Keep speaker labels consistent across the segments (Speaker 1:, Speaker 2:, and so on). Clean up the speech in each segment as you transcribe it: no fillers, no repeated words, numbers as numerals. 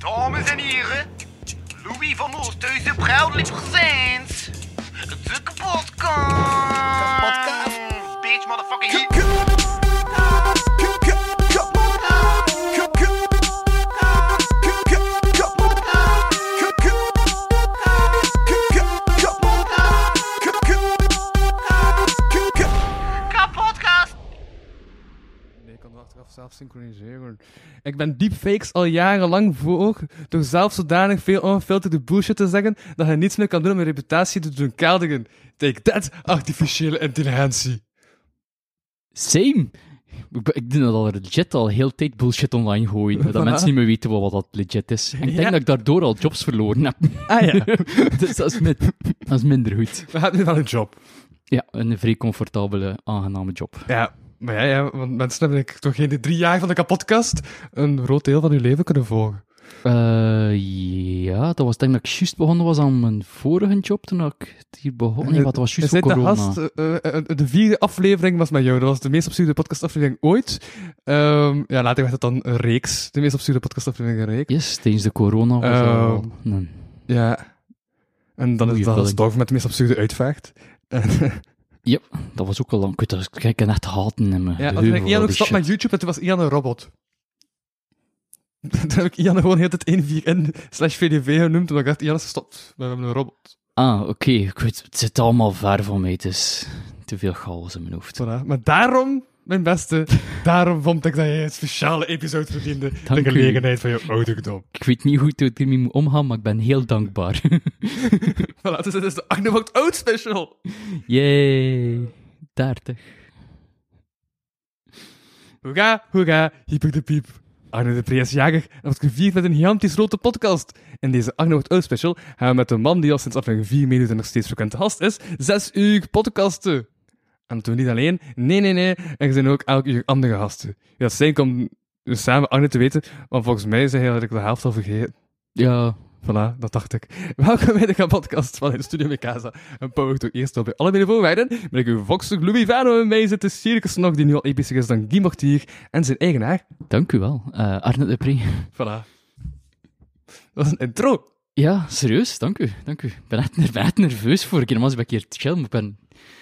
Speaker 1: Dames en heren, Louis van Oosthuizen proudly presents de kapotkast. Kapotkast. Bitch, motherfucking hit.
Speaker 2: Zelf synchroniseren. Ik ben deepfakes al jarenlang voor door zelf zodanig veel onfilterde bullshit te zeggen dat je niets meer kan doen om je reputatie te doen keldigen. Take that, artificiële intelligentie.
Speaker 3: Same. Ik doe dat al legit al heel tijd bullshit online gooien, dat mensen niet meer weten wat dat legit is. En ik denk dat ik daardoor al jobs verloren heb.
Speaker 2: Ah ja.
Speaker 3: Dus dat is minder goed.
Speaker 2: We hebben nu wel een job.
Speaker 3: Ja, een vrij comfortabele, aangename job.
Speaker 2: Ja. Maar ja, want mensen hebben toch geen 3 jaar van de kapotkast een groot deel van uw leven kunnen volgen.
Speaker 3: Ja, dat was denk ik dat ik juist begonnen was aan mijn vorige job, toen ik het hier begon. Nee, wat was juist voor corona.
Speaker 2: De 4e aflevering was met jou. Dat was de meest absurde podcastaflevering ooit. Ja, later werd het dan een reeks. De meest absurde podcastaflevering een reeks.
Speaker 3: Yes, tijdens de corona was al... Nee.
Speaker 2: Ja. En dan is dat Storm met de meest absurde uitvaart.
Speaker 3: Ja, dat was ook al lang. Ik kan echt haten in me.
Speaker 2: Ja, toen heb ik Ian ook gestopt met YouTube en toen was Ian een robot. Toen heb ik Ian gewoon heel het 141/VDV genoemd, omdat ik dacht, Ian is gestopt. We hebben een robot.
Speaker 3: Ah, oké. Ik weet, het zit allemaal ver van mij. Het is te veel chaos in mijn hoofd.
Speaker 2: Voilà. Maar daarom, mijn beste, daarom vond ik dat jij een speciale episode verdiende. De gelegenheid van je ouderdom.
Speaker 3: Ik weet niet hoe ik ermee moet omgaan, maar ik ben heel dankbaar.
Speaker 2: Voilà, dus het is de Arne wordt oud special.
Speaker 3: Yay. 30.
Speaker 2: Hoera, hyper de piep. Arne de Pre is jager en wordt gevierd met een gigantisch grote podcast. In deze Arne wordt oud special gaan we met de man die al sinds aflevering 4 meedoet en nog steeds frequente gast is, 6 uur podcasten. En dat doen we niet alleen. Nee. Er zijn ook elk uur andere gasten. Ja, dat zijn om samen Arne te weten, want volgens mij zijn eigenlijk de helft al vergeten.
Speaker 3: Ja.
Speaker 2: Voilà, dat dacht ik. Welkom bij de podcast van de Studio Mikasa. Een power door eerst op bij allebei de voorwaarden. Ben ik uw voxer Louis Vano en mij zit de circus nog die nu al epischer is dan Guy Mortier en zijn eigenaar.
Speaker 3: Dank u wel, Arne de Pre.
Speaker 2: Voilà. Dat was een intro.
Speaker 3: Ja, serieus, dank u. Ik ben echt nerveus voor. Normaal ben ik hier chill, maar ik ben...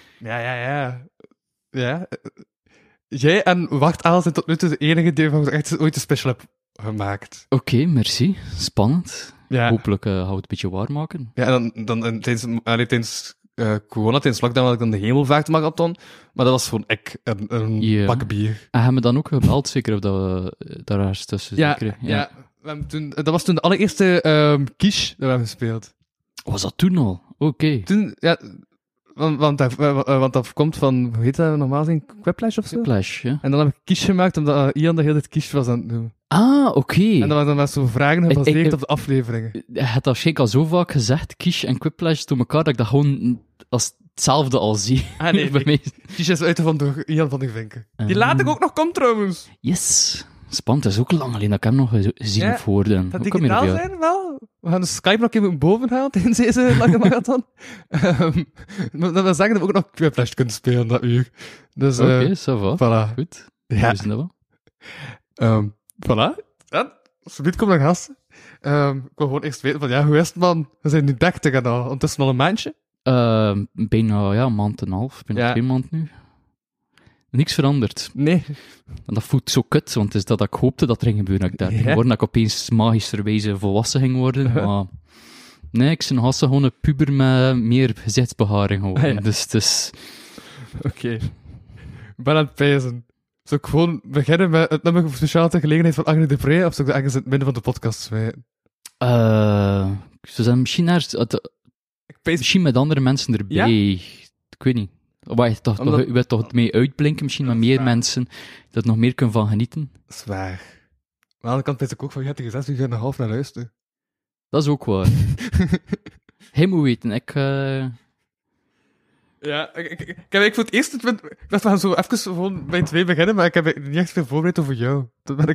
Speaker 2: Ja. Jij en Wart Aal zijn tot nu toe de enige die van echt ooit een special heb gemaakt.
Speaker 3: Oké, merci. Spannend.
Speaker 2: Ja.
Speaker 3: Hopelijk houdt het een beetje waarmaken.
Speaker 2: Ja, en dan tijdens corona, tijdens lockdown, had ik dan de Hemelvaartmarathon. Maar dat was gewoon een pak bier.
Speaker 3: En hebben we dan ook gebeld, zeker, of dat we daar ergens tussen zeker?
Speaker 2: Ja. We hebben dat was toen de allereerste quiche dat we hebben gespeeld.
Speaker 3: Was dat toen al? Oké.
Speaker 2: Toen, ja... Want dat komt van, hoe heet dat normaal zijn? Quiplash of zo?
Speaker 3: Quiplash, ja.
Speaker 2: En dan heb ik quiche gemaakt, omdat Ian de hele tijd quiche was aan het doen.
Speaker 3: Ah, oké.
Speaker 2: En dan was zo vragen gebaseerd op de afleveringen.
Speaker 3: Je hebt waarschijnlijk al zo vaak gezegd, quiche en Quiplash door elkaar, dat ik dat gewoon als hetzelfde al zie.
Speaker 2: Ah nee, bij mij. Quiche is uitgevonden door Ian van der Vinken. Die later ook nog komt trouwens.
Speaker 3: Yes. Spannend, dat is ook lang alleen dat ik hem nog gezien voor.
Speaker 2: Dat digitaal zijn wel. We gaan de Skype nog even boven halen tijdens deze lange marathon. Maar dat wil zeggen dat we ook nog Quiplash kunnen spelen dat uur. Dus,
Speaker 3: Oké, ça va.
Speaker 2: Voilà.
Speaker 3: Goed.
Speaker 2: Ja.
Speaker 3: Dat wel.
Speaker 2: Voilà. En, zometeen komt nog gasten. Ik wil gewoon eerst weten van, ja, hoe is het man? We zijn nu 30 en al. Ondertussen al een maandje?
Speaker 3: Bijna, een maand en een half. Bijna 2 maanden nu. Niks veranderd.
Speaker 2: Nee.
Speaker 3: En dat voelt zo kut, want het is dat ik hoopte dat er ging gebeuren. Dat ik daar ging worden, dat ik opeens magischerwijze volwassen ging worden. Maar nee, ik ben nog altijd gewoon een puber met meer gezichtsbeharing geworden.
Speaker 2: Ja.
Speaker 3: Dus het is...
Speaker 2: Oké. Ik ben aan het pijzen. Zou ik gewoon beginnen met het nummer voor speciale gelegenheid van Arne de Pre, of zou ik dat ergens in het midden van de podcast smijten?
Speaker 3: Ze zijn misschien misschien met andere mensen erbij. Ja? Ik weet niet. Je wilt toch mee uitblinken, misschien met meer mensen, dat nog meer kunnen van genieten.
Speaker 2: Zwaar. Maar aan de andere kant weet ik ook van, je hebt er 6 uur en een half naar luisteren.
Speaker 3: Dat is ook waar. Hij moet weten,
Speaker 2: Ja, ik heb voor het eerst... Ik dacht, we gaan zo even gewoon bij 2 beginnen, maar ik heb niet echt veel voorbereid over jou. Dat ben ik...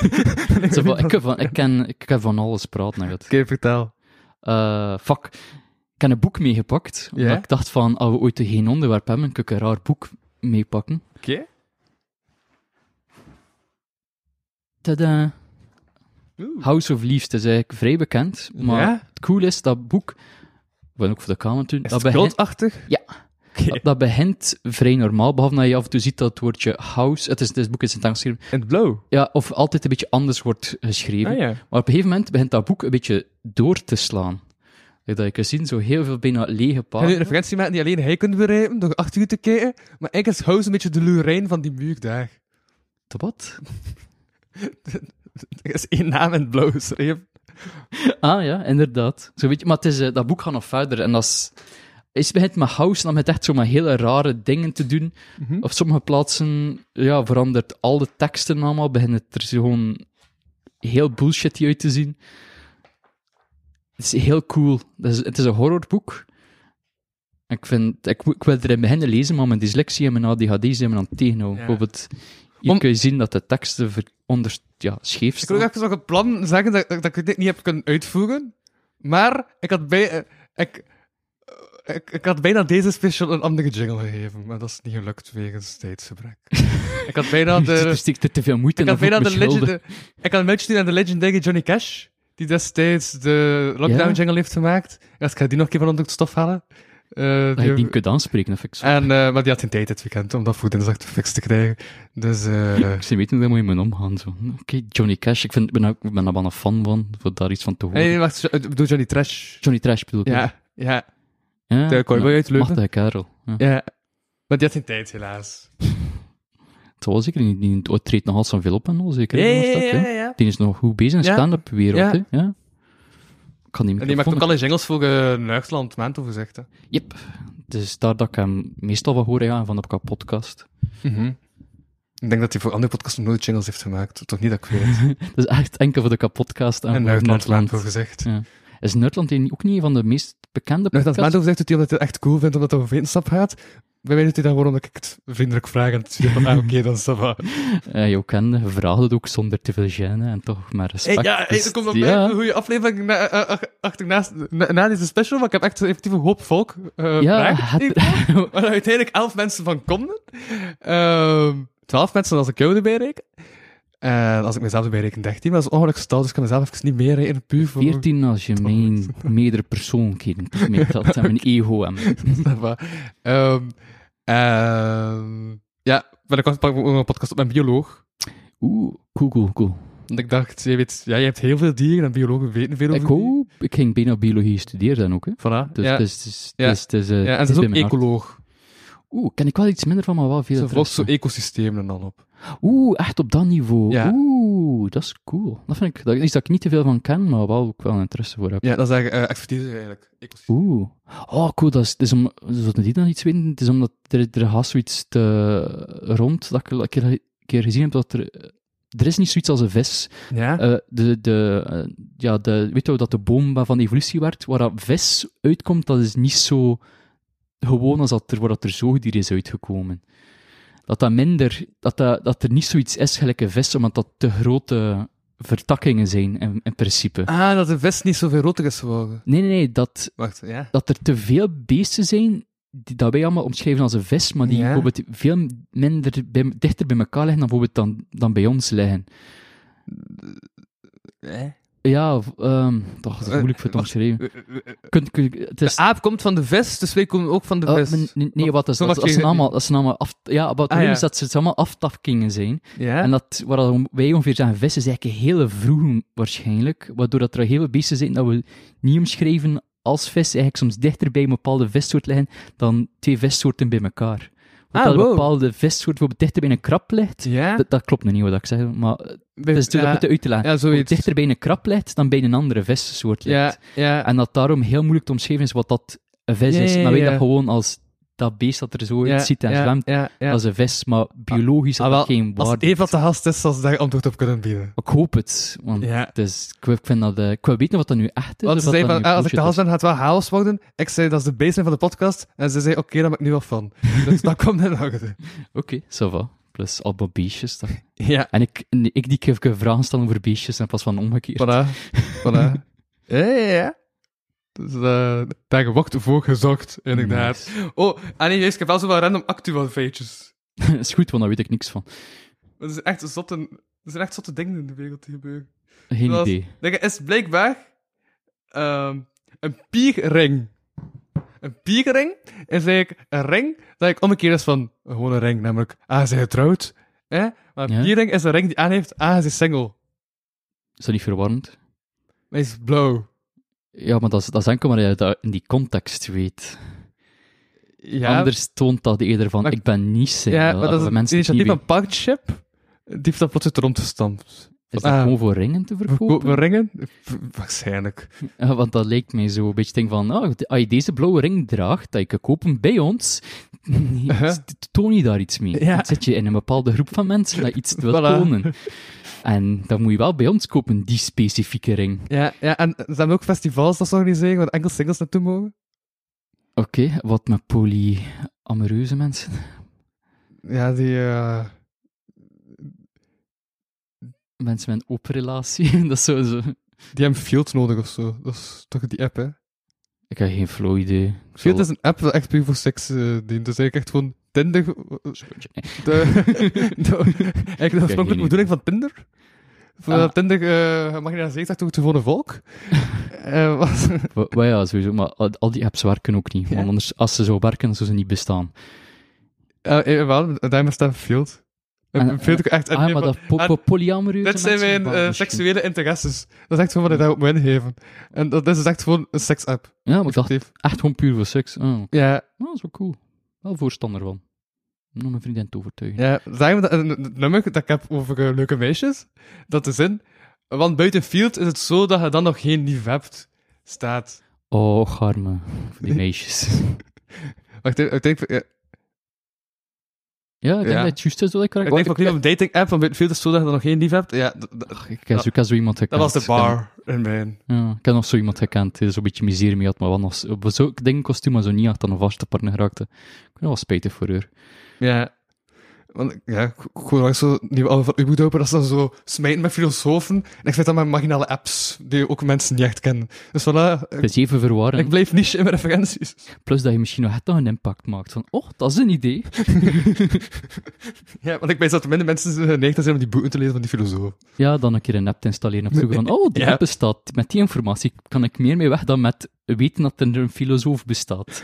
Speaker 3: ik heb van alles praten.
Speaker 2: Oké, vertel.
Speaker 3: Ik heb een boek meegepakt, omdat ik dacht van, als we ooit geen onderwerp hebben, kan ik een raar boek meepakken.
Speaker 2: Oké.
Speaker 3: Tadaa. House of Leaves, het is eigenlijk vrij bekend, maar het cool is, dat boek, wat ook voor de kamer doen,
Speaker 2: is het cultachtig?
Speaker 3: Ja. Okay. Dat begint vrij normaal, behalve dat je af en toe ziet dat het woordje house, het boek is in het Engels geschreven.
Speaker 2: In het blauw?
Speaker 3: Ja, of altijd een beetje anders wordt geschreven.
Speaker 2: Ja.
Speaker 3: Maar op een gegeven moment begint dat boek een beetje door te slaan. Dat je kunt zien, zo heel veel bijna lege pagina's.
Speaker 2: Kan je een referentie maken die alleen hij kunt begrijpen, door achter u te kijken, maar eigenlijk is house een beetje de Lurijn van die muur daar.
Speaker 3: De wat?
Speaker 2: Er is één naam in het blauw geschreven.
Speaker 3: Ah ja, inderdaad. Zo weet je, maar het is, dat boek gaat nog verder. En dat is... Het begint met house, en dan begint echt zo met hele rare dingen te doen. Op sommige plaatsen verandert al de teksten allemaal, begint er gewoon heel bullshitty uit te zien. Het is heel cool. Het is een horrorboek. Ik wil erin beginnen lezen, maar mijn dyslexie en mijn ADHD zijn me aan het tegenhouden. Ja. Bijvoorbeeld, hier kun je zien dat de teksten scheef staan.
Speaker 2: Ik wil even nog een plan zeggen dat ik dit niet heb kunnen uitvoeren, maar ik had bijna deze special een andere jingle gegeven, maar dat is niet gelukt wegens tijdsgebrek. Ik had bijna
Speaker 3: er stikt te veel moeite in.
Speaker 2: Ik had een beetje aan de legendary Johnny Cash, die destijds de lockdown jingle heeft gemaakt. Ja, ik ga die nog een keer van onder het stof halen.
Speaker 3: Dat je die kunt aanspreken, dat vind ik zo.
Speaker 2: Maar die had geen tijd dit weekend om dat voor dinsdag te fix te krijgen. Dus,
Speaker 3: ik zou weten hoe dat moet je mee omgaan. Oké, Johnny Cash, ik ben daar wel een fan van, voor daar iets van te horen.
Speaker 2: Nee, wacht, ik bedoel Johnny Trash.
Speaker 3: Johnny Trash bedoel ik.
Speaker 2: Ja.
Speaker 3: De
Speaker 2: cowboy uit Leuven.
Speaker 3: Machtige kerel.
Speaker 2: Ja, maar die had geen tijd, helaas.
Speaker 3: Het was zeker niet. Die treedt nog altijd zoveel op en al, zeker.
Speaker 2: Ja.
Speaker 3: Die is nog goed bezig in stand-up wereld, ja.
Speaker 2: En die maakt ook alle jingles voor Nuchtland Maandhoven, zegt hè.
Speaker 3: Yep. Dus daar dat ik hem meestal van hoor, van op podcast.
Speaker 2: Ik denk dat hij voor andere podcasts nooit jingles heeft gemaakt. Toch niet dat ik weet.
Speaker 3: Dat is echt enkel voor de podcast en
Speaker 2: Nuchtland Maandhoven gezegd.
Speaker 3: Ja. Is Nuchtland ook niet een van de meest bekende podcasts?
Speaker 2: Nuchtland Maandhoven zegt dat hij het echt cool vindt, omdat het over wetenschap gaat. Bij mij doet hij dat gewoon omdat ik het vriendelijk vraag en het zie van, oké, dan is dat wel.
Speaker 3: Je kende, vraag het ook zonder te veel gêne en toch maar respect.
Speaker 2: Er komt nog bij een goede aflevering na deze special, maar ik heb echt effectief een hoop volk waar uiteindelijk 11 mensen van konden. 12 mensen als ik jou erbij reken. Als ik mezelf erbij reken, 13, maar dat is ongelukkig stal, dus ik kan mezelf even niet meer rekenen, puur voor...
Speaker 3: 14 als je mijn meerdere persoonlijkheden meetelt en mijn ego en
Speaker 2: maar ik pak ook een podcast op mijn bioloog.
Speaker 3: Cool.
Speaker 2: Want ik dacht, je hebt heel veel dieren en biologen weten veel over dieren.
Speaker 3: Ik ging bijna biologie studeren dan ook, hè.
Speaker 2: Voilà,
Speaker 3: Dus
Speaker 2: en ze is ook ecoloog.
Speaker 3: Ken ik wel iets minder van, maar wel veel.
Speaker 2: Ze volgt zo ecosystemen dan op.
Speaker 3: Echt op dat niveau.
Speaker 2: Ja.
Speaker 3: Dat is cool. Dat vind ik, dat is dat ik niet te veel van ken, maar wel ook wel een interesse voor heb.
Speaker 2: Ja, dat is eigenlijk expertise eigenlijk.
Speaker 3: Cool. Dat is om, zouden die dan iets weten? Het is omdat er gaat zoiets rond, dat ik een keer gezien heb, dat er is niet zoiets als een vis.
Speaker 2: Ja?
Speaker 3: Weet je dat de boom van de evolutie werd, waar dat vis uitkomt, dat is niet zo gewoon als waar dat er zoogdier is uitgekomen. Dat er niet zoiets is gelijk een vis, omdat dat te grote vertakkingen zijn, in principe.
Speaker 2: Dat een vis niet zoveel roter is geworden.
Speaker 3: Nee, dat er te veel beesten zijn, dat wij allemaal omschrijven als een vis, maar die bijvoorbeeld veel dichter bij elkaar liggen dan bij ons liggen. Ja, dat is moeilijk voor te omschrijven.
Speaker 2: De aap komt van de vis, dus wij komen ook van de vis.
Speaker 3: Nee, wat is dat? Dat zijn allemaal is dat ze allemaal aftakkingen zijn.
Speaker 2: Ja?
Speaker 3: En waar wij ongeveer zeggen, vis is eigenlijk een hele vroeg waarschijnlijk, waardoor dat er heel veel beesten zijn dat we niet omschrijven als vis, eigenlijk soms dichter bij een bepaalde vissoort liggen dan twee vissoorten bij elkaar. Dat een bepaalde vissoort bijvoorbeeld dichter bij een krab ligt, dat klopt nog niet wat ik zeg, maar het is dat moet uit te leggen. Dichter bij een krab ligt dan bij een andere vissoort ligt. En dat daarom heel moeilijk te omschrijven is wat dat een vis is. Maar weet dat gewoon als dat beest dat er zo uitziet en zwemt, als een vis, maar biologisch had dat geen waarde.
Speaker 2: Als Eva te gast is, zal ze daar antwoord op kunnen bieden.
Speaker 3: Ik hoop het, want ik vind dat... ik wil weten wat dat nu echt is.
Speaker 2: Want ze zei van, als ik de gast ben, gaat het wel chaos worden. Ik zei, dat is de baseline van de podcast. En ze zei, oké, daar ben ik nu wel van. Dus dat komt in orde.
Speaker 3: Oké, ça va. Plus allemaal beestjes. Dan.
Speaker 2: Ja.
Speaker 3: En ik die vragen stellen over beestjes en pas van omgekeerd.
Speaker 2: Voilà. Ja. Dus daar wordt voor gezocht, inderdaad. Nice. Ik heb wel zo wel random actueel feitjes.
Speaker 3: Dat is goed, want daar weet ik niks van.
Speaker 2: Er zijn echt zotte dingen in de wereld die gebeuren.
Speaker 3: Geen idee.
Speaker 2: Dat is blijkbaar een pierring. Een pierring is eigenlijk een ring dat ik omgekeerd is van gewoon een ring, namelijk is hij getrouwd. Maar een pierring is een ring die aan heeft, is hij single.
Speaker 3: Is dat niet verwarrend?
Speaker 2: Hij is blauw.
Speaker 3: Ja, maar dat is enkel maar je dat in die context weet.
Speaker 2: Ja.
Speaker 3: Anders toont dat eerder van, ik ben niet single.
Speaker 2: Ja, maar dat is een initiatief van Partnership. Die heeft dat plots erom gestampt.
Speaker 3: Is dat gewoon voor ringen te verkopen?
Speaker 2: Voor ringen? Waarschijnlijk.
Speaker 3: Ja, want dat lijkt mij zo een beetje ding van, als je deze blauwe ring draagt, dat je kan kopen bij ons, toon je daar iets mee.
Speaker 2: Ja.
Speaker 3: Dan zit je in een bepaalde groep van mensen dat iets wil tonen. En dan moet je wel bij ons kopen, die specifieke ring.
Speaker 2: Ja, en ze hebben ook festivals dat ze organiseren, waar enkel singles naartoe mogen.
Speaker 3: Oké, wat met polyamoreuze mensen?
Speaker 2: Ja, die...
Speaker 3: Mensen met een open relatie, dat is sowieso...
Speaker 2: Die hebben Field nodig of zo. Dat is toch die app, hè?
Speaker 3: Ik heb geen flow idee.
Speaker 2: Field is een app dat echt puur voor seks dient. Dus eigenlijk echt gewoon Tinder... Eigenlijk de oorspronkelijke bedoeling van Tinder. Voor Tinder mag je naar zee zeggen, het gewone volk.
Speaker 3: Maar ja, sowieso. Maar al die apps werken ook niet. Want anders, als ze zo werken, dan zouden ze niet bestaan.
Speaker 2: Wel, daarom staat Field.
Speaker 3: Maar dat polyamoreuze
Speaker 2: dit zijn mijn seksuele interesses. Dat is echt gewoon wat ik daarop moet ingeven. En dat is dus echt gewoon een seks-app.
Speaker 3: Ja, maar ik dacht echt gewoon puur voor seks. Oh.
Speaker 2: Ja.
Speaker 3: Oh, dat is wel cool. Wel voorstander van. Om mijn vriendin te overtuigen.
Speaker 2: Ja, daarom het nummer dat ik heb over leuke meisjes, dat is in. Want buiten Field is het zo dat je dan nog geen lief hebt staat.
Speaker 3: Oh, arme. Voor die meisjes.
Speaker 2: Wacht, ik denk...
Speaker 3: Ja, ik denk dat het juist is wat ik
Speaker 2: Ik denk ook niet op een dating-app, van buiten Field is het zo dat je dan nog geen lief hebt. Ja,
Speaker 3: ik heb zo iemand gekend.
Speaker 2: Dat was de bar in mijn...
Speaker 3: Ja, ik heb nog zo iemand gekend die zo'n beetje miserie mee had, maar wat nog... Ik denk kostuum, maar zo niet echt aan een vaste partner geraakte. Ik ben wel spijtig voor haar.
Speaker 2: Ja. Want ik hoor wel zo nieuwe album van U-Boot open, dat ze dan zo smijten met filosofen. En ik vind dat met marginale apps, die ook mensen niet echt kennen. Dus voilà.
Speaker 3: Het is even verwarrend.
Speaker 2: Ik blijf niche in mijn referenties.
Speaker 3: Plus dat je misschien nog echt nog een impact maakt. Van, dat is een idee.
Speaker 2: Ja, want ik weet dat minder mensen geneigd zijn om die boeken te lezen van die filosoof.
Speaker 3: Ja, dan een keer een app te installeren op zoek van, die app bestaat. Met die informatie kan ik meer mee weg dan met weten dat er een filosoof bestaat.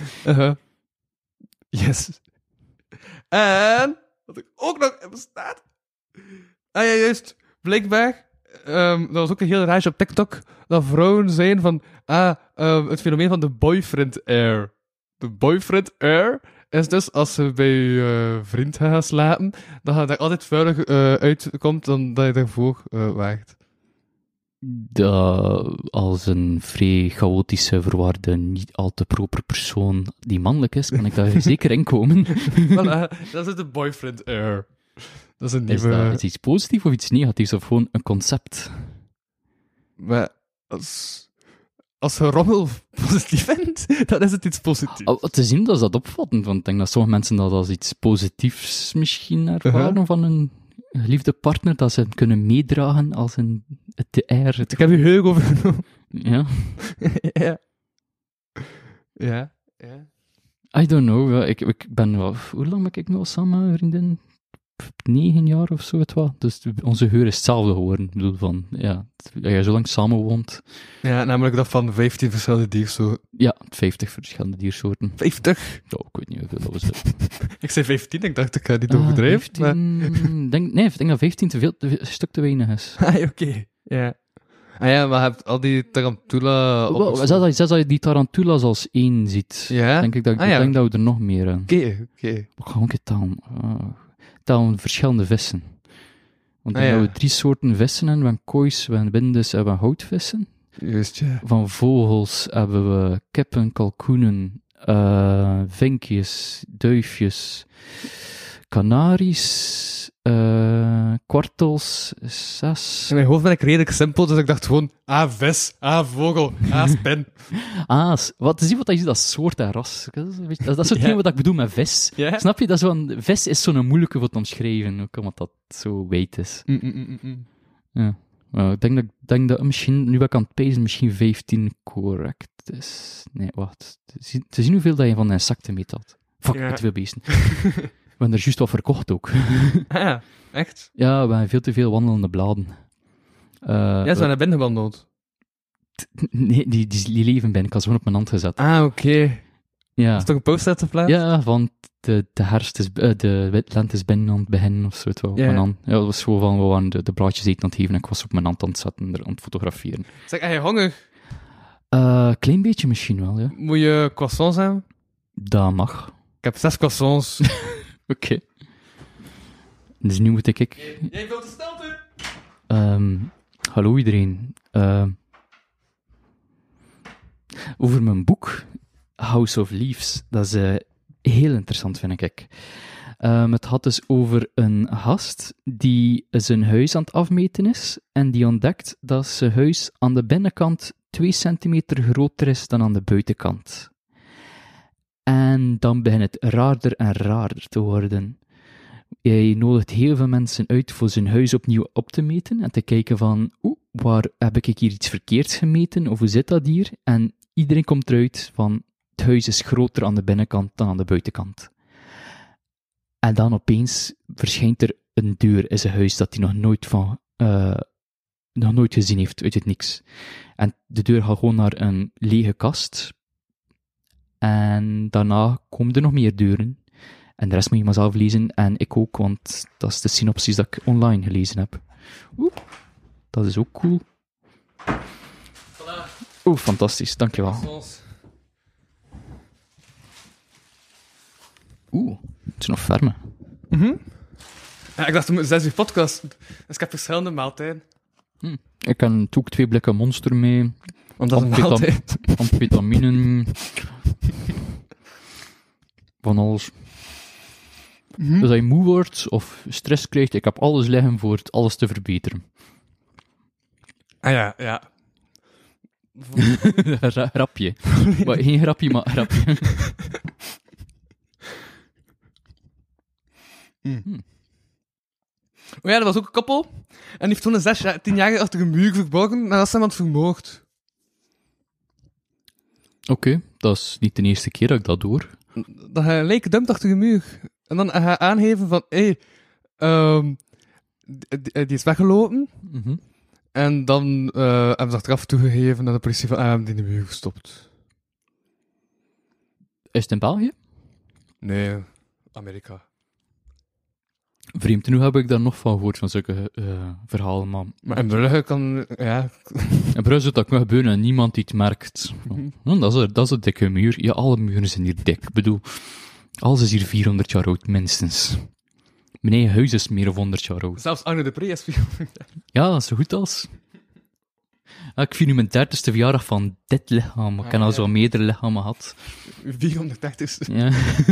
Speaker 2: Yes. En... wat ik ook nog in bestaat. Ja, juist. Blijkbaar, dat was ook een heel raadje op TikTok, dat vrouwen zijn van, het fenomeen van de boyfriend air. De boyfriend air is dus, als je bij je vriend gaat slapen, dat je daar altijd vuilig uitkomt dan dat je daarvoor waagt.
Speaker 3: Als een vrij chaotische, verwarde, niet al te proper persoon die mannelijk is, kan ik daar zeker in komen.
Speaker 2: Voilà, dat is de boyfriend air. Dat is een nieuwe...
Speaker 3: Is dat iets positiefs of iets negatiefs, of gewoon een concept?
Speaker 2: Maar als je rommel positief vindt, dan is het iets positiefs.
Speaker 3: Te zien dat ze dat opvatten, want ik denk dat sommige mensen dat als iets positiefs misschien ervaren van een geliefde partner, dat ze het kunnen meedragen als een air.
Speaker 2: Ik heb je heug overgenomen.
Speaker 3: Ja.
Speaker 2: Ja.
Speaker 3: I don't know. Ik ben wel... Hoe lang ben ik nu al samen, vriendin? 9 jaar of zo, het was. Dus onze geur is hetzelfde geworden. Ik bedoel, van, dat je zo lang samen woont.
Speaker 2: Ja, namelijk dat van 15 verschillende diersoorten.
Speaker 3: Ja, 50 verschillende diersoorten.
Speaker 2: 50?
Speaker 3: Ja, ik weet niet hoeveel dat was.
Speaker 2: Ik zei 15, ik dacht, ik ga niet overdrijven.
Speaker 3: 15... Ik denk dat 15 een stuk te weinig is.
Speaker 2: Oké. Ja. Maar je hebt al die tarantula...
Speaker 3: Zelfs dat je die tarantulas als één ziet, denk ik dat we er nog meer in.
Speaker 2: Oké.
Speaker 3: Ik ga ook tellen verschillende vissen. Want we hebben 3 soorten vissen en we hebben koois, we hebben windes en we hebben houtvissen.
Speaker 2: Juist, ja.
Speaker 3: Van vogels hebben we kippen, kalkoenen, vinkjes, duifjes, kanaries, kwartels, 6.
Speaker 2: In mijn hoofd ben ik redelijk simpel, dus ik dacht gewoon, vis, vogel, spin.
Speaker 3: Wat je ziet, dat soort en ras. Dat is hetgeen wat ik bedoel met vis. Yeah. Snap je? Vis is zo'n moeilijke voor te omschrijven, ook omdat dat zo wijd is. Ja. Nou, ik denk dat misschien, nu ben ik aan het pijzen, misschien 15 correct is. Nee, wacht. Te zien hoeveel dat je van de insecten meet had. Fuck, te veel beesten. We hebben er juist wat verkocht ook.
Speaker 2: Ja, echt?
Speaker 3: Ja, we hebben veel te veel wandelende bladen.
Speaker 2: Ja, ze zijn naar binnen gewandeld.
Speaker 3: Nee, die leven binnen. Ik had ze gewoon op mijn hand gezet.
Speaker 2: Ah, oké.
Speaker 3: Ja.
Speaker 2: Is toch een poster geplaatst?
Speaker 3: Ja, van de herfst is, de lente is binnen aan het beginnen of zo. Op mijn hand. Ja, dat was gewoon van, we waren de blaadjes eten aan het geven en ik was op mijn hand aan het zetten, aan het fotograferen.
Speaker 2: Zeg, heb je honger?
Speaker 3: Klein beetje misschien wel, ja.
Speaker 2: Moet je croissants hebben?
Speaker 3: Dat mag.
Speaker 2: Ik heb 6 croissants.
Speaker 3: Oké. Dus nu moet ik...
Speaker 2: Jij wilt de stelte?
Speaker 3: Hallo iedereen. Over mijn boek, House of Leaves. Dat is heel interessant, vind ik. Het had dus over een gast die zijn huis aan het afmeten is en die ontdekt dat zijn huis aan de binnenkant 2 centimeter groter is dan aan de buitenkant. En dan begint het raarder en raarder te worden. Hij nodigt heel veel mensen uit voor zijn huis opnieuw op te meten en te kijken van, waar heb ik hier iets verkeerds gemeten, of hoe zit dat hier? En iedereen komt eruit van, het huis is groter aan de binnenkant dan aan de buitenkant. En dan opeens verschijnt er een deur in zijn huis dat hij nog nooit gezien heeft uit het niks. En de deur gaat gewoon naar een lege kast. En daarna komen er nog meer deuren. En de rest moet je maar zelf lezen. En ik ook, want dat is de synopsis dat ik online gelezen heb. Dat is ook cool. Voilà. Fantastisch, dankjewel. Het is nog ferme.
Speaker 2: Ja, ik dacht, we moeten 6 uur podcast. Dus ik heb verschillende maaltijden.
Speaker 3: Ik heb ook 2 blikken Monster mee.
Speaker 2: Omdat een maaltijd.
Speaker 3: Amfetaminen. Van alles. Dus als je moe wordt of stress krijgt, ik heb alles liggen voor het alles te verbeteren.
Speaker 2: Ah ja.
Speaker 3: Grapje. Maar geen grapje, maar grapje.
Speaker 2: Oh ja, dat was ook een koppel. En die heeft toen een 10 jaar achter een muur verborgen en dat is iemand vermoord.
Speaker 3: Oké, dat is niet de eerste keer dat ik dat hoor.
Speaker 2: Dat hij een lijk dumpt achter een muur. En dan ga aangeven van, die is weggelopen. En dan hebben ze achteraf toegegeven aan de politie van, hebben die in de muur gestopt.
Speaker 3: Is het in België?
Speaker 2: Nee, Amerika.
Speaker 3: Vreemd genoeg heb ik daar nog van gehoord, van zulke verhalen,
Speaker 2: maar in Brugge kan, ja...
Speaker 3: In Brugge zou dat kunnen gebeuren en niemand die het merkt. Dat is een dikke muur. Ja, alle muren zijn hier dik. Ik bedoel, alles is hier 400 jaar oud, minstens. Mijn eigen huis is meer dan 100 jaar oud.
Speaker 2: Zelfs Arno de Pre is 400 jaar.
Speaker 3: Ja, zo goed als. Ik vier nu mijn 30ste verjaardag van dit lichaam. Ik heb al zo meerdere lichamen gehad.
Speaker 2: 430.
Speaker 3: Ja.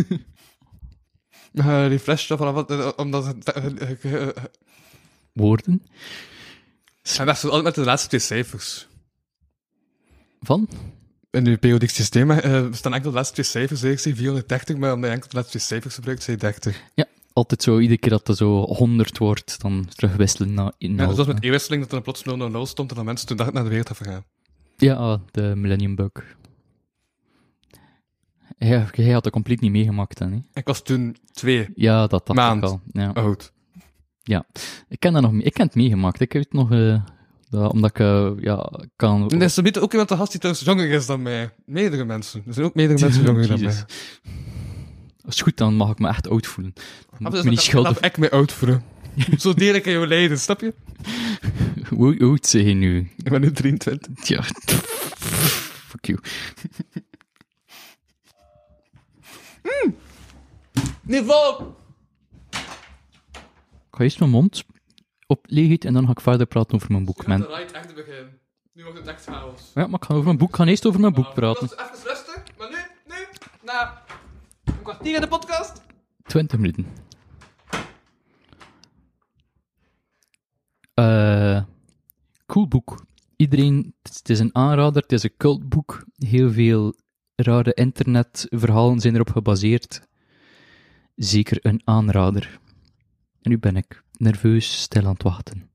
Speaker 2: Refresh of wat, omdat het...
Speaker 3: Woorden?
Speaker 2: En dat is altijd met de laatste 2 cijfers.
Speaker 3: Van?
Speaker 2: In uw periodiek systeem staan enkel de laatste 2 cijfers. Ik zeg 430, maar omdat je enkel de laatste 2 cijfers gebruikt, zei 30.
Speaker 3: Ja, altijd zo. Iedere keer dat er zo 100 wordt, dan terugwisselen naar 0.
Speaker 2: Ja, dus dat was met e-wisseling dat er plots 000 stond en dan mensen toen dachten naar de wereld te vergaan.
Speaker 3: Ja, de Millennium Bug. Jij had dat compleet niet meegemaakt dan, hè?
Speaker 2: Ik was toen 2
Speaker 3: ja, dat dacht
Speaker 2: maand
Speaker 3: ik al. Ja.
Speaker 2: oud.
Speaker 3: Ja, ik ken dat nog mee. Ik ken het meegemaakt. Ik weet nog, omdat ik, kan...
Speaker 2: En er is ook iemand te gast die trouwens jonger is dan mij. Meerdere mensen. Er zijn ook meerdere mensen jonger dan mij.
Speaker 3: Als het goed, dan mag ik me echt oud voelen.
Speaker 2: Dus me niet schuldig. Ik me oud voelen. Zo deel ik in jouw lijden, snap je?
Speaker 3: Hoe oud zeg je nu?
Speaker 2: Ik ben nu 23.
Speaker 3: Ja, fuck you.
Speaker 2: Niveau!
Speaker 3: Ik ga eerst mijn mond op leegheid en dan ga ik verder praten over mijn boek.
Speaker 2: Je gaat de echt beginnen. Nu wordt het echt chaos.
Speaker 3: Ja, maar ik ga over mijn boek. Ik ga eerst over mijn boek praten.
Speaker 2: Even rustig, maar nu, na een kwartier in de podcast.
Speaker 3: 20 minuten. Cool boek. Iedereen, het is een aanrader, het is een cultboek. Heel veel rare internetverhalen zijn erop gebaseerd. Zeker een aanrader. En nu ben ik nerveus stil aan het wachten.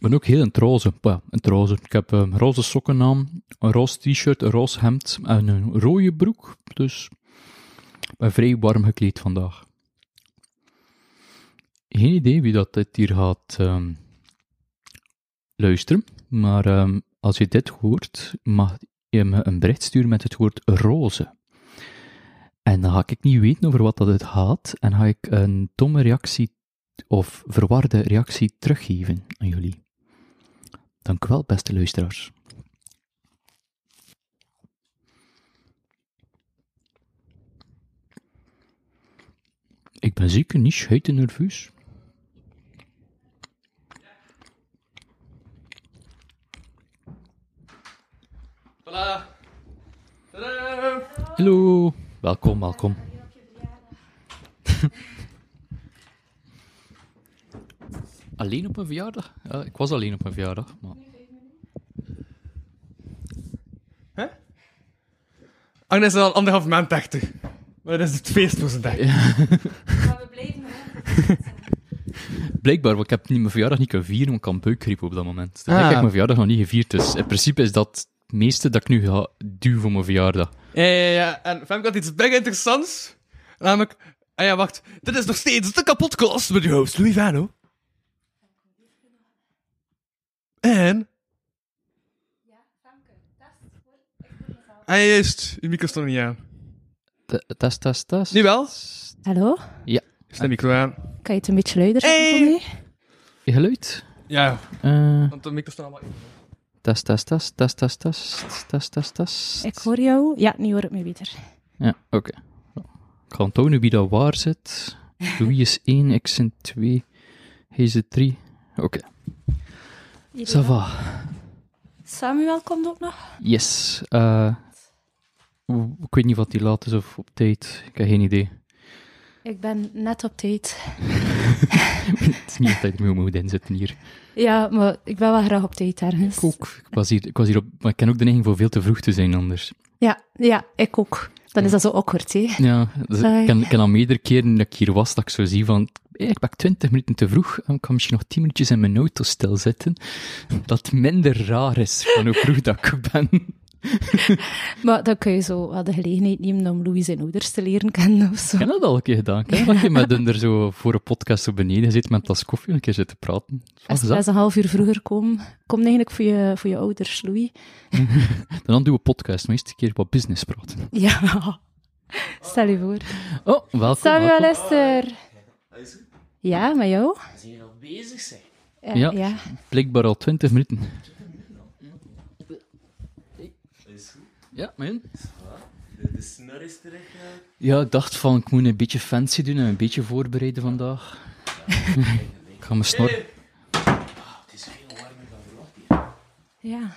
Speaker 3: ben ook heel in het roze. Ja, in het roze. Ik heb roze sokken aan, een roze t-shirt, een roze hemd en een rode broek. Dus ik ben vrij warm gekleed vandaag. Geen idee wie dat dit hier gaat luisteren, maar als je dit hoort, mag je me een bericht sturen met het woord roze. En dan ga ik niet weten over wat dat het gaat, en ga ik een domme reactie of verwarde reactie teruggeven aan jullie. Dank u wel, beste luisteraars. Ik ben zeker niet scheiden nerveus.
Speaker 2: Voilà. Tadaa.
Speaker 3: Hallo. Welkom. Alleen op een verjaardag? Ja, ik was alleen op een verjaardag, maar...
Speaker 2: Agnes is al 1,5 maand 80. Maar dat is het feest voor zijn dag.
Speaker 4: Maar we blijven nog.
Speaker 3: Blijkbaar, want ik heb mijn verjaardag niet kunnen vieren, want ik had buikgriep op dat moment. Dus ik heb mijn verjaardag nog niet gevierd, dus in principe is dat het meeste dat ik nu ga doen voor mijn verjaardag.
Speaker 2: Ja. En Femke had iets mega interessants. Namelijk... wacht. Dit is nog steeds de kapotkast met je host, Louis Vano. En...
Speaker 4: Ja, Femke. Test.
Speaker 2: Juist. Uw micro stond niet aan.
Speaker 3: Test.
Speaker 2: Nu wel?
Speaker 4: Hallo?
Speaker 3: Ja.
Speaker 2: Is de micro aan?
Speaker 4: Kan je het een beetje luider zetten voor mij?
Speaker 3: Je geluid?
Speaker 2: Ja. Want de micro staat allemaal in.
Speaker 3: Test.
Speaker 4: Ik hoor jou. Ja, nu hoor ik me beter.
Speaker 3: Ja, oké. Ik ga tonen wie dat waar zit. Louis is 1, ik ben 2, hij is 3. Oké. Ça va.
Speaker 4: Samuel komt ook nog.
Speaker 3: Yes. Ik weet niet wat die laat is of op tijd. Ik heb geen idee.
Speaker 4: Ik ben net op tijd.
Speaker 3: Het is niet altijd meer moet inzitten hier.
Speaker 4: Ja, maar ik ben wel graag op tijd ergens.
Speaker 3: Ik ook. Ik was hier op... Maar ik ken ook de neiging voor veel te vroeg te zijn anders.
Speaker 4: Ja, ik ook. Dan is dat zo awkward, hè?
Speaker 3: Ja, dus ik ken al meerdere keren dat ik hier was, dat ik zo zie van... ik ben 20 minuten te vroeg, en ik kan misschien nog 10 minuutjes in mijn auto stilzitten. Dat minder raar is van hoe vroeg dat ik ben.
Speaker 4: Maar dan kun je zo wel de gelegenheid nemen om Louis zijn ouders te leren kennen of zo.
Speaker 3: Ik heb dat al een keer gedaan. Ik heb dat met hun er zo voor een podcast zo beneden zit met een tas koffie een keer zitten praten.
Speaker 4: Als ze een half uur vroeger komen, kom eigenlijk voor je ouders, Louis.
Speaker 3: Dan doen we een podcast, maar eerst een keer wat business praten.
Speaker 4: Ja, stel je voor.
Speaker 3: Oh, welkom.
Speaker 4: Samuel is er. Ja, met jou?
Speaker 5: Zijn jullie al bezig, zeg?
Speaker 3: Ja. Blijkbaar al 20 minuten. Ja, man.
Speaker 5: De snor is terecht.
Speaker 3: Ja, ik dacht van, ik moet een beetje fancy doen en een beetje voorbereiden vandaag. Ik ga mijn snor...
Speaker 5: Het is veel warmer dan verwacht hier.
Speaker 4: Ja.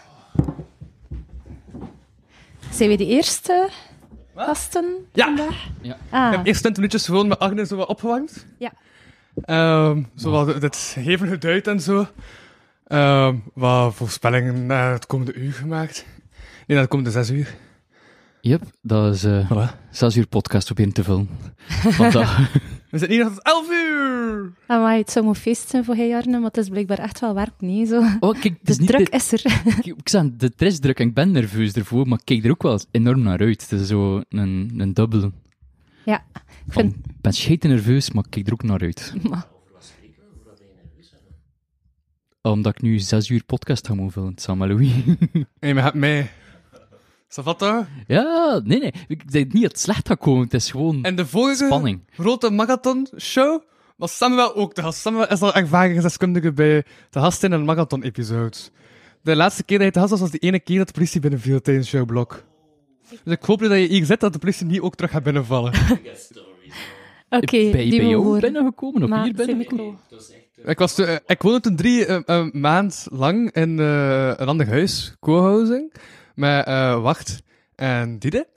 Speaker 4: Zijn we de eerste gasten vandaag?
Speaker 3: Ja.
Speaker 2: Ik
Speaker 4: Ah,
Speaker 2: heb eerst 20 minuutjes gewoon met Agnes zo wat opgewarmd.
Speaker 4: ja.
Speaker 2: Zo wat dit hevig geduid en zo. Wat voorspellingen naar het komende uur gemaakt. Nee, naar het komende 6 uur.
Speaker 3: Yep, dat is
Speaker 2: Voilà.
Speaker 3: 6 uur podcast proberen te vullen. Vandaag.
Speaker 2: We zitten hier tot 11 uur!
Speaker 4: Amai, het zou een feest zijn voor hij, Arne, maar het is blijkbaar echt wel werk, nee, zo.
Speaker 3: Oh, kijk, het is
Speaker 4: De
Speaker 3: niet
Speaker 4: druk is er.
Speaker 3: Ik zeg, er is druk en ik ben nerveus ervoor, maar ik kijk er ook wel enorm naar uit. Het is zo een dubbele.
Speaker 4: Ja, ik vind...
Speaker 3: Ik ben scheiden nerveus, maar ik kijk er ook naar uit.
Speaker 4: Maar,
Speaker 3: Omdat ik nu 6 uur podcast ga moeten vullen, samen Louis.
Speaker 2: Hé, maar heb mij... Savata?
Speaker 3: Ja, nee. Ik zeg niet dat het slecht gaat komen, het is gewoon
Speaker 2: En de vorige
Speaker 3: spanning.
Speaker 2: grote marathon-show was Samuel ook de gast. Samuel is al ervaringsdeskundige bij de gast in een marathon-episode. De laatste keer dat hij te gast was de ene keer dat de politie binnenviel tijdens showblok. Dus ik hoop nu dat je hier zit, dat de politie niet ook terug gaat binnenvallen.
Speaker 4: oké,
Speaker 3: Ben je
Speaker 4: die
Speaker 3: bij
Speaker 4: we
Speaker 3: jou
Speaker 4: horen.
Speaker 3: binnengekomen of
Speaker 4: Maar
Speaker 3: hier
Speaker 4: zijn
Speaker 3: binnengekomen?
Speaker 4: micro.
Speaker 2: Ik woonde toen 3 maand lang in een ander huis, co-housing, met Wacht en Diede.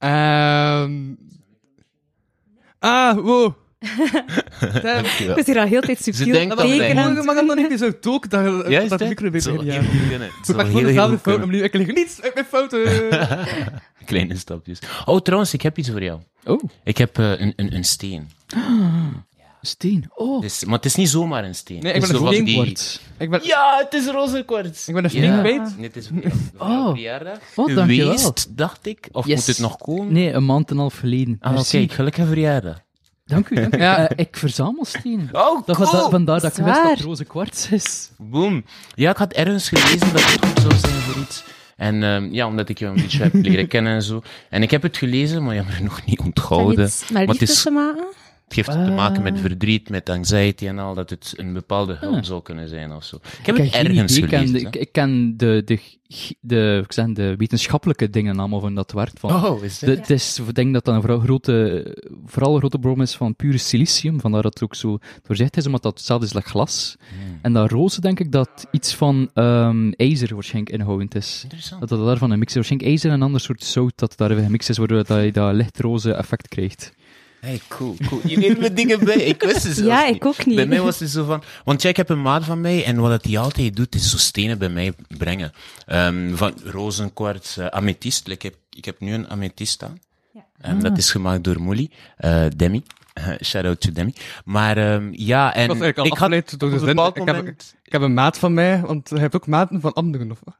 Speaker 2: Wow.
Speaker 4: Ik was hier al heel tijd
Speaker 5: Ze
Speaker 4: subtiel
Speaker 5: denkt dat
Speaker 4: tekenen.
Speaker 5: wij-
Speaker 2: Vorige marathon-episode ook,
Speaker 5: Juist,
Speaker 2: dat de
Speaker 5: hè?
Speaker 2: micro weer
Speaker 5: Zo,
Speaker 2: begint, ja.
Speaker 5: heel goed kunnen.
Speaker 2: Ik
Speaker 5: Zo
Speaker 2: maak
Speaker 5: heel,
Speaker 2: gewoon
Speaker 5: heel
Speaker 2: dezelfde
Speaker 5: goed
Speaker 2: fout
Speaker 5: kunnen.
Speaker 2: opnieuw. Ik lig niets uit mijn fouten.
Speaker 5: Kleine stapjes. Oh, trouwens, ik heb iets voor jou.
Speaker 3: Oh.
Speaker 5: Ik heb een steen.
Speaker 3: Steen. Oh.
Speaker 6: Dus, maar het is niet zomaar een steen.
Speaker 2: Nee, ik ben
Speaker 3: Is
Speaker 2: een
Speaker 3: zoals
Speaker 2: steenkwarts.
Speaker 6: Ja, het is roze kwarts.
Speaker 2: Ik ben een steen kwijt.
Speaker 6: Nee, het is
Speaker 3: Oh.
Speaker 6: verjaardag.
Speaker 3: Oh, dankjewel.
Speaker 6: Geweest, dacht ik. Of
Speaker 3: Yes.
Speaker 6: moet het nog komen?
Speaker 3: Nee, een maand en een half geleden.
Speaker 6: Ah,
Speaker 3: Merci.
Speaker 6: kijk, gelukkige verjaardag.
Speaker 3: Dank u. Dank u.
Speaker 2: Ja.
Speaker 3: Ik verzamel stenen.
Speaker 6: Oh, cool!
Speaker 3: Vandaar dat ik wist
Speaker 4: Zwaar.
Speaker 3: dat het roze kwarts is.
Speaker 6: Boom. Ja, ik had ergens gelezen dat het goed zou zijn voor iets. En ja, omdat ik je een beetje heb leren kennen en zo. En ik heb het gelezen, maar je hebt me nog niet
Speaker 4: Kan
Speaker 6: onthouden.
Speaker 4: iets met
Speaker 6: Maar het
Speaker 4: liefde
Speaker 6: is-
Speaker 4: te maken?
Speaker 6: Het heeft te maken met verdriet, met anxiety en al, dat het een bepaalde hulp zou kunnen zijn of zo. Ik heb het
Speaker 3: geen
Speaker 6: ergens
Speaker 3: idee.
Speaker 6: gelezen.
Speaker 3: Ik ken de wetenschappelijke dingen allemaal van dat werkt. Van.
Speaker 6: Oh, is dat?
Speaker 3: Het is, ik denk dat dat een vooral een grote bron is van pure silicium, vandaar dat het ook zo doorzichtig is, omdat dat hetzelfde is als glas. En dat roze, denk ik, dat iets van ijzer waarschijnlijk inhoudend is.
Speaker 6: Interessant.
Speaker 3: Dat daarvan een mix is. Waarschijnlijk ijzer en een ander soort zout dat daarin gemixt is, waardoor dat je dat lichtroze effect krijgt.
Speaker 6: Hey, cool. Je leert me dingen bij. Ik wist het zelfs
Speaker 4: Ja,
Speaker 6: niet.
Speaker 4: ik ook niet.
Speaker 6: Bij mij was het zo van... Want ja, ik heb een maat van mij, en wat hij altijd doet, is zo stenen bij mij brengen. Van rozenkwarts, amethyst. Ik heb nu een amethyst staan. Dat is gemaakt door Molly, Demi. Shout-out to Demi. Maar ja, en...
Speaker 2: Ik was eigenlijk al afgeleid door de
Speaker 6: op een
Speaker 2: zin.
Speaker 6: bepaald
Speaker 2: Ik
Speaker 6: moment...
Speaker 2: heb een maat van mij, want hij heeft ook maten van anderen, of wat?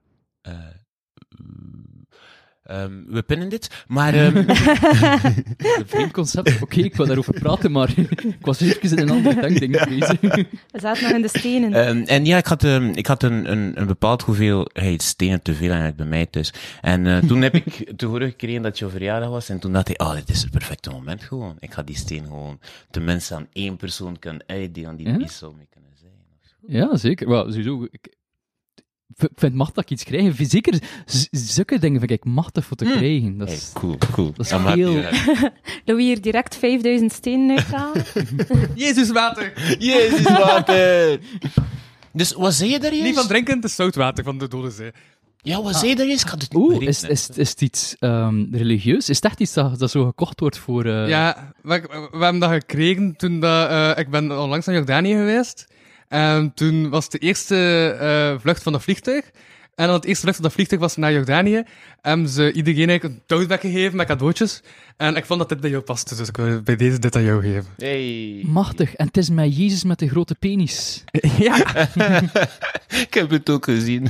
Speaker 6: we pinnen dit, maar...
Speaker 3: Een vreemd concept. Oké, ik wil daarover praten, maar ik was even in een andere denkding bezig.
Speaker 4: We zaten nog in de stenen.
Speaker 6: En ja, ik had een bepaald hoeveelheid stenen te veel eigenlijk bij mij thuis. En toen heb ik te horen gekregen dat jouw verjaardag was. En toen dacht ik, dit is het perfecte moment gewoon. Ik ga die steen gewoon tenminste aan één persoon kunnen uitdelen die niet zou mee kunnen zijn.
Speaker 3: Ja, zeker. Wel, sowieso. Ik vind het machtig dat ik iets krijg. Zeker zulke dingen vind ik machtig voor te krijgen. Dat is,
Speaker 6: Cool.
Speaker 3: dat is
Speaker 6: I'm happy
Speaker 3: heel...
Speaker 6: with that.
Speaker 4: Louis hier direct 5000 stenen uithalen.
Speaker 2: Jezus, water!
Speaker 6: Jezus, water! Dus, wat zei je daar eens?
Speaker 2: Niet van drinken, het is zoutwater van de Dode Zee.
Speaker 6: Ja, wat zei je daar eens? Ik had het niet
Speaker 3: Oeh,
Speaker 6: begrepen.
Speaker 3: is het iets religieus? Is het echt iets dat zo gekocht wordt voor...
Speaker 2: Ja, we hebben dat gekregen toen ik ben onlangs naar Jordanië geweest. En toen was de eerste vlucht van dat vliegtuig. En dan het eerste vlucht van dat vliegtuig was naar Jordanië. Hebben ze iedereen eigenlijk een toastbag gegeven met cadeautjes. En ik vond dat dit bij jou paste, dus ik wil bij deze dit aan jou geven.
Speaker 6: Hey.
Speaker 3: Machtig. En het is met Jezus met de grote penis.
Speaker 2: Ja,
Speaker 6: Ik heb het ook gezien.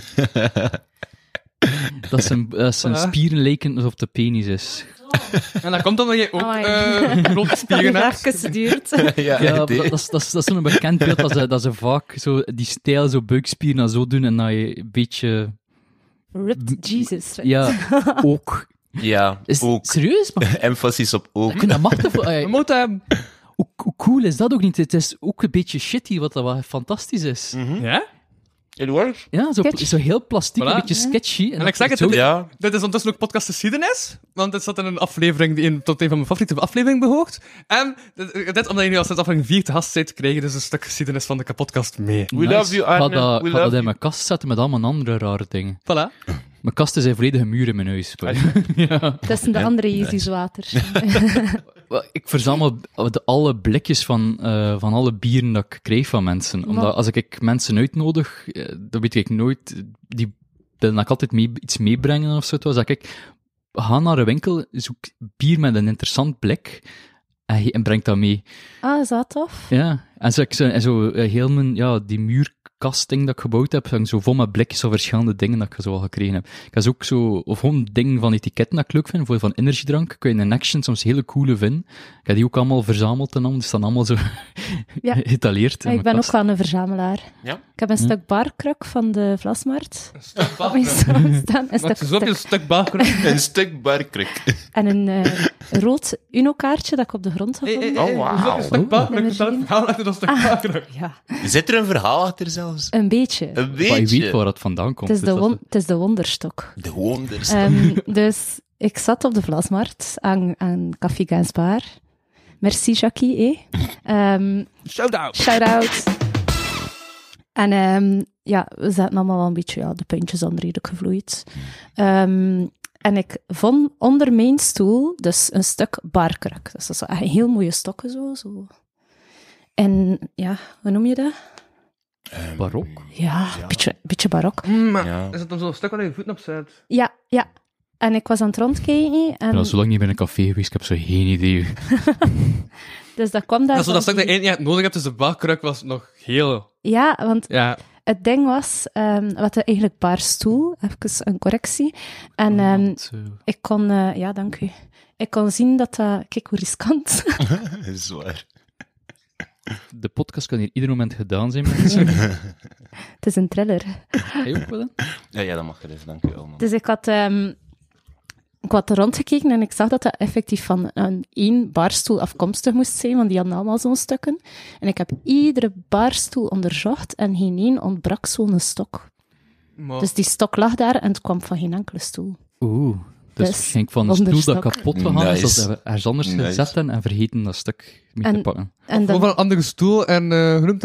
Speaker 3: Dat zijn spieren lijken alsof het de penis is.
Speaker 2: en dat komt omdat jij ook
Speaker 4: Amai.
Speaker 2: grote spieren hebt.
Speaker 4: Even geduurd.
Speaker 3: Ja, dat is zo'n bekend beeld dat ze vaak zo die stijl, zo buikspieren en zo doen en dat je een beetje...
Speaker 4: Ripped Jesus.
Speaker 3: Ja, ook.
Speaker 6: Ja,
Speaker 3: Is,
Speaker 6: ook.
Speaker 3: Serieus? Maar
Speaker 6: Emphasis op ook.
Speaker 3: ik vind dat machtig.
Speaker 2: We moeten hebben.
Speaker 3: Hoe cool is dat ook niet? Het is ook een beetje shitty, wat dat wel fantastisch is.
Speaker 2: Ja?
Speaker 6: It works.
Speaker 3: Ja, zo heel plastiek,
Speaker 2: Voilà.
Speaker 3: een beetje sketchy.
Speaker 2: En ik zeg het,
Speaker 3: zo,
Speaker 6: Ja.
Speaker 2: Dit is ondertussen ook podcast geschiedenis, want dit zat in een aflevering die tot een van mijn favoriete afleveringen behoort. En dit omdat je nu al sinds aflevering 4 te gast bent, krijg je dus een stuk geschiedenis van de kapotkast mee.
Speaker 6: We love you,
Speaker 3: Ik ga
Speaker 6: Arne.
Speaker 3: dat,
Speaker 6: We
Speaker 3: ik ga dat
Speaker 6: love
Speaker 3: in mijn kast zetten met allemaal andere rare dingen.
Speaker 2: Voilà.
Speaker 3: Mijn kasten zijn volledige muren in mijn huis.
Speaker 4: Tussen de andere Jezus-water.
Speaker 3: Wel, ik verzamel alle blikjes van alle bieren dat ik krijg van mensen. Omdat als ik mensen uitnodig, dan weet ik nooit, die willen ik altijd iets meebrengen of zo. Dus dat ik ga naar een winkel, zoek bier met een interessant blik en breng dat mee.
Speaker 4: Ah, is dat tof?
Speaker 3: Ja, en zo heel mijn, die muurkasting dat ik gebouwd heb, hangt zo vol met blikjes van verschillende dingen dat ik zo al gekregen heb. Ik heb ook zo, of gewoon dingen van etiketten dat ik leuk vind, voor van energiedrank, kun je in Action soms hele coole vinden. Ik heb die ook allemaal verzameld en al, die staan allemaal zo
Speaker 4: Ja.
Speaker 3: getaleerd. in
Speaker 4: Ik ben
Speaker 3: mijn
Speaker 4: ook
Speaker 3: kast.
Speaker 4: wel een verzamelaar.
Speaker 6: Ja?
Speaker 4: Ik heb een stuk barkruk van de Vlasmarkt.
Speaker 2: Een stuk
Speaker 4: Op mijn
Speaker 2: bakgrond.
Speaker 4: staan. Een
Speaker 2: Maak
Speaker 4: stuk,
Speaker 2: zoveel
Speaker 4: stuk.
Speaker 2: stuk bakgrond.
Speaker 6: Een stuk barkruk.
Speaker 4: En een rood Uno-kaartje dat ik op de grond gevonden heb.
Speaker 6: Oh, wauw.
Speaker 2: Een stuk bakgrond,
Speaker 4: Met
Speaker 2: vertel het
Speaker 4: energie.
Speaker 2: verhaal achter dat stuk bakgrond.
Speaker 4: Ja,
Speaker 6: Zit er een verhaal achter zelfs?
Speaker 4: een beetje.
Speaker 6: Een
Speaker 3: Maar je weet
Speaker 6: beetje.
Speaker 3: waar dat vandaan komt.
Speaker 4: Het is,
Speaker 3: dus dat
Speaker 4: het is de wonderstok.
Speaker 6: De wonders.
Speaker 4: Dus ik zat op de Vlasmarkt aan Café Gainsbar. Merci, Jackie.
Speaker 2: Shout-out.
Speaker 4: Shout-out. En we zaten allemaal wel een beetje de puntjes onredelijk gevloeid. En ik vond onder mijn stoel dus een stuk barkruk. Dus dat is echt een heel mooie stokken zo. En ja, hoe noem je dat?
Speaker 3: barok.
Speaker 4: Ja, beetje barok.
Speaker 2: Maar
Speaker 6: Ja.
Speaker 2: is het dan zo'n stuk waar je voeten op zet?
Speaker 4: Ja. En ik was aan het rondkijken. En
Speaker 3: Ik ben al zo lang niet bij een café geweest, ik heb zo geen idee.
Speaker 4: dus dat kwam daar...
Speaker 2: Dat is dat
Speaker 4: van
Speaker 2: stuk dat
Speaker 4: die-
Speaker 2: je één nodig hebt, dus de barkruk was nog heel...
Speaker 4: Ja, want
Speaker 2: Ja,
Speaker 4: het ding was, we hadden eigenlijk baarstoel, even een correctie. En ik kon, ja, dank u. Ik kon zien dat dat, kijk hoe riskant.
Speaker 6: Zwaar.
Speaker 3: De podcast kan hier ieder moment gedaan zijn, mensen.
Speaker 4: Het is een thriller.
Speaker 3: Jij ook wel?
Speaker 6: Ja, dat mag er eens, dank u wel, man.
Speaker 4: Dus ik had rondgekeken en ik zag dat dat effectief van een één baarstoel afkomstig moest zijn, want die hadden allemaal zo'n stukken. En ik heb iedere baarstoel onderzocht en geen één ontbrak zo'n stok.
Speaker 2: maar...
Speaker 4: Dus die stok lag daar en het kwam van geen enkele stoel.
Speaker 3: Oeh. Dus
Speaker 4: Dus,
Speaker 3: waarschijnlijk van de stoel dat
Speaker 4: onderstok.
Speaker 3: kapot gegaan is,
Speaker 6: Nice.
Speaker 3: dat we ergens anders
Speaker 6: Nice.
Speaker 3: gezet hebben en vergeten dat stuk mee te
Speaker 4: En-
Speaker 3: pakken.
Speaker 4: En
Speaker 2: Gewoon van
Speaker 4: dan,
Speaker 2: een andere stoel en, hoe noemt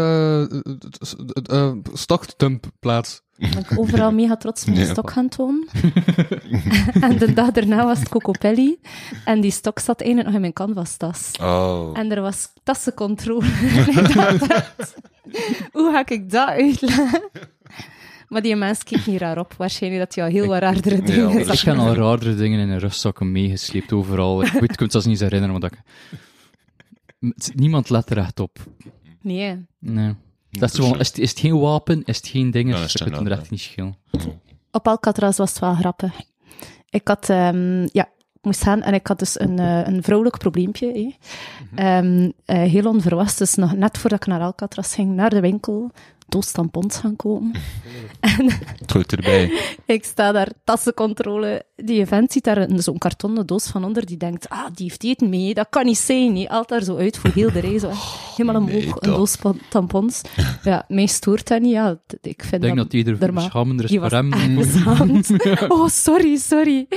Speaker 2: dat? Stockdumpplaats.
Speaker 4: ben ik overal mega trots mijn
Speaker 6: Ja.
Speaker 4: stok gaan tonen. En de dag daarna was het Cocopelli. En die stok zat eigenlijk nog in mijn canvas-tas.
Speaker 6: Oh.
Speaker 4: En er was tassencontrole. En ik dacht echt, hoe ga ik dat uitleggen? Maar die mens keek niet raar op. Waarschijnlijk dat hij al heel wat raardere dingen
Speaker 6: maar
Speaker 3: Ik
Speaker 4: zag.
Speaker 3: heb al raardere dingen in een rugzakken meegesleept overal. Ik weet, ik kan het zelfs niet eens herinneren, want niemand let er echt op.
Speaker 4: Nee.
Speaker 3: Nee. Dat is, gewoon, is het geen wapen, is het geen ding,
Speaker 6: Dan is
Speaker 3: is
Speaker 6: het
Speaker 3: het
Speaker 6: een
Speaker 3: er
Speaker 6: auto.
Speaker 3: echt niet schil.
Speaker 4: Op Alcatraz was het wel grappig. Ik had, ik moest gaan en ik had dus een vrouwelijk probleempje. Heel onverwachts, dus nog net voordat ik naar Alcatraz ging, naar de winkel, doos tampons gaan kopen. En
Speaker 6: Het hoort erbij.
Speaker 4: ik sta daar, tassencontrole. Die vent ziet daar zo'n kartonnen doos van onder, die denkt, die heeft eten mee, dat kan niet zijn. Die haalt daar zo uit voor heel de reis. Helemaal omhoog,
Speaker 6: nee,
Speaker 4: een
Speaker 6: toch.
Speaker 4: doos tampons. Ja, mij stoort dat niet. Ja, ik vind
Speaker 3: Ik denk dat ieder
Speaker 4: normaal.
Speaker 3: schamender is
Speaker 4: Die
Speaker 3: voor
Speaker 4: was
Speaker 3: hem.
Speaker 4: echt beschaamd. Oh, sorry.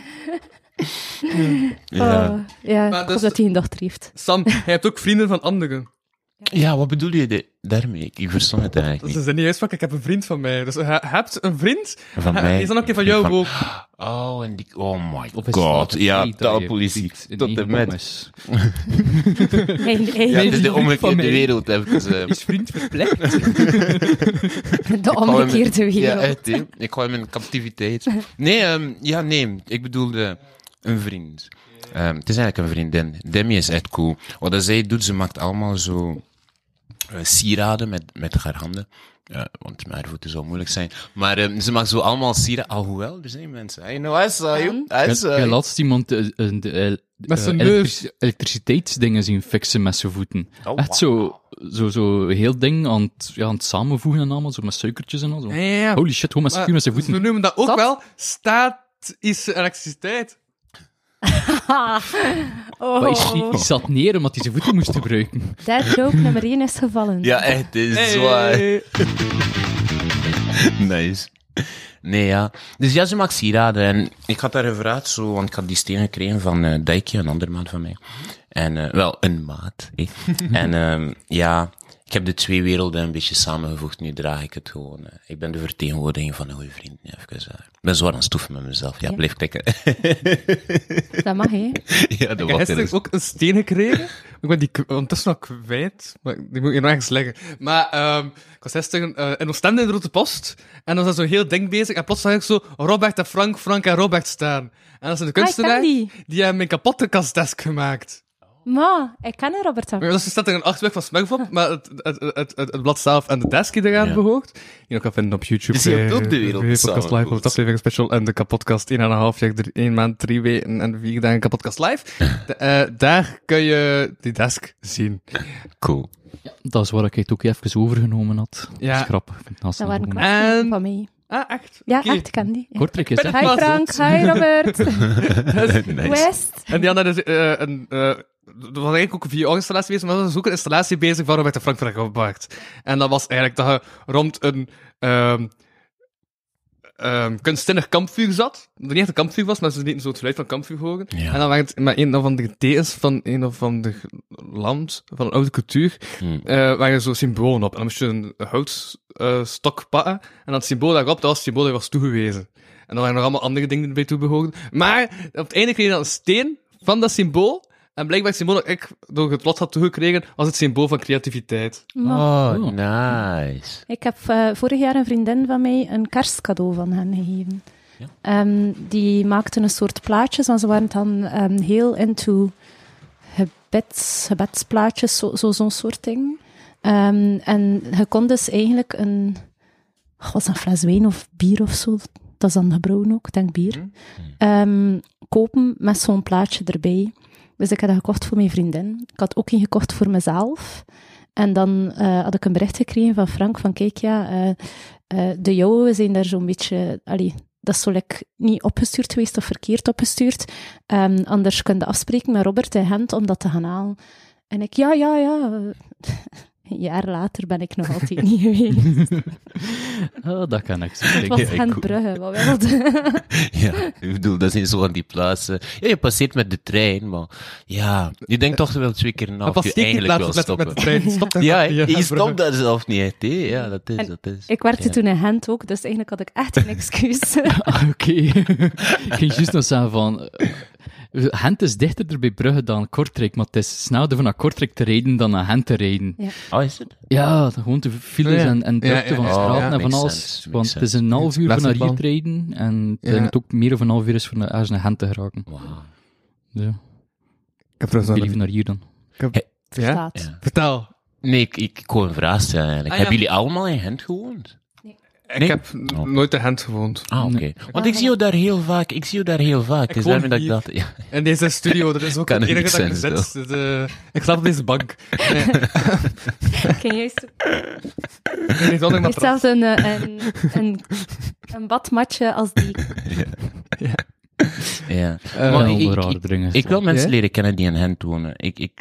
Speaker 6: Ja.
Speaker 4: Oh, ja,
Speaker 2: Maar
Speaker 4: ik
Speaker 2: dus-
Speaker 4: hoop dat hij een dochter heeft.
Speaker 2: Sam, jij hebt ook vrienden van anderen.
Speaker 6: Ja, wat bedoel je daarmee? Ik verstond het
Speaker 2: Dat
Speaker 6: eigenlijk
Speaker 2: is
Speaker 6: niet.
Speaker 2: dus niet uitspraak. Ik heb een vriend van mij. Dus je hebt een vriend.
Speaker 6: Van mij.
Speaker 2: Die is dan ook een van jou ook.
Speaker 6: Oh, en die... Oh my
Speaker 3: Of is
Speaker 6: god.
Speaker 3: het
Speaker 6: Ja,
Speaker 3: feit dat je
Speaker 6: taalpolitie.
Speaker 3: ziet in
Speaker 6: Tot
Speaker 3: één
Speaker 6: en met.
Speaker 3: kom is?
Speaker 4: Hij-
Speaker 6: Ja, het is de
Speaker 3: van
Speaker 6: omgekeerde
Speaker 3: mij.
Speaker 6: wereld, even.
Speaker 3: Is vriend verplicht?
Speaker 4: de omgekeerde
Speaker 6: Ja,
Speaker 4: wereld.
Speaker 6: echt, hè. Ik hou hem in captiviteit. Nee, ik bedoelde een vriend. Het is eigenlijk een vriendin. Demi is echt cool. Wat zij doet, ze maakt allemaal zo sieraden met haar handen. Want met haar voeten zou moeilijk zijn. Maar ze maakt zo allemaal sieraden. Alhoewel, er zijn mensen. I know, I saw you. I
Speaker 3: Ik
Speaker 6: saw
Speaker 3: heb
Speaker 6: you.
Speaker 3: laatst iemand
Speaker 2: Met zijn neus.
Speaker 3: elektriciteitsdingen zien fixen met zijn voeten.
Speaker 6: Oh,
Speaker 3: Echt zo heel ding aan het samenvoegen en allemaal, zo met suikertjes en al. Zo.
Speaker 2: Ja.
Speaker 3: Holy shit, gewoon met
Speaker 2: Maar
Speaker 3: puur met zijn
Speaker 2: We
Speaker 3: voeten.
Speaker 2: noemen dat ook
Speaker 4: Zat?
Speaker 2: wel statische elektriciteit.
Speaker 3: Maar die zat neer omdat hij zijn voeten moest gebruiken.
Speaker 4: That joke nummer 1 is gevallen.
Speaker 6: Ja, echt, het is zwaar.
Speaker 2: Hey.
Speaker 6: Nice. Nee, ja. Dus ja, ze maakt sieraden. En ik had haar gevraagd, zo, want ik had die steen gekregen van Dijkje, een andere maat van mij. En, wel, een maat. En ja, ik heb de twee werelden een beetje samengevoegd. Nu draag ik het gewoon. Ik ben de vertegenwoordiging van een goede vriend. Nu even, ik ben zwaar aan het stoeven met mezelf. Ja,
Speaker 4: Ja.
Speaker 6: blijf klikken.
Speaker 4: Dat mag, hè.
Speaker 6: Ja, dat
Speaker 2: Ik heb
Speaker 6: was
Speaker 2: gisteren ook een steen gekregen. Ik ben die ondertussen nog kwijt. Maar die moet hier nog ergens liggen. Maar ik was gisteren in Oostende in de Rote Post. En dan was zo'n heel ding bezig. En plots zag ik zo Robert en Frank en Robert staan. En dat zijn de kunstenaar.
Speaker 4: die.
Speaker 2: Die hebben mijn kapotte kastdesk gemaakt.
Speaker 4: Maar, ik ken Robert al.
Speaker 2: Maar dat staat er een achterweg van Smurf op, maar het blad zelf en de desk die eraan
Speaker 6: Ja.
Speaker 2: behoort. Die nog kan vinden op YouTube.
Speaker 6: Dus je hebt ook de wereld
Speaker 2: Podcast Live,
Speaker 6: samengevoegd.
Speaker 2: op aflevering special en de kapotkast 1,5 jaar, 1 maand, 3 weken en 4 dagen kapotkast live. Daar kun je die desk zien.
Speaker 6: Cool.
Speaker 3: Dat is waar ik het ook even overgenomen had.
Speaker 2: Ja.
Speaker 3: Dat is grappig. Ik vind het
Speaker 4: Dat waren
Speaker 3: hartstikke
Speaker 4: klasgenoten
Speaker 2: En-
Speaker 4: van mij.
Speaker 2: Ah, echt?
Speaker 4: Ja,
Speaker 2: Oké.
Speaker 4: echt, ik ken die. Ja.
Speaker 3: Kortrijk is
Speaker 2: Ben
Speaker 3: hè?
Speaker 2: ik-
Speaker 4: Hi Frank, hi Robert.
Speaker 6: Nice.
Speaker 4: West.
Speaker 2: En die hadden dus dat was eigenlijk ook een VR-installatie bezig, maar dat was ook een installatie bezig van Robert en Frank van Robert. En dat was eigenlijk dat je rond een kunstzinnig kampvuur zat. Dat niet echt een kampvuur was, maar ze lieten zo het geluid van kampvuur horen.
Speaker 6: Ja.
Speaker 2: En dan waren het met een of andere tekens van een of ander land, van een oude cultuur, waren zo symbolen op. En dan moest je een houtstok pakken, en dat symbool daarop, dat was het symbool dat was toegewezen. En dan waren er nog allemaal andere dingen die erbij toebehoorden. Maar op het einde kreeg je dan een steen van dat symbool. En blijkbaar het symbool dat ik door het lot had toegekregen, was het symbool van creativiteit.
Speaker 4: Maar,
Speaker 6: Oh, nice.
Speaker 4: ik heb vorig jaar een vriendin van mij een kerstcadeau van hen gegeven. Die maakten een soort plaatjes en ze waren dan heel into gebedsplaatjes, zo'n soort ding. En je kon dus eigenlijk was een fles wijn of bier of zo, dat is dan gebrouwen ook, ik denk bier, kopen met zo'n plaatje erbij. Dus ik had dat gekocht voor mijn vriendin. Ik had ook een gekocht voor mezelf. En dan had ik een bericht gekregen van Frank van kijk, de jouwe zijn daar zo'n beetje... dat is zo niet opgestuurd geweest of verkeerd opgestuurd. Anders kun je afspreken met Robert in Gent om dat te gaan halen. En ik, ja. Een jaar later ben ik nog altijd niet geweest.
Speaker 3: Dat kan ik zo.
Speaker 4: Het was Gent-Brugge, wat wilde.
Speaker 6: Ja, ik bedoel, dat zijn zo aan die plaatsen. Ja, je passeert met de trein, maar ja, je denkt toch wel 2 keer na of je eigenlijk wil stoppen.
Speaker 2: Met de trein.
Speaker 6: Je stopt daar zelf niet echt, hè. Ja, dat is.
Speaker 4: Ik werkte toen in Gent ook, dus eigenlijk had ik echt een excuus.
Speaker 3: Oké. Ik ging juist nog zeggen van... Gent is dichter bij Brugge dan Kortrijk, maar het is sneller van naar Kortrijk te rijden dan naar Gent te rijden.
Speaker 4: Ja.
Speaker 6: Oh, is het?
Speaker 3: Ja, gewoon de files en drukte van straten en van alles. Want het is een half uur van naar hier te rijden en ik denk het ook meer dan een half uur is voor naar Gent te geraken.
Speaker 6: Wow.
Speaker 3: Ja.
Speaker 2: Ik heb trouwens
Speaker 3: Liever naar hier dan.
Speaker 2: Ja? Vertel.
Speaker 6: Nee, ik kon een vraag stellen eigenlijk. Hebben jullie allemaal in Gent gewoond?
Speaker 2: Ik heb nooit in Gent gewoond.
Speaker 6: Ah, oké. Want ik zie jou daar heel vaak. Dus daarmee dat ik dacht... Ja.
Speaker 2: In deze studio, er is ook het enige dat ik zit. Dus, ik slaap op deze bank. Nee.
Speaker 4: Ken juist...
Speaker 2: Ik
Speaker 4: heb zelfs een badmatje als die...
Speaker 6: Ja. Maar ik wil mensen leren kennen die in Gent wonen.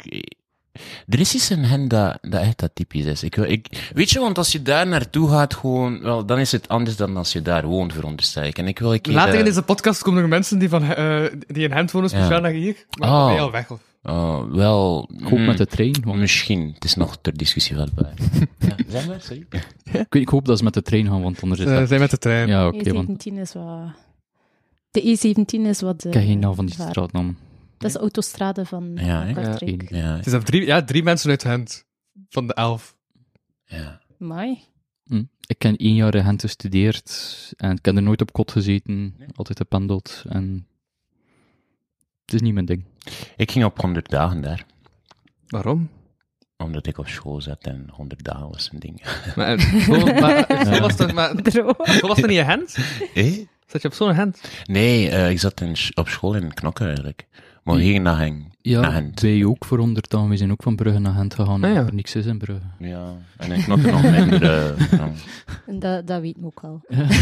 Speaker 6: Er is iets in Gent dat echt dat typisch is. Weet je, want als je daar naartoe gaat, gewoon, wel, dan is het anders dan als je daar woont, veronderstel ik. En ik wil een keer...
Speaker 2: Later in deze podcast komen er mensen die in Gent wonen, speciaal naar hier. Maar ben je al weg, of?
Speaker 6: Wel...
Speaker 3: Ook met de trein. Want...
Speaker 6: Misschien. Het is nog ter discussie vatbaar. Zijn we? Sorry.
Speaker 3: Ik hoop dat ze met de trein gaan, want anders is dat...
Speaker 2: zijn met de trein.
Speaker 3: Ja, oké.
Speaker 4: E17 is wat... De E17 is wat...
Speaker 3: Ik heb geen naam van die straatnaam.
Speaker 4: Dat is de autostrade van Kortrijk.
Speaker 6: Ja.
Speaker 2: Het is 3 mensen uit Gent. Van de 11.
Speaker 6: Ja.
Speaker 4: Amai.
Speaker 3: Ik heb 1 jaar in Gent gestudeerd en ik heb er nooit op kot gezeten, altijd gependeld en het is niet mijn ding.
Speaker 6: Ik ging op 100 dagen daar.
Speaker 2: Waarom?
Speaker 6: Omdat ik op school zat en 100 dagen was een ding.
Speaker 2: School was toch niet in Gent? Zat je op zo'n Gent?
Speaker 6: Nee, ik zat op school in Knokke eigenlijk. Maar hier naar Gent.
Speaker 3: Ja, wij ook voor 100 dagen. We zijn ook van Brugge naar Gent gegaan. Er niks is in Brugge.
Speaker 6: Ja, en in Knokke nog minder.
Speaker 4: Dat weet ik ook al.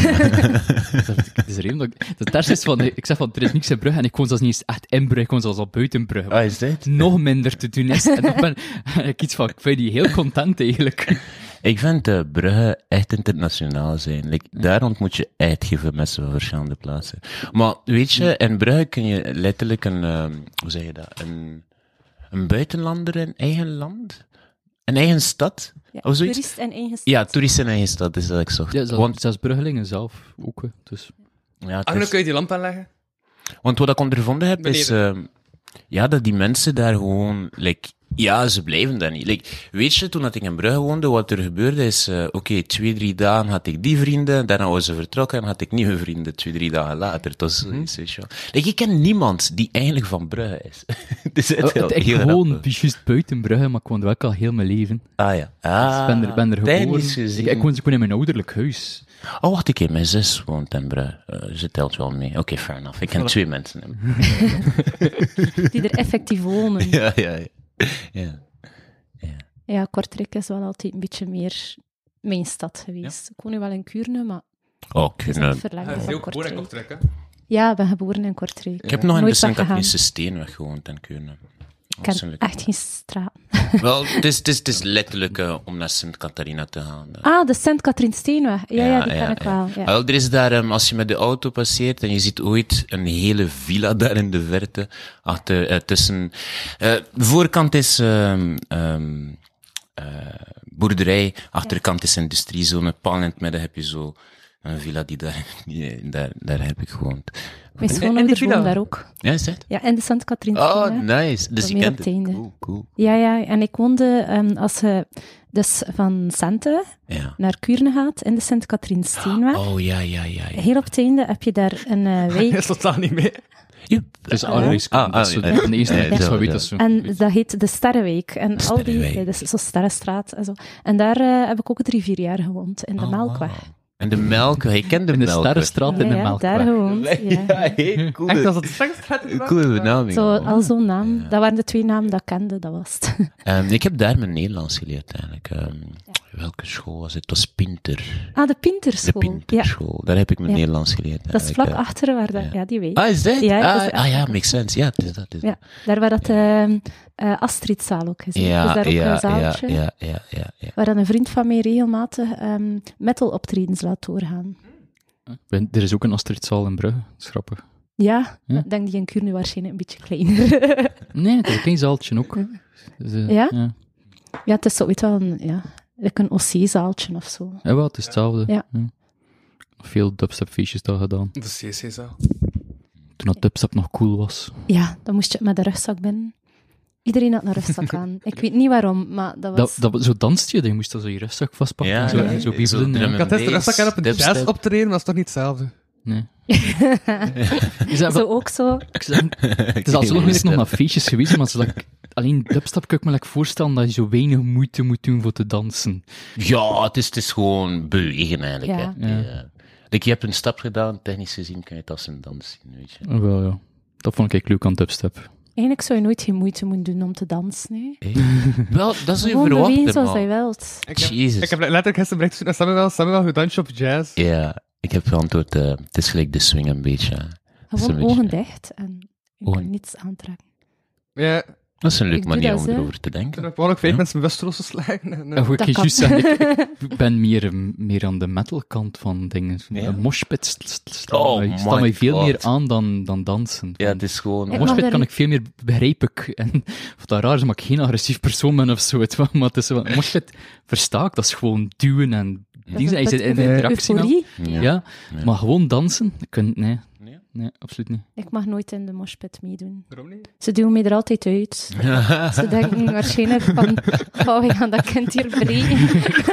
Speaker 3: Het is vreemd. Ik zeg van, er is niks in Brugge en ik kon zelfs niet eens echt in Brugge, ik kon zelfs al buiten Brugge.
Speaker 6: Ah, is dit?
Speaker 3: Nog minder te doen is. En ik vind die heel content eigenlijk.
Speaker 6: Ik vind Brugge echt internationaal zijn. Daar ontmoet je echt heel veel mensen van verschillende plaatsen. Maar weet je, in Brugge kun je letterlijk hoe zeg je dat? Een buitenlander in eigen land? Een eigen stad?
Speaker 4: Ja,
Speaker 6: of zoiets?
Speaker 4: toerist in eigen stad.
Speaker 6: Ja, toerist in eigen stad is dat ik zocht.
Speaker 3: Ja, zelfs Bruggelingen zelf ook. Dus.
Speaker 6: Ja,
Speaker 2: dan kun je die lamp aanleggen?
Speaker 6: Want wat ik ondervonden heb is... dat die mensen daar gewoon... ze blijven daar niet. Weet je, toen ik in Brugge woonde, wat er gebeurde is... 2-3 dagen had ik die vrienden, daarna was ze vertrokken en had ik nieuwe vrienden 2-3 dagen later. Dat is zoiets, weet je wel. Ik ken niemand die eigenlijk van Brugge is.
Speaker 3: Ik woon juist buiten Brugge, maar ik woonde wel al heel mijn leven.
Speaker 6: Ah ja.
Speaker 3: Dus ik ben er geboren. Ik woon in mijn ouderlijk huis.
Speaker 6: Oh, wacht een keer, mijn zus woont in Brugge. Ze telt wel mee. Oké, fair enough. Ik ken 2 mensen.
Speaker 4: Die er effectief wonen.
Speaker 6: Ja,
Speaker 4: Kortrijk is wel altijd een beetje meer mijn stad geweest. Ik woon nu wel in Kuurne, maar...
Speaker 6: Oh, Kuurne.
Speaker 2: Je is ook geboren in Kortrijk, hè?
Speaker 4: Ja, ik ben geboren in Kortrijk.
Speaker 6: Ik heb nog in de Sint-Catharijnse Steenweg gewoond in Kuurne.
Speaker 4: Ik ken echt geen straat.
Speaker 6: Wel, het is letterlijk om naar Sint-Catharina te gaan.
Speaker 4: De Sint-Catharijn-Steenweg. Ja, die ken ik wel. Ja.
Speaker 6: Wel, er is daar, als je met de auto passeert en je ziet ooit een hele villa daar in de verte, tussen... de voorkant is boerderij, achterkant is industriezone, pal in het midden heb je zo een villa daar heb ik gewoond.
Speaker 4: Mijn schoonouders
Speaker 2: villa?
Speaker 4: wonen daar ook.
Speaker 6: Ja, is dat?
Speaker 4: Ja, in de Sint-Katriensvilla.
Speaker 6: Oh, nice. Dus je
Speaker 4: meer
Speaker 6: kent
Speaker 4: op
Speaker 6: het.
Speaker 4: het einde.
Speaker 6: Cool.
Speaker 4: Ja, en ik woonde, dus van Sente
Speaker 6: Ja.
Speaker 4: naar Kuurne gaat, in de Sint-Katriensteenweg.
Speaker 6: Oh, ja.
Speaker 4: Heel op het einde heb je daar een
Speaker 2: Hij
Speaker 4: wijk.
Speaker 2: is totaal niet mee.
Speaker 3: Het is Aarhus. Dat is zo
Speaker 6: ja.
Speaker 3: de eerste
Speaker 6: Ja,
Speaker 3: dat
Speaker 6: zo,
Speaker 3: weet
Speaker 6: ja.
Speaker 3: dat zo.
Speaker 4: En dat heet de Sterrenwijk. En al die,
Speaker 6: Sterrenwijk.
Speaker 4: ja, dat is zo'n Sterrenstraat en zo. En daar heb ik ook 3-4 jaar gewoond, in de Melkweg.
Speaker 6: Wow. En de Melkweg, je kent de
Speaker 3: In de
Speaker 6: Melkweg.
Speaker 3: Sterrenstraat in de
Speaker 4: Ja,
Speaker 3: Melkweg.
Speaker 4: daar gewoond. Ja.
Speaker 6: Hey, cool.
Speaker 2: Echt, als het straks gaat.
Speaker 6: Coole benaming.
Speaker 4: Al zo'n naam.
Speaker 6: Ja.
Speaker 4: Dat waren de 2 namen dat ik kende, dat was het.
Speaker 6: Ik heb daar mijn Nederlands geleerd eigenlijk. Welke school was het? Het was Pinter.
Speaker 4: Ah, de
Speaker 6: De
Speaker 4: Pinterschool. Ja,
Speaker 6: Pinterschool. Daar heb ik mijn
Speaker 4: Ja.
Speaker 6: Nederlands geleerd.
Speaker 4: dat is vlak
Speaker 6: eigenlijk,
Speaker 4: achter waar dat... Ja, die weet.
Speaker 6: Ah, is dat?
Speaker 4: Ja, dat is
Speaker 6: ja, makes sense. Ja, het is dat.
Speaker 4: Ja, daar waar dat Astridzaal ook gezien.
Speaker 6: Ja,
Speaker 4: dus daar ook
Speaker 6: ja,
Speaker 4: een zaaltje.
Speaker 6: ja.
Speaker 4: Waar dan een vriend van mij regelmatig metal-optredens laat doorgaan.
Speaker 3: Er is ook een Astridzaal in Brugge. Dat is grappig.
Speaker 4: Ja,
Speaker 3: Ja.
Speaker 4: ik denk die in Kuurne waarschijnlijk een beetje kleiner.
Speaker 3: Nee, het is een klein zaaltje ook. Dus,
Speaker 4: Ja?
Speaker 3: Ja,
Speaker 4: Ja, het is zo, weet wel, like een OC-zaaltje of zo.
Speaker 3: wel, het is hetzelfde.
Speaker 4: Ja.
Speaker 3: Veel dubstep-feestjes daar gedaan.
Speaker 2: De CC-zaal.
Speaker 3: Toen dat dubstep nog cool was.
Speaker 4: Ja, dan moest je met de rugzak binnen. Iedereen had een rugzak aan. Ik weet niet waarom, maar dat was...
Speaker 3: Zo danste je, dan moest je zo je rugzak vastpakken.
Speaker 6: Ja,
Speaker 3: en zo,
Speaker 6: ja,
Speaker 3: zo
Speaker 6: zo
Speaker 3: biebelen.
Speaker 6: drum
Speaker 3: Ja.
Speaker 2: Ik had eerst de rugzak aan op een
Speaker 6: Dubstep.
Speaker 2: jazz optreden, maar dat is toch niet hetzelfde?
Speaker 3: Nee. Je zei,
Speaker 4: Zo ook zo.
Speaker 3: ik zei, het is al zo lang geleden nog naar feestjes geweest, maar alleen dubstep kan ik me voorstellen dat je zo weinig moeite moet doen voor te dansen.
Speaker 6: Ja, het is gewoon bewegen eigenlijk.
Speaker 4: Ja.
Speaker 6: Hè.
Speaker 3: Ja.
Speaker 6: Je hebt een stap gedaan, technisch gezien kan je het als een dans zien, weet je.
Speaker 3: Wel, ja. Dat vond ik leuk aan dubstep.
Speaker 4: Eigenlijk zou je nooit geen moeite moeten doen om te dansen. Nee.
Speaker 6: Wel, dat is je
Speaker 4: Gewoon bewegen
Speaker 6: verwachten,
Speaker 4: zoals je
Speaker 6: man.
Speaker 4: wilt.
Speaker 6: Jezus.
Speaker 2: Ik heb letterlijk gisteren bericht gestuurd naar Samuel hoe dans je op jazz.
Speaker 6: Ja, ik heb geantwoord, het is gelijk de swing een beetje.
Speaker 4: Gewoon
Speaker 6: Zo'n
Speaker 4: ogen
Speaker 6: beetje.
Speaker 4: dicht en je
Speaker 6: Ogen.
Speaker 4: kan niets aantrekken.
Speaker 2: Ja,
Speaker 6: Dat is een
Speaker 4: Ik
Speaker 6: leuke
Speaker 4: doe
Speaker 6: manier
Speaker 4: dat,
Speaker 6: om
Speaker 4: hè.
Speaker 6: erover te
Speaker 2: ik
Speaker 6: denken.
Speaker 2: heb gewoon ook 5
Speaker 6: Ja.
Speaker 2: mensen bewusteloos geslagen. En,
Speaker 3: En goed,
Speaker 4: Dat
Speaker 3: ik
Speaker 4: kan.
Speaker 3: juist zeggen, ik ben meer aan de metalkant van dingen.
Speaker 6: Ja?
Speaker 3: Een moshpit
Speaker 6: Oh
Speaker 3: staat mij
Speaker 6: my
Speaker 3: veel
Speaker 6: God.
Speaker 3: meer aan dan dansen.
Speaker 6: Ja, het is gewoon...
Speaker 4: Ik mag
Speaker 3: Moshpit
Speaker 4: daar
Speaker 3: kan
Speaker 4: niet-
Speaker 3: ik veel meer begrijp ik. En of dat raar is, maar ik geen agressief persoon ben of zo. Maar het is wel, moshpit versta ik, dat is gewoon duwen en dingen. Je zit in de interactie aan.
Speaker 4: Euforie.
Speaker 3: Ja,
Speaker 6: Ja.
Speaker 3: maar gewoon dansen, nee.
Speaker 6: Nee?
Speaker 3: Nee, absoluut niet.
Speaker 4: Ik mag nooit in de moshpit meedoen.
Speaker 2: Waarom niet?
Speaker 4: Ze duwen mij er altijd uit. Ze denken waarschijnlijk van, oh, we gaan dat kind hier breken.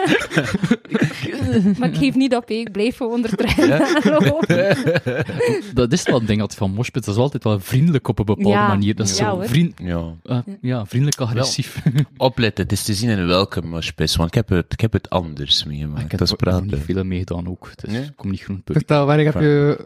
Speaker 4: Maar ik geef niet op, hè. Ik blijf gewoon er terug lopen.
Speaker 3: Dat is wel een ding altijd van moshpit, dat is altijd wel vriendelijk op een bepaalde
Speaker 4: Ja.
Speaker 3: manier. Dat is
Speaker 4: Ja,
Speaker 3: zo
Speaker 4: hoor.
Speaker 6: Ja.
Speaker 3: vriendelijk agressief.
Speaker 6: Opletten, het is te zien in welke moshpit, want ik heb het anders meegemaakt.
Speaker 3: Ik heb
Speaker 6: Dat is
Speaker 3: er ook nog niet
Speaker 6: praten.
Speaker 3: veel mee gedaan ook. Dus
Speaker 6: Nee?
Speaker 3: ik kom niet groen punt.
Speaker 2: Vertel, wanneer heb je...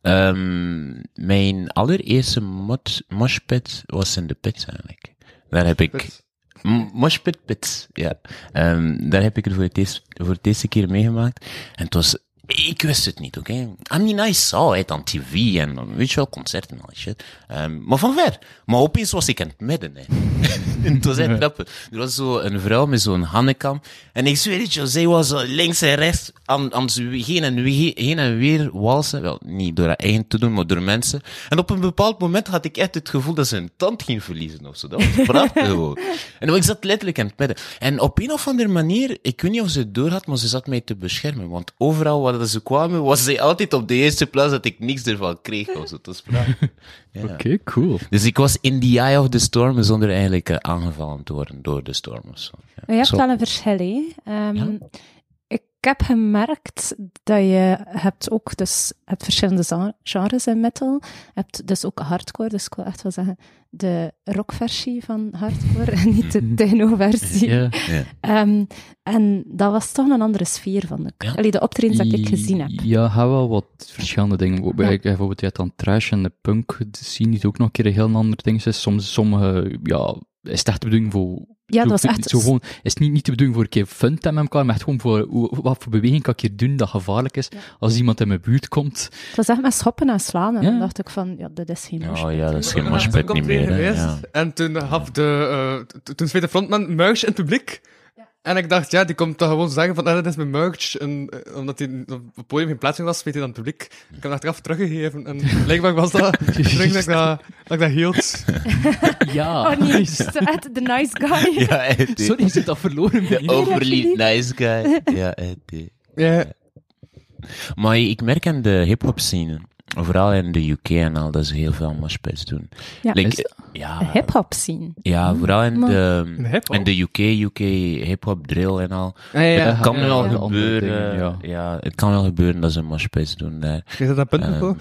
Speaker 6: Mijn allereerste moshpit was in de pit eigenlijk. Daar heb ik... Moshpit, ja. Daar heb ik het voor het eerste keer meegemaakt. En het was... Ik wist het niet, oké? I mean, I saw it on TV en weet je wel, concerten en al die shit. Maar van ver. Maar opeens was ik in het midden, hè. En het was echt grappig. Er was zo een vrouw met zo'n hannekam. En ik zweer het je, zij was zo links en rechts aan zo heen en weer walsen. Wel, niet door haar eigen te doen, maar door mensen. En op een bepaald moment had ik echt het gevoel dat ze een tand ging verliezen of zo. Dat was prachtig gewoon. En ik zat letterlijk in het midden. En op een of andere manier, ik weet niet of ze het door had, maar ze zat mij te beschermen. Want overal waar ze kwamen, was zij altijd op de eerste plaats dat ik niks ervan kreeg. Of zo. Dat was prachtig. Ja.
Speaker 3: Oké, cool.
Speaker 6: Dus ik was in the eye of the storm zonder eigenlijk aangevallen te worden door de storm of zo. Ja.
Speaker 4: Maar je hebt
Speaker 6: Zo.
Speaker 4: wel een verschil, hè. Ik heb gemerkt dat je hebt ook dus hebt verschillende genres in metal. Je hebt dus ook hardcore, dus ik wil echt wel zeggen de rockversie van hardcore en niet de techno-versie.
Speaker 3: Ja.
Speaker 4: En dat was toch een andere sfeer van
Speaker 6: Ja.
Speaker 4: de optredens dat ik gezien heb.
Speaker 3: Ja, ga wel wat verschillende dingen. Bijvoorbeeld, je hebt dan trash en de punk scene die ook nog een keer een heel ander ding is. Sommige, ja, is het echt de bedoeling voor...
Speaker 4: Ja, dat was echt...
Speaker 3: Zo gewoon, is niet de bedoeling voor een keer fun te hebben met elkaar, maar echt gewoon voor wat voor beweging kan ik hier doen dat gevaarlijk is. Als iemand in mijn buurt komt.
Speaker 4: Het was echt met schoppen en slaan. En
Speaker 3: Ja.
Speaker 4: dan dacht ik van, ja, dit is geen moshpit.
Speaker 6: Oh ja, dat is geen
Speaker 2: Ik
Speaker 6: moshpit
Speaker 2: ben
Speaker 6: niet meer. Hè.
Speaker 2: geweest.
Speaker 6: Ja.
Speaker 2: En toen gaf toen speelde de frontman merch in het publiek. En ik dacht, ja, die komt toch gewoon zeggen van, dat is mijn merch. En omdat hij op het podium geen plaatsing was, speelde hij aan het publiek. Ik heb hem achteraf teruggegeven. En blijkbaar was dat dat ik dat hield.
Speaker 3: Ja.
Speaker 4: Oh nee, zo echt de nice guy.
Speaker 6: Ja, echt.
Speaker 3: Sorry, je zit dat verloren.
Speaker 6: De overly nice guy. Ja, echt.
Speaker 2: Ja.
Speaker 6: Maar ik merk aan de hip-hop scene, Vooral in de UK en al, dat ze heel veel moshpits doen.
Speaker 4: Ja.
Speaker 6: Like,
Speaker 4: De hip-hop scene.
Speaker 6: Ja, vooral in
Speaker 2: hip-hop?
Speaker 6: de UK hip-hop, drill en al.
Speaker 2: Ja.
Speaker 6: Het kan wel
Speaker 3: ja.
Speaker 6: gebeuren.
Speaker 3: Dingen,
Speaker 6: Ja, het kan wel gebeuren dat ze moshpits doen daar.
Speaker 2: Is dat een punt ook?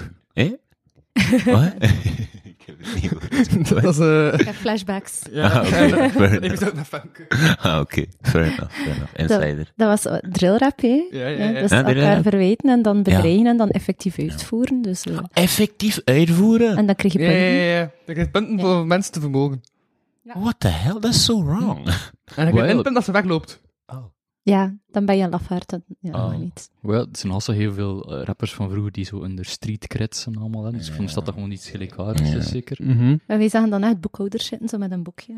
Speaker 6: Wat? Ik heb het niet gehoord.
Speaker 2: Dat is...
Speaker 4: Ik heb flashbacks.
Speaker 6: Ah, oké, fair
Speaker 2: Ik
Speaker 6: enough.
Speaker 2: zou het Femke.
Speaker 6: Oké, fair enough. Insider.
Speaker 4: Dat was drillrap, hè?
Speaker 2: Ja.
Speaker 4: Dus
Speaker 6: Ja,
Speaker 4: elkaar
Speaker 6: drillrap.
Speaker 4: verwijten en dan bedreigen en dan effectief uitvoeren. Dus,
Speaker 6: Effectief uitvoeren?
Speaker 4: en dan kreeg je punten.
Speaker 2: Ja. Ik heb punten voor mensen te vermogen.
Speaker 6: What the hell? That's so wrong.
Speaker 2: En ik heb een punt als ze wegloopt.
Speaker 4: Ja, dan ben je een lafaard. Maar niet.
Speaker 3: Wel, er zijn also heel veel rappers van vroeger die zo in de street creds en allemaal hebben. Dus voor mij staat dat gewoon iets gelijkaardigs,
Speaker 6: Ja.
Speaker 3: is zeker.
Speaker 4: En wij zagen dan echt boekhouders zitten, zo met een boekje.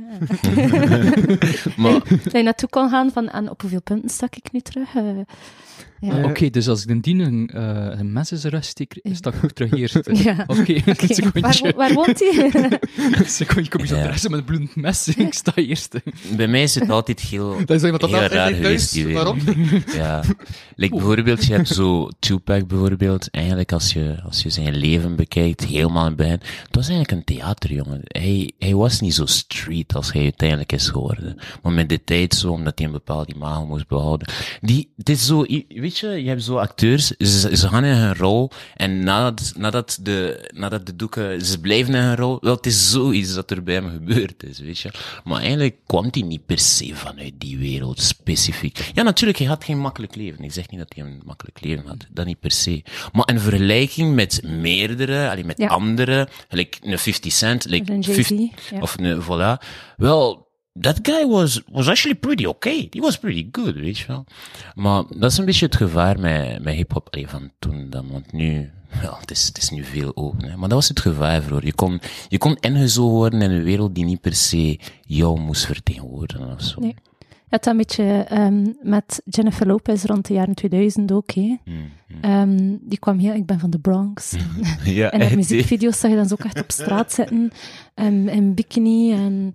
Speaker 6: Maar
Speaker 4: Dat je naartoe kon gaan van, en op hoeveel punten stak ik nu terug?
Speaker 3: Oké, dus als ik de dienen een mes is eruit steek, stak ik ook terug eerst.
Speaker 4: Ja.
Speaker 3: Oké, een secondje.
Speaker 4: Waar woont hij?
Speaker 3: Een secondje, kom je zo
Speaker 6: Ja.
Speaker 3: dressen met een bloedend mes. Ik sta eerst.
Speaker 6: bij mij is het altijd heel...
Speaker 2: Dat is iemand dat
Speaker 6: heel
Speaker 2: dat
Speaker 6: raar
Speaker 2: is
Speaker 6: geweest,
Speaker 2: thuis.
Speaker 6: die weer.
Speaker 2: Waarom?
Speaker 6: Ja. Like, bijvoorbeeld, je hebt zo Tupac bijvoorbeeld. Eigenlijk, als je zijn leven bekijkt, helemaal in het begin. Het was eigenlijk een theaterjongen. Hij was niet zo street als hij uiteindelijk is geworden. Maar met de tijd zo, omdat hij een bepaald imago moest behouden. Het is zo, weet je hebt zo acteurs, ze gaan in hun rol. En nadat de doeken, ze blijven in hun rol. Wel, het is zoiets dat er bij hem gebeurd is, weet je. Maar eigenlijk kwam hij niet per se vanuit die wereld, specifiek. Ja, natuurlijk, hij had geen makkelijk leven. Ik zeg niet dat hij een makkelijk leven had. Dat niet per se. Maar in vergelijking met meerdere, met
Speaker 4: Ja.
Speaker 6: andere, like een 50 Cent, like
Speaker 4: Een Jay-Z,
Speaker 6: 50,
Speaker 4: ja.
Speaker 6: of een, voilà. Wel, that guy was actually pretty okay. He was pretty good, weet je wel. Maar dat is een beetje het gevaar met hip-hop van toen dan, want nu, wel, het is nu veel open, hè. Maar dat was het gevaar voor. Je kon ingezogen worden in een wereld die niet per se jou moest vertegenwoordigen of zo.
Speaker 4: Nee. Je had dat een beetje met Jennifer Lopez rond de jaren 2000 ook, hè. Die kwam heel, ik ben van de Bronx.
Speaker 6: Ja,
Speaker 4: En in muziekvideo's zag je dan zo ook echt op straat zitten, in bikini.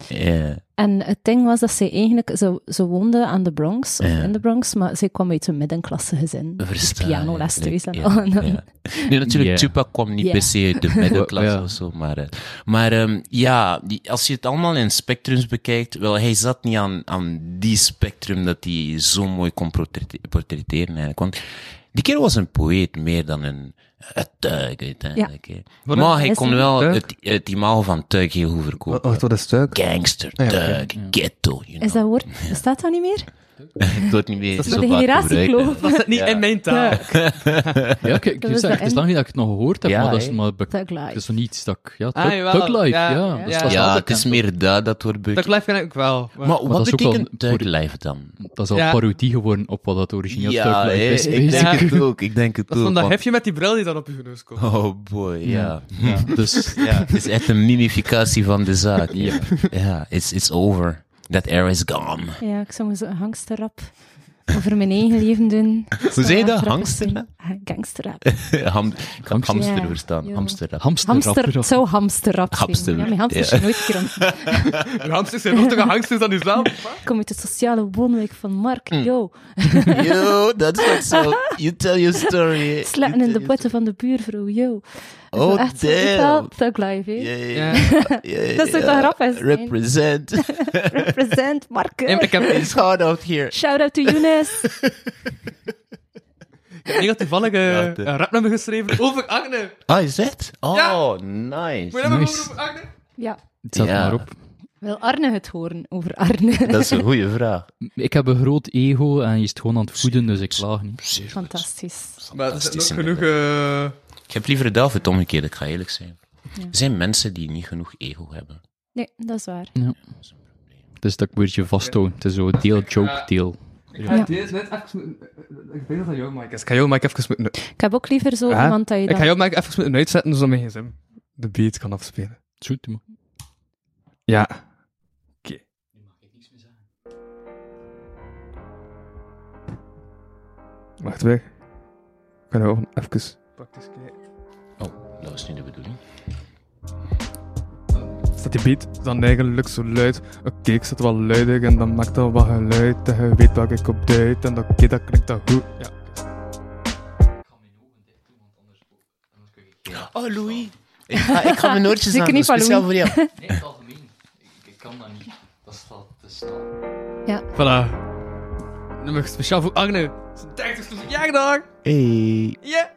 Speaker 4: En het ding was dat zij eigenlijk, ze woonde aan de Bronx, of in de Bronx, maar zij kwam uit een middenklasse gezin. Dus pianoles thuis en al. En dan-
Speaker 6: Ja. Nee, natuurlijk,
Speaker 4: Yeah.
Speaker 6: Tupac kwam niet
Speaker 4: Ja.
Speaker 6: per se uit de middenklasse
Speaker 3: Ja.
Speaker 6: of zo, maar als je het allemaal in spectrums bekijkt, wel, hij zat niet aan die spectrum dat hij zo mooi kon portretteren eigenlijk, want die kerel was een poëet meer dan een tuig uiteindelijk. hè. Maar hij kon wel het imago van tuig heel goed verkopen.
Speaker 2: Wat is stuk?
Speaker 6: Gangster,
Speaker 2: Ja, oké.
Speaker 6: tuig, ghetto, you know.
Speaker 4: Is dat woord, bestaat dat niet meer?
Speaker 6: Het wordt niet meer
Speaker 2: Dat is
Speaker 6: zo
Speaker 4: de
Speaker 6: vaak
Speaker 4: generatiekloof.
Speaker 6: gebruikt, hè.
Speaker 2: Dat zit niet in mijn taal.
Speaker 3: Ja, kijk,
Speaker 4: Dat
Speaker 3: ik
Speaker 4: is
Speaker 3: zeg,
Speaker 4: de
Speaker 3: het is nog niet dat ik het nog gehoord heb,
Speaker 6: Ja,
Speaker 3: maar dat is
Speaker 6: hè.
Speaker 3: maar
Speaker 4: Thug Life.
Speaker 3: het is nog niet stak. Ja,
Speaker 2: Ah, jawel.
Speaker 3: Thug Life,
Speaker 2: Ja,
Speaker 3: ja.
Speaker 2: ja.
Speaker 3: Dus
Speaker 2: Ja,
Speaker 3: dat is
Speaker 6: Ja,
Speaker 3: wel
Speaker 6: het is
Speaker 3: bekend.
Speaker 6: meer dat wordt
Speaker 2: Dat
Speaker 6: bekend.
Speaker 2: blijft vind ik wel.
Speaker 6: Maar
Speaker 3: dat
Speaker 6: wat
Speaker 3: is ook
Speaker 6: betekent
Speaker 3: wel
Speaker 6: Thug
Speaker 3: voor-
Speaker 6: Life dan?
Speaker 3: Dat is al
Speaker 2: Ja.
Speaker 3: parodie geworden op wat dat origineel Thug
Speaker 6: Ja,
Speaker 3: Life is.
Speaker 6: ik
Speaker 3: basically.
Speaker 6: denk het ook. Ik denk het
Speaker 2: Dat is
Speaker 6: ook.
Speaker 2: van dat
Speaker 6: want-
Speaker 2: hefje met die bril die dan op je neus komt.
Speaker 6: Oh boy, ja.
Speaker 3: Ja, dus
Speaker 6: Ja, het is echt een mimificatie van de zaak. Ja, it's over. That era is gone.
Speaker 4: Ja, ik zou me zo'n gangsterrap over mijn eigen leven doen.
Speaker 6: Hoe zei je dat?
Speaker 4: Grappig
Speaker 6: Hangsterrap?
Speaker 4: zijn. Gangsterrap.
Speaker 6: Ik heb hamster
Speaker 4: Ja.
Speaker 6: verstaan.
Speaker 4: Ja.
Speaker 6: Hamsterrap.
Speaker 4: Hamster, het zou hamsterrap zijn.
Speaker 6: Hamster.
Speaker 4: Ja, mijn hamsters
Speaker 6: Ja.
Speaker 4: zijn nooit krant.
Speaker 2: De hamsters zijn rustige hamsters dan jezelf.
Speaker 4: Ik kom uit de sociale woonwijk van Mark. Yo,
Speaker 6: Yo, that's what's so. You tell your story.
Speaker 4: sletten in de botten van de buurvrouw. Yo.
Speaker 6: Oh,
Speaker 4: Echt zo, weet wel,
Speaker 6: damn.
Speaker 4: Thug Life, hè.
Speaker 6: Yeah.
Speaker 4: Dat zou toch grappig zijn?
Speaker 6: Represent.
Speaker 4: Represent Mark.
Speaker 2: Ja, maar ik heb
Speaker 6: It's hard out here.
Speaker 4: Shout out to Younes.
Speaker 2: Ik had toevallig
Speaker 6: Ja,
Speaker 2: een rapnummer geschreven over Agne.
Speaker 6: Ah, is dat? Oh,
Speaker 2: Ja.
Speaker 6: nice.
Speaker 2: Moet je dat
Speaker 3: Nice.
Speaker 2: over Agne?
Speaker 4: Ja.
Speaker 3: zet
Speaker 6: Ja.
Speaker 3: maar op.
Speaker 4: Wil Arne het horen over Arne?
Speaker 6: Dat is een goede vraag.
Speaker 3: Ik heb een groot ego en je is het gewoon aan het voeden, dus ik klaag niet.
Speaker 4: Fantastisch.
Speaker 2: Maar er is nog
Speaker 6: Fantastisch,
Speaker 2: genoeg...
Speaker 6: Ik heb liever dat of het omgekeerd, ik ga eerlijk zijn. Er zijn mensen die niet genoeg ego hebben.
Speaker 4: Nee, dat is waar.
Speaker 3: Dus dat moet je vasthouden. Het is zo deel joke, deel.
Speaker 2: Ik ga deze net even... Ik denk dat dat jouw mic is. Ik ga jouw mic even moeten...
Speaker 4: Ik heb ook liever zo
Speaker 2: Ja?
Speaker 4: iemand dat je
Speaker 2: Ik
Speaker 4: dan...
Speaker 2: ga jouw mic even moeten uitzetten, zodat mijn gsm de beat kan afspelen.
Speaker 3: Goed, man.
Speaker 2: Ja. Oké. Wacht weg. Ik ga nou even praktisch kijken.
Speaker 6: Oh, dat was niet de bedoeling.
Speaker 2: Staat die beat dan eigenlijk zo luid? Oké, ik zet wel luidig en dan maakt dat wat geluid. En je weet waar ik op duid. En oké, dat klinkt dan goed. Ja.
Speaker 6: Oh, Louis. Ik ga mijn oortjes
Speaker 4: Zeker
Speaker 6: aan,
Speaker 4: niet van
Speaker 6: speciaal
Speaker 4: Louis.
Speaker 6: voor jou.
Speaker 3: Nee, het algemeen. Ik kan dat niet. Dat staat te staan.
Speaker 2: Voilà. Nummer speciaal voor Agne. Zijn 30ste verjaardag.
Speaker 6: Hey.
Speaker 2: Ja.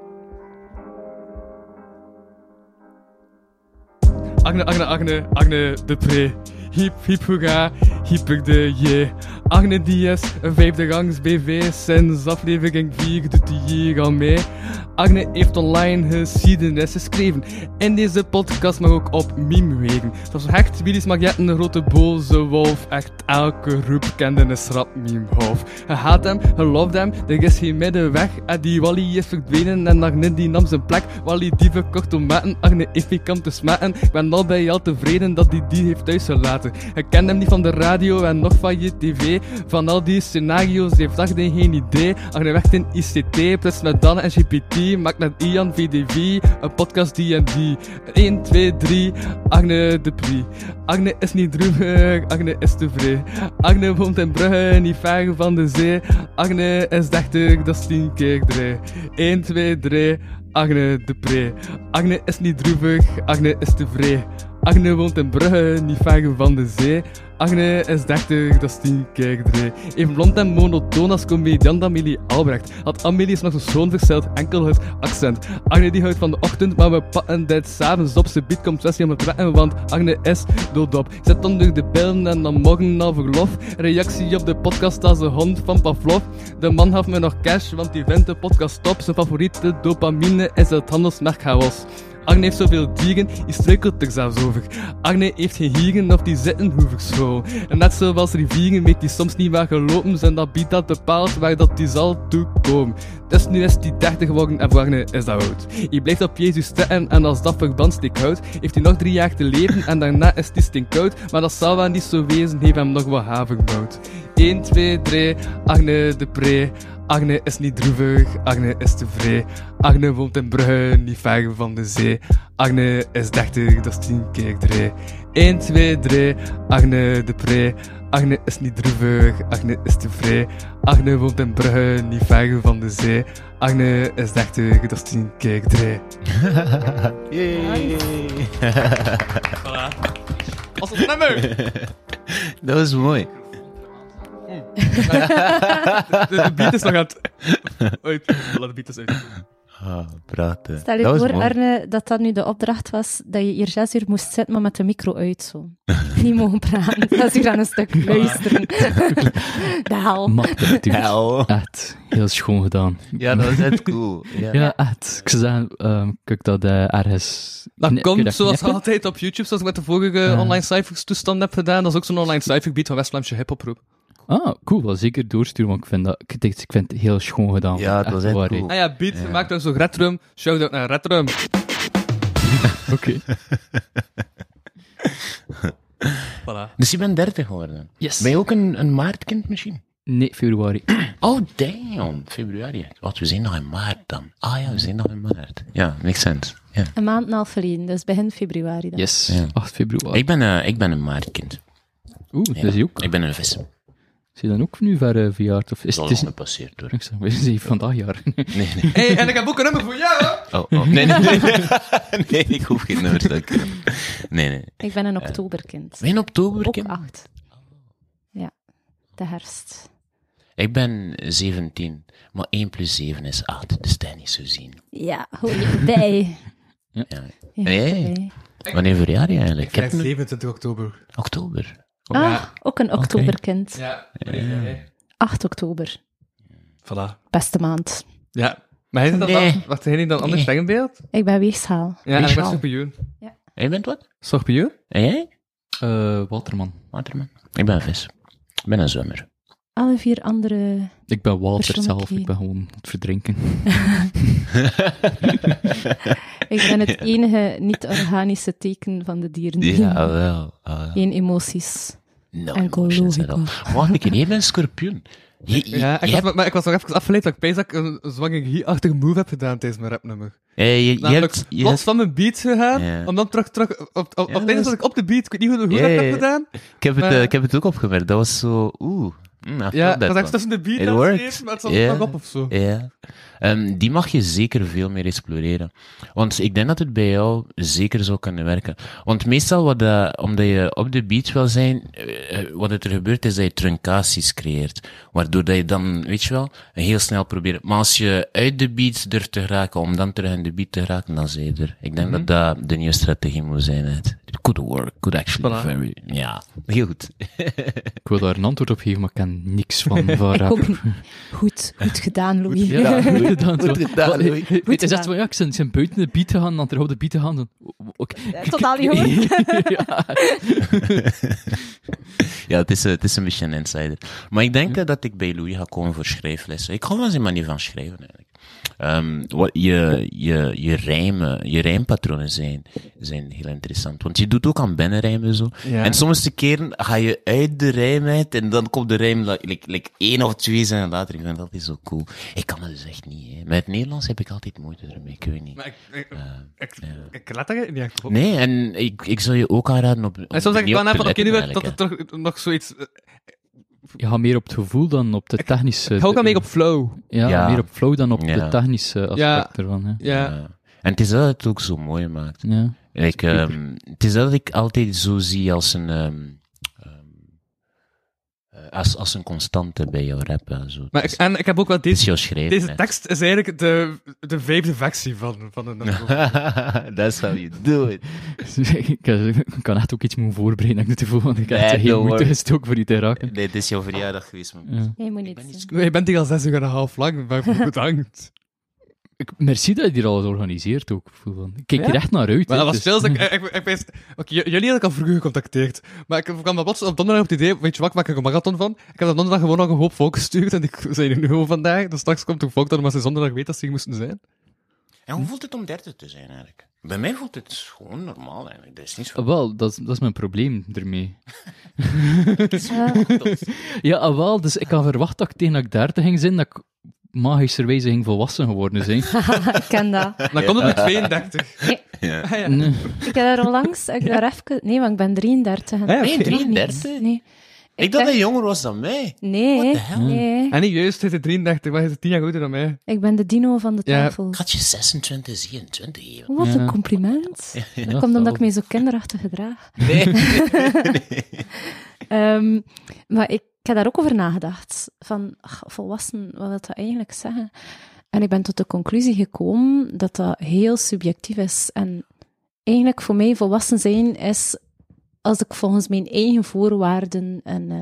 Speaker 2: Agne de Pre. Hiep, hiep, hoega, hiep de je. Agne Diaz, een 5e gangs BV, sinds aflevering 4 doet hij hier al mee. Agne heeft online geschiedenis geschreven. In deze podcast mag ook op meme wegen. Zoals Hecht, Willy's Magnetten, een grote boze wolf. Echt elke roep kende een schrap meme half. Je haat hem, je loved hem, er is geen middenweg. En die Wally is verdwenen en Agne die nam zijn plek. Wally die verkocht tomaten, Agne heeft mee kam te smaten. Ik ben al bij al tevreden dat hij die heeft thuisgelaten. Ik ken hem niet van de radio en nog van je tv. Van al die scenario's heeft Agne geen idee. Agne werkt in ICT, plus met Dan en GPT. Maakt met Ian VDV een podcast D&D. 1, 2, 3, Agne de Pre. Agne is niet droevig, Agne is tevreden. Agne woont in Brugge, niet ver van de zee. Agne is 30, dat is 10 keer 3. 1, 2, 3, Agne de Pre. Agne is niet droevig, Agne is tevreden. Agne woont in Brugge, niet ver van de zee. Agne is 30, dat is 10 keer 3. Even blond en monotoon als comediant Amelie Albrecht. Had Amelie is nog zo schoon versteld, enkel het accent. Agne die houdt van de ochtend, maar we pakken dit s'avonds op. Ze biedt komt 16 om het wetten, want Agne is doodop. Zet onder de pillen en dan morgen al verlof. Reactie op de podcast als een hond van Pavlov. De man gaf me nog cash, want die vindt de podcast top. Zijn favoriete dopamine is het handelsmerk Chaos. Agne heeft zoveel dieren, die struikelt er zelfs over. Agne heeft geen hieren of die zitten hoeverschool. En net zoals rivieren weet die soms niet waar gelopen zijn, dat biedt dat bepaald waar dat die zal toekomen. Dus nu is die 30 geworden en voor Agne is dat oud. Hij blijft op Jezus staan en als dat verband steek houdt, heeft hij nog 3 jaar te leven en daarna is hij stinkkoud. Maar dat zal wel niet zo wezen, heeft hem nog wat haverbouwd. 1, 2, 3, Agne de Pre. Agne is niet droevig, Agne is tevreden. Agne woont in Brugge, niet ver van de zee. Agne is 30, dat is 10 keer 3. 1, 2, 3, Agne de Pre. Agne is niet droevig, Agne is tevreden. Agne woont in Brugge, niet ver van de zee. Agne is 30, dat is 10 keer 3.
Speaker 6: Yay.
Speaker 2: Voilà. Als het nummer!
Speaker 6: Dat was mooi.
Speaker 2: De beat is nog aan het... Laat de beat eens uit.
Speaker 6: Praten.
Speaker 4: Stel je
Speaker 6: Dat was
Speaker 4: voor,
Speaker 6: mooi.
Speaker 4: Arne, dat nu de opdracht was dat je hier 6 uur moest zitten, maar met de micro uit, zo. Niet mogen praten. 6 uur aan een stuk luisteren. De hel.
Speaker 3: Machtig, dude.
Speaker 6: Hel.
Speaker 3: Echt, heel schoon gedaan.
Speaker 6: Ja, dat was echt cool. Ja.
Speaker 3: Ja, echt. Ik zou zeggen, kijk dat ergens...
Speaker 2: Dat
Speaker 3: kun je
Speaker 2: komt zoals
Speaker 3: knippen?
Speaker 2: altijd op YouTube, zoals ik met de vorige online cijfers toestand heb gedaan. Dat is ook zo'n online cijfergebied van West-Vlaamse hip-hoproep.
Speaker 3: Ah, cool. Wel zeker doorsturen, want ik vind het heel schoon gedaan.
Speaker 6: Ja, het was echt
Speaker 3: waar,
Speaker 6: cool.
Speaker 2: Ah ja, beat gemaakt door zo'n Redrum. Shout-out naar Redrum.
Speaker 3: hè. Oké.
Speaker 2: Voilà.
Speaker 6: Dus je bent 30 geworden.
Speaker 3: Yes.
Speaker 6: Ben je ook een maartkind misschien?
Speaker 3: Nee, februari.
Speaker 6: Oh, damn. Februari. Wat, we zijn nog in maart dan. Ah ja, we zijn nog in maart. Ja, makes sense. Ja.
Speaker 4: Een maand en een half geleden, dus begin februari dan.
Speaker 3: Yes,
Speaker 6: Ja.
Speaker 3: 8 februari.
Speaker 6: Ik ben een maartkind.
Speaker 3: Oeh,
Speaker 6: Ja.
Speaker 3: dat is je ook.
Speaker 6: Ik ben een vis.
Speaker 3: Zie je dan ook nu verjaard? Of is
Speaker 6: Dat
Speaker 3: het
Speaker 6: is
Speaker 3: is
Speaker 6: al gepasseerd hoor.
Speaker 3: ik zeg, we zijn vandaag jaar.
Speaker 6: Nee, nee.
Speaker 2: Hey, en ik heb ook een nummer voor jou!
Speaker 6: Oh. Nee. Nee, ik hoef geen nummers te kunnen. Nee.
Speaker 4: Ik ben een oktoberkind.
Speaker 6: Ben je een oktober,
Speaker 4: Ook
Speaker 6: kind?
Speaker 4: 8. Ja, de herfst.
Speaker 6: Ik ben 17, maar 1 plus 7 is 8, dus dat is niet zo zien.
Speaker 4: Ja, hoe je bij.
Speaker 6: Ja.
Speaker 4: Ja,
Speaker 6: Nee.
Speaker 4: bij.
Speaker 6: Wanneer verjaar je eigenlijk?
Speaker 2: Ik krijg 27 oktober.
Speaker 6: Oktober.
Speaker 4: Ah, ook een oktoberkind.
Speaker 2: Ja.
Speaker 4: 8 oktober.
Speaker 2: Voilà.
Speaker 4: Beste maand.
Speaker 2: Ja. Maar hij is dat
Speaker 6: Nee.
Speaker 2: dan... Wacht, hij niet dan anders sterrenbeeld?
Speaker 4: Ik ben weegschaal.
Speaker 2: Ja, en ik ben
Speaker 6: Weegschaal.
Speaker 2: schorpioen.
Speaker 6: En je bent wat?
Speaker 2: Schorpioen?
Speaker 6: En jij?
Speaker 3: Waterman.
Speaker 6: Waterman. Ik ben een vis. Ik ben een zwemmer.
Speaker 4: Alle 4 andere...
Speaker 3: Ik ben Walter zelf,
Speaker 4: Persoonlijkheden.
Speaker 3: ik ben gewoon aan het verdrinken.
Speaker 4: Ik ben het enige niet-organische teken van de dieren.
Speaker 6: Ja, wel.
Speaker 4: Geen emoties.
Speaker 6: No
Speaker 4: Enkel
Speaker 6: emotions at
Speaker 4: logica.
Speaker 6: all. Wacht een keer, jij bent een schorpioen.
Speaker 2: Ja, ik was nog even afgeleid dat ik pees dat ik een zwanger-achtige move heb gedaan tijdens mijn rapnummer.
Speaker 6: Je
Speaker 2: Namelijk,
Speaker 6: hebt...
Speaker 2: los van mijn beat gegaan,
Speaker 6: Ja.
Speaker 2: om dan terug op
Speaker 6: Ja,
Speaker 2: het einde
Speaker 6: dat
Speaker 2: zat ik op de beat, ik weet niet hoe
Speaker 6: Ja,
Speaker 2: dat
Speaker 6: ja,
Speaker 2: heb
Speaker 6: ja.
Speaker 2: gedaan.
Speaker 6: Ik heb het ook opgemerkt. Dat was zo... I
Speaker 2: Ja,
Speaker 6: feel
Speaker 2: ik was
Speaker 6: that
Speaker 2: echt
Speaker 6: one.
Speaker 2: tussen de beat
Speaker 6: It
Speaker 2: aan het
Speaker 6: worked.
Speaker 2: schrijven, maar het zat
Speaker 6: Ja.
Speaker 2: nog op of zo.
Speaker 6: Ja. Die mag je zeker veel meer exploreren. Want ik denk dat het bij jou zeker zou kunnen werken. Want meestal, omdat je op de beach wil zijn, wat er gebeurt is dat je truncaties creëert. Waardoor dat je dan, weet je wel, heel snel probeert. Maar als je uit de beach durft te geraken, om dan terug in de beach te geraken, dan zijn je er. Ik denk dat dat de nieuwe strategie moet zijn. It could work, could actually very... Ja, heel goed.
Speaker 3: Ik wil daar een antwoord op geven, maar ik ken niks van rap.
Speaker 4: Goed gedaan, Louis.
Speaker 3: Ja, goed gedaan.
Speaker 6: Goed gedaan, Louis.
Speaker 3: Het is echt zo, ja, ik ben buiten de beat gegaan, dan terug op de beat gegaan.
Speaker 4: Totaal niet hoor.
Speaker 6: Ja, het is een beetje een insider. Maar ik denk dat ik bij Louis ga komen voor schrijflessen. Ik hou van zijn manier van schrijven, eigenlijk. Wat je rijmpatronen zijn heel interessant. Want je doet ook aan binnenrijmen zo.
Speaker 2: Ja.
Speaker 6: En soms keren ga je uit de rijm uit en dan komt de rijm like 1 of 2 zinnen later. Ik vind dat altijd zo cool. Ik kan het dus echt niet, hè. Met het Nederlands heb ik altijd moeite ermee, ik weet niet.
Speaker 2: Maar ik let daar niet echt op.
Speaker 6: Nee, en ik zou je ook aanraden op
Speaker 2: En soms denk ik wel even,
Speaker 6: letten,
Speaker 2: dat er toch nog zoiets...
Speaker 3: Je gaat meer op het gevoel dan op de technische...
Speaker 2: Ik hou ook aan mee op flow.
Speaker 3: Ja, meer op flow dan op de
Speaker 6: Ja.
Speaker 3: technische aspect ervan. Hè.
Speaker 2: Ja.
Speaker 6: En het is dat het ook zo mooi maakt.
Speaker 3: Ja.
Speaker 6: Het is dat ik altijd zo zie als als een constante bij jouw rap. En zo.
Speaker 2: Maar ik heb ook wel
Speaker 6: Het is
Speaker 2: deze...
Speaker 6: jouw schrijven.
Speaker 2: Deze tekst is eigenlijk de 5e versie van een...
Speaker 6: That's how you do it.
Speaker 3: Ik kan echt ook iets moeten voorbereiden. Ik doe het gevoel, want ik heb echt
Speaker 6: Nee,
Speaker 3: heel
Speaker 6: don't
Speaker 3: moeite
Speaker 6: worry.
Speaker 3: gestoken voor die te raken.
Speaker 6: Nee, het is jouw verjaardag geweest, man.
Speaker 3: Ja.
Speaker 4: Je moet
Speaker 6: Ik
Speaker 4: niet
Speaker 6: ben niet
Speaker 4: zien.
Speaker 2: Je bent hier al 6 uur en een half lang, maar bedankt.
Speaker 3: Merci dat je hier alles organiseert ook. Ik kijk
Speaker 2: Ja?
Speaker 3: er echt naar uit.
Speaker 2: Maar
Speaker 3: hè,
Speaker 2: dat was
Speaker 3: dus-
Speaker 2: veel... Oké, jullie had ik al vroeger gecontacteerd. Maar ik kwam dan plots op donderdag op het idee, weet je wat, ik maak er een marathon van. Ik heb dan donderdag gewoon nog een hoop volk gestuurd en ik zei er nu gewoon vandaag. Dus straks komt ook volk dat, maar ze zondag weet dat ze hier moesten zijn.
Speaker 6: En hoe voelt het om 30 te zijn, eigenlijk? Bij mij voelt het gewoon normaal, eigenlijk. Dat is niet zo...
Speaker 3: Wel, dat is mijn probleem ermee.
Speaker 4: Ja.
Speaker 3: Ja, dus ik had verwacht dat ik tegen dat ik 30 ging zijn, dat ik magischerwijze ging volwassen geworden zijn.
Speaker 4: Ik ken dat.
Speaker 2: Dan komt het met 32.
Speaker 6: Ja.
Speaker 2: Ah, ja.
Speaker 3: Nee.
Speaker 4: Ik heb daar onlangs... Nee, want ik ben 33. En
Speaker 2: Ah, ja,
Speaker 6: Nee,
Speaker 2: oké.
Speaker 6: 33?
Speaker 4: Nee.
Speaker 6: Ik dacht dat hij jonger was dan mij.
Speaker 4: Nee.
Speaker 6: What the hell?
Speaker 4: Nee.
Speaker 2: En niet juist, hij is 33, maar hij is 10 jaar ouder dan mij.
Speaker 4: Ik ben de dino van de
Speaker 2: Ja.
Speaker 4: tafel.
Speaker 6: Ik had je 26, 27 geven.
Speaker 4: Wat
Speaker 3: Ja.
Speaker 4: een compliment.
Speaker 3: Ja,
Speaker 4: Dat komt omdat
Speaker 3: zal.
Speaker 4: ik mij zo kinderachtig gedraag.
Speaker 6: Nee.
Speaker 4: Maar ik heb daar ook over nagedacht. Van, volwassen, wat wil dat eigenlijk zeggen? En ik ben tot de conclusie gekomen dat dat heel subjectief is. En eigenlijk voor mij volwassen zijn is als ik volgens mijn eigen voorwaarden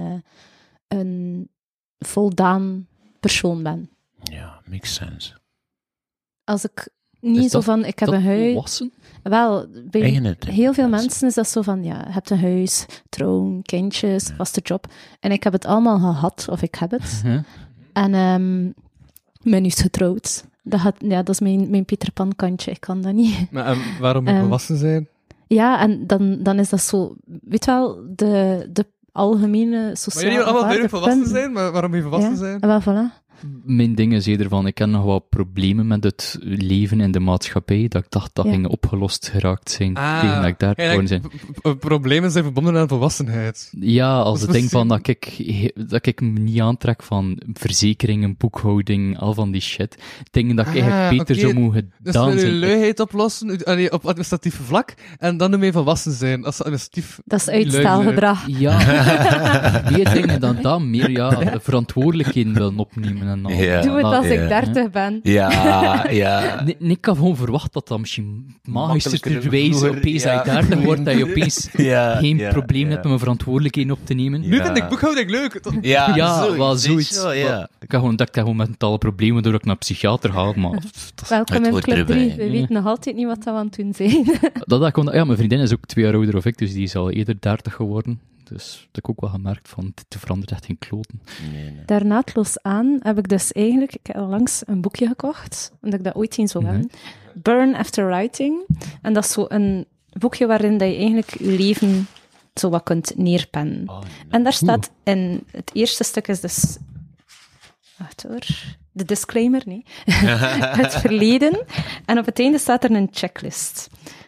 Speaker 4: een voldaan persoon ben.
Speaker 6: Ja, makes sense.
Speaker 4: Als ik niet
Speaker 3: Is
Speaker 4: zo
Speaker 3: dat-
Speaker 4: van, ik heb
Speaker 3: Dat
Speaker 4: een huis...
Speaker 3: volwassen?
Speaker 4: Wel, bij
Speaker 6: Eigen
Speaker 4: heel veel mensen is dat zo van, ja, je hebt een huis, troon, kindjes, vaste job. En ik heb het allemaal gehad, of ik heb het.
Speaker 3: Huh?
Speaker 4: En ben nu getrouwd. Dat is mijn Peter Pan kantje, ik kan dat niet.
Speaker 2: Maar waarom moet volwassen zijn?
Speaker 4: Ja, en dan is dat zo, weet wel, de algemene
Speaker 2: Maar
Speaker 4: sociale
Speaker 2: jullie allemaal duidelijk volwassen
Speaker 4: punten.
Speaker 2: zijn, maar waarom moet je volwassen zijn?
Speaker 4: En wel, voilà.
Speaker 3: Mijn ding is eerder van, ik heb nog wat problemen met het leven in de maatschappij, dat ik dacht dat
Speaker 4: Ja.
Speaker 3: ging opgelost geraakt zijn tegen dat ik daar geworden zijn.
Speaker 2: Problemen zijn verbonden aan volwassenheid.
Speaker 3: Ja, als
Speaker 2: Dat
Speaker 3: het
Speaker 2: is
Speaker 3: ding van dat ik me niet aantrek van verzekeringen, boekhouding, al van die shit. Dingen dat ik eigenlijk beter
Speaker 2: oké.
Speaker 3: zou moeten
Speaker 2: Dus
Speaker 3: gedaan
Speaker 2: wil je
Speaker 3: zijn.
Speaker 2: luiheid oplossen op administratief vlak, en dan noem je volwassen zijn. Als administratief
Speaker 4: Dat is
Speaker 2: lui zijn.
Speaker 4: uitstelgedrag.
Speaker 3: Ja, meer dingen dan dat, meer de verantwoordelijkheden willen opnemen en al.
Speaker 6: Ja.
Speaker 4: Doe het als
Speaker 6: ja.
Speaker 4: ik 30 ben.
Speaker 6: Ja, ja.
Speaker 3: Nee, ik had gewoon verwacht dat dat misschien
Speaker 6: Makkelijker
Speaker 3: magischerwijze
Speaker 6: vroeger,
Speaker 3: opeens
Speaker 6: ja.
Speaker 3: dat je 30 wordt, dat je opeens
Speaker 6: Ja,
Speaker 3: geen
Speaker 6: ja,
Speaker 3: probleem
Speaker 6: ja.
Speaker 3: hebt om mijn verantwoordelijkheden op te nemen.
Speaker 2: Nu
Speaker 6: Ja.
Speaker 2: vind ik boekhouding leuk.
Speaker 6: Ja,
Speaker 3: Ja, wel zoiets.
Speaker 6: Zo, ja.
Speaker 3: Maar ik had gewoon dat ik gewoon met alle problemen door ik naar een psychiater ga, maar
Speaker 4: Welkom
Speaker 6: Het
Speaker 4: in
Speaker 6: hoort
Speaker 4: Club 3.
Speaker 6: erbij.
Speaker 4: We weten nog altijd niet wat we aan het doen zijn.
Speaker 3: dat ik gewoon, ja, mijn vriendin is ook 2 jaar ouder of ik, dus die is al eerder 30 geworden. Dus dat heb ik ook wel gemerkt van, het verandert echt geen kloten.
Speaker 6: Nee, nee.
Speaker 4: Daar naadloos aan heb ik dus eigenlijk... Ik heb onlangs een boekje gekocht, omdat ik dat ooit eens wil hebben. Burn After Writing. En dat is zo een boekje waarin dat je eigenlijk je leven zo wat kunt neerpennen. En daar staat in... Het eerste stuk is dus... Wacht hoor. De disclaimer, nee. Het verleden. En op het einde staat er een checklist.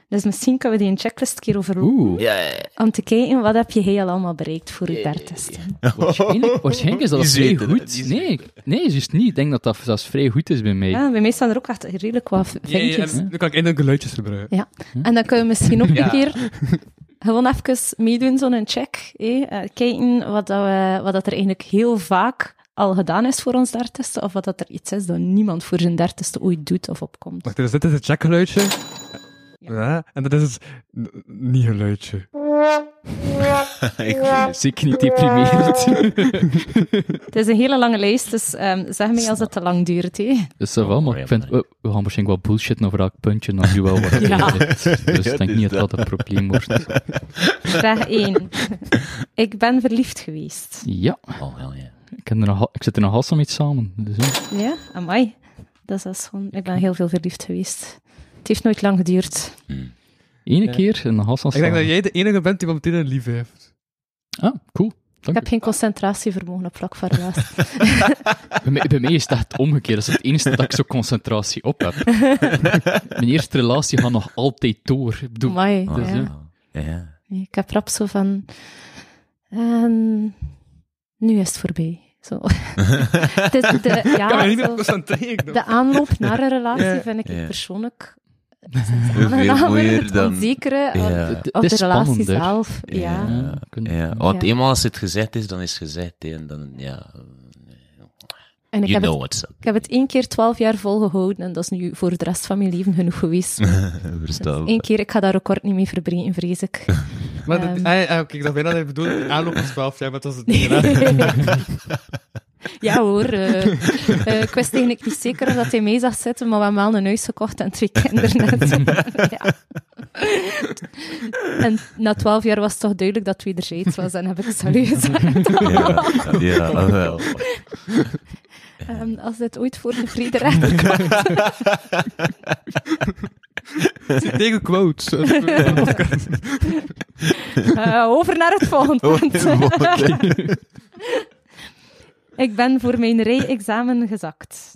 Speaker 4: Dus misschien kunnen we die een checklist een keer overlopen. Om te kijken, wat heb je heel allemaal bereikt voor je dertesten.
Speaker 3: Waarschijnlijk is dat vrij goed. Nee, juist niet. Ik denk dat dat zelfs vrij goed is bij mij.
Speaker 4: Ja, bij mij staan er ook echt redelijk wat vinkjes.
Speaker 2: En nu kan ik eindelijk geluidjes gebruiken.
Speaker 4: Ja, en dan kunnen we misschien ook een keer gewoon even meedoen, zo'n check. Kijken wat dat er eigenlijk heel vaak al gedaan is voor ons dertesten, of wat dat er iets is dat niemand voor zijn dertesten ooit doet of opkomt.
Speaker 2: Wacht, dus dit is het checkgeluidje. Ja, en dat is het niet-geluidje.
Speaker 3: Zeker niet deprimerend.
Speaker 4: Het is een hele lange lijst, dus zeg mij als het te lang duurt.
Speaker 3: Dus wel, maar ik vind, we gaan waarschijnlijk wel bullshitten over elk puntje, dan nu wel wat Dus ik denk niet dat dat een probleem wordt.
Speaker 4: Vraag 1. Ik ben verliefd geweest.
Speaker 3: Ja. Ik zit er nog half mee samen. Dus,
Speaker 4: ja, amai. Dat is gewoon... Ik ben heel veel verliefd geweest. Het heeft nooit lang geduurd.
Speaker 3: Ene keer en dan
Speaker 2: Ik denk dat jij de enige bent die meteen een lief heeft.
Speaker 3: Ah, cool.
Speaker 4: Ik heb geen concentratievermogen op vlak van relatie.
Speaker 3: Bij mij is het echt omgekeerd. Dat is het enige dat ik zo concentratie op heb. Mijn eerste relatie gaat nog altijd door. Ik bedoel,
Speaker 4: amai,
Speaker 3: dus,
Speaker 6: Ja.
Speaker 4: Ik heb rap zo van... nu is het voorbij. Zo. De aanloop naar een relatie vind ik persoonlijk
Speaker 6: Veel mooier dan...
Speaker 4: onzekere op de relatie zelf.
Speaker 6: Want eenmaal als het gezegd is, dan is het gezegd. En dan,
Speaker 4: en ik heb het 1 keer 12 jaar volgehouden en dat is nu voor de rest van mijn leven genoeg geweest. Dus 1 keer, ik ga dat record niet mee verbreken, vrees ik.
Speaker 2: Maar kijk, dat bijna dat bedoel, aanloop is 12 jaar, maar dat is het niet.
Speaker 4: Ja hoor, ik wist eigenlijk niet zeker of dat hij mee zag zitten, maar we hebben wel een huis gekocht en 2 kinderen net. Ja. En na 12 jaar was het toch duidelijk dat het wederzijds was en heb ik salut gezegd.
Speaker 6: Ja, wel.
Speaker 4: Als dit ooit voor de vrede rechter komt.
Speaker 2: Tegen quotes.
Speaker 4: Over naar het volgende punt. Ik ben voor mijn rijexamen gezakt.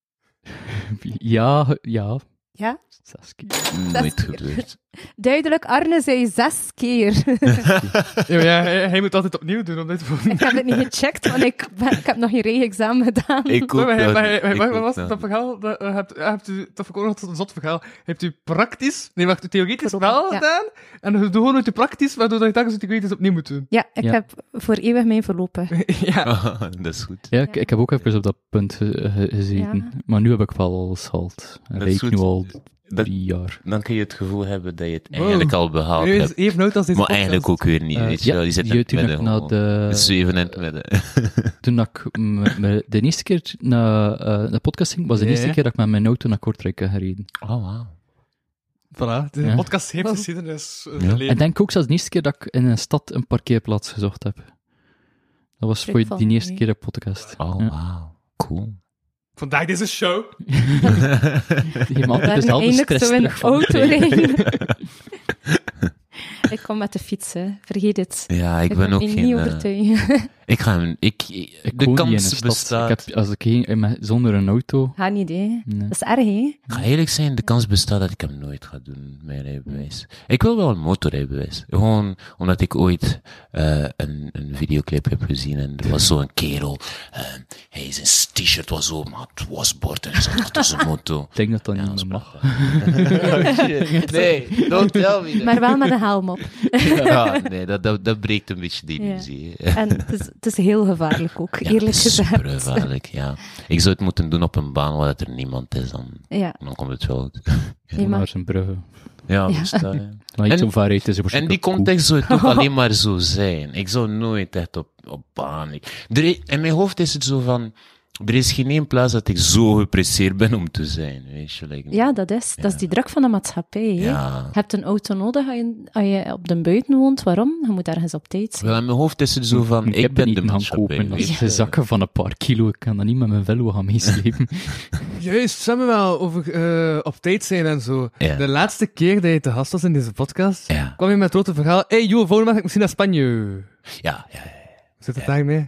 Speaker 3: Ja?
Speaker 4: Ja?
Speaker 3: 6 keer.
Speaker 6: Nooit gebeurd.
Speaker 4: Duidelijk, Arne zei 6 keer.
Speaker 2: Hij moet altijd opnieuw doen om dit te doen.
Speaker 4: Ik heb het niet gecheckt, want ik heb nog geen rijexamen gedaan.
Speaker 2: Wat was dat verhaal? Hebt u dat verkocht tot een zot verhaal? Hebt u praktisch, theoretisch wel gedaan? En u doet gewoon uit de praktisch, waardoor je telkens theoretisch opnieuw moet doen.
Speaker 4: Ja, ik heb voor eeuwig mijn verlopen.
Speaker 6: Dat is goed.
Speaker 3: Ja, ik heb ook even op dat punt gezeten. Ja. Maar nu heb ik wel alles gehaald. En rijd nu al 3 jaar.
Speaker 6: Dan kun je het gevoel hebben dat je het eigenlijk al behaald hebt.
Speaker 2: Even uit als deze
Speaker 6: maar
Speaker 2: podcast.
Speaker 6: eigenlijk ook weer niet, weet je wel. Je zit in het midden. Zweven in het midden.
Speaker 3: Toen ik de eerste keer naar de podcast ging, was de eerste keer dat ik met mijn auto naar Kortrijk heb gereden.
Speaker 6: Oh, wauw.
Speaker 2: Voilà, de podcast heeft geschiedenis.
Speaker 3: Ik denk ook zelfs de eerste keer dat ik in een stad een parkeerplaats gezocht heb. Dat was voor die eerste keer de podcast.
Speaker 6: Oh, wauw. Cool.
Speaker 2: Vandaag deze show.
Speaker 3: Je mag altijd dezelfde stress
Speaker 4: zo in de auto rijden. Ik kom met de fiets, hè. Vergeet het.
Speaker 6: Ja, ik ben ook geen...
Speaker 4: niet overtuigen.
Speaker 6: De kans bestaat...
Speaker 3: Zonder een auto...
Speaker 4: Ga niet, hè. Nee. Dat is erg, hè.
Speaker 6: Ik ga eerlijk zijn, de kans bestaat dat ik hem nooit ga doen, mijn rijbewijs. Ik wil wel een motorrijbewijs. Gewoon omdat ik ooit een videoclip heb gezien en er was zo'n kerel, zijn t-shirt was zo, maar het wasbord en zat achter zijn motor.
Speaker 3: Ik denk dat dat niet meer mag.
Speaker 6: Nee, don't tell me that.
Speaker 4: Maar wel met een helm op.
Speaker 6: Ja, nee, dat breekt een beetje de illusie.
Speaker 4: Ja. En het is heel gevaarlijk ook, eerlijk gezegd.
Speaker 6: Super gevaarlijk, ja. Ik zou het moeten doen op een baan waar er niemand is, dan komt het wel goed.
Speaker 3: Maar zijn bruggen.
Speaker 6: Ja, bestaat, ja.
Speaker 3: Maar niet zo ver uit is.
Speaker 6: En die context zou het ook alleen maar zo zijn. Ik zou nooit echt op baan... In mijn hoofd is het zo van... Er is geen één plaats dat ik zo gepresseerd ben om te zijn, weet je.
Speaker 4: Ja, dat is die druk van de maatschappij. Hè? Ja. Je hebt een auto nodig als je op de buiten woont. Waarom? Je moet ergens op tijd zijn.
Speaker 6: Wel, in mijn hoofd is het zo van, ik ben de maatschappij.
Speaker 3: De zakken van een paar kilo, ik kan dat niet met mijn velo gaan meeslepen.
Speaker 2: Juist, wel over op tijd zijn en zo. Ja. De laatste keer dat je te gast was in deze podcast, kwam je met het grote verhaal, hey, volgende maand ga ik misschien naar Spanje.
Speaker 6: Ja.
Speaker 2: zit het daarmee?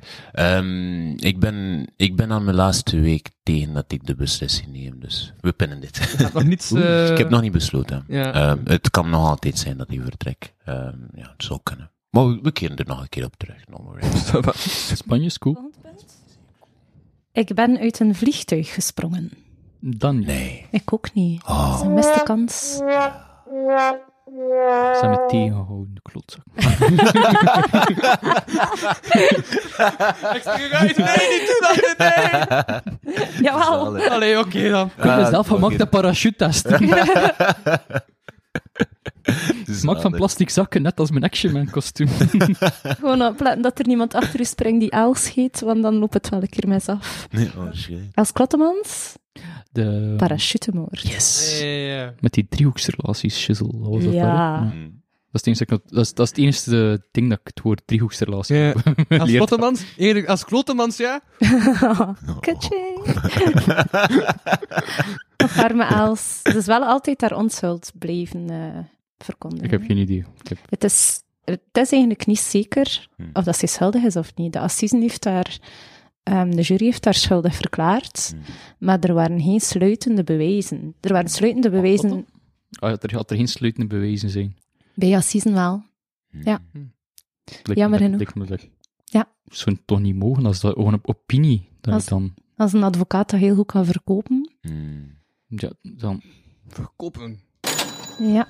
Speaker 6: Ik ben aan mijn laatste week tegen dat ik de beslissing neem, dus we pinnen dit.
Speaker 2: Nog niets...
Speaker 6: Ik heb nog niet besloten.
Speaker 2: Ja.
Speaker 6: Het kan nog altijd zijn dat ik vertrek. Ja, het zou kunnen. Maar we keren er nog een keer op terug.
Speaker 3: Spanje is cool.
Speaker 4: Ik ben uit een vliegtuig gesprongen.
Speaker 3: Dan niet.
Speaker 6: Nee.
Speaker 4: Ik ook niet. Dat is een miste kans.
Speaker 3: Ze zijn me tegengehouden, de klootzak.
Speaker 2: Ik stuur uit, nee, niet doen dat, nee!
Speaker 4: Jawel.
Speaker 2: Allee, oké dan.
Speaker 3: Ik heb mezelf gemaakt de parachute-testen. Smak van plastic zakken, net als mijn Action Man kostuum.
Speaker 4: Gewoon opletten dat er niemand achter u springt die Els heet, want dan loopt het wel een keer mis af.
Speaker 6: Nee, shit.
Speaker 4: Els Klottemans,
Speaker 3: De...
Speaker 4: parachutemoord.
Speaker 3: Yes.
Speaker 2: Ja.
Speaker 3: Met die driehoeksrelaties, shizzle. Wat was dat
Speaker 4: Ja.
Speaker 3: daar, hè? Dat is het enige ding dat ik het woord driehoeksrelatie
Speaker 2: Ja.
Speaker 3: heb
Speaker 2: Als
Speaker 3: geleerd.
Speaker 2: Klottemans, eerlijk, als Klottemans, ja.
Speaker 4: Kutje. Of arme Els. Ze is wel altijd haar onschuld blijven verkondigen.
Speaker 3: Ik heb geen idee.
Speaker 4: Het is eigenlijk niet zeker of dat ze schuldig is of niet. De assisen heeft haar... de jury heeft haar schuldig verklaard, maar er waren geen sluitende bewijzen. Er waren sluitende bewijzen...
Speaker 3: Er had er geen sluitende bewijzen zijn.
Speaker 4: Bij assisen wel. Ja. Jammer genoeg. Ja.
Speaker 3: Zou het toch niet mogen, als dat gewoon op opinie dat dan...
Speaker 4: Als een advocaat dat heel goed kan verkopen.
Speaker 3: Ja, dan...
Speaker 2: Verkopen.
Speaker 4: Ja.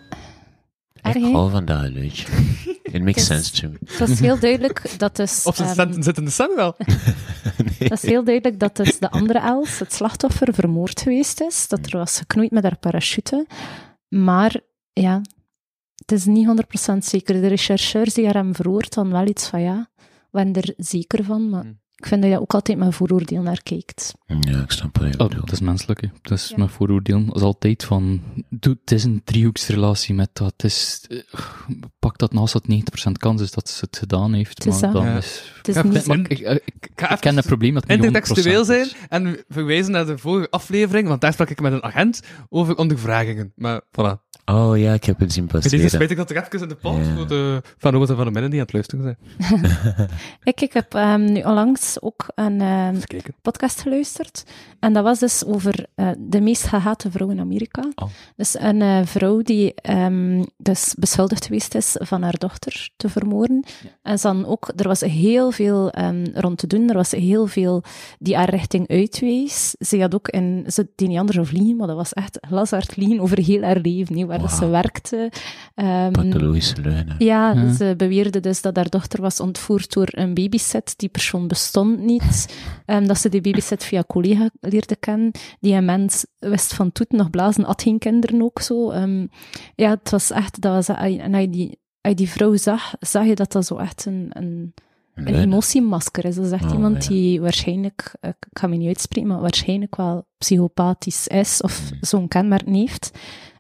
Speaker 6: Ik
Speaker 4: Erg, hè?
Speaker 6: hou van dat geluidje. It makes sense to me.
Speaker 4: Het was heel duidelijk dat dus...
Speaker 2: Of ze zit in de stem wel.
Speaker 4: Het is heel duidelijk dat dus de andere Els, het slachtoffer, vermoord geweest is. Dat er was geknoeid met haar parachute. Maar, ja... Het is niet 100% zeker. De rechercheurs die haar hebben veroordeeld dan wel iets van, ja... We zijn er zeker van, maar... Ik vind dat je ook altijd met vooroordeel naar kijkt.
Speaker 6: Ja, ik snap wat je bedoelt.
Speaker 3: Dat is menselijk, hè. Dat is mijn vooroordeel. Dat is altijd van... Het is een driehoeksrelatie met dat. Het is... Pak dat naast dat 90% kans is dat ze het gedaan heeft.
Speaker 4: Het is
Speaker 3: maar
Speaker 4: dat.
Speaker 3: dan
Speaker 2: Ja.
Speaker 3: is...
Speaker 4: Het is niet...
Speaker 3: Maar ik ken het probleem dat het niet 100%
Speaker 2: Intertextueel zijn
Speaker 3: is.
Speaker 2: en verwijzen naar de vorige aflevering, want daar sprak ik met een agent over ondervragingen. Maar voilà.
Speaker 6: Oh ja, ik heb het zien
Speaker 2: Bij deze
Speaker 6: passeren.
Speaker 2: spijt ik dat er even in de pot
Speaker 6: Ja.
Speaker 2: voor de Van Roos en Van de Minnen die aan het luisteren zijn.
Speaker 4: Ik heb nu onlangs ook een
Speaker 2: Even kijken.
Speaker 4: podcast geluisterd. En dat was dus over de meest gehate vrouw in Amerika.
Speaker 6: Oh.
Speaker 4: Dus een vrouw die dus beschuldigd geweest is van haar dochter te vermoorden. En dan ook, er was heel veel rond te doen. Er was heel veel die haar richting uitwees. Ze had ook ze die niet anders of liegen, maar dat was echt glashard liegen over heel haar leven, niet, waar dat ze werkte.
Speaker 6: Pathologische leugen.
Speaker 4: Ja, ze beweerde dus dat haar dochter was ontvoerd door een babysit. Die persoon bestond niet. Dat ze die babysit via een collega leerde kennen. Die een mens wist van toeten nog blazen, had geen kinderen ook zo. Ja, het was echt... Dat was, en als je die vrouw zag je dat dat zo echt een emotiemasker is. Dat is echt iemand die waarschijnlijk, ik ga me niet uitspreken, maar waarschijnlijk wel psychopathisch is of zo'n kenmerk heeft.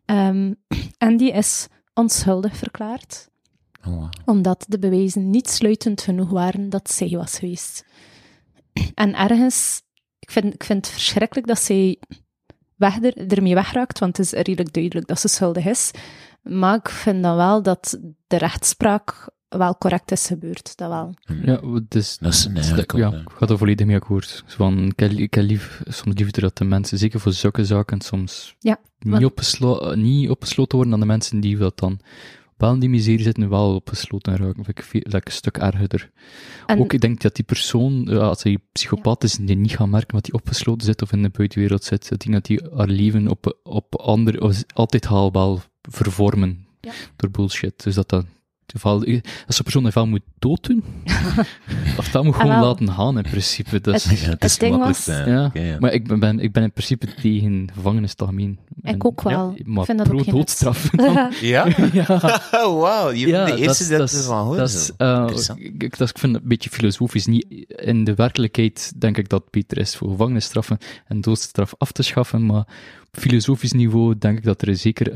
Speaker 4: En die is onschuldig verklaard. Omdat de bewijzen niet sluitend genoeg waren dat zij was geweest. En ergens, ik vind het verschrikkelijk dat zij ermee wegraakt, want het is redelijk duidelijk dat ze schuldig is. Maar ik vind dan wel dat de rechtspraak wel correct is gebeurd. Dat wel.
Speaker 3: Ja, dus,
Speaker 6: Dat is een eigenlijk
Speaker 3: ja,
Speaker 6: ook,
Speaker 3: ik ga er volledig mee akkoord. Zo van, ik heb soms liever dat de mensen, zeker voor zulke zaken, soms niet opgesloten worden dan de mensen die dat dan wel in die miserie zitten, wel opgesloten raken. Vind ik een stuk erger. Ook, ik denk dat die persoon, als hij psychopaat is, die niet gaat merken wat hij opgesloten zit of in de buitenwereld zit. Ik denk dat hij haar leven op andere, altijd wel vervormen door bullshit. Dus dat zo'n persoon dat wel moet dooddoen, of dat moet gewoon laten gaan in principe. Dus,
Speaker 6: het is
Speaker 4: ding
Speaker 6: makkelijk.
Speaker 4: was-
Speaker 3: maar ik ben in principe tegen gevangenis te algemeen.
Speaker 4: Ik ook wel.
Speaker 3: Maar
Speaker 4: Ik vind dat ook geen
Speaker 3: pro-doodstraf.
Speaker 6: Ja? Wauw, je bent de eerste dat is van hoort.
Speaker 3: Ik vind het een beetje filosofisch. Niet in de werkelijkheid denk ik dat het beter is voor gevangenisstraffen en doodstraf af te schaffen, maar op filosofisch niveau denk ik dat er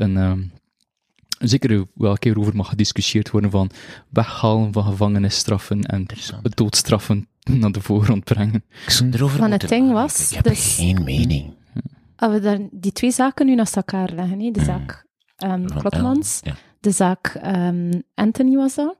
Speaker 3: zeker wel een keer over mag gediscussieerd worden van weghalen van gevangenisstraffen en doodstraffen naar de voorgrond brengen.
Speaker 6: Ik zou erover
Speaker 4: Maar
Speaker 6: moeten
Speaker 4: het ding
Speaker 6: nadenken.
Speaker 4: was,
Speaker 6: Ik heb
Speaker 4: dus-
Speaker 6: geen mening.
Speaker 4: Als we dan die twee zaken nu naast elkaar leggen, de zaak Klottemans, de zaak Anthony was dat,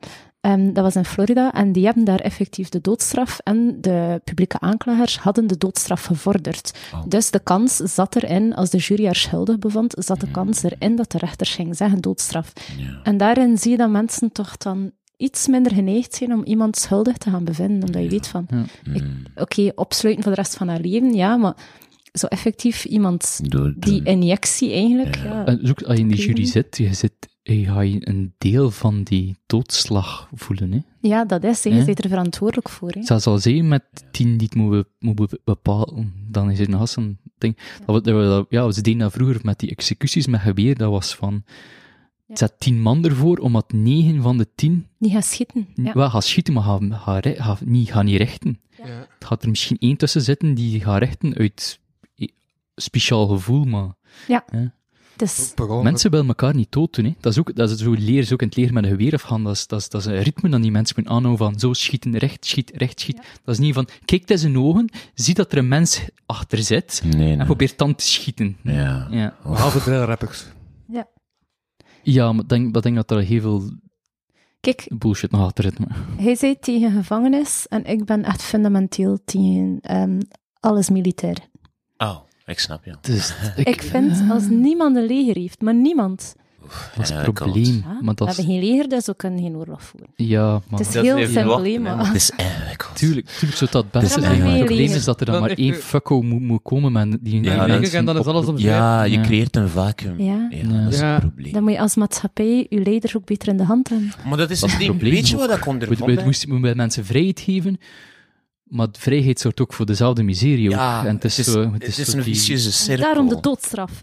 Speaker 4: Dat was in Florida en die hebben daar effectief de doodstraf en de publieke aanklagers hadden de doodstraf gevorderd. Dus de kans zat erin, als de jury haar schuldig bevond, zat de kans erin dat de rechters gingen zeggen doodstraf.
Speaker 6: Ja.
Speaker 4: En daarin zie je dat mensen toch dan iets minder geneigd zijn om iemand schuldig te gaan bevinden, omdat je weet van, oké, opsluiten voor de rest van haar leven, ja, maar zo effectief iemand die injectie eigenlijk... Ja.
Speaker 3: En ook als je in die jury zit, ga je een deel van die doodslag voelen, hè?
Speaker 4: Ja, dat is, je bent er verantwoordelijk voor. Hè.
Speaker 3: Zelfs al zijn met 10 die het moet bepalen, dan is het nog zo'n ding. Ja, ze deden dat vroeger met die executies met geweer, dat was van... Het zet 10 man ervoor, omdat 9 van de 10...
Speaker 4: Die gaan schieten. Ja.
Speaker 3: Wel, gaan schieten, maar gaan niet rechten.
Speaker 4: Ja.
Speaker 3: Het gaat er misschien 1 tussen zitten die gaat rechten uit speciaal gevoel, maar...
Speaker 4: Ja. Dus...
Speaker 3: Mensen willen elkaar niet dood doen, hè. Dat is zo leren ze ook in het leren met een geweer afgaan. Dat is een ritme dat die mensen moeten aanhouden van zo schieten, recht schiet. Ja. Dat is niet van, kijk in zijn ogen, zie dat er een mens achter zit en probeert dan te schieten.
Speaker 6: Ja.
Speaker 2: Behalve drillrappers.
Speaker 4: Ja.
Speaker 3: Ja, maar ik denk dat er heel veel bullshit nog achter zit. Maar.
Speaker 4: Hij zei tegen gevangenis en ik ben echt fundamenteel tegen alles militair.
Speaker 6: Oh, ik snap je.
Speaker 3: Dus,
Speaker 4: ik vind, als niemand een leger heeft, maar niemand...
Speaker 3: Dat is het probleem.
Speaker 4: Ja,
Speaker 3: maar dat
Speaker 4: we hebben geen leger, dus we kunnen geen oorlog voeren.
Speaker 3: Ja, maar...
Speaker 4: Het is heel simpel, maar...
Speaker 6: Het is ingewikkeld.
Speaker 3: Tuurlijk zou dat best zijn. Het probleem is dat er dan maar 1 fucko moet komen met die...
Speaker 2: en dan is alles om
Speaker 6: je creëert een vacuüm.
Speaker 4: Ja.
Speaker 6: Dat is het probleem.
Speaker 4: Dan moet je als maatschappij je leider ook beter in de hand hebben.
Speaker 6: Maar dat is het probleem. Weet je wat ik ondervond?
Speaker 3: We moeten mensen vrijheid geven, maar vrijheid zorgt ook voor dezelfde miserie.
Speaker 6: Ja,
Speaker 3: en het is
Speaker 6: een vicieuze cirkel.
Speaker 4: Daarom de doodstraf.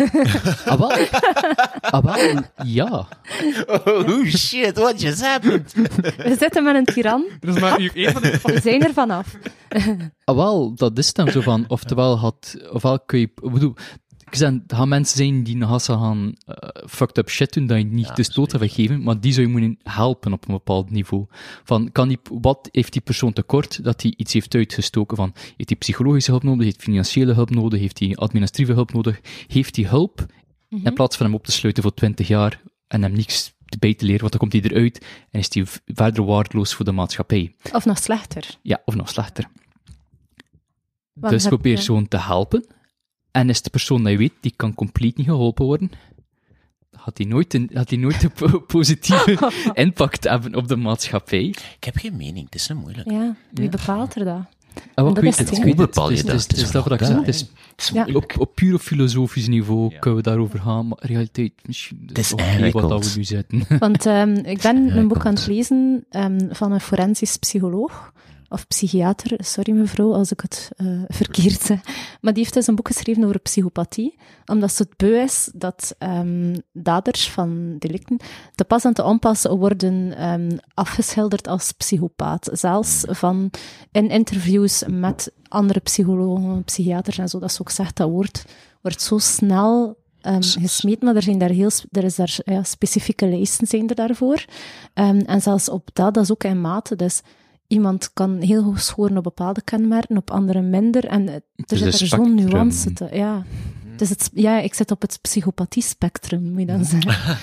Speaker 3: Wel, ja.
Speaker 6: Oh shit, what just happened?
Speaker 4: We zitten met een tiran.
Speaker 2: Dus maar
Speaker 4: We zijn er vanaf.
Speaker 3: Wel, dat is dan zo van, ofwel kun je... Ik bedoel, er gaan mensen zijn die nog als ze gaan fucked up shit doen, dat je niet de stoot hebben gegeven, maar die zou je moeten helpen op een bepaald niveau. Van, wat heeft die persoon tekort dat hij iets heeft uitgestoken? Van, heeft hij psychologische hulp nodig? Heeft hij financiële hulp nodig? Heeft hij administratieve hulp nodig? Heeft hij hulp? In plaats van hem op te sluiten voor 20 jaar en hem niks bij te leren, want dan komt hij eruit en is hij verder waardeloos voor de maatschappij.
Speaker 4: Of nog slechter.
Speaker 3: Ja, of nog slechter. Dus probeer zo'n te helpen. En is de persoon dat je weet, die kan compleet niet geholpen worden, had hij nooit een positieve impact hebben op de maatschappij.
Speaker 6: Ik heb geen mening, het is zo moeilijk.
Speaker 4: Ja, wie bepaalt er dat?
Speaker 3: Hoe
Speaker 6: bepaal je dat?
Speaker 3: Het is dat wat ik zeg. Op puur filosofisch niveau kunnen we daarover gaan, maar realiteit misschien
Speaker 6: het is
Speaker 3: wat we nu zitten.
Speaker 4: Want ik ben een boek aan het lezen van een forensisch psycholoog. Of psychiater, sorry mevrouw als ik het verkeerd zeg. Maar die heeft dus een boek geschreven over psychopathie, omdat ze het beu is dat daders van delicten te pas en te onpas worden afgeschilderd als psychopaat. Zelfs in interviews met andere psychologen, psychiaters en zo, dat ze ook zegt, dat woord wordt zo snel gesmeten, maar er is daar specifieke lijsten zijn er daarvoor. En zelfs op dat is ook in mate, dus iemand kan heel hoog scoren op bepaalde kenmerken, op andere minder. En er zit er zo'n nuance te. Ja. Dus ik zit op het psychopathie-spectrum, moet je dan zeggen.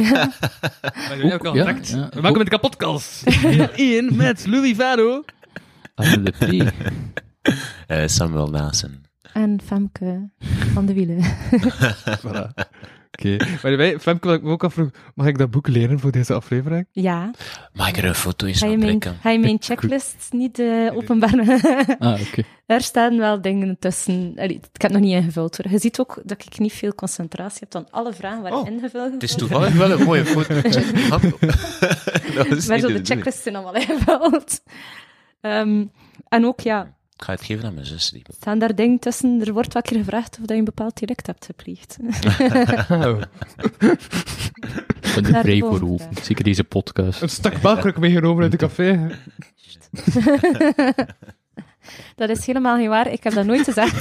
Speaker 2: Welkom met de kapotkast. Ian met Louis Vado.
Speaker 3: Anne de Pre.
Speaker 6: Samuel Nassen.
Speaker 4: En Femke van de Wielen.
Speaker 2: Voilà. Oké. Maar Femke, wil ik me ook afvragen, mag ik dat boek leren voor deze aflevering?
Speaker 4: Ja.
Speaker 6: Mag ik er een foto eens van trekken?
Speaker 4: Ga je mijn checklist niet openbaren?
Speaker 3: Oké.
Speaker 4: Daar staan wel dingen tussen. Ik heb het nog niet ingevuld hoor. Je ziet ook dat ik niet veel concentratie heb aan alle vragen waar ingevuld.
Speaker 6: Het is toevallig wel een mooie foto.
Speaker 4: Maar zo de checklists zijn allemaal ingevuld. En ook, ja...
Speaker 6: Ik ga het geven aan mijn zus.
Speaker 4: Staan daar dingen tussen? Er wordt wel keer gevraagd of je een bepaald direct hebt gepleegd.
Speaker 3: Ik ben er vrij voor open. Zeker deze podcast.
Speaker 2: Een stuk bakkruk meegenomen uit de café.
Speaker 4: Dat is helemaal niet waar. Ik heb dat nooit gezegd.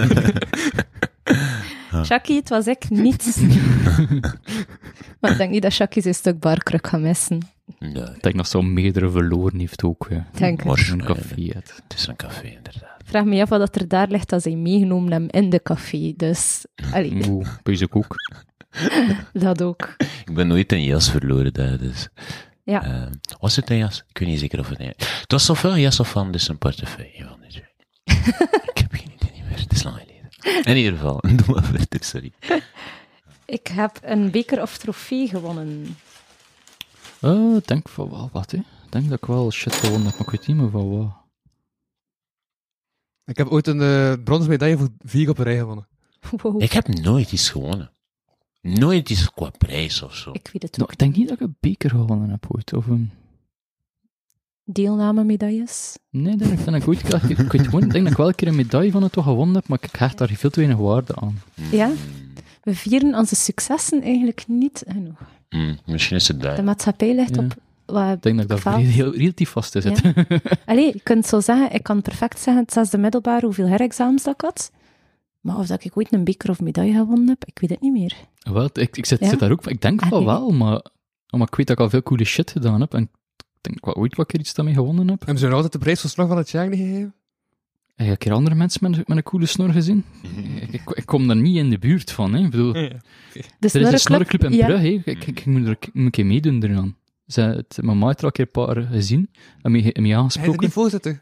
Speaker 4: Shaki, het was ik niet. Maar ik denk niet dat Shaki zijn stuk barkruk gaat missen.
Speaker 6: Nee.
Speaker 3: Ik denk dat ze al meerdere verloren heeft ook.
Speaker 4: Denk
Speaker 3: het. Een café.
Speaker 6: Het is een café, inderdaad.
Speaker 4: Vraag me af wat er daar ligt als hij meegenomen hem in de café. Dus,
Speaker 3: bij ze ook.
Speaker 4: Dat ook.
Speaker 6: Ik ben nooit een jas verloren daar, dus...
Speaker 4: Ja.
Speaker 6: Was het een jas? Ik weet niet zeker of het een... Het was ofwel een jas of van dus een portefeuille. Van die twee. Ik heb geen idee niet meer. Het is lang geleden. In ieder geval, doe maar verder, sorry.
Speaker 4: Ik heb een beker of trofee gewonnen.
Speaker 3: Ik denk van wel wat, hè. Ik denk dat ik wel shit gewonnen heb, maar ik weet niet meer van wat.
Speaker 2: Ik heb ooit een bronzen medaille voor 4 op een rij gewonnen.
Speaker 4: Wow.
Speaker 6: Ik heb nooit iets gewonnen. Nooit iets qua prijs of zo.
Speaker 4: Ik weet het
Speaker 3: Nou,
Speaker 4: ook.
Speaker 3: ik denk niet dat ik een beker gewonnen heb ooit, of een...
Speaker 4: Deelnamemedailles.
Speaker 3: Nee, dat heb ik ooit... Ik weet gewoon, ik denk dat ik wel een keer een medaille van het toch gewonnen heb, maar ik hecht daar veel te weinig waarde aan.
Speaker 4: Ja? We vieren onze successen eigenlijk niet genoeg.
Speaker 6: Misschien is het
Speaker 4: De
Speaker 6: daar.
Speaker 4: maatschappij ligt
Speaker 3: Ja.
Speaker 4: op wat
Speaker 3: Ik denk dat ik daar
Speaker 4: faalt.
Speaker 3: heel relatief vast te zitten.
Speaker 4: Allee, je kunt zo zeggen, ik kan perfect zeggen, het 6e middelbaar, hoeveel herexamens dat ik had. Maar of dat ik ooit een beker of medaille gewonnen heb, ik weet het niet meer.
Speaker 3: Wel, ik zit
Speaker 4: Ja.
Speaker 3: daar ook... Ik denk van wel, maar ik weet dat ik al veel coole shit gedaan heb. En ik denk wel ooit wat ik er iets daarmee gewonnen heb.
Speaker 2: Hebben ze nog altijd de prijs voor slag van het jaar niet gegeven?
Speaker 3: Heb je een keer andere mensen met een coole snor gezien? Ik kom daar niet in de buurt van, hè. Ik bedoel,
Speaker 4: De
Speaker 3: er is een snorreclub in
Speaker 4: ja.
Speaker 3: Brugge, hè. Ik moet er een keer meedoen eraan. Mijn maat had er al een keer een paar gezien en mee
Speaker 2: Hij is
Speaker 3: aangesproken.
Speaker 2: niet voorzitter.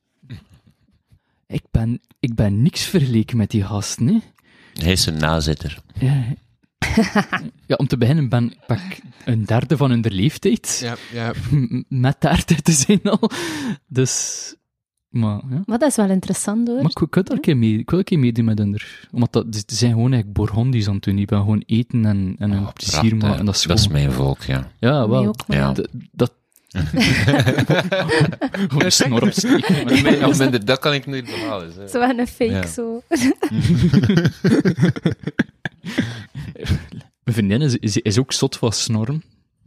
Speaker 3: Ik ben niks vergeleken met die gasten, hè.
Speaker 6: Hij is een nazitter.
Speaker 3: Ja, om te beginnen ben ik een derde van hun leeftijd.
Speaker 2: Ja.
Speaker 3: Met 30 te zijn al. Dus... Maar, ja.
Speaker 4: Maar dat is wel interessant, hoor.
Speaker 3: Maar ik wil daar een keer mee, ik wil een keer meedoen met hun. Omdat ze zijn gewoon eigenlijk Bourgondisch aan het doen. Die ben gewoon eten en een plezier maken. En dat is
Speaker 6: Dat is
Speaker 3: gewoon...
Speaker 6: mijn volk, ja.
Speaker 3: Ja,
Speaker 4: Mij
Speaker 3: wel.
Speaker 4: ook, maar
Speaker 6: Ja.
Speaker 3: Dat... Gewoon een snor opsteken. Maar-
Speaker 6: Dat kan ik nooit behalen. Zeg.
Speaker 4: Zo en een fake,
Speaker 6: Ja.
Speaker 4: zo.
Speaker 3: Mijn vriendin is ook zot van snorren.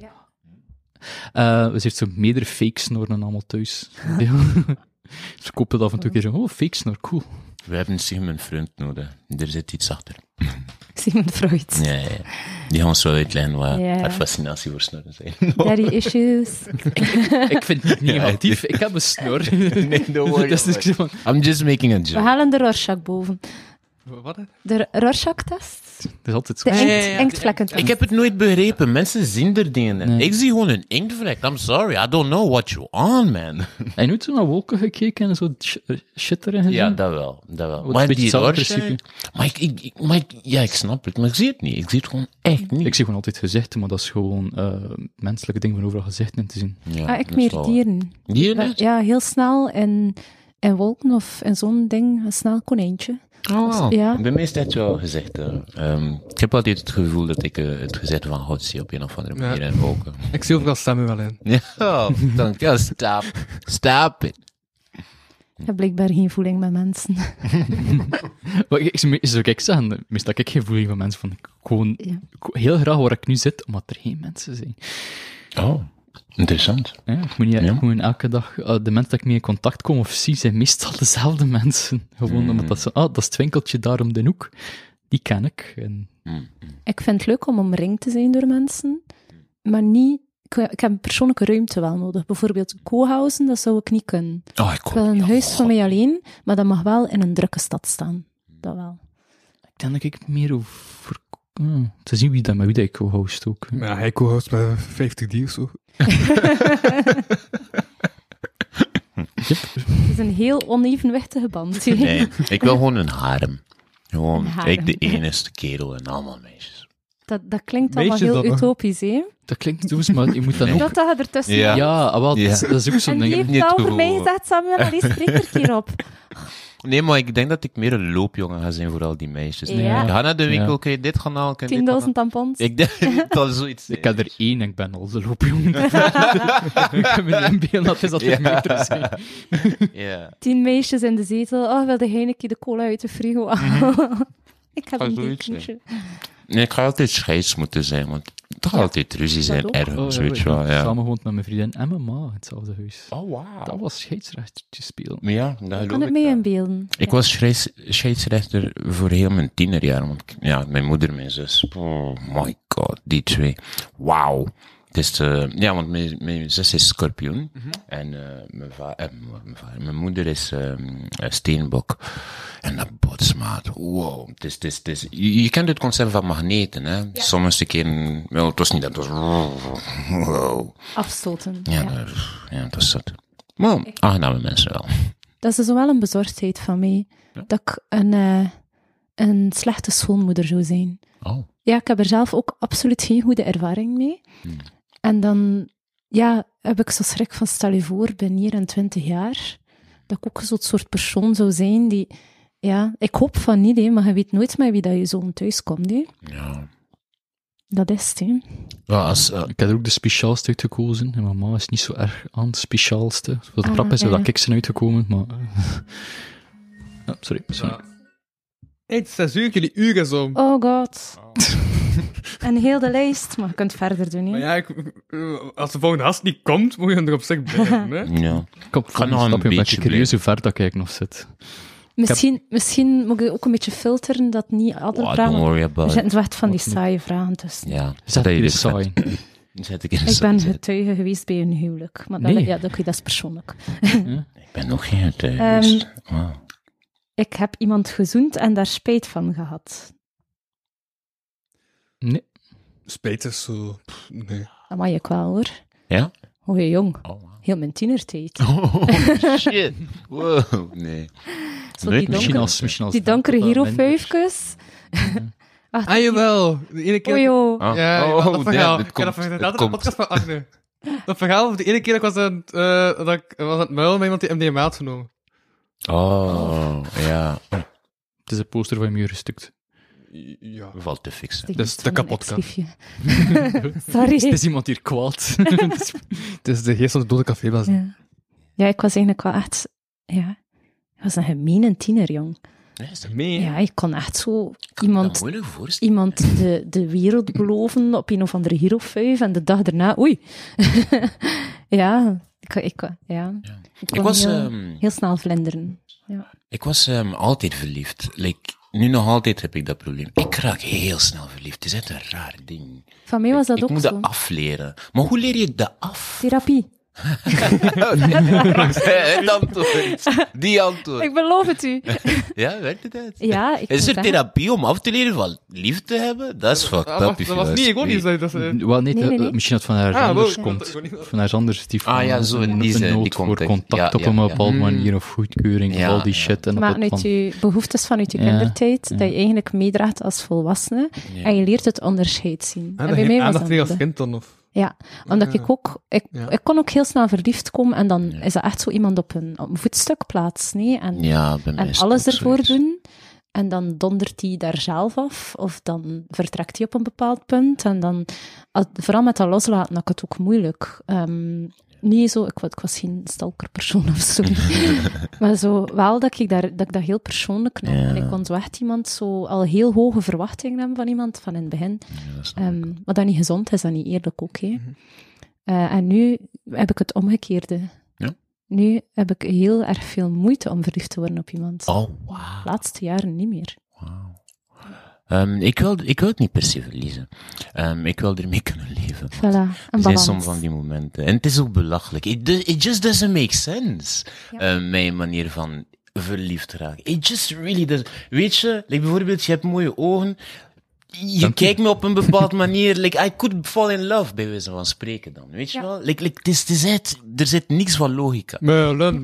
Speaker 4: Ja.
Speaker 3: Ze heeft zo meerdere fake snorren allemaal thuis. Ze koopt het af en toe een keer zo, fake snor, cool.
Speaker 6: We hebben Sigmund Freud nodig. Er zit iets achter.
Speaker 4: Sigmund Freud.
Speaker 6: Ja. Die gaan ons wel uitleggen wat
Speaker 4: Ja.
Speaker 6: haar fascinatie voor snorren zijn.
Speaker 4: Daddy issues.
Speaker 3: Ik vind het niet negatief, ik heb een snor.
Speaker 6: Nee, don't worry
Speaker 3: Dat is
Speaker 6: about
Speaker 3: dus van,
Speaker 6: I'm just making a
Speaker 4: We
Speaker 6: joke.
Speaker 4: halen de Rorschach boven.
Speaker 2: Wat?
Speaker 4: De Rorschach-test.
Speaker 3: het is altijd zo.
Speaker 4: De
Speaker 2: ja.
Speaker 4: inktvlekkentest.
Speaker 6: Ik heb het nooit begrepen. Mensen zien er dingen in.
Speaker 3: Nee.
Speaker 6: Ik zie gewoon een inktvlek. I'm sorry. I don't know what you on, man.
Speaker 3: Heb je nooit zo naar wolken gekeken en zo shit erin gezien?
Speaker 6: Ja, dat wel.
Speaker 3: Wat
Speaker 6: Maar
Speaker 3: een beetje
Speaker 6: die
Speaker 3: hetzelfde
Speaker 6: Rorschach... Ja, ik snap het. Maar ik zie het niet. Ik zie het gewoon echt niet.
Speaker 3: Ik zie gewoon altijd gezichten, maar dat is gewoon menselijke dingen van overal gezichten in te zien.
Speaker 6: Ja,
Speaker 4: Ah, ik
Speaker 6: dat is
Speaker 4: meer
Speaker 6: wel-
Speaker 4: dieren.
Speaker 6: Dieren?
Speaker 4: Ja, heel snel in wolken of in zo'n ding, een snel konijntje.
Speaker 6: Oh,
Speaker 4: Ja.
Speaker 6: Bij mij is dat wel gezegd. Ik heb altijd het gevoel dat ik het gezegd van God zie op een of andere manier in wolken.
Speaker 2: Ik zie overal stemmen wel in.
Speaker 6: Ja, dank je. Stop. Stop it.
Speaker 4: Ik heb blijkbaar geen voeling met mensen.
Speaker 3: Maar zou ik zeggen, meestal heb ik geen voeling van mensen van gewoon
Speaker 4: Ja.
Speaker 3: heel graag waar ik nu zit, omdat er geen mensen zijn.
Speaker 6: Oh, interessant.
Speaker 3: Ja, ik moet niet
Speaker 6: Ja.
Speaker 3: gewoon elke dag, de mensen dat ik mee in contact kom of zie, zijn meestal dezelfde mensen. Gewoon omdat dat zo, dat is het winkeltje daar om de hoek. Die ken ik. En,
Speaker 4: Ik vind het leuk om omringd te zijn door mensen, maar niet... Ik heb persoonlijke ruimte wel nodig. Bijvoorbeeld co-housen, dat zou ik niet kunnen.
Speaker 6: Oh,
Speaker 4: Ik wil een huis voor mij alleen, maar dat mag wel in een drukke stad staan. Dat wel.
Speaker 3: ik denk dat ik meer over... te zien wie dat met wie dat ik co-host ook.
Speaker 2: Ja, hij co-host met 50 die of zo.
Speaker 4: Het is een heel onevenwichtige band. hier.
Speaker 6: Nee, ik wil gewoon een harem. Gewoon,
Speaker 4: Een harem.
Speaker 6: ik de enige kerel en allemaal meisjes.
Speaker 4: Dat klinkt allemaal
Speaker 2: Meisjes
Speaker 4: heel
Speaker 2: dan nog?
Speaker 4: utopisch, hè?
Speaker 3: Dat klinkt doos, maar je moet dan ook...
Speaker 4: Dat je ertussen
Speaker 6: Ja.
Speaker 3: Ja, wel,
Speaker 6: Ja.
Speaker 3: dat is ook zo'n
Speaker 4: En die
Speaker 3: ding.
Speaker 4: heeft
Speaker 6: Niet
Speaker 4: dat
Speaker 6: het
Speaker 4: over mij
Speaker 6: gevoel.
Speaker 4: gezegd, Samuel, en die spreekt er een keer op.
Speaker 6: Nee, maar ik denk dat ik meer een loopjongen ga zijn voor al die meisjes.
Speaker 4: Ja.
Speaker 6: Ga naar de winkel,
Speaker 3: Ja.
Speaker 6: kun je dit gaan halen, kun je dit gaan
Speaker 4: 10.000
Speaker 6: halen.
Speaker 4: tampons.
Speaker 6: Ik denk dat het zoiets zijn.
Speaker 3: Ik heb er één en ik ben al de loopjongen. Ik heb me niet inbeelden dat is altijd
Speaker 6: Ja.
Speaker 3: meter zijn.
Speaker 6: Ja.
Speaker 4: 10 meisjes in de zetel. Oh, wilde jij een keer de cola uit de frigo halen? Ik heb
Speaker 6: Ga
Speaker 4: een
Speaker 6: zoiets
Speaker 4: dekentje.
Speaker 6: Nee, ik ga altijd scheids moeten zijn, want er gaat altijd ruzie zijn
Speaker 4: ook.
Speaker 6: ergens, weet je wel. Ja.
Speaker 3: Samen gewoond met mijn vriendin en mijn ma in hetzelfde huis.
Speaker 6: Oh, wow.
Speaker 3: Dat was scheidsrechter spelen.
Speaker 6: Maar ja, dat
Speaker 4: Ik
Speaker 6: geloof
Speaker 4: kan het
Speaker 6: ik
Speaker 4: mee
Speaker 6: wel.
Speaker 4: inbeelden.
Speaker 6: Ik was scheidsrechter voor heel mijn tienerjaar, want ja, mijn moeder en mijn zus, oh my god, die twee, wauw. Het is, want mijn zus is Scorpioen. En mijn moeder is Steenbok. En dat botsmaat. Wow. Het is, je kent het concept van magneten, hè? Ja. Sommige keren, het was niet dat, het was wow.
Speaker 4: Afstoten.
Speaker 6: Ja, dat was zot. Maar aangename mensen wel.
Speaker 4: Dat is dus wel een bezorgdheid van mij. Ja? Dat ik een slechte schoonmoeder zou zijn.
Speaker 6: Oh.
Speaker 4: Ja, ik heb er zelf ook absoluut geen goede ervaring mee. En dan heb ik zo schrik van, stel je voor, ben hier in 20 jaar, dat ik ook zo'n soort persoon zou zijn die... Ja, ik hoop van niet, maar je weet nooit met wie dat je zoon thuis komt.
Speaker 6: Ja.
Speaker 4: Dat is het, hè.
Speaker 3: Ja, ik heb er ook de speciaalste uitgekozen. En mama is niet zo erg aan het speciaalste. Wat de grap is, dat ik zijn uitgekomen, maar... sorry.
Speaker 2: Het is 6 uur, jullie uren zo.
Speaker 4: Oh god. En heel de lijst, maar je kunt verder doen, hè.
Speaker 2: Maar ja, als de volgende gast niet komt, moet je er op zich blijven, hè.
Speaker 6: Ja.
Speaker 3: Ik ga nog een beetje curieus hoe ver dat ik nog zit.
Speaker 4: Misschien moet je ook een beetje filteren, dat niet alle vragen... Er zitten echt van die saaie vragen tussen.
Speaker 6: Ja,
Speaker 3: dat is saai.
Speaker 4: Ik ben getuige geweest bij een huwelijk. Maar dat is persoonlijk.
Speaker 6: Ik ben nog geen getuige geweest. Wow.
Speaker 4: Ik heb iemand gezoend en daar spijt van gehad.
Speaker 3: Nee.
Speaker 2: Spijt is zo... Nee.
Speaker 4: Dat mag ik wel, hoor.
Speaker 6: Ja?
Speaker 4: Oh, jong.
Speaker 6: Oh, wow.
Speaker 4: Heel mijn tienertijd.
Speaker 6: Oh, shit. Wow, nee.
Speaker 4: Zo die donkere hero-vijfjes.
Speaker 2: Jawel. De ene keer...
Speaker 4: Ojo.
Speaker 2: Ja, dat verhaal. Dat verhaal. Dat podcast van Agne. Dat verhaal, de ene keer dat ik was aan het muilen met iemand die MDMA had genomen.
Speaker 6: Oh, ja.
Speaker 3: Het is een poster van je muur gestukt.
Speaker 2: Ja.
Speaker 6: Valt te fixen.
Speaker 2: Dat is de kapotkast.
Speaker 4: Sorry.
Speaker 3: Het is iemand hier kwaad.
Speaker 2: Het is de geest van de dode cafébas.
Speaker 4: Ja, ik was eigenlijk wel echt... Ja, ik was een gemene tiener, jong.
Speaker 2: Ja,
Speaker 4: ik kon echt zo iemand de wereld beloven op een of andere Hero-5 en de dag daarna, oei. Ik was heel snel vlinderen. Ja.
Speaker 6: Ik was altijd verliefd. Nu nog altijd heb ik dat probleem. Ik raak heel snel verliefd. Het is echt een raar ding.
Speaker 4: Van mij was dat ook zo.
Speaker 6: Ik moet dat afleren. Maar hoe leer je dat af?
Speaker 4: Therapie.
Speaker 6: Het antwoord. Die antwoord.
Speaker 4: Ik beloof het u.
Speaker 6: Ja, werkt het uit?
Speaker 4: Ja,
Speaker 6: is er therapie om af te leren van lief te hebben? Dat is fucked up.
Speaker 2: Dat was niet ironisch.
Speaker 3: Nee. Misschien dat van ergens anders komt. Van ergens anders. Die
Speaker 6: zo in die zin. Die
Speaker 3: voor contact op een bepaalde manier of goedkeuring of al die shit. En
Speaker 4: maar uit je behoeftes vanuit je kindertijd, dat je eigenlijk meedraagt als volwassene, en je leert het onderscheid zien.
Speaker 2: En bij mij was dat als kind dan, of...
Speaker 4: Ja, omdat ik kon ook heel snel verliefd komen en dan is dat echt zo iemand op een voetstuk plaatsen, nee? En alles ervoor doen. En dan dondert hij daar zelf af, of dan vertrekt hij op een bepaald punt. En dan, vooral met dat loslaten, had ik het ook moeilijk. Niet zo, ik was geen stalkerpersoon of zo. Maar zo, wel dat ik dat heel persoonlijk nam. En ik kon zo echt iemand zo al heel hoge verwachtingen hebben van iemand van in het begin. Wat dat niet gezond is, dat niet eerlijk ook. En nu heb ik het omgekeerde.
Speaker 6: Ja?
Speaker 4: Nu heb ik heel erg veel moeite om verliefd te worden op iemand.
Speaker 6: Oh, wow.
Speaker 4: De laatste jaren niet meer.
Speaker 6: Wow. Ik wil het niet per se verliezen. Ik wil ermee kunnen leven.
Speaker 4: Voilà,
Speaker 6: er zijn soms van die momenten. En het is ook belachelijk. It just doesn't make sense. Mijn manier van verliefd raken. It just really does. Weet je, bijvoorbeeld, je hebt mooie ogen. Je kijkt me op een bepaalde manier. I could fall in love, bij wijze van spreken dan. Weet je wel? Er zit niks van logica.
Speaker 2: Merlin.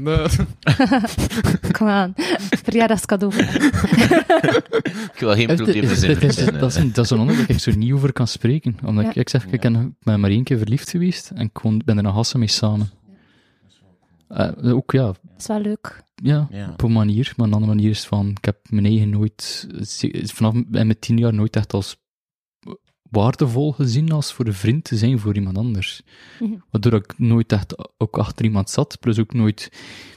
Speaker 4: Kom aan. Verjaardagscadeau.
Speaker 6: Ik wil geen problemen zijn.
Speaker 3: Dat is een onderwerp waar ik zo niet over kan spreken. Omdat ik zeg, ik ben maar 1 keer verliefd geweest en ik ben er nog hassen mee samen. Ook dat
Speaker 4: is wel leuk.
Speaker 3: Ja, op een manier. Maar een andere manier is van, ik heb mijn eigen nooit, vanaf mijn 10 jaar nooit echt als waardevol gezien als voor een vriend te zijn voor iemand anders. Waardoor ik nooit echt ook achter iemand zat, plus ook nooit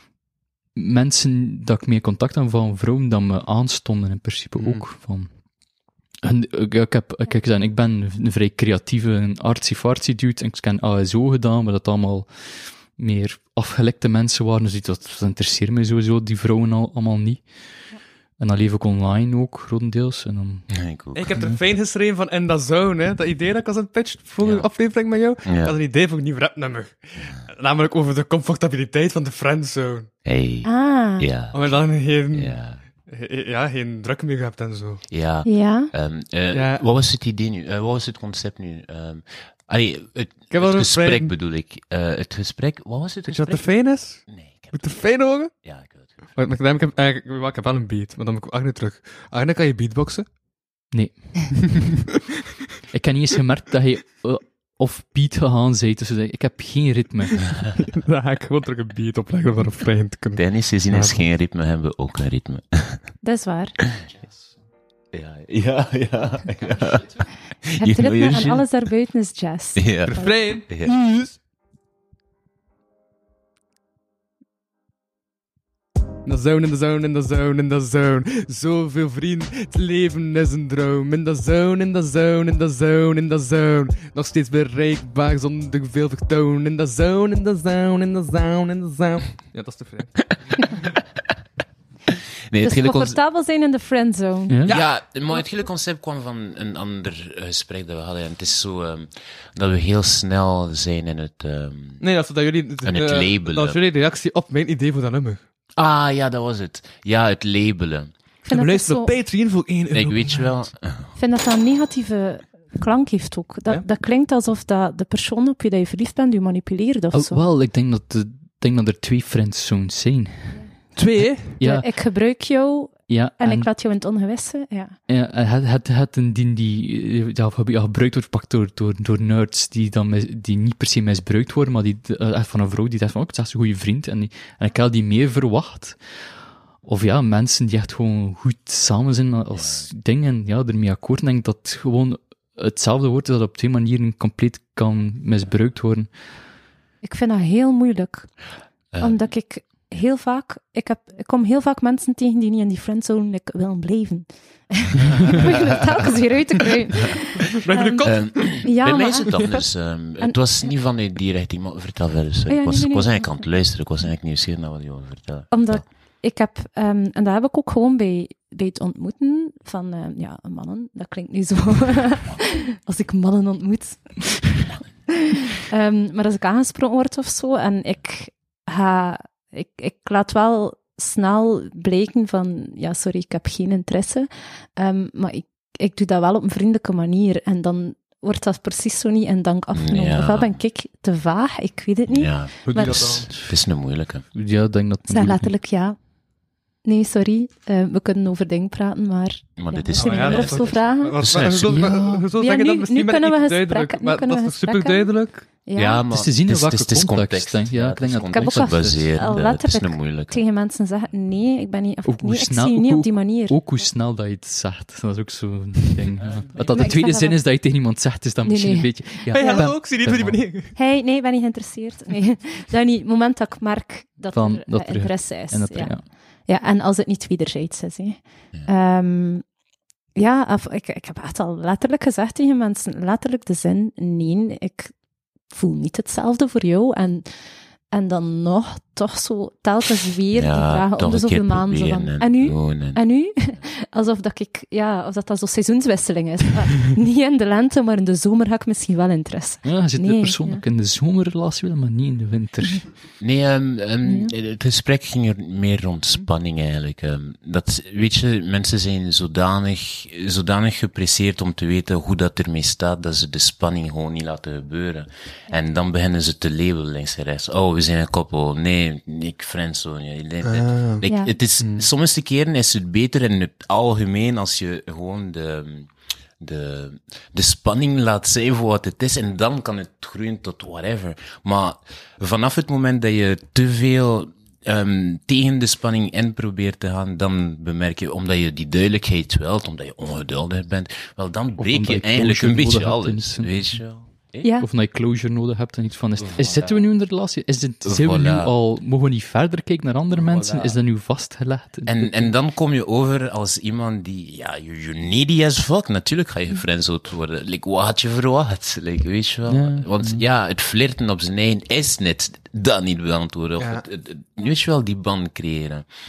Speaker 3: mensen dat ik mee in contact had van vrouwen dat me aanstonden in principe ook. Van. En ik ben een vrij creatieve, een artsy-fartsy dude, en ik heb ASO gedaan, maar dat allemaal meer afgelekte mensen waren, dus dat interesseert mij sowieso, die vrouwen allemaal niet. En dan leef ik online ook, grotendeels. En dan...
Speaker 6: Ik ook.
Speaker 2: Ik heb er fijn geschreven van In The Zone, hè. Dat idee dat ik als een pitch vorige aflevering met jou.
Speaker 6: Ja.
Speaker 2: Ik had een idee voor een nieuw rapnummer. Namelijk over de comfortabiliteit van de friendzone.
Speaker 6: Hey.
Speaker 4: Ah,
Speaker 6: Ja.
Speaker 2: Omdat je dan geen,
Speaker 6: Ja.
Speaker 2: geen druk meer hebt en zo.
Speaker 6: Ja.
Speaker 4: ja.
Speaker 6: Wat was het idee nu? Wat was het concept nu? Het
Speaker 2: heb wel een
Speaker 6: gesprek
Speaker 2: fijn-
Speaker 6: bedoel ik. Het gesprek, wat was het
Speaker 2: Weet je wat
Speaker 6: gesprek?
Speaker 2: er fijn is?
Speaker 6: Nee, ik heb
Speaker 2: Moet er fijn horen?
Speaker 6: Ja, ik weet het.
Speaker 2: Maar ik heb wel een beat, maar dan moet ik Agne terug. Agne, kan je beatboxen?
Speaker 3: Nee. Ik heb niet eens gemerkt dat je of beat gegaan bent. Dus ik heb geen ritme.
Speaker 2: Dan ga ik gewoon terug een beat opleggen om een refrein te kunnen.
Speaker 6: Dennis, gezien als geen ritme hebben we ook een ritme.
Speaker 4: Dat is waar.
Speaker 6: Ja.
Speaker 4: Het ritme en alles daarbuiten is jazz.
Speaker 6: Ja.
Speaker 2: Refrein!
Speaker 6: Ja.
Speaker 2: In the zone, in the zone, in the zone, in the zone. Zoveel vrienden, het leven is een droom. In the zone, in the zone, in the zone, in the zone. Nog steeds bereikbaar zonder veel vertoon. In the zone, in the zone, in the zone, in the zone. Ja, dat is te veel.
Speaker 6: Nee, het
Speaker 4: Dus
Speaker 6: hele
Speaker 4: comfortabel zijn in de friendzone.
Speaker 3: Ja?
Speaker 6: Ja, maar het hele concept kwam van een ander gesprek dat we hadden. En het is zo dat we heel snel zijn in het...
Speaker 2: Nee, dat is dat jullie...
Speaker 6: En het labelen.
Speaker 2: Dat is jullie reactie op mijn idee voor dat nummer.
Speaker 6: Ah, ja, dat was het. Ja, het labelen.
Speaker 4: Ik vind dat
Speaker 2: Luister
Speaker 4: zo-
Speaker 2: op Patreon voor 1 euro.
Speaker 6: Ik weet je wel...
Speaker 4: Ik vind dat dat een negatieve klank heeft ook. Dat,
Speaker 2: Ja?
Speaker 4: dat klinkt alsof dat de persoon op wie dat je verliefd bent, je manipuleert of zo.
Speaker 3: Wel, ik denk dat er 2 friendzones zijn.
Speaker 2: 2, hè?
Speaker 3: Ja,
Speaker 4: Ik gebruik jou
Speaker 3: ja
Speaker 4: en ik laat jou in het ongewisse. Ja.
Speaker 3: Ja, het een die gebruikt wordt gepakt door nerds die niet per se misbruikt worden, maar die echt van een vrouw die zegt van, ik zeg een goede vriend, en ik had die meer verwacht. Of ja, mensen die echt gewoon goed samen zijn als dingen, ja, ermee akkoord. Ik denk dat het gewoon hetzelfde wordt dat op 2 manieren compleet kan misbruikt worden.
Speaker 4: Ik vind dat heel moeilijk. Omdat ik heel vaak... Ik kom heel vaak mensen tegen die niet in die friendzone willen blijven. Ik probeer er telkens weer uit te kruipen.
Speaker 2: Blijf de kop.
Speaker 4: Ja,
Speaker 6: Bij mij
Speaker 4: maar
Speaker 6: is het anders. Het was niet vanuit die richting, maar vertel verder. Sorry.
Speaker 4: Ja,
Speaker 6: Ik was
Speaker 4: nee.
Speaker 6: eigenlijk aan het luisteren. Ik was eigenlijk nieuwsgierig naar wat je wilde vertellen.
Speaker 4: Omdat ik heb, en dat heb ik ook gewoon bij het ontmoeten van mannen. Dat klinkt niet zo als ik mannen ontmoet. Maar als ik aangesproken word of zo, en ik laat wel snel blijken van, ja, sorry, ik heb geen interesse. Maar ik doe dat wel op een vriendelijke manier. En dan wordt dat precies zo niet in dank afgenomen.
Speaker 6: Ja.
Speaker 4: Ofwel ben ik te vaag, ik weet het niet.
Speaker 6: Ja,
Speaker 2: Hoe doe
Speaker 4: Maar-
Speaker 2: je dat dan?
Speaker 6: het is een moeilijke.
Speaker 3: Ja, ik denk dat...
Speaker 4: Zeg letterlijk ja. Nee, sorry. We kunnen over dingen praten, maar...
Speaker 6: Maar
Speaker 4: ja,
Speaker 6: dit is
Speaker 4: misschien
Speaker 2: Oh ja,
Speaker 4: meer
Speaker 2: dat
Speaker 4: of
Speaker 2: is-
Speaker 4: zo vragen.
Speaker 2: Maar
Speaker 6: is
Speaker 2: je zult
Speaker 3: ja.
Speaker 2: zeggen
Speaker 4: Ja,
Speaker 2: dat
Speaker 4: nu
Speaker 2: misschien ben
Speaker 4: kunnen
Speaker 2: ik
Speaker 4: we
Speaker 2: niet
Speaker 4: gesprek-
Speaker 2: duidelijk.
Speaker 4: nu
Speaker 2: Maar
Speaker 4: kunnen
Speaker 2: dat
Speaker 4: we
Speaker 2: is super
Speaker 4: gesprek hebben.
Speaker 2: duidelijk.
Speaker 4: Ja,
Speaker 6: maar
Speaker 3: Het is te zien in
Speaker 6: het
Speaker 3: welke
Speaker 6: het is
Speaker 3: context, denk ik. Ja, ik denk dat-
Speaker 4: Ik heb ook al
Speaker 6: gebaseerd.
Speaker 4: al
Speaker 6: Het is
Speaker 4: letterlijk
Speaker 6: een moeilijke.
Speaker 4: tegen mensen zeggen, nee, ik ben niet... Of
Speaker 3: Ook hoe
Speaker 4: nee, ik
Speaker 3: snel-
Speaker 4: zie je niet
Speaker 3: ook-
Speaker 4: op die manier.
Speaker 3: Ook hoe snel dat je het zegt. Dat is ook zo'n ding. Ja. Dat
Speaker 4: maar
Speaker 3: dat de
Speaker 4: ik
Speaker 3: tweede
Speaker 4: zeg
Speaker 3: zin
Speaker 4: dat-
Speaker 3: is dat je tegen iemand zegt, is dan
Speaker 4: Nee,
Speaker 3: misschien
Speaker 4: nee.
Speaker 3: een beetje... Ja,
Speaker 2: Hey,
Speaker 3: ben-
Speaker 2: hallo, ik zie niet
Speaker 3: ben
Speaker 2: voor die
Speaker 3: van-
Speaker 2: meneer.
Speaker 4: Hey, nee, ik ben niet geïnteresseerd. Nee, dat niet. Het moment dat ik merk dat
Speaker 3: Van-
Speaker 4: er
Speaker 3: dat er-
Speaker 4: interesse is.
Speaker 3: En dat,
Speaker 4: ja.
Speaker 3: ja.
Speaker 4: Ja, en als het niet wederzijds is. Hè. Ik heb echt al letterlijk gezegd tegen mensen, letterlijk de zin, nee, ik voel niet hetzelfde voor jou. En dan nog toch zo telkens weer die vragen om
Speaker 6: toch
Speaker 4: de
Speaker 6: een
Speaker 4: zoveel
Speaker 6: keer
Speaker 4: maanden. Zo van,
Speaker 6: proberen
Speaker 4: en nu?
Speaker 6: doen en-
Speaker 4: En nu? Alsof dat zo seizoenswisseling is. Niet in de lente, maar in de zomer heb ik misschien wel interesse.
Speaker 3: Ja, je zit
Speaker 4: Nee,
Speaker 3: persoonlijk in de zomerrelatie willen, maar niet in de winter.
Speaker 6: Nee, het gesprek ging er meer rond spanning eigenlijk. Weet je, mensen zijn zodanig gepresseerd om te weten hoe dat ermee staat, dat ze de spanning gewoon niet laten gebeuren. En dan beginnen ze te labelen links en rechts. Oh, we zijn een koppel. Nee, ik friendzone je.
Speaker 4: Ja.
Speaker 6: Het is, sommige keren is het beter in het algemeen als je gewoon de spanning laat zijn voor wat het is, en dan kan het groeien tot whatever. Maar vanaf het moment dat je te veel tegen de spanning in probeert te gaan, dan bemerk je, omdat je die duidelijkheid wilt, omdat je ongeduldig bent, wel, dan breek
Speaker 3: omdat
Speaker 6: je
Speaker 3: je
Speaker 6: eigenlijk
Speaker 3: closure
Speaker 6: een beetje
Speaker 3: nodig hebt en
Speaker 6: alles,
Speaker 3: iets.
Speaker 6: weet je wel.
Speaker 4: Ja.
Speaker 3: Of dat je closure nodig hebt en iets van... Zitten we nu in de relatie? Zijn we nu
Speaker 6: Voilà.
Speaker 3: al... Mogen we niet verder kijken naar andere mensen? Is dat nu vastgelegd?
Speaker 6: En dan kom je over als iemand die, ja, you're needy as fuck. Natuurlijk ga je gefriendzoned worden. Like, wat had je verwacht? Like, weet je wel?
Speaker 3: Ja.
Speaker 6: Want ja, het flirten op zijn eigen is net dat niet beantwoorden. Of
Speaker 2: Ja.
Speaker 6: weet je wel, die band creëren.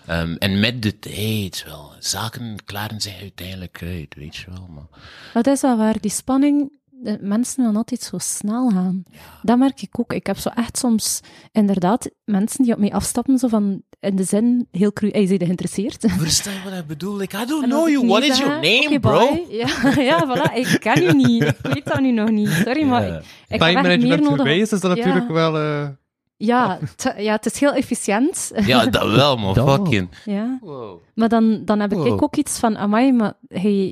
Speaker 6: En met de tijd wel. Zaken klaren zich uiteindelijk uit, weet je wel. Maar...
Speaker 4: Dat is wel waar, die spanning, de mensen willen altijd zo snel gaan. Ja. Dat merk ik ook. Ik heb zo echt soms, inderdaad, mensen die op mij afstappen, zo van, in de zin, heel cru, hey, zijn je geïnteresseerd?
Speaker 6: Verstaan je wat ik bedoel? Like, I don't know you, what is your name,
Speaker 4: okay,
Speaker 6: bro?
Speaker 4: Ja, voilà, ik ken je niet. Ik weet dat nu nog niet. Sorry, maar ik heb echt meer nodig.
Speaker 2: Is dat natuurlijk wel...
Speaker 4: Ja, het is heel efficiënt.
Speaker 6: Ja, dat wel, maar fucking...
Speaker 4: Ja. Wow. Maar dan heb ik ook iets van, amai, maar hij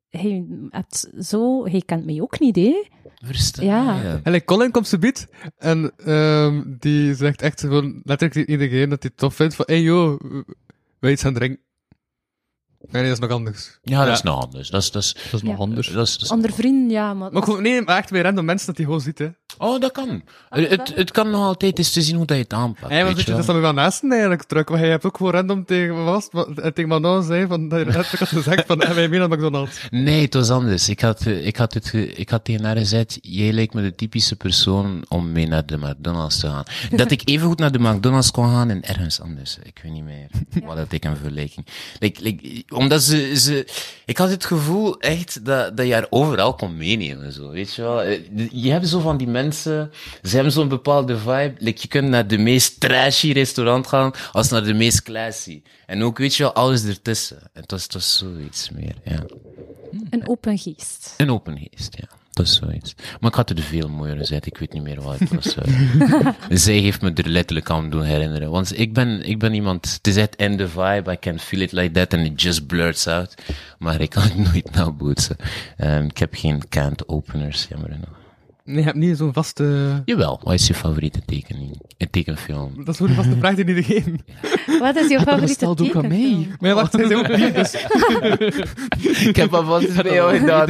Speaker 4: kent mij ook niet, hè?
Speaker 6: Verstaan.
Speaker 4: Ja.
Speaker 2: En Colin komt subiet en die zegt echt gewoon letterlijk iedereen dat hij het tof vindt van, hey joh, wil je iets gaan drinken? Nee, dat is nog anders.
Speaker 6: Ja, dat is nog anders. Dat
Speaker 3: is nog anders.
Speaker 6: Dat is
Speaker 4: Ander vriend, ja. Maar
Speaker 2: echt weer random mensen dat hij gewoon ziet, hè.
Speaker 6: Oh, dat kan. Het kan nog altijd eens te zien hoe dat je het aanpakt.
Speaker 2: Ja, want dat is dan wel naast eigenlijk terug. Want je hebt ook gewoon random tegen Manon zei van, dat je letterlijk had gezegd van, wij mee naar McDonald's.
Speaker 6: Nee, het was anders. Ik had tegen haar gezegd, jij lijkt me de typische persoon om mee naar de McDonald's te gaan. Dat ik even goed naar de McDonald's kon gaan en ergens anders. Ik weet niet meer wat dat ik een vergelijking. Omdat ik had het gevoel echt dat je haar overal kon meenemen, zo, weet je wel. Je hebt zo van die mensen, ze hebben zo'n bepaalde vibe. Je kunt naar de meest trashy restaurant gaan, als naar de meest classy. En ook, weet je wel, alles ertussen. En het was zoiets meer, ja.
Speaker 4: Een open geest.
Speaker 6: Een open geest, ja. Dat is zoiets. Maar ik had er veel mooier gezegd. Ik weet niet meer wat het was. Zij heeft me er letterlijk aan doen herinneren. Want ik ben iemand... Het is echt in the vibe. I can feel it like that. And it just blurts out. Maar ik kan het nooit nabootsen. Ik heb geen canned openers. Jammer genoeg.
Speaker 2: Nee, je hebt niet zo'n vaste...
Speaker 6: Jawel. Wat is je favoriete tekenfilm?
Speaker 2: Dat is gewoon de vaste vraag die niet geven.
Speaker 4: Wat is je favoriete
Speaker 3: tekenfilm? Ook aan mij.
Speaker 2: Maar ja, wacht, hij is ook niet, dus...
Speaker 6: Ik heb al wat bij jou gedaan,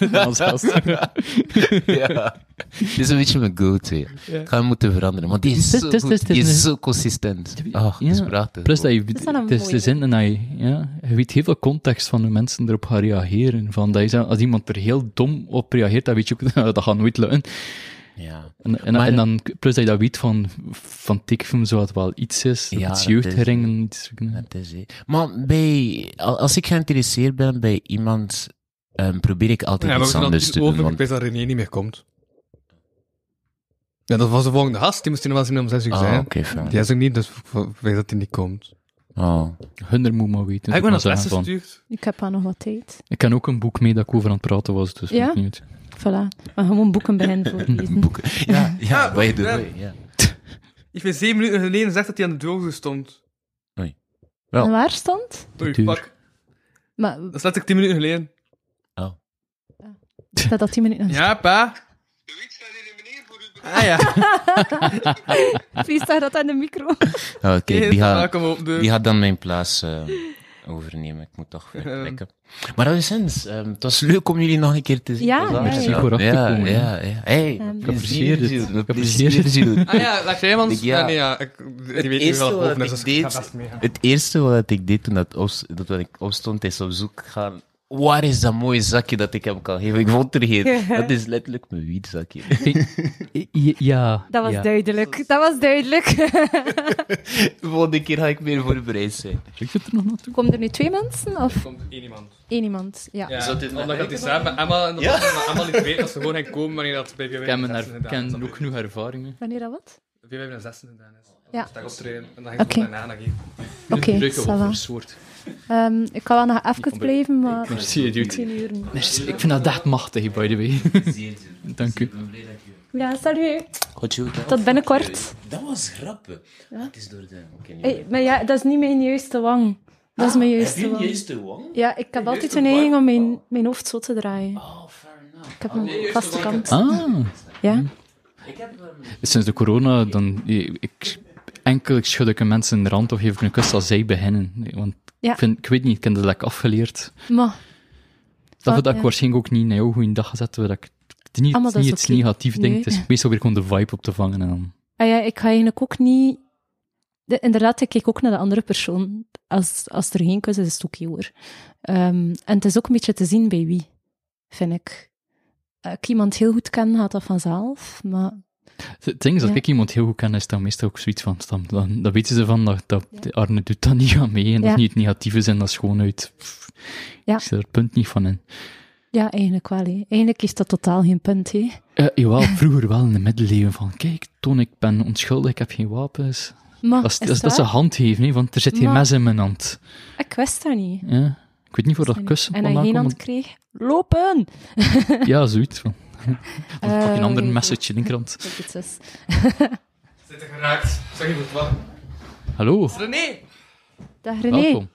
Speaker 6: ja. Dit is een beetje mijn go-to. Ik ga hem moeten veranderen. Maar die is zo goed. Die is zo consistent. Oh, dat is prachtig.
Speaker 3: Plus dat je... Het is de zin dat je weet heel veel context van hoe mensen erop gaan reageren. Van dat je, als iemand er heel dom op reageert, dan weet je ook dat gaat nooit lukken.
Speaker 6: Ja.
Speaker 3: En dan, plus dat je dat weet van tekenfilm, zo wat wel iets is,
Speaker 6: ja,
Speaker 3: iets jeugdherinneringen.
Speaker 6: Dat is het. Maar als ik geïnteresseerd ben bij iemand, probeer ik altijd iets anders te doen.
Speaker 2: Ik weet dat René niet meer komt. Ja, dat was de volgende gast, die moest hij nog wel zien om 6 uur zijn.
Speaker 6: Okay, fijn.
Speaker 2: Die is ook niet, dus ik weet dat hij niet komt.
Speaker 6: Oh.
Speaker 3: Hunner moet maar weten.
Speaker 2: Heb ik me een adres gestuurd?
Speaker 4: Ik heb al nog wat tijd.
Speaker 3: Ik heb ook een boek mee dat ik over aan het praten was, dus
Speaker 4: ja?
Speaker 3: Niet.
Speaker 4: Voilà. Maar gewoon boeken beginnen voorlezen.
Speaker 6: Boeken. Ja, wat je doet. Ja.
Speaker 2: Ik vind 7 minuten geleden gezegd dat hij aan de doge stond.
Speaker 6: Oei.
Speaker 4: En waar stond?
Speaker 2: Oei, fuck.
Speaker 4: Maar...
Speaker 2: Dat is letterlijk 10 minuten geleden.
Speaker 6: Oh.
Speaker 4: Staat dat 10 minuten?
Speaker 2: Ja, pa. Ah ja.
Speaker 4: Wie staat dat aan de micro?
Speaker 6: Oké, die gaat dan mijn plaats overnemen. Ik moet toch vertrekken. Maar alleszins, het was leuk om jullie nog een keer te zien.
Speaker 4: Ja,
Speaker 6: ja. Hey,
Speaker 3: ik apprecieer het.
Speaker 2: Ah ja, laat jij ons...
Speaker 6: Het eerste wat ik deed toen ik opstond, is op zoek gaan... Waar is dat mooie zakje dat ik hem kan geven? Ik vond er geen. Dat is letterlijk mijn wietzakje.
Speaker 3: Ja.
Speaker 4: Dat was duidelijk. Dat was duidelijk.
Speaker 6: De volgende keer ga ik meer voorbereid zijn.
Speaker 3: Ik zit er nog naartoe.
Speaker 4: Komen er nu 2 mensen? Of?
Speaker 2: Er komt 1 iemand.
Speaker 4: 1 iemand, ja.
Speaker 2: Omdat gaat hij samen met Emma en Emma niet weet dat ze gewoon gaan komen wanneer dat bij
Speaker 3: ik ken ook genoeg ervaringen.
Speaker 4: Wanneer dat wat?
Speaker 2: Bij hebben een 6 gedaan is.
Speaker 4: Ja.
Speaker 2: Dat optreden en dan ga ik daarna naar geven.
Speaker 4: Oké, ik kan wel nog even blijven, maar...
Speaker 3: Merci, ik vind dat echt machtig, by the way. Dank u.
Speaker 4: Ja, salut.
Speaker 6: Goed,
Speaker 4: tot binnenkort.
Speaker 6: Dat was grappig. Ja? Het is door de...
Speaker 4: Hey, maar ja, dat is niet mijn juiste wang. Dat is mijn juiste wang.
Speaker 6: Juiste wang?
Speaker 4: Ja, ik heb altijd een neiging om mijn hoofd zo te draaien.
Speaker 6: Oh, fair enough.
Speaker 4: Ik heb een vaste kant.
Speaker 3: Ja? Sinds de corona, dan... Ik schud ik mensen in de rand of geef ik een kus als zij beginnen. Want ik weet niet, ik heb dat lekker afgeleerd.
Speaker 4: Maar...
Speaker 3: Dat ik waarschijnlijk ook niet naar jou goeiedag gezet, dat ik het niet iets negatiefs denk. Het is meestal weer gewoon de vibe op te vangen. En dan...
Speaker 4: ik ga eigenlijk ook niet... Inderdaad, ik kijk ook naar de andere persoon. Als er geen kus is, is het oké hoor. En het is ook een beetje te zien bij wie, vind ik. Ik iemand heel goed ken, gaat dat vanzelf. Maar
Speaker 3: Het ding is, als ik iemand heel goed ken, is dat meestal ook zoiets van, dan weten ze van, dat Arne doet dat niet aan mee, en dat is niet het negatieve zin, dat is gewoon uit, ik zie er het punt niet van in.
Speaker 4: Ja, eigenlijk wel, hè. Eigenlijk is dat totaal geen punt, hè.
Speaker 3: Jawel, vroeger wel in de middeleeuwen, van kijk, Toon, ik ben onschuldig, ik heb geen wapens.
Speaker 4: Maar,
Speaker 3: Dat is een handgeven, hè, want er zit geen mes in mijn hand.
Speaker 4: Ik wist dat niet.
Speaker 3: Ja, ik weet niet voor dat kussen
Speaker 4: En als je geen hand kreeg, lopen!
Speaker 3: Ja, zoiets van. Dan pak je een ander message in de krant.
Speaker 4: Zit er
Speaker 2: geraakt. Zeg je wat?
Speaker 3: Hallo.
Speaker 2: René!
Speaker 4: Dag René.
Speaker 3: Welkom.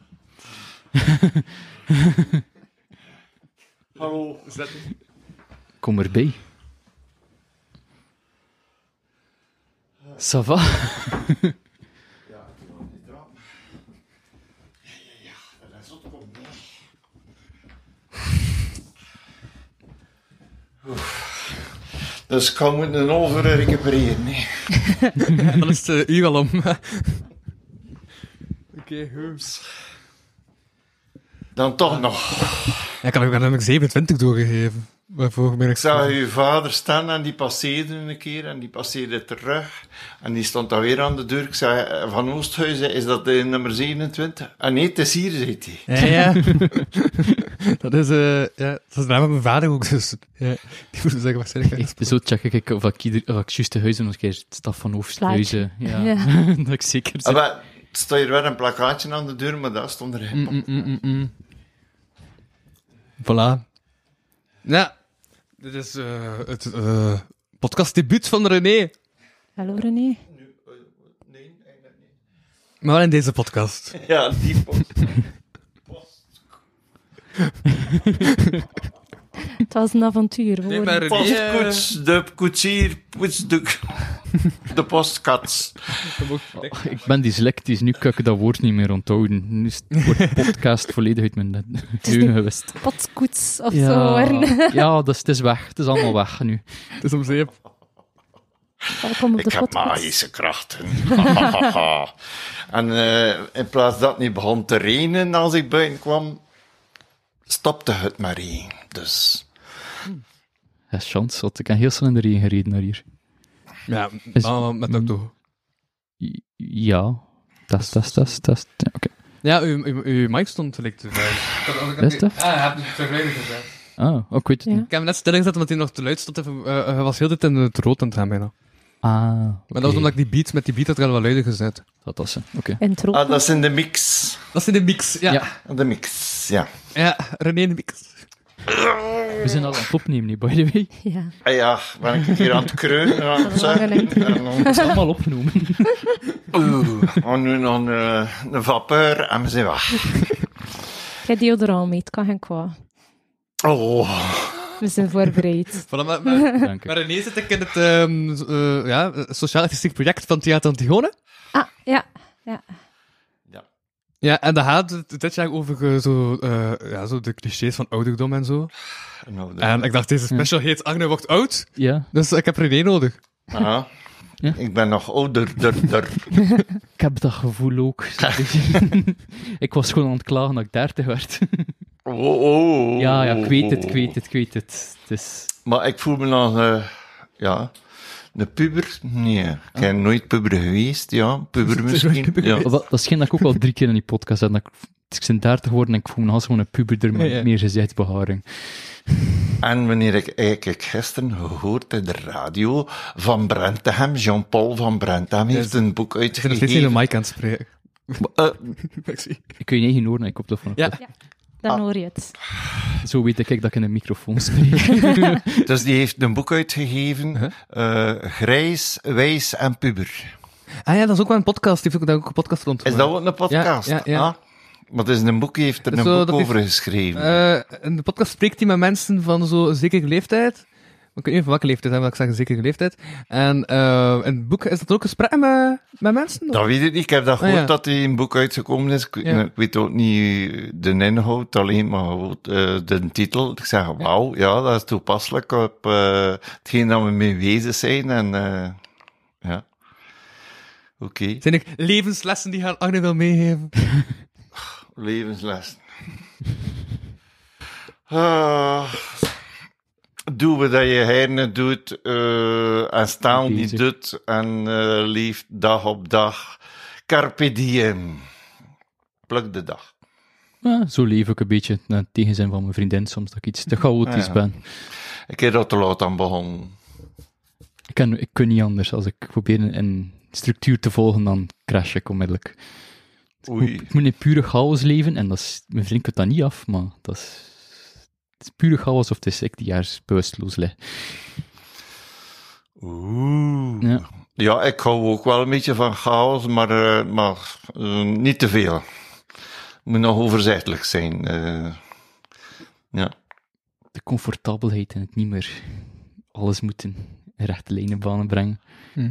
Speaker 5: Hallo.
Speaker 3: Kom erbij. Ça va?
Speaker 5: Dus ik kan moeten een half uur recupereren.
Speaker 2: Dan is het uur al om. Oké, goed.
Speaker 5: Dan toch nog.
Speaker 2: Ja, ik had hem 27 doorgegeven. Waarvoor ben ik
Speaker 5: Ik zag uw vader staan en die passeerde een keer en die passeerde terug. En die stond dan weer aan de deur. Ik zei, van Oosthuizen, is dat de nummer 27? Ah nee, het is hier, zei hij.
Speaker 2: Ja. Dat is de naam van mijn vader ook, dus ja, die moet zeggen waarschijnlijk.
Speaker 3: Zo check ik of ik juist de huizen nog een keer staf van Oosthuizen. Ja. Dat ik zeker zeg.
Speaker 5: Maar het staat hier wel een plakkaatje aan de deur, maar daar stond er geen.
Speaker 2: Voilà. Ja, dit is het podcastdebuut van René.
Speaker 4: Hallo René.
Speaker 5: Nee, eigenlijk niet.
Speaker 2: Maar wel in deze podcast.
Speaker 5: Ja, die post.
Speaker 4: Het was een avontuur.
Speaker 2: Nee, maar René,
Speaker 5: Postkoets, de koetsier, de postkat.
Speaker 3: Ik ben dyslectisch, nu kan ik dat woord niet meer onthouden. Nu is het woord podcast volledig uit mijn geheugen gewist.
Speaker 4: Potskoets of zo. Hoor.
Speaker 3: Ja, dus het is weg. Het is allemaal weg nu.
Speaker 2: Het is om zeep.
Speaker 4: Welkom op de
Speaker 5: Ik heb
Speaker 4: podcast.
Speaker 5: magische krachten. En in plaats dat het niet begon te regenen als ik buiten kwam, stopte het maar regen. Dus
Speaker 3: Dat is chance, want ik heb heel snel in de regen gereden naar hier.
Speaker 2: Ja,
Speaker 3: Is-
Speaker 2: allemaal met de auto.
Speaker 3: Ja, dat is. Ja, oké.
Speaker 2: Ja, uw mic stond gelijk te luid.
Speaker 3: Is dat?
Speaker 2: Ah, hij heeft het vergelijking gezet.
Speaker 3: Ik weet het
Speaker 4: Ja.
Speaker 3: niet.
Speaker 2: Ik heb hem net stilgezet omdat hij nog te luid stond. Hij was heel de tijd in het rood aan het gaan bijna. Maar dat was omdat ik met die beat had ik al wel luider gezet.
Speaker 3: Dat was ze, oké.
Speaker 4: Intro.
Speaker 5: dat is in de mix.
Speaker 2: Dat is in de mix, ja.
Speaker 3: Ja.
Speaker 5: De mix, ja.
Speaker 2: Ja, René in de mix.
Speaker 3: We zijn al aan het opnemen, niet, by the way.
Speaker 4: Ja.
Speaker 5: Ah ja, ben ik hier aan het kreunen. Aan het zeggen. En dan-
Speaker 3: Het is allemaal opgenomen.
Speaker 5: en nu nog een vapeur en we zijn weg.
Speaker 4: Ik heb deodorant mee, het kan geen kwaad.
Speaker 5: Oh,
Speaker 4: We zijn voorbereid.
Speaker 2: Voilà, maar
Speaker 3: Dank u.
Speaker 2: René zit ik in het sociaal-artistiek project van Theater Antigone.
Speaker 4: Ah, ja.
Speaker 2: Ja, en dat gaat dit jaar over zo de clichés van ouderdom en zo. En ik dacht, deze special heet Arne wordt oud,
Speaker 3: Ja,
Speaker 2: dus ik heb René nodig.
Speaker 5: ja.
Speaker 3: Ja.
Speaker 5: Ik ben nog ouder.
Speaker 3: ik heb dat gevoel ook. Ik was gewoon aan het klagen dat ik 30 werd.
Speaker 5: Oh.
Speaker 3: Ja, ik weet het. Het is...
Speaker 5: Maar ik voel me nog, een puber? Nee, ik ben nooit puber geweest, ja. Puber misschien, ja.
Speaker 3: Dat is geen dat ik ook al 3 keer in die podcast heb. Ik ben 30 geworden en ik voel me als gewoon een puberder met
Speaker 2: Ja.
Speaker 3: meer gezichtsbeharing.
Speaker 5: En wanneer ik gisteren gehoord in de radio van Brentham, Jean-Paul van Brentham heeft een boek
Speaker 2: Ik ben nog steeds niet in de
Speaker 5: uitgegeven.
Speaker 2: mic aan het spreken. Ik zie.
Speaker 3: Ik kun je niet horen en ik koptelefoon op.
Speaker 2: Ja.
Speaker 4: Dan hoor je het.
Speaker 3: Zo weet ik dat ik in een microfoon spreek.
Speaker 5: Dus die heeft een boek uitgegeven, Grijs, Wijs en Puber.
Speaker 2: Ah ja, dat is ook wel een podcast. Die heeft ook daar ook een podcast rond.
Speaker 5: Is dat ook een podcast?
Speaker 2: Ja.
Speaker 5: Ah, maar het is een boek, hij heeft er
Speaker 2: Dus
Speaker 5: een
Speaker 2: zo,
Speaker 5: boek
Speaker 2: dat
Speaker 5: over
Speaker 2: heeft-
Speaker 5: geschreven.
Speaker 2: In de podcast spreekt hij met mensen van zo'n zekere leeftijd. Ik weet niet van welke leeftijd, maar ik zeg een zekere leeftijd. En in het boek is dat ook gesprekken met mensen?
Speaker 5: Dat weet ik niet. Ik heb dat gehoord
Speaker 2: ja.
Speaker 5: dat hij een boek uitgekomen is. Ik weet ook niet de inhoud, alleen maar gewoon, de titel. Ik zeg, wauw, ja, dat is toepasselijk op hetgeen dat we mee bezig zijn. En ja, oké.
Speaker 2: Zijn er levenslessen die Arne wil meegeven?
Speaker 5: Levenslessen. Ah, Doe wat je hersenen doet en staan niet doet en leeft dag op dag. Carpe diem. Pluk de dag.
Speaker 3: Ja, zo leef ik een beetje, naar het tegenzin van mijn vriendin, soms dat ik iets te chaotisch ben.
Speaker 5: Ik heb er te laat aan begonnen.
Speaker 3: Ik kan niet anders. Als ik probeer een structuur te volgen, dan crash ik onmiddellijk. Ik moet in pure chaos leven, en mijn vriend kunt dat niet af, maar het is pure chaos of het is ik die juist bewusteloos lig.
Speaker 5: Ja, ik hou ook wel een beetje van chaos, maar niet te veel. Moet nog overzichtelijk zijn. Ja.
Speaker 3: De comfortabelheid en het niet meer alles moeten in rechte lijnenbanen brengen.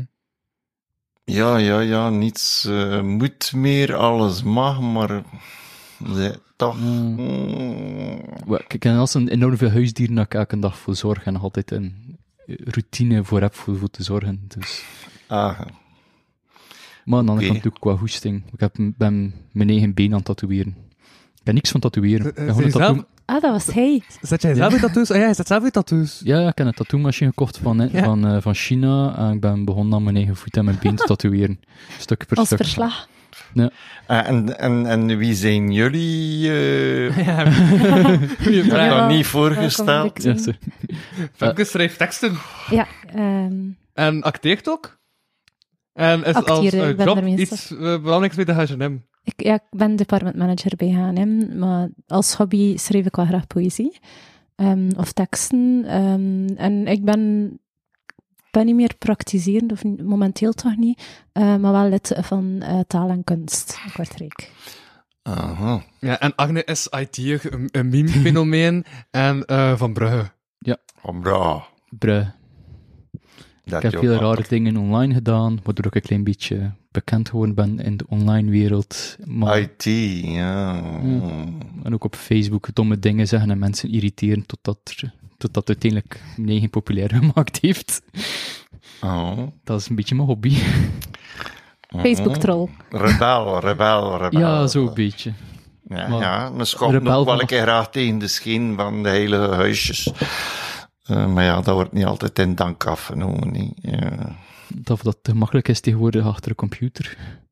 Speaker 5: Ja, niets moet meer, alles mag, maar toch.
Speaker 3: Ik ken als een enorm veel huisdieren dat ik elke dag voor zorg en nog altijd een routine voor heb voor te zorgen. Dus. Maar aan de andere kant ook qua hoesting. Ik ben mijn eigen been aan het tatoeëren. Ik heb niks van tatoeëren.
Speaker 4: Dat was hij.
Speaker 2: Zet jij zelf je tattoos? Ja, je zet zelf je tattoos.
Speaker 3: Ja, ik heb een tattoo-machine gekocht van China. En ik ben begonnen aan mijn eigen voet en mijn been te tatoeëren. Stuk per
Speaker 4: als
Speaker 3: stuk.
Speaker 4: verslag.
Speaker 3: Ja.
Speaker 5: En wie zijn jullie?
Speaker 2: Goeie vraag.
Speaker 5: Nog niet voorgesteld.
Speaker 2: Femke schrijft teksten.
Speaker 4: Ja.
Speaker 2: En acteert ook. En is
Speaker 4: Acteren,
Speaker 2: als
Speaker 4: ik ben
Speaker 2: job
Speaker 4: er meestal.
Speaker 2: iets belangrijks bij de H&M.
Speaker 4: Ik ben department manager bij H&M, maar als hobby schrijf ik wel graag poëzie. Of teksten. En ik ben niet meer praktiserend, of momenteel toch niet, maar wel lid van taal en kunst in Kortrijk.
Speaker 5: Aha.
Speaker 2: Ja, en Agne is IT'er, een meme-fenomeen, en Van Brugge.
Speaker 3: Ja.
Speaker 5: Van Brugge.
Speaker 3: Ik heb veel rare dingen online gedaan, waardoor ik een klein beetje bekend geworden ben in de online wereld. Maar,
Speaker 5: IT, ja.
Speaker 3: En ook op Facebook domme dingen zeggen en mensen irriteren totdat uiteindelijk mijn eigen populair gemaakt heeft.
Speaker 5: Oh.
Speaker 3: Dat is een beetje mijn hobby.
Speaker 4: Facebook-troll.
Speaker 5: Rebel.
Speaker 3: Ja, zo'n beetje.
Speaker 5: Ja, mijn schop nog wel een keer graag tegen de scheen van de heilige huisjes. Maar ja, dat wordt niet altijd in dank afgenomen.
Speaker 3: Dat te makkelijk is tegenwoordig achter een computer.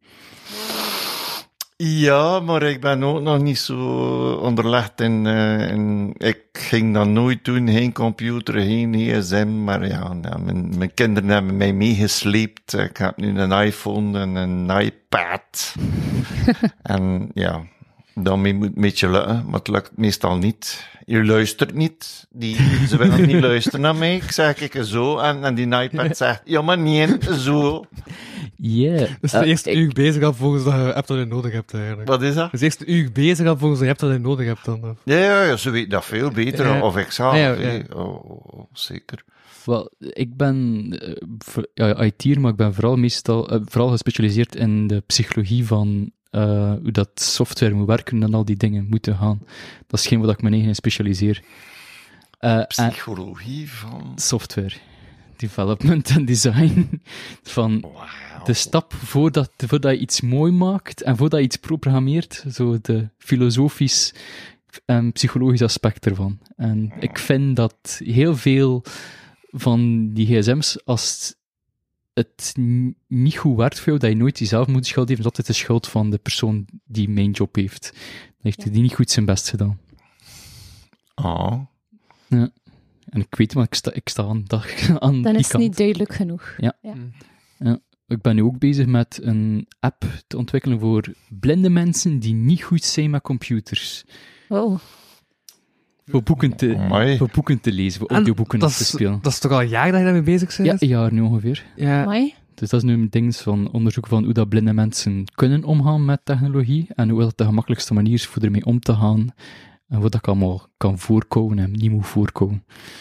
Speaker 5: Ja, maar ik ben ook nog niet zo onderlegd in ik ging dat nooit doen, geen computer, geen gsm, maar ja, mijn kinderen hebben mij meegesleept. Ik heb nu een iPhone en een iPad. En ja, daarmee moet het een beetje lukken, maar het lukt meestal niet. Je luistert niet. Ze willen niet luisteren naar mij, zeg ik zo. En die iPad zegt, ja maar niet zo.
Speaker 3: Yeah.
Speaker 2: Dus de eerste uur bezig al volgens dat je hebt dat je nodig hebt, eigenlijk.
Speaker 5: Wat is dat?
Speaker 2: Dus de eerste uur bezig al volgens dat je hebt dat je nodig hebt dan. Of?
Speaker 5: Ja, ze weet dat veel beter, of ik zou.
Speaker 2: Ja.
Speaker 5: Zeker.
Speaker 3: Wel, ik ben IT'er, maar ik ben vooral gespecialiseerd in de psychologie van hoe dat software moet werken en al die dingen moeten gaan. Dat is geen wat ik mijn eigen specialiseer.
Speaker 5: Psychologie van...
Speaker 3: Software. Development en design. Van de stap voordat je iets mooi maakt en voordat je iets programmeert. Zo de filosofisch en psychologisch aspect ervan. En ik vind dat heel veel van die gsm's, als het niet goed werkt voor jou, dat je nooit jezelf moet schuld geven, is altijd de schuld van de persoon die mijn job heeft. Dan heeft hij die niet goed zijn best gedaan.
Speaker 5: Oh.
Speaker 3: Ja. En ik weet, maar ik sta aan die kant.
Speaker 4: Dan is het niet duidelijk genoeg.
Speaker 3: Ja. Ik ben nu ook bezig met een app te ontwikkelen voor blinde mensen die niet goed zijn met computers.
Speaker 4: Oh.
Speaker 3: Voor boeken te lezen, voor audioboeken te spelen.
Speaker 2: Dat is toch al een jaar dat je daarmee bezig bent?
Speaker 3: Ja, een jaar nu ongeveer.
Speaker 2: Ja.
Speaker 4: Amai.
Speaker 3: Dus dat is nu een ding van onderzoek van hoe dat blinde mensen kunnen omgaan met technologie en hoe dat de gemakkelijkste manier is voor ermee om te gaan en wat dat allemaal kan voorkomen en niet moet voorkomen.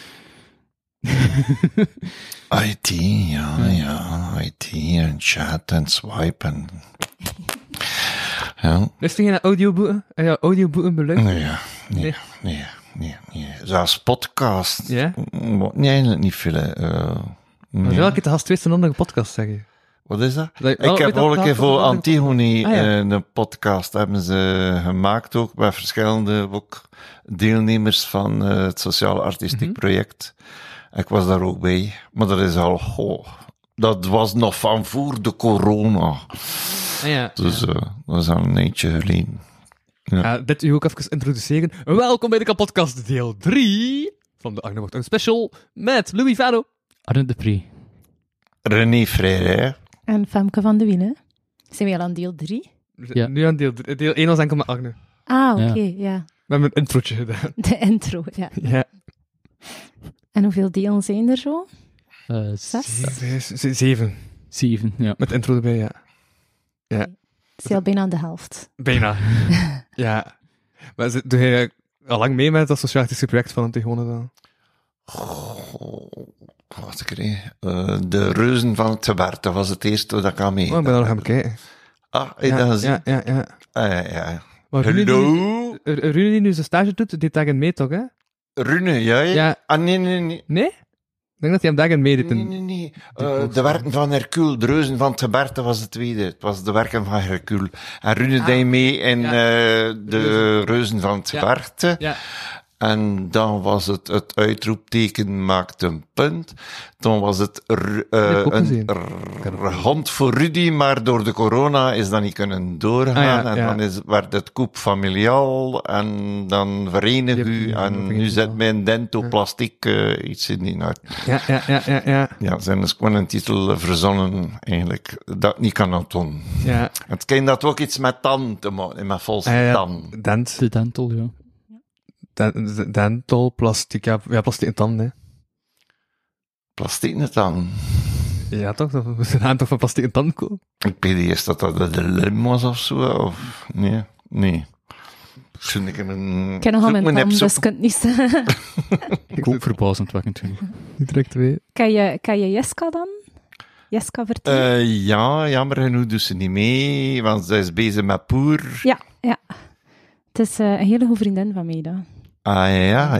Speaker 5: IT, ja, IT en chat en swipe en... Ja.
Speaker 2: Is er geen audioboeken? Ja, audioboeken beluisteren?
Speaker 5: Nee. Zelfs podcast.
Speaker 2: Ja?
Speaker 5: Nee, eigenlijk niet veel.
Speaker 2: Maar welke te gast geweest een andere podcast, zeg je?
Speaker 5: Wat is dat? Ik heb al een keer voor Antigone een podcast hebben ze gemaakt, ook met verschillende ook deelnemers van het sociaal-artistiek project. Ik was daar ook bij, maar dat is al, dat was nog van voor de corona. Dus dat is al een eindje geleden.
Speaker 2: Ja. Dit u ook even introduceren. Welkom bij de kapotkast deel 3 van de Arne Wordt Special met Louis Vano,
Speaker 3: Arne de Pre,
Speaker 5: René Frère
Speaker 4: en Femke van de Wielen. Zijn we al aan deel 3?
Speaker 2: Ja. Nu aan deel 3. Deel 1 was enkel met Arne.
Speaker 4: Oké, ja.
Speaker 2: We hebben een introotje gedaan.
Speaker 4: De intro, ja. En hoeveel delen zijn er zo? 6?
Speaker 2: 7,
Speaker 3: ja.
Speaker 2: Met intro erbij, ja.
Speaker 4: Het is al bijna aan de helft.
Speaker 2: Bijna. Ja. Maar doe je al lang mee met dat sociaal-artistiek project van Antigone dan?
Speaker 5: Wat ik kreeg. De Reuzen van Tebert, dat was het eerste dat ik aan mee.
Speaker 2: Ik ben al gaan bekijken.
Speaker 5: Heb je dat gezien?
Speaker 2: Ja.
Speaker 5: Ja.
Speaker 2: Maar
Speaker 5: Hallo?
Speaker 2: Rune die nu zijn stage doet, die dagen mee toch, hè?
Speaker 5: Rune, ja? Ah, nee.
Speaker 2: Nee? Ik denk dat hij hem dagen meedeed.
Speaker 5: Nee. De werken van Hercule, de Reuzen van Tebert, dat was het tweede. Het was de werken van Hercule. En Rune deed mee in de Reuzen van Tebert.
Speaker 2: Ja.
Speaker 5: En dan was het uitroepteken maakt een punt. Dan was het een hond voor Rudy, maar door de corona is dat niet kunnen doorgaan. En dan werd het koep familiaal en dan verenig u. En nu zet mijn dentoplastiek iets in die naart.
Speaker 2: Ja.
Speaker 5: Ja, zijn dus gewoon een titel verzonnen, eigenlijk, dat niet kan doen.
Speaker 2: Ja.
Speaker 5: Het kind dat ook iets met tand te maken, met volse tand.
Speaker 3: De dental, ja.
Speaker 2: Dental, plastic, ja, plastic en tanden, hè.
Speaker 5: Plastic in de tand.
Speaker 2: Ja, toch? We zijn toch van plastic en tanden komen?
Speaker 5: Ik weet niet eens dat de lim was of zo, of... Nee. Ik
Speaker 4: ken nogal mijn tand, dus kunt niet zeggen.
Speaker 3: Ik ook verbazendwekkend genoeg.
Speaker 2: Niet direct weet.
Speaker 4: Kan je Jeska dan? Jeska vertellen?
Speaker 5: Ja, jammer genoeg doet ze niet mee, want zij is bezig met Poer.
Speaker 4: Ja. Het is een hele goede vriendin van mij, dan.
Speaker 5: Ja.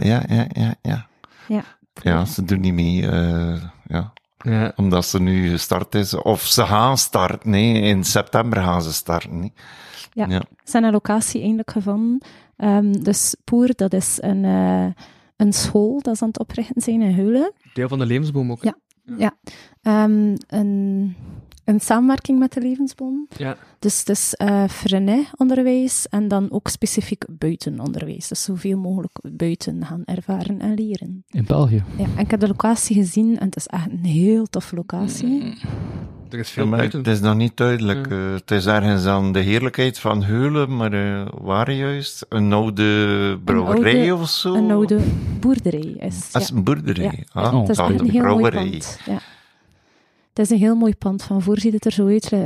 Speaker 4: Ja,
Speaker 5: ze doen niet mee, omdat ze nu gestart is. Of ze gaan starten, nee. In september gaan ze starten, nee.
Speaker 4: Ja. Ze zijn een locatie eindelijk gevonden. Dus Poer, dat is een school dat ze aan het oprichten zijn in Heulen.
Speaker 2: Deel van de levensboom ook.
Speaker 4: Ja. Een samenwerking met de levensboom.
Speaker 2: Ja.
Speaker 4: Dus het is Freinet-onderwijs en dan ook specifiek buitenonderwijs. Dus zoveel mogelijk buiten gaan ervaren en leren.
Speaker 3: In België?
Speaker 4: Ja, en ik heb de locatie gezien en het is echt een heel toffe locatie.
Speaker 2: Er is veel buiten.
Speaker 5: Het is nog niet duidelijk. Het is ergens aan de heerlijkheid van Heulen, maar waar juist? Een oude brouwerij of zo?
Speaker 4: Een oude boerderij is.
Speaker 5: Dat is een boerderij.
Speaker 4: Ja. Het is echt een heel mooi pand. Ja. Het is een heel mooi pand. Van voor ziet het er zo uit.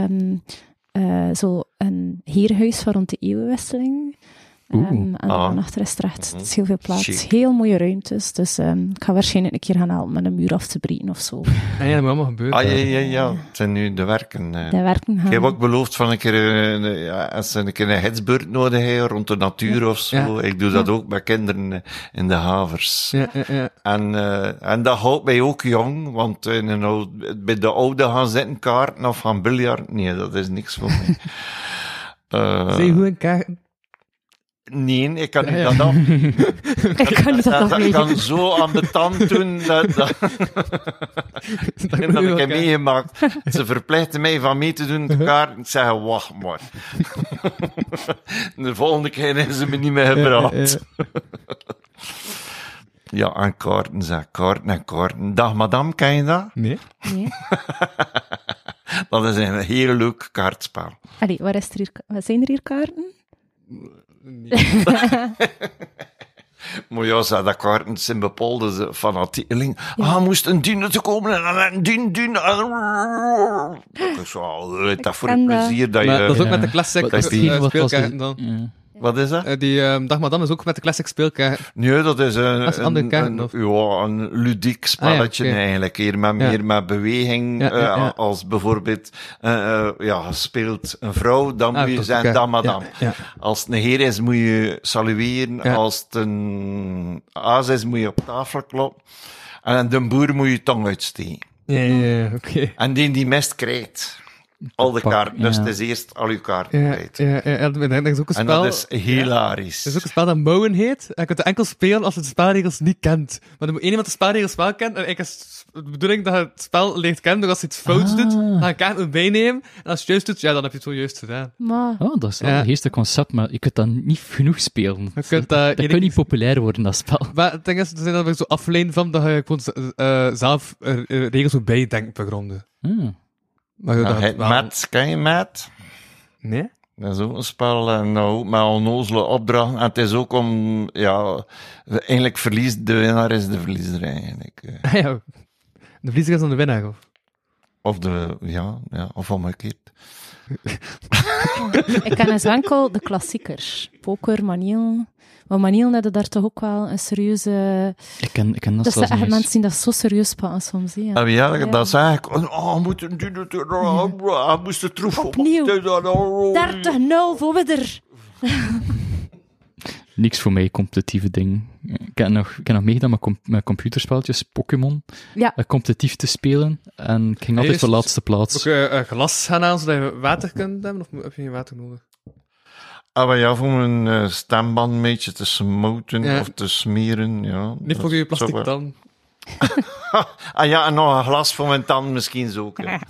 Speaker 4: Zo een herenhuis van rond de eeuwenwisseling. En dan achter is het echt, het is heel veel plaats.
Speaker 5: Chic.
Speaker 4: Heel mooie ruimtes. Dus ik ga waarschijnlijk een keer gaan helpen met een muur af te breken of zo.
Speaker 2: Ja, dat moet allemaal gebeuren.
Speaker 5: Ja. Het zijn nu de werken.
Speaker 4: De werken gaan.
Speaker 5: Ik heb ook beloofd van een keer, als ze een keer een gidsbeurt nodig hebben rond de natuur of zo.
Speaker 2: Ja.
Speaker 5: Ik doe dat ook met kinderen in de havers.
Speaker 2: Ja.
Speaker 5: En dat houdt mij ook jong, want bij de oude gaan zitten kaarten of gaan biljart, nee, dat is niks voor mij.
Speaker 2: Zie je hoe een kaarten?
Speaker 5: Nee, ik kan niet dat af. Ik kan zo aan de tand doen. Dat heb ik meegemaakt. Ze verplichten mij van mee te doen, de kaart. Ik zeg, wacht maar. De volgende keer hebben ze me niet meer gebracht. Ja, en kaarten, zeg. Kaarten. Dag, madame, ken je dat?
Speaker 2: Nee.
Speaker 5: Dat is een heel leuk kaartspel.
Speaker 4: Allee, wat zijn er hier kaarten?
Speaker 5: Maar ja, zei dat kaarten zijn bepaalde fanatiekeling. Moest een dien te komen en een dien. Dat is wel, dat voor het plezier dat je...
Speaker 2: Maar dat is ook met de classic speelkaarten dan.
Speaker 3: Ja.
Speaker 5: Wat is dat?
Speaker 2: Die Dag Madame is ook met de classic speelkaarten.
Speaker 5: Nee, dat is
Speaker 2: een
Speaker 5: ludiek spelletje eigenlijk. Hier met meer met beweging. Als bijvoorbeeld speelt een vrouw, dan moet je zeggen Dag Madame.
Speaker 2: Ja.
Speaker 5: Als het een heer is, moet je salueren. Ja. Als het een aas is, moet je op tafel kloppen. En de boer moet je tong uitsteken.
Speaker 2: Ja, oké.
Speaker 5: En die mist krijgt al de kaarten. Dus het is eerst al uw kaarten kwijt.
Speaker 2: Dat is ook een spel...
Speaker 5: En dat is hilarisch.
Speaker 2: Er is ook een spel dat Mowen heet. En je kunt het enkel spelen als je de spelregels niet kent. Maar er moet één iemand de spelregels wel kent. En ik is de bedoeling dat je het spel leert kennen. Dus als je iets fouts doet, dan ga je kaart moet bijnemen. En als je het juist doet, dan heb je het wel juist gedaan.
Speaker 4: Maar...
Speaker 3: Oh, dat is wel een geestig concept, maar je kunt dat niet genoeg spelen.
Speaker 2: Dat
Speaker 3: kan niet populair worden, dat spel.
Speaker 2: Maar het ding is, er zijn er zo afleidingen van dat je gewoon zelf regels moet bijdenken per ronde. Maar
Speaker 5: Matt, ken je Matt?
Speaker 2: Nee?
Speaker 5: Dat is ook een spel, nou, met onnozele opdrachten. En het is ook om, eigenlijk verliest de winnaar is de verliezer eigenlijk.
Speaker 2: Ja, de verliezer is dan de winnaar, of?
Speaker 5: Of of omgekeerd.
Speaker 4: Ik ken eens enkel de klassiekers. Poker, Maniel. Maar Maniel hadden daar toch ook wel een serieuze...
Speaker 3: Ik ken dat
Speaker 4: dat
Speaker 3: zelfs
Speaker 4: zijn
Speaker 3: niet
Speaker 4: mensen
Speaker 3: eens.
Speaker 4: die dat zo serieus pakken soms.
Speaker 5: Dat is eigenlijk... moest de troef
Speaker 4: opnieuw. 30-0 voor Widder.
Speaker 3: Niks voor mij, competitieve dingen. Ik heb nog meegedaan met computerspelletjes, Pokémon.
Speaker 4: Ja.
Speaker 3: Competitief te spelen. En ik ging altijd voor de laatste plaats.
Speaker 2: Ook glas gaan aan, zodat je water kunt hebben? Of heb je geen water nodig?
Speaker 5: Voor een stemband een beetje te smoten of te smeren, ja.
Speaker 2: Niet voor je plastic tand.
Speaker 5: En nog een glas voor mijn tand misschien zo ook. Ja.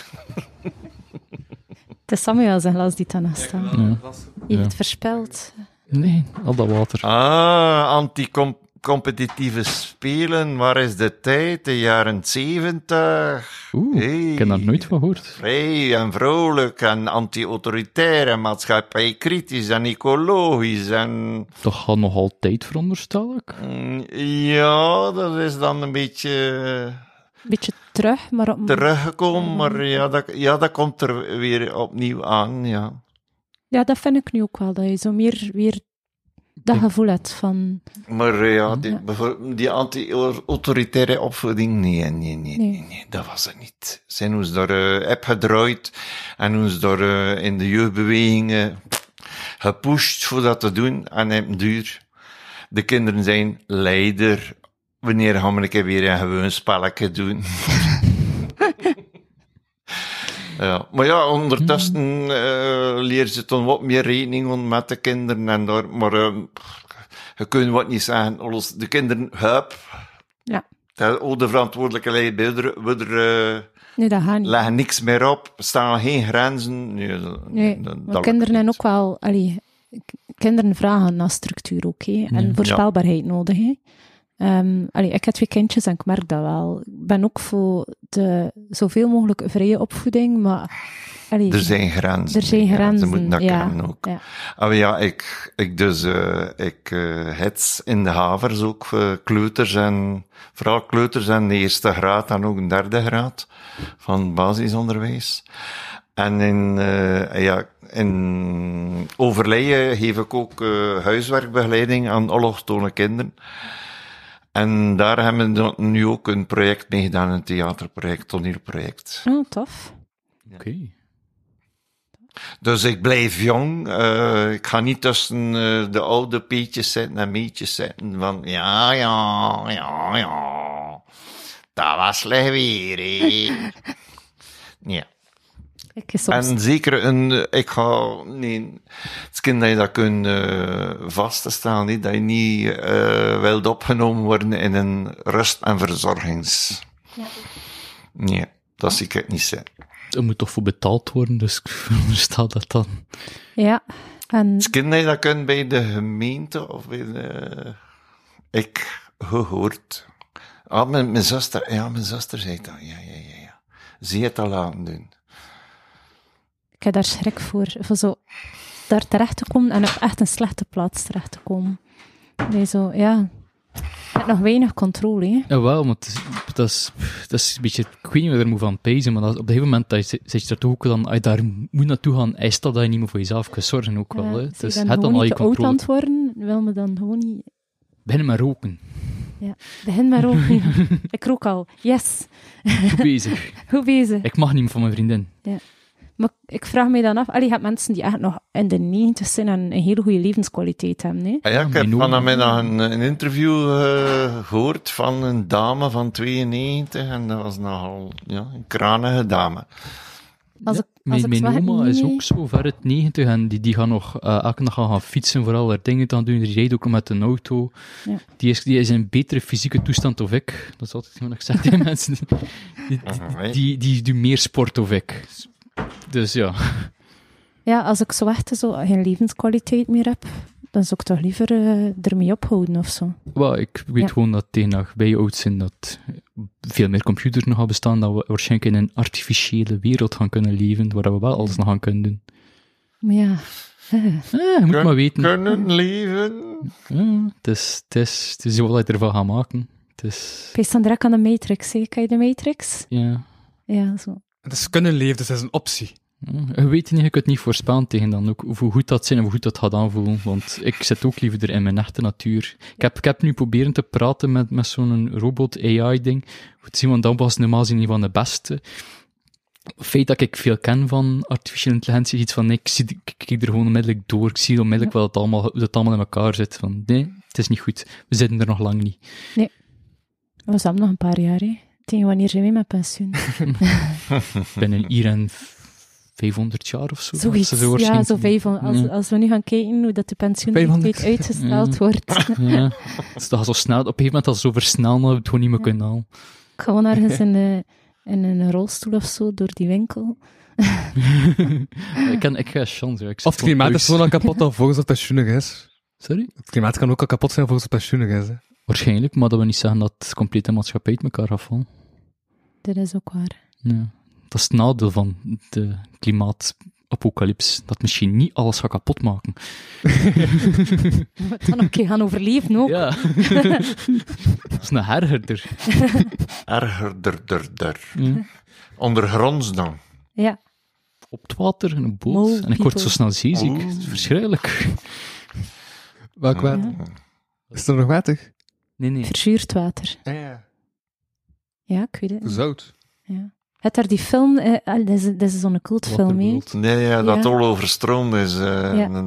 Speaker 4: Het is Samuel zijn glas die daarnaast staat. Je hebt het verspeld.
Speaker 3: Nee, al dat water.
Speaker 5: Anti-competitieve spelen, waar is de tijd? De jaren 70.
Speaker 3: Ik heb daar nooit van gehoord.
Speaker 5: Vrij en vrolijk en anti-autoritair en maatschappijkritisch en ecologisch en...
Speaker 3: Dat gaat nog altijd, veronderstel ik?
Speaker 5: Ja, dat is dan een beetje...
Speaker 4: Beetje terug, maar...
Speaker 5: Teruggekomen, maar dat komt er weer opnieuw aan, ja.
Speaker 4: Ja, dat vind ik nu ook wel, dat je zo meer weer dat gevoel hebt van...
Speaker 5: Maar die anti-autoritaire opvoeding, nee, dat was het niet. Zijn hoe ze daar heb gedraaid en hoe ze daar in de jeugdbewegingen gepusht voor dat te doen en het duur. De kinderen zijn leider. Wanneer gaan we een keer weer een gewoon spelletje doen? Ja, maar ondertussen leren ze dan wat meer rekening met de kinderen en daar, maar je kunt wat niet zeggen. De kinderen, de verantwoordelijkheid bij
Speaker 4: nee, dat gaat niet.
Speaker 5: Leggen niks meer op, staan geen grenzen.
Speaker 4: Maar kinderen hebben ook wel, kinderen vragen naar structuur ook, en voorspelbaarheid nodig, hè. Ik heb 2 kindjes en ik merk dat wel. Ik ben ook voor de zoveel mogelijk vrije opvoeding, maar...
Speaker 5: er zijn grenzen.
Speaker 4: Ze moeten
Speaker 5: dat kennen ook.
Speaker 4: Ja.
Speaker 5: Ik hets in de havers ook kleuters en... Vooral kleuters en de eerste graad en ook een derde graad van basisonderwijs. En in Overleien geef ik ook huiswerkbegeleiding aan allochtone kinderen. En daar hebben we nu ook een project mee gedaan, een theaterproject, toneelproject.
Speaker 4: Oh, tof.
Speaker 3: Oké.
Speaker 5: Dus ik blijf jong. Ik ga niet tussen de oude pietjes zitten en mietjes zitten van ja. Dat was slecht weer, hè. Ja. En zeker het kind dat je dat kunt vaststellen, niet, dat je niet wilt opgenomen worden in een rust- en verzorgings. Ja. Nee, dat zie ik het niet zijn.
Speaker 3: Er moet toch voor betaald worden, dus ik veronderstel dat dan.
Speaker 4: Ja. En...
Speaker 5: Het kind dat je dat kunt bij de gemeente of bij de... Ik gehoord. Mijn zuster zei dat. Ja. Zie het al laten doen.
Speaker 4: Ik heb daar schrik voor zo daar terecht te komen en op echt een slechte plaats terecht te komen. Nee, zo, ja. Je hebt nog weinig controle, hè.
Speaker 3: Jawel, maar dat is een beetje... Ik weet niet wat er moet van pezen, maar op een gegeven moment zit je daar toch ook dan... Als je daar moet naartoe gaan, is dat je niet meer voor jezelf kunt zorgen ook wel, hè. Dus
Speaker 4: je bent gewoon niet te oud aan het worden, wil me dan gewoon niet...
Speaker 3: Begin met roken.
Speaker 4: Ja, begin maar roken. Ik rook al. Yes.
Speaker 3: Goed bezig.
Speaker 4: Goed bezig.
Speaker 3: Ik mag niet meer van mijn vriendin.
Speaker 4: Ja. Maar ik vraag me dan af, je hebt mensen die echt nog in de 90 zijn en een hele goede levenskwaliteit hebben, nee?
Speaker 5: Ja, ik heb vanmiddag een interview gehoord van een dame van 92 en dat was nogal een kranige dame.
Speaker 3: Mijn oma is ook zo ver het 90 en die gaan nog elke dag gaan fietsen voor allerlei dingen te gaan doen. Die rijdt ook met een auto. Ja. Die is in een betere fysieke toestand of ik. Dat is altijd wat ik zeg tegen mensen. Die doen meer sport of ik. Dus ja.
Speaker 4: Ja, als ik zo echt geen levenskwaliteit meer heb, dan zou ik toch liever ermee ophouden of zo.
Speaker 3: Well, ik weet gewoon dat tegen dat wij oud zijn, dat veel meer computers nog gaan bestaan, dat we waarschijnlijk in een artificiële wereld gaan kunnen leven, waar we wel alles nog gaan kunnen doen.
Speaker 4: Maar ja...
Speaker 3: je moet maar weten.
Speaker 5: Kunnen leven.
Speaker 3: Het is wat je ervan gaat maken.
Speaker 4: Wees dan direct aan de Matrix, hè? Ken je de Matrix?
Speaker 3: Ja.
Speaker 4: Ja, zo.
Speaker 2: Het is kunnen leven, dus dat is een optie.
Speaker 3: Je weet niet, je kunt het niet voorspellen tegen dan ook, hoe goed dat zijn en hoe goed dat gaat aanvoelen, want ik zit ook liever in mijn echte natuur. Ik heb nu proberen te praten met zo'n robot-AI-ding, om te zien, want dat was normaal gezien een van de beste. Het feit dat ik veel ken van artificiële intelligentie is iets van, ik kijk er gewoon onmiddellijk door, ik zie onmiddellijk hoe dat allemaal in elkaar zit. Van, nee, het is niet goed. We zitten er nog lang niet.
Speaker 4: Nee. We hebben nog een paar jaar, hè. Tegen wanneer zijn we met pensioen?
Speaker 3: Binnen hier en 500 jaar of zo.
Speaker 4: Zoiets, zo 500. Als we nu gaan kijken hoe dat de pensioenleeftijd uitgesteld wordt.
Speaker 3: Ja, dus dat gaat zo snel, op een gegeven moment als het zo versnellen, dat we het gewoon niet meer kunnen halen.
Speaker 4: Gewoon ergens in een rolstoel of zo, door die winkel.
Speaker 3: Ik ga chance.
Speaker 2: Of het klimaat is zo lang kapot dat volgens het pensioenig is.
Speaker 3: Sorry?
Speaker 2: Het klimaat kan ook al kapot zijn volgens het pensioenig is. Hè.
Speaker 3: Waarschijnlijk, maar dat wil niet zeggen dat de complete maatschappij uit elkaar afvallen.
Speaker 4: Dat is ook waar.
Speaker 3: Ja. Dat is het nadeel van de klimaatapocalyps, dat misschien niet alles gaat kapot maken.
Speaker 4: We dan ook gaan overleven ook.
Speaker 3: Ja. Dat is een herherder.
Speaker 5: Ergerder. Ondergronds dan.
Speaker 4: Ja.
Speaker 3: Op het water, in een boot. En ik word zo snel zeeziek. Het is verschrikkelijk.
Speaker 2: Welk water? Is er nog water?
Speaker 3: Nee.
Speaker 4: Verzuurd water.
Speaker 2: Ja.
Speaker 4: Ja, ik weet het.
Speaker 2: Zout.
Speaker 4: Ja. Het daar die film, dit is zo'n cultfilm, hè?
Speaker 5: Nee, dat al overstroomd is.
Speaker 4: Ja.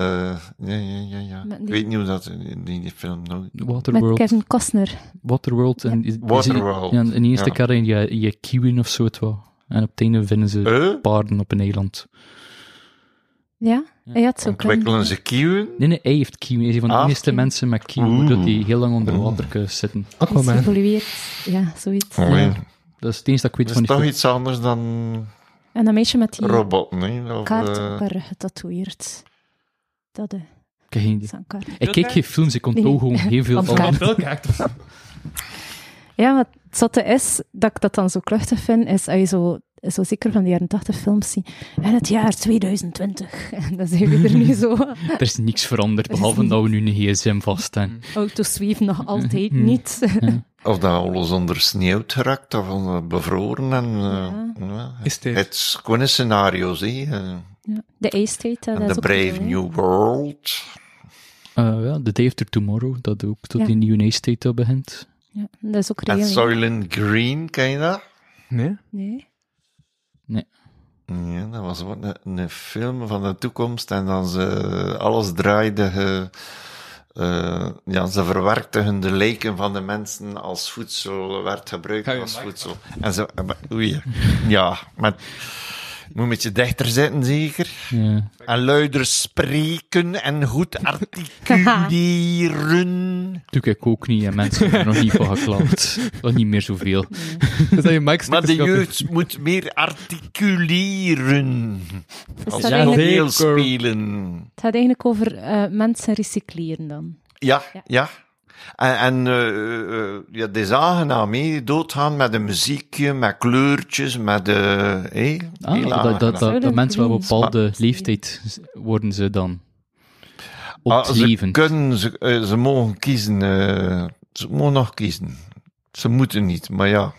Speaker 5: Ik weet niet hoe dat, die film nou...
Speaker 3: Waterworld.
Speaker 4: Met Kevin Costner.
Speaker 3: Waterworld.
Speaker 5: Waterworld.
Speaker 3: Ja, in de eerste keer in je kieuwen of zo het was. En op het einde vinden ze paarden op een eiland.
Speaker 4: Ja?
Speaker 5: Ontwikkelen ze kieuwen?
Speaker 3: Nee, hij heeft kieuwen. Hij is een van de eerste mensen met kieuwen, dat die heel lang onder water zitten.
Speaker 4: Aquaman. Geëvolueerd. Ja, zoiets.
Speaker 3: Ja. Dat is het enige dat ik weet van
Speaker 5: die
Speaker 3: film.
Speaker 5: Dat is toch iets anders dan...
Speaker 4: En dat meisje met die
Speaker 5: robot, nee? Of,
Speaker 4: kaart op haar rug getatoeëerd. Dat
Speaker 3: ik kijk geen films, ik onthoud gewoon heel veel van.
Speaker 4: Ja, wat het zotte is, dat ik dat dan zo kluchtig vind, is als je zo zeker van de jaren 80 films ziet. En het jaar 2020. En dan zijn we er nu zo.
Speaker 3: Er is niks veranderd, behalve dat we nu een gsm vast hebben.
Speaker 4: Auto's zweven nog altijd niet.
Speaker 5: Ja. Of dat alles onder sneeuw geraakt, of onder bevroren. En, het is gewoon een scenario's, hè.
Speaker 4: Ja. De ijstijd.
Speaker 5: En The Brave New World.
Speaker 3: The Day After Tomorrow, dat ook tot die nieuwe ijstijd begint.
Speaker 4: Ja, dat is ook reëel.
Speaker 5: En Soylent Green, ken je dat?
Speaker 4: Nee.
Speaker 5: Ja, dat was een film van de toekomst en dan alles draaide... ze verwerkten de lijken van de mensen als voedsel, werd gebruikt als voedsel. En zo, maar moet met je dichter zitten, zeker.
Speaker 3: Ja.
Speaker 5: En luider spreken en goed articuleren.
Speaker 3: Doe ik ook niet, en mensen hebben er nog niet van geklaagd. Nog niet meer zoveel.
Speaker 5: Maar de jeugd moet meer articuleren.
Speaker 4: Dus
Speaker 5: als toneel spelen.
Speaker 4: Het gaat eigenlijk over mensen recycleren dan.
Speaker 5: Ja. En het is aangenaam, mee doodgaan met een muziekje, met kleurtjes, met
Speaker 3: dat mensen van een bepaalde leeftijd worden ze dan ontlevend.
Speaker 5: Ze mogen kiezen, ze mogen nog kiezen. Ze moeten niet, maar ja.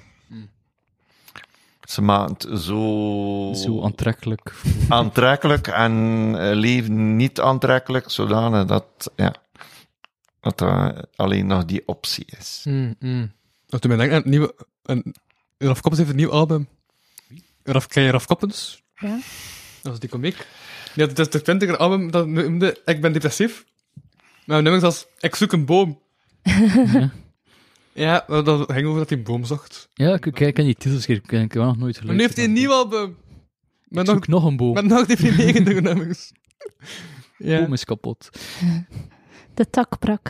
Speaker 5: Ze maken het zo
Speaker 3: aantrekkelijk.
Speaker 5: Aantrekkelijk en leven niet aantrekkelijk, zodanig dat er alleen nog die optie is.
Speaker 2: Toen men denkt aan het nieuwe... Raf Koppens heeft een nieuw album. Ken je Raf Koppens?
Speaker 4: Ja.
Speaker 2: Dat was die komiek. Ja, het is de 20er album dat noemde Ik ben depressief. Maar nummers als Ik zoek een boom. Ja, dat ging over dat hij een boom zocht.
Speaker 3: Ja, ik ken die titels, ik heb wel nog nooit geluisterd.
Speaker 2: Maar nu heeft hij een nieuw album.
Speaker 3: Ik zoek nog een boom.
Speaker 2: Met nog deprimerende nummers.
Speaker 3: De boom is kapot.
Speaker 4: De tak brak.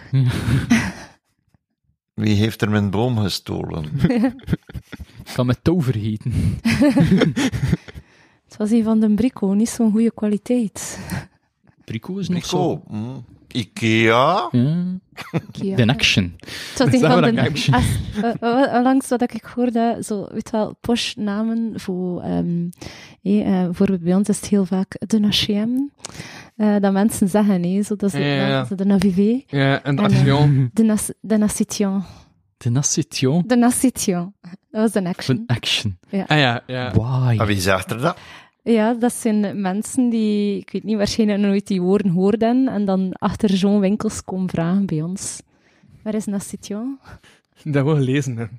Speaker 5: Wie heeft er mijn boom gestolen?
Speaker 3: Ik kan met touw vergeten.
Speaker 4: Het was een van de Brico, niet zo'n goede kwaliteit.
Speaker 3: Brico is nog zo.
Speaker 5: Ikea?
Speaker 3: Ja.
Speaker 4: Ikea.
Speaker 3: De Action.
Speaker 4: Het was een van de... Onlangs wat ik hoorde, zo, weet wel, posh-namen voor... voor bij ons is het heel vaak de H&M. Dat mensen zeggen, zo, dat is de Navivé.
Speaker 2: Ja, en de Action.
Speaker 4: De Nation.
Speaker 3: De Nation.
Speaker 4: De Nation. Dat was de Action.
Speaker 3: Van Action.
Speaker 4: Ja.
Speaker 2: Ah ja.
Speaker 3: Why?
Speaker 5: En wie zegt er dat?
Speaker 4: Ja, dat zijn mensen die, ik weet niet, waarschijnlijk nooit die woorden hoorden en dan achter zo'n winkels komen vragen bij ons. Waar is Nation?
Speaker 2: Dat wil lezen, hè.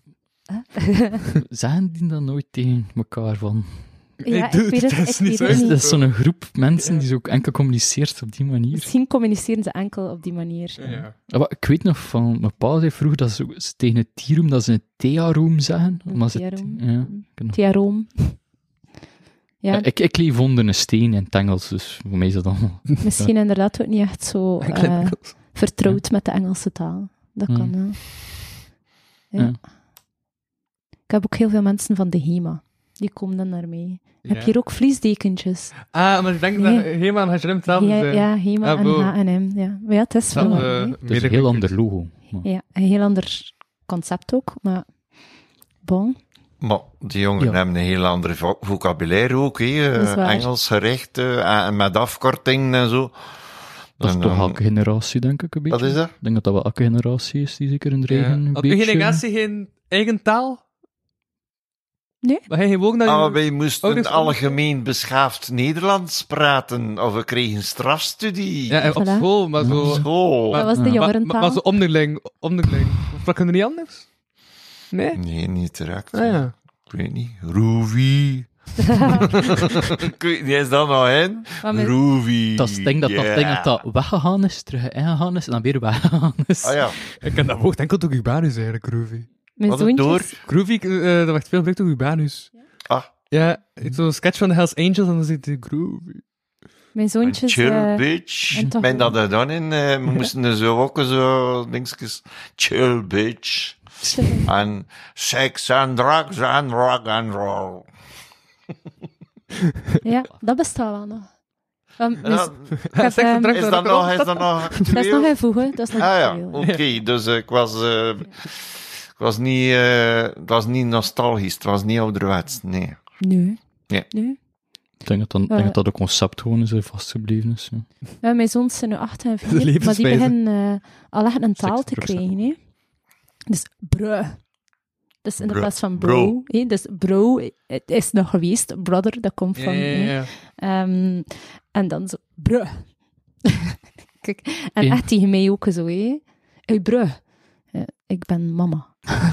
Speaker 3: Zeggen die dan nooit tegen elkaar van...
Speaker 4: Ja,
Speaker 2: Dude,
Speaker 4: ik weet het,
Speaker 2: dat is
Speaker 4: ik
Speaker 2: niet
Speaker 4: weet
Speaker 2: zo.
Speaker 4: het
Speaker 3: Dat
Speaker 4: niet.
Speaker 3: is zo'n groep mensen die zo ook enkel communiceert op die manier.
Speaker 4: Misschien communiceren ze enkel op die manier.
Speaker 2: Ja.
Speaker 3: Maar ik weet nog van mijn pa zei vroeger dat ze tegen het tieroom dat ze een thearoom zeggen. Omdat ze
Speaker 4: thearoom.
Speaker 3: ja, ik heb nog-
Speaker 4: Thearoom. Ja,
Speaker 3: ik leef onder een steen in het Engels, dus voor mij is dat allemaal...
Speaker 4: misschien inderdaad ook niet echt zo vertrouwd met de Engelse taal. Dat kan wel. Ja.
Speaker 3: Ja.
Speaker 4: Ik heb ook heel veel mensen van de HEMA. Die komen dan naar mij. Heb je hier ook vliesdekentjes?
Speaker 2: Ah, maar ik denk dat Hema en H&M hetzelfde zijn.
Speaker 4: Ja, HEMA
Speaker 2: Ah,
Speaker 4: en
Speaker 2: wow.
Speaker 4: H&M. Ja. Maar ja, het is wel.
Speaker 3: Het is een heel ander logo. Maar-
Speaker 4: Ja, een heel ander concept ook, maar bon.
Speaker 5: Maar die jongeren
Speaker 3: Ja.
Speaker 5: hebben een heel ander vocabulaire ook,
Speaker 4: Dat is waar.
Speaker 5: Engels gericht, en met afkortingen en zo.
Speaker 3: Dat is
Speaker 5: En,
Speaker 3: toch elke generatie, denk ik, een beetje.
Speaker 5: Wat is dat?
Speaker 3: Ik denk dat dat wel elke generatie is die zeker een eigen
Speaker 2: Had uw
Speaker 3: beetje...
Speaker 2: generatie geen eigen taal?
Speaker 4: Nee.
Speaker 2: Maar hij gewoon dat
Speaker 5: Wij moesten
Speaker 2: ouders-
Speaker 5: algemeen beschaafd Nederlands praten, of we kregen strafstudie.
Speaker 2: Ja, op
Speaker 4: Voilà.
Speaker 2: school, maar zo...
Speaker 5: School.
Speaker 4: Dat was de
Speaker 2: Maar
Speaker 4: jongerentaal.
Speaker 2: zo onderling. Spraken er niet anders? Nee?
Speaker 5: Nee, niet direct.
Speaker 2: Ah ja.
Speaker 5: Ik weet niet. Roovy. Ik weet niet, is dat nog in?
Speaker 4: Maar met-
Speaker 5: Roovy.
Speaker 3: Dat ding dat weggegaan is, terug ingegaan is, en dan weer weggegaan is.
Speaker 5: Ah ja.
Speaker 2: Ik ken dat woord enkel door Ubanus eigenlijk, groovy.
Speaker 4: Mijn
Speaker 5: Wat het door?
Speaker 4: zoontjes,
Speaker 2: Groovy, dat werd veel gebruikt door Ubanus.
Speaker 5: Ah,
Speaker 2: Ja, zo'n sketch van de Hells Angels en dan zit hij groovy.
Speaker 4: mijn zoontjes,
Speaker 5: chill bitch.
Speaker 4: en toch-
Speaker 5: Ben dat er dan in? We moesten er zo ook zo dingetjes. Chill bitch. En sex and drugs and rock and roll.
Speaker 4: ja, dat bestaat wel nog.
Speaker 5: Ja,
Speaker 4: Ik heb,
Speaker 2: Seks en drugs.
Speaker 5: is dat nog
Speaker 4: dat is nog in voegen, dat is nog
Speaker 5: Ah ja,
Speaker 4: actueel.
Speaker 5: oké. Dus ik was niet, het was niet nostalgisch, het was niet ouderwets, nee.
Speaker 4: Nee.
Speaker 5: Ja.
Speaker 4: Nee.
Speaker 3: Ik denk dat dat een concept gewoon is, vastgebleven is. Ja.
Speaker 4: Ja, mijn zoons zijn nu 8 en 4,
Speaker 2: De
Speaker 4: maar die
Speaker 2: levenswijze.
Speaker 4: beginnen al echt een taal te
Speaker 3: 60%.
Speaker 4: krijgen. Hè. Dus bruh. Dus in de
Speaker 5: Bruh.
Speaker 4: plaats van
Speaker 5: Bro.
Speaker 4: bro. Hè. Dus bro, het is nog geweest. Brother, dat komt van... hè. En dan zo, bruh. Kijk, en
Speaker 3: Ja.
Speaker 4: echt tegen mij ook zo, hè. Hey, bruh. Ik ben mama.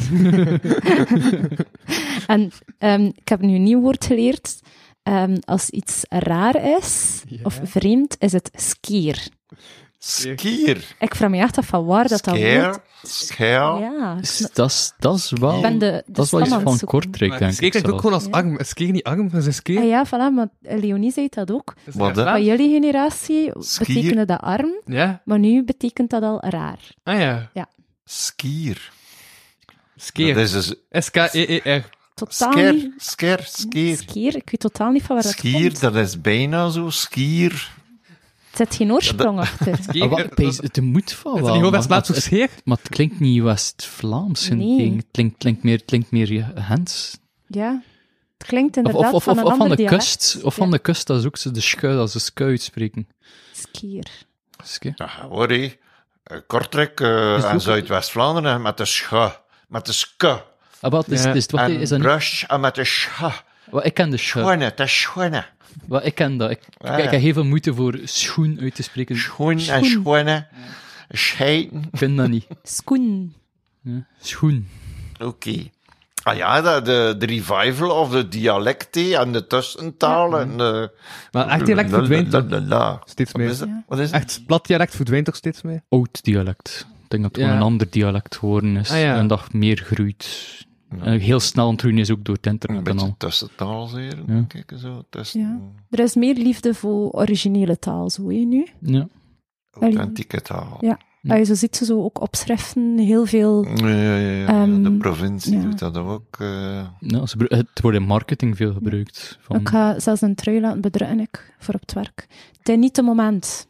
Speaker 4: En ik heb nu een nieuw woord geleerd. Als iets raar is, of vreemd, is het skier.
Speaker 5: Skier.
Speaker 4: Ik vraag me echt af van waar dat
Speaker 5: Scare.
Speaker 4: woord...
Speaker 5: Scare.
Speaker 4: Ja.
Speaker 3: Dat is wel...
Speaker 4: Ik ben de
Speaker 3: dat is wel iets
Speaker 4: stam aan
Speaker 3: van
Speaker 4: het zoeken.
Speaker 3: Kortrijk, denk
Speaker 2: Ski
Speaker 3: ik
Speaker 2: klinkt ook gewoon als
Speaker 4: Ja.
Speaker 2: arm. Ski niet arm, dat is ski.
Speaker 4: Ah ja, voilà, maar Leonie zei dat ook.
Speaker 5: Wat, hè?
Speaker 4: Bij jullie generatie
Speaker 5: Skier?
Speaker 4: betekende dat arm,
Speaker 2: Ja?
Speaker 4: maar nu betekent dat al raar.
Speaker 2: Ah ja.
Speaker 5: Skier.
Speaker 2: Skier.
Speaker 5: Dat is dus
Speaker 2: S-K-E-E-R.
Speaker 4: Totaal niet...
Speaker 5: skier.
Speaker 4: Skier, ik weet totaal niet van waar dat
Speaker 5: Skier,
Speaker 4: komt.
Speaker 5: dat is bijna zo, skier.
Speaker 4: Er zit geen oorsprong achter.
Speaker 2: Skier.
Speaker 3: Ah, wat,
Speaker 2: Is
Speaker 3: het moet van
Speaker 2: dat
Speaker 3: wel.
Speaker 2: niet gewoon
Speaker 3: maar-
Speaker 2: West-Vlaams voor scheer?
Speaker 3: Maar het klinkt niet West-Vlaams.
Speaker 4: Nee.
Speaker 3: Het klinkt meer Hens.
Speaker 4: Ja, het klinkt inderdaad
Speaker 3: Of
Speaker 4: van een
Speaker 3: van
Speaker 4: ander
Speaker 3: de
Speaker 4: dialect.
Speaker 3: kust. Of van de kust, dat is ook zo de schuil, als ze sku uitspreken.
Speaker 4: Skier.
Speaker 3: Ski.
Speaker 5: Ja, hoor hé. Kortrijk
Speaker 3: het
Speaker 5: en
Speaker 3: ook-
Speaker 5: Zuidwest-Vlaanderen met de scha. Met de ske.
Speaker 3: Ah, wat is,
Speaker 2: Ja.
Speaker 3: is, wat,
Speaker 5: En
Speaker 3: is dat niet?
Speaker 5: brush en met de scha.
Speaker 3: Wat, ik ken de schu.
Speaker 5: Schoenen, het is schoenen.
Speaker 3: Wat, ik ken dat. Ik heb heel veel moeite voor schoen uit te spreken.
Speaker 5: Schoen en schoenen. Scheiden.
Speaker 3: Ik vind dat niet.
Speaker 4: Skoen.
Speaker 3: Ja. Schoen.
Speaker 5: Oké. Ah ja, de revival of de dialecten en de tussentaal. En
Speaker 2: Maar echt dialect verdwijnt toch steeds meer.
Speaker 5: Wat is het?
Speaker 2: Echt plat dialect verdwijnt toch steeds meer?
Speaker 3: Oud dialect. Ik denk dat het gewoon een ander dialect geworden is. En dat meer groeit. Heel snel ontgroeien is ook door het internet.
Speaker 5: Een beetje
Speaker 3: en al.
Speaker 5: tussentaal, zeer. Kijk zo,
Speaker 4: Ja. Er is meer liefde voor originele taal, zo, nu.
Speaker 3: Ja.
Speaker 5: Authentieke taal.
Speaker 4: Ja. Je zo ziet ze zo ook opschriften, heel veel...
Speaker 5: de provincie doet dat ook.
Speaker 3: Het wordt in marketing veel gebruikt.
Speaker 4: Ik ga zelfs een trui laten bedrukken, voor op het werk. Het is niet het moment.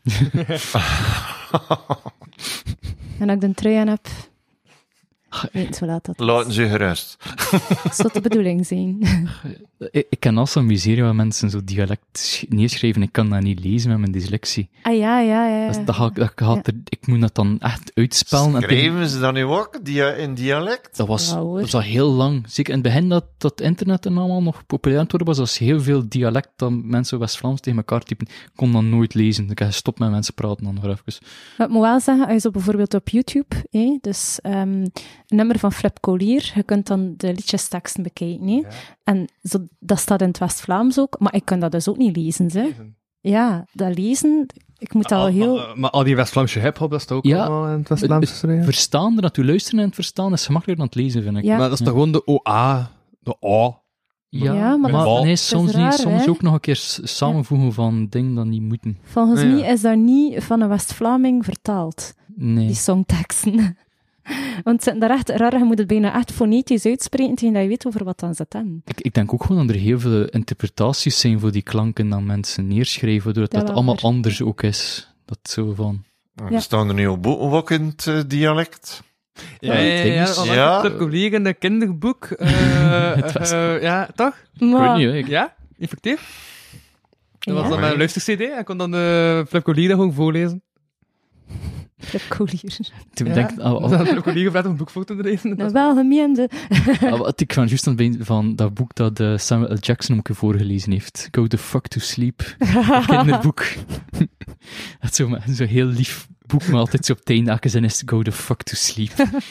Speaker 4: En als ik de trui aan heb... Weet hoe laat dat is.
Speaker 5: Laten ze gerust.
Speaker 4: Dat zou de bedoeling zijn.
Speaker 3: Ik ken al zo'n miserie waar mensen zo dialect neerschrijven. Ik kan dat niet lezen met mijn dyslexie.
Speaker 4: Ah, ja.
Speaker 3: Dus ik moet dat dan echt uitspellen.
Speaker 5: Schrijven ze dan nu ook in dialect?
Speaker 3: Dat was al heel lang. Zeker in het begin dat internet en allemaal nog populair aan het worden was, heel veel dialect dat mensen West-Vlaams tegen elkaar typen. Ik kon dat nooit lezen. Ik heb gestopt met mensen praten dan nog even.
Speaker 4: Maar ik moet wel zeggen, als je zo bijvoorbeeld op YouTube, dus een nummer van Flip Collier, je kunt dan de liedjesteksten bekijken. Ja. En dat staat in het West-Vlaams ook, maar ik kan dat dus ook niet lezen. Ja, dat lezen, ik moet al heel...
Speaker 2: Maar al die West-Vlaamse hip-hop, dat is ook allemaal in het West-Vlaams geschreven?
Speaker 3: Verstaan, dat u luisteren en het verstaan is gemakkelijker dan het lezen, vind ik.
Speaker 2: Ja. Maar dat is toch gewoon de OA, de O?
Speaker 3: Ja, maar nee, soms ook nog een keer samenvoegen van dingen dat niet moeten.
Speaker 4: Volgens mij is dat niet van een West-Vlaming vertaald, die songteksten. Want daar echt raar, je moet het bijna echt fonetisch uitspreken tegen dat je weet over wat dan zit in.
Speaker 3: Ik denk ook gewoon dat er heel veel interpretaties zijn voor die klanken dat mensen neerschrijven, doordat dat allemaal anders ook is. Dat zo van...
Speaker 5: We staan er nu op boeken ook in het dialect.
Speaker 2: Ja. Het collega in dat kinderboek. Ja, toch?
Speaker 3: Maar... Ik weet niet,
Speaker 2: Ja, effectief. Dat was dan mijn luistercd. Ik kon dan de Flip Collier gewoon voorlezen.
Speaker 4: Flip Collier.
Speaker 2: Flip Collier gevraagd om een boek voor te lezen.
Speaker 4: Wel gemeende.
Speaker 3: Ik kwam juist van dat boek dat Samuel L. Jackson ook voorgelezen heeft. Go the fuck to sleep. Een kinderboek. Dat is zo'n heel lief boek, maar altijd zo op het einde zin is go the fuck to sleep.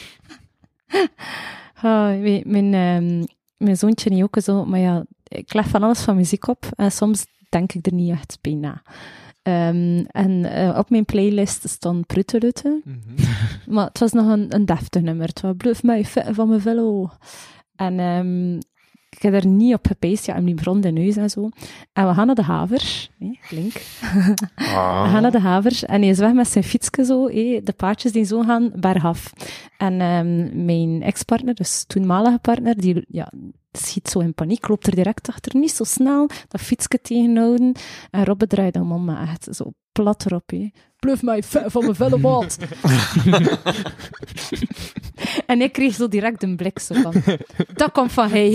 Speaker 4: Mijn zoontje niet ook zo, maar ja, ik leg van alles van muziek op en soms denk ik er niet echt bij na. Op mijn playlist stond Pruttelutte. Maar het was nog een deftig nummer. Het was Bluff mij van mijn velo. En ik heb er niet op gepijst. Ja, en die brand in neus en zo. En we gaan naar de Haver. Link. We gaan naar de Haver. En hij is weg met zijn fietsje zo. De paardjes die zo gaan bergaf. En mijn ex-partner, dus toenmalige partner, die schiet zo in paniek, loopt er direct achter, niet zo snel, dat fietsje tegenhouden. En Robbe draait hem om, maar echt zo plat erop. Bluff mij van mijn velle maat. En ik kreeg zo direct een blik zo van, dat komt van hij.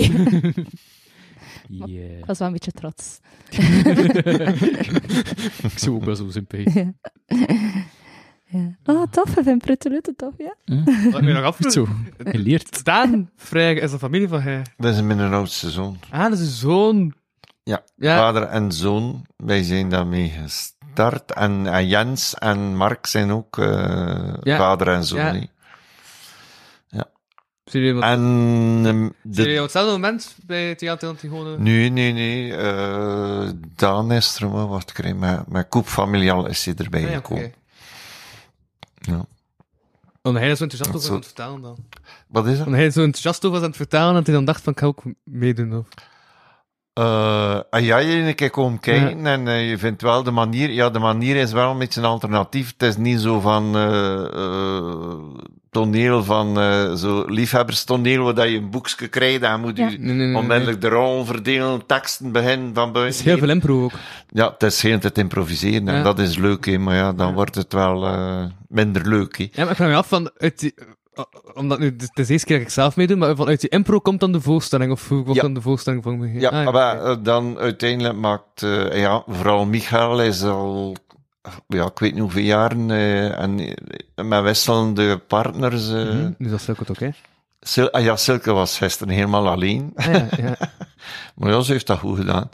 Speaker 4: Ik was wel een beetje trots.
Speaker 3: Ik zou ook wel zo zijn peet.
Speaker 4: Ja. Oh, tof, ik vind Pruttelutte tof, ja.
Speaker 2: Wat je nog afvroeg?
Speaker 3: Zo, geleerd.
Speaker 2: Daan Vrij is een familie van hij.
Speaker 5: Dat is mijn oudste zoon.
Speaker 2: Ah, dat is een zoon.
Speaker 5: Ja, vader en zoon. Wij zijn daarmee gestart. En Jens en Mark zijn ook vader en zoon. Ja.
Speaker 2: Zie je
Speaker 5: op
Speaker 2: hetzelfde moment bij het Theater Antigone?
Speaker 5: Nee. Daan is er, wat krijg je? Met Koep Familial is hij erbij gekomen. Okay. Ja.
Speaker 2: Omdat hij zo enthousiast over was aan het vertellen dan.
Speaker 5: Wat is dat?
Speaker 2: Omdat hij zo enthousiast over was aan het vertellen en hij dan dacht van, ik ga ook meedoen, of...
Speaker 5: je een komen kijken en je vindt wel de manier... de manier is wel een beetje een alternatief. Het is niet zo van... toneel van zo liefhebberstoneel, waar je een boekje krijgt en moet je onmiddellijk de rol verdelen, teksten beginnen van buiten.
Speaker 2: Het is heel veel impro ook.
Speaker 5: Ja, het is heel het improviseren en dat is leuk, maar dan wordt het wel minder leuk.
Speaker 2: Ja, maar ik vraag me af van, omdat nu, het is de eerste keer dat ik zelf meedoe, maar vanuit die impro komt dan de voorstelling, of hoe wordt dan de voorstelling van me?
Speaker 5: Ja, maar dan uiteindelijk maakt, vooral Michael is al... ik weet niet hoeveel jaren, en met wisselende partners.
Speaker 2: Dus dat is ook oké.
Speaker 5: Silke was gisteren helemaal alleen.
Speaker 2: Ja.
Speaker 5: Maar ze heeft dat goed gedaan.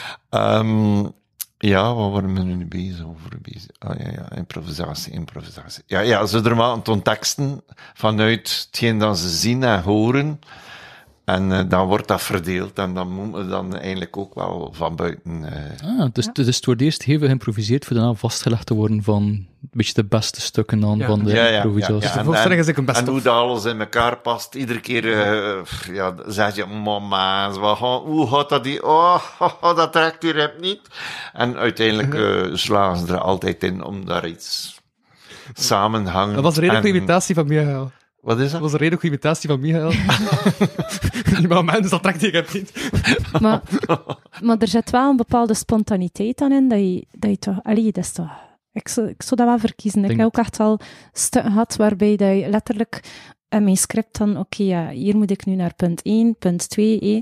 Speaker 5: Wat waren we nu bezig over? Improvisatie. Ja, ze er maar aan het teksten vanuit hetgeen dat ze zien en horen. En dan wordt dat verdeeld en dan moet je dan eigenlijk ook wel van buiten...
Speaker 3: Dus het wordt eerst heel veel geïmproviseerd voor daarna vastgelegd te worden van een beetje de beste stukken dan van de improvisatie.
Speaker 2: De voorstelling is ook een beste.
Speaker 5: En hoe dat alles in elkaar past. Iedere keer zeg je, mama, hoe gaat dat die... dat trekt u rep niet. En uiteindelijk slagen ze er altijd in om daar iets samenhangend...
Speaker 2: Dat was een redelijke imitatie van Michael.
Speaker 5: Wat is dat?
Speaker 2: Dat was een redelijke imitatie van Michael. Die moment, dus dat trekt ik heb niet.
Speaker 4: Maar er zit wel een bepaalde spontaniteit aan in, dat je toch... Allee, dat is toch... Ik zou dat wel verkiezen. Ik heb ook echt wel stukken gehad waarbij dat je letterlijk in mijn script dan... hier moet ik nu naar punt 1, punt 2,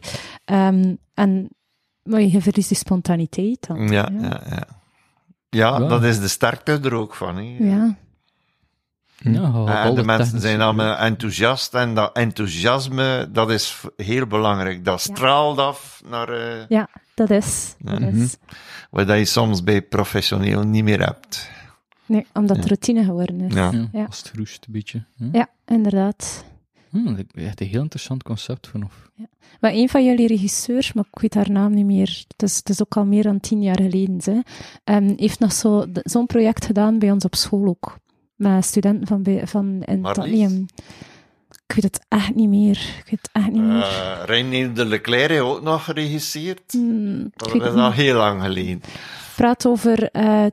Speaker 4: maar je verliest die spontaniteit dan.
Speaker 5: Ja, dat is de sterkte er ook van. Hè.
Speaker 4: Ja.
Speaker 5: En de mensen zijn allemaal enthousiast en dat enthousiasme, dat is heel belangrijk. Dat straalt af naar...
Speaker 4: Ja, dat is.
Speaker 5: Wat je soms bij professioneel niet meer hebt.
Speaker 4: Nee, omdat het routine geworden is.
Speaker 3: Ja. Als het roest een beetje.
Speaker 4: Ja, inderdaad.
Speaker 3: Echt een heel interessant concept vanaf.
Speaker 4: Ja. Maar een van jullie regisseurs, maar ik weet haar naam niet meer, het is ook al meer dan 10 jaar geleden, heeft nog zo'n project gedaan bij ons op school ook. Met studenten van in Tottenham. Ik weet het echt niet meer.
Speaker 5: Reinier de Leclerc heeft ook nog geregisseerd. Dat is al heel lang geleden.
Speaker 4: Ik praat over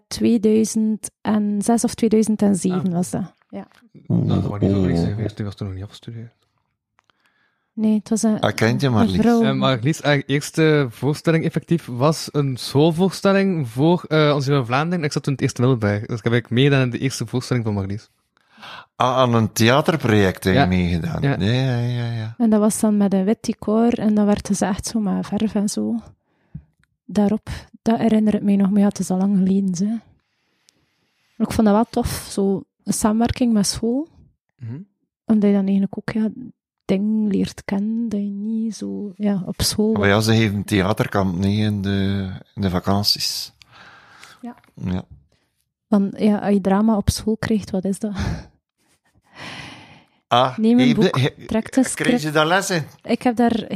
Speaker 4: 2006 of 2007 was dat. Ja.
Speaker 2: Dat was niet zo niks geweest, die was toen nog niet afgestudeerd.
Speaker 4: Nee, het was een
Speaker 5: kent je Marlies?
Speaker 2: Marlies, haar eerste voorstelling effectief was een schoolvoorstelling voor onze in Vlaanderen. Ik zat toen in het eerste middelbaar, dus ik heb eigenlijk meegedaan aan de eerste voorstelling van Marlies.
Speaker 5: Aan een theaterproject heb je meegedaan. Ja.
Speaker 4: En dat was dan met een wit decor en dan werd het echt zo met verf en zo. Daarop, dat herinnert mij nog, maar ja, het is al lang geleden. Hè. Ik vond dat wel tof, zo een samenwerking met school. Omdat je dan eigenlijk ook dingen leert kennen, dat je niet zo op school...
Speaker 5: Maar ja, ze geven theaterkamp in de vakanties.
Speaker 4: Ja.
Speaker 5: Want
Speaker 4: als je drama op school krijgt, wat is dat? Neem een boek, trek een script.
Speaker 5: Krijg je daar les in?
Speaker 4: Ik heb daar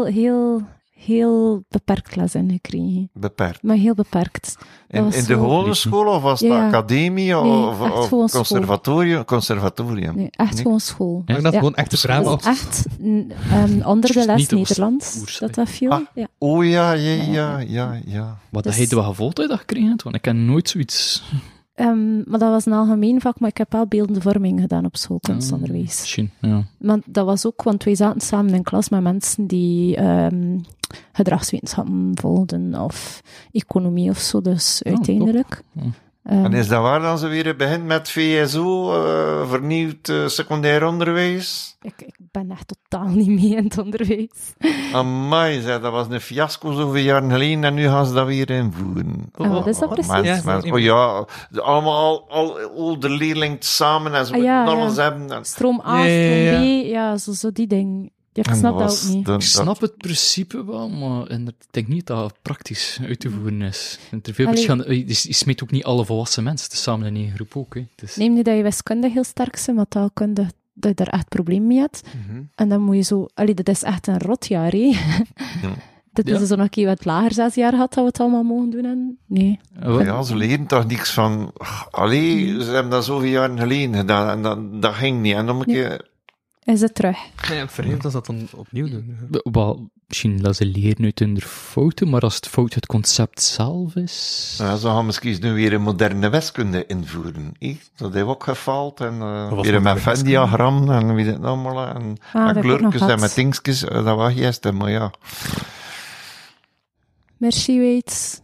Speaker 4: heel beperkt les in gekregen.
Speaker 5: Beperkt?
Speaker 4: Maar heel beperkt.
Speaker 5: In de gewone school, of was het academie, of conservatorium?
Speaker 4: Nee, echt gewoon school.
Speaker 2: Ja, dat gewoon echt drama.
Speaker 4: Echt onder de les Nederlands, dat viel. Ja.
Speaker 5: Oh ja.
Speaker 3: Maar dat heeft wel gevolgd uit dat gekregen, want ik heb nooit zoiets...
Speaker 4: maar dat was een algemeen vak, maar ik heb wel beeldende vorming gedaan op school, kunstonderwijs.
Speaker 3: Misschien, ja.
Speaker 4: Maar dat was ook, want wij zaten samen in klas met mensen die gedragswetenschappen volgden, of economie of zo, dus uiteindelijk.
Speaker 5: En is dat waar dan ze weer begint met VSO, vernieuwd secundair onderwijs?
Speaker 4: Ik ben echt totaal niet mee in het onderwijs.
Speaker 5: Amai, dat was een fiasco zoveel jaren geleden en nu gaan ze dat weer invoeren.
Speaker 4: Wat is dat precies?
Speaker 5: Allemaal al de leerlingen samen en ze moeten alles hebben.
Speaker 4: Stroom A, stroom B, zo die dingen. Ja, ik snap dat ook niet.
Speaker 3: Ik snap het principe wel, maar ik denk niet dat het praktisch uit te voeren is. Er veel verschillende, je smeet ook niet alle volwassen mensen, het is samen in één groep ook. Dus.
Speaker 4: Neem nu dat je wiskunde heel sterk bent, maar taalkunde, dat je daar echt probleem mee hebt. En dan moet je zo... dat is echt een rotjaar, hè. Dit is zo nog een keer wat lager 6 jaar gehad, dat we het allemaal mogen doen. En nee.
Speaker 5: Ja, ze leren toch niks van... ze hebben dat zoveel jaren geleden gedaan en dat ging niet. En dan moet je...
Speaker 4: Is het terug?
Speaker 2: Ja, vreemd als dat dan opnieuw doen.
Speaker 3: Wel, misschien dat ze leren uit hun fouten, maar als het fout het concept zelf is...
Speaker 5: Ja, ze gaan misschien nu weer een moderne wiskunde invoeren. Dat heeft ook gefaald. En weer een Venn-diagram en wie dit allemaal. En kleurtjes en met dingetjes. Dat was gisteren, maar ja.
Speaker 4: Merci, Waits.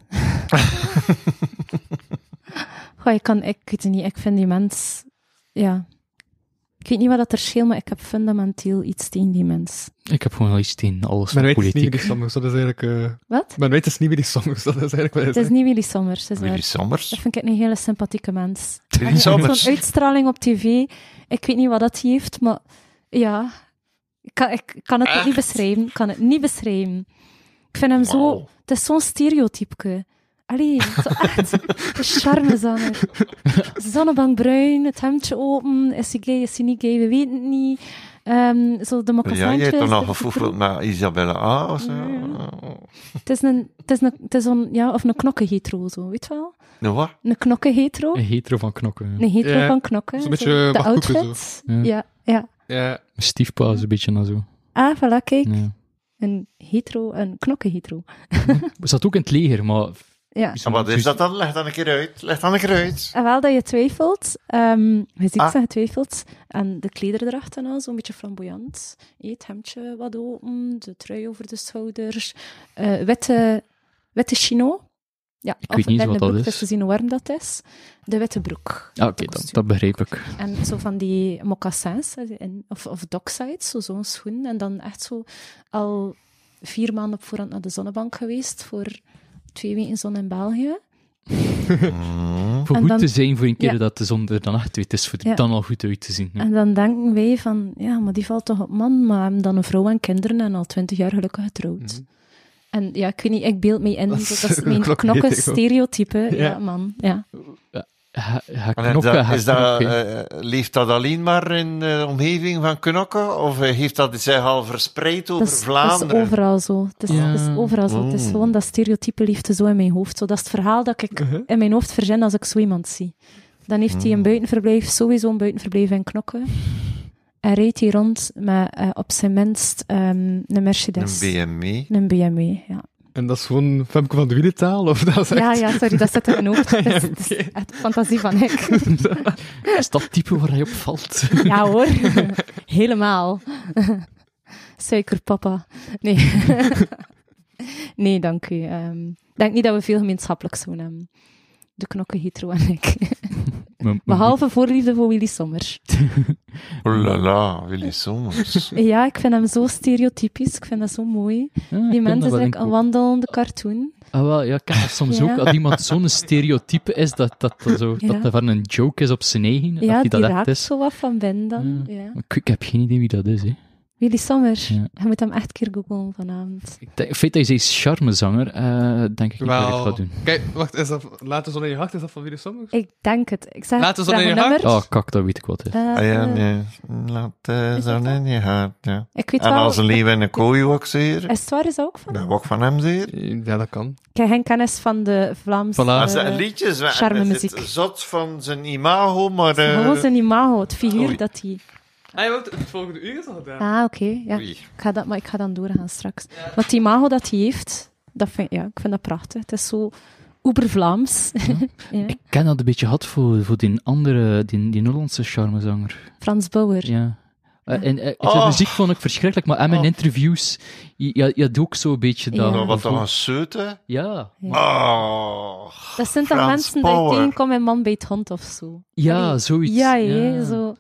Speaker 4: Ik weet het niet, ik vind die mens... Ja... Ik weet niet wat dat er scheelt, maar ik heb fundamenteel iets tegen die mens.
Speaker 3: Ik heb gewoon al iets tegen alles van
Speaker 2: politiek.
Speaker 3: politiek.
Speaker 2: Men weet het niet wie die Sommers, dat is eigenlijk...
Speaker 4: Wat?
Speaker 2: Men weet het niet wie die Sommers, dat is eigenlijk wat
Speaker 4: het is niet Willy Sommers.
Speaker 5: Willy Sommers?
Speaker 4: Dat vind ik een hele sympathieke mens.
Speaker 5: Willy Sommers?
Speaker 4: Zo'n uitstraling op tv. Ik weet niet wat dat heeft, maar... Ja... Ik kan het niet beschrijven. Ik vind hem zo... Het is zo'n stereotype. Allee, zo echt een charmezanger. Zonnebank bruin, het hemdje open. Is hij gay, is hij niet gay? We weten het niet. Zo de
Speaker 5: Ja,
Speaker 4: mocassintjes.
Speaker 5: je hebt dan nog
Speaker 4: de
Speaker 5: gevoegd met Isabelle A. Of zo.
Speaker 4: Het is een knokkenhetero, zo, weet je wel?
Speaker 5: Nou, wat?
Speaker 4: Een knokkenhetero.
Speaker 3: Een hetero van knokken.
Speaker 4: Een hetero
Speaker 2: Ja,
Speaker 4: van knokken.
Speaker 2: zo'n beetje
Speaker 4: zo. De
Speaker 2: bakkoeken,
Speaker 4: outfit.
Speaker 3: zo.
Speaker 4: Ja, ja.
Speaker 2: Ja.
Speaker 3: Stiefpa is een beetje naar zo.
Speaker 4: Ah, voilà, kijk.
Speaker 3: Ja.
Speaker 4: Een knokkenhetero.
Speaker 3: We zat ook in het leger, maar...
Speaker 4: Ja.
Speaker 5: En wat is dat dan? Leg dan een keer uit.
Speaker 4: En wel dat je twijfelt, je ziet dat je twijfelt, en de klederdracht en al, zo'n beetje flamboyant. Het hemdje wat open, de trui over de schouders, witte chino. Ja,
Speaker 3: Ik weet niet eens wat dat is.
Speaker 4: Het is te zien hoe warm dat is. De witte broek.
Speaker 3: Ah, oké, dat begrijp ik.
Speaker 4: En zo van die mocassins, of docksides, zo'n schoen. En dan echt zo al 4 maanden op voorhand naar de zonnebank geweest voor 2 weken zon in België.
Speaker 3: Voor
Speaker 4: En
Speaker 3: goed
Speaker 4: dan-
Speaker 3: te zijn voor een keer
Speaker 4: ja.
Speaker 3: dat de zon er dan echt uit is, voor er
Speaker 4: Ja.
Speaker 3: dan al goed uit te zien. Ja.
Speaker 4: En dan denken wij van, ja, maar die valt toch op man, maar hebben dan een vrouw en kinderen en al 20 jaar gelukkig getrouwd. En ja, ik weet niet, ik beeld mij in,
Speaker 2: Dat
Speaker 4: dat
Speaker 2: is
Speaker 4: is
Speaker 2: een
Speaker 4: mijn
Speaker 2: klokje,
Speaker 4: knokken-stereotype.
Speaker 2: Ja.
Speaker 4: Ja, man, ja.
Speaker 5: Leeft dat alleen maar in de omgeving van Knokke? Of heeft dat zich al verspreid over
Speaker 4: Dat is
Speaker 5: Vlaanderen?
Speaker 4: overal zo. Het is overal zo. Het is gewoon dat stereotype liefde zo in mijn hoofd. Zo, dat is het verhaal dat ik in mijn hoofd verzin als ik zo iemand zie. Dan heeft hij een buitenverblijf, sowieso een buitenverblijf in Knokke. En rijdt hij rond met op zijn minst een Mercedes.
Speaker 5: Een BMW.
Speaker 4: Een BMW, ja.
Speaker 2: En dat is gewoon Femke van de Wielentaal? Of dat is echt...
Speaker 4: Ja, sorry, dat zit in mijn hoofd. Het is echt fantasie van ik.
Speaker 3: Is dat type waar hij op valt?
Speaker 4: Ja hoor, helemaal. Suikerpapa. Nee. Nee, dank u. Ik denk niet dat we veel gemeenschappelijk zouden hebben. De knokken hetero en ik. Behalve voorliefde voor Willy Sommers.
Speaker 5: Oh la la, Willy Sommers.
Speaker 4: Ja, ik vind hem zo stereotypisch. Ik vind dat zo mooi. Die mensen zijn een wandelende cartoon.
Speaker 3: Ah, wel, ja, ik ken dat soms
Speaker 4: Ja.
Speaker 3: ook. Als iemand zo'n stereotype is, dat van een joke is op zijn eigen.
Speaker 4: Ja,
Speaker 3: dat
Speaker 4: die
Speaker 3: dat echt
Speaker 4: raakt
Speaker 3: is.
Speaker 4: zo wat van binnen dan. Ja.
Speaker 3: Ik heb geen idee wie dat is, hè.
Speaker 4: Willy Sommers.
Speaker 3: Ja.
Speaker 4: Je moet hem echt een keer googlen vanavond.
Speaker 3: Het feit dat je zegt charmezanger, denk ik niet dat ik het ga
Speaker 2: Wel...
Speaker 3: doen.
Speaker 2: Kijk, wacht, is dat... Laat de zon in je hart, is dat van Willy Sommers?
Speaker 4: Ik denk het. Ik zeg,
Speaker 2: Laat de zon
Speaker 4: zeg
Speaker 2: in je
Speaker 4: een
Speaker 2: hart.
Speaker 4: nummer.
Speaker 3: Oh, kak, dat weet ik wat het is.
Speaker 5: Ah ja, nee. Laat de zon in je hart, ja.
Speaker 4: Ik weet
Speaker 5: En
Speaker 4: wel...
Speaker 5: als een leeuw in een kooi ook zeer.
Speaker 4: Is het waar, is dat ook van?
Speaker 5: Dat ook van hem zeer.
Speaker 2: Ja, dat kan.
Speaker 4: Ik heb geen kennis van de Vlaamse...
Speaker 2: Voilà.
Speaker 5: Als een liedjes,
Speaker 4: charmemuziek.
Speaker 5: is het zot van zijn imago, maar...
Speaker 4: Gewoon zijn imago, het figuur
Speaker 5: Oei.
Speaker 4: dat hij...
Speaker 2: Ah, je wilt het volgende uur is al gedaan.
Speaker 4: Ah, oké. Ja.
Speaker 5: Oei.
Speaker 4: Ik ga dan doorgaan straks. Want die imago dat hij heeft, ik vind dat prachtig. Het is zo uber-Vlaams. Ja.
Speaker 3: Ik ken dat een beetje gehad voor die andere, die Nederlandse charmezanger.
Speaker 4: Frans Bauer.
Speaker 3: Ja. Zijn muziek vond ik verschrikkelijk, maar in mijn interviews, je had ook zo'n beetje dat...
Speaker 4: Ja.
Speaker 5: Wat toch een seute?
Speaker 3: Ja.
Speaker 5: Oh,
Speaker 4: Dat zijn toch
Speaker 5: Frans
Speaker 4: mensen die
Speaker 5: Bauer.
Speaker 4: tegenkomen in Man bij het hond of zo?
Speaker 3: Ja,
Speaker 4: Allee.
Speaker 3: zoiets.
Speaker 4: Ja, hè, zo.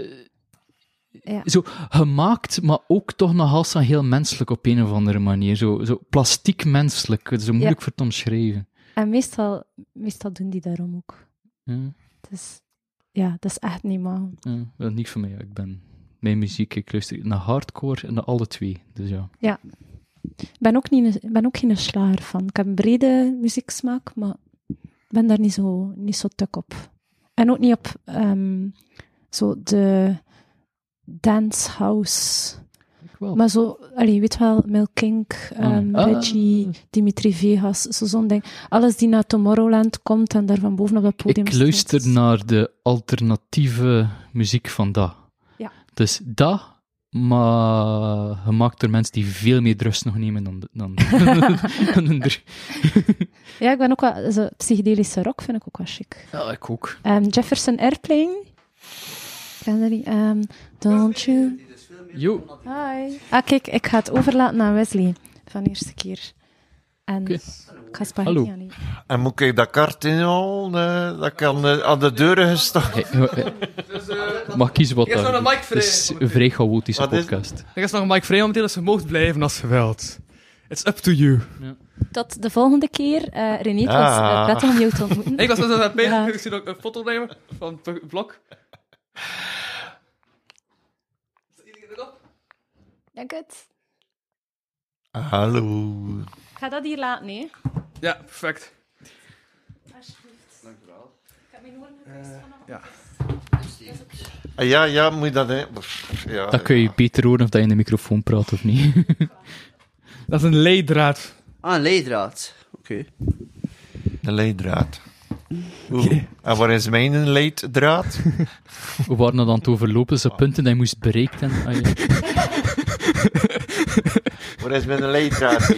Speaker 4: Ja.
Speaker 3: Zo gemaakt, maar ook toch nog als zo heel menselijk op een of andere manier. Zo plastiek menselijk. Het is zo moeilijk voor te omschrijven.
Speaker 4: En meestal doen die daarom ook.
Speaker 3: Ja,
Speaker 4: Dus, dat is echt niet normaal.
Speaker 3: ja, dat is niet voor mij. Mijn muziek, ik luister naar hardcore en naar alle twee. Dus ja.
Speaker 4: Ik ben ook geen slager van. Ik heb een brede muzieksmaak, maar ik ben daar niet zo tuk op. En ook niet op zo de dance house.
Speaker 3: Ik wel.
Speaker 4: Maar zo, weet wel, Mel Kink, Reggie, Dimitri Vegas, zo'n ding. Alles die naar Tomorrowland komt en daar van boven op dat podium
Speaker 3: Ik luister naar de alternatieve muziek van dat.
Speaker 4: Ja.
Speaker 3: Dus dat, maar gemaakt door mensen die veel meer drugs nog nemen dan
Speaker 4: Ja, ik ben ook wel... Zo, psychedelische rock vind ik ook wel chic.
Speaker 3: Ja, ik ook.
Speaker 4: Jefferson Airplane. Ken je die? Don't you...
Speaker 3: Jo.
Speaker 4: Hi. Ah, kijk, ik ga het overlaten aan Wesley. Van de eerste keer. En ik ga spaghetti
Speaker 3: Hallo.
Speaker 4: aan eten.
Speaker 5: en moet ik dat kaart inhalen? Dat kan aan de deuren gestaan.
Speaker 3: Mag kiezen wat
Speaker 2: Ik heb nog
Speaker 3: dat
Speaker 2: een mic
Speaker 3: Het is een vrij chaotische
Speaker 5: Wat is het?
Speaker 3: podcast.
Speaker 2: Er is nog een mic vrij momenteel, dus je moogt blijven als je wilt. It's up to you.
Speaker 4: Tot de volgende keer. René, het
Speaker 5: Ah.
Speaker 4: was prettig om jou te ontmoeten.
Speaker 2: Ik was dus aan het bezig,
Speaker 4: Ja.
Speaker 2: ik zie ook een foto nemen van het vlog.
Speaker 4: Dank het.
Speaker 5: Hallo.
Speaker 4: Ik ga dat hier laten, hè.
Speaker 2: Ja, perfect.
Speaker 4: Alsjeblieft. Dank u wel. Ik heb mijn oren gekregen vanaf.
Speaker 2: Ja.
Speaker 5: Ja, moet je dat... Ja,
Speaker 3: Dan kun je beter horen of dat je in de microfoon praat of niet.
Speaker 2: Dat is een leidraad.
Speaker 7: Een leidraad. Oké.
Speaker 5: Een leidraad. En waar is mijn leidraad?
Speaker 3: We waren dan aan het overlopen, zo punten die je moest bereiken.
Speaker 5: Waar is mijn leidraad?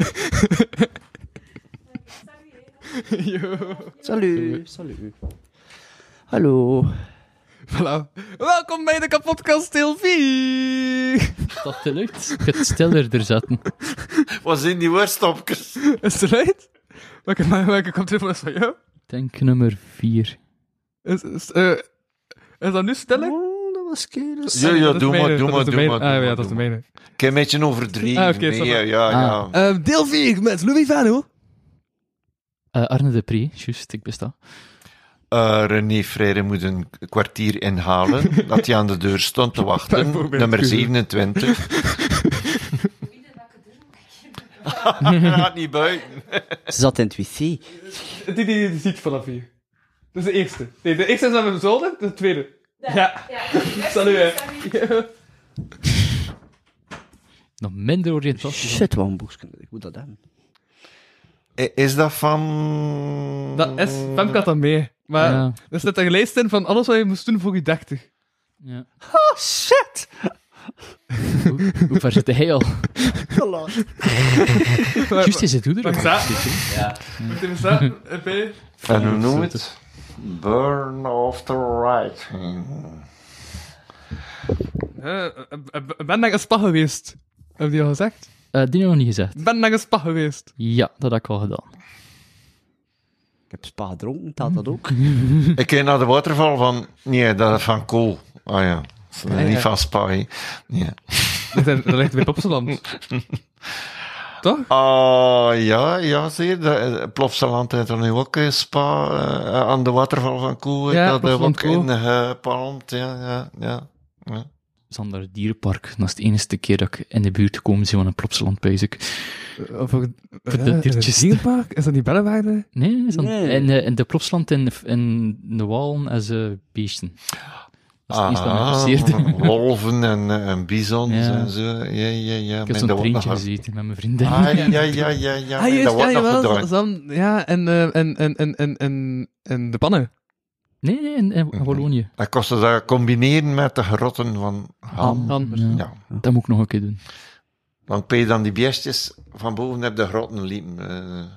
Speaker 7: Salut. Hallo.
Speaker 2: Voilà. Welkom bij de kapotkast deel 4.
Speaker 3: Dat te luid? Ik ga het stiller er zetten.
Speaker 5: Wat zijn die woordstopjes?
Speaker 2: Is het luid? Welke koptelefoon is van jou?
Speaker 3: Denk nummer 4.
Speaker 2: Is dat nu stiller?
Speaker 7: Oh, dat was keer.
Speaker 5: Ja, doe maar.
Speaker 2: Ah ja, dat is de mijne.
Speaker 5: Ik heb een beetje overdreven.
Speaker 2: Ah, oké,
Speaker 5: ja.
Speaker 2: Deel 4 met Louis Vano.
Speaker 3: Arne de Pre, juist, ik besta.
Speaker 5: René Freire moet een kwartier inhalen, dat hij aan de deur stond te wachten. Nummer 27. Hij gaat niet buiten.
Speaker 7: Ze zat in het wc.
Speaker 2: Die ziet vanaf hier. Dat is de eerste. Nee, de eerste is aan mijn zolder, de tweede. Ja. Salut, hè.
Speaker 3: Nog minder oriëntatie.
Speaker 7: Shit, wat een boekje. Ik moet dat hebben.
Speaker 5: Is dat van...
Speaker 2: Dat is... Femke had dat mee. Maar
Speaker 3: Ja.
Speaker 2: er staat een lijst in van alles wat je moest doen voor je 30.
Speaker 3: Ja.
Speaker 7: Oh, shit!
Speaker 3: Hoe ver zit hij al? Juist, is het hoe
Speaker 2: Wat
Speaker 3: er
Speaker 2: staat?
Speaker 7: Ja.
Speaker 2: Moet je staan? Bij...
Speaker 5: En hoe noem het? Burn of the right.
Speaker 2: Ik ben naar een spa geweest. Heb je al gezegd?
Speaker 3: Die nog niet gezegd.
Speaker 2: Ik ben naar een spa geweest.
Speaker 3: Ja, dat heb ik al gedaan.
Speaker 7: Ik heb spa gedronken, telt dat ook?
Speaker 5: Ik keek naar de waterval van... Nee, dat is van Kool. Ah ja. Dat is niet van Spa, hè. Nee.
Speaker 2: Dat ligt bij Plopsaland. Toch?
Speaker 5: Ja, zie je. Plopsaland heeft er nu ook een spa aan de waterval van Kool.
Speaker 2: Ja,
Speaker 5: dat hebben we ook
Speaker 2: Plopsaland
Speaker 5: ingepalmd. Ja.
Speaker 3: Zander Dierenpark. Dat is de enige keer dat ik in de buurt gekomen ben van een Plopsaland, pijs ik.
Speaker 2: Voor
Speaker 3: de diertjes.
Speaker 2: dierenpark? Is dat niet Bellewaarde?
Speaker 3: Nee, is dat...
Speaker 7: Nee.
Speaker 3: In de Plopsaland in de Walen en ze beesten. Dat is het eerste dat me passeert.
Speaker 5: Wolven en bizons
Speaker 3: Ja.
Speaker 5: en zo. Ja.
Speaker 3: Ik heb zo'n treintje gezeten met mijn vriendin.
Speaker 5: Ja. Dat wordt nog gedaan.
Speaker 2: Ja, en de pannen.
Speaker 3: Nee, in Wallonië.
Speaker 5: Dat kostte dat combineren met de gerotten van Han.
Speaker 3: Ja. Dat moet ik nog een keer doen.
Speaker 5: Dan kun je dan die beestjes van boven naar de grotten liepen.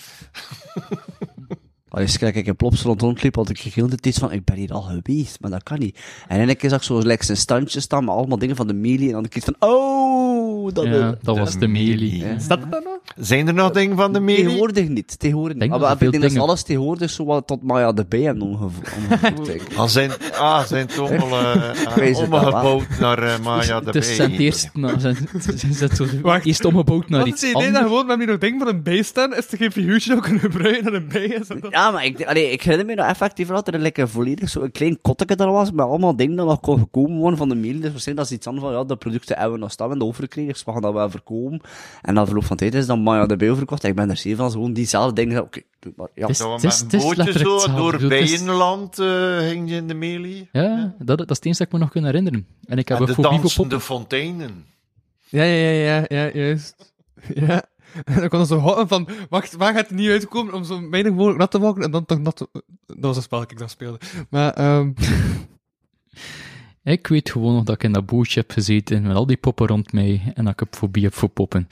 Speaker 7: Als ik in Plopsaland rondliep, had ik heel de tijd van, ik ben hier al geweest, maar dat kan niet. En dan zag ik zo lekker een standje staan met allemaal dingen van de Melie, en dan had ik iets van,
Speaker 3: Dat was de Melie.
Speaker 7: Ja.
Speaker 2: Staat dat dan nog?
Speaker 5: Zijn er nog dingen van de Melie?
Speaker 7: Tegenwoordig niet.
Speaker 3: Denk dat
Speaker 7: Maar
Speaker 3: er
Speaker 7: ik
Speaker 3: veel
Speaker 7: denk dat
Speaker 3: dingen-
Speaker 7: alles tegenwoordig zo wat tot Maya de Bij hebben omgevoerd.
Speaker 5: Zijn toch wel
Speaker 7: Wees het dan
Speaker 5: omgebouwd naar Maya de
Speaker 3: Het is zijn eerst, eerst omgebouwd naar
Speaker 2: Wat
Speaker 3: iets
Speaker 2: is het idee dat
Speaker 3: anders.
Speaker 2: gewoon met nog dingen van een bij staan, is er geen figuurtje dat we kunnen gebruiken dat een bij is?
Speaker 7: Ja, maar ik herinner me nog effectief dat er lekker volledig zo'n klein kotteke daar was, met allemaal dingen dat nog kon gekomen worden van de Melie. Dus waarschijnlijk dat is iets anders van, ja, de producten hebben we nog staan en de overgekregen, dus we gaan dat wel verkopen. En na verloop van tijd is dan Maya de Bij overgekocht. Ik ben er zeker van, gewoon diezelfde dingen. Oké, doe maar. Ja.
Speaker 3: Het is-
Speaker 5: Dat
Speaker 3: het is-
Speaker 5: we met
Speaker 3: het
Speaker 5: een
Speaker 3: is
Speaker 5: bootje
Speaker 3: letterlijk
Speaker 5: zo
Speaker 3: hetzelfde.
Speaker 5: door
Speaker 3: Het is-
Speaker 5: Bijenland ging je in de Melie.
Speaker 3: Ja, dat is het enige dat ik me nog kan herinneren. En ik heb
Speaker 5: En
Speaker 3: een
Speaker 5: de
Speaker 3: fobie voor
Speaker 5: dansende
Speaker 3: poppen.
Speaker 5: fonteinen.
Speaker 2: Ja, juist. Ja. En dan kon er zo houden van, wacht, waar gaat het niet uitkomen om zo weinig mogelijk nat te maken en dan toch nat te... Dat was een spel dat ik dan speelde. Maar,
Speaker 3: Ik weet gewoon nog dat ik in dat bootje heb gezeten met al die poppen rond mij en dat ik een fobie heb voor poppen.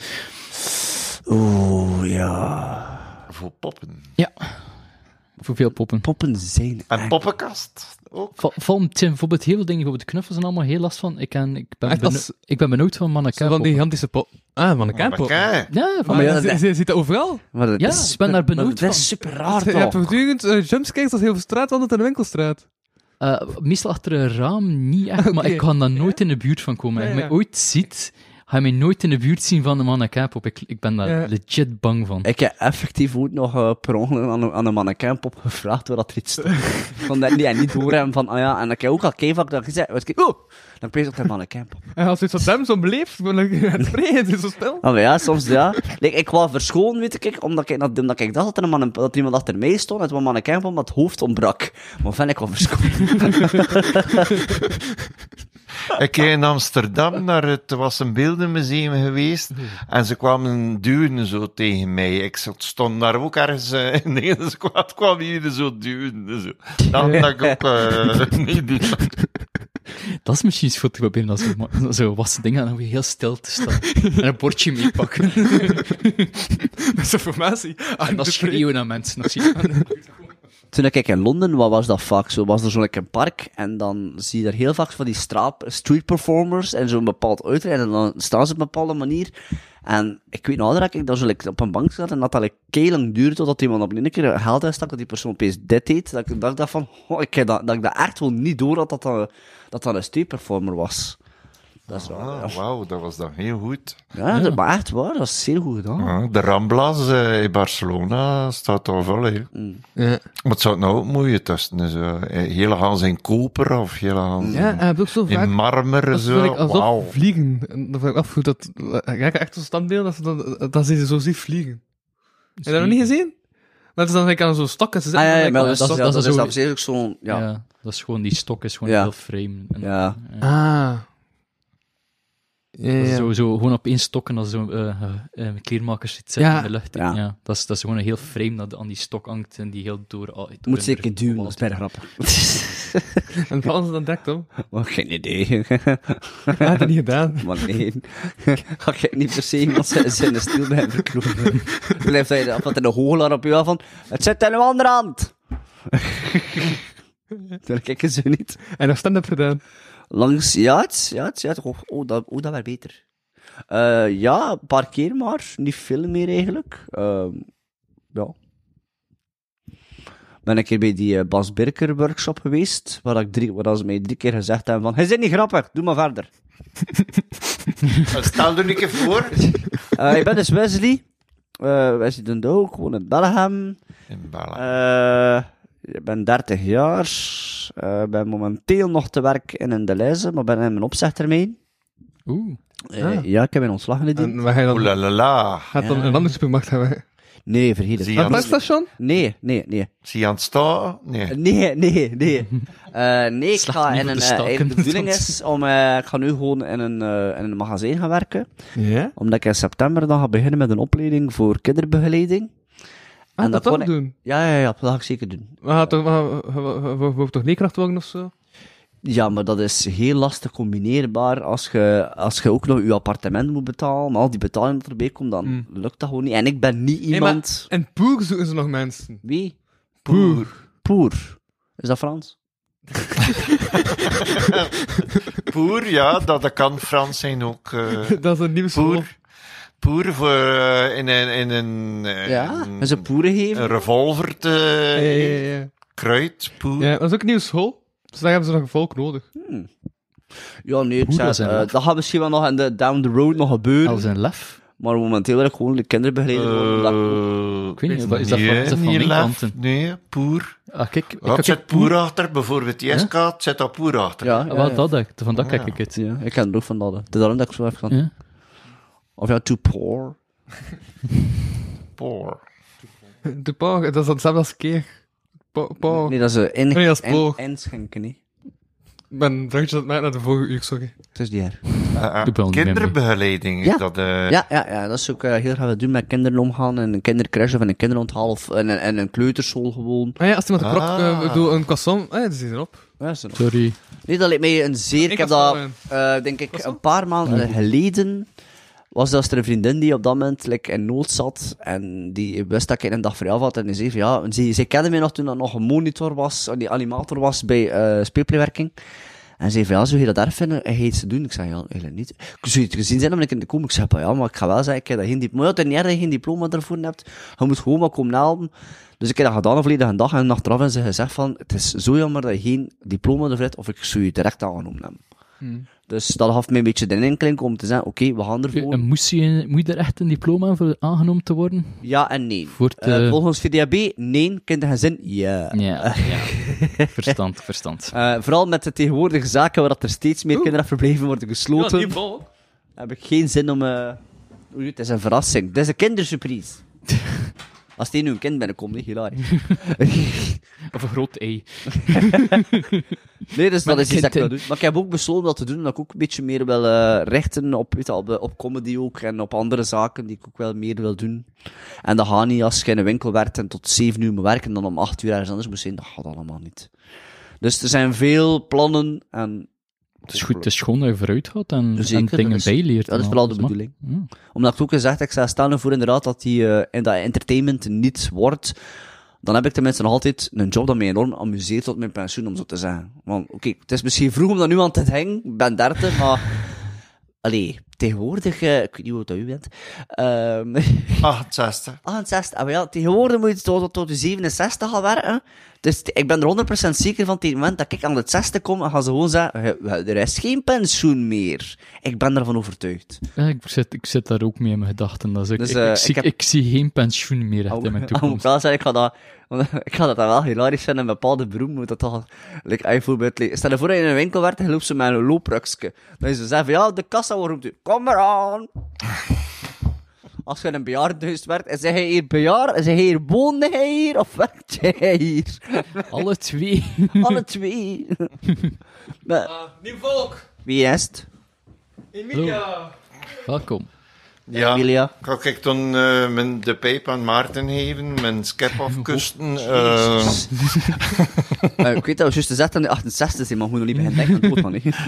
Speaker 7: Oeh, ja.
Speaker 5: Voor poppen.
Speaker 3: Voor veel poppen.
Speaker 7: Poppen zijn
Speaker 5: En poppenkast ook.
Speaker 3: Het zijn bijvoorbeeld heel veel dingen, bijvoorbeeld knuffels en allemaal heel last van. Ik
Speaker 2: Echt, als-
Speaker 3: ben benauwd van
Speaker 2: zo
Speaker 3: mannequin.
Speaker 2: van die gigantische pop... Ah, van de campo.
Speaker 5: Oké.
Speaker 3: Ja, van
Speaker 7: maar ja, dat-
Speaker 2: Ziet dat overal?
Speaker 7: Maar dat
Speaker 3: Ja,
Speaker 7: is
Speaker 3: ik ben daar
Speaker 7: maar
Speaker 3: benieuwd
Speaker 7: dat is
Speaker 3: van.
Speaker 7: super raar
Speaker 2: Je hebt
Speaker 7: toch?
Speaker 2: voortdurend jumpscares als heel veel straat wandelt in de winkelstraat.
Speaker 3: meestal achter een raam niet echt, maar
Speaker 2: Oké.
Speaker 3: ik kan daar nooit in de buurt van komen. Als je
Speaker 2: Ja.
Speaker 3: mij ooit ziet, Ga je mij nooit in de buurt zien van de mannequinpop. Ik ben daar legit bang van.
Speaker 7: Ik heb effectief ook nog per ongeluk aan een mannequinpop gevraagd waar dat er iets stond. Van dat niet door hem van, en ik heb ook al keivak dat gezegd, dan pees ik op de mannequinpop.
Speaker 2: En als je het van hem zo beleefd, het spreken, het is zo stil.
Speaker 7: Maar ja, soms ja. Ik was verschonen, weet ik, omdat ik dacht dat iemand achter mij stond, het was een mannequinpop, dat het hoofd ontbrak. Maar vind ik wel verschonen.
Speaker 5: Ik ging in Amsterdam naar het was een beeldenmuseum geweest en ze kwamen duwen zo tegen mij. Ik stond daar ook ergens in ze kwam hier zo duwen. Zo. Dan dat ik ook niet doen.
Speaker 3: Dat is misschien iets voor te proberen als zo wassen dingen en dan weer heel stil te staan. En een bordje meepakken.
Speaker 2: Dat is informatie.
Speaker 3: En dan schreeuwen aan mensen.
Speaker 7: Toen ik in Londen was dat vaak zo. Was er zo'n een park en dan zie je er heel vaak van die street performers en zo'n bepaald uitrijden en dan staan ze op een bepaalde manier. En ik weet nog dat ik dan zo op een bank zat en dat dat keilang duurde totdat iemand op een keer geld uitstak dat die persoon opeens dit deed. Dat ik dacht van, dat ik dat echt wel niet door had dat een street performer was. Dat is waar.
Speaker 5: Wauw, dat was dan heel goed.
Speaker 7: Ja, maar echt waar, dat is zeer goed gedaan.
Speaker 5: De Ramblas in Barcelona staat al vol, hè. Maar het zou nou ook mooie tussen. Dus, hele Hans in koper of hele Hans
Speaker 2: ook zo vaak,
Speaker 5: in marmer. Zo.
Speaker 2: Alsof vliegen. En dan vraag ik af hoe dat... Ja, echt zo'n standbeeld dat ze zo ziet vliegen. Heb je dat nog niet gezien? Dat is dan like aan zo'n stok. En ze
Speaker 7: maar dat is eigenlijk zo'n...
Speaker 3: Ja, dat is gewoon, die stok is gewoon heel frame. Zo gewoon op één stok en dan zo kleermakers zit in de lucht. Ja. Dat is gewoon een heel frame dat aan die stok hangt en die heel door...
Speaker 7: Je moet zeker duwen, dat is bijna grappig.
Speaker 2: En vallen ze dan direct op?
Speaker 7: Maar geen idee.
Speaker 2: Ik heb dat niet gedaan.
Speaker 7: Maar nee. Ga ik niet per se iemand zijn stil bij hem verkloppen. Blijft hij wat in de hooglaar op je af van, het zit in uw andere hand. Dan kijken ze niet.
Speaker 2: En nog stand-up gedaan.
Speaker 7: Langs, dat werd beter. Een paar keer maar, niet veel meer eigenlijk. Ben ik hier bij die Bas Birker workshop geweest, waar ze mij 3 keer gezegd hebben van, hij zit niet grappig, doe maar verder.
Speaker 5: Stel er een keer voor.
Speaker 7: Ik ben dus Wesley de Douw, gewoon in Belgium. Ik ben 30 jaar. Ik ben momenteel nog te werk in een Deleuze, maar ben in mijn opzegtermijn. Ja, ik heb mijn ontslag geleden.
Speaker 2: En waar ga je dan... Gaat dan een andere supermarkt hebben?
Speaker 7: Nee, vergeet het.
Speaker 2: Een tankstation?
Speaker 7: Nee.
Speaker 5: Zie je aan het staan? Nee.
Speaker 7: Nee, ik ga in een... De bedoeling is om... ik ga nu gewoon in een magazijn gaan werken.
Speaker 2: Ja?
Speaker 7: Omdat ik in september dan ga beginnen met een opleiding voor kinderbegeleiding.
Speaker 2: En dat ook doen?
Speaker 7: Ja, dat ga ik zeker doen.
Speaker 2: We toch leerkracht worden of zo?
Speaker 7: Ja, maar dat is heel lastig combineerbaar als je ook nog je appartement moet betalen, maar al die betaling dat erbij komt, dan lukt dat gewoon niet. En ik ben niet iemand...
Speaker 2: En Poer zoeken ze nog mensen.
Speaker 7: Wie?
Speaker 2: Poer.
Speaker 7: Is dat Frans?
Speaker 5: Poer, ja, dat kan Frans zijn ook.
Speaker 2: Dat is een nieuwe school.
Speaker 5: Poer voor in een
Speaker 7: is een poeren geven.
Speaker 5: Een revolver te kruid, poer.
Speaker 2: Ja, dat is ook een nieuwe school. Dus daar hebben ze nog een volk nodig.
Speaker 7: Ja, nee, dat gaat misschien wel nog down the road nog gebeuren.
Speaker 3: Als een lef.
Speaker 7: Maar momenteel wil ik gewoon de kinderbegeleider worden.
Speaker 3: Ik weet niet, is dat van mijn kanten?
Speaker 5: Nee, poer.
Speaker 3: Kijk,
Speaker 5: Wat zit poer achter? Bijvoorbeeld JSK, het zit daar poer achter.
Speaker 3: Ja. Vandaar kijk ik het.
Speaker 7: Ja, ik ken het ook van dat. Het is daarom dat ik zo even kan. Ja. Of ja, too poor.
Speaker 2: Too poor, dat is hetzelfde als keer.
Speaker 7: Nee, dat is inschenken, niet.
Speaker 2: Ik ben drankjes aan het maken naar de vorige uur, sorry.
Speaker 7: Het is die her.
Speaker 5: Kinderbegeleiding, is dat...
Speaker 7: Ja, dat is ook heel graag doen met kinderen omgaan, en een kindercrash of een kinderonthaal, of een kleuterschool gewoon.
Speaker 2: Als iemand een krok, bedoel, een croissant, dat is erop.
Speaker 7: Ja, is erop.
Speaker 3: Sorry.
Speaker 7: Nee, dat lijkt mij een zeer... Ik heb dat, denk ik, een paar maanden geleden... was er een vriendin die op dat moment in nood zat en die wist dat ik een dag vrij af had en die zei van zij kende mij nog toen dat nog een monitor was, die animator was bij speelplaywerking. En zei van zou je dat erg vinden? En ga je iets te doen? Ik zei ja, eigenlijk niet. Zou je het gezien zijn om ik in de kom? Ik zei ja, maar ik ga wel zeggen, ik heb dat geen diploma. Maar ja, ten eerste geen diploma ervoor hebt. Je moet gewoon maar komen helpen. Dus ik heb dat gedaan een volledige dag en achteraf en ze gezegd van, het is zo jammer dat je geen diploma ervoor hebt of ik zou je direct aangenomen hebben. Dus dat gaf mij een beetje de inkling om te zeggen, oké, we gaan ervoor.
Speaker 3: En moet je er echt een diploma voor aangenomen te worden?
Speaker 7: Ja en nee.
Speaker 3: Voor
Speaker 7: Volgens VDAB, nee. Kindergezin, ja.
Speaker 3: Ja. Verstand.
Speaker 7: Vooral met de tegenwoordige zaken waar er steeds meer kinderverblijven worden gesloten, heb ik geen zin om... Oei, het is een verrassing. Het is een kindersurprise. Als die nu een kind binnenkomt, niet hilarisch.
Speaker 3: Of een groot ei.
Speaker 7: Nee, dus dat is iets dat ik
Speaker 3: kind
Speaker 7: wil doen. Maar ik heb ook besloten dat te doen, dat ik ook een beetje meer wil richten op comedy ook, en op andere zaken die ik ook wel meer wil doen. En dat gaat niet als je in een winkel werkt en tot 7 uur moet werken en dan om 8 uur ergens anders moet zijn. Dat gaat allemaal niet. Dus er zijn veel plannen en...
Speaker 3: Het is goed, het is gewoon dat je vooruit gaat en
Speaker 7: Zeker,
Speaker 3: dingen bijleert.
Speaker 7: Dat is vooral de bedoeling. Omdat ik ook gezegd heb, ik sta staan voor inderdaad dat die in dat entertainment niets wordt, dan heb ik tenminste nog altijd een job dat mij enorm amuseert tot mijn pensioen, om zo te zeggen. Want oké, het is misschien vroeg om dat nu aan te hangen, ik ben 30, maar... Allee, tegenwoordig, ik weet niet hoe dat u bent.
Speaker 5: 68.
Speaker 7: 68, maar ja, tegenwoordig moet je tot de 67 gaan werken. Dus ik ben er 100% zeker van, tegen het moment dat ik aan het 60 kom, dan gaan ze gewoon zeggen, er is geen pensioen meer. Ik ben daarvan overtuigd.
Speaker 3: Ja, ik zit daar ook mee in mijn gedachten.
Speaker 7: Dus,
Speaker 3: ik zie geen pensioen meer echt in mijn toekomst.
Speaker 7: Wel zeggen, ik ga dat dan wel hilarisch vinden, een bepaalde beroep moet dat toch... Bijvoorbeeld, stel je voor dat je in een winkel werkt en je loopt zo met een looprukske. Dan is ze zeggen van, ja, de kassa wordt u. Kom maar aan! Als je in een bejaardenhuis werkt, is hij hier bejaard? Is hij hier, woonde hij hier? Of werkt jij hier?
Speaker 3: Alle twee.
Speaker 7: Alle twee.
Speaker 2: Nieuw volk!
Speaker 7: Wie is het?
Speaker 2: Emilia!
Speaker 3: Welkom.
Speaker 5: Ja,
Speaker 7: Emilia.
Speaker 5: kan ik dan de pijp aan Maarten geven, mijn skep afkusten?
Speaker 7: Ik weet dat we juist te zetten aan de 68 zijn, maar we moeten nog niet beginnen denken aan het man.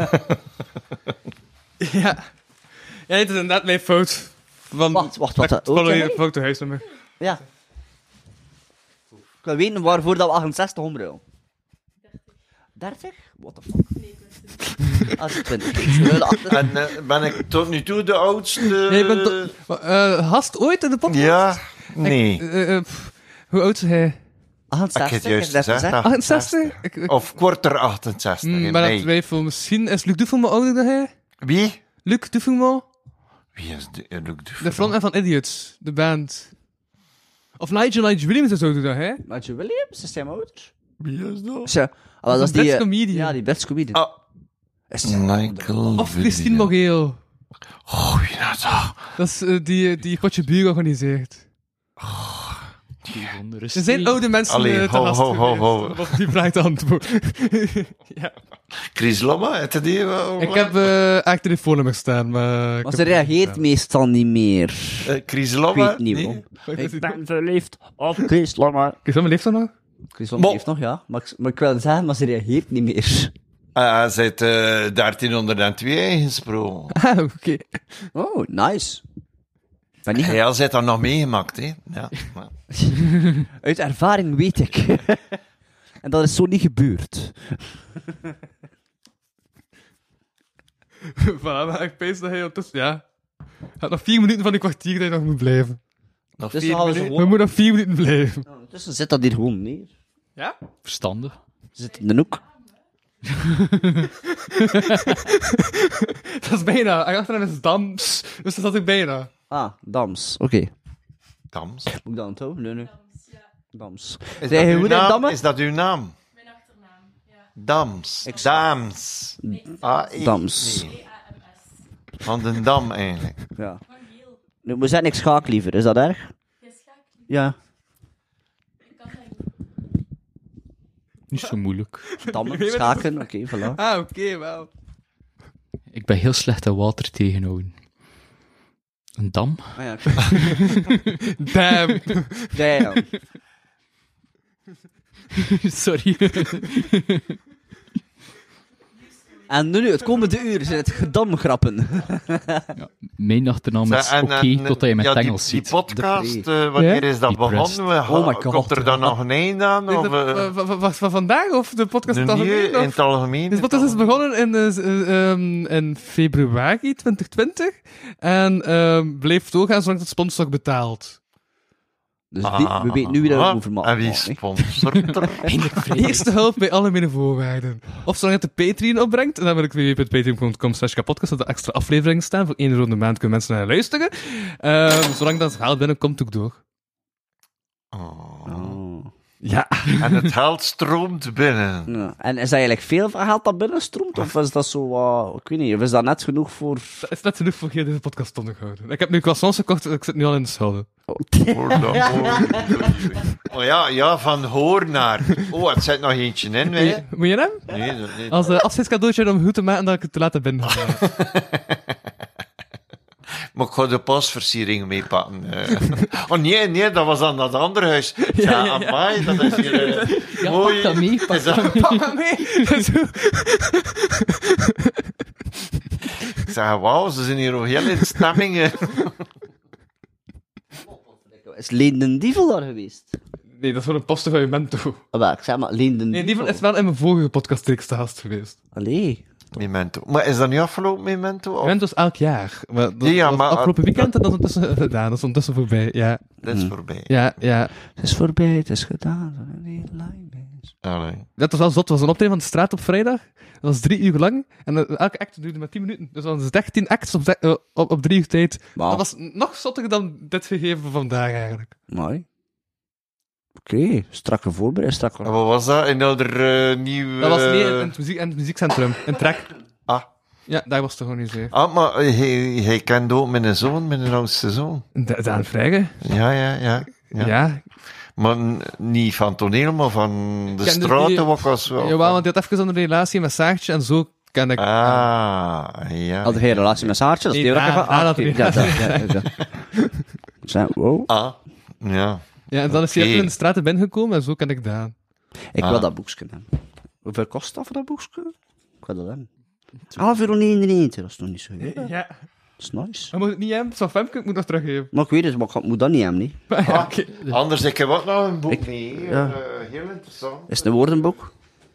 Speaker 2: Ja. Ja, het is inderdaad mijn fout.
Speaker 7: Wacht.
Speaker 2: Follow je fotohuisnummer.
Speaker 7: Ja. Ik wil weten waarvoor dat we 68 omruilen. 30? What the fuck? Nee, 20.
Speaker 5: En ben ik tot nu toe de oudste?
Speaker 2: Nee, je bent Hast ooit in de podcast?
Speaker 5: Ja, nee.
Speaker 2: Hoe oud is hij?
Speaker 7: 68?
Speaker 5: Ik heb het juist
Speaker 7: is dat
Speaker 5: gezegd,
Speaker 7: gezegd?
Speaker 2: 68?
Speaker 5: Of korter 68.
Speaker 2: Maar dat
Speaker 5: nee.
Speaker 2: twijfel. Misschien is Luc Duffelman ouder dan hij?
Speaker 5: Wie?
Speaker 2: Luc Duffelman?
Speaker 5: Wie is Luc Duffel?
Speaker 2: De frontman van Idiots, de band. Of Nigel Williams is ouder dan hij?
Speaker 7: Nigel Williams? Is hij mijn ouders?
Speaker 5: Wie is dat?
Speaker 7: Ja, dat is
Speaker 2: een Brits
Speaker 7: die...
Speaker 2: comedian.
Speaker 7: Ja, die Brits comedian.
Speaker 5: Ah,
Speaker 7: Is
Speaker 5: Michael.
Speaker 2: Of Christine Moreel.
Speaker 5: Oh, wie nou toch?
Speaker 2: Dat is die Potje Buur organiseert. Er zijn oude mensen
Speaker 5: Allee,
Speaker 2: te gast
Speaker 5: ho.
Speaker 2: geweest. Wat die vraagt antwoord. Ja.
Speaker 5: Chris Lomma, het die wel?
Speaker 2: Ik heb echt telefoonnummer staan, maar...
Speaker 7: Maar ze reageert meestal niet meer.
Speaker 5: Chris
Speaker 7: Ik
Speaker 5: Lomma?
Speaker 7: weet niet
Speaker 5: Nee.
Speaker 7: waarom. Ik ben verliefd op Chris Lomma.
Speaker 2: Is dat mijn leeftijd nog?
Speaker 7: Chris Lomma heeft nog, ja. Maar ik wil zeggen, maar ze reageert niet meer.
Speaker 5: Hij zit 1302 ingesproken.
Speaker 2: Ah, oké.
Speaker 7: Oh, nice. Ben niet
Speaker 5: Hij zit er nog meegemaakt, hè? Ja. Maar-
Speaker 7: Uit ervaring weet ik. En dat is zo niet gebeurd.
Speaker 2: Voilà, maar ik pees dat hij ondertussen... Ja. Gaat nog 4 minuten van die kwartier dat je nog moet blijven.
Speaker 5: Nog
Speaker 7: Dus
Speaker 5: 4
Speaker 7: dan gaan we zo
Speaker 5: minuten.
Speaker 2: We moeten nog 4 minuten blijven.
Speaker 7: Ondertussen zit dat hier gewoon neer.
Speaker 2: Ja?
Speaker 3: Verstandig.
Speaker 7: Zit in de hoek.
Speaker 2: Dat is bijna. Achteraan is Dams. Dus dat zat ik bijna.
Speaker 7: Ah, Dams. Oké.
Speaker 5: Dams.
Speaker 7: Moet ik dat onthouden? Nee. Dams.
Speaker 5: Is
Speaker 7: Zeg je
Speaker 5: dat,
Speaker 7: goed
Speaker 5: uw
Speaker 7: in
Speaker 5: naam?
Speaker 7: Damme?
Speaker 5: Is dat uw naam? Mijn achternaam, ja. Dams. Dams.
Speaker 7: Dams.
Speaker 5: Nee. Van den Dam, eigenlijk.
Speaker 7: Ja. Nu, we zijn ik schaak liever. Is dat erg? Ja.
Speaker 3: Niet zo moeilijk.
Speaker 7: Dammen, schaken. Oké, voilà.
Speaker 2: Ah, oké, wel.
Speaker 3: Ik ben heel slecht aan water tegenhouden. Een dam?
Speaker 7: Ah, ja.
Speaker 2: Damn.
Speaker 7: Damn.
Speaker 3: Sorry.
Speaker 7: En nu, het komende uur zijn het gedamgrappen.
Speaker 3: Mijn achternaam is oké, totdat je met Engels
Speaker 5: die
Speaker 3: ziet.
Speaker 5: podcast, wanneer is dat
Speaker 3: Depressed.
Speaker 5: begonnen?
Speaker 7: Oh my god.
Speaker 5: Komt er dan nog een eind aan? Of,
Speaker 2: Van vandaag of de podcast
Speaker 5: nu
Speaker 2: het algemeen?
Speaker 5: in het algemeen?
Speaker 2: De podcast is begonnen in februari 2020 en bleef doorgaan zolang het sponsor betaalt.
Speaker 7: Dus we weten nu wie dat over mag.
Speaker 5: En wie sponsort er?
Speaker 2: Eerste hulp bij alle mijn voorwaarden. Of zolang het de Patreon opbrengt, en dan wil ik www.patreon.com/kapodcast dat er extra afleveringen staan. Voor 1 euro in de maand kunnen mensen naar luisteren. Zolang dat geld binnenkomt, doe ik door. Ja.
Speaker 5: En het geld stroomt binnen.
Speaker 7: Ja. En is dat eigenlijk veel van geld dat binnenstroomt? Of is dat zo, ik weet niet, of is dat net genoeg voor...
Speaker 2: Dat is net genoeg voor heel deze podcast te onderhouden. Ik heb nu croissants gekocht, ik zit nu al in de schulden.
Speaker 5: Oh ja, van hoor naar. Oh, het zit nog eentje in, hè?
Speaker 2: Moet je hem?
Speaker 5: Nee, dat niet.
Speaker 2: Als afscheidscadeautje om goed te maken dat ik het te laten binnen.
Speaker 5: Maar ik ga de pasversiering meepakken. Oh nee, dat was aan dat andere huis. Ja, amai, dat is hier...
Speaker 3: Ja,
Speaker 5: mooi.
Speaker 3: pak dat mee,
Speaker 5: Is dat-
Speaker 2: Pak maar mee!
Speaker 5: Ik zeg, wauw, ze zijn hier nog heel in stemmingen.
Speaker 7: Is Leen den Dievel daar geweest?
Speaker 2: Nee, dat is voor een poster van je mento.
Speaker 7: Ik zeg maar, Leen den
Speaker 2: Nee,
Speaker 7: Dievel.
Speaker 2: die is wel in mijn vorige podcast te gast geweest.
Speaker 7: Allee.
Speaker 5: Memento. Maar is dat nu afgelopen, Memento? Of?
Speaker 2: Memento is elk jaar. Maar dat
Speaker 5: Ja,
Speaker 2: was
Speaker 5: maar-
Speaker 2: afgelopen weekend en dat is ondertussen gedaan. Dat is ondertussen voorbij. Ja,
Speaker 5: Dat is voorbij.
Speaker 2: ja.
Speaker 7: Het is voorbij, het is gedaan.
Speaker 5: Allee.
Speaker 2: Dat was wel zot. Het was een optreden van de straat op vrijdag. Dat was 3 uur lang. En elke act duurde maar 10 minuten. Dus dat was 13 acts op 3 uur tijd.
Speaker 7: Wauw.
Speaker 2: Dat was nog zotter dan dit gegeven van vandaag eigenlijk.
Speaker 7: Mooi. Oké, strakke voorbereid, strakke...
Speaker 5: En wat was dat? Een ouder nieuw...
Speaker 2: Dat was in het muziekcentrum. In Trek.
Speaker 5: Ah.
Speaker 2: Ja, daar was het georganiseerd.
Speaker 5: Ah, maar hij kent ook mijn zoon, mijn oudste zoon.
Speaker 2: Daan Vrijge.
Speaker 5: Ja.
Speaker 2: Ja.
Speaker 5: Maar niet van toneel, maar van de
Speaker 2: Kende
Speaker 5: straten
Speaker 2: die-
Speaker 5: was was wel.
Speaker 2: Jawel, want hij had even een relatie met Saartje en zo ken ik...
Speaker 5: Ah, ja.
Speaker 7: Had jij een relatie met Saartje? Dat is
Speaker 2: Nee,
Speaker 7: het enige
Speaker 2: Daan
Speaker 7: van...
Speaker 2: had een relatie.
Speaker 7: Ja. Wow.
Speaker 5: Ah, ja.
Speaker 2: Ja, en dan is hij
Speaker 5: Oké.
Speaker 2: even in de straten binnengekomen en zo ken ik Daan.
Speaker 7: Ik wil dat boekje hebben. Hoeveel kost dat voor dat boekje? Ik wil dat hebben. €11,99. Dat is nog niet zo heel.
Speaker 2: Ja.
Speaker 7: Dat is nice.
Speaker 2: Maar moet het niet hebben? Van Femke, ik moet nog teruggeven.
Speaker 7: Maar ik weet het, maar ik moet dat niet hebben, niet.
Speaker 2: Ja, oké.
Speaker 5: Anders, ik heb ook nog een boek
Speaker 7: Ik-
Speaker 5: mee.
Speaker 7: ja.
Speaker 5: Heel interessant.
Speaker 7: Is het een woordenboek?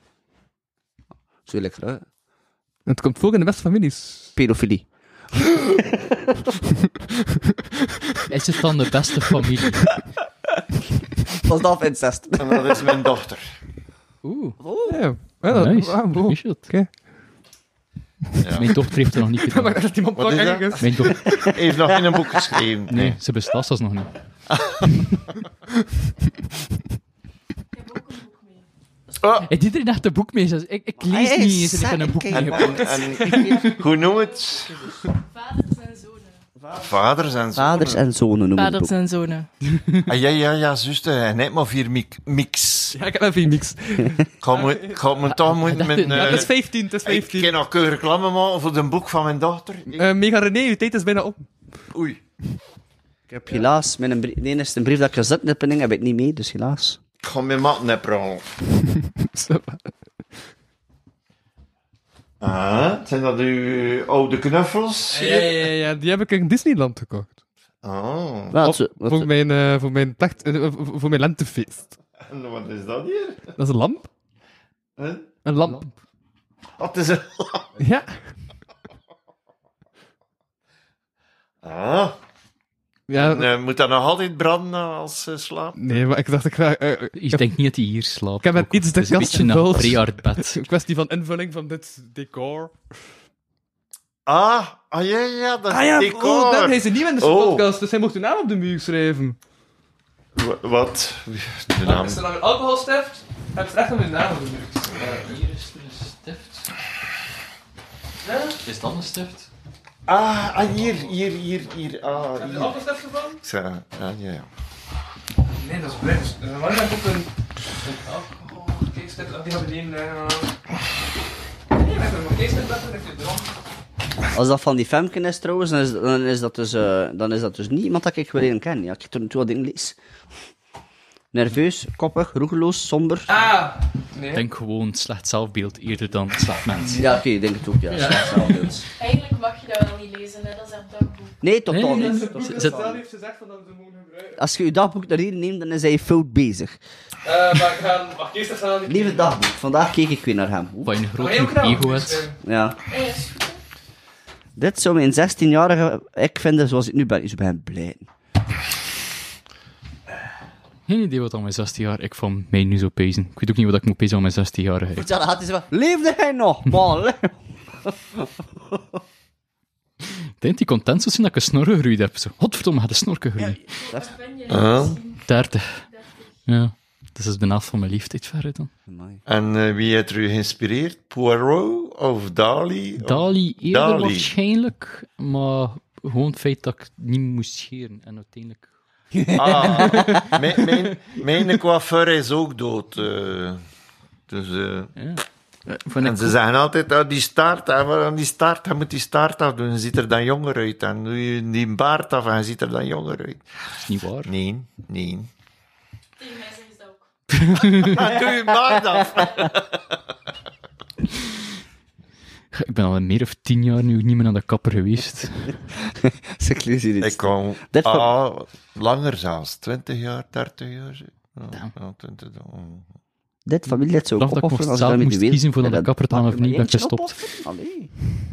Speaker 7: Zo lekker, hè?
Speaker 2: Het komt voor in de beste families.
Speaker 7: Pedofilie.
Speaker 3: Is het dan de beste familie?
Speaker 7: Was dat incest?
Speaker 5: En dat is mijn dochter.
Speaker 3: Oeh,
Speaker 2: Ja. Ja, dat-
Speaker 3: nice.
Speaker 2: ah, wow.
Speaker 3: Is het?
Speaker 2: Oké.
Speaker 3: Mijn dochter heeft er nog niet
Speaker 2: Ja,
Speaker 3: gedaan.
Speaker 2: maar dat iemand
Speaker 5: Wat is dat?
Speaker 2: ergens.
Speaker 3: Mijn dochter...
Speaker 5: Hij heeft nog geen boek geschreven.
Speaker 3: Nee, ze bestaat zelfs nog niet. Heeft iedereen echt een boek mee? Ik lees
Speaker 7: Hey,
Speaker 3: niet eens en ik heb een boek
Speaker 7: kijk,
Speaker 3: mee.
Speaker 5: Hoe noem het?
Speaker 8: Vaders en zonen.
Speaker 5: Vaders en zo.
Speaker 7: Vaders en zonen noemen het
Speaker 8: Vaders
Speaker 7: boek.
Speaker 8: en zonen.
Speaker 5: Ah, ja, juist. En net maar 4 mix.
Speaker 2: Ja, ik heb even niks.
Speaker 5: Ik ga me toch moeten met...
Speaker 2: Ja, het is 15, het is
Speaker 5: ik
Speaker 2: 15.
Speaker 5: kan nog keurig reclame maken voor een boek van mijn dochter.
Speaker 2: Mega René, uw tijd is bijna op.
Speaker 5: Oei.
Speaker 7: Ik heb helaas, mijn brief, de enige brief dat ik gezet heb, heb ik niet mee, dus helaas.
Speaker 5: Ik ga mijn mat neppen. Zijn dat uw oude knuffels?
Speaker 2: Ja, die heb ik in Disneyland gekocht.
Speaker 5: Oh.
Speaker 7: Wel,
Speaker 2: Voor mijn lentefeest.
Speaker 5: En wat is dat hier?
Speaker 2: Dat is een lamp.
Speaker 5: Huh?
Speaker 2: Een lamp.
Speaker 5: Wat is het?
Speaker 2: Ja.
Speaker 5: Ah.
Speaker 2: Ja,
Speaker 5: En, moet dat nog altijd branden als ze slaapt?
Speaker 2: nee, maar ik dacht ik ga...
Speaker 3: Ik denk niet dat hij hier slaapt.
Speaker 2: Ik heb een
Speaker 3: ook.
Speaker 2: iets
Speaker 3: Het is een
Speaker 2: de kast
Speaker 3: beetje een
Speaker 2: gevuld.
Speaker 3: pre-hard bed.
Speaker 2: Een kwestie van invulling van dit decor.
Speaker 5: Ja, dat is decor.
Speaker 2: Oh, hij is een nieuw in de
Speaker 5: Oh.
Speaker 2: podcast, dus hij mocht de naam op de muur schrijven.
Speaker 5: Wat? De naam.
Speaker 2: Is er dan een alcoholstift? Heb je echt nog een naam op de muur?
Speaker 3: Hier is er een stift. Is dat een stift?
Speaker 5: Hier.
Speaker 2: Heb je de alcoholstift gevonden?
Speaker 5: Ja.
Speaker 2: Nee, dat is blind. Waar heb ik ook een alcohol? Kijk, stift, die hebben we niet. Nee, we hebben nog geen stift, dat heb je dronken.
Speaker 7: Als dat van die Femke is trouwens, dan is dat dus niet iemand dat ik wel ken. Ja, ik heb er natuurlijk wat in lees. Nerveus, koppig, roekeloos, somber.
Speaker 2: Nee.
Speaker 3: Ik denk gewoon slecht zelfbeeld eerder dan slecht mens.
Speaker 7: Ja, oké, ik denk het ook, ja. Zelfbeeld.
Speaker 8: Eigenlijk mag je dat wel niet lezen, hè? Dat is een dagboek.
Speaker 7: Nee, totaal
Speaker 3: Nee,
Speaker 7: niet.
Speaker 3: nee,
Speaker 7: Dat is-
Speaker 3: Zit-
Speaker 2: heeft gezegd van dat we ze mogen gebruiken.
Speaker 7: Als je je dagboek naar hier neemt, dan is hij fout bezig.
Speaker 2: Maar ik ga... Wacht, eerst gaan we...
Speaker 7: Lieve dagboek, vandaag keek ik weer naar hem.
Speaker 3: Wat je een
Speaker 2: Maar heel
Speaker 3: groot
Speaker 2: knap.
Speaker 3: ego hebt.
Speaker 7: Ja.
Speaker 8: Nee, is goed.
Speaker 7: Dit zou mijn 16-jarige ik vinden zoals ik nu ben. Is bij hem blij.
Speaker 3: Geen idee wat aan mijn 16 jaar ik van mij nu zou pezen. Ik weet ook niet wat ik moet pezen aan mijn 16-jarige.
Speaker 7: Vertel, had hij zo van, leefde hij nog? Man,
Speaker 3: Ik denk dat hij content zou zijn dat ik een snor gegroeid heb. Zo, godverdomme, had een snor gegroeid.
Speaker 8: Wat ben je?
Speaker 3: 30. Ja. Dat is de helft van mijn leeftijd verder dan.
Speaker 5: En wie heeft u geïnspireerd? Poirot of Dali?
Speaker 3: Dali eerder
Speaker 5: Dali.
Speaker 3: waarschijnlijk, maar gewoon het feit dat ik niet moest scheren. En uiteindelijk...
Speaker 5: Mijn coiffeur is ook dood. Dus...
Speaker 3: Ja.
Speaker 5: En ze zeggen altijd, die staart, hij moet die staart afdoen, je ziet er dan jonger uit. En doe je die baard af en je ziet er dan jonger uit.
Speaker 3: Dat is niet waar.
Speaker 5: Nee.
Speaker 8: Tegen mij zeggen ze dat ook.
Speaker 5: Dan doe je baard af.
Speaker 3: Ik ben al meer of 10 jaar nu niet meer naar de kapper geweest.
Speaker 5: Ik kom langer zelfs, 20 jaar, 30 jaar. Ja, 20 jaar.
Speaker 7: Dit familielid zou ik
Speaker 3: Dat ik nog
Speaker 7: opofferen als ik
Speaker 3: zelf
Speaker 7: daarmee
Speaker 3: moest
Speaker 7: de wereld...
Speaker 3: kiezen voor naar de kapper te gaan of niet, ben ik gestopt.
Speaker 7: Allee.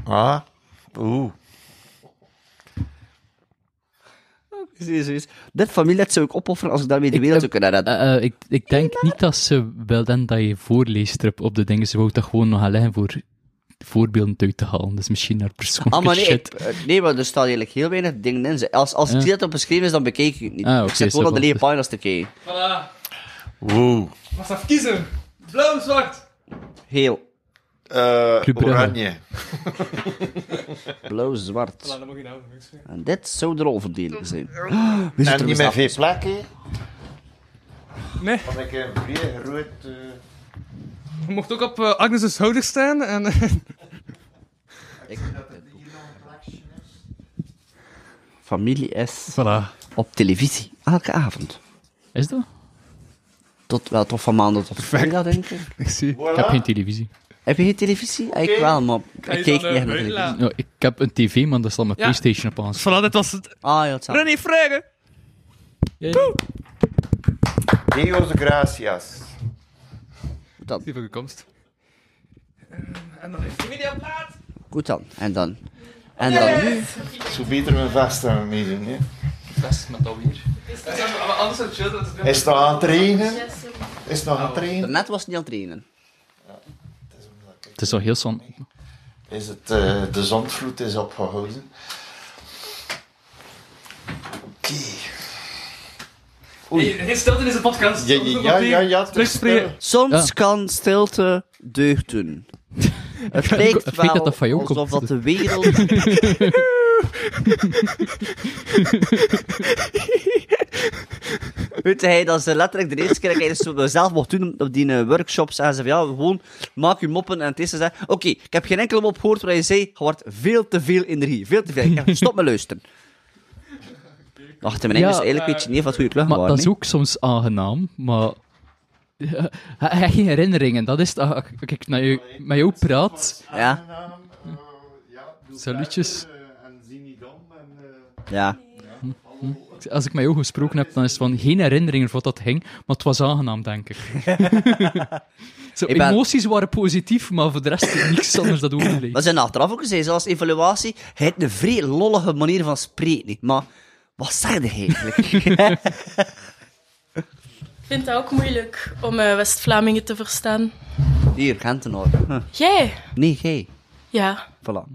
Speaker 7: Serieus. Dit familielid zou ik opofferen als ik daarmee de wereld zou kunnen redden.
Speaker 3: Ik denk niet dat ze wel dan dat je voorleest op de dingen. Ze wou dat gewoon nog gaan leggen voor voorbeelden uit te halen. Dus misschien naar persoonlijke
Speaker 7: Maar nee,
Speaker 3: shit.
Speaker 7: nee, maar er staan eigenlijk heel weinig dingen in. Als het hier op beschreven is, dan bekijk ik het niet.
Speaker 3: Oké,
Speaker 7: ik zit gewoon
Speaker 3: zo
Speaker 7: op de lege
Speaker 3: goed.
Speaker 7: pagina's te kijken.
Speaker 2: Voilà.
Speaker 5: Wow.
Speaker 2: Mag even kiezen. Blauw, zwart.
Speaker 7: Heel.
Speaker 3: Club Brugge.
Speaker 5: Oranje.
Speaker 7: Blauw, zwart.
Speaker 2: Voilà, dan mag je nou.
Speaker 7: En dit zou de rolverdeling zijn.
Speaker 5: En niet met veel plekken.
Speaker 2: Nee,
Speaker 5: Van ik een vrije rood...
Speaker 2: je mocht ook op Agnes' schouder staan. En
Speaker 7: Familie S.
Speaker 2: voilà.
Speaker 7: Op televisie. Elke avond.
Speaker 3: Is dat?
Speaker 7: Tot van maandag tot vrijdag, denk ik.
Speaker 2: Ik zie.
Speaker 3: Ik heb geen televisie.
Speaker 7: Heb je geen televisie? Ik wel, maar ik
Speaker 2: Ga je
Speaker 7: kijk
Speaker 2: dan,
Speaker 7: niet echt naar
Speaker 2: buiten
Speaker 7: televisie.
Speaker 2: laten?
Speaker 3: Ja, ik heb een tv, maar daar staat mijn
Speaker 2: Ja.
Speaker 3: PlayStation op aan.
Speaker 2: Voilà, dit was het.
Speaker 7: Ah ja, het zou.
Speaker 2: René Vragen.
Speaker 5: Dios gracias.
Speaker 7: Goed dan.
Speaker 2: Die voor je komst. En dan heeft de videoplaat.
Speaker 7: Goed dan. En dan nu.
Speaker 5: Zo beter mijn vast aan meedoen, hè.
Speaker 3: Best met alweer.
Speaker 2: Maar anders zou het chill, dat is
Speaker 5: Is het nog aan het trainen? Is het nog aan het trainen?
Speaker 7: Daarnet was het niet aan het trainen.
Speaker 3: Het is al heel zon.
Speaker 5: Is het, de zondvloed is opgehouden. Oké.
Speaker 2: Hey, geen stilte in deze podcast.
Speaker 5: Ja.
Speaker 2: Slecht spreken.
Speaker 7: Soms
Speaker 3: Ja.
Speaker 7: kan stilte deugd doen. Het lijkt
Speaker 3: het feit
Speaker 7: wel
Speaker 3: dat dat van jou
Speaker 7: alsof
Speaker 3: komt.
Speaker 7: dat de wereld... Weet hij, dat ze letterlijk de eerste keer dat ik zo zelf mocht doen op die workshops, zeggen ze van ja, gewoon maak je moppen en het eerste zei, oké, ik heb geen enkele mop gehoord waar je zei, je wordt veel te veel energie, veel te veel. Ik zeg, stop met luisteren. Dacht in mijn Engels, eigenlijk weet je niet wat goede klucht
Speaker 3: Maar
Speaker 7: waren.
Speaker 3: dat is ook soms aangenaam, maar... Ja, hij heeft geen herinneringen, dat is het. Als ik met jou praat,
Speaker 7: Ja,
Speaker 3: salutjes.
Speaker 5: En zie niet om.
Speaker 7: ja.
Speaker 3: Als ik met jou gesproken heb, dan is het van geen herinneringen van wat dat ging, maar het was aangenaam, denk ik. Zo,
Speaker 7: Ik ben-
Speaker 3: emoties waren positief, maar voor de rest niks anders dat overleed.
Speaker 7: Dat zijn achteraf ook gezegd, zoals evaluatie, hij heeft een vrij lollige manier van spreken. Maar wat zeg je eigenlijk?
Speaker 8: Ik vind het ook moeilijk om West-Vlamingen te verstaan.
Speaker 7: Hier, Gentenaar. Huh.
Speaker 8: Jij?
Speaker 7: Nee, jij.
Speaker 8: Ja,
Speaker 7: Voilà.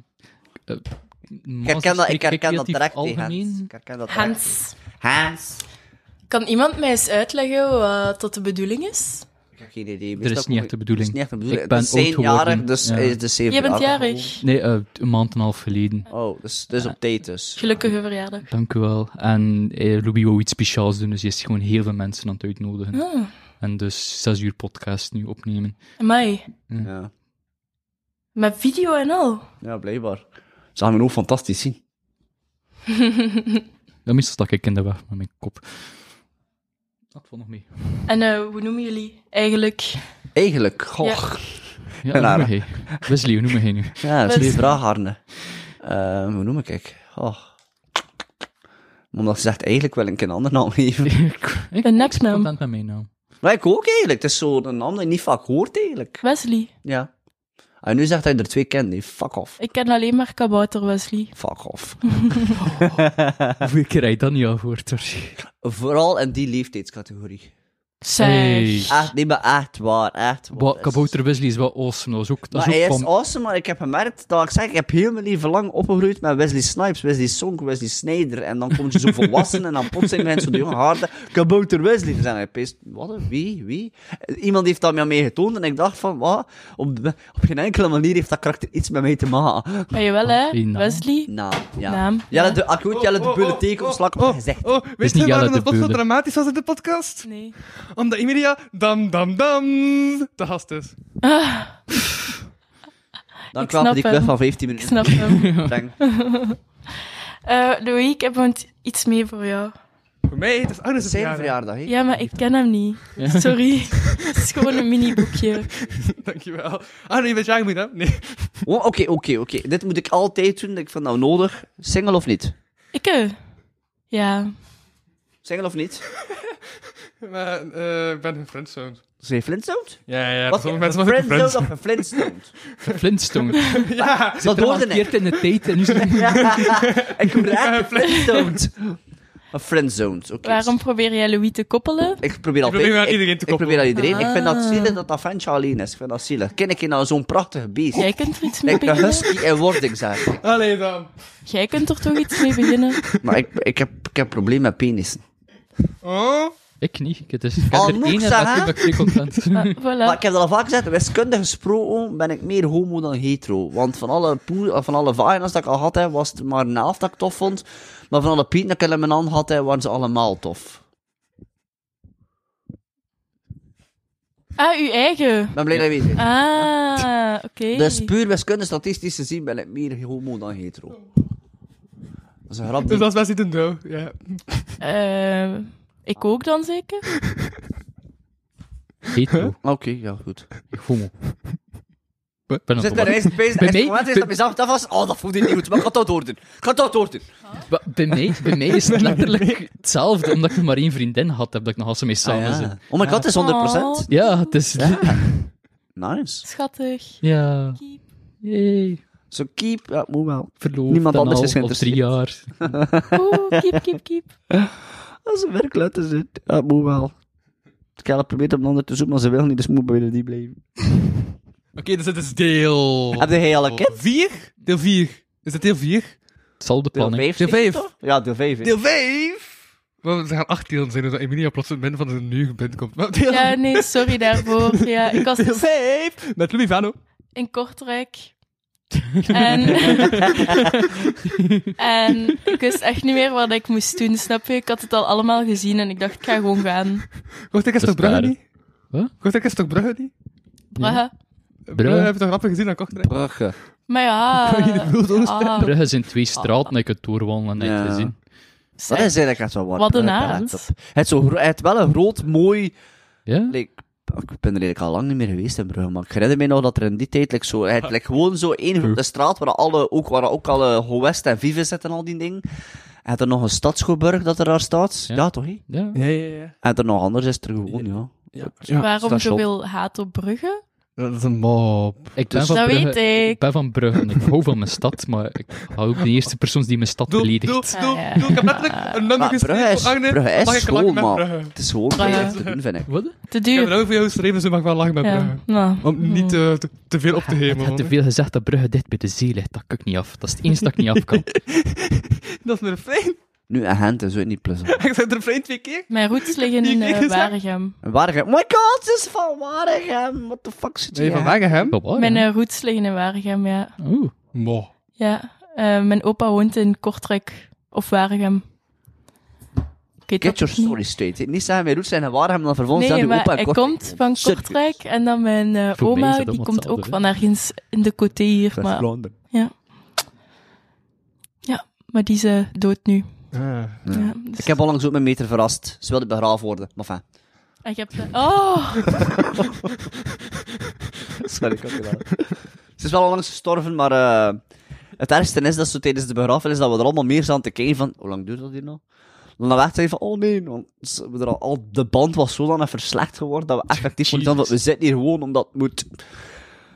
Speaker 3: Maar
Speaker 7: Ik herken dat
Speaker 3: relatief
Speaker 7: direct, hè,
Speaker 3: algemeen.
Speaker 7: Hans. Ik herken dat direct.
Speaker 8: Hans.
Speaker 7: Hans.
Speaker 8: Kan iemand mij eens uitleggen wat dat de bedoeling is?
Speaker 7: Ik heb geen idee.
Speaker 3: Er is niet echt de bedoeling.
Speaker 7: Het is niet echt de bedoeling.
Speaker 3: Ik ben
Speaker 7: Het is zijn
Speaker 3: oud geworden.
Speaker 7: jarig, dus
Speaker 3: Ja.
Speaker 7: hij is de 7
Speaker 8: Jij bent
Speaker 7: jaar
Speaker 8: jarig.
Speaker 3: Nee, een maand en een half geleden.
Speaker 7: Oh, dus op tijd dus.
Speaker 8: Gelukkige verjaardag.
Speaker 3: Dank u wel. En Louis wou iets speciaals doen, dus hij is gewoon heel veel mensen aan het uitnodigen.
Speaker 8: Ah,
Speaker 3: En dus 6 uur podcast nu opnemen.
Speaker 8: amai.
Speaker 7: Ja.
Speaker 8: Met video en al.
Speaker 7: Ja, blijkbaar. Ze gaan me ook fantastisch zien.
Speaker 3: Ja, meestal stak ik in de weg met mijn kop. Dat valt nog mee.
Speaker 8: En hoe noemen jullie eigenlijk?
Speaker 7: Eigenlijk, goh.
Speaker 8: Ja.
Speaker 3: Ja,
Speaker 7: En
Speaker 3: hoe noem je hij? Wesley, hoe noem je hij nu?
Speaker 7: Ja, dat is
Speaker 8: Best.
Speaker 7: een vraag, Arne. Hoe noem ik het? Oh. Omdat ze zegt, eigenlijk wil ik een andere naam geven.
Speaker 3: Ik
Speaker 8: Een
Speaker 3: ben
Speaker 8: neknaam.
Speaker 3: content met mijn naam.
Speaker 7: Maar ik ook eigenlijk. Het is zo'n naam dat je niet vaak hoort eigenlijk.
Speaker 8: Wesley.
Speaker 7: Ja. En nu zegt hij er 2 kent, nee, fuck off.
Speaker 8: Ik ken alleen maar Kabouter Wesley.
Speaker 7: Fuck off.
Speaker 3: Hoeveel keer heb je dat niet al gehoord, waarschijnlijk?
Speaker 7: Vooral in die leeftijdscategorie.
Speaker 8: Zeg.
Speaker 3: Hey.
Speaker 7: Echt, nee, maar echt waar.
Speaker 3: Kabouter Wesley is wel awesome. Dat is ook,
Speaker 7: Maar hij is awesome, maar ik heb gemerkt dat ik heb heel mijn leven lang opgegroeid met Wesley Snipes, Wesley Song, Wesley Sneijder, en dan komt je zo volwassen en dan plotseling begint zo de jonge harde Kabouter Wesley te zijn. En ik peest, wat? Wie? Iemand heeft dat met mij getoond en ik dacht van, wat? Op geen enkele manier heeft dat karakter iets met mij te maken.
Speaker 8: Maar jawel, hè?
Speaker 3: Naam.
Speaker 8: Wesley?
Speaker 7: Ja.
Speaker 8: Naam.
Speaker 7: Jelle de Bulle tekenopslag op gezegd.
Speaker 2: Weet
Speaker 3: niet
Speaker 2: je
Speaker 3: Jelle
Speaker 2: waarom
Speaker 3: de
Speaker 2: het wat zo
Speaker 3: Beule.
Speaker 2: dramatisch was in de podcast?
Speaker 8: Nee.
Speaker 2: Omdat Emilia dam de gast is.
Speaker 7: Dan
Speaker 8: Ik
Speaker 7: kwam
Speaker 8: snap
Speaker 7: die
Speaker 8: hem.
Speaker 7: clip van 15
Speaker 8: Ik
Speaker 7: minuten.
Speaker 8: snap hem.
Speaker 7: Dank.
Speaker 8: Louis, ik heb iets mee voor jou.
Speaker 2: Voor mij, het is Agnes'
Speaker 7: Zijn verjaardag, hè?
Speaker 8: Ja, maar ik ken hem niet. Sorry. Het is gewoon een mini-boekje.
Speaker 2: Dankjewel. Nee, je bent jarig, moet je, hè? Nee.
Speaker 7: Oh, Oké. Dit moet ik altijd doen. Ik vind dat nodig. Single of niet?
Speaker 8: Ja.
Speaker 7: Single of niet?
Speaker 2: Maar, ik ben een friendzone.
Speaker 7: Zijn je Flintstones?
Speaker 2: Ja,
Speaker 7: Wat?
Speaker 2: sommige mensen
Speaker 7: Een
Speaker 2: moeten
Speaker 7: Friendzone
Speaker 2: friendzone.
Speaker 7: of een Flintstones?
Speaker 3: Flintstone.
Speaker 2: Ja,
Speaker 7: Dat hoorde
Speaker 3: Keert
Speaker 7: ik.
Speaker 3: in de tijd en nu is het...
Speaker 7: Ik hoorde echt een Flintstones. Een Friendzones, oké.
Speaker 8: Waarom probeer jij Louis te koppelen?
Speaker 7: Ik probeer altijd...
Speaker 2: probeer aan iedereen te
Speaker 7: Ik probeer aan iedereen. Ik vind dat
Speaker 8: Ah.
Speaker 7: zielig dat dat ventje alleen is. Ik vind dat zielig. Ken ik je nou zo'n prachtige beest?
Speaker 8: Jij kunt er iets mee
Speaker 7: Like een
Speaker 8: beginnen.
Speaker 7: husky in wording, zeg ik.
Speaker 2: allee dan.
Speaker 8: Jij kunt er toch iets mee beginnen?
Speaker 7: Maar ik heb een probleem met penissen.
Speaker 3: Ik niet. Ik heb er
Speaker 7: moet
Speaker 3: één en
Speaker 7: zeggen.
Speaker 3: dat ben ik vrij content.
Speaker 7: Maar
Speaker 8: Voilà.
Speaker 7: ik heb dat al vaak gezegd, wiskundig gesproken ben ik meer homo dan hetero. Want van alle vagina's dat ik al had, was het maar een helft dat ik tof vond. Maar van alle pieten dat ik in mijn hand had, waren ze allemaal tof.
Speaker 8: Uw eigen.
Speaker 7: Ik ben blij dat je weet.
Speaker 8: Oké.
Speaker 7: Dus puur wiskundig statistisch gezien ben ik meer homo dan hetero. Dat is een grap
Speaker 2: Dus
Speaker 7: die...
Speaker 2: dat is best niet een dood, ja.
Speaker 8: Ik ook dan zeker?
Speaker 3: Hetero.
Speaker 7: Oké, ja, goed.
Speaker 3: Homo. Ik ben
Speaker 7: Zit
Speaker 3: op
Speaker 7: daar eens
Speaker 3: Bij
Speaker 7: het
Speaker 3: mij-
Speaker 7: moment is dat mezelf dat was. Oh, dat voelde ik niet goed, maar ik ga het doordoen.
Speaker 3: Bij mij is het letterlijk hetzelfde, omdat ik nog maar één vriendin had, heb dat ik nog als ze mee samen zijn.
Speaker 7: Oh my god, het is 100%.
Speaker 3: Ja, het is...
Speaker 7: Ja. Nice.
Speaker 8: Schattig.
Speaker 3: Ja.
Speaker 8: Kiep.
Speaker 3: Yay.
Speaker 7: So keep, ja, moet wel.
Speaker 3: Verloofd
Speaker 7: Niemand
Speaker 3: en
Speaker 7: anders
Speaker 3: al,
Speaker 7: is
Speaker 3: al 3 jaar.
Speaker 8: Kiep.
Speaker 7: Dat is een werkluid, is het. Ja, moet wel. Ik heb geprobeerd om een ander te zoeken, maar ze wil niet, dus moet bij die blijven.
Speaker 2: Oké, dus het is deel...
Speaker 7: Heb jij al een kind?
Speaker 2: 4? Deel 4. Is het deel 4?
Speaker 3: Het zal de
Speaker 7: Deel
Speaker 3: planning.
Speaker 7: 5?
Speaker 2: Deel 5.
Speaker 7: Ja, deel 5.
Speaker 2: Deel 5? Wel, ze gaan 8 delen zijn, dus dat Emilia plots in het midden van de nu binnenkomt. Maar deel,
Speaker 8: Ja, nee, sorry daarvoor. Ja, ik was
Speaker 2: deel
Speaker 8: dus
Speaker 2: 5! Met Louis Vano.
Speaker 8: in Kortrijk. En ik wist echt niet meer wat ik moest doen, snap je? Ik had het al allemaal gezien en ik dacht, ik ga gewoon gaan.
Speaker 2: Kortrijk is
Speaker 3: Dat
Speaker 2: toch
Speaker 3: is
Speaker 2: Brugge
Speaker 3: waar,
Speaker 2: niet?
Speaker 3: Wat?
Speaker 2: Kortrijk is toch Brugge niet?
Speaker 8: Brugge.
Speaker 2: Brugge heb je toch grappen gezien aan Kortrijk?
Speaker 7: Brugge.
Speaker 8: Maar ja...
Speaker 3: Brugge zijn 2 straten dat ik het doorwandelen en
Speaker 7: Ja.
Speaker 3: te zien.
Speaker 7: Dat is eigenlijk echt wel wat.
Speaker 8: Wat een
Speaker 7: Brugge,
Speaker 8: avond.
Speaker 7: let op. Het heeft wel een groot, mooi...
Speaker 3: Ja?
Speaker 7: Ik ben er eigenlijk al lang niet meer geweest in Brugge, maar ik herinner me nog dat er in die tijd gewoon zo één grote straat waar ook alle Ho-West en Vives zitten en al die dingen. En er nog een Stadsschouwburg dat er daar staat.
Speaker 3: Ja.
Speaker 7: Ja, toch? Hè?
Speaker 3: Ja.
Speaker 2: Ja.
Speaker 7: En er nog anders is er gewoon, ja.
Speaker 8: Waarom
Speaker 7: station.
Speaker 8: zoveel haat op Brugge?
Speaker 2: Dat is een mop.
Speaker 3: Ik ben van
Speaker 8: Dat
Speaker 3: Brugge.
Speaker 8: weet ik.
Speaker 3: Ik ben van Brugge en ik hou van mijn stad, maar ik hou ook de eerste persoon die mijn stad beledigt.
Speaker 2: Doe, ik heb letterlijk een nummer
Speaker 7: Maar
Speaker 2: geschreven voor Agne.
Speaker 7: Brugge is
Speaker 2: Mag ik lachen
Speaker 7: schoon,
Speaker 2: met
Speaker 7: man.
Speaker 2: Brugge?
Speaker 7: Het is gewoon
Speaker 8: Brugge.
Speaker 7: veilig te doen, vind ik.
Speaker 3: Wat?
Speaker 8: Te
Speaker 2: Ik heb
Speaker 8: duur.
Speaker 2: een nummer voor jou geschreven, dus je mag wel lachen met
Speaker 8: Ja.
Speaker 2: Brugge.
Speaker 8: Nou.
Speaker 2: Om niet te veel op te
Speaker 3: Ik
Speaker 2: hemelen.
Speaker 3: heb te veel gezegd dat Brugge dicht bij de zee ligt. Dat kan ik niet af. Dat is het enige dat ik niet af kan.
Speaker 2: Dat is mijn refrein.
Speaker 7: Nu, een hand is ook niet plezant.
Speaker 2: Ik zei de refrein 2 keer.
Speaker 8: Mijn roots liggen in Waregem.
Speaker 7: En Waregem. Oh my god, ze is van Waregem. What the fuck zit
Speaker 2: Ben je
Speaker 7: je
Speaker 2: van Waregem?
Speaker 3: Wat waar,
Speaker 8: Mijn
Speaker 3: hè?
Speaker 8: roots liggen in Waregem, ja.
Speaker 3: Oeh.
Speaker 2: Mo.
Speaker 8: Ja. Mijn opa woont in Kortrijk. Of Waregem. Ik weet
Speaker 7: Get
Speaker 8: dat
Speaker 7: your
Speaker 8: niet.
Speaker 7: story straight. hè. Niet zeggen, mijn roots zijn in Waregem, dan vervolgens
Speaker 8: Nee,
Speaker 7: zeggen die
Speaker 8: maar
Speaker 7: opa en
Speaker 8: hij
Speaker 7: Kortrijk.
Speaker 8: komt van
Speaker 7: Circus.
Speaker 8: Kortrijk en dan mijn
Speaker 3: Voor mij is
Speaker 8: oma,
Speaker 3: dat
Speaker 8: die
Speaker 3: allemaal
Speaker 8: komt
Speaker 3: hetzelfde,
Speaker 8: ook
Speaker 3: hè?
Speaker 8: van ergens in de côté hier. Maar,
Speaker 7: West-Vlaanderen.
Speaker 8: maar die is dood nu.
Speaker 2: Ah.
Speaker 8: Ja, dus-
Speaker 7: Ik heb onlangs ook mijn meter verrast. Ze wilde begraven worden. Maar fijn.
Speaker 8: En je hebt... Oh!
Speaker 7: Sorry, ik had gedaan. Ze is wel onlangs gestorven, maar het ergste is dat zo tijdens de begrafenis dat we er allemaal meer aan te kijken van, hoe lang duurt dat hier nog? Dan we echt van, oh nee, want de band was zodanig verslecht geworden dat we effectief moeten dan, we zitten hier gewoon omdat het moet.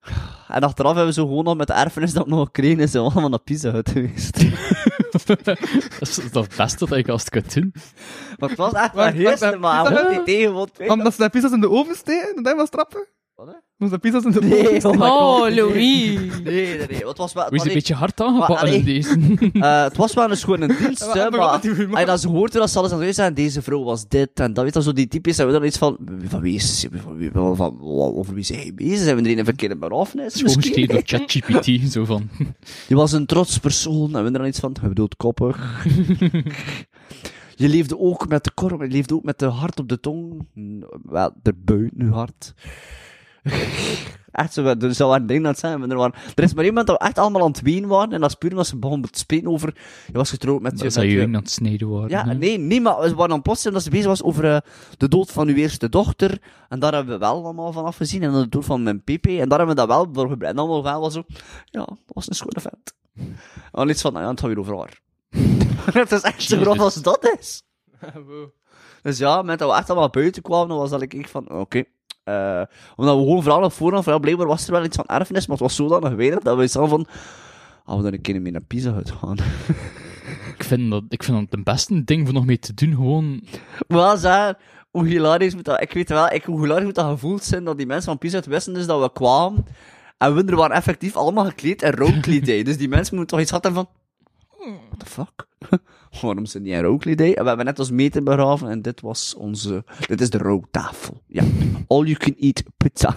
Speaker 7: En achteraf hebben we zo gewoon nog met de erfenis dat we nog gekregen is, allemaal naar Pizza Hut geweest.
Speaker 3: Dat is toch het beste dat je als het kunt doen.
Speaker 7: Maar het was echt wel heerste, maar hij wordt niet tegenwoordig.
Speaker 2: Omdat ze de pizza's in de oven steken en dan was trappen?
Speaker 7: Wat, hè?
Speaker 2: Omdat de pizza's in de oven
Speaker 7: Nee,
Speaker 2: steken?
Speaker 7: oh my god.
Speaker 8: Oh, Louis.
Speaker 7: Nee. Het was wel...
Speaker 3: Hoe is een beetje hard
Speaker 7: Maar,
Speaker 3: aangepakken in
Speaker 7: allee.
Speaker 3: deze?
Speaker 7: Het was wel eens gewoon een dienst,
Speaker 2: Ja,
Speaker 7: hè,
Speaker 2: maar
Speaker 7: maar
Speaker 2: wat die man-
Speaker 7: als je dat zo hoort, dat ze alles aan het doen zijn, deze vrouw was dit, en dat weet je, zo die typisch, en we dan iets van wie is, over wie zijn bezig? Zijn we er een verkeerde begrafenis?
Speaker 3: Het is gewoon
Speaker 7: Misschien?
Speaker 3: geschreven door ChatGPT, zo van...
Speaker 7: Je was een trots persoon, en we er dan iets van, je bedoelt koppig. Je leefde ook met de korm, je leefde ook met de hart op de tong. Wel, erbuiten nu hart. Echt zo, er zou een ding dat zijn. Er is maar iemand dat we echt allemaal aan het ween waren, en dat is puur omdat ze begonnen te spreken over, je was getrouwd met
Speaker 3: Dat zou je aan het snijden worden.
Speaker 7: Ja,
Speaker 3: hè.
Speaker 7: nee, maar we waren dan plots omdat ze bezig was over de dood van uw eerste dochter. En daar hebben we wel allemaal van afgezien. En dan de dood van mijn Pepe. En daar hebben we dat wel voor gebruikt. En dan wel zo, ja, dat was een schone vent. En dan iets van, nou ja, het gaat weer over haar. Het is echt zo groot als dat is. Dus ja, met dat we echt allemaal buiten kwamen, dan was dat ik van, oké. Omdat we gewoon vooral op voorhand, vooral blijkbaar was er wel iets van erfenis, maar het was zodanig weinig dat we iets hadden van, we dan een keer mee naar Pizza Hut gaan.
Speaker 3: Ik vind dat het beste ding voor nog mee te doen, gewoon...
Speaker 7: Wel zeggen, hoe hilarisch moet dat... Ik weet wel, hoe hilarisch moet dat gevoeld zijn dat die mensen van Pizza Hut wisten dus dat we kwamen. En we er waren effectief allemaal gekleed in rouwkledij. Dus die mensen moeten toch iets hadden van... What the fuck? Waarom zijn die in rouwkledij? En we hebben net ons meter begraven en dit was onze... Dit is de rouwtafel. Ja. All you can eat pizza.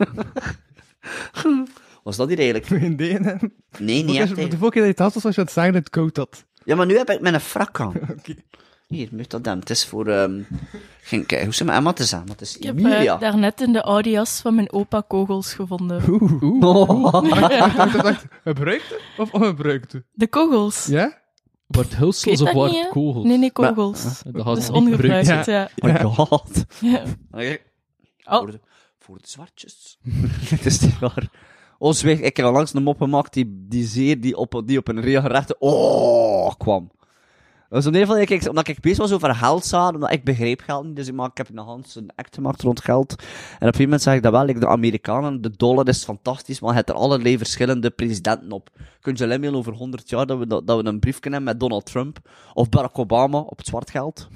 Speaker 7: Was dat hier eigenlijk?
Speaker 2: Geen idee, hè?
Speaker 7: Nee, niet echt.
Speaker 2: De vorige keer dat je het had, was je aan het zeggen dat het koud had.
Speaker 7: Ja, maar nu heb ik mijn frak aan.
Speaker 2: Oké.
Speaker 7: Hier, moet dat dan. Het is voor... Geen kijk, hoe ze met Emma te zijn? Het is
Speaker 8: Ik heb
Speaker 7: Emilia.
Speaker 8: daarnet in de Audias van mijn opa kogels gevonden.
Speaker 2: Wacht. Gebruikte of ongebruikte?
Speaker 8: De kogels.
Speaker 2: Ja?
Speaker 3: Wordt
Speaker 8: Ik
Speaker 3: hulsels
Speaker 8: weet
Speaker 3: of
Speaker 8: dat
Speaker 3: wordt
Speaker 8: niet, hè?
Speaker 3: kogels?
Speaker 8: Nee, kogels.
Speaker 3: Dat
Speaker 8: Dat
Speaker 3: gaat
Speaker 8: is
Speaker 3: niet gebruikt.
Speaker 8: ongebruikt, ja.
Speaker 7: Oh my god.
Speaker 8: Ja.
Speaker 7: Oké.
Speaker 8: Oh,
Speaker 7: Voor de zwartjes. Het is niet waar. Oh, zweeg, ik heb al langs een mop gemaakt die op een regelrechte kwam. Dus op een of andere omdat ik bezig was over geldzaken, omdat ik begreep geld niet, dus ik heb een hand een act gemaakt rond geld. En op een gegeven moment zeg ik dat wel, de Amerikanen, de dollar is fantastisch, maar je hebt er allerlei verschillende presidenten op. Kun je alleen over 100 jaar dat we een brief kunnen hebben met Donald Trump, of Barack Obama op het zwart geld.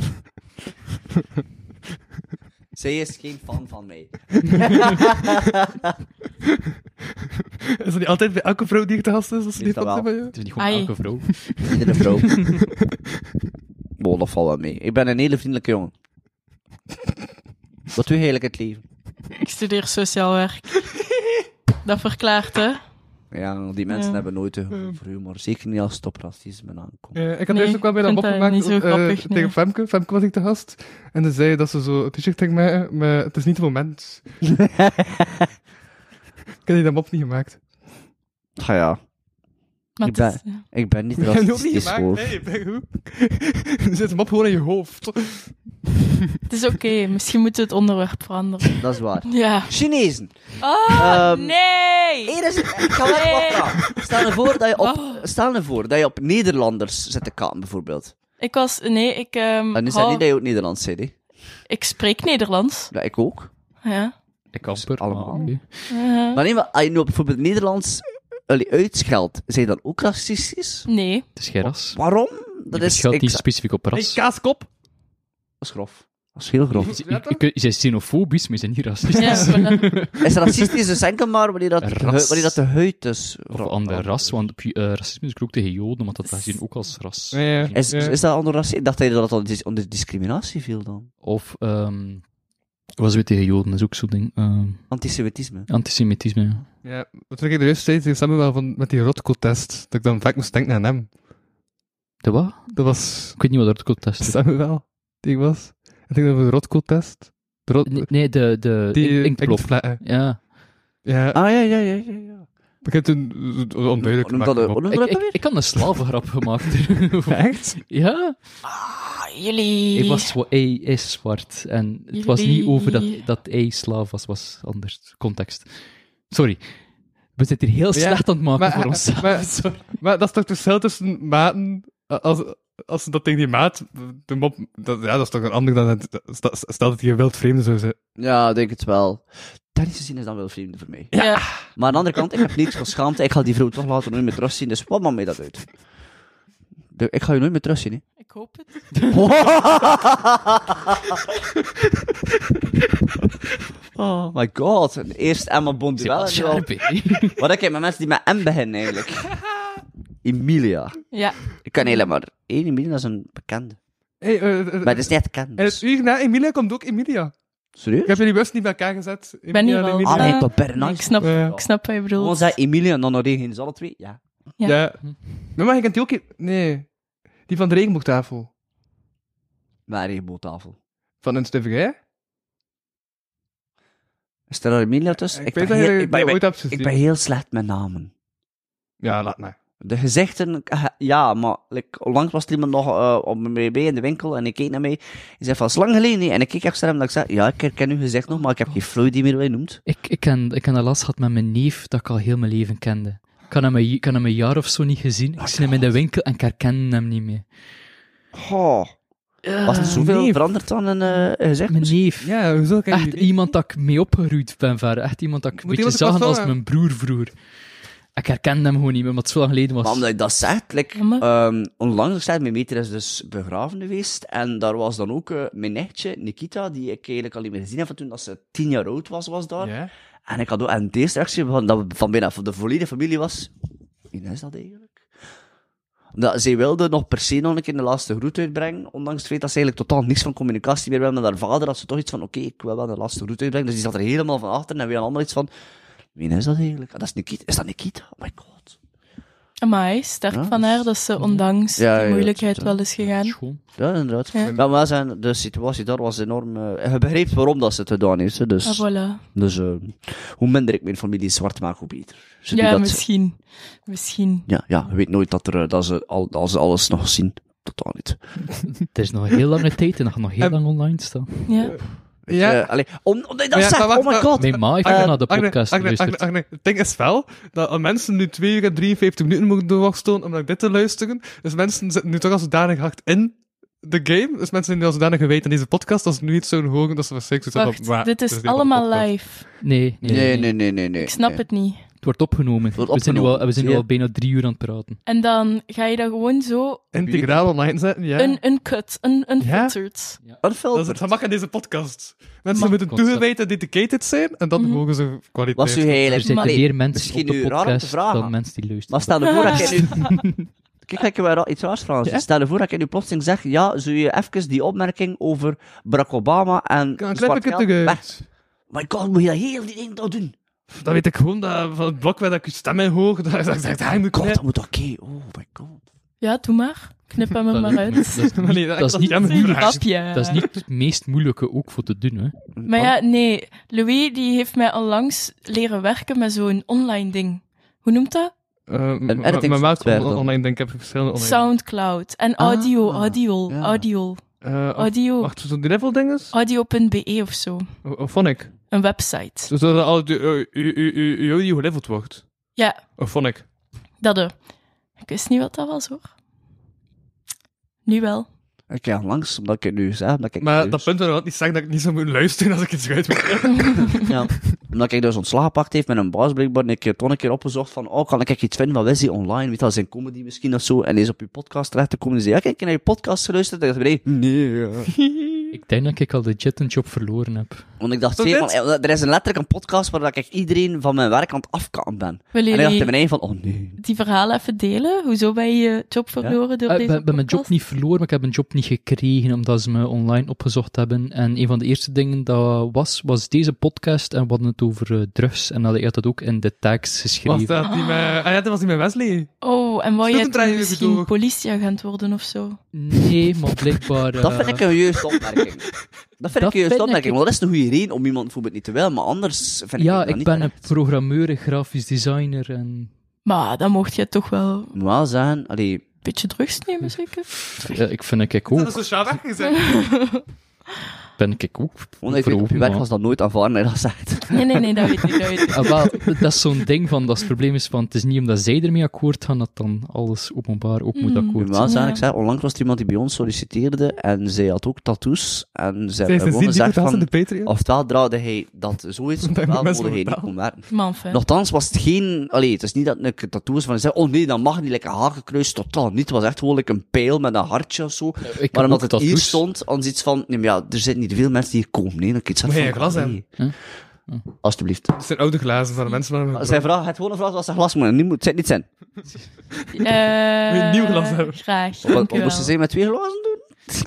Speaker 7: Zij is geen fan van mij.
Speaker 2: Is dat niet altijd bij elke vrouw die je te gast is? Als ze
Speaker 7: Weet
Speaker 2: niet
Speaker 7: dat
Speaker 2: van
Speaker 7: wel.
Speaker 2: zijn van je?
Speaker 3: Het is niet gewoon
Speaker 8: Ai.
Speaker 3: elke vrouw.
Speaker 7: Iedere vrouw. Bon, dat valt wel mee. Ik ben een hele vriendelijke jongen. Wat doe je eigenlijk het leven?
Speaker 8: ik studeer sociaal werk. Dat verklaart, hè?
Speaker 7: Ja, die mensen
Speaker 8: Ja.
Speaker 7: hebben nooit een gevoel voor humor. Zeker niet als het op racisme aankomt.
Speaker 2: Ik had
Speaker 8: Nee,
Speaker 2: eerst ook wel bij dat
Speaker 8: ik vind dat
Speaker 2: opgemaakt
Speaker 8: niet zo grappig, nee.
Speaker 2: tegen Femke. Femke was ik te gast. En ze zei dat ze zo een t-shirt ging maken met het is niet het moment. Ik heb die dat mop niet gemaakt.
Speaker 7: Ja.
Speaker 8: Maar
Speaker 7: Ik
Speaker 8: het is-
Speaker 7: Ik ben niet
Speaker 2: Ik heb die ook niet
Speaker 7: racistisch,
Speaker 2: gemaakt.
Speaker 7: hoor.
Speaker 2: Nee, ik ben goed. Er zit een mop gewoon in je hoofd.
Speaker 8: Het is oké, misschien moeten we het onderwerp veranderen.
Speaker 7: Dat is waar.
Speaker 8: Ja.
Speaker 7: Chinezen.
Speaker 8: Oh,
Speaker 7: Ehm,
Speaker 8: nee!
Speaker 7: Hey, ik ga wel wat vragen. Stel je voor dat je op
Speaker 8: Oh.
Speaker 7: Nederlanders zit te katen, bijvoorbeeld.
Speaker 8: Ik was... Nee, ik...
Speaker 7: En nu zei niet dat je ook Nederlands zei, hè?
Speaker 8: Ik spreek Nederlands.
Speaker 7: Ja, ik ook.
Speaker 8: Ja.
Speaker 3: Ik amper.
Speaker 7: Allemaal.
Speaker 3: maar oké.
Speaker 7: Maar nee, maar als je nu bijvoorbeeld Nederlands uitscheldt, zijn je dan ook racistisch?
Speaker 8: Nee.
Speaker 3: Het is geen ras.
Speaker 7: Waarom?
Speaker 3: Je
Speaker 7: Dat is...
Speaker 3: verschilt niet
Speaker 7: Dat
Speaker 3: specifiek op ras.
Speaker 2: Kaaskop.
Speaker 7: is grof. Dat is heel grof.
Speaker 3: Je zijn xenofobisch, maar je zijn niet racistisch.
Speaker 8: Ja, voilà.
Speaker 7: Is racistisch dus enkel maar wanneer dat,
Speaker 3: Ras.
Speaker 7: wanneer dat de huid is?
Speaker 3: Of andere ras, want racisme is ook tegen Joden, want dat zien ook als ras.
Speaker 2: Ja.
Speaker 7: Is dat onder racisme? Ik dacht dat je dat onder discriminatie viel dan.
Speaker 3: Of, was weer tegen Joden, dat is ook zo'n ding.
Speaker 7: Antisemitisme.
Speaker 3: Antisemitisme, ja.
Speaker 2: Ja, wat ik er juist zei tegen Samuel van, met die Rotko-test, dat ik dan vaak moest denken aan hem.
Speaker 3: De wat?
Speaker 2: Dat was
Speaker 3: Ik weet niet wat dat test is.
Speaker 2: Samuel, die ik was. Ik denk dat we de Rotko-test. De
Speaker 3: Nee, de
Speaker 2: die
Speaker 3: inktplop.
Speaker 2: inktvlekken.
Speaker 3: Ja.
Speaker 2: Ja,
Speaker 7: Ah, ja.
Speaker 2: ik heb toen onduidelijk
Speaker 7: Noem
Speaker 2: gemaakt.
Speaker 7: dat
Speaker 2: Bob.
Speaker 3: Ik had een slavengrap gemaakt.
Speaker 2: Echt?
Speaker 3: Ja.
Speaker 8: Jullie...
Speaker 3: Hij is zwart. En het was niet over dat hij slaaf was anders. Context. Sorry. We zitten hier heel slecht aan het maken voor ons.
Speaker 2: Maar dat is toch het verschil tussen maten... Als dat tegen die maat... De mop, dat is toch een ander dan... Stel dat hij een wild vreemde zou zijn.
Speaker 7: Ja, ik denk het wel. technisch gezien is dat wel vreemd voor mij.
Speaker 8: Ja.
Speaker 7: Maar aan de andere kant, ik heb niets geschaamd. Ik ga die vrouw toch later nooit meer terugzien. Dus wat maakt mij dat uit? Ik ga je nooit meer terugzien, hè.
Speaker 8: Ik hoop het.
Speaker 7: Oh my god. Eerst Emma Bonduelle. Wat ik heb met mensen die met M beginnen, eigenlijk. Emilia.
Speaker 8: Ja.
Speaker 7: Ik kan helemaal maar één Emilia, dat is een bekende.
Speaker 2: Hey,
Speaker 7: Maar het is niet echt bekend.
Speaker 2: en het uur na Emilia komt ook Emilia.
Speaker 7: Serieus?
Speaker 2: Ik heb jullie best niet bij elkaar gezet.
Speaker 8: Ik ben hier
Speaker 2: Emilia en
Speaker 8: wel.
Speaker 2: Emilia.
Speaker 7: Ah, nee, toch per
Speaker 8: Ik
Speaker 7: nice.
Speaker 8: snap,
Speaker 2: Ja.
Speaker 8: ik snap wat je
Speaker 7: Gewoon
Speaker 8: bedoelt.
Speaker 7: zei Emilia en dan nog één, ze alle twee? Ja.
Speaker 8: Ja.
Speaker 2: Ja. Maar je kent die ook... Nee. Die van de regenboogtafel.
Speaker 7: Maar regenboogtafel.
Speaker 2: Van een stuvige,
Speaker 7: Is er Emilia tussen?
Speaker 2: Ik weet dat je die ooit hebt gezien.
Speaker 7: ik ben heel slecht met namen.
Speaker 2: Ja, laat maar.
Speaker 7: De gezichten, ja, maar onlangs was er iemand nog op me bij in de winkel en ik keek naar mij. Hij zei van, is lang geleden, nee. En ik keek echt naar hem en ik zei, ja, ik herken uw gezicht nog, maar ik heb geen flauw die meer wat je noemt.
Speaker 3: Ik heb een last gehad met mijn neef dat ik al heel mijn leven kende. Ik had hem een jaar of zo niet gezien. Ik zie hem in de winkel en ik herken hem niet meer.
Speaker 7: Oh. Was er zoveel
Speaker 2: neef.
Speaker 7: veranderd dan een gezicht?
Speaker 3: Mijn neef.
Speaker 2: Ja, hoezo kan je
Speaker 3: Echt
Speaker 2: die-
Speaker 3: iemand dat ik mee opgegroeid ben verder. Echt iemand dat ik een
Speaker 2: Moet
Speaker 3: beetje
Speaker 2: iemand
Speaker 3: zag
Speaker 2: het
Speaker 3: als
Speaker 2: pas
Speaker 3: mijn broer vroeger. Ik herkende hem gewoon niet meer, omdat het zo lang geleden
Speaker 7: Maar
Speaker 3: was.
Speaker 7: omdat je dat zegt, onlangs, ik zei, mijn meter is dus begraven geweest, en daar was dan ook mijn nichtje, Nikita, die ik eigenlijk al niet meer gezien heb van toen dat ze 10 jaar oud was daar.
Speaker 2: Ja.
Speaker 7: En ik had ook, en de eerste reactie van bijna de volledige familie was, wie is dat eigenlijk? Dat, zij wilde nog per se nog een keer de laatste groet uitbrengen, ondanks het feit dat ze eigenlijk totaal niks van communicatie meer wilde met haar vader, had ze toch iets van, oké, ik wil wel de laatste groet uitbrengen, dus die zat er helemaal van achter, en weer allemaal iets van, wie is dat eigenlijk? Ah, dat is Nikita. Is dat Nikita? Oh my god.
Speaker 8: Amai, sterk
Speaker 7: Ja,
Speaker 8: van haar dat ze ondanks
Speaker 7: Ja,
Speaker 8: die
Speaker 7: ja,
Speaker 8: moeilijkheid
Speaker 7: ja.
Speaker 8: wel is gegaan.
Speaker 3: Schoon.
Speaker 7: Ja, inderdaad.
Speaker 8: Ja.
Speaker 7: Ja, maar zijn, de situatie daar was enorm... je begrijpt waarom dat ze het gedaan heeft, hè, dus...
Speaker 8: Ah, voilà.
Speaker 7: Dus hoe minder ik mijn familie zwart maak, hoe beter. Ze doen
Speaker 8: Ja,
Speaker 7: dat,
Speaker 8: misschien. Misschien.
Speaker 7: ja, je weet nooit dat ze alles nog zien. Totaal niet.
Speaker 3: Het is nog een heel lange tijd en dat gaat nog heel lang online staan.
Speaker 8: Ja.
Speaker 2: Ja.
Speaker 7: Allee, omdat je dat
Speaker 2: Maar ja,
Speaker 7: zegt,
Speaker 2: maar wacht,
Speaker 7: oh my god.
Speaker 3: Mijn ma heeft naar de podcast geluisterd.
Speaker 2: Agne, het ding is wel, dat als mensen nu 2 uur en 53 minuten moeten doorwachten om naar dit te luisteren, dus mensen zitten nu toch al zodanig hard in de game, dus mensen zijn al zodanig geweten in deze podcast, als ze nu iets zouden horen, dat ze waarschijnlijk zoiets hebben
Speaker 8: Wacht,
Speaker 2: van,
Speaker 8: dit is
Speaker 2: een hele
Speaker 8: allemaal
Speaker 2: podcast.
Speaker 8: live.
Speaker 3: Nee.
Speaker 7: Nee.
Speaker 8: Ik snap het niet.
Speaker 3: Het wordt opgenomen.
Speaker 7: wordt
Speaker 3: We zijn nu
Speaker 7: opgenomen.
Speaker 3: al
Speaker 7: Ja.
Speaker 3: bijna 3 uur aan het praten.
Speaker 8: En dan ga je dat gewoon zo
Speaker 2: Integraal online zetten, ja.
Speaker 8: uncut, unfiltered.
Speaker 7: Een
Speaker 2: Dat is
Speaker 7: filter.
Speaker 2: het gemak aan deze podcast. Mensen
Speaker 8: Maar-
Speaker 2: moeten
Speaker 3: Concept.
Speaker 2: toegewijd en dedicated zijn, en dan mogen ze kwaliteit.
Speaker 7: Was u
Speaker 3: Er
Speaker 7: eigenlijk...
Speaker 3: zitten
Speaker 8: Maar-
Speaker 3: meer mensen
Speaker 7: misschien
Speaker 3: op de
Speaker 7: nu raar om te
Speaker 3: podcast
Speaker 7: vragen.
Speaker 3: dan mensen die luisteren.
Speaker 7: Maar stel je voor dat ik nu... Kijk, ik wil iets raars vragen.
Speaker 2: Ja?
Speaker 7: Stel je voor dat ik nu plotseling zeg, ja, zou je even die opmerking over Barack Obama en
Speaker 2: Dan
Speaker 7: zwart
Speaker 2: knip ik het
Speaker 7: geld
Speaker 2: eruit.
Speaker 7: weg. My god, moet je dat heel die ding toch doen?
Speaker 2: Dan weet ik gewoon dat van het blok waar ik je stem in hoor, dat ik zeg, hij moet
Speaker 7: God,
Speaker 2: knippen.
Speaker 7: dat moet oké. Oh my god.
Speaker 8: Ja, doe maar. Knip hem er maar uit.
Speaker 2: Maar nee,
Speaker 3: dat is niet
Speaker 2: jammer.
Speaker 8: Een
Speaker 2: vraag.
Speaker 8: grapje.
Speaker 3: Dat is niet het meest moeilijke ook voor te doen, hè.
Speaker 8: Maar ja, nee. Louis die heeft mij onlangs leren werken met zo'n online ding. Hoe noemt dat?
Speaker 2: Met
Speaker 7: editing
Speaker 2: welk
Speaker 7: software dan?
Speaker 2: online denk ik, heb ik verschillende online.
Speaker 8: Soundcloud. En audio.
Speaker 7: ja.
Speaker 8: Audio.
Speaker 2: Wacht, zo die level dinges?
Speaker 8: Audio.be of zo.
Speaker 2: Of vond ik?
Speaker 8: Een website.
Speaker 2: Dus dat al je audio geleveld wordt.
Speaker 8: Ja,
Speaker 2: Of vond ik?
Speaker 8: dat Ik wist niet wat dat was, hoor. Nu wel.
Speaker 7: Ik ga langs, omdat ik het nu zeg. Omdat ik
Speaker 2: Maar
Speaker 7: dus,
Speaker 2: dat punt wil nog niet zeggen dat ik niet zou moeten luisteren als ik iets eruit moet.
Speaker 7: ja, omdat ik dus ontslag gepakt heeft met een baas, blijkbaar, en ik heb toch een keer opgezocht van, oh, kan ik iets vinden van Wesley online? Weet je wel, zijn comedy misschien of zo? En hij is op je podcast terecht te komen en zei, ja, kijk, ik heb naar je podcast geluisterd. En ik dacht, nee, ja.
Speaker 3: Ik denk dat ik al legit een job verloren heb.
Speaker 7: Want ik dacht,
Speaker 2: Zo
Speaker 7: twee,
Speaker 2: dit?
Speaker 7: man, er is een letterlijk een podcast waar ik iedereen van mijn werk aan het afkappen ben.
Speaker 8: Willen
Speaker 7: En ik dacht in
Speaker 8: jullie
Speaker 7: mijn eigen van, oh nee.
Speaker 8: die verhalen even delen? Hoezo ben je je job verloren door
Speaker 3: Ik
Speaker 8: deze
Speaker 3: ben mijn job
Speaker 8: podcast?
Speaker 3: niet verloren, maar ik heb een job niet gekregen, omdat ze me online opgezocht hebben. En een van de eerste dingen dat was deze podcast, en we hadden het over drugs, en ik had dat ook in de tekst
Speaker 2: Was
Speaker 3: geschreven.
Speaker 2: dat die met... Ah ja, dat was die met Wesley.
Speaker 8: Oh, en wou jij
Speaker 2: Snoepen draaien
Speaker 8: toen
Speaker 2: we
Speaker 8: misschien
Speaker 2: door.
Speaker 8: politieagent worden of zo?
Speaker 3: Nee, maar blijkbaar...
Speaker 7: Dat vind ik een juiste opmerking. Dat vind ik een juiste
Speaker 3: vind
Speaker 7: opmerking,
Speaker 3: ik-
Speaker 7: want dat is een goede reden om iemand bijvoorbeeld niet te willen, maar anders vind
Speaker 3: Ja,
Speaker 7: ik dat
Speaker 3: ik
Speaker 7: niet
Speaker 3: ben een
Speaker 7: terecht.
Speaker 3: programmeur, een grafisch designer, en...
Speaker 8: Maar dan mocht je toch wel een
Speaker 7: Ik moet wel zeggen, allee,
Speaker 8: beetje drugs nemen, zeker?
Speaker 3: Ik vind ik
Speaker 2: Dat
Speaker 3: ook.
Speaker 2: is sociaal weggezet.
Speaker 3: ben ik ook
Speaker 7: Want ik
Speaker 3: voor
Speaker 7: weet, op je
Speaker 3: open,
Speaker 7: werk
Speaker 3: maar-
Speaker 7: was dat nooit aanvaarden, hè, dat zegt.
Speaker 8: Nee, dat weet ik.
Speaker 3: Ah, wel, dat is zo'n ding van, dat het probleem is van, het is niet omdat zij ermee akkoord gaan, dat dan alles openbaar ook moet
Speaker 7: Ik
Speaker 3: akkoord
Speaker 7: moet wel
Speaker 3: zijn.
Speaker 7: zeggen, ik zei, onlangs was er iemand die bij ons solliciteerde en zij had ook tattoos. En zij
Speaker 2: Zij is
Speaker 7: gewoon
Speaker 2: sindsdien
Speaker 7: gezegd
Speaker 2: niet in
Speaker 7: van,
Speaker 2: de Patreon.
Speaker 7: oftewel draaide hij dat zoiets,
Speaker 2: Dat
Speaker 7: ofwel
Speaker 2: mensen
Speaker 7: wilde hij niet
Speaker 2: vertellen.
Speaker 7: komen werken.
Speaker 8: Man, fijn.
Speaker 7: Nochtans was het geen... Allee, het is niet dat ik tattoos van zei, oh nee, dat mag niet, lekker hakenkruis, totaal niet. Het was echt gewoon like een pijl met een hartje of zo.
Speaker 3: Ik
Speaker 7: Maar
Speaker 3: heb
Speaker 7: omdat
Speaker 3: ook
Speaker 7: het hier
Speaker 3: tattoos.
Speaker 7: stond, dan iets van, nee, maar ja, er zitten niet veel mensen die hier komen, nee. Dan kun je
Speaker 2: Moet
Speaker 7: zeggen
Speaker 2: je
Speaker 7: van,
Speaker 2: een glas
Speaker 7: allee.
Speaker 3: hebben?
Speaker 7: Alsjeblieft.
Speaker 2: Het zijn oude glazen van de mensen met
Speaker 7: Zijn vraag, het gewoon een vraag was een glas, maar het zit niet zijn.
Speaker 2: Moet je een nieuw glas hebben?
Speaker 8: Graag,
Speaker 7: Wat
Speaker 8: dankjewel.
Speaker 7: moesten zij met 2 glazen doen?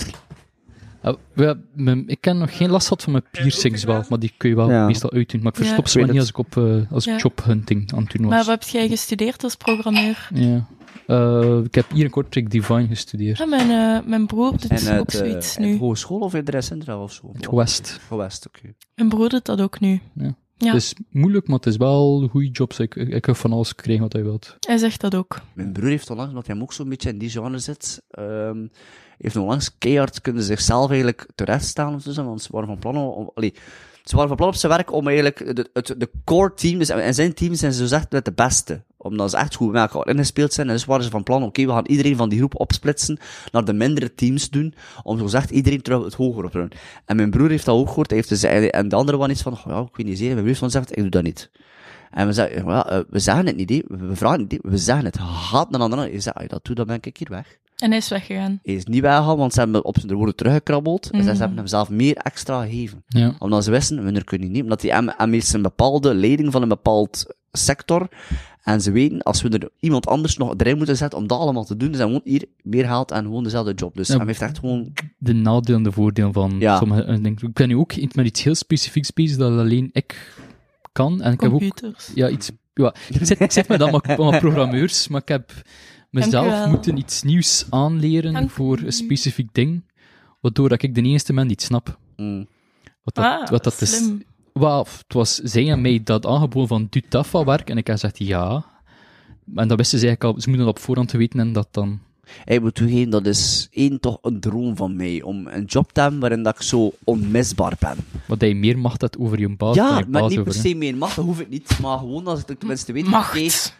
Speaker 3: Ik heb nog geen last gehad van mijn piercings wel, maar die kun je wel
Speaker 7: Ja.
Speaker 3: meestal uitdoen. Maar ik
Speaker 8: Ja.
Speaker 3: verstop
Speaker 7: Ik
Speaker 3: ze
Speaker 7: weet
Speaker 3: maar niet als ik
Speaker 8: Ja.
Speaker 3: jobhunting aan het doen was.
Speaker 8: Maar wat heb jij gestudeerd als programmeur?
Speaker 3: Ja. Ik heb hier in Kortrijk Divine gestudeerd.
Speaker 8: Ja, mijn broer doet
Speaker 7: En
Speaker 8: ook zoiets
Speaker 7: in
Speaker 8: nu.
Speaker 7: hogeschool of in de Centra of zo?
Speaker 3: Het gewest.
Speaker 7: Gewest, oké.
Speaker 8: Mijn broer doet dat ook nu.
Speaker 3: Ja.
Speaker 8: Ja.
Speaker 3: Het is moeilijk, maar het is wel een goede job. Ik heb van alles krijgen wat hij wilt.
Speaker 8: Hij zegt dat ook.
Speaker 7: Mijn broer heeft onlangs, omdat hij ook zo'n beetje in die genre zit, heeft onlangs keihard kunnen zichzelf eigenlijk terechtstaan of zo, want ze waren van plan om, ze waren van plan op zijn werk om eigenlijk de core teams, en zijn teams zijn zo gezegd met de beste, omdat ze echt goed met elkaar ingespeeld zijn, en dus waren ze van plan, oké, we gaan iedereen van die groep opsplitsen, naar de mindere teams doen, om zo gezegd iedereen terug het hoger op te doen. En mijn broer heeft dat ook gehoord, hij heeft dus, en de andere was iets van, oh, ja, ik weet niet zeker, mijn broer heeft van gezegd, ik doe dat niet. En we zeggen, we zeggen het niet, hè. We vragen het niet, we zeggen het. Gaat naar een ander. Hij zegt, als je dat doet, dan ben ik hier weg.
Speaker 8: En hij is weggegaan.
Speaker 7: Hij is niet weggegaan, want ze hebben op zijn woorden teruggekrabbeld. En
Speaker 8: Mhm.
Speaker 7: ze hebben hem zelf meer extra gegeven.
Speaker 3: Ja.
Speaker 7: Omdat ze wisten, we kunnen niet. Omdat hij heeft een bepaalde leiding van een bepaald sector. En ze weten, als we er iemand anders nog erin moeten zetten om dat allemaal te doen, dan gewoon hier meer geld en gewoon dezelfde job. Dus
Speaker 3: Ja.
Speaker 7: hij heeft echt gewoon...
Speaker 3: De nadeel en de voordeel van
Speaker 7: Ja.
Speaker 3: sommige dingen. Ik ben nu ook met iets heel specifieks bezig dat alleen ik kan. En ik heb ook
Speaker 8: Computers.
Speaker 3: ik zit met allemaal programmeurs, maar ik heb mezelf
Speaker 8: Dankjewel.
Speaker 3: moeten iets nieuws aanleren
Speaker 8: Dank
Speaker 3: voor
Speaker 8: u.
Speaker 3: een specifiek ding, waardoor dat ik de enige ben die het snap.
Speaker 7: Mm.
Speaker 3: Wat dat is.
Speaker 8: slim.
Speaker 3: Wel, het was zij en mij dat aangeboden van, doe dat van werk? En ik heb gezegd, ja. En dat wisten ze eigenlijk al, ze moeten dat op voorhand weten en dat dan...
Speaker 7: Ik moet toegeven, dat is toch een droom van mij. Om een job te hebben waarin dat ik zo onmisbaar ben.
Speaker 3: Wat hij meer macht hebt over je baas dan
Speaker 7: Ja,
Speaker 3: je
Speaker 7: maar
Speaker 3: baas
Speaker 7: niet
Speaker 3: over
Speaker 7: per se meer macht, dat hoef ik niet. Maar gewoon als ik tenminste weet...
Speaker 8: Macht.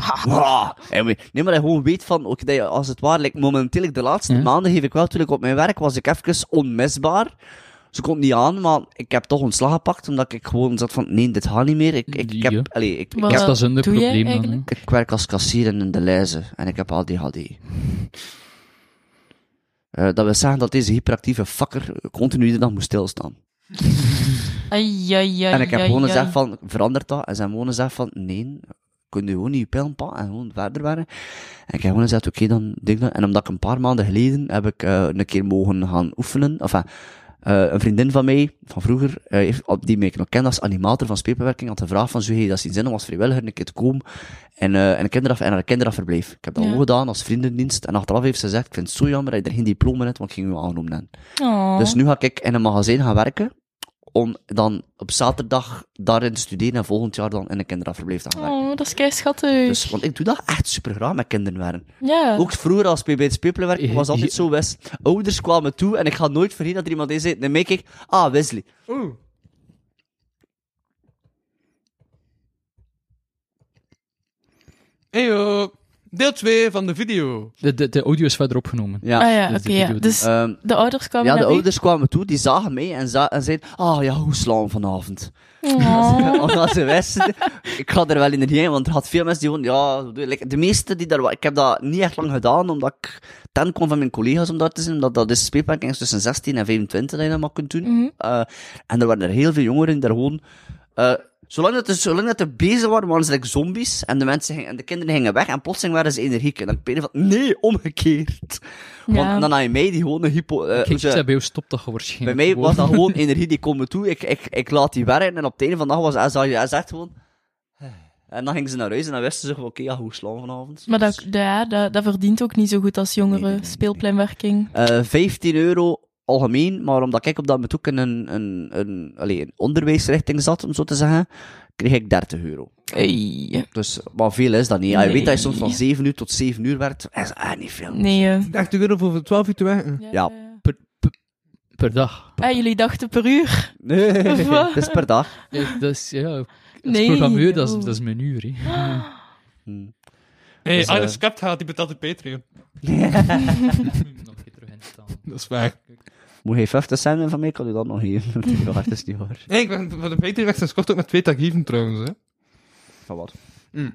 Speaker 7: Nee, maar dat je gewoon weet van, oké, dat je als het ware, like, momenteel, de laatste
Speaker 3: Ja.
Speaker 7: maanden geef ik wel, toen ik op mijn werk was, ik even onmisbaar. Ze komt niet aan, maar ik heb toch ontslag gepakt, omdat ik gewoon zat van, nee, dit gaat niet meer. Ik
Speaker 3: Ja.
Speaker 7: heb, ik
Speaker 8: Wat
Speaker 3: dat is een
Speaker 8: doe jij
Speaker 3: probleem dan,
Speaker 8: eigenlijk?
Speaker 7: ik werk als kassier in de lijzen en ik heb ADHD. Dat wil zeggen dat deze hyperactieve fucker continu iedere dag moet stilstaan.
Speaker 8: Ai.
Speaker 7: En ik heb gewoon gezegd van, verandert dat? En ze hebben gewoon gezegd van, nee, kun je gewoon niet je pijl pakken en gewoon verder werken. En ik heb gewoon gezegd, oké, dan denk ik dat. En omdat ik een paar maanden geleden heb ik een keer mogen gaan oefenen, enfin, een vriendin van mij, van vroeger, die mij nog kende als animator van speelbewerking, had gevraagd van, zou je dat zien zin om als vrijwilliger een keer te komen en naar een kinderafverblijf. Ik heb dat
Speaker 8: Ja.
Speaker 7: ook gedaan als vriendendienst, en achteraf heeft ze gezegd, ik vind het zo jammer dat je er geen diploma hebt, want ik ging u aangenomen hebben.
Speaker 8: Oh.
Speaker 7: Dus nu ga ik in een magazijn gaan werken, om dan op zaterdag daarin te studeren en volgend jaar dan in een kinderafverblijf te gaan werken.
Speaker 8: Oh, dat is kei schattig.
Speaker 7: Dus, want ik doe dat echt super graag met kinderen werken.
Speaker 8: Ja.
Speaker 7: Ook vroeger als bij het speelplein was altijd zo wist. Ouders kwamen toe en ik ga nooit vergeten dat er iemand is zei, dan merk ik, Wesley.
Speaker 2: Heyo, deel 2 van de video.
Speaker 3: De audio is verder opgenomen.
Speaker 7: Ja.
Speaker 8: Ah ja,
Speaker 3: Dus
Speaker 8: oké,
Speaker 3: de
Speaker 8: ja.
Speaker 3: video
Speaker 8: Dus de ouders kwamen
Speaker 7: Ja, de
Speaker 8: naar u?
Speaker 7: ouders kwamen toe, die zagen mij en zeiden, ja, hoe slaan we vanavond?
Speaker 8: Oh.
Speaker 7: Omdat ze wisten, ik ga er wel in heen, want er had veel mensen die gewoon, de meeste die daar waren, ik heb dat niet echt lang gedaan, omdat ik ten kon van mijn collega's om dat te zien, omdat dat is speelparking tussen 16 en 25 dat je dat maar kunt doen.
Speaker 8: Mhm.
Speaker 7: En er waren er heel veel jongeren die daar gewoon, zolang dat er bezig waren ze like zombies, en de kinderen gingen weg, en plotseling waren ze energiek. En dan ben je van, nee, omgekeerd.
Speaker 8: Ja.
Speaker 7: Want dan had je mij die gewoon een
Speaker 3: Kijk,
Speaker 7: hoe
Speaker 3: ze
Speaker 7: ze-
Speaker 3: bij jou stopt dat
Speaker 7: bij
Speaker 3: waarschijnlijk.
Speaker 7: mij was dat gewoon energie die komt me toe. Ik laat die werken en op het einde van de dag was hij zegt gewoon... En dan gingen ze naar huis en dan wisten ze van, oké, hoe slaan we vanavond?
Speaker 8: Maar dat verdient ook niet zo goed als jongeren,
Speaker 7: Nee.
Speaker 8: speelpleinwerking.
Speaker 7: €15 algemeen, maar omdat ik op dat moment ook in een onderwijsrichting zat, om zo te zeggen, kreeg ik €30.
Speaker 8: Hey.
Speaker 7: Dus, maar veel is dat niet. Je
Speaker 8: Nee.
Speaker 7: weet dat je soms van 7 uur tot 7 uur werkt, dat is echt niet veel.
Speaker 8: Nee,
Speaker 2: €30 voor 12 uur te werken.
Speaker 7: Ja.
Speaker 3: per dag.
Speaker 8: Jullie dachten per uur.
Speaker 7: Nee,
Speaker 8: Of wat?
Speaker 7: dat is per dag.
Speaker 3: Ja, dat is, als
Speaker 8: Nee.
Speaker 3: programmeur, dat is mijn uur. Hè.
Speaker 2: Hey,
Speaker 7: Dus,
Speaker 2: Arne Skapt gaat, die betaalt de Patreon.
Speaker 3: Nog een keer terug instaan.
Speaker 2: Dat is waar.
Speaker 7: Moet je 50 cent van mij, kan je dat nog geven. Dat is niet waar.
Speaker 2: Nee, ik ben van de Patreon weg sinds kort ook met 2 tarieven trouwens, hè.
Speaker 7: Van wat?
Speaker 2: Je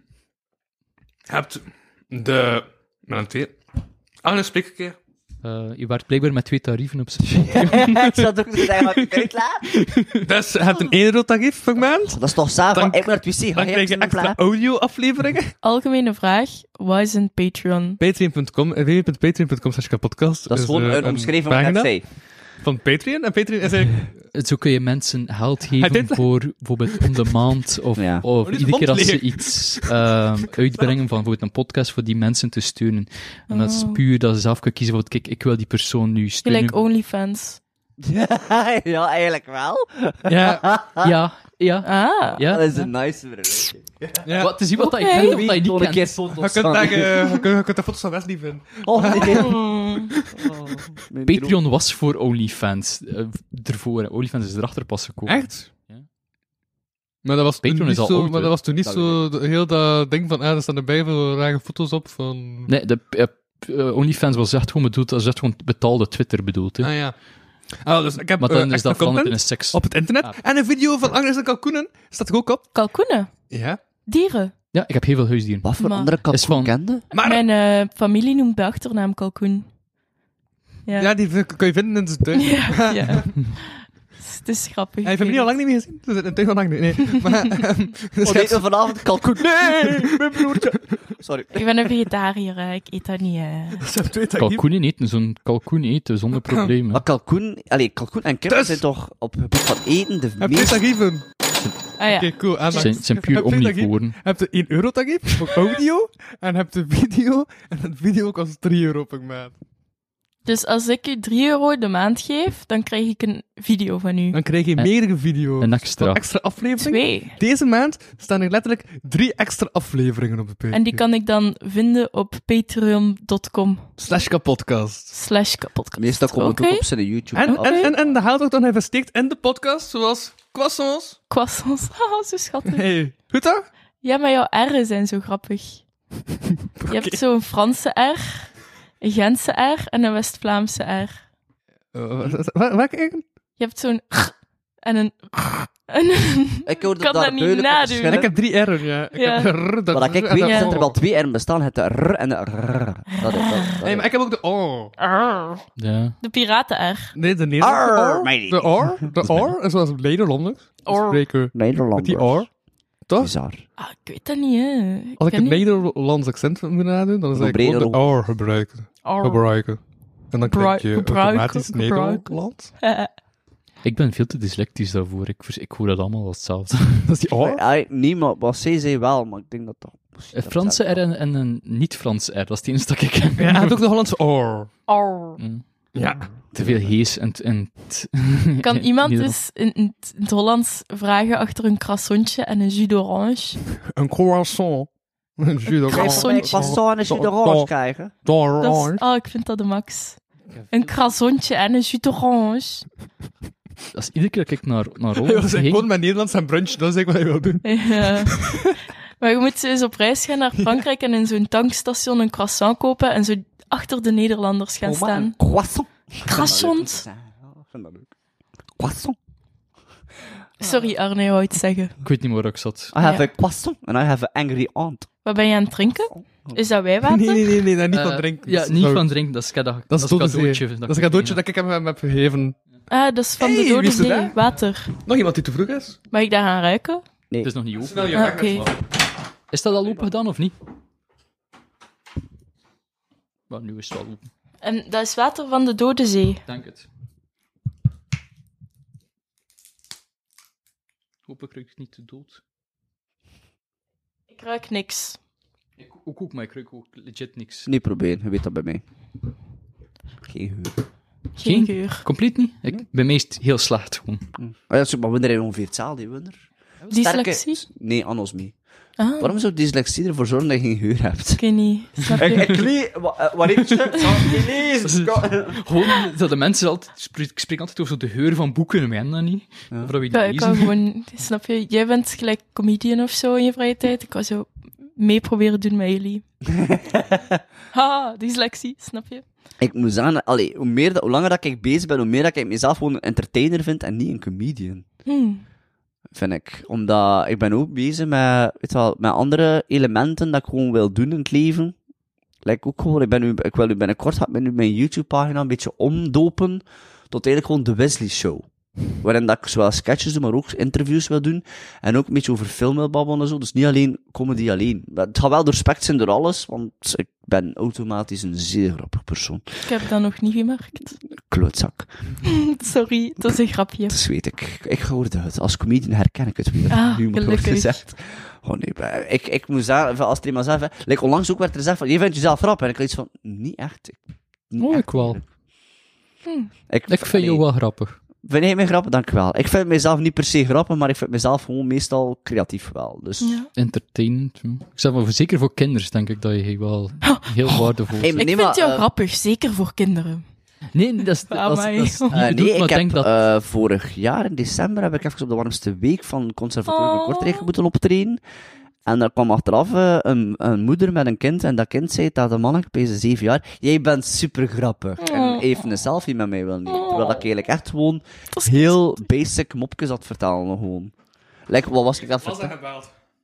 Speaker 2: hebt de... Met een 2. Arne, spreek een keer.
Speaker 3: Je werkt blijkbaar met 2 tarieven op zich.
Speaker 7: Ik zat ook te zeggen, wat ik uitlaat.
Speaker 2: Dus je hebt een €1 per maand.
Speaker 7: Dat is toch saai,
Speaker 2: Dan-
Speaker 7: van ik naar het wc.
Speaker 2: Dan krijg je extra audio-afleveringen.
Speaker 8: Algemene vraag. Wat is een Patreon?
Speaker 2: Patreon.com, www.patreon.com/kapodcast.
Speaker 7: Dat is gewoon een omschrijving wat ik net zei.
Speaker 2: Van Patreon. En Patreon is eigenlijk...
Speaker 3: Zo kun je mensen geld geven
Speaker 2: dit-
Speaker 3: voor bijvoorbeeld om de maand of,
Speaker 7: Ja.
Speaker 3: of
Speaker 2: Oh, dit is
Speaker 3: iedere keer als ze
Speaker 2: hond
Speaker 3: iets uitbrengen van bijvoorbeeld een podcast voor die mensen te steunen. En dat is puur dat ze zelf kunnen kiezen van, kijk, ik wil die persoon nu steunen.
Speaker 8: Gelijk OnlyFans.
Speaker 7: Ja, eigenlijk wel.
Speaker 2: Ja,
Speaker 3: Ja, ja,
Speaker 8: Ah.
Speaker 3: ja.
Speaker 7: Dat is een nice verhaal.
Speaker 2: ja.
Speaker 3: Wat te zien wat
Speaker 8: Oké.
Speaker 3: ik ken, wat je niet
Speaker 7: Toon een keer
Speaker 3: kent.
Speaker 7: foto's
Speaker 2: Je kunt
Speaker 7: van.
Speaker 2: daar, je kunt de foto's van Wesley vinden.
Speaker 7: Oh, nee.
Speaker 8: Hmm.
Speaker 3: Patreon was voor OnlyFans ervoor. Hè. OnlyFans is erachter pas gekomen.
Speaker 2: Echt?
Speaker 3: Ja.
Speaker 2: Maar dat was
Speaker 3: Patreon
Speaker 2: toen
Speaker 3: is
Speaker 2: niet
Speaker 3: al
Speaker 2: zo,
Speaker 3: oud,
Speaker 2: maar dat
Speaker 3: hè.
Speaker 2: was toen niet
Speaker 7: Dat
Speaker 2: zo, heel dat ding van, er staan erbij veel rare foto's op van...
Speaker 3: Nee, OnlyFans was echt gewoon bedoeld, als echt gewoon betaalde Twitter bedoeld. Hè.
Speaker 2: Ah ja. Ah, dus ik heb
Speaker 3: Maar dan is
Speaker 2: extra
Speaker 3: dat veranderd in
Speaker 2: content
Speaker 3: een seks.
Speaker 2: op het internet.
Speaker 3: Ah.
Speaker 2: En een video van Agnes en Kalkoenen staat er ook op.
Speaker 8: Kalkoenen.
Speaker 2: Ja.
Speaker 8: Dieren.
Speaker 3: Ja, ik heb heel veel huisdieren.
Speaker 7: Wat voor
Speaker 8: Maar-
Speaker 7: andere
Speaker 3: Is
Speaker 7: kalkoen
Speaker 3: van-
Speaker 7: kende?
Speaker 2: Maar
Speaker 8: Mijn familie noemt bij achternaam kalkoen. Ja.
Speaker 2: ja, die kun je vinden in de tuin.
Speaker 8: Ja, ja. Het is grappig.
Speaker 2: Hij heeft hem niet al lang niet meer gezien. Ze zitten in de tuin al lang niet. Nee. Maar, dus
Speaker 7: Oh,
Speaker 2: je
Speaker 7: nee,
Speaker 2: hebt-
Speaker 7: vanavond kalkoen. Nee, mijn broertje. Sorry.
Speaker 8: Ik ben een vegetariër, hè. Ik eet dat niet.
Speaker 2: ze hebben 2 tarieven.
Speaker 3: Kalkoenen eten, zo'n kalkoen eten zonder problemen.
Speaker 7: Maar kalkoen en kip
Speaker 2: Dus-
Speaker 7: zijn toch op het gebied van eten de
Speaker 2: Je hebt 2
Speaker 7: meest...
Speaker 2: tarieven.
Speaker 8: Ah ja.
Speaker 2: Oké, cool.
Speaker 3: Het zijn puur omnivoren.
Speaker 2: Je hebt de €1 tarief voor audio. En je hebt de video. En het video kost €3 per maand.
Speaker 8: Dus als ik u €3 de maand geef, dan krijg ik een video van u.
Speaker 2: Dan krijg je meerdere video's.
Speaker 3: Een extra.
Speaker 2: Van extra afleveringen.
Speaker 8: 2.
Speaker 2: Deze maand staan er letterlijk 3 extra afleveringen op de Patreon.
Speaker 8: En die kan ik dan vinden op patreon.com/kapodcast.
Speaker 2: /kapodcast.
Speaker 7: Meestal komt het ook
Speaker 8: Oké.
Speaker 7: op zijn YouTube.
Speaker 2: En de haalt ook dan investeert in de podcast, zoals croissants.
Speaker 8: Croissants. Haha, zo schattig.
Speaker 2: Hey, goed toch?
Speaker 8: Ja, maar jouw R'en zijn zo grappig. Je hebt zo'n Franse R, een Gentse R en een West-Vlaamse R.
Speaker 2: Welke eigenlijk?
Speaker 8: Je hebt zo'n en een en een...
Speaker 7: Ik hoorde
Speaker 8: kan
Speaker 7: daar
Speaker 8: dat niet
Speaker 7: duidelijk
Speaker 8: nadoen.
Speaker 7: het verschil.
Speaker 2: Ik heb 3 R'en, ja. Ik
Speaker 8: Ja.
Speaker 2: heb de R,
Speaker 7: Wat ik weet,
Speaker 2: en
Speaker 7: zijn
Speaker 2: de
Speaker 7: er wel 2 R'en bestaan. Het de R en de R. Dat is
Speaker 2: Nee, maar ik heb ook de O.
Speaker 3: Ja.
Speaker 8: De piraten-R.
Speaker 2: Nee, de Nederlandse
Speaker 7: Arr,
Speaker 2: O.
Speaker 7: meid.
Speaker 2: De O. De O is zoals Nederlanders.
Speaker 8: Or.
Speaker 2: Spreken met
Speaker 7: Nederlanders.
Speaker 2: die O. Toch?
Speaker 7: Bizar.
Speaker 8: Ah, ik weet dat niet, hè.
Speaker 2: Als ik
Speaker 8: ken
Speaker 2: het
Speaker 8: niet.
Speaker 2: Nederlands accent moet nadoen, dan is
Speaker 7: Een
Speaker 2: ik gewoon de
Speaker 7: breder-
Speaker 2: O gebruiken.
Speaker 8: Or.
Speaker 2: Gebruiken. En dan krijg je
Speaker 8: Gebruiken,
Speaker 2: automatisch
Speaker 8: gebruiken.
Speaker 2: Nederland.
Speaker 3: Ik ben veel te dyslectisch daarvoor. Ik hoor dat allemaal als hetzelfde.
Speaker 2: Dat is die O.
Speaker 7: Niet, maar wat zij zei wel, maar ik denk dat toch...
Speaker 3: Een Franse R en een niet-Franse R, dat is het enige dat ik ken.
Speaker 2: Ja, hij heeft ook de Hollandse O.
Speaker 8: Or.
Speaker 3: Mm.
Speaker 2: Ja.
Speaker 3: Te veel hees en
Speaker 8: Kan iemand
Speaker 3: Nederlands.
Speaker 8: dus in het Hollands vragen achter een croissantje en een jus d'orange?
Speaker 2: Een croissant. Een jus d'orange.
Speaker 8: Croissantje.
Speaker 7: Croissant en jus d'orange krijgen.
Speaker 8: Dat
Speaker 2: D'orange.
Speaker 8: is, oh, ik vind dat de max. Een croissantje en een jus d'orange.
Speaker 3: Dat is iedere keer dat ik naar
Speaker 2: Hij
Speaker 3: Rome
Speaker 2: was
Speaker 3: ging,
Speaker 2: gewoon met Nederlands en brunch, dat is eigenlijk wat hij wil doen.
Speaker 8: Ja. Maar je moet eens op reis gaan naar Frankrijk en in zo'n tankstation een croissant kopen en zo achter de Nederlanders gaan
Speaker 7: Oh, maar
Speaker 8: staan.
Speaker 7: een croissant.
Speaker 8: Croissant.
Speaker 7: Ja, ik vind dat leuk. Croissant.
Speaker 8: Sorry Arne, je wou iets zeggen.
Speaker 3: ik weet niet waar ik zat.
Speaker 7: I have
Speaker 8: Ja.
Speaker 7: a croissant and I have an angry aunt.
Speaker 8: Wat ben je aan het drinken? Is dat wijwater?
Speaker 2: Nee, daar niet van drinken.
Speaker 3: Ja, niet van drinken, dat is
Speaker 2: Dat is
Speaker 3: een
Speaker 2: dode
Speaker 3: cadeautje.
Speaker 2: zee. Dat is een cadeautje dat ik hem heb gegeven.
Speaker 8: Ah, dat is van
Speaker 2: Hey,
Speaker 8: de dode
Speaker 2: wie is er
Speaker 8: zee.
Speaker 2: daar?
Speaker 8: Water.
Speaker 2: Nog iemand die te vroeg is?
Speaker 8: Mag ik daar gaan ruiken?
Speaker 3: Het is nog niet open.
Speaker 2: Snel je
Speaker 8: Ah,
Speaker 2: weg
Speaker 8: oké.
Speaker 2: met slaan.
Speaker 3: Is dat al open gedaan of niet? Maar nu is het wel open.
Speaker 8: En dat is water van de dode zee.
Speaker 3: Dank het. Hopelijk ruik ik niet te dood.
Speaker 8: Ik ruik niks.
Speaker 3: Ik ook, maar ik ruik ook legit niks.
Speaker 7: Niet proberen, je weet dat bij mij. Geen geur.
Speaker 8: Geen geur.
Speaker 3: Compleet niet? Bij mij is het heel slecht gewoon.
Speaker 7: Oh ja, maar wanneer ongeveer hetzelfde, wanneer?
Speaker 8: Dyslexie?
Speaker 7: Nee, anosmie.
Speaker 8: Ah,
Speaker 7: Waarom zou dyslexie ervoor zorgen dat je geen geur hebt?
Speaker 8: ik weet niet. Snap je?
Speaker 7: Ik lees... Wat heeft je? Ik lees...
Speaker 3: Gewoon, dat de mensen altijd... Ik spreek altijd over zo de geur van boeken, maar dat niet. Of dat we die
Speaker 8: Ik kan
Speaker 3: lezen.
Speaker 8: gewoon... Snap je? Jij bent gelijk comedian of zo in je vrije tijd. Ik kan zo mee proberen doen met jullie. Haha, dyslexie, snap je?
Speaker 7: Ik moet zeggen, hoe langer dat ik bezig ben, hoe meer dat ik mezelf gewoon een entertainer vind en niet een comedian. Vind ik. Omdat ik ben ook bezig met, met andere elementen dat ik gewoon wil doen in het leven. Like ook gewoon, ik wil nu binnenkort mijn YouTube-pagina een beetje omdopen tot eigenlijk gewoon de Wesley Show. Waarin dat ik zowel sketches doe, maar ook interviews wil doen. En ook een beetje over film wil babbelen en zo. Dus niet alleen comedy alleen. Maar het gaat wel doorspekt zijn door alles, want ik ben automatisch een zeer grappig persoon.
Speaker 8: Ik heb dat nog niet gemerkt.
Speaker 7: Klootzak.
Speaker 8: Sorry, dat is een grapje.
Speaker 7: Dat weet ik. Ik hoor het uit. Als comedian herken ik het weer.
Speaker 8: Ah,
Speaker 7: nu wordt
Speaker 8: gelukkig.
Speaker 7: gezegd. Oh nee, maar ik moet zeggen, als er iemand zegt, like onlangs ook werd er gezegd van, je vindt jezelf grappig. En ik had iets van, niet echt. Niet echt.
Speaker 3: Ik wel.
Speaker 7: Ik
Speaker 3: Ik vind jou wel grappig.
Speaker 7: Vind jij mij grappig? Dank je wel. Ik vind mezelf niet per se grappig, maar ik vind mezelf gewoon meestal creatief wel. Dus...
Speaker 8: Ja.
Speaker 3: Entertainend. Ik zeg maar, zeker voor kinderen denk ik dat je wel heel waardevol
Speaker 7: Hey,
Speaker 3: bent.
Speaker 8: Ik vind jou grappig, zeker voor kinderen.
Speaker 3: Nee, dat is
Speaker 8: Amai.
Speaker 3: niet bedoeld,
Speaker 7: nee,
Speaker 3: maar
Speaker 7: ik heb
Speaker 3: denk dat...
Speaker 7: vorig jaar in december heb ik even op de warmste week van het Conservatorium van Kortrijk moeten optreden. En daar kwam achteraf een moeder met een kind, en dat kind zei tegen de man, ik ben 7 jaar, jij bent super grappig. En even een selfie met mij wil nemen. Terwijl ik eigenlijk echt gewoon heel basic mopjes had vertellen, gewoon. Like, wat was ik aan het vertellen?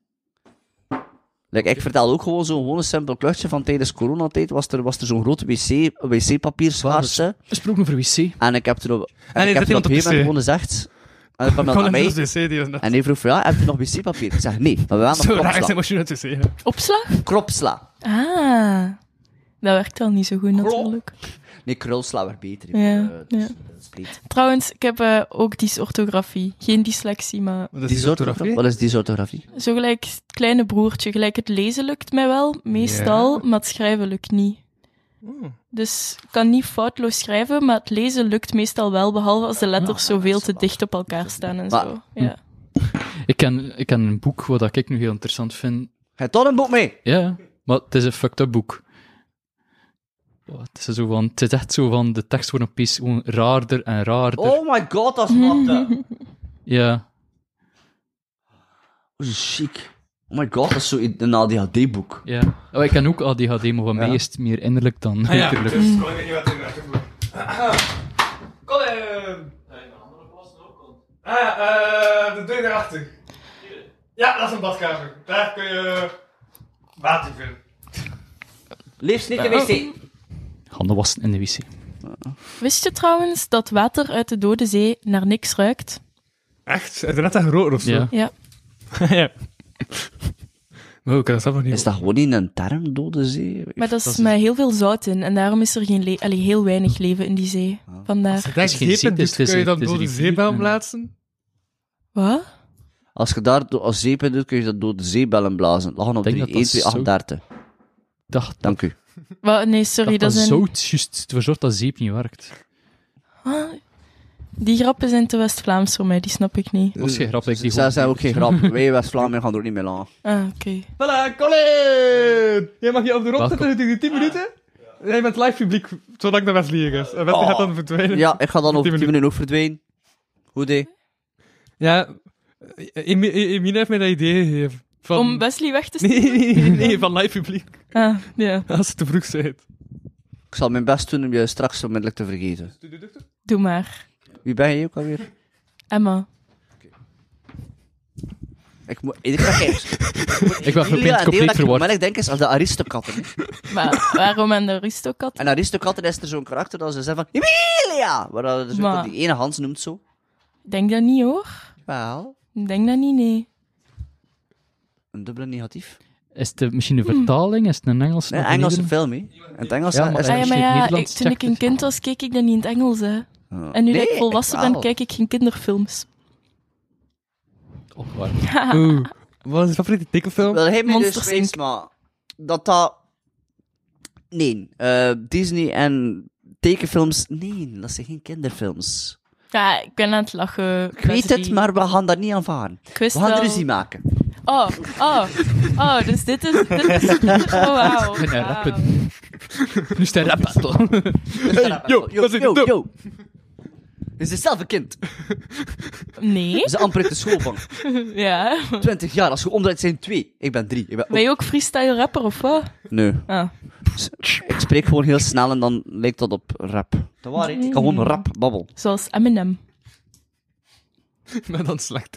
Speaker 7: Like, ik vertel ook gewoon een simpel kluchtje van tijdens coronatijd was er zo'n grote wc-papier schaarste.
Speaker 3: Gesproken over wc.
Speaker 7: En ik heb er op
Speaker 2: En
Speaker 7: een
Speaker 2: zit iemand op
Speaker 7: gegeven moment
Speaker 2: wc?
Speaker 7: gewoon gezegd... En dan kwam dat naar mij. En hij vroeg van, ja, heb je nog wc-papier? Ik zeg, nee, maar we hebben
Speaker 2: Zo
Speaker 7: nog
Speaker 2: raar is
Speaker 7: kropsla.
Speaker 2: de machine uit te zeggen.
Speaker 8: Opslag?
Speaker 7: Kropsla.
Speaker 8: Ah, dat werkt al niet zo goed natuurlijk.
Speaker 7: Nee, krulsla werd beter.
Speaker 8: Ja,
Speaker 7: Dus,
Speaker 8: ja.
Speaker 7: dat is beter.
Speaker 8: Trouwens, ik heb ook dysorthografie. Geen dyslexie, maar
Speaker 2: Wat is
Speaker 7: Dysorthografie? Wat is dysorthografie?
Speaker 8: zo gelijk het kleine broertje. Gelijk het lezen lukt mij wel, meestal, maar het schrijven lukt niet. Dus ik kan niet foutloos schrijven, maar het lezen lukt meestal wel, behalve als de letters zoveel te dicht op elkaar staan en
Speaker 7: Maar-
Speaker 8: zo. Ja.
Speaker 3: Ik ken een boek wat ik nu heel interessant vind.
Speaker 7: Ga je toch een boek mee?
Speaker 3: Ja, maar het is een fucked up boek. Oh, het is echt zo van, de tekst wordt opeens gewoon raarder en raarder.
Speaker 7: Oh my god, dat is wat.
Speaker 3: Ja.
Speaker 7: Dat is chic. Oh my god, dat is zo een ADHD-boek.
Speaker 3: Ja. Oh, ik ken ook ADHD, maar van mij is het meer innerlijk dan uiterlijk.
Speaker 2: dus kon ik niet wat in de Colin! De deur daarachter. Ja, dat is een badkamer. Daar kun je water vinden.
Speaker 7: Liefst niet de wc.
Speaker 3: Handen wassen in de wc.
Speaker 8: Wist je trouwens dat water uit de Dode Zee naar niks ruikt?
Speaker 2: Echt? Heb je net dat geroken of zo?
Speaker 3: Ja.
Speaker 8: Ja.
Speaker 2: Ja. Maar ik kan dat zelf nog niet.
Speaker 7: Is dat gewoon niet een term, Dode Zee?
Speaker 8: Maar dat is met heel veel zout in, en daarom is er heel weinig leven in die zee. Vandaar.
Speaker 2: Als je
Speaker 3: is geen
Speaker 2: zeep
Speaker 3: zee,
Speaker 2: doet, kun je dan
Speaker 3: het is
Speaker 2: door de
Speaker 3: rivier,
Speaker 2: zeebel
Speaker 3: ja.
Speaker 2: plaatsen?
Speaker 8: Wat?
Speaker 7: Als je daar als zeep in doet, kun je dat door de zeebellen blazen. Lachen op
Speaker 3: Denk
Speaker 7: 3,
Speaker 3: dat
Speaker 7: 1,
Speaker 3: dat
Speaker 7: 2, 8,
Speaker 3: zo-
Speaker 7: 30.
Speaker 3: Dacht
Speaker 7: Dank u.
Speaker 8: Wat? Nee, sorry,
Speaker 3: dat
Speaker 8: dat zijn...
Speaker 3: zout juist ervoor zorgt dat zeep niet werkt.
Speaker 8: Ah, die grappen zijn te West-Vlaams voor mij, die snap ik niet.
Speaker 3: Dat is geen grap.
Speaker 7: Zij zijn ook geen grap. Wij West-Vlamingen gaan er ook niet mee lachen.
Speaker 8: Ah, oké.
Speaker 2: Voilà, Colin! Jij mag je op de rond
Speaker 3: Welkom.
Speaker 2: zetten tegen 10 minuten. Jij bent live publiek, zodat ik de Wesley hier is. En Wesley gaat dan verdwijnen.
Speaker 7: Ja, ik ga dan over 10
Speaker 2: minuten.
Speaker 7: minuten ook verdwijnen. Goed, hé.
Speaker 2: Ja, Emine heeft mij dat idee gegeven. Van...
Speaker 8: Om Wesley weg te sturen?
Speaker 2: Nee, van live publiek.
Speaker 8: Ah, ja.
Speaker 2: Als het te vroeg zijn.
Speaker 7: Ik zal mijn best doen om je straks onmiddellijk te vergeten.
Speaker 8: Doe maar.
Speaker 7: Wie ben je ook alweer?
Speaker 8: Emma.
Speaker 7: Ik moet... Ik
Speaker 3: ben compleet verward.
Speaker 7: Maar ik denk eens als de Aristokatten. hè.
Speaker 8: Maar waarom aan de Aristocat?
Speaker 7: En Aristokatten is er zo'n karakter dat ze zeggen van... Emilia! Waar dat dus
Speaker 8: Maar-
Speaker 7: die ene Hans noemt zo.
Speaker 8: Ik denk dat niet, hoor.
Speaker 7: Wel,
Speaker 8: Ik denk dat niet, nee.
Speaker 7: een dubbele negatief.
Speaker 3: Is het misschien een vertaling? Is het een Engels?
Speaker 7: Nee,
Speaker 3: of
Speaker 7: een
Speaker 3: een
Speaker 7: Engelse
Speaker 3: Nederlands?
Speaker 7: film, hè. In het Engels
Speaker 3: Ja, maar
Speaker 7: is
Speaker 8: Ah, ja,
Speaker 3: Als
Speaker 8: maar
Speaker 3: je het
Speaker 8: ja,
Speaker 3: Nederlands
Speaker 8: toen ik
Speaker 3: checkt,
Speaker 8: een kind was, keek ik dat niet in het Engels, hè. En nu dat ik volwassen ben, kijk ik geen kinderfilms.
Speaker 3: Oh, waar.
Speaker 2: Oeh. Wat is je favoriete tekenfilm?
Speaker 7: Wel, hij me dus
Speaker 8: Monsters,
Speaker 7: wijst, maar... Dat... Nee, Disney en tekenfilms... Nee, dat zijn geen kinderfilms.
Speaker 8: Ja, ik ben aan het lachen.
Speaker 7: Ik weet het, maar we gaan dat niet aanvaren.
Speaker 8: Ik wist
Speaker 7: We gaan
Speaker 8: wel...
Speaker 7: ruzie maken.
Speaker 8: Dus dit is... Oh, wauw.
Speaker 3: Ik ben een rappen. Nu is het een rap battle.
Speaker 7: Yo. Is ze zelf een kind?
Speaker 8: Nee.
Speaker 7: Ze amper uit de schoolbank.
Speaker 8: Ja.
Speaker 7: 20 jaar, als je omdraait zijn 2. Ik ben 3.
Speaker 8: Ben je ook freestyle rapper of wat?
Speaker 7: Nee.
Speaker 8: Ah.
Speaker 7: Ik spreek gewoon heel snel en dan lijkt dat op rap. Dat waar, ik kan gewoon rap babbel.
Speaker 8: Zoals Eminem.
Speaker 2: Maar dan slecht.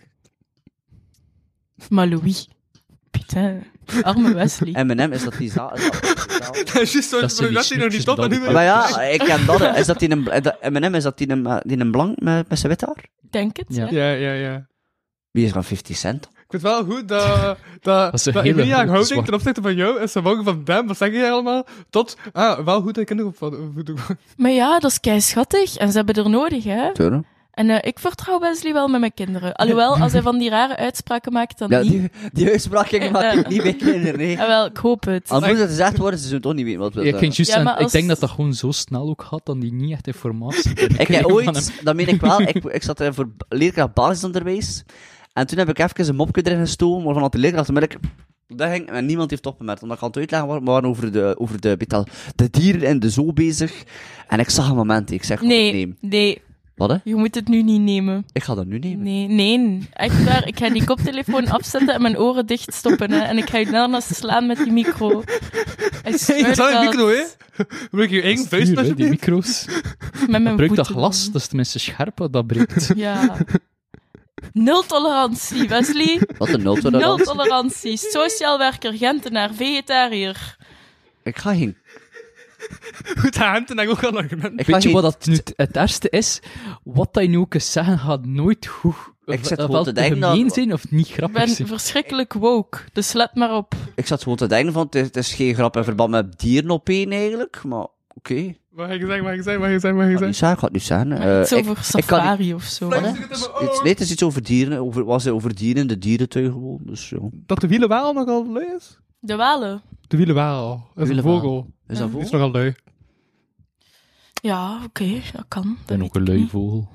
Speaker 8: Maar Louis. Putain. Arme Wesley.
Speaker 7: M&M, is dat die zaal?
Speaker 2: Dat is juist
Speaker 3: Dat
Speaker 2: zo'n
Speaker 3: zijn die
Speaker 2: dat hij nog niet
Speaker 3: snoepjes
Speaker 2: stopt en nu
Speaker 3: dat-
Speaker 2: weer...
Speaker 7: Maar ja, ik ken dat. Is dat die M&M, is dat die een blank met zijn wit haar?
Speaker 8: Ik denk het, ja.
Speaker 2: Ja.
Speaker 7: Wie is van 50 Cent?
Speaker 2: Ik vind het wel goed dat
Speaker 3: is een hele
Speaker 2: Emilia
Speaker 3: grote
Speaker 2: houding
Speaker 3: zwart.
Speaker 2: ten opzichte van jou is van van damn, wat zeg je allemaal? Tot, wel goed dat je kinderen opvoeden.
Speaker 8: Maar ja, dat is kei schattig. En ze hebben er nodig, hè.
Speaker 7: Tuurlijk.
Speaker 8: En ik vertrouw Wesley wel met mijn kinderen. Alhoewel, als hij van die rare uitspraken maakt, dan
Speaker 7: Ja,
Speaker 8: niet.
Speaker 7: die uitspraak ging maak ik niet bij kinderen, nee.
Speaker 8: Wel, ik hoop het.
Speaker 7: Al moet het gezegd worden, ze zullen toch niet weten wat we
Speaker 3: Ik, ging juist
Speaker 8: Ja,
Speaker 3: zeggen,
Speaker 8: maar als-
Speaker 3: ik denk dat dat gewoon zo snel ook gaat, dat die niet echt informatie
Speaker 7: Ik heb
Speaker 3: van hem.
Speaker 7: ooit, dat meen ik wel, ik zat voor leerkracht basisonderwijs. En toen heb ik even een mopje erin gestoken, waarvan had de leerkracht onmiddellijk... Dat ging, en niemand heeft opgemerkt, omdat ik aan het uitleggen was, we waren over de dieren in de zoo bezig. En ik zag een moment, ik zeg,
Speaker 8: Nee.
Speaker 7: Wat, hè?
Speaker 8: Je moet het nu niet nemen.
Speaker 7: Ik ga dat nu nemen.
Speaker 8: Nee. Echt waar. Ik ga die koptelefoon afzetten en mijn oren dichtstoppen, hè. En ik ga je daarna slaan met die micro.
Speaker 2: Hey, dat is wel een micro, hè? Moet ik je eigen vuist
Speaker 3: Stuur, hè, die
Speaker 2: alsjeblieft?
Speaker 3: micro's.
Speaker 8: Met mijn
Speaker 3: Gebruik dat
Speaker 8: voeten
Speaker 3: glas,
Speaker 8: dan.
Speaker 3: dat is tenminste scherp wat dat breekt.
Speaker 8: Ja. Nul tolerantie, Wesley.
Speaker 7: Wat een nul
Speaker 8: Nul tolerantie. Sociaal werker, Gentenaar, vegetariër.
Speaker 7: Ik ga geen...
Speaker 2: Goed hand en dan ook al een argument.
Speaker 7: Ik ga
Speaker 3: Weet je
Speaker 7: geen...
Speaker 3: wat dat nu het ergste is? Wat dat je nu ook eens zeggen, gaat nooit goed.
Speaker 7: Ik zit
Speaker 3: Wel
Speaker 7: gewoon te denken
Speaker 3: gemeen
Speaker 7: dat-
Speaker 3: zijn of niet
Speaker 8: Ik
Speaker 3: grappig
Speaker 8: ben
Speaker 3: zijn.
Speaker 8: verschrikkelijk woke, dus let maar op.
Speaker 7: Ik zat gewoon te denken van, het is geen grap in verband met dieren op één eigenlijk, maar oké.
Speaker 2: Wat ga je zeggen?
Speaker 7: Ik ga het niet zeggen.
Speaker 8: Iets over
Speaker 7: ik kan
Speaker 8: safari of zo.
Speaker 7: Wat,
Speaker 8: hè.
Speaker 7: hè? Nee, het is iets over dieren, over dieren, de dierentuin gewoon, dus ja.
Speaker 2: Dat de wielenwaal nogal lui is?
Speaker 8: De walen.
Speaker 2: De wielenwaal. Dat is een
Speaker 7: Wielenwaal.
Speaker 2: vogel.
Speaker 7: Is dat
Speaker 2: Die is
Speaker 7: voor?
Speaker 2: nogal lui.
Speaker 8: Ja, oké, dat kan.
Speaker 3: Ik ben
Speaker 8: Dat
Speaker 3: ook een
Speaker 8: weet ik niet.
Speaker 3: luivogel.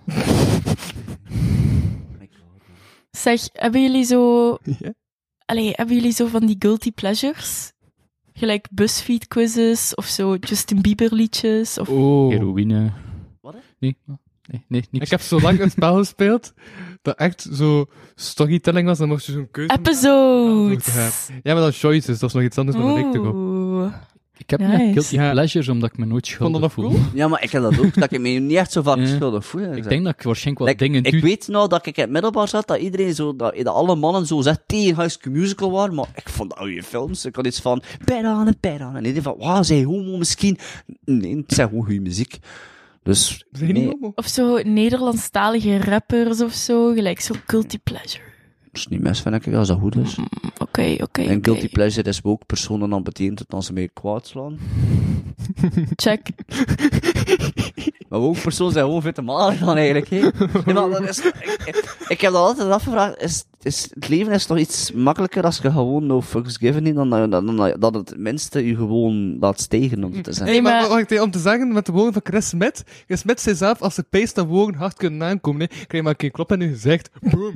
Speaker 8: Zeg, hebben jullie zo...
Speaker 2: Ja?
Speaker 8: Allee, hebben jullie zo van die guilty pleasures? Gelijk BuzzFeed quizzes of zo Justin Bieber liedjes of...
Speaker 2: Oh.
Speaker 3: Heroïne.
Speaker 7: Wat, hè?
Speaker 3: Nee, niks.
Speaker 2: Ik heb zo lang een spel gespeeld dat echt zo storytelling was, dan mocht je zo'n keuze
Speaker 8: Episodes!
Speaker 2: Ja, maar dat is choices, dat is nog iets anders dan een week te go.
Speaker 8: Oeh.
Speaker 3: Ik heb
Speaker 8: Nice.
Speaker 3: net guilty
Speaker 2: Ja.
Speaker 3: pleasures, omdat ik me nooit
Speaker 2: Vond dat
Speaker 3: schuldig
Speaker 2: nog
Speaker 3: voel.
Speaker 2: cool?
Speaker 7: Ja, maar ik heb dat ook, dat ik me niet echt zo vaak
Speaker 3: Ja.
Speaker 7: schuldig voel.
Speaker 3: Ik denk dat ik waarschijnlijk wat dingen
Speaker 7: Ik
Speaker 3: doe.
Speaker 7: weet nou dat ik in het middelbaar zat, dat iedereen zo, dat alle mannen zo zegt tegen High School Musical waren, maar ik vond dat goede films. Ik had iets van, pet aan. En iedereen van, wauw, zij homo misschien. Nee, het zijn gewoon goede muziek. Dus,
Speaker 2: Zijn je niet
Speaker 7: nee,
Speaker 2: homo?
Speaker 8: Of zo Nederlandstalige rappers of zo, gelijk zo guilty pleasure.
Speaker 7: dat is niet mis, vind ik, als dat goed is.
Speaker 8: Oké.
Speaker 7: En guilty pleasure is ook personen aan betekent dat ze mee kwaad slaan.
Speaker 8: Check.
Speaker 7: Maar ook personen zijn gewoon veel te malig dan eigenlijk, hè. Nee, maar dat is, ik heb dat altijd afgevraagd, het leven is toch iets makkelijker als je gewoon no fucks given niet, dan dat het minste je gewoon laat stegen, om het te zeggen.
Speaker 2: Nee, maar
Speaker 8: maar-
Speaker 2: wacht, om te zeggen, met de woorden van Chris Smith. Chris Smith zei zelf, als de pees dat woorden hard kunnen aankomen, krijg je maar een keer klop in je gezicht. Boom.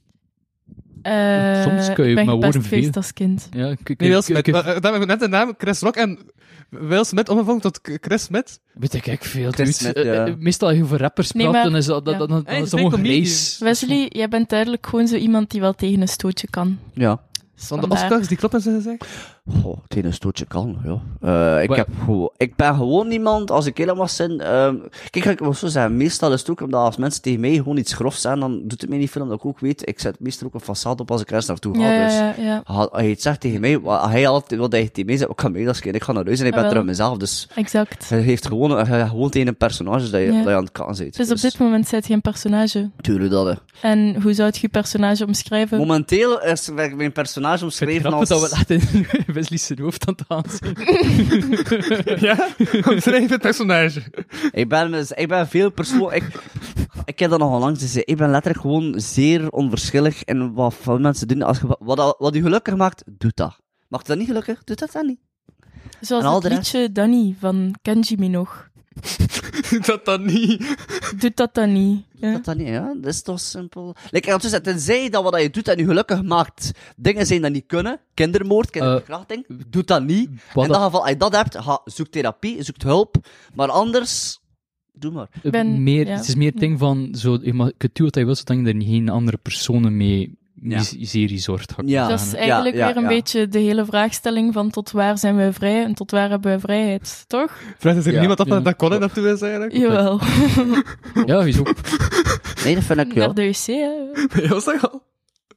Speaker 3: Soms kun je
Speaker 8: ik ben
Speaker 3: maar
Speaker 8: gepest
Speaker 3: woorden
Speaker 8: geweest
Speaker 3: veel.
Speaker 8: als kind.
Speaker 3: Ja,
Speaker 2: Nee, Will Smith. Dat heb ik net de naam Chris Rock en Will Smith omgevangen tot Chris Smith.
Speaker 3: Weet ik veel.
Speaker 7: Chris
Speaker 3: dude.
Speaker 7: Smith, ja.
Speaker 3: Meestal als je over rappers
Speaker 8: Nee,
Speaker 3: praat,
Speaker 8: maar-
Speaker 3: dan is dat,
Speaker 8: ja.
Speaker 3: dan
Speaker 2: Hey,
Speaker 3: is
Speaker 2: het is
Speaker 3: dat gewoon
Speaker 2: een comedian.
Speaker 3: grijs.
Speaker 8: Wesley, jij bent duidelijk gewoon zo iemand die wel tegen een stootje kan.
Speaker 7: Ja.
Speaker 2: Van de
Speaker 8: Vandaar.
Speaker 2: Oscars, die klop in zijn gezicht.
Speaker 7: Goh, tegen een stootje kan, ja. Ik ben gewoon iemand, als ik heel mag zijn, kijk, ik wil zo zeggen, meestal is het ook omdat als mensen tegen mij gewoon iets grofs zijn, dan doet het mij niet veel, omdat ik ook weet, ik zet meestal ook een façade op als ik ergens naartoe ga, dus.
Speaker 8: Ja.
Speaker 7: Als hij het zegt tegen mij, als hij altijd wat hij tegen mij zegt, ik ga mee, dat is geen, ik ga naar huis en ik ben
Speaker 8: Wel.
Speaker 7: terug mezelf, dus
Speaker 8: Exact.
Speaker 7: hij heeft gewoon tegen een personage dat je,
Speaker 8: Ja.
Speaker 7: dat je aan het kan zit.
Speaker 8: Dus op dit moment zit je een personage.
Speaker 7: Tuurlijk dat, hè.
Speaker 8: En hoe zou je je personage omschrijven?
Speaker 7: Momenteel is mijn personage
Speaker 3: Het
Speaker 7: omschreven
Speaker 3: grappig
Speaker 7: als...
Speaker 3: dat we echt in Wesley's zijn hoofd aan het aanzien.
Speaker 2: Ja? Omschrijf het personage.
Speaker 7: Ik ben veel persoonlijk. Ik heb dat nog al lang gezegd. Ik ben letterlijk gewoon zeer onverschillig in wat veel mensen doen. Als je, wat je gelukkig maakt, doe dat. Maakt dat niet gelukkig? Doe dat dan niet.
Speaker 8: Zoals
Speaker 7: en al
Speaker 8: het
Speaker 7: de rest?
Speaker 8: liedje Danny van Kenji Minogue.
Speaker 2: Doe dat dan niet.
Speaker 8: Doe dat dan niet. Ja.
Speaker 7: Dat niet, ja? Dat is toch simpel. Tenzij dat wat je doet en je gelukkig maakt, dingen zijn dat niet kunnen, kindermoord, kinderverkrachting, doe dat niet. In dat geval, als je dat hebt, zoek therapie, zoek hulp, maar anders, doe maar.
Speaker 3: Het is meer het ding van, je kunt doen wat je wilt, zodat je er geen andere personen mee miserie zorgt.
Speaker 8: Dat is eigenlijk weer een beetje de hele vraagstelling van tot waar zijn wij vrij en tot waar hebben wij vrijheid, toch?
Speaker 2: Vraagt er zich niemand af dat Colin dat toe is eigenlijk?
Speaker 8: Jawel.
Speaker 3: Ja, wieso?
Speaker 7: Nee, dat vind ik
Speaker 8: Naar de wc, hè.
Speaker 2: Ben je dat al?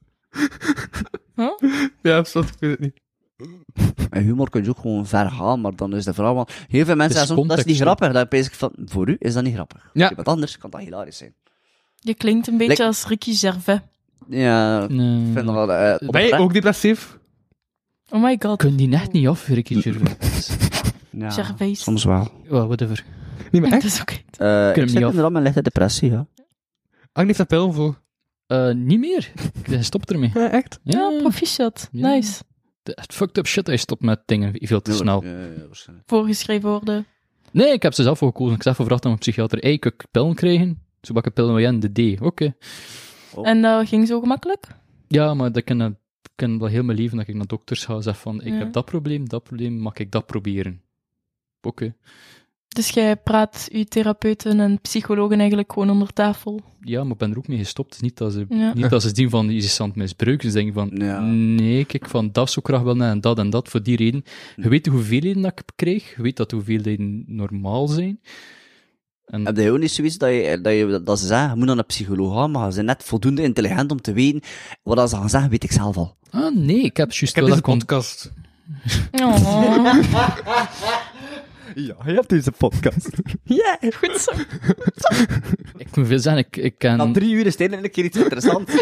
Speaker 8: Huh?
Speaker 2: Ja, absoluut, ik weet het niet.
Speaker 7: En humor kun je ook gewoon ver gaan, maar dan is de vraag van, heel veel mensen zeggen, dat is niet grappig. Dan ben ik van, voor u is dat niet grappig.
Speaker 2: Ja.
Speaker 7: Wat anders kan dat hilarisch zijn.
Speaker 8: Je klinkt een beetje als Ricky Gervais.
Speaker 7: Ja, ik vind dat wel...
Speaker 2: Ben je ook depressief?
Speaker 8: Oh my god.
Speaker 3: Kun die net niet af, Ricky Gervais?
Speaker 7: Ja,
Speaker 8: Gervais.
Speaker 7: soms wel.
Speaker 3: Well, whatever.
Speaker 2: Niet meer
Speaker 8: Dat
Speaker 2: echt?
Speaker 8: is oké.
Speaker 7: Ik zit inderdaad met lichte depressie, ja.
Speaker 2: Agnes heeft daar pil voor.
Speaker 3: Niet meer. Hij stopt ermee.
Speaker 2: Ja, echt?
Speaker 8: Ja, proficiat.
Speaker 3: Ja.
Speaker 8: Nice.
Speaker 3: Het fucked up shit, hij stopt met dingen veel te snel.
Speaker 7: Ja, waarschijnlijk.
Speaker 8: Voorgeschreven worden.
Speaker 3: Nee, ik heb ze zelf voor gekozen. Ik heb zelf gevraagd aan mijn psychiater, hey, kan ik pillen krijgen? Zo welke pillen wil je? De D. Oké.
Speaker 8: En dat ging zo gemakkelijk?
Speaker 3: Ja, maar dat ken wel heel mijn leven dat ik naar dokters ga en zeg van, ik
Speaker 8: Ja.
Speaker 3: heb dat probleem, mag ik dat proberen? Oké.
Speaker 8: Dus jij praat uw therapeuten en psychologen eigenlijk gewoon onder tafel.
Speaker 3: Ja, maar ik ben er ook mee gestopt. Het is
Speaker 8: Ja.
Speaker 3: niet dat ze zien van, je is aan het misbruiken. Ze denken van,
Speaker 7: Ja.
Speaker 3: nee, kijk, van dat zou ik graag wel en dat, voor die reden. Je weet de hoeveelheden dat ik krijg, je weet dat de hoeveelheden normaal zijn. En
Speaker 7: Heb je ook niet zoiets dat ze zeggen, je moet naar een psycholoog gaan, maar ze zijn net voldoende intelligent om te weten wat ze gaan zeggen, weet ik zelf al.
Speaker 3: nee, ik heb juist
Speaker 2: Ik heb
Speaker 3: wel
Speaker 2: deze
Speaker 3: dat
Speaker 2: podcast.
Speaker 8: Oh,
Speaker 7: Ja, je hebt deze podcast.
Speaker 2: Ja,
Speaker 8: goed zo.
Speaker 3: Ik moet veel zeggen, ik ken...
Speaker 7: Na 3 uur is het eindelijk een keer iets interessants.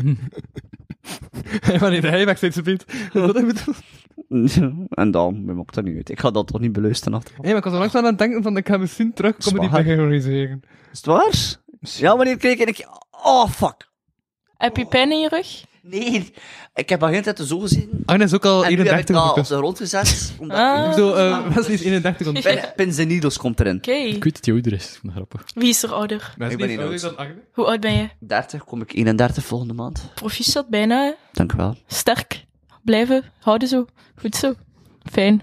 Speaker 2: wanneer hij weg steeds biedt. Wat heb je bedoeld?
Speaker 7: En dan, mij maakt dat niet uit. Ik ga dat toch niet beluisteren achteraf.
Speaker 2: Nee, maar ik was er langs aan het denken van, ik ga misschien terug comedy
Speaker 7: Zwaar.
Speaker 2: beginnen organiseren.
Speaker 7: Is het waar? Ja, wanneer kreeg ik... Oh, fuck.
Speaker 8: Heb je pijn in je rug?
Speaker 7: Nee, ik heb al heel tijd zo gezien.
Speaker 2: Agnes is ook al
Speaker 7: En nu heb ik
Speaker 2: 31
Speaker 7: dat op
Speaker 2: ondertussen.
Speaker 7: de grond gezet. Omdat
Speaker 8: Ah.
Speaker 2: Zo, Wesley is 31 ondertussen.
Speaker 7: Pins en Needles komt erin.
Speaker 8: Oké.
Speaker 3: Ik weet dat hij ouder is, ik vind dat grappig.
Speaker 8: Wie is er ouder?
Speaker 2: Wesley
Speaker 7: Ik ben
Speaker 2: is
Speaker 7: niet
Speaker 2: ouder
Speaker 7: oud.
Speaker 2: dan Agnes.
Speaker 8: Hoe oud ben je?
Speaker 7: 30, kom ik 31 volgende maand.
Speaker 8: Proficiat bijna, hè?
Speaker 7: Dank u wel.
Speaker 8: Sterk. Blijven. Houden zo. Goed zo. Fijn.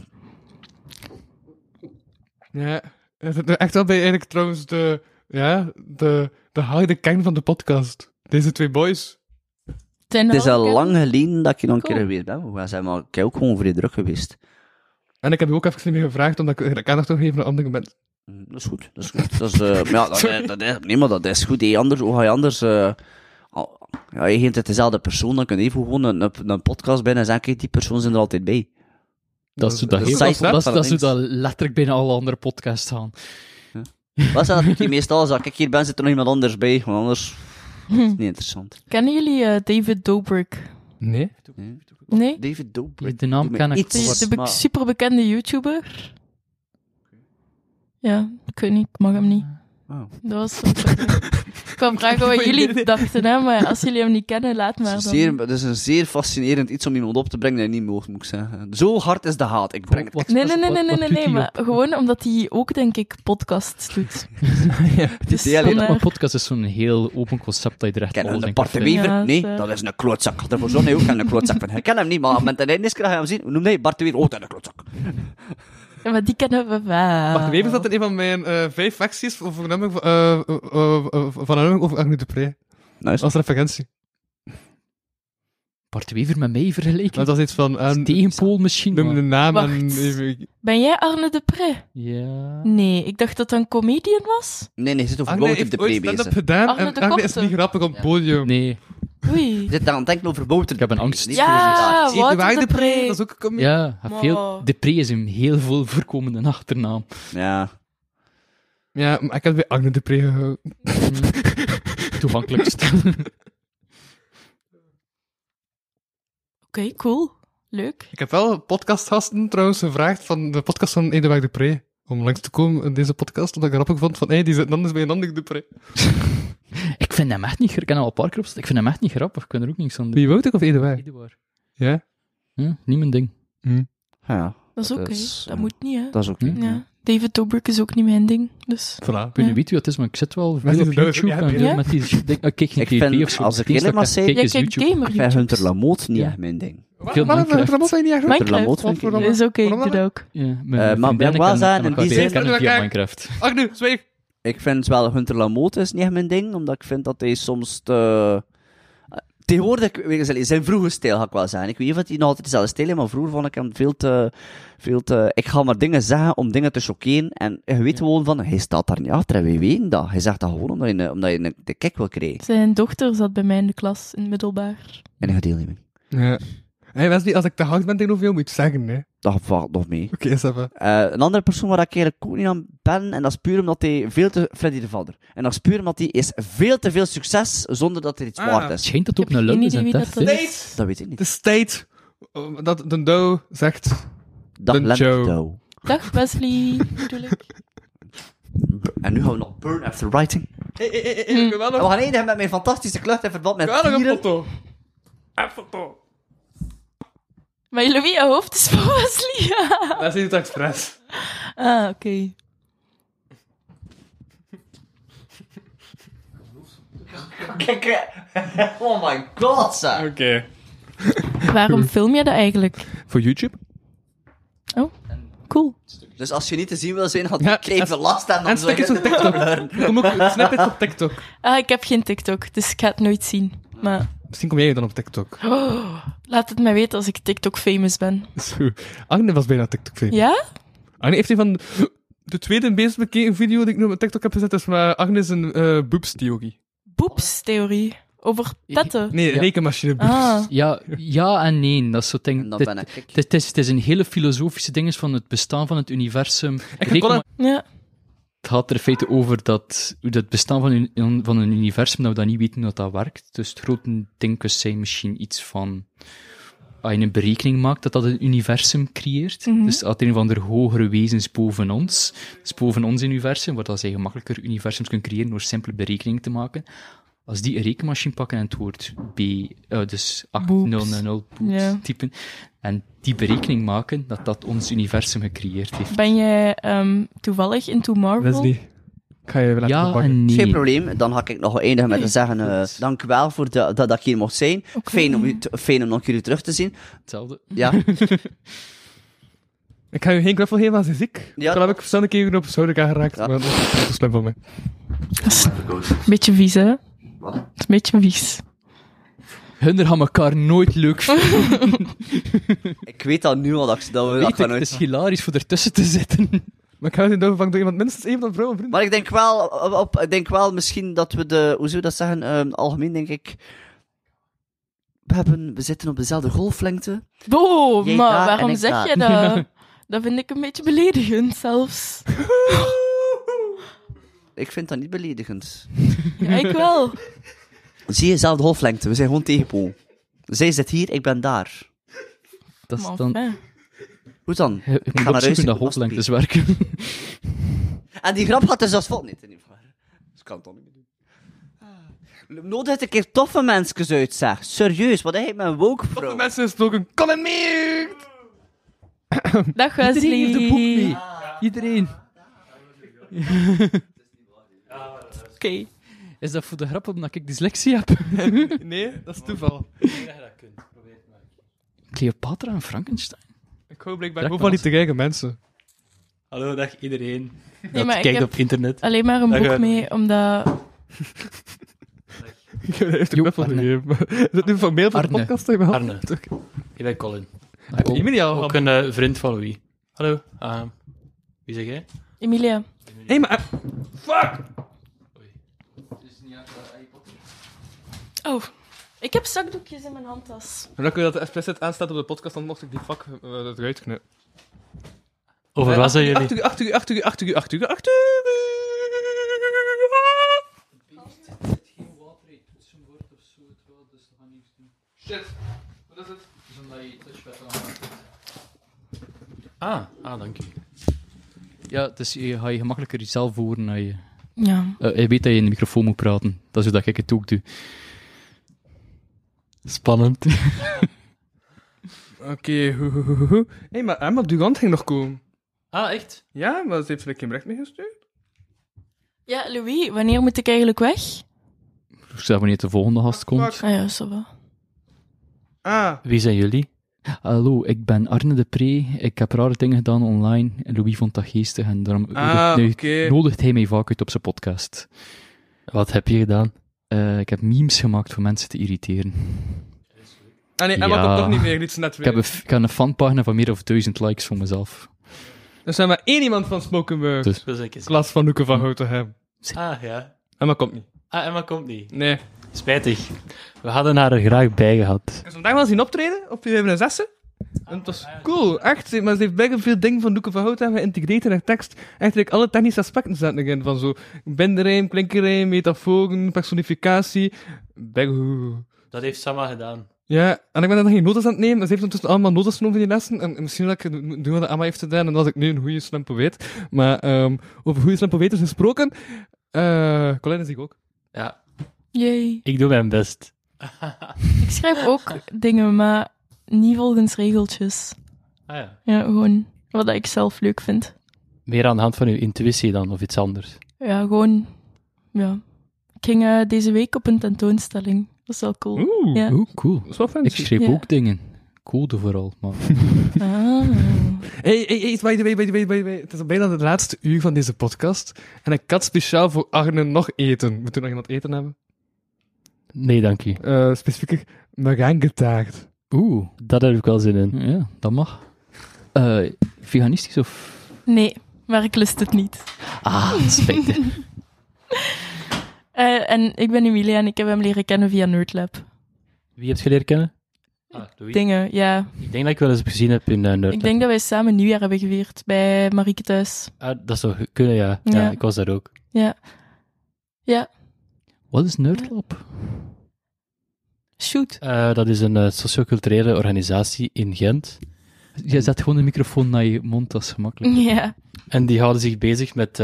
Speaker 2: Ja, echt wel bij eigenlijk trouwens de harde kern van de podcast. Deze twee boys.
Speaker 8: Zijn
Speaker 7: Het is al
Speaker 8: er ook,
Speaker 7: lang geleden dat ik hier nog een
Speaker 8: Cool.
Speaker 7: keer geweest ben. Maar zeg maar, ik heb ook gewoon vrij druk geweest.
Speaker 2: En ik heb je ook even niet meer gevraagd, omdat ik aandacht wil geven aan andere mensen.
Speaker 7: Dat is goed, dat is goed. Dat is, maar ja, nee, maar dat is goed. Anders, hoe ga je anders... ja, je geeft dezelfde persoon, dan kun je even gewoon een podcast binnen en zeggen, kijk, die persoon zijn er altijd bij.
Speaker 3: Dat is hoe dat
Speaker 2: dat
Speaker 3: heel-
Speaker 2: is
Speaker 3: dat is
Speaker 7: van
Speaker 3: hoe
Speaker 7: links.
Speaker 3: dat letterlijk bijna alle andere podcasts gaan.
Speaker 7: Wat is dat natuurlijk meestal? Als ik hier ben, zit er nog iemand anders bij, want anders is het niet interessant.
Speaker 8: Kennen jullie David Dobrik?
Speaker 2: Nee?
Speaker 8: Nee?
Speaker 7: David Dobrik.
Speaker 3: De naam ken ik.
Speaker 7: Iets,
Speaker 8: De
Speaker 7: maar-
Speaker 8: superbekende YouTuber. Ja, ik weet niet, ik mag hem niet.
Speaker 7: Oh.
Speaker 8: Dat was ik kwam vragen wat jullie dachten, hè, maar als jullie hem niet kennen, laat maar dan.
Speaker 7: Het is een zeer fascinerend iets om iemand op te brengen dat je niet mag, moet ik zeggen. Zo hard is de haat. Ik breng het.
Speaker 3: Wat-
Speaker 8: Nee,
Speaker 3: wat-
Speaker 8: nee, nee,
Speaker 3: wat-
Speaker 8: nee,
Speaker 3: wat
Speaker 8: nee,
Speaker 3: doet
Speaker 8: nee,
Speaker 3: hij
Speaker 8: maar
Speaker 3: op?
Speaker 8: gewoon omdat hij ook, denk ik, podcasts doet. Dus
Speaker 7: is alleen
Speaker 3: Maar
Speaker 8: vandaar-
Speaker 3: podcast is zo'n heel open concept dat je er echt
Speaker 7: Ken
Speaker 3: alles
Speaker 7: een
Speaker 3: in kan
Speaker 7: Bart de
Speaker 3: vinden.
Speaker 7: Wever?
Speaker 8: Ja,
Speaker 7: Nee,
Speaker 8: dat is,
Speaker 7: dat is een klootzak. Daarvoor zorg je ook een klootzak van. Ik ken hem niet, maar met de einde ga je hem zien. Hoe noemde hij Bart de Wever? Oh, dat is een klootzak.
Speaker 8: Ja, maar die kennen we wel.
Speaker 2: Wacht, Wever zat in een van mijn 5 acties van een over Agnes de Pre.
Speaker 7: Nice.
Speaker 2: Als referentie.
Speaker 3: Bart Wever met mij vergeleken?
Speaker 2: Maar dat is iets van...
Speaker 3: Tegenpool misschien?
Speaker 2: Noem de
Speaker 3: maar-
Speaker 2: naam
Speaker 8: Wacht.
Speaker 2: en... even-
Speaker 8: Ben jij Arne de Pre?
Speaker 3: Ja...
Speaker 8: Nee, ik dacht dat dat een comedian was.
Speaker 7: Nee, je zit over
Speaker 2: Agnes
Speaker 7: Wouter
Speaker 2: heeft
Speaker 7: de
Speaker 2: ooit
Speaker 7: Pre
Speaker 2: stand-up
Speaker 7: bezig.
Speaker 2: gedaan
Speaker 8: Agnes
Speaker 2: en
Speaker 8: de
Speaker 2: Agnes is
Speaker 8: Korte.
Speaker 2: niet grappig op het podium.
Speaker 3: Nee.
Speaker 8: Oei.
Speaker 7: Je zit aan het denken over Wouter
Speaker 3: Ik heb een angst.
Speaker 7: Niet
Speaker 8: Ja,
Speaker 7: inderdaad.
Speaker 8: Wouter
Speaker 2: Eduard
Speaker 8: de
Speaker 2: de Pre,
Speaker 8: Pre.
Speaker 2: dat is ook een comedie.
Speaker 3: Ja,
Speaker 8: Wow.
Speaker 3: veel... De Pre is een heel veel voorkomende achternaam.
Speaker 7: Ja.
Speaker 2: Ja, maar ik heb bij Agnes de Pre gehouden.
Speaker 3: Toegankelijkst.
Speaker 8: Oké, cool. Leuk.
Speaker 2: Ik heb wel podcastgasten trouwens gevraagd van de podcast van Eduard de Pre. Om langs te komen in deze podcast, omdat ik grappig vond van, die zit anders bij een ander de Pre.
Speaker 3: Ik vind hem echt niet... Ik ken al een paar keer op staan. Ik vind hem echt niet grappig. Ik kan er ook niks aan doen.
Speaker 2: Wie Wouter of Eduard?
Speaker 3: Eduard.
Speaker 2: Ja?
Speaker 3: Ja, niet mijn ding.
Speaker 7: Ja.
Speaker 8: Dat is oké.
Speaker 7: Dat is,
Speaker 8: Dat moet niet, hè.
Speaker 7: Dat is ook niet.
Speaker 8: Ja. David Dobrik is ook niet mijn ding, dus...
Speaker 2: Voilà.
Speaker 3: Ik weet niet wie het is, maar ik zit wel veel
Speaker 2: die
Speaker 3: op
Speaker 2: duizend-
Speaker 3: YouTube
Speaker 2: ja,
Speaker 3: en
Speaker 8: ja.
Speaker 3: met die shit. Ik kijk geen
Speaker 7: Ik
Speaker 3: tv
Speaker 7: vind,
Speaker 3: of zo.
Speaker 7: als ik
Speaker 3: Het enige
Speaker 7: eerlijk mag
Speaker 3: dat
Speaker 7: zijn,
Speaker 3: kijk
Speaker 8: Ja,
Speaker 3: is
Speaker 8: kijk,
Speaker 3: YouTube.
Speaker 8: gamer
Speaker 7: ik vind Hunter
Speaker 8: YouTubes.
Speaker 7: Lamotte niet
Speaker 3: Ja.
Speaker 7: echt mijn ding.
Speaker 3: Veel Minecraft.
Speaker 2: Dat zijn niet echt
Speaker 7: Minecraft.
Speaker 8: Minecraft
Speaker 7: Lamotte vind ik
Speaker 8: is oké, ik
Speaker 2: Waarom
Speaker 8: doe
Speaker 2: dan?
Speaker 8: dat ook.
Speaker 3: Ja,
Speaker 7: maar ik ben wel zeggen, in die zin-
Speaker 3: kennen via Minecraft.
Speaker 2: Ach nu, zweeg.
Speaker 7: Ik vind wel Hunter Lamotte is niet echt mijn ding, omdat ik vind dat hij soms te... Tegenwoordig, weet je, zijn vroege stijl ga ik wel zeggen. Ik weet niet of hij nog altijd dezelfde stijl heeft, maar vroeger vond ik hem veel te... Ik ga maar dingen zeggen om dingen te choqueren. En je weet gewoon van, hij staat daar niet achter en wij weten dat. Hij zegt dat gewoon omdat je de kick wil krijgen.
Speaker 8: Zijn dochter zat bij mij in de klas, in het middelbaar.
Speaker 7: En een deelneming.
Speaker 2: Ja. Hey Wesley, als ik te hard ben tegenover jou, moet je het zeggen, hè.
Speaker 7: Dat valt nog mee.
Speaker 2: Oké, Sava.
Speaker 7: Een andere persoon waar ik eigenlijk ook niet aan ben, en dat is puur omdat hij veel te... Freddy de Vader. En dat is puur omdat hij is veel te veel succes, zonder dat er iets
Speaker 2: Ah.
Speaker 7: waard
Speaker 3: Het
Speaker 7: is.
Speaker 3: schijnt dat ook
Speaker 8: Ik heb
Speaker 3: een
Speaker 8: geen
Speaker 3: lul is
Speaker 8: idee
Speaker 3: en
Speaker 8: wie dat
Speaker 3: test, hè.
Speaker 8: is.
Speaker 7: Dat weet ik niet.
Speaker 2: De state dat de Doe zegt...
Speaker 7: Dag
Speaker 2: de
Speaker 7: Lente
Speaker 2: Joe.
Speaker 7: Doe.
Speaker 8: Dag Wesley, bedoel ik.
Speaker 7: En nu gaan we nog Burn After Writing.
Speaker 2: Ik wil
Speaker 7: En we
Speaker 2: nog
Speaker 7: gaan eindigen met mijn fantastische klucht in verband met
Speaker 2: een
Speaker 7: dieren.
Speaker 2: foto. Een foto.
Speaker 8: Maar Louis, je hoofd is van Wesley.
Speaker 2: Dat is niet expres.
Speaker 8: Ah, oké.
Speaker 7: Kijk, oh my god, zeg.
Speaker 2: Oké.
Speaker 8: Waarom film je dat eigenlijk?
Speaker 2: Voor YouTube?
Speaker 8: Cool.
Speaker 7: Dus als je niet te zien wil zijn, had
Speaker 2: Ja,
Speaker 7: ik even last aan.
Speaker 2: En snippets op TikTok. Kom ook snippets op TikTok.
Speaker 8: Ah, ik heb geen TikTok, dus ik ga het nooit zien. Maar
Speaker 2: Misschien kom jij dan op TikTok.
Speaker 8: laat het mij weten als ik TikTok-famous ben.
Speaker 2: Zo. Agne was bijna TikTok-famous.
Speaker 8: Ja?
Speaker 2: Agne heeft een van de tweede meest bekeken video die ik nu op TikTok heb gezet, is met Agnes een boobs-theorie.
Speaker 8: Boeps-theorie. Over tetten.
Speaker 2: Nee,
Speaker 3: Ja.
Speaker 2: rekenmachine boobs.
Speaker 8: Ah.
Speaker 3: Ja en nee. Dat is zo
Speaker 7: En
Speaker 3: ding.
Speaker 7: dan
Speaker 3: Het
Speaker 7: ben ik.
Speaker 3: het is een hele filosofische ding van het bestaan van het universum.
Speaker 2: Ik ga Colin-
Speaker 8: Ja.
Speaker 3: Het gaat er in feite over dat hoe het bestaan van een universum, dat we dat niet weten hoe dat werkt. Dus het grote ding zijn misschien iets van... Als je een berekening maakt, dat dat een universum creëert. Dus als er een van de hogere wezens boven ons, dus boven ons universum, waar dat zij gemakkelijker universums kunnen creëren door simpele berekeningen te maken, als die een rekenmachine pakken en het woord dus 8000
Speaker 8: Ja.
Speaker 3: typen, en die berekening maken, dat ons universum gecreëerd heeft.
Speaker 8: Ben jij toevallig into Marvel?
Speaker 2: Wesley, ik ga je wel laten
Speaker 3: Ja
Speaker 2: oppakken.
Speaker 3: en nee.
Speaker 7: Geen probleem, dan ga ik nog eindigen met te zeggen, dank u wel voor dat ik hier mocht zijn.
Speaker 8: Oké.
Speaker 7: Fijn om nog jullie terug te zien.
Speaker 3: Hetzelfde.
Speaker 7: Ja,
Speaker 2: Ik ga je geen knuffel geven als je ziek.
Speaker 7: Ja.
Speaker 2: Dan heb ik verschillende keren op schouder geraakt,
Speaker 7: Ja.
Speaker 2: maar dat is te slim van mij.
Speaker 8: Een beetje vies, hè?
Speaker 7: Wat?
Speaker 8: Het is een beetje vies.
Speaker 3: Hunder gaan elkaar nooit leuk vinden.
Speaker 7: ik weet dat nu al, dat we dat
Speaker 3: Weet
Speaker 7: gaan
Speaker 3: ik, het is
Speaker 7: uit...
Speaker 3: hilarisch voor ertussen te zitten.
Speaker 2: Maar ik ga je doorvangen door iemand minstens één van de vrouwen vrienden.
Speaker 7: Maar ik denk wel misschien dat we hoe zullen we dat zeggen, algemeen denk ik, we zitten op dezelfde golflengte.
Speaker 8: Oh,
Speaker 7: Jij
Speaker 8: maar
Speaker 7: daar en
Speaker 8: waarom
Speaker 7: ik
Speaker 8: zeg
Speaker 7: daar.
Speaker 8: je dat? Dat vind ik een beetje beledigend, zelfs.
Speaker 7: Ik vind dat niet beledigend.
Speaker 8: Ja, ik wel.
Speaker 7: Zie je, dezelfde golflengte, we zijn gewoon tegenpool. Zij zit hier, ik ben daar.
Speaker 3: Dat is
Speaker 8: Maar
Speaker 3: dan...
Speaker 8: enfin.
Speaker 7: Hoe dan?
Speaker 3: Je
Speaker 7: ga
Speaker 3: moet
Speaker 7: naar
Speaker 3: op
Speaker 7: huis,
Speaker 3: zoek naar
Speaker 7: ik moet
Speaker 3: hoofdlengtes werken.
Speaker 7: En die grap gaat dus als volgt niet in ieder geval. Dat kan toch niet meer doen. Nodig een keer toffe mensjes uit, zeg. Serieus, wat heet mijn woke,
Speaker 2: Tot de
Speaker 7: bro?
Speaker 2: mensen gesproken, kom en meer!
Speaker 8: Dag
Speaker 3: Iedereen
Speaker 8: Wesley.
Speaker 3: heeft een boek mee. Iedereen.
Speaker 8: Oké.
Speaker 3: Is dat voor de grap omdat ik dyslexie heb?
Speaker 2: Nee, dat is toeval.
Speaker 3: Cleopatra en Frankenstein?
Speaker 2: Ik hou blijkbaar
Speaker 3: Direct
Speaker 2: gewoon van niet te kijken, mensen.
Speaker 3: Hallo, dag iedereen.
Speaker 8: Nee, maar ik heb
Speaker 3: internet.
Speaker 8: alleen maar een boek mee, omdat...
Speaker 2: Ik heb echt een
Speaker 3: Jo,
Speaker 2: knuffel
Speaker 3: Arne.
Speaker 2: gegeven. Is het nu van mail van de
Speaker 3: Arne.
Speaker 2: podcast? Dat je me helpt?
Speaker 9: Arne. Ik ben Colin.
Speaker 2: Heb je Emilia al
Speaker 9: Ook
Speaker 2: gehad?
Speaker 9: een vriend van Louis. Hallo. Wie zeg jij?
Speaker 8: Emilia.
Speaker 2: Hé, maar... Fuck!
Speaker 8: Oh, ik heb zakdoekjes in mijn handtas.
Speaker 2: Dan kun je dat de explicit aanstaat op de podcast, dan mocht ik die vak eruit knippen.
Speaker 9: Over wat zijn jullie?
Speaker 2: 8 uur. Shit, wat is het?
Speaker 9: Dank u.
Speaker 3: Ja, dus je ga je gemakkelijker jezelf horen als je...
Speaker 8: Ja.
Speaker 3: je weet dat je in de microfoon moet praten. Dat is hoe dat ik het ook doe.
Speaker 9: Spannend.
Speaker 2: Oké, Hé, maar Emma Durant ging nog komen.
Speaker 9: Ah, echt?
Speaker 2: Ja, maar ze heeft er geen bericht mee gestuurd.
Speaker 8: Ja, Louis, wanneer moet ik eigenlijk weg?
Speaker 3: Zeg wanneer de volgende gast komt.
Speaker 8: Ah ja, zo wel.
Speaker 2: Ah.
Speaker 9: Wie zijn jullie?
Speaker 3: Hallo, ik ben Arne de Pre. Ik heb rare dingen gedaan online. En Louis vond dat geestig. En daarom nodigt hij mij vaak uit op zijn podcast.
Speaker 9: Wat heb je gedaan?
Speaker 3: Ik heb memes gemaakt voor mensen te irriteren.
Speaker 2: Ah nee, Emma komt toch niet meer, iets net weer.
Speaker 3: Ik heb een fanpagina van meer dan 1000 likes voor mezelf.
Speaker 2: Er zijn maar één iemand van Spoken Word.
Speaker 3: Dus.
Speaker 2: Klas van Loeken van Houten.
Speaker 9: Ah, ja.
Speaker 2: Emma komt niet.
Speaker 9: Ah, Emma komt niet.
Speaker 2: Nee.
Speaker 9: Spijtig. We hadden haar er graag bij gehad.
Speaker 2: Ik heb vandaag wel zien optreden op die 65. En het was cool, echt. Maar ze heeft bijna veel dingen van Loeken van Houten geïntegreerd in haar tekst. Eigenlijk alle technische aspecten zaten erin. Van zo binderijm, klinkerrijm, metaforen, personificatie.
Speaker 9: Dat heeft Sama gedaan.
Speaker 2: Ja, en ik ben daar nog geen notas aan het nemen. Ze heeft ondertussen allemaal notas genomen van die lessen. En misschien dat ik het doen wat Emma heeft gedaan. En dat ik nu een goede slim poëet. Maar over goede slim poëters gesproken. Colin is ik ook.
Speaker 9: Ja.
Speaker 8: Yay.
Speaker 9: Ik doe mijn best.
Speaker 8: Ik schrijf ook dingen, maar niet volgens regeltjes.
Speaker 9: Ah ja.
Speaker 8: Ja, gewoon wat ik zelf leuk vind.
Speaker 9: Meer aan de hand van uw intuïtie dan, of iets anders?
Speaker 8: Ja, gewoon... Ja. Ik ging deze week op een tentoonstelling. Dat is wel cool.
Speaker 2: Oeh,
Speaker 8: ja.
Speaker 3: Cool.
Speaker 2: Dat is wel fancy.
Speaker 3: Ik schreef ook dingen. Code vooral, maar...
Speaker 8: Ah.
Speaker 2: Hey, by the way. Het is bijna het laatste uur van deze podcast. En ik had speciaal voor Arne nog eten. Moet er nog iemand eten hebben?
Speaker 9: Nee, dank u.
Speaker 2: Specifieker merengetaart.
Speaker 3: Oeh.
Speaker 9: Dat heb ik wel zin in.
Speaker 3: Ja, dat mag. Veganistisch of...
Speaker 8: Nee, maar ik lust het niet.
Speaker 3: Ah, spijtig.
Speaker 8: En ik ben Emilia en ik heb hem leren kennen via Nerdlab.
Speaker 9: Wie heb je leren kennen? Louis.
Speaker 8: Dingen, ja.
Speaker 9: Ik denk dat ik wel eens gezien heb in Nerdlab.
Speaker 8: Ik denk dat wij samen nieuwjaar hebben gevierd bij Marieke thuis.
Speaker 9: Ah, dat zou kunnen, ja. Ja, ik was daar ook.
Speaker 8: Ja. Ja.
Speaker 3: Wat is Nerdlab?
Speaker 8: Shoot.
Speaker 9: Dat is een socioculturele organisatie in Gent.
Speaker 3: Je zet gewoon de microfoon naar je mond, dat is gemakkelijk.
Speaker 8: Ja.
Speaker 9: En die houden zich bezig met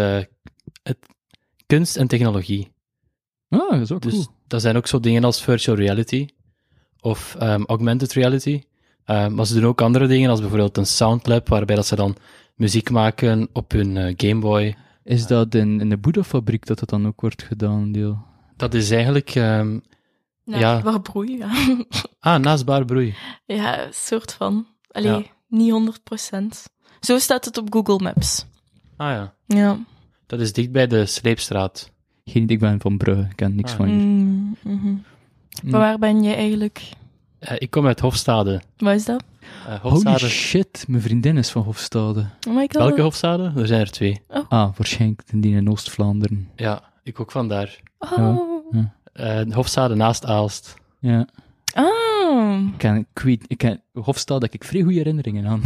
Speaker 9: kunst en technologie.
Speaker 3: Ah, dat is ook
Speaker 9: dus
Speaker 3: cool.
Speaker 9: dat zijn ook zo dingen als virtual reality of augmented reality. Maar ze doen ook andere dingen, als bijvoorbeeld een soundlab, waarbij dat ze dan muziek maken op hun Game Boy.
Speaker 3: Is dat in de Boeddha-fabriek dat dan ook wordt gedaan, deel?
Speaker 9: Dat is eigenlijk...
Speaker 8: Naastbaar broei, ja.
Speaker 9: Naastbaar broei.
Speaker 8: Ja, een soort van. Allee, niet 100%. Zo staat het op Google Maps.
Speaker 9: Ah ja.
Speaker 8: Ja.
Speaker 9: Dat is dicht bij de Sleepstraat.
Speaker 3: Geen idee, ik ben van Brugge, ik ken niks van hier.
Speaker 8: Maar waar ben jij eigenlijk?
Speaker 9: Ik kom uit Hofstade.
Speaker 8: Wat is dat?
Speaker 3: Holy shit, mijn vriendin is van Hofstade.
Speaker 8: Oh my god.
Speaker 9: Welke Hofstade? Er zijn er 2.
Speaker 8: Oh.
Speaker 3: Ah, waarschijnlijk die in Oost-Vlaanderen.
Speaker 9: Ja, ik ook vandaar.
Speaker 8: Oh.
Speaker 9: Hofstade naast Aalst.
Speaker 3: Ja.
Speaker 8: Oh.
Speaker 3: Hofstade heb ik vrij goede herinneringen aan.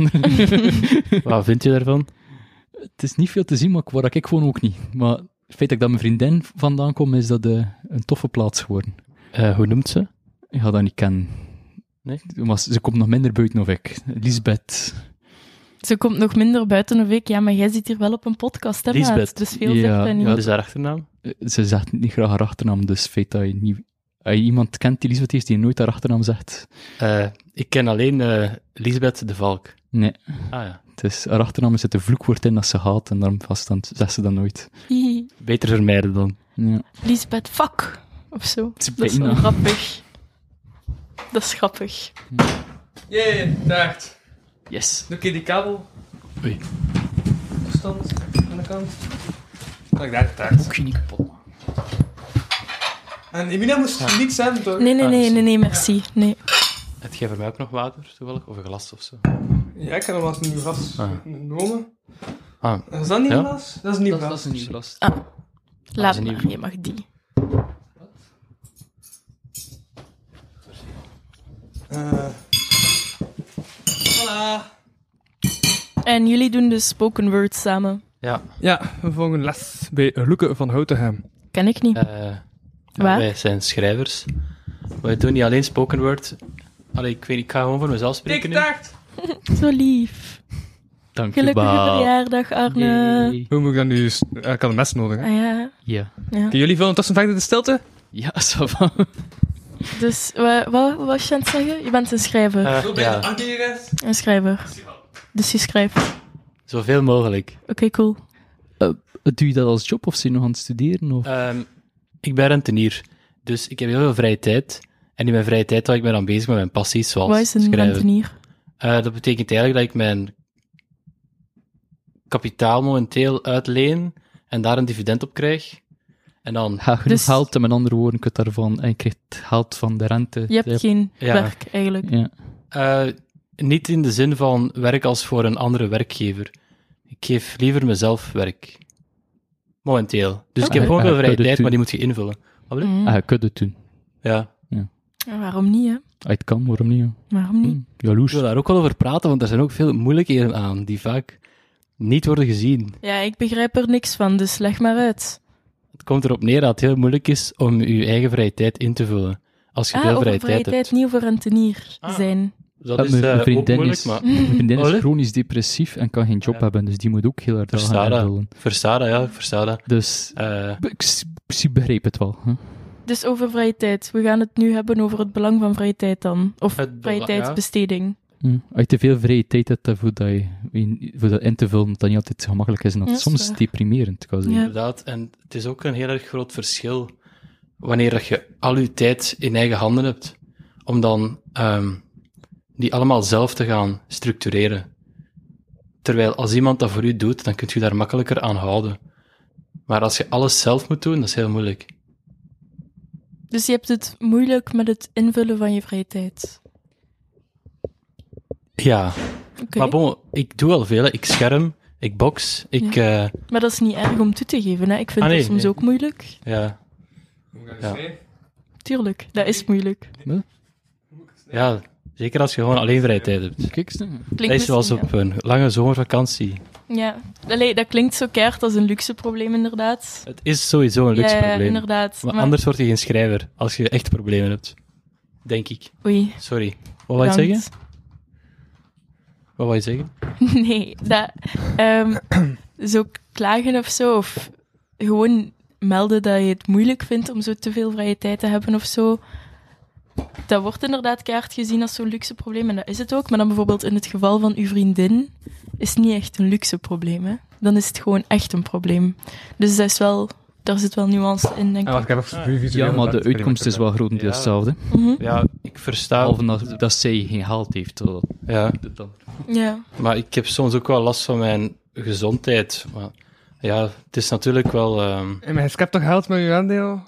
Speaker 9: Wat vind je daarvan?
Speaker 3: Het is niet veel te zien, maar waar ik gewoon ook niet. Maar het feit dat ik daar mijn vriendin vandaan kom, is dat een toffe plaats geworden.
Speaker 9: Hoe noemt ze?
Speaker 3: Ik ga dat niet kennen.
Speaker 9: Nee?
Speaker 3: Maar ze komt nog minder buiten of ik. Lisbeth.
Speaker 8: Ze komt nog minder buiten of ik. Ja, maar jij zit hier wel op een podcast, hè,
Speaker 9: Lisbeth.
Speaker 8: maat? Dus veel zegt hij niet.
Speaker 9: Wat is haar achternaam?
Speaker 3: Ze zegt niet graag haar achternaam, dus het feit dat je niet... Als je iemand kent die Lisbeth heeft, die nooit haar achternaam zegt...
Speaker 9: Ik ken alleen Lisbeth de Valk.
Speaker 3: Nee.
Speaker 9: Ah ja.
Speaker 3: Dus haar achternaam zit een vloekwoord in dat ze haat, en daarom zegt ze dat nooit.
Speaker 9: Beter vermijden dan.
Speaker 3: Ja.
Speaker 8: Lisbeth, fuck! Of zo.
Speaker 3: Het is
Speaker 8: Dat is wel
Speaker 3: bijna.
Speaker 8: grappig. Dat is grappig.
Speaker 2: Jee, taart.
Speaker 3: Yes.
Speaker 2: Doe ik die kabel.
Speaker 9: Oei.
Speaker 2: Afstand aan de kant. Kan ik daar de taart?
Speaker 3: Ook niet kapot.
Speaker 2: En Emilia moest niets hebben, toch?
Speaker 8: Nee, merci. Nee.
Speaker 9: Heb jij voor mij ook nog water, toevallig? Of een glas of zo?
Speaker 2: Ja, ik heb nog wel eens een nieuw glas genomen.
Speaker 9: Ah.
Speaker 2: Is dat een nieuw glas? Dat is een nieuw glas.
Speaker 3: Dat is een nieuw glas.
Speaker 8: Ah. Laat
Speaker 9: een
Speaker 8: maar,
Speaker 9: nieuw.
Speaker 8: je mag die.
Speaker 2: Voilà.
Speaker 8: En jullie doen dus spoken word samen.
Speaker 9: Ja.
Speaker 2: Ja, we volgen les bij Loeke van Houtenham.
Speaker 8: Ken ik niet. Waar?
Speaker 9: Wij zijn schrijvers. Wij doen niet alleen spoken word. Allee, ik weet niet, ik ga gewoon voor mezelf spreken nu.
Speaker 2: taart!
Speaker 8: Zo lief.
Speaker 3: Dank
Speaker 8: Gelukkige verjaardag, Arne.
Speaker 2: Hoe moet ik dat nu... ik had een mes nodig, hè?
Speaker 8: Ah ja.
Speaker 3: Ja.
Speaker 2: Kunnen jullie veel tussen verder de stilte?
Speaker 3: Ja, ça va.
Speaker 8: Dus, wat was je aan het zeggen? Je bent een schrijver.
Speaker 2: Zo bij de anker.
Speaker 8: Een schrijver. Dus je schrijft.
Speaker 9: Zoveel mogelijk.
Speaker 8: Oké, cool.
Speaker 3: Doe je dat als job of zijn je nog aan het studeren? Of?
Speaker 9: Ik ben rentenier, dus ik heb heel veel vrije tijd. En in mijn vrije tijd hou ik me dan bezig met mijn passies, zoals
Speaker 8: Wat is een
Speaker 9: schrijven.
Speaker 8: rentenier?
Speaker 9: Dat betekent eigenlijk dat ik mijn kapitaal momenteel uitleen en daar een dividend op krijg. En dan...
Speaker 3: Ja, genoeg
Speaker 8: Dus-
Speaker 3: geld, met andere woorden, je daarvan, en je krijgt geld van de rente.
Speaker 8: Je hebt geen
Speaker 9: Ja.
Speaker 8: werk, eigenlijk.
Speaker 3: Ja.
Speaker 9: Niet in de zin van werk als voor een andere werkgever. Ik geef liever mezelf werk. Momenteel. Dus ik heb gewoon veel vrije tijd, maar die moet je invullen. Wat bedoel je?
Speaker 8: Mhm.
Speaker 3: Je kunt het doen.
Speaker 9: Ja.
Speaker 8: Ja, waarom niet, hè?
Speaker 3: Als je het kan, waarom niet? Ja.
Speaker 8: Waarom niet?
Speaker 9: Ik
Speaker 3: Jaloers.
Speaker 9: wil daar ook wel over praten, want er zijn ook veel moeilijkheden aan, die vaak niet worden gezien.
Speaker 8: Ja, ik begrijp er niks van, dus leg maar uit.
Speaker 9: Het komt erop neer dat het heel moeilijk is om je eigen vrije tijd in te vullen. Als je veel
Speaker 8: Over
Speaker 9: vrije
Speaker 8: vrije
Speaker 9: tijd
Speaker 8: tijd
Speaker 9: hebt.
Speaker 8: niet over rentenier zijn.
Speaker 9: Dat
Speaker 3: Ja,
Speaker 9: is
Speaker 3: mijn
Speaker 9: ook
Speaker 3: vriendin
Speaker 9: moeilijk,
Speaker 3: is-
Speaker 9: maar...
Speaker 3: Mijn vriendin is
Speaker 9: Olé?
Speaker 3: chronisch depressief en kan geen job hebben, dus die moet ook heel erg
Speaker 9: Versta
Speaker 3: gaan
Speaker 9: dat.
Speaker 3: invullen.
Speaker 9: Versta dat, ja, ik versta dat.
Speaker 3: Dus ik begreep het wel. Hè.
Speaker 8: Dus over vrije tijd. We gaan het nu hebben over het belang van vrije tijd dan. Of
Speaker 9: Het
Speaker 8: vrije
Speaker 9: bela-
Speaker 8: tijdsbesteding.
Speaker 3: Als je te veel vrije tijd hebt voor dat in te vullen, dat niet altijd gemakkelijk is en dat
Speaker 8: Ja,
Speaker 3: het
Speaker 8: dat is
Speaker 3: soms
Speaker 8: waar.
Speaker 3: deprimerend kan zijn.
Speaker 8: Ja.
Speaker 9: Inderdaad, en het is ook een heel erg groot verschil wanneer dat je al je tijd in eigen handen hebt, om dan die allemaal zelf te gaan structureren. Terwijl als iemand dat voor u doet, dan kunt je daar makkelijker aan houden. Maar als je alles zelf moet doen, dat is heel moeilijk.
Speaker 8: Dus je hebt het moeilijk met het invullen van je vrije tijd.
Speaker 9: Ja,
Speaker 8: Oké.
Speaker 9: maar bon, ik doe al veel. Hè. Ik scherm, ik box, ik...
Speaker 8: Maar dat is niet erg om toe te geven, hè. Ik vind
Speaker 9: Ah, nee,
Speaker 8: dat soms
Speaker 9: nee.
Speaker 8: ook moeilijk.
Speaker 9: ja,
Speaker 8: Tuurlijk, dat is moeilijk.
Speaker 9: ja, zeker als je gewoon alleen vrije tijd hebt.
Speaker 3: Kijk eens, hè.
Speaker 8: Klinkt
Speaker 9: Dat is zoals
Speaker 8: misschien,
Speaker 9: op een lange zomervakantie.
Speaker 8: Ja. Allee, dat klinkt zo keihard als een luxe probleem, inderdaad.
Speaker 9: Het is sowieso een luxe
Speaker 8: ja,
Speaker 9: probleem.
Speaker 8: inderdaad.
Speaker 9: Maar anders word je geen schrijver, als je echt problemen hebt. Denk ik.
Speaker 8: Oei,
Speaker 9: Sorry. Wat wou je
Speaker 8: bedankt.
Speaker 9: zeggen? Wat wou je zeggen?
Speaker 8: Nee, dat... zo klagen of zo, of gewoon melden dat je het moeilijk vindt om zo te veel vrije tijd te hebben of zo. Dat wordt inderdaad keihard gezien als zo'n luxe probleem, en dat is het ook. Maar dan bijvoorbeeld in het geval van uw vriendin, is het niet echt een luxe probleem, hè. Dan is het gewoon echt een probleem. Dus dat is wel... Daar zit wel nuance in, denk
Speaker 2: En wat
Speaker 8: ik.
Speaker 2: ik heb even visueel
Speaker 3: Ja, maar de
Speaker 2: effect
Speaker 3: uitkomst is wel grotendeels
Speaker 9: Ja.
Speaker 3: hetzelfde.
Speaker 8: Mhm.
Speaker 9: Ja, ik versta...
Speaker 3: Behalve dat zij geen geld heeft. Dat-
Speaker 9: Ja,
Speaker 3: dan.
Speaker 8: Ja.
Speaker 9: maar ik heb soms ook wel last van mijn gezondheid. Maar ja, het is natuurlijk wel...
Speaker 2: En maar je schept toch geld met je aandeel?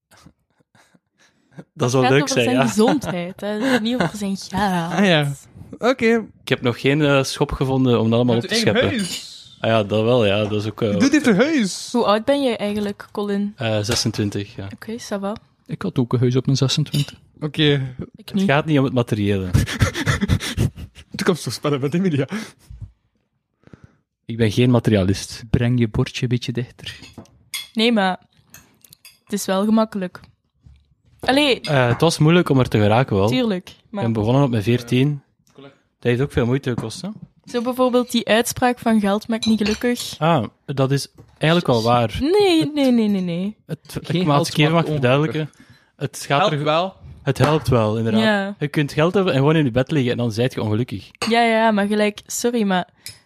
Speaker 9: dat zou
Speaker 8: Het
Speaker 9: leuk
Speaker 8: gaat over
Speaker 9: zijn,
Speaker 8: zijn
Speaker 9: ja.
Speaker 8: gezondheid, hè. Niet over zijn geld.
Speaker 2: Ah ja. Oké.
Speaker 9: Ik heb nog geen schop gevonden om dat allemaal op te scheppen.
Speaker 2: huis.
Speaker 9: Ah ja, dat wel, ja. Dat is ook...
Speaker 2: Doe dit een huis.
Speaker 8: Hoe oud ben jij eigenlijk, Colin?
Speaker 9: 26, ja.
Speaker 8: Oké, ça va.
Speaker 3: Ik had ook een huis op mijn 26.
Speaker 2: Oké.
Speaker 8: Ik
Speaker 9: Het
Speaker 8: niet.
Speaker 9: gaat niet om het materiële.
Speaker 2: Toekomst voorspellen met Emilia.
Speaker 9: Ik ben geen materialist.
Speaker 3: Breng je bordje een beetje dichter.
Speaker 8: Nee, maar het is wel gemakkelijk. Allee,
Speaker 9: Het was moeilijk om er te geraken wel.
Speaker 8: tuurlijk.
Speaker 9: Ik
Speaker 8: Maar
Speaker 9: ben begonnen op mijn 14. Dat heeft ook veel moeite gekost, hè?
Speaker 8: zo bijvoorbeeld die uitspraak van geld maakt niet gelukkig.
Speaker 9: Ah, dat is eigenlijk wel waar.
Speaker 8: Nee.
Speaker 3: Geen
Speaker 9: Maar als ik
Speaker 3: geld
Speaker 9: even mag
Speaker 3: maakt
Speaker 9: verduidelijken. Het gaat er
Speaker 2: wel.
Speaker 9: Het helpt wel, inderdaad.
Speaker 8: Ja.
Speaker 9: Je kunt geld hebben en gewoon in je bed liggen en dan zijt je ongelukkig.
Speaker 8: Ja, maar gelijk, sorry, maar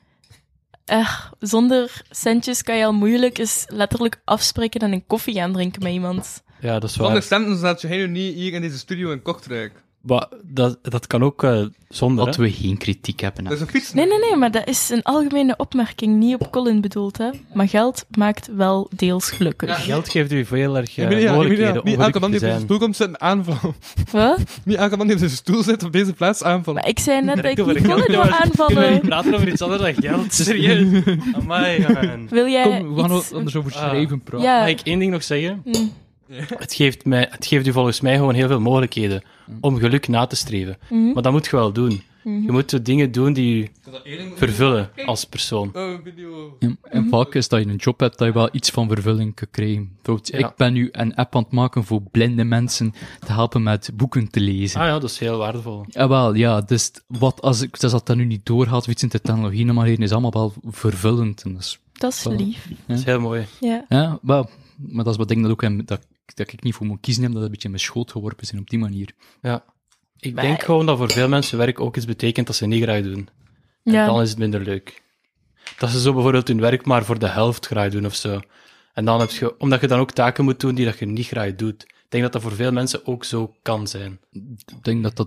Speaker 8: zonder centjes kan je al moeilijk eens letterlijk afspreken en een koffie gaan drinken met iemand.
Speaker 9: Ja, dat is
Speaker 2: Zonder
Speaker 9: waar.
Speaker 2: centen zat je nu niet hier in deze studio in Kortrijk.
Speaker 9: Maar dat kan ook zonder,
Speaker 3: Dat
Speaker 9: hè?
Speaker 3: we geen kritiek hebben.
Speaker 2: Dat is een fiets.
Speaker 8: Nee, maar dat is een algemene opmerking, niet op Colin bedoeld, hè. Maar geld maakt wel deels gelukkig.
Speaker 9: Geld geeft u veel erg
Speaker 2: Emilia,
Speaker 9: mogelijkheden om
Speaker 2: niet elke
Speaker 9: gelukkig
Speaker 2: man
Speaker 9: te
Speaker 2: die op deze
Speaker 9: zijn.
Speaker 2: stoel komt zit een aanval.
Speaker 8: Wat?
Speaker 2: Niet elke man die op deze stoel zit op deze plaats aanvallen.
Speaker 8: Maar ik zei net dat ik
Speaker 9: Over
Speaker 8: niet
Speaker 9: geld,
Speaker 8: Colin wil
Speaker 9: jongens. Kunnen we
Speaker 8: aanvallen.
Speaker 9: niet praten over iets anders dan geld? Serieus? Amai, man.
Speaker 8: Wil jij
Speaker 3: Kom, we gaan
Speaker 8: iets...
Speaker 3: anders over schrijven praten.
Speaker 8: Ja.
Speaker 9: Mag ik één ding nog zeggen?
Speaker 8: Hm.
Speaker 9: Het geeft u volgens mij gewoon heel veel mogelijkheden om geluk na te streven.
Speaker 8: Mhm.
Speaker 9: Maar dat moet je wel doen.
Speaker 8: Mhm.
Speaker 9: Je moet de dingen doen die je vervullen als persoon.
Speaker 2: Video.
Speaker 3: En vaak is dat je een job hebt, dat je wel iets van vervulling kunt krijgen. Bijvoorbeeld,
Speaker 9: Ja.
Speaker 3: ik ben nu een app aan het maken voor blinde mensen te helpen met boeken te lezen.
Speaker 9: Ah ja, dat is heel waardevol.
Speaker 3: Wel, ja, dus wat als ik dus dat nu niet doorgaat, of iets in de technologie maar is allemaal wel vervullend. En dus,
Speaker 8: Dat is lief.
Speaker 9: Dat is heel mooi.
Speaker 8: Ja.
Speaker 3: ja, wel, maar dat is wat ik dat ook dat ik niet voor moet kiezen heb, dat een beetje in mijn schoot geworpen zijn op die manier.
Speaker 9: Ja. Ik
Speaker 8: Maar-
Speaker 9: denk gewoon dat voor veel mensen werk ook iets betekent dat ze niet graag doen. En
Speaker 8: Ja.
Speaker 9: dan is het minder leuk. Dat ze zo bijvoorbeeld hun werk maar voor de helft graag doen of zo. En dan heb je, omdat je dan ook taken moet doen die dat je niet graag doet. Ik denk dat dat voor veel mensen ook zo kan zijn.
Speaker 3: Ik denk dat dat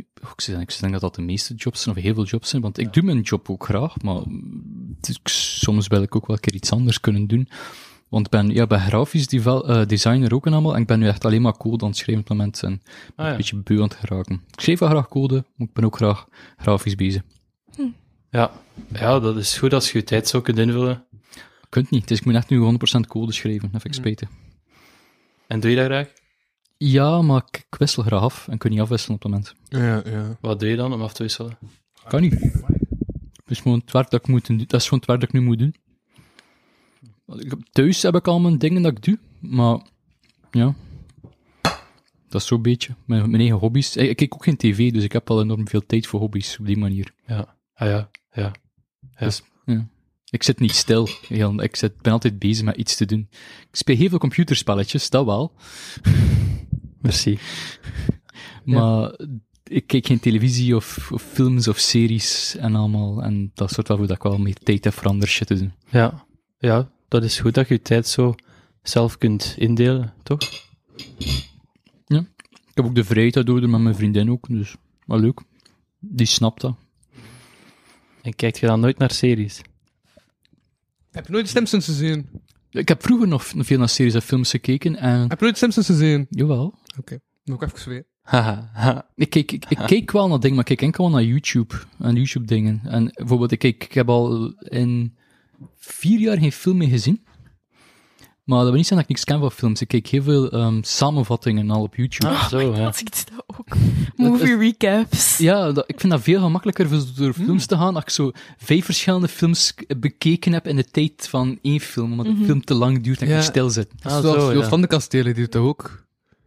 Speaker 3: de meeste jobs zijn, of heel veel jobs zijn, want ik doe mijn job ook graag, maar soms wil ik ook wel een keer iets anders kunnen doen. Want ik ben grafisch designer ook en allemaal, en ik ben nu echt alleen maar code aan het schrijven op het moment, en een beetje beu aan het geraken. Ik schrijf wel graag code, maar ik ben ook graag grafisch bezig.
Speaker 9: Ja, dat is goed als je je tijd zo kunt invullen.
Speaker 3: Kunt niet, dus ik moet echt nu 100% code schrijven, dat vind ik spijtig.
Speaker 9: En doe je dat graag?
Speaker 3: Ja, maar ik wissel graag af, en ik kan niet afwisselen op het moment.
Speaker 2: Ja.
Speaker 9: Wat doe je dan om af te wisselen?
Speaker 3: Kan niet. Dat is gewoon het werk dat ik moet doen. Dat is gewoon het werk dat ik nu moet doen. Thuis heb ik al mijn dingen dat ik doe, maar ja, dat is zo'n beetje. Mijn eigen hobby's. Ik kijk ook geen tv, dus ik heb al enorm veel tijd voor hobby's op die manier.
Speaker 9: Ja.
Speaker 3: Dus, ja. Ik zit niet stil. Ik ben altijd bezig met iets te doen. Ik speel heel veel computerspelletjes, dat wel.
Speaker 9: Merci.
Speaker 3: Maar ik kijk geen televisie of films of series en allemaal. En dat soort wel dat ik wel meer tijd heb voor ander shit te doen.
Speaker 9: Ja, dat is goed dat je je tijd zo zelf kunt indelen, toch?
Speaker 3: Ja. Ik heb ook de vrijheid daardoor met mijn vriendin ook, dus wel leuk. Die snapt dat.
Speaker 9: En kijkt je dan nooit naar series?
Speaker 2: Heb je nooit de Simpsons gezien?
Speaker 3: Ik heb vroeger nog veel naar series en films gekeken en...
Speaker 2: Heb je nooit de Simpsons gezien?
Speaker 3: Jawel.
Speaker 2: Oké. Moet ik even weten.
Speaker 3: Ik kijk wel naar dingen, maar ik kijk enkel naar YouTube en YouTube-dingen. En bijvoorbeeld, ik heb al in 4 jaar geen film meer gezien. Maar dat wil niet zijn dat ik niks ken van films. Ik kijk heel veel samenvattingen al op YouTube.
Speaker 9: Zo, ja.
Speaker 8: Dat ik dat ook. Movie recaps.
Speaker 3: Ja, ik vind dat veel gemakkelijker voor door films te gaan, als ik zo 5 verschillende films bekeken heb in de tijd van 1 film, omdat de film te lang duurt en ik moet stilzitten.
Speaker 2: Zoals Joost van de Kastelen, die doet dat ook.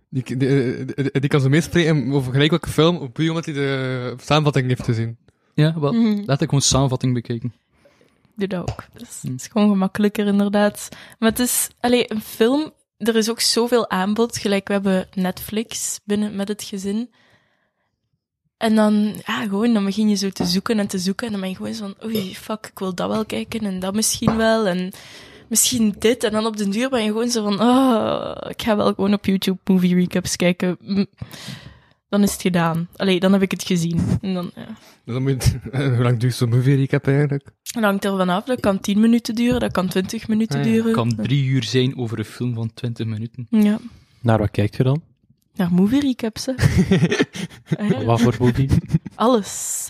Speaker 2: Die kan zo meespreken over gelijk welke film, op puur omdat hij de samenvatting heeft gezien.
Speaker 3: Ja, wel. Laat ik gewoon samenvatting bekijken.
Speaker 8: Doe dat ook. Dus het is gewoon gemakkelijker, inderdaad. Maar het is... een film... Er is ook zoveel aanbod. Gelijk, we hebben Netflix binnen met het gezin. En dan... dan begin je zo te zoeken. En dan ben je gewoon zo van... Oei, fuck, ik wil dat wel kijken. En dat misschien wel. En misschien dit. En dan op den duur ben je gewoon zo van... ik ga wel gewoon op YouTube movie recaps kijken. Dan is het gedaan. Dan heb ik het gezien. En dan,
Speaker 2: Dan moet hoe lang duurt zo'n movie recap eigenlijk?
Speaker 8: Dat hangt er vanaf. Dat kan 10 minuten duren, dat kan 20 minuten duren.
Speaker 3: Het kan 3 uur zijn over een film van 20 minuten.
Speaker 8: Ja.
Speaker 9: Naar wat kijk je dan?
Speaker 8: Naar movie recaps, hè.
Speaker 9: Wat voor movie?
Speaker 8: Alles.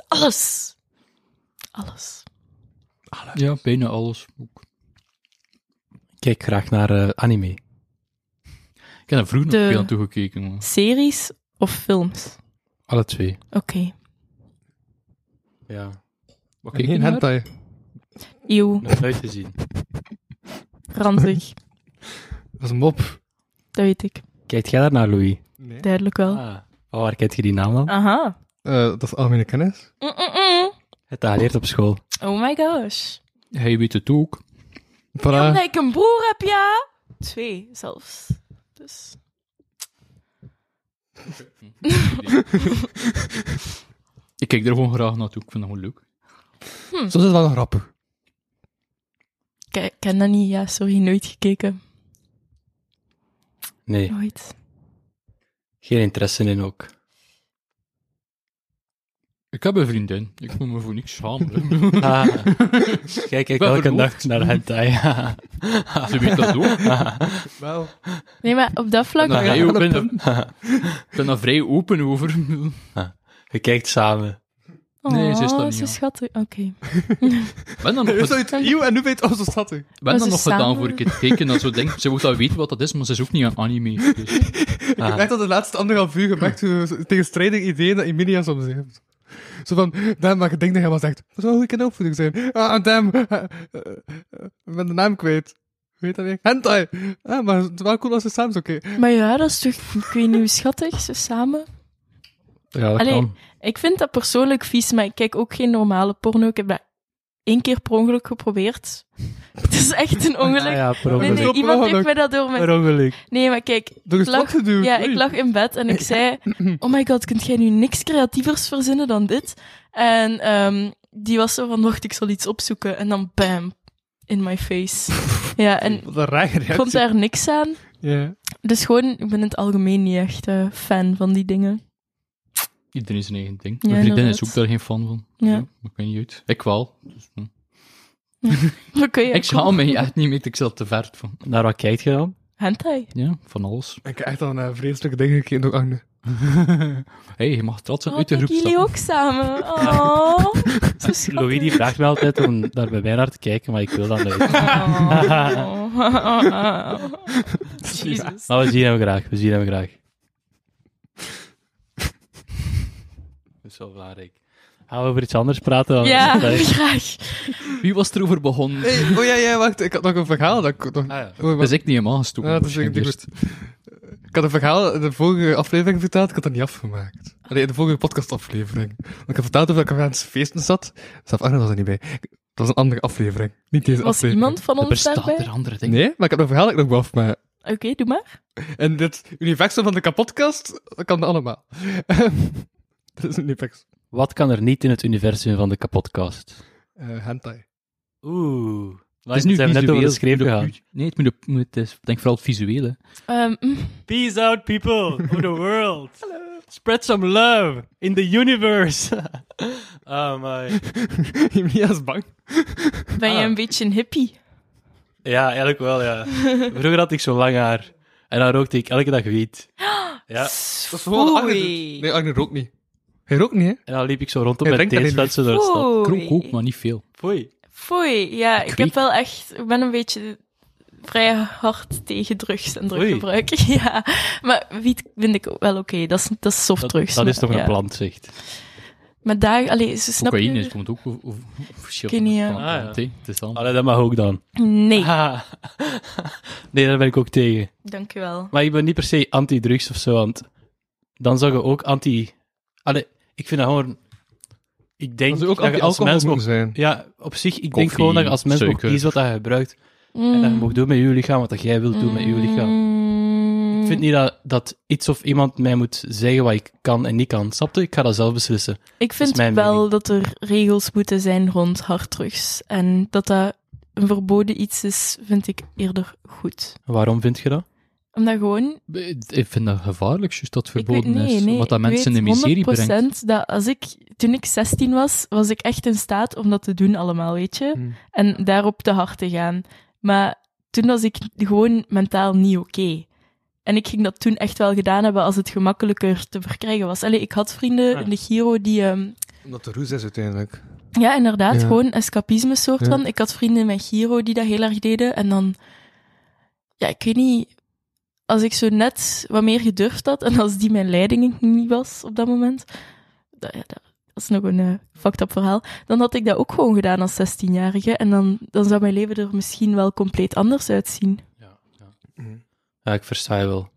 Speaker 3: Ja, bijna alles. Ook.
Speaker 9: Ik kijk graag naar anime.
Speaker 3: Ik heb er vroeger nog veel aan toegekeken. Maar...
Speaker 8: Series of films?
Speaker 9: Alle 2.
Speaker 8: Oké.
Speaker 9: Ja.
Speaker 3: Wat kijk je
Speaker 2: Geen
Speaker 3: naar?
Speaker 2: hentai.
Speaker 8: Eeuw.
Speaker 9: Nog nooit te zien.
Speaker 8: Ranzig.
Speaker 2: Dat is een mop.
Speaker 8: Dat weet ik.
Speaker 9: Kijkt jij daar naar, Louis?
Speaker 2: Nee.
Speaker 8: Duidelijk wel.
Speaker 9: Waar kent je die naam dan?
Speaker 8: Aha.
Speaker 2: Dat is algemene kennis.
Speaker 9: Het dat geleerd op school.
Speaker 8: Oh my gosh.
Speaker 3: Hij weet het ook.
Speaker 2: Voilà.
Speaker 8: Ja, omdat ik een broer heb, ja. 2 zelfs. Dus...
Speaker 3: Ik kijk er gewoon graag naartoe. Ik vind dat gewoon leuk.
Speaker 2: Soms is het wel grappig.
Speaker 8: Ik ken dat niet, ja. Sorry, nooit gekeken.
Speaker 9: Nee.
Speaker 8: Nooit.
Speaker 9: Geen interesse in ook.
Speaker 3: Ik heb een vriendin. Ik moet me voor niks schamen.
Speaker 9: Kijk elke dag naar hentai.
Speaker 3: Ze weet dat ook.
Speaker 2: Wel.
Speaker 8: Nee, maar op dat vlak...
Speaker 3: Ik ben daar vrij open over.
Speaker 9: Je kijkt samen.
Speaker 3: Nee, ze is dat niet,
Speaker 8: zo
Speaker 3: ja.
Speaker 8: schattig. Oké.
Speaker 3: Ben dan nog
Speaker 2: Is dat iets nieuw en nu weet je, zo schattig.
Speaker 3: ben dan
Speaker 8: ze
Speaker 3: nog gedaan
Speaker 8: samen?
Speaker 3: voor een keer te kijken en zo denk. Ze wil wel weten wat dat is, maar ze is ook niet aan anime. Dus.
Speaker 2: Ik heb echt al de laatste 1,5 uur gemerkt hoe tegenstrijdige ideeën dat Emilia soms heeft. Zo van, damn, maar ik denk dat hij wel zegt, dat zou een goede opvoeding zijn. Damn, ik ben de naam kwijt. Weet dat weer? Hentai! Maar het is wel cool als ze samen zo kijken.
Speaker 8: Maar ja, dat is toch... Ik weet niet hoe schattig, ze samen...
Speaker 9: Ja, dat
Speaker 8: Allee,
Speaker 9: kan.
Speaker 8: ik vind dat persoonlijk vies, maar ik kijk ook geen normale porno. Ik heb dat 1 keer per ongeluk geprobeerd. Het is echt een ongeluk.
Speaker 9: Ja, per ongeluk.
Speaker 8: Nee, iemand heeft mij dat door mijn...
Speaker 9: Per ongeluk.
Speaker 8: Nee, maar kijk, ik lag in bed en ik zei, oh my god, kunt jij nu niks creatievers verzinnen dan dit? En die was zo van, wacht, ik zal iets opzoeken. En dan bam, in my face. Ja, en
Speaker 2: Wat een rare reactie.
Speaker 8: ik vond daar niks aan.
Speaker 2: Ja.
Speaker 8: Dus gewoon, ik ben in het algemeen niet echt fan van die dingen.
Speaker 3: Iedereen zijn eigen ding.
Speaker 8: Ja,
Speaker 3: Mijn vriendin is
Speaker 8: inderdaad.
Speaker 3: ook daar geen fan van.
Speaker 8: Ja.
Speaker 3: Dat kan niet uit. Ik wel. Dus,
Speaker 8: Wat kun je?
Speaker 3: ik schaam me echt niet meer, ik zat te ver van.
Speaker 9: Naar wat kijkt je dan?
Speaker 8: Hentai.
Speaker 3: Ja, van alles.
Speaker 2: Ik heb echt al een vreselijke dingen gekeken door Agne.
Speaker 3: Hey, je mag trots zijn
Speaker 8: Oh,
Speaker 3: uit de groep
Speaker 8: kijken jullie
Speaker 3: stappen.
Speaker 8: ook samen? Oh, zo schattig.
Speaker 9: Louis die vraagt me altijd om daar bij mij naar te kijken, maar ik wil dat niet.
Speaker 8: Oh. Jezus.
Speaker 9: Maar we zien hem graag. Dat is wel belangrijk. Gaan we over iets anders praten? Dan
Speaker 8: Ja,
Speaker 9: Nee.
Speaker 8: graag.
Speaker 3: Wie was erover begonnen?
Speaker 2: Hey, oh ja, wacht. Ik had nog een verhaal. Dat ik nog...
Speaker 9: Ah, ja.
Speaker 2: Oh,
Speaker 3: Dat is ik niet helemaal gestoken.
Speaker 2: Ja, dat is echt
Speaker 3: Eerst.
Speaker 2: Ik had een verhaal in de vorige aflevering verteld, ik had dat niet afgemaakt. Allee, in de vorige podcastaflevering. Ik heb verteld over dat ik aan het feesten zat. Zelf Arne was er niet bij. Dat was een andere aflevering. Niet deze
Speaker 8: Was
Speaker 2: aflevering.
Speaker 8: iemand van
Speaker 3: Er
Speaker 8: ons
Speaker 3: bestaan
Speaker 8: daarbij?
Speaker 3: er andere dingen.
Speaker 2: Nee, maar ik heb een verhaal dat ik nog wil afmaken.
Speaker 8: Oké, doe maar.
Speaker 2: En dit universum van de kapotkast, dat kan allemaal. Dat is een universum.
Speaker 9: Wat kan er niet in het universum van de kapotkast?
Speaker 2: Hentai.
Speaker 9: Oeh.
Speaker 3: Het is nu
Speaker 9: zijn we net over de
Speaker 3: visueel.
Speaker 9: schreef gegaan.
Speaker 3: Nee, het is, denk vooral het visuele.
Speaker 9: Peace out, people of the world. Spread some love in the universe. Oh my.
Speaker 2: Emilia is bang.
Speaker 8: Ben je een beetje een hippie?
Speaker 9: Ja, eigenlijk wel, ja. Vroeger had ik zo lang haar. En dan rookte ik elke dag wiet. Ja.
Speaker 2: Dat is gewoon Agne doet. Nee, Agne rookt niet. Hij rookt niet, hè?
Speaker 9: En dan liep ik zo rondom
Speaker 2: Hij
Speaker 9: met
Speaker 2: drinkt alleen
Speaker 9: theeflessen door de stad.
Speaker 3: Ik rook ook, maar niet veel.
Speaker 9: Foei.
Speaker 8: Foei, ja, ik heb
Speaker 3: Kweek.
Speaker 8: wel echt... Ik ben een beetje vrij hard tegen drugs en druggebruik. Ja, maar wiet vind ik wel oké. Dat is softdrugs.
Speaker 9: Dat is toch
Speaker 8: ja.
Speaker 9: een plant, zegt.
Speaker 8: Maar daar, allee, ze snap
Speaker 3: Cocaïne
Speaker 8: je...
Speaker 3: komt ook officieel.
Speaker 8: Ik weet niet, ja.
Speaker 3: van-
Speaker 9: Ah, ja.
Speaker 3: Het is dan.
Speaker 9: Allee, dat mag ook dan.
Speaker 8: Nee,
Speaker 9: Ah. Nee, daar ben ik ook tegen.
Speaker 8: dank u wel.
Speaker 9: Maar ik ben niet per se anti-drugs of zo, want dan zou je ook anti... Allee, ik vind dat gewoon... Ik denk
Speaker 2: Dat zou ook
Speaker 9: dat je als
Speaker 2: anti-alcohol
Speaker 9: mens
Speaker 2: moeten
Speaker 9: mag...
Speaker 2: zijn.
Speaker 9: Ja, op zich, ik denk
Speaker 3: Koffie,
Speaker 9: gewoon dat je als mens mag
Speaker 3: suiker.
Speaker 9: kiezen wat je gebruikt. En dat je mag doen met je lichaam wat dat jij wilt doen met je lichaam. Ik vind niet dat iets of iemand mij moet zeggen wat ik kan en niet kan. Snap je? Ik ga dat zelf beslissen.
Speaker 8: Ik
Speaker 9: is
Speaker 8: vind
Speaker 9: mijn
Speaker 8: wel
Speaker 9: mening.
Speaker 8: dat er regels moeten zijn rond harddrugs. En dat dat een verboden iets is, vind ik eerder goed.
Speaker 9: Waarom vind je dat?
Speaker 8: Omdat gewoon...
Speaker 3: Ik vind dat gevaarlijk, juist dat het
Speaker 8: Ik weet,
Speaker 3: verboden is.
Speaker 8: nee,
Speaker 3: Wat dat
Speaker 8: ik
Speaker 3: mensen in de
Speaker 8: weet
Speaker 3: miserie brengt.
Speaker 8: 100% dat toen ik 16 was ik echt in staat om dat te doen allemaal, weet je.
Speaker 2: Hmm.
Speaker 8: En daarop te hard te gaan. Maar toen was ik gewoon mentaal niet oké. En ik ging dat toen echt wel gedaan hebben als het gemakkelijker te verkrijgen was. Allee, ik had vrienden in de Giro die...
Speaker 2: Omdat de roes is uiteindelijk.
Speaker 8: ja, inderdaad,
Speaker 2: Ja.
Speaker 8: gewoon escapisme soort
Speaker 2: Ja.
Speaker 8: van. Ik had vrienden in mijn Giro die dat heel erg deden. En dan... Ja, ik weet niet... Als ik zo net wat meer gedurfd had, en als die mijn leiding niet was op dat moment... Dat is nog een fucked up verhaal. Dan had ik dat ook gewoon gedaan als 16-jarige. En dan zou mijn leven er misschien wel compleet anders uitzien.
Speaker 9: Ja, ik versta je wel.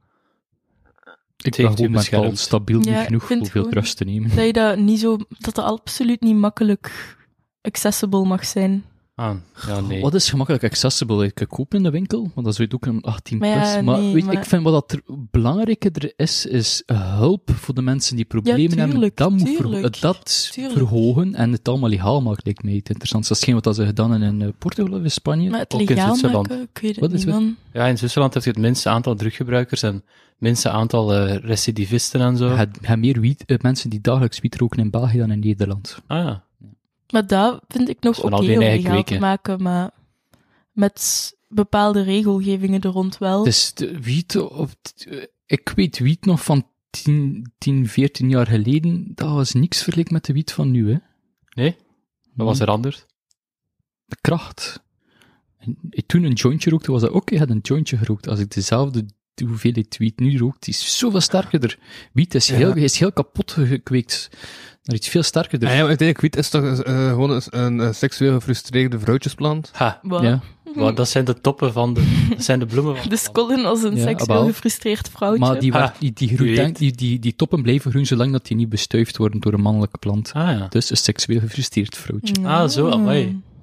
Speaker 3: Ik
Speaker 9: heeft
Speaker 3: ben
Speaker 9: u
Speaker 3: gewoon mentaal
Speaker 9: beschermd.
Speaker 3: stabiel
Speaker 8: Ja,
Speaker 3: niet
Speaker 8: ik
Speaker 3: genoeg
Speaker 8: vind
Speaker 3: om veel
Speaker 8: gewoon-
Speaker 3: rust te nemen.
Speaker 8: Dat je dat niet zo... Dat dat absoluut niet makkelijk accessible mag zijn.
Speaker 9: Ah, ja, nee.
Speaker 3: Wat is gemakkelijk accessible? Ik koop in de winkel, want dat is ook een 18
Speaker 8: Maar
Speaker 3: plus.
Speaker 8: ja,
Speaker 3: Maar
Speaker 8: nee,
Speaker 3: weet je,
Speaker 8: maar-
Speaker 3: ik vind wat dat er belangrijker is hulp voor de mensen die problemen hebben.
Speaker 8: tuurlijk,
Speaker 3: Dat moet
Speaker 8: tuurlijk.
Speaker 3: dat verhogen en het allemaal legaal maken, lijkt mij het interessant. Dat is geen wat ze gedaan hebben in Portugal of in Spanje.
Speaker 8: Maar het
Speaker 9: Ook in
Speaker 8: legaal
Speaker 9: Zwitserland.
Speaker 8: maken, ik weet het
Speaker 3: Wat is
Speaker 8: niet,
Speaker 3: het?
Speaker 8: man.
Speaker 9: Ja, in Zwitserland heb je het minste aantal druggebruikers en het minste aantal recidivisten en zo.
Speaker 3: Je hebt meer mensen die dagelijks wiet roken in België dan in Nederland.
Speaker 9: Ah ja.
Speaker 8: Maar dat vind ik nog
Speaker 9: Dus van
Speaker 8: oké
Speaker 9: al die
Speaker 8: om
Speaker 9: eigen
Speaker 8: legaal te
Speaker 9: kweken.
Speaker 8: maken, maar met bepaalde regelgevingen er rond wel.
Speaker 3: Dus de wiet, ik weet wiet nog van 10, 14 jaar geleden, dat was niks vergeleken met de wiet van nu, hè.
Speaker 9: Nee? Wat was er anders?
Speaker 3: De kracht. En toen een jointje rookte, was dat ook, je had een jointje gerookt. Als ik dezelfde hoeveelheid wiet nu rook, die is zoveel sterker. Wiet is heel kapot gekweekt. Naar iets veel sterkerder.
Speaker 2: Ja, maar uiteindelijk, wiet is toch gewoon een seksueel gefrustreerde vrouwtjesplant?
Speaker 9: Ha.
Speaker 8: Wat?
Speaker 3: Ja.
Speaker 9: Wow, dat zijn de toppen van de... Dat zijn de bloemen van...
Speaker 8: Dus Colin als een
Speaker 3: Ja,
Speaker 8: seksueel
Speaker 3: wel.
Speaker 8: gefrustreerd vrouwtje.
Speaker 3: Maar die groeit,
Speaker 9: weet.
Speaker 3: die toppen blijven groen zolang dat die niet bestuift worden door een mannelijke plant.
Speaker 9: Ah ja.
Speaker 3: Dus een seksueel gefrustreerd vrouwtje.
Speaker 9: Ah, zo, amai.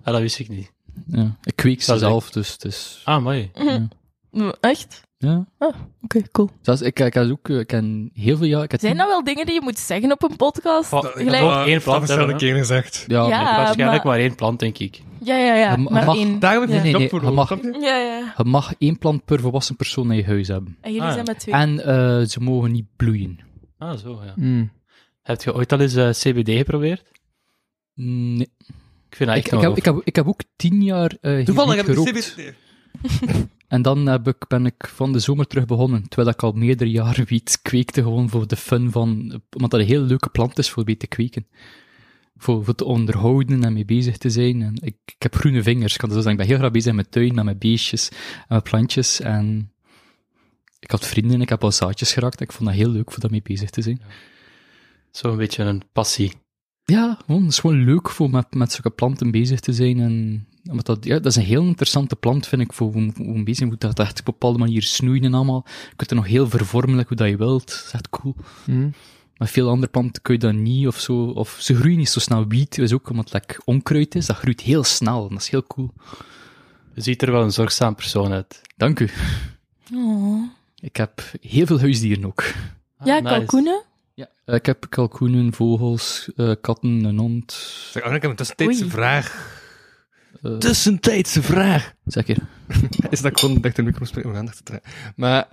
Speaker 9: Ah, dat wist ik niet.
Speaker 3: Ja. Ik kweek ze
Speaker 9: Dat is
Speaker 3: zelf, dus het is...
Speaker 9: Ah, mooi.
Speaker 8: Echt?
Speaker 3: Ja.
Speaker 8: Oké, cool.
Speaker 3: Zelfs, ik ken heel veel jaar...
Speaker 8: Zijn dat wel dingen die je moet zeggen op een podcast? Gelijk-
Speaker 9: Eén plant
Speaker 2: dat
Speaker 9: hebben,
Speaker 2: een keer gezegd.
Speaker 3: Ja,
Speaker 8: Ja,
Speaker 9: waarschijnlijk maar 1 plant, denk ik.
Speaker 8: Ja, maar
Speaker 3: mag-
Speaker 8: één.
Speaker 2: Daar heb ik
Speaker 8: Ja.
Speaker 2: geen
Speaker 3: Nee,
Speaker 2: knop voor
Speaker 3: je
Speaker 2: nodig,
Speaker 3: mag-
Speaker 2: snap je?
Speaker 8: Ja.
Speaker 3: je mag 1 plant per volwassen persoon in je huis hebben.
Speaker 8: En jullie
Speaker 9: Ah,
Speaker 8: zijn met 2.
Speaker 3: En ze mogen niet bloeien.
Speaker 9: Ah, zo, ja.
Speaker 2: Mm.
Speaker 9: Heb je ooit al eens CBD geprobeerd?
Speaker 3: Nee.
Speaker 9: Ik vind dat echt
Speaker 3: Ik heb ook 10 jaar
Speaker 2: Toevallig heb ik
Speaker 3: gerookt.
Speaker 2: CBD.
Speaker 3: En dan ben ik van de zomer terug begonnen, terwijl ik al meerdere jaren wiet kweekte, gewoon voor de fun van... Omdat dat een heel leuke plant is voor mee te kweken. Voor te onderhouden en mee bezig te zijn. En ik heb groene vingers, kan het zo zeggen. Ik ben heel graag bezig met tuin, met mijn beestjes en met plantjes. En ik had vrienden, ik heb al zaadjes geraakt. Ik vond dat heel leuk voor daarmee bezig te zijn.
Speaker 9: zo'n beetje een passie.
Speaker 3: Ja, gewoon, het is gewoon leuk voor met zulke planten bezig te zijn. En, omdat dat is een heel interessante plant, vind ik, voor hoe bezig moet dat echt op een bepaalde manier snoeien en allemaal. Je kunt er nog heel vervormelijk hoe dat je wilt. Dat is echt cool. Maar veel andere planten kun je dat niet, of zo. Of ze groeien niet zo snel. Wiet is ook, omdat het onkruid is, dat groeit heel snel. En dat is heel cool.
Speaker 9: Je ziet er wel een zorgzaam persoon uit.
Speaker 3: Dank u.
Speaker 8: Oh.
Speaker 3: Ik heb heel veel huisdieren ook.
Speaker 8: Ja,
Speaker 9: nice.
Speaker 8: kalkoenen?
Speaker 3: Ja. Ik heb kalkoenen, vogels, katten, een hond.
Speaker 2: Zeg, ik heb een tussentijdse
Speaker 8: Oei.
Speaker 2: vraag.
Speaker 3: eh,
Speaker 2: Tussentijdse vraag.
Speaker 3: Zeker.
Speaker 2: Is dat ik gewoon dicht in de micro spreken om aandacht te trekken. Maar,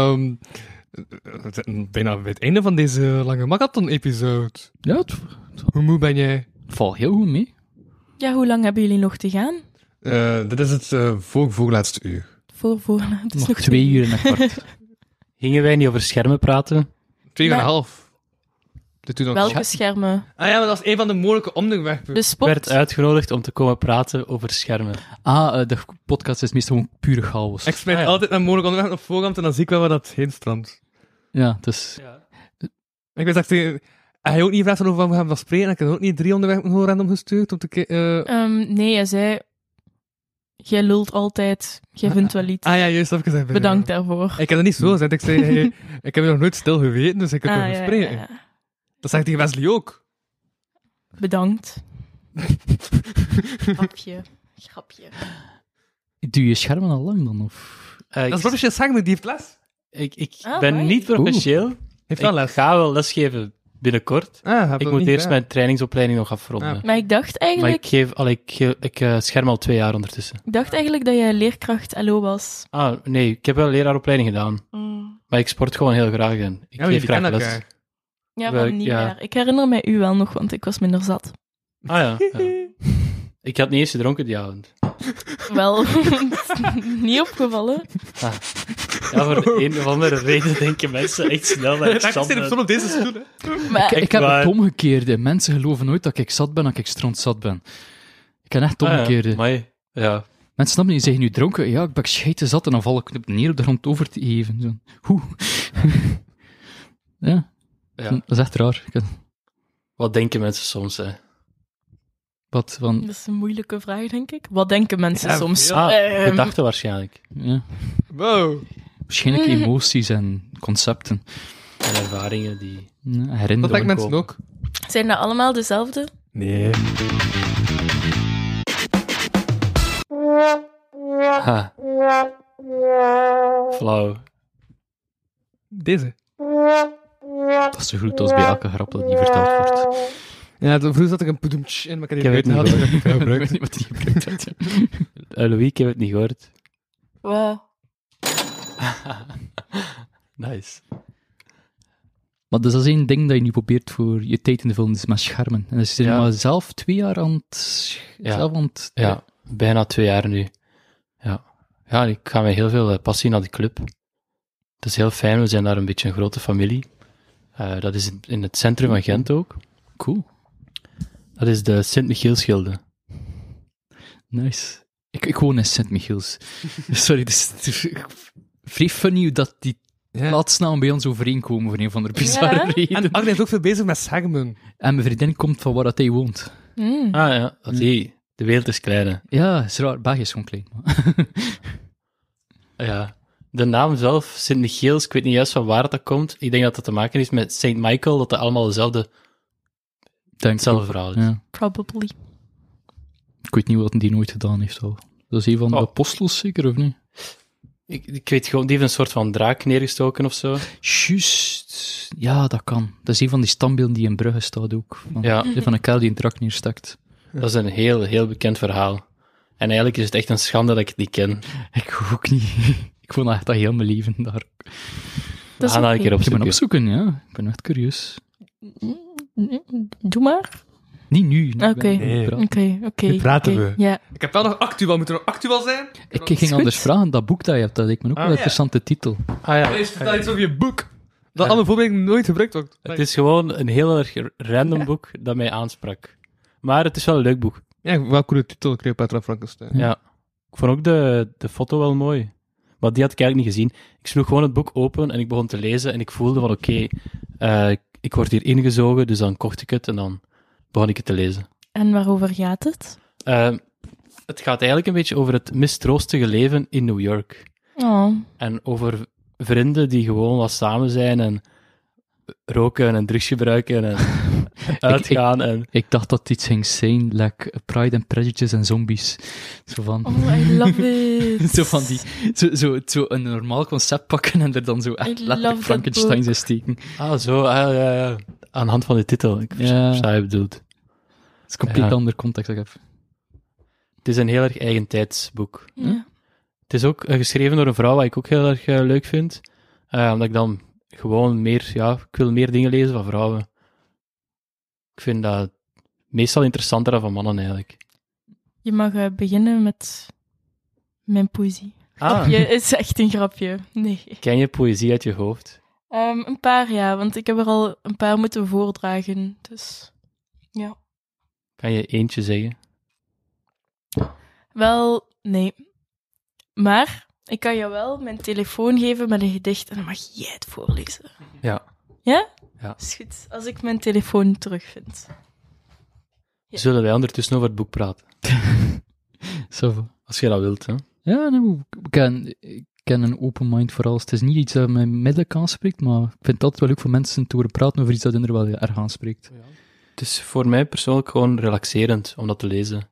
Speaker 2: we zitten bijna bij het einde van deze lange marathon-episode.
Speaker 3: Ja, het
Speaker 2: Hoe moe ben jij?
Speaker 3: valt heel goed mee.
Speaker 8: Ja, hoe lang hebben jullie nog te gaan?
Speaker 2: Dit is het voorlaatste uur.
Speaker 8: Het is
Speaker 3: Nog
Speaker 8: nog
Speaker 3: 2 uur en een kwart.
Speaker 9: Gingen wij niet over schermen praten?
Speaker 2: 2,5. Dit doet nog
Speaker 8: Welke schermen?
Speaker 2: Ah ja, maar dat is een van de mogelijke onderwerpen.
Speaker 8: De
Speaker 9: Ik
Speaker 8: sport?
Speaker 9: werd uitgenodigd om te komen praten over schermen.
Speaker 3: De podcast is meestal gewoon pure chaos.
Speaker 2: Ik smijt
Speaker 9: Ah, ja.
Speaker 2: altijd een mogelijk onderwerp op voorhand en dan zie ik wel waar dat heen strandt.
Speaker 3: Ja, dus...
Speaker 2: Ik weet dat hij ook niet gevraagd over wat we gaan van spreken. Ik heb ook niet 3 onderwerpen gewoon random gestuurd om te kijken.
Speaker 8: Nee, hij zei... Jij lult altijd. Jij vindt wel iets.
Speaker 2: Ah ja, juist, dat heb ik gezegd.
Speaker 8: Bedankt daarvoor.
Speaker 2: Ik heb dat niet zo gezegd. Ik zei, hey, ik heb je nog nooit stil geweten, dus ik kan erover spreken.
Speaker 8: ja.
Speaker 2: Dat zegt tegen Wesley ook.
Speaker 8: Bedankt. Grapje.
Speaker 3: Doe je schermen al lang dan? Of?
Speaker 2: Dat is professioneel Sagme, die heeft les.
Speaker 9: Ik
Speaker 8: Ah,
Speaker 9: ben
Speaker 8: mooi.
Speaker 9: niet professioneel.
Speaker 2: Heeft wel
Speaker 9: Ik
Speaker 2: les.
Speaker 9: ga wel lesgeven binnenkort. Ik moet eerst mijn trainingsopleiding nog afronden.
Speaker 2: Ah.
Speaker 8: Maar ik dacht
Speaker 9: Maar
Speaker 8: eigenlijk...
Speaker 9: ik scherm al 2 jaar ondertussen.
Speaker 8: Ik dacht eigenlijk dat jij leerkracht LO was.
Speaker 9: Ah, nee, ik heb wel een leraaropleiding gedaan. Maar ik sport gewoon heel graag en ik geef graag les.
Speaker 8: Ja,
Speaker 9: Wel,
Speaker 8: van niet
Speaker 9: ja.
Speaker 8: meer. Ik herinner mij u wel nog, want ik was minder zat.
Speaker 9: Ah ja. Ik had niet eens gedronken die avond.
Speaker 8: Wel, niet opgevallen.
Speaker 9: Ja, voor een of andere reden denken mensen echt snel dat ik
Speaker 2: Ik
Speaker 9: zat
Speaker 2: zit
Speaker 9: ben.
Speaker 2: op deze stoel, hè.
Speaker 8: Maar
Speaker 3: Ik heb
Speaker 9: waar.
Speaker 3: het omgekeerde. Mensen geloven nooit dat ik zat ben, dat ik strontzat ben. Ik heb echt het omgekeerde.
Speaker 9: Ja.
Speaker 3: Mensen snappen niet, zeggen nu dronken, ja, ik ben scheiden zat en dan val ik neer op de grond over te geven. Zo. Hoe? Ja,
Speaker 9: Ja.
Speaker 3: dat is echt raar.
Speaker 9: Wat denken mensen soms, hè?
Speaker 3: Wat van...
Speaker 8: dat is een moeilijke vraag, denk ik. Wat denken mensen
Speaker 2: Ja,
Speaker 8: soms?
Speaker 2: ja.
Speaker 9: Gedachten waarschijnlijk.
Speaker 3: Ja,
Speaker 2: Wow.
Speaker 3: waarschijnlijk emoties en concepten.
Speaker 9: En ervaringen die...
Speaker 3: Ja,
Speaker 2: Dat
Speaker 3: herinneringen.
Speaker 2: denken mensen ook.
Speaker 8: Zijn dat allemaal dezelfde?
Speaker 2: Nee.
Speaker 9: Ha. Flauw.
Speaker 2: Deze.
Speaker 3: Dat is zo goed als bij elke grap dat niet verteld wordt.
Speaker 2: Ja, vroeger zat ik een poedoemtje in, maar ik heb
Speaker 9: Ik
Speaker 2: die
Speaker 9: heb het
Speaker 2: buiten
Speaker 9: niet
Speaker 2: gehad.
Speaker 3: Ik weet niet wat die gebruikt had. Ja.
Speaker 9: Louis, ik heb het niet gehoord.
Speaker 8: Wow.
Speaker 9: Nice.
Speaker 3: Maar dus dat is één ding dat je nu probeert voor je tijd in de film, dus met schermen. En dus je
Speaker 9: Ja.
Speaker 3: maar zelf 2 jaar aan het...
Speaker 9: Ja.
Speaker 3: Zelf aan het...
Speaker 9: Ja, bijna 2 jaar nu. Ja. Ja, ik ga met heel veel passie naar die club. Het is heel fijn, we zijn daar een beetje een grote familie. Dat is in het centrum van Gent ook.
Speaker 3: Cool.
Speaker 9: Dat is de Sint-Michielsgilde.
Speaker 3: Nice. Ik woon in Sint-Michiels. Sorry, het is vrij funny hoe dat die
Speaker 2: Ja.
Speaker 3: plaatsnamen bij ons overeenkomen voor een of andere bizarre
Speaker 8: Ja.
Speaker 3: reden.
Speaker 2: En Agne is ook veel bezig met Sagmen.
Speaker 3: En mijn vriendin komt van waar dat hij woont.
Speaker 8: Mm.
Speaker 9: Ah ja, zie, de wereld is klein, hè.
Speaker 3: Ja, is raar. België is gewoon klein. Maar
Speaker 9: Ja. De naam zelf, Sint-Michiels, ik weet niet juist van waar dat komt. Ik denk dat dat te maken heeft met Saint Michael, dat het allemaal hetzelfde
Speaker 3: denk
Speaker 9: hetzelfde
Speaker 3: ik ook.
Speaker 9: verhaal is.
Speaker 3: Ja.
Speaker 8: Probably.
Speaker 3: Ik weet niet wat die nooit gedaan heeft al. Dat is een van de apostels zeker, of niet?
Speaker 9: Ik weet gewoon, die heeft een soort van draak neergestoken of zo.
Speaker 3: Juist. Ja, dat kan. Dat is een van die standbeelden die in Brugge staat ook. Van een kerel die een draak neerstakt.
Speaker 9: Dat is een heel, heel bekend verhaal. En eigenlijk is het echt een schande dat ik het niet ken.
Speaker 3: Ik ook niet. Ik vond dat echt heel mijn leven daar.
Speaker 8: Dat is
Speaker 9: een keer
Speaker 3: Ik ben
Speaker 9: opzoeken.
Speaker 3: opzoeken, ja. Ik ben echt curieus.
Speaker 8: Doe maar.
Speaker 3: Niet nu.
Speaker 8: Oké.
Speaker 2: Nu praten we.
Speaker 8: Ja.
Speaker 2: Ik heb wel nog actueel. Moet er nog actueel zijn?
Speaker 3: Ik ging anders vragen, dat boek dat je hebt, dat lijkt me ook wel een interessante titel.
Speaker 2: Vertel iets over je boek. Dat alle voorbereiding nooit gebruikt wordt.
Speaker 9: Het is gewoon een heel erg random boek dat mij aansprak. Maar het is wel een leuk boek.
Speaker 2: Ja, wel coole titel, Cleopatra Frankenstein.
Speaker 9: Ja. Ik vond ook de foto wel mooi. Maar die had ik eigenlijk niet gezien. Ik sloeg gewoon het boek open en ik begon te lezen en ik voelde van oké, ik word hier ingezogen, dus dan kocht ik het en dan begon ik het te lezen.
Speaker 8: En waarover gaat het?
Speaker 9: Het gaat eigenlijk een beetje over het mistroostige leven in New York.
Speaker 8: Oh.
Speaker 9: En over vrienden die gewoon wat samen zijn en roken en drugs gebruiken en uitgaan.
Speaker 3: Ik dacht dat het iets ging zijn, like Pride and Prejudice en zombies. Zo van...
Speaker 8: Oh, I love it.
Speaker 3: zo van die... Zo een normaal concept pakken en er dan zo echt letterlijk Frankenstein in steken.
Speaker 9: Ja. Aan de hand van de titel. Ik versta wat je bedoelt.
Speaker 3: Het is een compleet ander context dat ik heb.
Speaker 9: Het is een heel erg eigentijds boek.
Speaker 8: Ja.
Speaker 9: Het is ook geschreven door een vrouw, wat ik ook heel erg leuk vind. Omdat ik dan gewoon meer... Ja, ik wil meer dingen lezen van vrouwen. Ik vind dat meestal interessanter dan van mannen, eigenlijk.
Speaker 8: Je mag beginnen met mijn poëzie. Grapje is echt een grapje. Nee.
Speaker 9: Ken je poëzie uit je hoofd?
Speaker 8: Een paar, ja. Want ik heb er al een paar moeten voordragen. Dus, ja.
Speaker 9: Kan je eentje zeggen?
Speaker 8: Wel, nee. Maar ik kan jou wel mijn telefoon geven met een gedicht en dan mag jij het voorlezen.
Speaker 9: Ja.
Speaker 8: Ja?
Speaker 9: Ja.
Speaker 8: Is goed. Als ik mijn telefoon terugvind. Ja.
Speaker 9: Zullen wij ondertussen over het boek praten?
Speaker 3: Zo.
Speaker 9: Als je dat wilt, hè?
Speaker 3: Ja, nee, ik ken een open mind voor alles. Het is niet iets dat mij middellijk aanspreekt, maar ik vind het altijd wel leuk voor mensen te horen praten over iets dat hun er wel erg aanspreekt.
Speaker 9: Ja. Het is voor mij persoonlijk gewoon relaxerend om dat te lezen.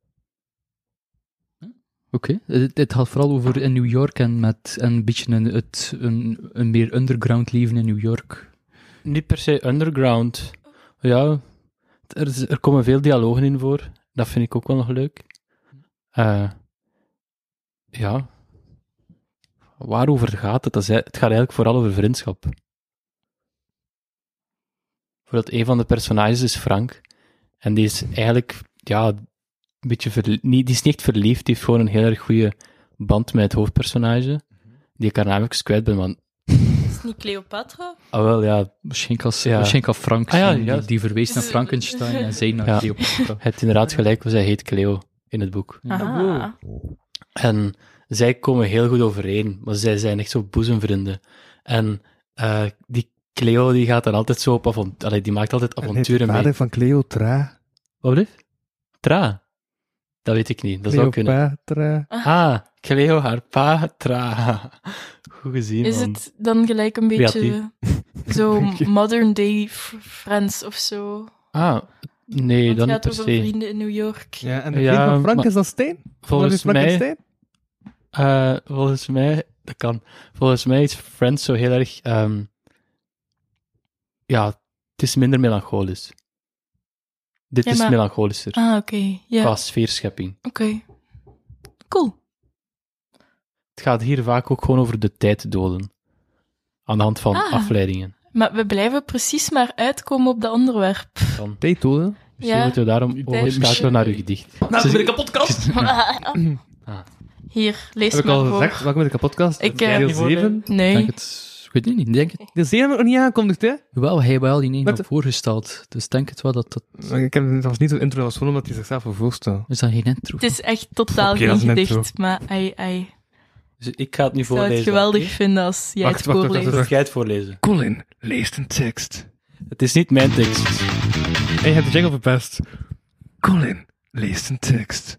Speaker 3: Oké. Het gaat vooral over in New York en met een beetje een meer underground leven in New York.
Speaker 9: Niet per se underground. Ja, er komen veel dialogen in voor. Dat vind ik ook wel nog leuk. Ja. Waarover gaat het? Het gaat eigenlijk vooral over vriendschap. Bijvoorbeeld, een van de personages is Frank. En die is eigenlijk, ja, een beetje die is niet echt verliefd. Die heeft gewoon een heel erg goede band met het hoofdpersonage. Die ik haar naam even kwijt ben, want...
Speaker 8: Is het niet Cleopatra?
Speaker 9: Ah, wel, ja.
Speaker 3: Waarschijnlijk als Frank, die verwees naar Frankenstein en zij naar Cleopatra.
Speaker 9: Het inderdaad gelijk, want zij heet Cleo in het boek.
Speaker 8: Aha.
Speaker 9: En zij komen heel goed overeen, maar zij zijn echt zo boezemvrienden. En die Cleo, die gaat dan altijd zo op avonturen. Die maakt altijd avonturen mee.
Speaker 2: Vader van Cleo, Tra.
Speaker 9: Wat bedoel je? Tra? Dat weet ik niet. Dat zou kunnen. Cleo, haar pa, Tra. Goed gezien,
Speaker 8: Is het dan gelijk een beetje zo modern day Friends of zo?
Speaker 9: Nee, dan niet per
Speaker 8: se. Het gaat over vrienden in New York.
Speaker 2: Ja, en de vriend van Frank, is dat Steen?
Speaker 9: Volgens mij, dat kan. Volgens mij is Friends zo heel erg... het is minder melancholisch. Dit is melancholischer.
Speaker 8: Oké. Ja.
Speaker 9: Qua sfeerschepping.
Speaker 8: Oké. Cool.
Speaker 9: Het gaat hier vaak ook gewoon over de tijd doden. Aan de hand van afleidingen.
Speaker 8: Maar we blijven precies maar uitkomen op dat onderwerp.
Speaker 2: Tijd doden?
Speaker 9: Misschien moeten we daarom overschakelen naar uw gedicht.
Speaker 2: Nou, met de kapotkast!
Speaker 8: Hier, lees
Speaker 2: heb
Speaker 8: maar
Speaker 2: ik al
Speaker 8: voor.
Speaker 2: gezegd, welkom met de kapotkast.
Speaker 8: Deel
Speaker 2: 7?
Speaker 8: Nee.
Speaker 3: Ik weet het niet, denk het.
Speaker 2: Deel 7 heb ik nog niet aangekondigd, hè?
Speaker 3: Wel, hij heeft wel die neem voorgesteld, dus denk het wel dat...
Speaker 2: Het was niet zo'n intro, dat was gewoon omdat hij zichzelf voorstelt.
Speaker 3: Is dat geen intro?
Speaker 8: Het is echt totaal geen gedicht, maar
Speaker 9: Dus ik ga het nu
Speaker 8: voorlezen. Ik zou
Speaker 9: voorlezen.
Speaker 8: het geweldig vinden als jij het voorleest.
Speaker 9: Wacht, jij het voorlezen.
Speaker 2: Colin leest een tekst.
Speaker 9: Het is niet mijn tekst.
Speaker 2: En je hebt de jingle verpest. Colin leest een tekst.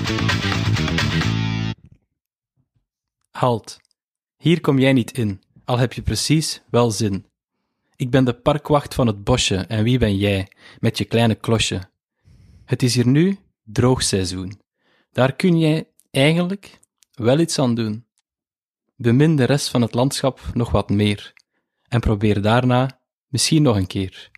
Speaker 9: Halt. Hier kom jij niet in, al heb je precies wel zin. Ik ben de parkwacht van het bosje en wie ben jij, met je kleine klosje? Het is hier nu droogseizoen. Daar kun jij eigenlijk wel iets aan doen. Bemin de rest van het landschap nog wat meer. En probeer daarna misschien nog een keer.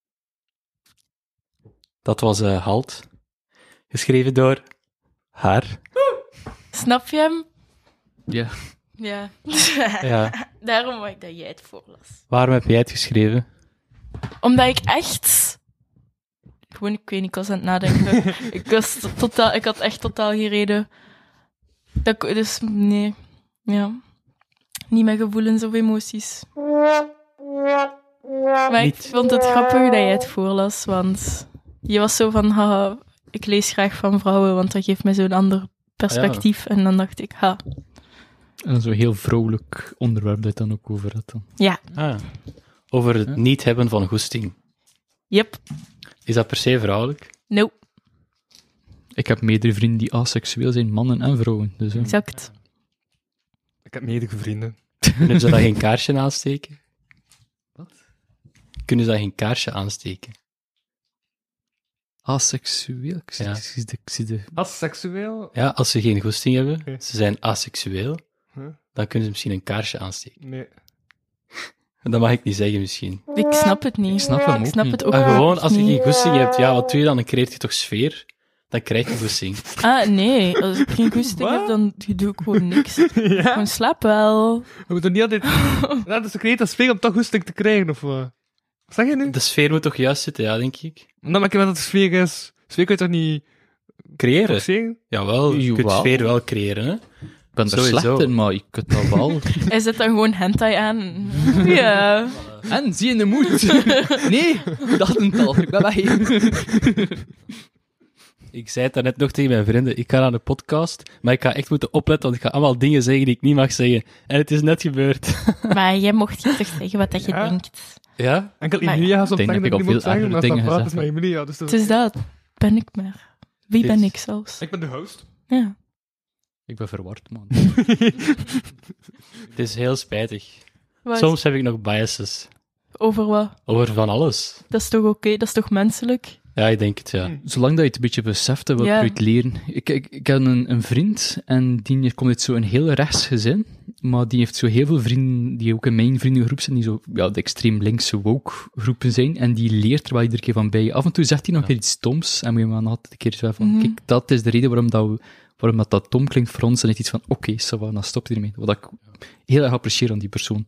Speaker 9: Dat was Halt. Geschreven door haar.
Speaker 8: Snap je hem?
Speaker 3: Ja.
Speaker 8: Ja.
Speaker 9: Ja.
Speaker 8: Daarom wou ik dat jij het voorlas.
Speaker 9: Waarom heb jij het geschreven?
Speaker 8: Omdat ik echt... Gewoon, ik weet niet, ik was aan het nadenken. Ik had echt totaal geen reden. Dus, nee. Ja. Niet mijn gevoelens of emoties. Maar ik vond het grappig dat jij het voorlas, want je was zo van, haha, ik lees graag van vrouwen, want dat geeft mij zo'n ander perspectief. Ja. En dan dacht ik, ha.
Speaker 3: En zo'n heel vrolijk onderwerp dat je dan ook over had dan.
Speaker 8: Ja.
Speaker 9: Ah, over het niet hebben van goesting.
Speaker 8: Yep.
Speaker 9: Is dat per se vrouwelijk?
Speaker 8: Nope.
Speaker 3: Ik heb meerdere vrienden die asexueel zijn, mannen en vrouwen. Dus,
Speaker 8: Exact.
Speaker 2: Ik heb meerdere vrienden.
Speaker 9: Kunnen ze daar geen kaarsje aansteken? Wat? Kunnen ze daar geen kaarsje aansteken?
Speaker 3: Asexueel? Ik zie de...
Speaker 2: Asexueel?
Speaker 9: Ja, als ze geen goesting hebben,
Speaker 2: Okay.
Speaker 9: ze zijn asexueel, dan kunnen ze misschien een kaarsje aansteken.
Speaker 2: Nee.
Speaker 9: Dat mag ik niet zeggen, misschien.
Speaker 8: Ik snap het niet.
Speaker 3: Ik snap hem ook
Speaker 8: snap
Speaker 3: niet.
Speaker 8: het ook
Speaker 9: Maar gewoon, als je
Speaker 8: niet.
Speaker 9: geen goesting hebt, ja, wat doe je dan? Dan creëert je toch sfeer? Dan krijg je goesting.
Speaker 8: Ah, nee. Als ik geen goesting heb, dan doe ik gewoon niks.
Speaker 2: Ja?
Speaker 8: Gewoon slaap wel.
Speaker 2: We moeten niet altijd... Dat is secreet als sfeer om toch goesting te krijgen, of wat? Wat zeg je nu?
Speaker 9: De sfeer moet toch juist zitten, ja, denk ik.
Speaker 2: Dan maak je wel dat de sfeer is. Sfeer kun je toch niet...
Speaker 9: Creëren?
Speaker 2: forceren?
Speaker 9: Jawel, je kunt
Speaker 3: Jawel.
Speaker 9: sfeer wel creëren, hè.
Speaker 3: Ik ben er
Speaker 9: Sowieso.
Speaker 3: slecht in, maar ik kan dat wel.
Speaker 8: Hij zet dan gewoon hentai aan. Ja.
Speaker 3: En, zie je de moed? Nee, dat een tal. Ik ben weg.
Speaker 9: Ik zei het daarnet nog tegen mijn vrienden, ik ga aan de podcast, maar ik ga echt moeten opletten, want ik ga allemaal dingen zeggen die ik niet mag zeggen. En het is net gebeurd.
Speaker 8: Maar jij mocht je toch zeggen wat dat je
Speaker 2: Ja.
Speaker 8: denkt.
Speaker 9: Ja?
Speaker 2: Enkel
Speaker 8: Maar-
Speaker 2: Emilia gaat soms
Speaker 3: Ik denk
Speaker 2: zeggen dat
Speaker 3: dat
Speaker 2: ik
Speaker 3: ik al
Speaker 2: niet moet
Speaker 3: veel
Speaker 2: zeggen,
Speaker 3: ergere
Speaker 2: maar als dat
Speaker 3: dingen
Speaker 2: praat is
Speaker 3: gezegd
Speaker 2: met Emilia. Dus
Speaker 8: Het is dat. Ben ik maar. Wie ben
Speaker 9: Is-
Speaker 8: ik zelfs?
Speaker 2: Ik ben de host.
Speaker 8: Ja.
Speaker 3: Ik ben verward, man.
Speaker 9: Het is heel spijtig.
Speaker 8: Wat?
Speaker 9: Soms heb ik nog biases.
Speaker 8: Over wat?
Speaker 9: Over van alles.
Speaker 8: Dat is toch oké? Dat is toch menselijk?
Speaker 9: Ja, ik denk het, ja.
Speaker 3: Zolang dat je het een beetje beseft, wat
Speaker 8: Ja.
Speaker 3: je het leren. Ik heb een vriend, en die komt uit zo'n heel rechts gezin, maar die heeft zo heel veel vrienden, die ook in mijn vriendengroep zijn, die zo, ja, de extreem linkse woke groepen zijn, en die leert er wel iedere keer van bij. Af en toe zegt hij nog iets stoms, en moet je maar altijd een keer zo van,
Speaker 8: Mhm.
Speaker 3: kijk, dat is de reden waarom dat dom klinkt voor ons, en het iets van, oké, ça va, dan stop je ermee. Wat ik heel erg apprecieer aan die persoon.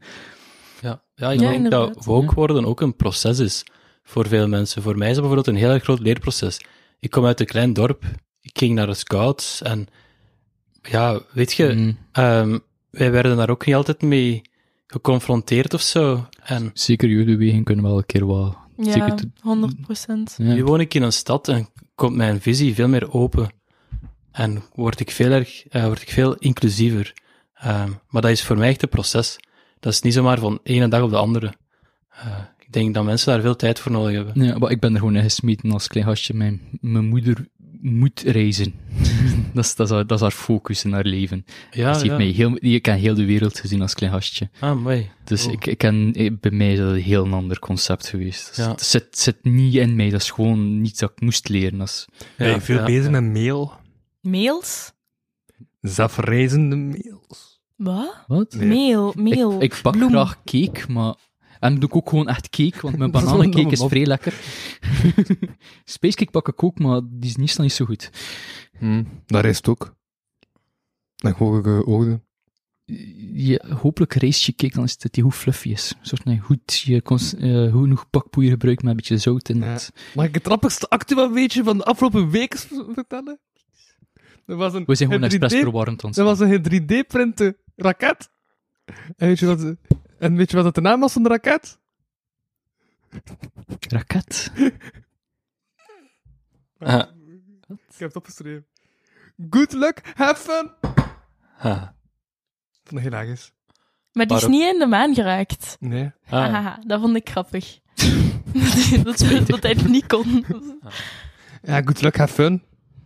Speaker 9: Ja, ik
Speaker 8: Ja,
Speaker 9: denk
Speaker 8: inderdaad.
Speaker 9: dat woke worden ook een proces is voor veel mensen. Voor mij is dat bijvoorbeeld een heel erg groot leerproces. Ik kom uit een klein dorp, ik ging naar de scouts en ja, weet je, wij werden daar ook niet altijd mee geconfronteerd of zo. En
Speaker 3: Zeker jeugdbeweging kunnen wel een keer wat...
Speaker 8: Ja,
Speaker 3: zeker
Speaker 8: 100%.
Speaker 3: Ja.
Speaker 9: nu woon ik in een stad en komt mijn visie veel meer open. En word ik veel inclusiever. Maar dat is voor mij echt een proces. Dat is niet zomaar van de ene dag op de andere. Ik denk dat mensen daar veel tijd voor nodig hebben.
Speaker 3: Ja, maar ik ben er gewoon in gesmeten als klein gastje. Mijn moeder moet reizen. dat is haar focus in haar leven.
Speaker 9: Ja,
Speaker 3: Dus die
Speaker 9: ja.
Speaker 3: heeft mij die kan heel de wereld gezien als klein gastje.
Speaker 9: Ah, mooi.
Speaker 3: Dus
Speaker 9: Oh.
Speaker 3: bij mij is dat een heel ander concept geweest. Dus
Speaker 9: Ja.
Speaker 3: het zit niet in mij, dat is gewoon niets dat ik moest leren. Dat is,
Speaker 2: Ben je veel bezig met mail?
Speaker 8: Mails?
Speaker 2: Zelfreizende mails.
Speaker 8: Wat?
Speaker 3: wat?
Speaker 2: Nee.
Speaker 8: Mail.
Speaker 3: Ik bak
Speaker 8: bloem.
Speaker 3: graag cake, maar... En doe ik ook gewoon echt cake, want mijn
Speaker 2: Dat is wel
Speaker 3: bananencake
Speaker 2: een
Speaker 3: is
Speaker 2: domme
Speaker 3: vrij lekker. Spacecake bak ik ook, maar die is niet zo goed.
Speaker 2: Daar is het ook. Dan gooi ik ogen.
Speaker 3: Ja, hopelijk rijst je cake, dan is het die goed fluffy is. Zodat je goed genoeg bakpoeier gebruikt met een beetje zout in
Speaker 2: Ja.
Speaker 3: het.
Speaker 2: Mag ik het grappigste actueel weetje van de afgelopen week vertellen? Er was een
Speaker 3: We zijn gewoon
Speaker 2: 3D
Speaker 3: expres verwarrend
Speaker 2: Er was een 3D-printe raket. En weet je wat de naam was van de raket?
Speaker 3: Raket.
Speaker 9: Ah.
Speaker 2: Ik heb het opgeschreven. Good luck, have fun!
Speaker 9: Ah.
Speaker 2: Vond ik heel erg is.
Speaker 8: Maar die is
Speaker 9: Waarom?
Speaker 8: niet in de maan geraakt.
Speaker 2: Nee.
Speaker 9: Ah.
Speaker 8: Hahaha, dat vond ik grappig. dat hij het niet kon.
Speaker 2: Ja, good luck, have fun.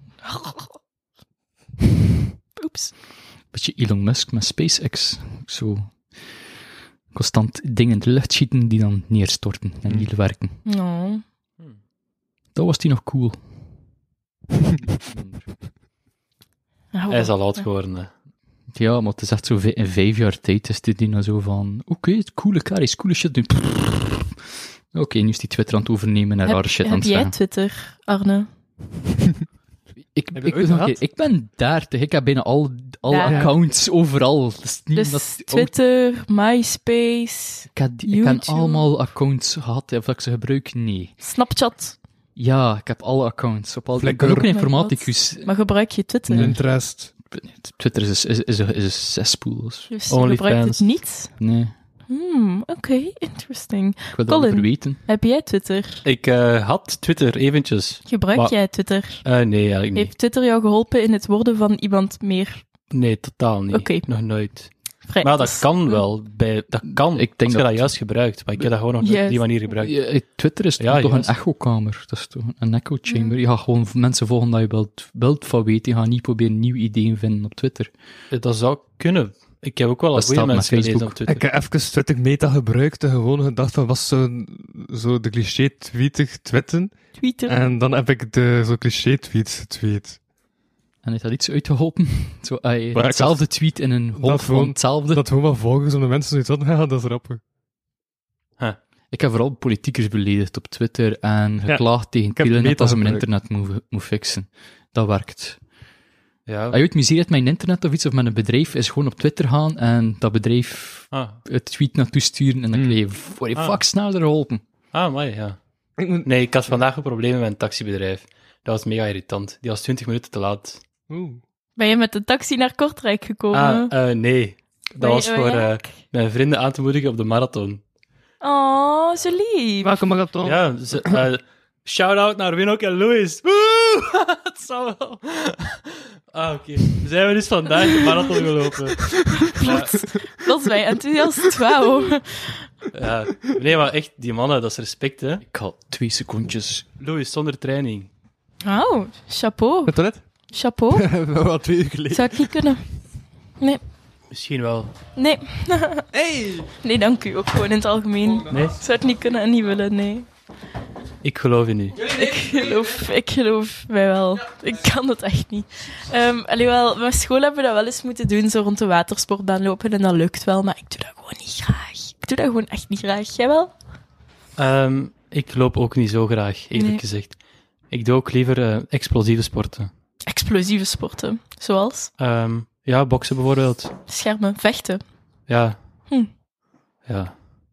Speaker 8: Oeps.
Speaker 3: Beetje Elon Musk met SpaceX. Zo constant dingen in de lucht schieten die dan neerstorten en niet werken.
Speaker 8: No.
Speaker 3: Dat was die nog cool.
Speaker 9: Hij is al oud geworden, hè.
Speaker 3: Ja, maar het is echt zo in 5 jaar tijd is dit nou zo van, oké, coole Karis, coole shit doen. Oké, nu is die Twitter aan het overnemen en rare shit aan
Speaker 8: Heb
Speaker 3: het
Speaker 8: jij
Speaker 3: zeggen.
Speaker 8: Twitter, Arne?
Speaker 3: Ik ben daar. Ik heb bijna alle
Speaker 8: Ja.
Speaker 3: accounts overal. Dus, niet
Speaker 8: Dus
Speaker 3: dat-
Speaker 8: Twitter, MySpace,
Speaker 3: ik heb
Speaker 8: YouTube.
Speaker 3: allemaal accounts gehad. Of ik ze gebruik, nee.
Speaker 8: Snapchat.
Speaker 3: Ja, ik heb alle accounts. Ik ben
Speaker 2: Flickr.
Speaker 3: ook een
Speaker 8: Oh my
Speaker 3: informaticus.
Speaker 8: Maar gebruik je Twitter?
Speaker 2: Pinterest.
Speaker 3: Twitter is een cesspool. Dus.
Speaker 8: Dus je
Speaker 9: OnlyFans.
Speaker 8: gebruikt het niet?
Speaker 3: Nee,
Speaker 8: Oké, interesting.
Speaker 3: ik wil dat
Speaker 8: Colin.
Speaker 3: liever weten.
Speaker 8: Heb jij Twitter?
Speaker 9: Ik had Twitter eventjes.
Speaker 8: Gebruik
Speaker 9: Maar-
Speaker 8: jij Twitter?
Speaker 9: Nee, eigenlijk niet.
Speaker 8: Heeft Twitter jou geholpen in het worden van iemand meer
Speaker 9: Nee, totaal niet.
Speaker 8: Oké.
Speaker 9: Nog nooit.
Speaker 8: vrij?
Speaker 9: Maar dat kan wel. Dat kan,
Speaker 3: Ik denk
Speaker 9: als je dat
Speaker 3: dat-
Speaker 9: juist gebruikt. Maar ik heb dat gewoon nog niet op
Speaker 8: Juist.
Speaker 9: die manier gebruikt.
Speaker 3: Ja, Twitter is
Speaker 9: Ja,
Speaker 3: toch
Speaker 9: juist.
Speaker 3: een echokamer. Dat is toch een echo chamber. Je gaat gewoon mensen volgen dat je wilt van weten. Je gaat niet proberen nieuwe ideeën vinden op Twitter.
Speaker 9: Dat zou kunnen. Ik heb ook wel
Speaker 3: Dat
Speaker 9: goede
Speaker 3: staat met
Speaker 9: mensen gelezen
Speaker 3: Facebook.
Speaker 9: op Twitter.
Speaker 2: Ik heb even Twitter Meta gebruikt en gewoon gedacht van, was zo de cliché-tweetig twitten.
Speaker 8: Twitter.
Speaker 2: En dan heb ik de zo cliché-tweets getweet.
Speaker 3: En heeft dat iets uitgeholpen? Zo,
Speaker 2: ik
Speaker 3: hetzelfde tweet in een hond van
Speaker 2: gewoon-
Speaker 3: hetzelfde.
Speaker 2: Dat gewoon wat volgers om de mensen zoiets hadden, ja, dat is grappig.
Speaker 3: Ik heb vooral politiekers beledigd op Twitter en geklaagd tegen
Speaker 2: ik heb
Speaker 3: Telenet
Speaker 2: Meta
Speaker 3: dat ze mijn
Speaker 2: gebruikt.
Speaker 3: internet moet fixen. Dat werkt.
Speaker 9: Ja.
Speaker 3: Als je ooit miseert met je internet of iets, of met een bedrijf, is gewoon op Twitter gaan en dat bedrijf
Speaker 9: Ah,
Speaker 3: het tweet naartoe sturen en dan krijg je voor je fuck sneller geholpen.
Speaker 9: maar ja. Nee, ik had vandaag een probleem met een taxibedrijf. Dat was mega irritant. Die was 20 minuten te laat.
Speaker 8: Ben je met de taxi naar Kortrijk gekomen?
Speaker 9: Nee. Dat was voor
Speaker 8: ja.
Speaker 9: mijn vrienden aan te moedigen op de marathon.
Speaker 8: Oh, zo lief.
Speaker 2: Welke marathon?
Speaker 9: Ja, shout-out naar Winok en Louis. Woe! Het zou wel. Oké. Zijn we dus vandaag de marathon gelopen?
Speaker 8: Dat is wij enthousiast. Wauw.
Speaker 9: Ja. Nee, maar echt, die mannen, dat is respect, hè.
Speaker 3: Ik had 2 secondjes.
Speaker 9: Louis, zonder training.
Speaker 8: Wauw, chapeau.
Speaker 2: Het toilet?
Speaker 8: Chapeau.
Speaker 2: Wat 2 uur geleden.
Speaker 8: Zou ik niet kunnen. Nee.
Speaker 9: Misschien wel.
Speaker 8: Nee. Nee, dank u. Ook gewoon in het algemeen.
Speaker 9: Nee?
Speaker 8: Zou het niet kunnen en niet willen, nee.
Speaker 9: Ik geloof in u.
Speaker 8: Ik geloof mij wel. Ik kan het echt niet. Alhoewel, met school hebben we dat wel eens moeten doen, zo rond de watersportbaan lopen, en dat lukt wel, maar ik doe dat gewoon niet graag. Ik doe dat gewoon echt niet graag. Jij wel?
Speaker 9: Ik loop ook niet zo graag, eerlijk
Speaker 8: Nee.
Speaker 9: gezegd. Ik doe ook liever explosieve sporten.
Speaker 8: Explosieve sporten. Zoals?
Speaker 9: Ja, boksen bijvoorbeeld.
Speaker 8: Schermen, vechten.
Speaker 9: Ja.
Speaker 8: Hm.
Speaker 9: Ja.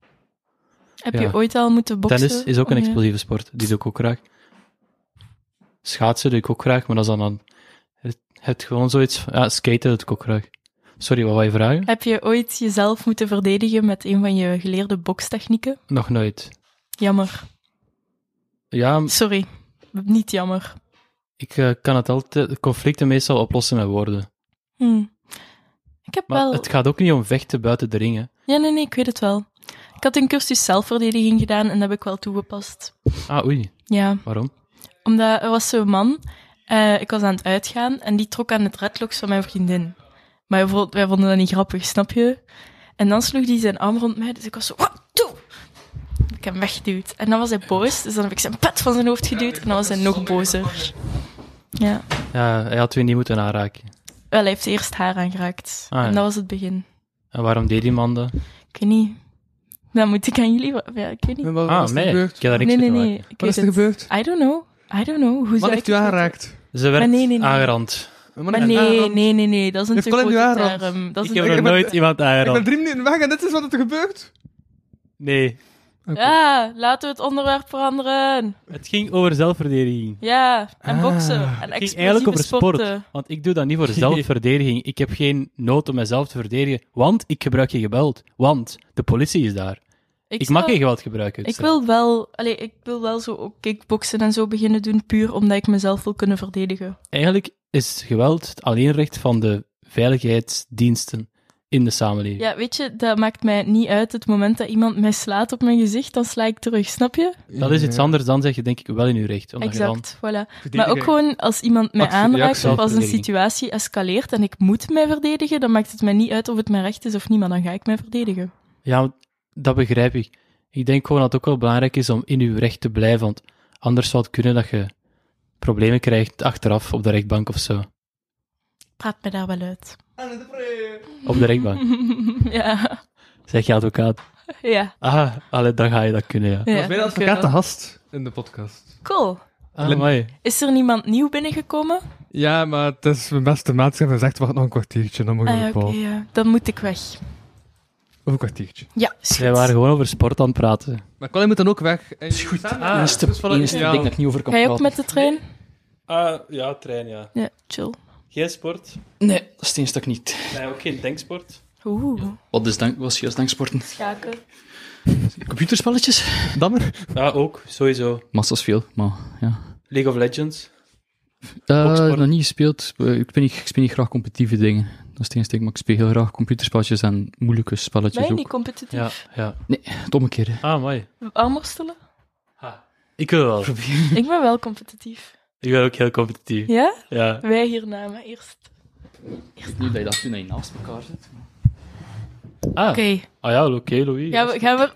Speaker 8: Heb
Speaker 9: Ja.
Speaker 8: je ooit al moeten boksen?
Speaker 9: Tennis is ook een
Speaker 8: Oh, ja.
Speaker 9: explosieve sport. Die doe ik ook graag. Schaatsen doe ik ook graag, maar dat is dan... Het hebt gewoon zoiets... Ja, skaten doe ik ook graag. Sorry, wat wou je vragen?
Speaker 8: Heb je ooit jezelf moeten verdedigen met een van je geleerde bokstechnieken?
Speaker 9: Nog nooit.
Speaker 8: Jammer.
Speaker 9: Ja,
Speaker 8: Sorry. Niet jammer.
Speaker 9: ik kan het altijd... Conflicten meestal oplossen met woorden.
Speaker 8: Ik heb
Speaker 9: Maar
Speaker 8: wel...
Speaker 9: het gaat ook niet om vechten buiten de ringen.
Speaker 8: Ja, nee, ik weet het wel. Ik had een cursus zelfverdediging gedaan en dat heb ik wel toegepast.
Speaker 9: Ah, oei.
Speaker 8: Ja,
Speaker 9: Waarom?
Speaker 8: omdat er was zo'n man, ik was aan het uitgaan en die trok aan het redlocks van mijn vriendin. Maar wij vonden dat niet grappig, snap je? En dan sloeg hij zijn arm rond mij, dus ik was zo, wat, doe! Ik heb hem weggeduwd. En dan was hij boos, dus dan heb ik zijn pet van zijn hoofd geduwd en dan was hij nog bozer. Ja.
Speaker 9: Ja, hij had u niet moeten aanraken.
Speaker 8: Wel, hij heeft eerst haar aangeraakt.
Speaker 9: Ah, ja.
Speaker 8: En dat was het begin.
Speaker 9: En waarom deed die man dat?
Speaker 8: Ik weet niet. Dan moet ik aan jullie... Ja, ik weet niet.
Speaker 2: Wat
Speaker 9: Ah,
Speaker 2: is er
Speaker 9: nee. Ik
Speaker 2: gebeurd?
Speaker 9: heb daar niks mee te maken.
Speaker 8: Ik
Speaker 2: Wat
Speaker 8: weet
Speaker 2: is er
Speaker 8: het.
Speaker 2: gebeurd?
Speaker 8: I don't know. Hoe
Speaker 2: Wat
Speaker 8: zou
Speaker 2: heeft
Speaker 8: ik
Speaker 2: u
Speaker 8: het
Speaker 2: aangeraakt?
Speaker 9: Ze werd
Speaker 8: nee.
Speaker 9: aangerand.
Speaker 8: Maar nee, dat is een
Speaker 2: Heeft
Speaker 8: te
Speaker 2: Colin u
Speaker 8: grote
Speaker 2: aangerand?
Speaker 8: term. Dat is
Speaker 9: Ik
Speaker 8: een
Speaker 9: heb
Speaker 8: te
Speaker 9: nog
Speaker 2: ben-
Speaker 9: nooit iemand
Speaker 2: Ik ben
Speaker 9: aangerand.
Speaker 2: 3 minuten weg en dit is wat er gebeurt.
Speaker 9: Nee.
Speaker 8: Ja, laten we het onderwerp veranderen.
Speaker 9: Het ging over zelfverdediging.
Speaker 8: Ja, en boksen. En
Speaker 9: Het ging
Speaker 8: explosieve
Speaker 9: eigenlijk over
Speaker 8: sporten.
Speaker 9: sport. Want ik doe dat niet voor zelfverdediging. Ik heb geen nood om mezelf te verdedigen. Want ik gebruik geen geweld. Want de politie is daar. Ik mag geen geweld gebruiken.
Speaker 8: Ik wil wel zo ook kickboksen en zo beginnen doen, puur omdat ik mezelf wil kunnen verdedigen.
Speaker 9: Eigenlijk is geweld het alleenrecht van de veiligheidsdiensten in de samenleving.
Speaker 8: Ja, weet je, dat maakt mij niet uit. Het moment dat iemand mij slaat op mijn gezicht, dan sla ik terug, snap je?
Speaker 9: Dat is iets anders dan zeg je denk ik wel in uw recht. Omdat
Speaker 8: Exact, voilà. Maar
Speaker 2: Verdedigen.
Speaker 8: ook gewoon als iemand mij
Speaker 2: Actie-
Speaker 8: aanraakt
Speaker 2: reactie.
Speaker 8: of als een
Speaker 9: Zelfverdediging.
Speaker 8: situatie escaleert en ik moet mij verdedigen, dan maakt het mij niet uit of het mijn recht is of niet, maar dan ga ik mij verdedigen.
Speaker 9: Ja, dat begrijp ik. Ik denk gewoon dat het ook wel belangrijk is om in uw recht te blijven, want anders zou het kunnen dat je problemen krijgt achteraf op de rechtbank of zo.
Speaker 8: Praat me daar wel uit.
Speaker 9: Op de rechtbank.
Speaker 8: Ja.
Speaker 9: Zeg je advocaat.
Speaker 8: Ja.
Speaker 9: Dan ga je dat kunnen, ja.
Speaker 2: Dat was mijn advocaat de gast in de podcast.
Speaker 8: Cool.
Speaker 9: Mooi.
Speaker 8: Is er niemand nieuw binnengekomen?
Speaker 2: Ja, maar het is mijn beste maat. Hij zegt, wacht nog een kwartiertje, dan moet je
Speaker 8: Oké, ja. Dan moet ik weg.
Speaker 2: Of een kwartiertje.
Speaker 8: Ja, is
Speaker 9: Zij
Speaker 8: goed.
Speaker 9: waren gewoon over sport aan het praten.
Speaker 2: Maar Colin moet dan ook weg.
Speaker 3: Is goed.
Speaker 2: Ja,
Speaker 3: Dat is het enige ding dat ik niet over kan
Speaker 8: Ga je ook
Speaker 3: praten.
Speaker 8: met de trein?
Speaker 9: Ja, trein, ja.
Speaker 8: Ja, chill.
Speaker 9: Geen sport?
Speaker 3: Nee, dat is het enige dat ik niet.
Speaker 9: Nee, ook geen denksport.
Speaker 8: Oeh.
Speaker 3: Wat was je als denksporten?
Speaker 8: Schaken.
Speaker 3: Computerspelletjes?
Speaker 2: Dammer?
Speaker 9: Ja, ook, sowieso.
Speaker 3: Massas veel, maar ja.
Speaker 9: League of Legends. Boksport.
Speaker 3: Nog niet gespeeld. Ik speel niet graag competitieve dingen. Dat is het enige ding, maar ik speel heel graag computerspelletjes en moeilijke spelletjes
Speaker 8: Ben je
Speaker 3: ook.
Speaker 8: niet competitief?
Speaker 9: Ja.
Speaker 3: Nee, het omgekeerde.
Speaker 9: Mooi.
Speaker 8: Armworstelen?
Speaker 9: Ik wil wel.
Speaker 8: Ik ben wel competitief.
Speaker 9: Ik ben ook heel competitief.
Speaker 8: Ja?
Speaker 9: Ja.
Speaker 8: Wij hierna, maar eerst.
Speaker 3: Nu dat je dat toen naast elkaar zit.
Speaker 8: Oké.
Speaker 9: Oké, Louis.
Speaker 8: Gaan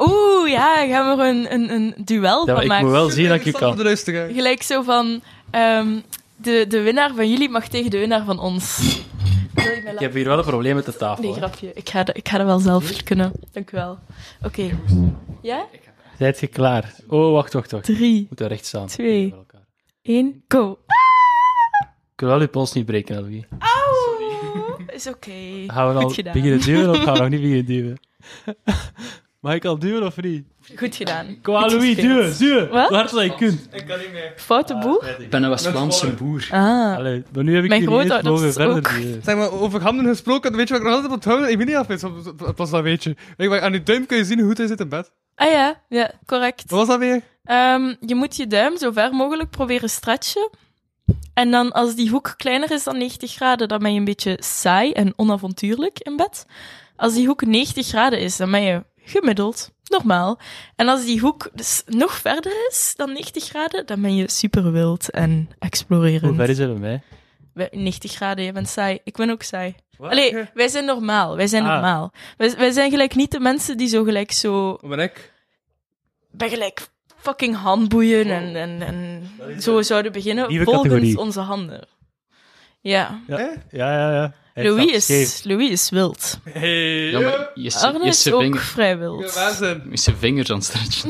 Speaker 8: we er een duel
Speaker 9: Ja,
Speaker 8: van
Speaker 9: ik
Speaker 8: maken?
Speaker 9: moet wel zien dat ik kan.
Speaker 8: Gelijk zo van... de winnaar van jullie mag tegen de winnaar van ons.
Speaker 9: Ik heb hier wel een probleem met de tafel.
Speaker 8: Nee,
Speaker 9: hè.
Speaker 8: grapje. Ik ga dat wel zelf kunnen. Dank u wel. Oké. Ja?
Speaker 9: Zijt je klaar? Oh, wacht.
Speaker 8: 3,
Speaker 9: Moet er recht staan.
Speaker 8: 2, 1, go.
Speaker 9: Ik wil wel je pols niet breken, Louis.
Speaker 8: Auw! Is oké.
Speaker 9: Gaan we al
Speaker 8: Goed gedaan.
Speaker 9: beginnen duwen of gaan we nog niet beginnen duwen? Mag ik al duwen of niet?
Speaker 8: Goed gedaan.
Speaker 9: Kom aan,
Speaker 8: Goed
Speaker 9: Louis,
Speaker 8: gespeeld.
Speaker 9: duwen.
Speaker 8: Wat?
Speaker 9: Hoe hard dat je kunt.
Speaker 8: Foute boer?
Speaker 3: Ik ben een West-Vlaamse boer.
Speaker 9: Allee, maar nu heb ik
Speaker 8: Mijn
Speaker 9: jullie eerst
Speaker 8: grootouders
Speaker 9: mogen verder
Speaker 8: ook.
Speaker 9: duwen.
Speaker 2: Zeg maar, over handen gesproken, weet je wat ik nog altijd onthouden? Ik weet niet of het was dat weet je. Aan je duim kun je zien hoe goed hij zit in bed.
Speaker 8: Ah ja, correct.
Speaker 2: Wat was dat weer?
Speaker 8: Je moet je duim zo ver mogelijk proberen stretchen. En dan, als die hoek kleiner is dan 90 graden, dan ben je een beetje saai en onavontuurlijk in bed. Als die hoek 90 graden is, dan ben je gemiddeld, normaal. En als die hoek dus nog verder is dan 90 graden, dan ben je super wild en explorerend.
Speaker 9: Hoe ver is het bij mij?
Speaker 8: 90 graden, je bent saai. Ik ben ook saai. Allee, wij zijn normaal. Normaal. Wij zijn gelijk niet de mensen die zo gelijk zo...
Speaker 2: Wat ben ik?
Speaker 8: Bij gelijk fucking handboeien en zo zouden beginnen
Speaker 9: Nieuwe
Speaker 8: volgens
Speaker 9: categorie.
Speaker 8: onze handen. Ja.
Speaker 9: Ja.
Speaker 8: Louis is wild.
Speaker 2: Hey,
Speaker 3: Ja, maar je
Speaker 8: Arne
Speaker 3: is
Speaker 8: is
Speaker 3: zijn
Speaker 8: ook
Speaker 3: vinger,
Speaker 8: vrij wild.
Speaker 2: waanzin.
Speaker 3: je zijn vingers aan het stretchen.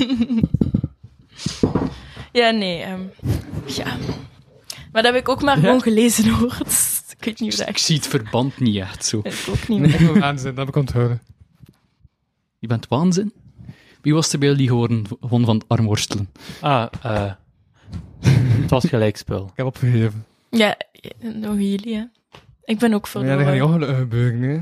Speaker 8: Ja, nee. Ja. Maar dat heb ik ook maar gewoon gelezen, hoor. Dus ik weet niet hoe dat
Speaker 3: Ik
Speaker 8: echt
Speaker 3: zie het verband niet echt zo.
Speaker 8: is. Ik ook niet
Speaker 2: Ik
Speaker 8: meer.
Speaker 2: ben waanzin, dat heb ik onthouden.
Speaker 3: Je bent waanzin. Wie was er bij jullie geworden van het armworstelen?
Speaker 9: Het was gelijkspel.
Speaker 2: Ik heb opgegeven.
Speaker 8: Ja, nog jullie, hè. Ik ben ook
Speaker 2: Maar ja, dat gaat niet
Speaker 8: verloren.
Speaker 2: ongelukken gebeuren, hè.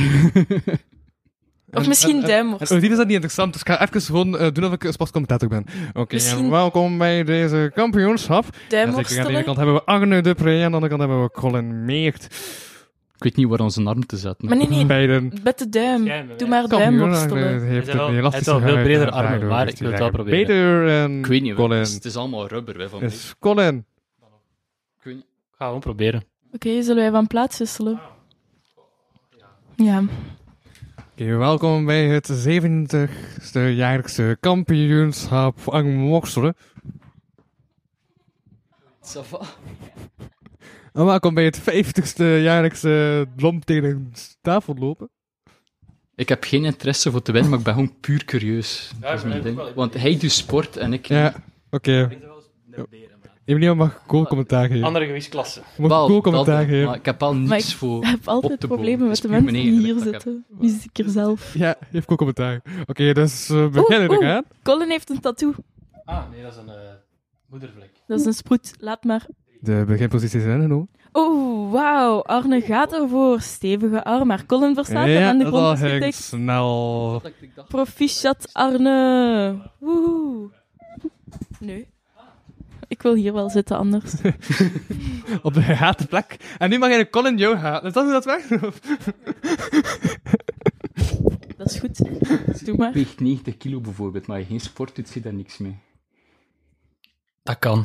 Speaker 8: Of misschien
Speaker 2: En
Speaker 8: duimworstelen.
Speaker 2: die is dat niet interessant, dus ik ga even gewoon doen of ik een sportcommentator ben. Oké,
Speaker 8: Misschien-
Speaker 2: en welkom bij deze kampioenschap. Ja, zeker. Aan de ene
Speaker 8: Duimworstelen.
Speaker 2: kant hebben we Arne Dupré en aan de andere kant hebben we Colin Meert.
Speaker 3: Ik weet niet waar onze arm te zetten.
Speaker 8: Maar nee,
Speaker 2: Beiden
Speaker 8: met de duim.
Speaker 9: Schijnben,
Speaker 8: Doe
Speaker 9: hè.
Speaker 8: maar duimworstelen.
Speaker 2: heeft
Speaker 9: Hij is wel-
Speaker 2: een
Speaker 9: hij
Speaker 2: elastische
Speaker 9: heeft wel veel
Speaker 2: huid
Speaker 9: breder
Speaker 2: en
Speaker 9: armen,
Speaker 2: daardoor
Speaker 9: maar
Speaker 2: heeft
Speaker 9: ik wil
Speaker 2: hij
Speaker 9: het wel
Speaker 2: daar
Speaker 9: proberen.
Speaker 2: Beter en
Speaker 3: Ik weet niet,
Speaker 2: Colin
Speaker 3: het is allemaal rubber. Hè, van
Speaker 2: is Colin.
Speaker 3: Ik weet niet.
Speaker 9: Ik ga gewoon proberen.
Speaker 8: Oké, zullen wij van plaats wisselen? Ja.
Speaker 2: Oké, welkom bij het 70ste jaarlijkse kampioenschap armworstelen.
Speaker 3: Ça va.
Speaker 2: En welkom bij het 50ste jaarlijkse lomp tegen de tafel lopen.
Speaker 3: Ik heb geen interesse voor te winnen, maar ik ben gewoon puur curieus. Dat is mijn ding. Want hij doet sport en ik...
Speaker 2: Ja, oké. Emilio mag commentaar geven.
Speaker 9: Andere gewichtsklasse.
Speaker 2: Je mag commentaar
Speaker 3: maar
Speaker 2: geven.
Speaker 3: ik heb al
Speaker 8: Maar
Speaker 3: niets voor
Speaker 8: Ik heb altijd
Speaker 3: op te
Speaker 8: problemen
Speaker 3: boven.
Speaker 8: met
Speaker 3: Dat
Speaker 8: de
Speaker 3: is puur
Speaker 8: mensen
Speaker 3: mijn
Speaker 8: die
Speaker 3: eigen
Speaker 8: hier
Speaker 3: dat ik
Speaker 8: zitten. Nu zit ik er zelf.
Speaker 2: Ja, je heeft commentaar. Oké, dus beginnen we gaan.
Speaker 8: Colin heeft een tattoo.
Speaker 9: Nee, dat is een moedervlek.
Speaker 8: Dat is een sproet. Laat maar.
Speaker 2: De beginposities zijn genomen.
Speaker 8: Oh, wauw. Arne gaat ervoor. Stevige arm. Maar Colin verstaat hem aan de grond
Speaker 2: dat
Speaker 8: is
Speaker 2: ging
Speaker 8: getikt.
Speaker 2: snel.
Speaker 8: Proficiat Arne. Woehoe. Nee. Ik wil hier wel zitten anders.
Speaker 2: Op de gehate plek. En nu mag je Colin jou haten. Is dat hoe dat werkt?
Speaker 8: Dat is goed. Doe maar.
Speaker 3: weegt 90 kilo bijvoorbeeld, maar als je geen sport doet, zit daar niks mee.
Speaker 9: Dat kan.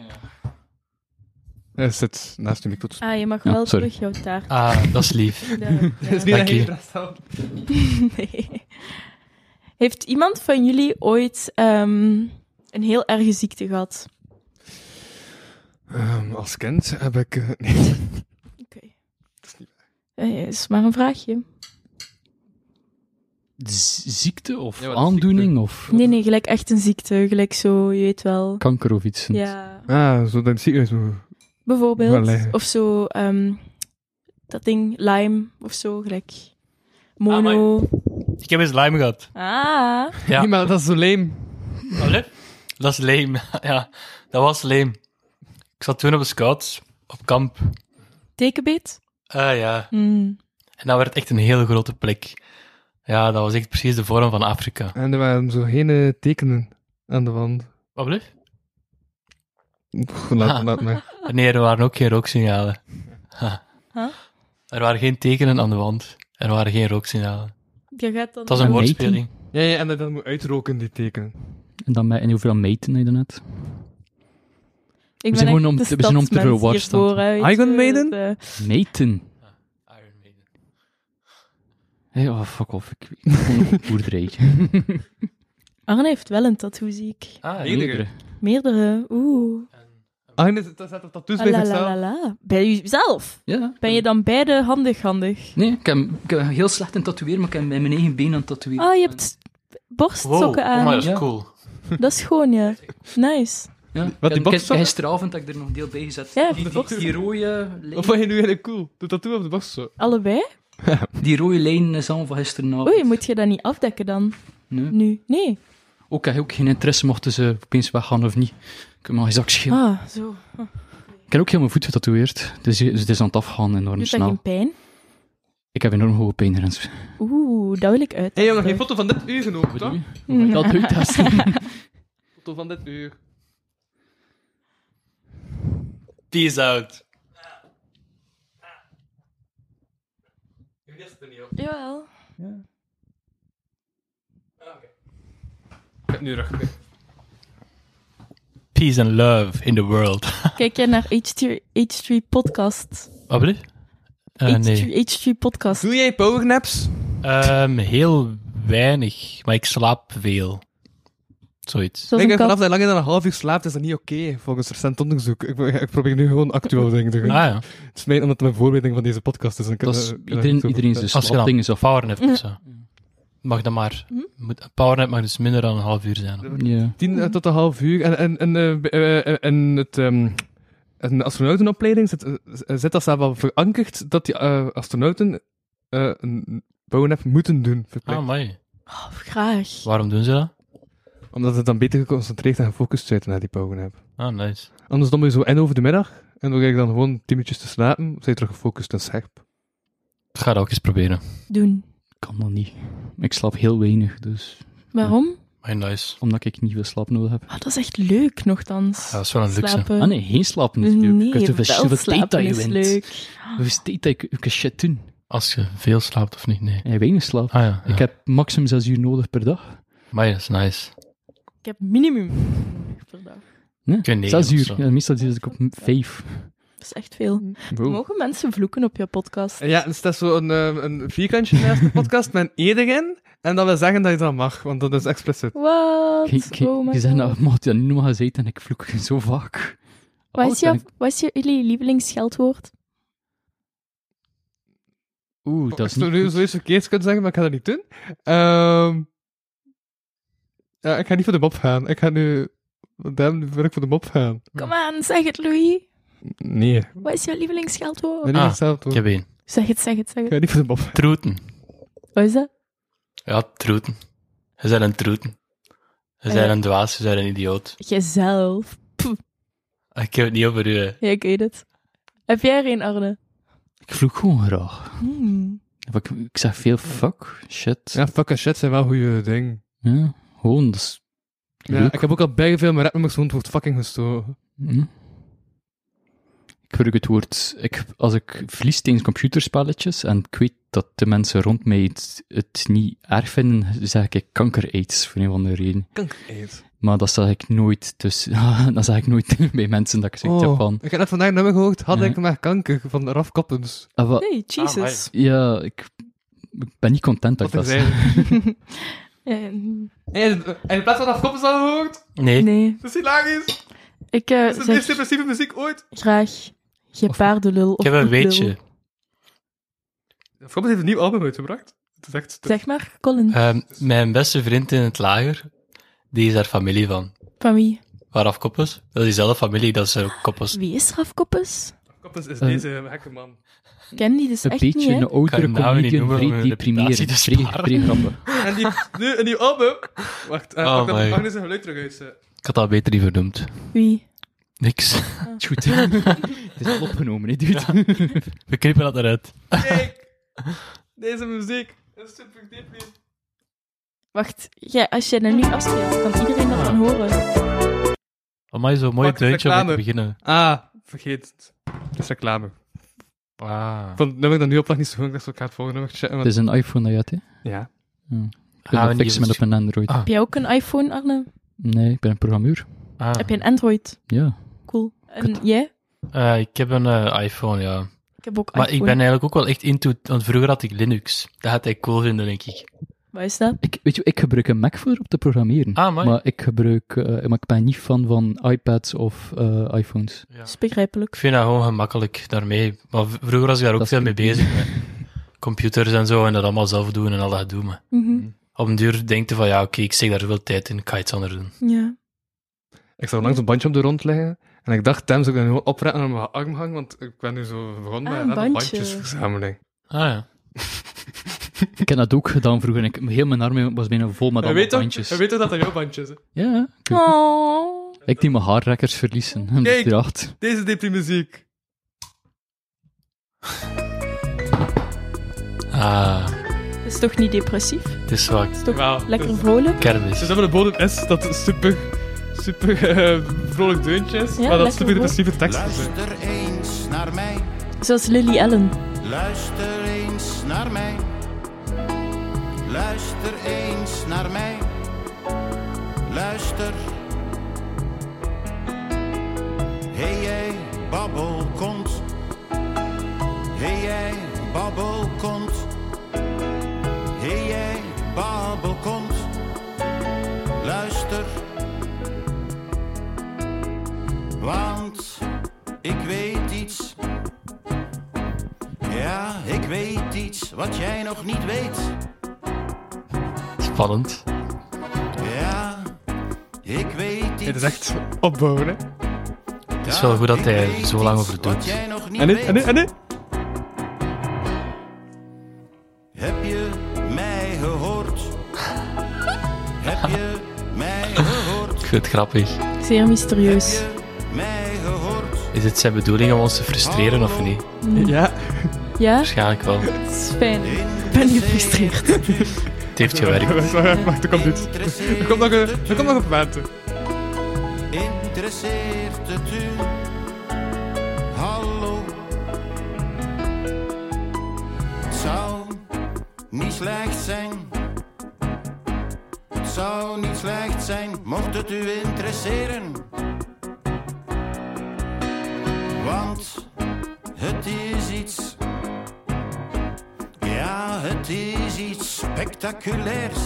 Speaker 2: Hij zit naast de micro.
Speaker 8: Ah, je mag
Speaker 3: Ja,
Speaker 8: wel
Speaker 3: sorry.
Speaker 8: terug jouw taart.
Speaker 9: Dat is lief.
Speaker 8: Ja,
Speaker 2: Is
Speaker 8: ja.
Speaker 2: niet
Speaker 9: Dank je.
Speaker 2: dat je
Speaker 8: Nee. Heeft iemand van jullie ooit een heel erge ziekte gehad?
Speaker 2: Als kind heb ik... nee.
Speaker 8: Oké. Is maar een vraagje.
Speaker 3: Ziekte of
Speaker 2: Ja, wat is
Speaker 3: aandoening
Speaker 2: ziekte?
Speaker 3: of
Speaker 8: Nee, gelijk echt een ziekte. Gelijk zo, je weet wel.
Speaker 3: kanker of iets.
Speaker 8: Ja,
Speaker 2: Zo dat ziekenhuis moet...
Speaker 8: bijvoorbeeld.
Speaker 2: Wel liggen.
Speaker 8: Of zo, dat ding, Lyme of zo, gelijk. Mono.
Speaker 9: Ik heb eens Lyme gehad.
Speaker 8: Ah.
Speaker 9: Ja.
Speaker 2: Nee, maar dat is zo lame.
Speaker 9: Allee? Dat is leem. Ja, dat was leem. Ik zat toen op een scout, op kamp.
Speaker 8: Tekenbeet?
Speaker 9: Ja.
Speaker 8: Hmm.
Speaker 9: En dat werd echt een hele grote plek. Ja, dat was echt precies de vorm van Afrika.
Speaker 2: En er waren zo geen tekenen aan de wand.
Speaker 9: Wat bleef?
Speaker 2: Laat maar.
Speaker 9: Nee, er waren ook geen rooksignalen.
Speaker 8: Huh?
Speaker 9: Er waren geen tekenen aan de wand. Er waren geen rooksignalen.
Speaker 8: Je gaat dan...
Speaker 9: Het was een
Speaker 3: Een
Speaker 9: woordspeling.
Speaker 2: Ja, en dat moet uitroken, die tekenen.
Speaker 3: En dan en hoeveel meten heb je net?
Speaker 8: Ik
Speaker 3: we zijn
Speaker 8: echt
Speaker 3: gewoon om
Speaker 8: de
Speaker 3: te- we zijn om te
Speaker 8: stadsmens
Speaker 3: veel
Speaker 8: hier
Speaker 3: warstand.
Speaker 8: vooruit,
Speaker 2: Iron Maiden?
Speaker 3: Meten?
Speaker 9: Iron Maiden.
Speaker 3: Hey, oh, fuck off. Ik gewoon nog een boerderij.
Speaker 8: Arne heeft wel een tattoo, zie ik.
Speaker 3: Meerdere.
Speaker 8: Meerdere. Oeh.
Speaker 2: Dat staat op tattoos bij zichzelf.
Speaker 8: Alalalala. Bij jezelf?
Speaker 3: Ja.
Speaker 8: Ben je dan beide handig?
Speaker 3: Nee, ik heb heel slecht in tatoeëren, maar ik heb bij mijn eigen been aan het tatoeëren.
Speaker 8: Ah, je hebt borstsokken
Speaker 9: Wow,
Speaker 8: aan.
Speaker 9: oh, maar dat is
Speaker 3: Ja.
Speaker 9: cool.
Speaker 8: Dat is gewoon, ja. Nice.
Speaker 3: Ja.
Speaker 2: Wat, die
Speaker 3: Ik heb
Speaker 2: borstsokken?
Speaker 3: gisteravond heb ik er nog een deel bij gezet.
Speaker 8: Ja,
Speaker 3: die rode lijn.
Speaker 2: Of wat je nu eigenlijk cool? Doe tattoo op de borst zo.
Speaker 8: Allebei?
Speaker 3: Die rode lijn is allemaal van gisteravond.
Speaker 8: Oei, moet je dat niet afdekken dan?
Speaker 3: Nee.
Speaker 8: Nu? Nee.
Speaker 3: Ook, ik heb ook geen interesse mochten ze opeens weggaan of niet. Ik heb maar geen zak schelen.
Speaker 8: Ah, zo.
Speaker 3: Ik heb ook heel mijn voet getatoeëerd. Dus het is aan het afgaan enorm
Speaker 8: Doet dat
Speaker 3: snel.
Speaker 8: geen pijn?
Speaker 3: Ik heb enorm hoge pijngrens.
Speaker 8: Oeh, dat wil ik uit.
Speaker 2: Hé, je hebt nog geen foto van dit uur genomen,
Speaker 3: Wat
Speaker 2: toch?
Speaker 3: doe je? Hoe ga ik dat uittesten?
Speaker 2: Foto van dit uur.
Speaker 9: Peace out.
Speaker 8: Jawel.
Speaker 2: Ik heb nu rug.
Speaker 9: Peace and love in the world.
Speaker 8: Kijk jij naar H3 Podcast?
Speaker 9: Wat bedoel je? Nee.
Speaker 8: H3 Podcast.
Speaker 2: Doe jij powernaps?
Speaker 9: Heel weinig, maar ik slaap veel. Zoiets.
Speaker 8: Zoals
Speaker 2: Ik
Speaker 8: een
Speaker 2: denk vanaf
Speaker 8: kat.
Speaker 2: dat je langer dan een half uur slaapt, is dat niet oké, volgens recent onderzoek. Ik probeer nu gewoon actueel dingen te doen.
Speaker 9: Ah ja.
Speaker 2: Het is mij omdat het mijn voorbereiding van deze podcast is. En ik
Speaker 3: Dat
Speaker 2: kan
Speaker 3: is
Speaker 2: daar niet zo
Speaker 3: iedereen
Speaker 2: vertellen.
Speaker 3: zijn
Speaker 9: Als je dan
Speaker 3: slaapding is af.
Speaker 9: powernap of zo. Mag dat maar. Powernap mag dus minder dan een half uur zijn.
Speaker 3: Ja.
Speaker 2: 10 tot een half uur. En de astronautenopleiding zit dat zelf al verankerd dat die astronauten een powernap moeten doen. Verplicht.
Speaker 9: Ah, mooi.
Speaker 8: Oh, graag.
Speaker 9: Waarom doen ze dat?
Speaker 2: Omdat het dan beter geconcentreerd en gefocust zit naar die powernap.
Speaker 9: Ah, nice.
Speaker 2: Anders dan moet je zo in over de middag en dan ga ik dan gewoon 10 minuutjes te slapen, zijn je terug gefocust en scherp.
Speaker 9: Ik ga dat ook eens proberen.
Speaker 8: Doen.
Speaker 3: Kan dat niet. Ik slaap heel weinig, dus...
Speaker 8: Waarom?
Speaker 9: Maar nice.
Speaker 3: Omdat ik niet veel slaap nodig heb.
Speaker 8: Ah, dat is echt leuk, nogthans.
Speaker 9: Ja, dat is wel een luxe.
Speaker 8: Slapen.
Speaker 3: Ah nee, geen slapen is leuk.
Speaker 8: Nee,
Speaker 3: Ik weet hoeveel
Speaker 8: wel
Speaker 3: tijd dat
Speaker 8: slapen
Speaker 3: je
Speaker 8: is
Speaker 3: wint.
Speaker 8: leuk.
Speaker 3: Hoeveel tijd dat ik kan shit doen.
Speaker 9: Als je veel slaapt of niet, nee.
Speaker 3: En weinig slaap.
Speaker 9: Ah ja.
Speaker 3: Ik heb maximum 6 uur nodig per dag.
Speaker 9: Maar dat is nice.
Speaker 8: Ik heb minimum per dag.
Speaker 3: Nee?
Speaker 9: Ik weet 9
Speaker 3: 6
Speaker 9: of
Speaker 3: uur.
Speaker 9: zo.
Speaker 3: Ja, meestal zit ik op 5.
Speaker 8: Dat is echt veel.
Speaker 2: Wow.
Speaker 8: Mogen mensen vloeken op je podcast?
Speaker 2: Ja, er staat zo een vierkantje naast de podcast met een E erin. En dat wil zeggen dat je dat mag, want dat is explicit.
Speaker 8: Wat? Oh my
Speaker 3: Je zegt
Speaker 8: god.
Speaker 3: nou, mocht je dat nu nog eens eten en ik vloek zo vaak.
Speaker 8: Wat is jullie lievelingsscheldwoord?
Speaker 3: Oeh, dat is
Speaker 2: ik zou
Speaker 3: niet
Speaker 2: nu
Speaker 3: goed.
Speaker 2: zoiets verkeerds kunnen zeggen, maar ik ga dat niet doen. Ja, ik ga niet voor de mop gaan. Ik ga nu... Dan wil ik voor de mop gaan.
Speaker 8: Kom aan, zeg het, Louis.
Speaker 2: Nee.
Speaker 8: Wat is jouw lievelingsscheldwoord?
Speaker 2: Nee, niet hetzelfde.
Speaker 9: Ik heb één.
Speaker 8: Zeg het.
Speaker 2: Ik ga niet voor de mop gaan.
Speaker 9: Troeten.
Speaker 8: Wat is dat?
Speaker 9: Ja, troeten. Je bent een troeten. Je bent een dwaas, je bent een idioot.
Speaker 8: Jezelf.
Speaker 9: Ik heb het niet over u. Hè.
Speaker 8: Ja, ik weet het. Heb jij er een, Arne?
Speaker 3: Ik vloek gewoon graag.
Speaker 8: Hmm.
Speaker 3: Ik zeg veel fuck, shit.
Speaker 2: Ja, fuck en shit zijn wel goede dingen.
Speaker 3: Ja, gewoon, dat is
Speaker 2: Ja,
Speaker 3: leuk.
Speaker 2: ik heb ook al bij veel mijn rapnummers gewoon het woord fucking gestoken.
Speaker 3: Hm. Ik gebruik het woord... Als ik verlies tegen computerspelletjes en ik weet dat de mensen rond mij het niet erg vinden, zeg ik kanker-aids, voor een of andere reden.
Speaker 2: Kanker-aids.
Speaker 3: Maar dat zeg ik nooit, dus... dat zeg ik nooit bij mensen dat ik zeg van...
Speaker 2: Ik heb net vandaag een nummer gehoord, had
Speaker 3: Ja.
Speaker 2: ik maar kanker, van Raf Koppens.
Speaker 8: Hey, Jesus.
Speaker 3: Ja, ik ben niet content dat ik
Speaker 2: Wat
Speaker 3: dat
Speaker 2: er
Speaker 3: zeg.
Speaker 2: zijn.
Speaker 8: Ja,
Speaker 2: En in plaats van Raf Koppens al gehoord?
Speaker 9: Nee.
Speaker 8: nee.
Speaker 2: Dat is hilarisch.
Speaker 8: Ik
Speaker 2: Dat is de
Speaker 8: zeg
Speaker 2: meest depressieve muziek ooit.
Speaker 8: graag gepaardenlul of
Speaker 9: Ik heb een
Speaker 8: poeplul.
Speaker 9: weetje.
Speaker 2: Frobus heeft een nieuw album uitgebracht. Het is echt...
Speaker 8: Zeg maar, Colin.
Speaker 9: Mijn beste vriend in het lager, die is daar familie van.
Speaker 8: Van wie?
Speaker 9: Waaraf Koppes? Dat is diezelfde familie, dat is ook Koppes.
Speaker 8: Wie is Raf Koppes?
Speaker 2: Koppes is deze gekke man.
Speaker 8: Ik ken die dus
Speaker 3: Een
Speaker 8: echt
Speaker 3: beetje
Speaker 8: niet, hè?
Speaker 3: een oudere
Speaker 9: Kan je nou niet
Speaker 3: comedian,
Speaker 9: noemen om
Speaker 3: vrij
Speaker 9: een reputatie
Speaker 3: deprimerend.
Speaker 9: te
Speaker 3: Vrij grappig.
Speaker 2: En die heeft nu een nieuw album. Wacht, pak dat
Speaker 9: my.
Speaker 2: Agnes zijn geluid terug uit.
Speaker 9: Ik had dat beter niet vernoemd.
Speaker 8: Wie?
Speaker 9: Niks.
Speaker 3: Is goed. Het is al opgenomen, hè, dude.
Speaker 9: We knippen dat eruit.
Speaker 2: Kijk! Deze muziek is super depri.
Speaker 8: Wacht, als jij dat nu afspeelt, kan iedereen dat dan horen.
Speaker 9: Amai, zo'n mooi
Speaker 2: Pak de
Speaker 9: deuntje om mee te
Speaker 2: reclame.
Speaker 9: beginnen.
Speaker 2: Ah, vergeet het. Het is reclame.
Speaker 9: Ah.
Speaker 2: Van het nummer dat nu op lag niet zo goed, dus ik ga het volgende nummer checken.
Speaker 3: Het is een iPhone dat je hebt, hè?
Speaker 2: Ja.
Speaker 3: Ik kan dat fixen met op een Android.
Speaker 9: Ah.
Speaker 8: Heb jij ook een iPhone, Arne?
Speaker 3: Nee, ik ben een programmeur.
Speaker 8: Heb je een Android?
Speaker 3: Ja.
Speaker 8: Cool. En jij?
Speaker 9: Ik heb een iPhone, ja.
Speaker 8: Ik heb ook
Speaker 9: Maar
Speaker 8: iPhone.
Speaker 9: ik ben eigenlijk ook wel echt into... Want vroeger had ik Linux. Dat gaat hij cool vinden, denk ik.
Speaker 8: Wat is dat?
Speaker 3: Ik gebruik een Mac voor op te programmeren.
Speaker 9: Ah, mooi.
Speaker 3: Maar ik ben niet fan van iPads of iPhones.
Speaker 9: Ja.
Speaker 8: Dat is begrijpelijk.
Speaker 9: Ik vind dat gewoon gemakkelijk daarmee. Maar vroeger was ik daar ook
Speaker 3: Dat is
Speaker 9: veel mee
Speaker 3: creepy.
Speaker 9: bezig. Met computers en zo. En dat allemaal zelf doen en al dat doen. Maar
Speaker 8: Mhm.
Speaker 9: op een duur denk je van, ja, oké, ik steek daar veel tijd in. Ik ga iets anders doen.
Speaker 8: Ja.
Speaker 2: Ik zag langs een bandje op de grond liggen. En ik dacht, Tim, zou ik dan gewoon opretten en aan mijn arm hangen? Want ik ben nu zo begonnen
Speaker 8: Ah,
Speaker 2: met
Speaker 8: een
Speaker 2: een
Speaker 8: bandje.
Speaker 2: bandjesverzameling.
Speaker 9: Ah ja.
Speaker 3: Ik heb dat ook gedaan vroeger. En heel mijn arm was bijna vol met
Speaker 2: Hij
Speaker 3: allemaal
Speaker 2: weet toch
Speaker 3: bandjes.
Speaker 2: hij weet toch dat dat jouw bandjes is?
Speaker 3: Ja.
Speaker 8: Oh.
Speaker 3: Ik die mijn haarrekkers verliezen. En
Speaker 2: Kijk.
Speaker 3: draagt.
Speaker 2: Deze depri-muziek.
Speaker 9: Ah,
Speaker 8: Dat is toch niet depressief?
Speaker 9: het is zwak.
Speaker 8: Dat is toch
Speaker 2: Wauw,
Speaker 8: lekker
Speaker 2: dus-
Speaker 8: vrolijk?
Speaker 9: Kermis.
Speaker 2: Dus dat de bodem is dat het super vrolijk deuntje is,
Speaker 8: Ja,
Speaker 2: maar dat
Speaker 8: lekker
Speaker 2: super depressieve teksten zijn.
Speaker 10: Luister eens naar mij,
Speaker 8: Zoals Lily Allen.
Speaker 10: luister eens naar mij. Luister eens naar mij. Luister. Hey jij, babbelkont. Hey jij, babbelkont. Hey jij, babbelkont. Luister. Want ik weet iets. Ja, ik weet iets wat jij nog niet weet.
Speaker 9: Spannend.
Speaker 10: Ja, ik weet iets.
Speaker 2: Het is echt opbouwen, hè.
Speaker 9: Het is wel goed dat hij er zo lang over doet.
Speaker 10: Wat jij nog niet
Speaker 2: En nu,
Speaker 10: weet.
Speaker 2: en nu, en nu?
Speaker 10: Heb je mij gehoord? Heb je mij gehoord?
Speaker 9: Ik vind het grappig.
Speaker 8: Zeer mysterieus.
Speaker 10: Heb je mij gehoord?
Speaker 9: Is het zijn bedoeling om ons te frustreren of niet?
Speaker 2: Ja.
Speaker 8: Ja?
Speaker 9: Waarschijnlijk wel.
Speaker 8: Het is fijn. Ik ben gefrustreerd.
Speaker 9: Het heeft gewerkt.
Speaker 2: Wacht, er komt dit. Er komt nog een water.
Speaker 10: Interesseert het u? Hallo? Het zou niet slecht zijn. Het zou niet slecht zijn, mocht het u interesseren. Want het is iets. Ja, het is iets spectaculairs.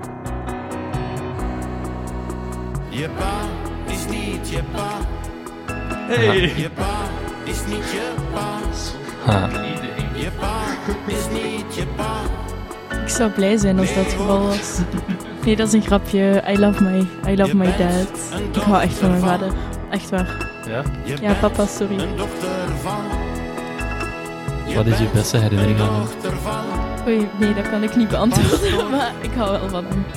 Speaker 10: Je pa is niet je pa.
Speaker 2: Hey.
Speaker 10: Je pa is niet je pa.
Speaker 9: Ah.
Speaker 10: Je pa is niet je pa.
Speaker 8: Ik zou blij zijn als dat het geval was. Nee, dat is een grapje. I love my dad. Ik hou echt van mijn vader. Echt waar.
Speaker 9: Ja?
Speaker 8: Ja, papa, sorry.
Speaker 10: Een dochter van.
Speaker 9: Wat is je beste herinnering aan hem?
Speaker 10: Dochter van.
Speaker 8: Oei, nee, dat kan ik niet beantwoorden. Maar ik hou wel van hem.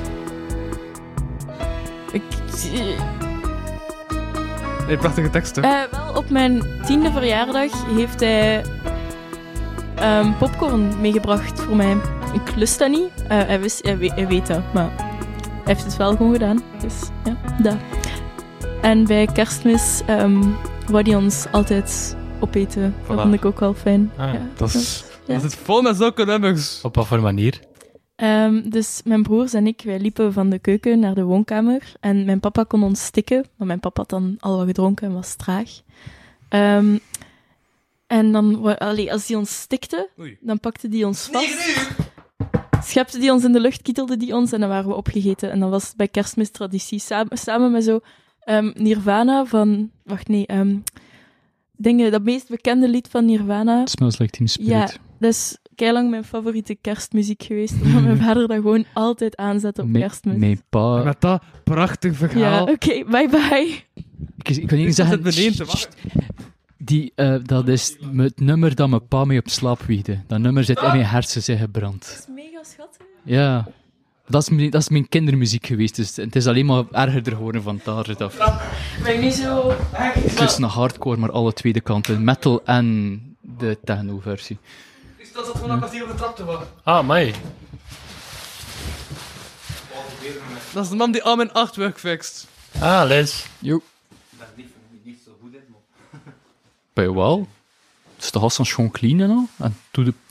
Speaker 2: Nee, prachtige teksten.
Speaker 8: Wel, op mijn 10e verjaardag heeft hij popcorn meegebracht voor mij. Ik lust dat niet. Hij weet dat, maar hij heeft het wel gewoon gedaan. Dus ja, dat. En bij kerstmis wou hij ons altijd opeten. Dat
Speaker 9: Voilà.
Speaker 8: vond ik ook wel fijn.
Speaker 9: Ah,
Speaker 8: ja,
Speaker 2: Dat zit vol met zulke nummers.
Speaker 9: Op wat voor manier?
Speaker 8: Dus mijn broers en ik, wij liepen van de keuken naar de woonkamer. En mijn papa kon ons stikken. Maar mijn papa had dan al wat gedronken en was traag. En dan, als hij ons stikte,
Speaker 2: Oei.
Speaker 8: dan pakte hij ons vast. Schepte hij ons in de lucht, kietelde die ons en dan waren we opgegeten. En dan was het bij kerstmis traditie. Samen met zo Nirvana van... Wacht, nee. Dat meest bekende lied van Nirvana.
Speaker 3: Smells Like Teen Spirit.
Speaker 8: Ja, dat is keilang mijn favoriete kerstmuziek geweest. Omdat mijn vader dat gewoon altijd aanzet op kerstmis.
Speaker 3: Mijn pa...
Speaker 2: Met dat prachtig verhaal.
Speaker 8: Ja, oké, bye-bye.
Speaker 3: Ik kan niet zeggen... Dat is het nummer dat mijn pa mee op slaap wiegde. Dat nummer zit in mijn hersens gebrand.
Speaker 8: Dat is mega schattig.
Speaker 3: Ja. Dat is mijn kindermuziek geweest, dus het is alleen maar erger geworden van daar af.
Speaker 8: Ben je nu zo...
Speaker 3: Tussen de hardcore, maar alle tweede kanten. Metal en de techno-versie.
Speaker 2: Dat zat gewoon als hier op de trap te wachten.
Speaker 9: Ah, mij.
Speaker 2: Dat is de man die al mijn artwork fixt.
Speaker 9: Ah, Les.
Speaker 3: Jo. Bij je wel? Dus de gast dan gewoon clean en al. En doe de...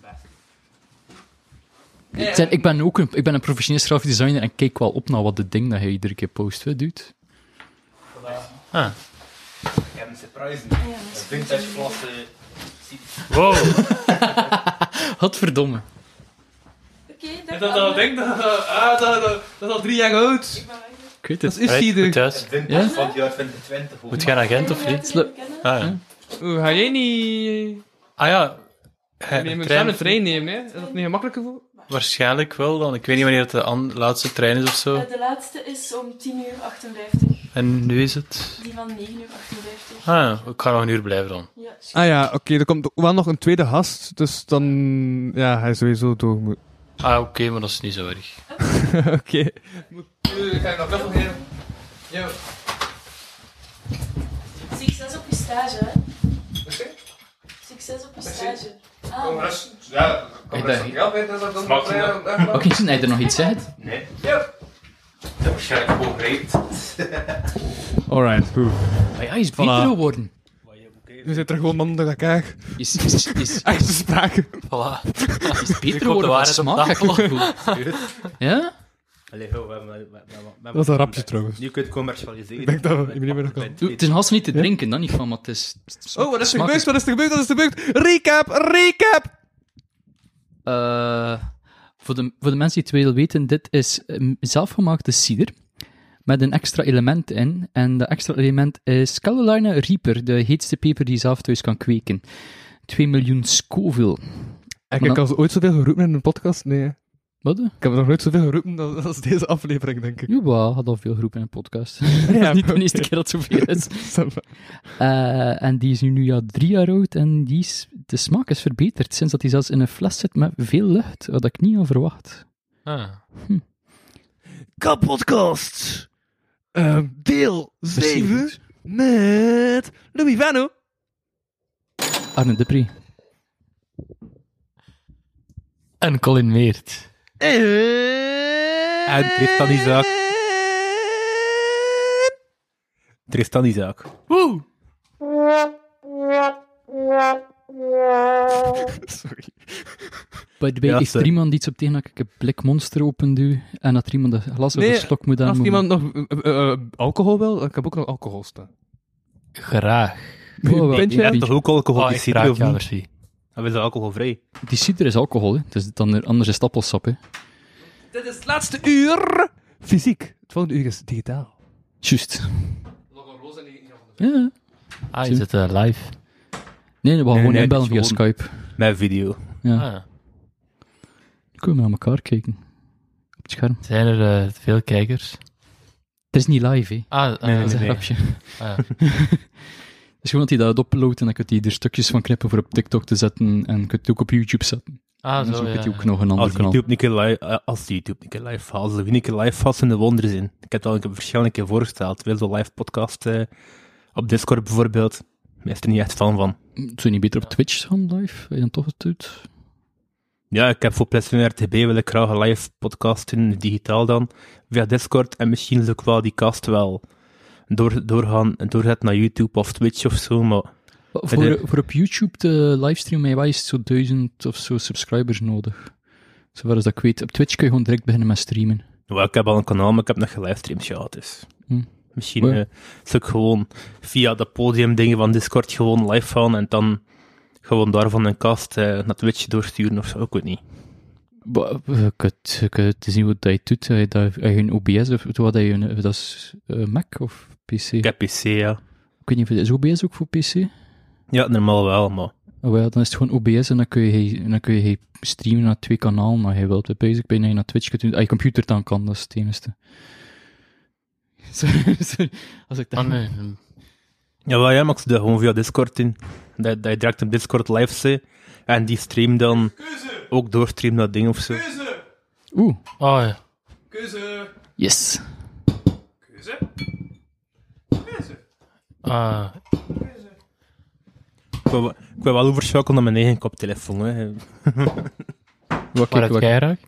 Speaker 3: Ik ben een professioneel grafisch designer en kijk wel op naar wat de ding dat hij iedere keer post, doet.
Speaker 9: Ah.
Speaker 11: Ik heb een surprise. Een vintage klasse.
Speaker 9: Wow.
Speaker 3: Godverdomme.
Speaker 8: Oké,
Speaker 2: Dat ding, dat is al 3 jaar oud.
Speaker 3: Ik weet
Speaker 2: Dat
Speaker 3: het.
Speaker 2: is Usieder.
Speaker 11: Een vintage van het jaar 2020.
Speaker 9: Moet jij naar Gent of niet? Ah, ja.
Speaker 2: Oeh, ga jij niet...
Speaker 9: Ah ja.
Speaker 2: Je moet samen een trein nemen, hè? Is dat niet gemakkelijker voor?
Speaker 9: Waarschijnlijk wel dan. Ik weet niet wanneer het de laatste trein is of zo.
Speaker 8: De laatste is om 10:58.
Speaker 9: En nu is het...
Speaker 8: Die van 9:58.
Speaker 9: Ah ja, ik ga nog een uur blijven dan.
Speaker 8: Ja.
Speaker 2: Ah ja, oké, er komt wel nog een tweede gast, dus dan... Ja, hij sowieso door moet.
Speaker 9: Ah, oké, maar dat is niet zo erg.
Speaker 2: Oké. Ik ga je nog wel geven. Yo.
Speaker 8: Succes op je stage, hè? Succes op je stage. Ah,
Speaker 2: Ja,
Speaker 3: kom Oké, hij er nog iets zegt?
Speaker 11: Nee. Ja. Dat is waarschijnlijk gewoon great.
Speaker 2: Alright, goed.
Speaker 3: Maar ja, hij is beter geworden.
Speaker 2: Nu zit er gewoon man door elkaar.
Speaker 3: Is
Speaker 2: Echt te spraken.
Speaker 9: Voilà.
Speaker 3: is beter geworden van smaak, heb ik het gevoel. Ja?
Speaker 11: Allee,
Speaker 2: Dat was een rapje trouwens.
Speaker 11: Nu kun je het commercialiseren.
Speaker 2: Ik denk dat we niet meer nog kan.
Speaker 3: Het is een haast niet te drinken, dat niet van, maar het is...
Speaker 2: Oh, wat is er gebeurd? Wat is er gebeurd? Wat is er gebeurd? Recap!
Speaker 3: Voor de mensen die het willen weten, dit is zelfgemaakte cider met een extra element in. En dat extra element is Carolina Reaper, de heetste peper die je zelf thuis kan kweken. 2 miljoen Scoville.
Speaker 2: Heb ik al ooit zoveel geroepen in een podcast? Nee.
Speaker 3: Wat?
Speaker 2: Ik heb nog nooit zoveel geroepen als deze aflevering, denk ik.
Speaker 3: Ja, had al veel geroepen in een podcast. Dat is niet de eerste keer dat het zoveel is. En die is nu 3 jaar oud en de smaak is verbeterd sinds dat hij zelfs in een fles zit met veel lucht, wat ik niet had verwacht.
Speaker 2: Kappodcast! Deel 7 met Louis Vano.
Speaker 3: Arne de Pre.
Speaker 9: En Colin Meert.
Speaker 11: En Tristan Isaac.
Speaker 2: Woe! Sorry.
Speaker 3: By the way, heeft er iemand iets op tegen dat ik een blik Monster open doe en dat er iemand een glas of een slok moet
Speaker 2: als iemand nog alcohol wil, ik heb ook nog alcohol staan.
Speaker 9: Graag.
Speaker 11: Je hebt toch ook alcohol?
Speaker 9: Ik graag, ja, merci.
Speaker 11: Dat is alcoholvrij.
Speaker 3: Die cider is alcohol, hè. Dus anders is het appelsap, hè.
Speaker 2: Dit is het laatste uur fysiek. Het volgende uur is digitaal.
Speaker 3: Juist. Ja.
Speaker 9: Ah, is het live?
Speaker 3: Nee, we gaan gewoon inbellen via Skype.
Speaker 11: Met video.
Speaker 3: Ja. Kunnen we naar elkaar kijken. Op het scherm.
Speaker 9: Zijn er veel kijkers?
Speaker 3: Het is niet live, hè.
Speaker 9: Dat
Speaker 3: is een grapje. Het is gewoon dat hij dat uploadt en dan kun je er stukjes van knippen voor op TikTok te zetten en kun je het ook op YouTube zetten.
Speaker 9: Zo,
Speaker 3: kun je ook nog een ander kanaal.
Speaker 11: Als YouTube een keer live valt, als de een keer live valt in de wonderen zijn. Ik heb het al verschillende keer voorgesteld. Wil zo'n live podcast op Discord bijvoorbeeld. Ik is er niet echt van.
Speaker 3: Zou je niet beter op Twitch gaan live? Wat je dan toch het doet?
Speaker 11: Ja, ik heb voor PlayStation RTB wil ik graag een live podcast doen, digitaal dan, via Discord. En misschien ook wel die cast wel doorzetten naar YouTube of Twitch of zo, maar...
Speaker 3: Voor op YouTube de livestream met is zo 1000 of zo subscribers nodig. Zover als dat ik weet. Op Twitch kun je gewoon direct beginnen met streamen.
Speaker 11: Wel, ik heb al een kanaal, maar ik heb nog geen livestreams gehad, dus... Misschien zou ik gewoon via dat podium dingen van Discord gewoon live gaan en dan gewoon daarvan een cast naar Twitch doorsturen of zo, ik weet niet.
Speaker 3: Je kunt zien wat je doet. Heb je een OBS of wat heb je? Dat is Mac of PC?
Speaker 11: Ik heb PC, ja.
Speaker 3: Ik weet niet of is OBS ook voor PC?
Speaker 11: Ja, normaal wel, maar...
Speaker 3: Oh ja, dan is het gewoon OBS en dan kun je streamen naar 2 kanalen, maar je wilt het bezig ben je naar Twitch kunt doen. Als je computer dan kan, dat is het enige. Sorry. Als ik dat...
Speaker 9: nee.
Speaker 11: Ja, maar ja, maar ik doe gewoon via Discord in. Dat je direct op Discord live zit. En die stream dan ook doorstreamt dat ding of zo.
Speaker 3: Oeh.
Speaker 9: Oh ja.
Speaker 2: Keuze.
Speaker 3: Yes.
Speaker 2: Keuze.
Speaker 11: Ik wil wel overschakelen naar mijn eigen koptelefoon. Hè.
Speaker 9: Waar heb jij raak?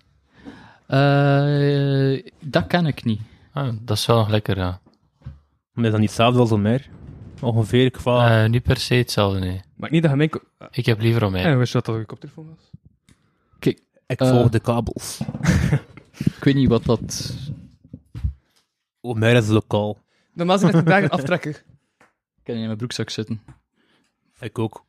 Speaker 3: Dat ken ik niet.
Speaker 9: Dat is wel nog lekker, ja.
Speaker 11: Maar is dat niet hetzelfde als meer? Ongeveer qua...
Speaker 9: niet per se hetzelfde, nee.
Speaker 2: Maar niet dat je mijn...
Speaker 9: Ik heb liever om mij.
Speaker 2: Ja, wist je dat je koptelefoon was?
Speaker 3: Kijk.
Speaker 11: Ik volg de kabels.
Speaker 3: Ik weet niet wat dat...
Speaker 11: Mij is lokaal.
Speaker 2: Normaal zijn het dagen aftrekken.
Speaker 3: Ik kan in mijn broekzak zitten.
Speaker 11: Ik ook.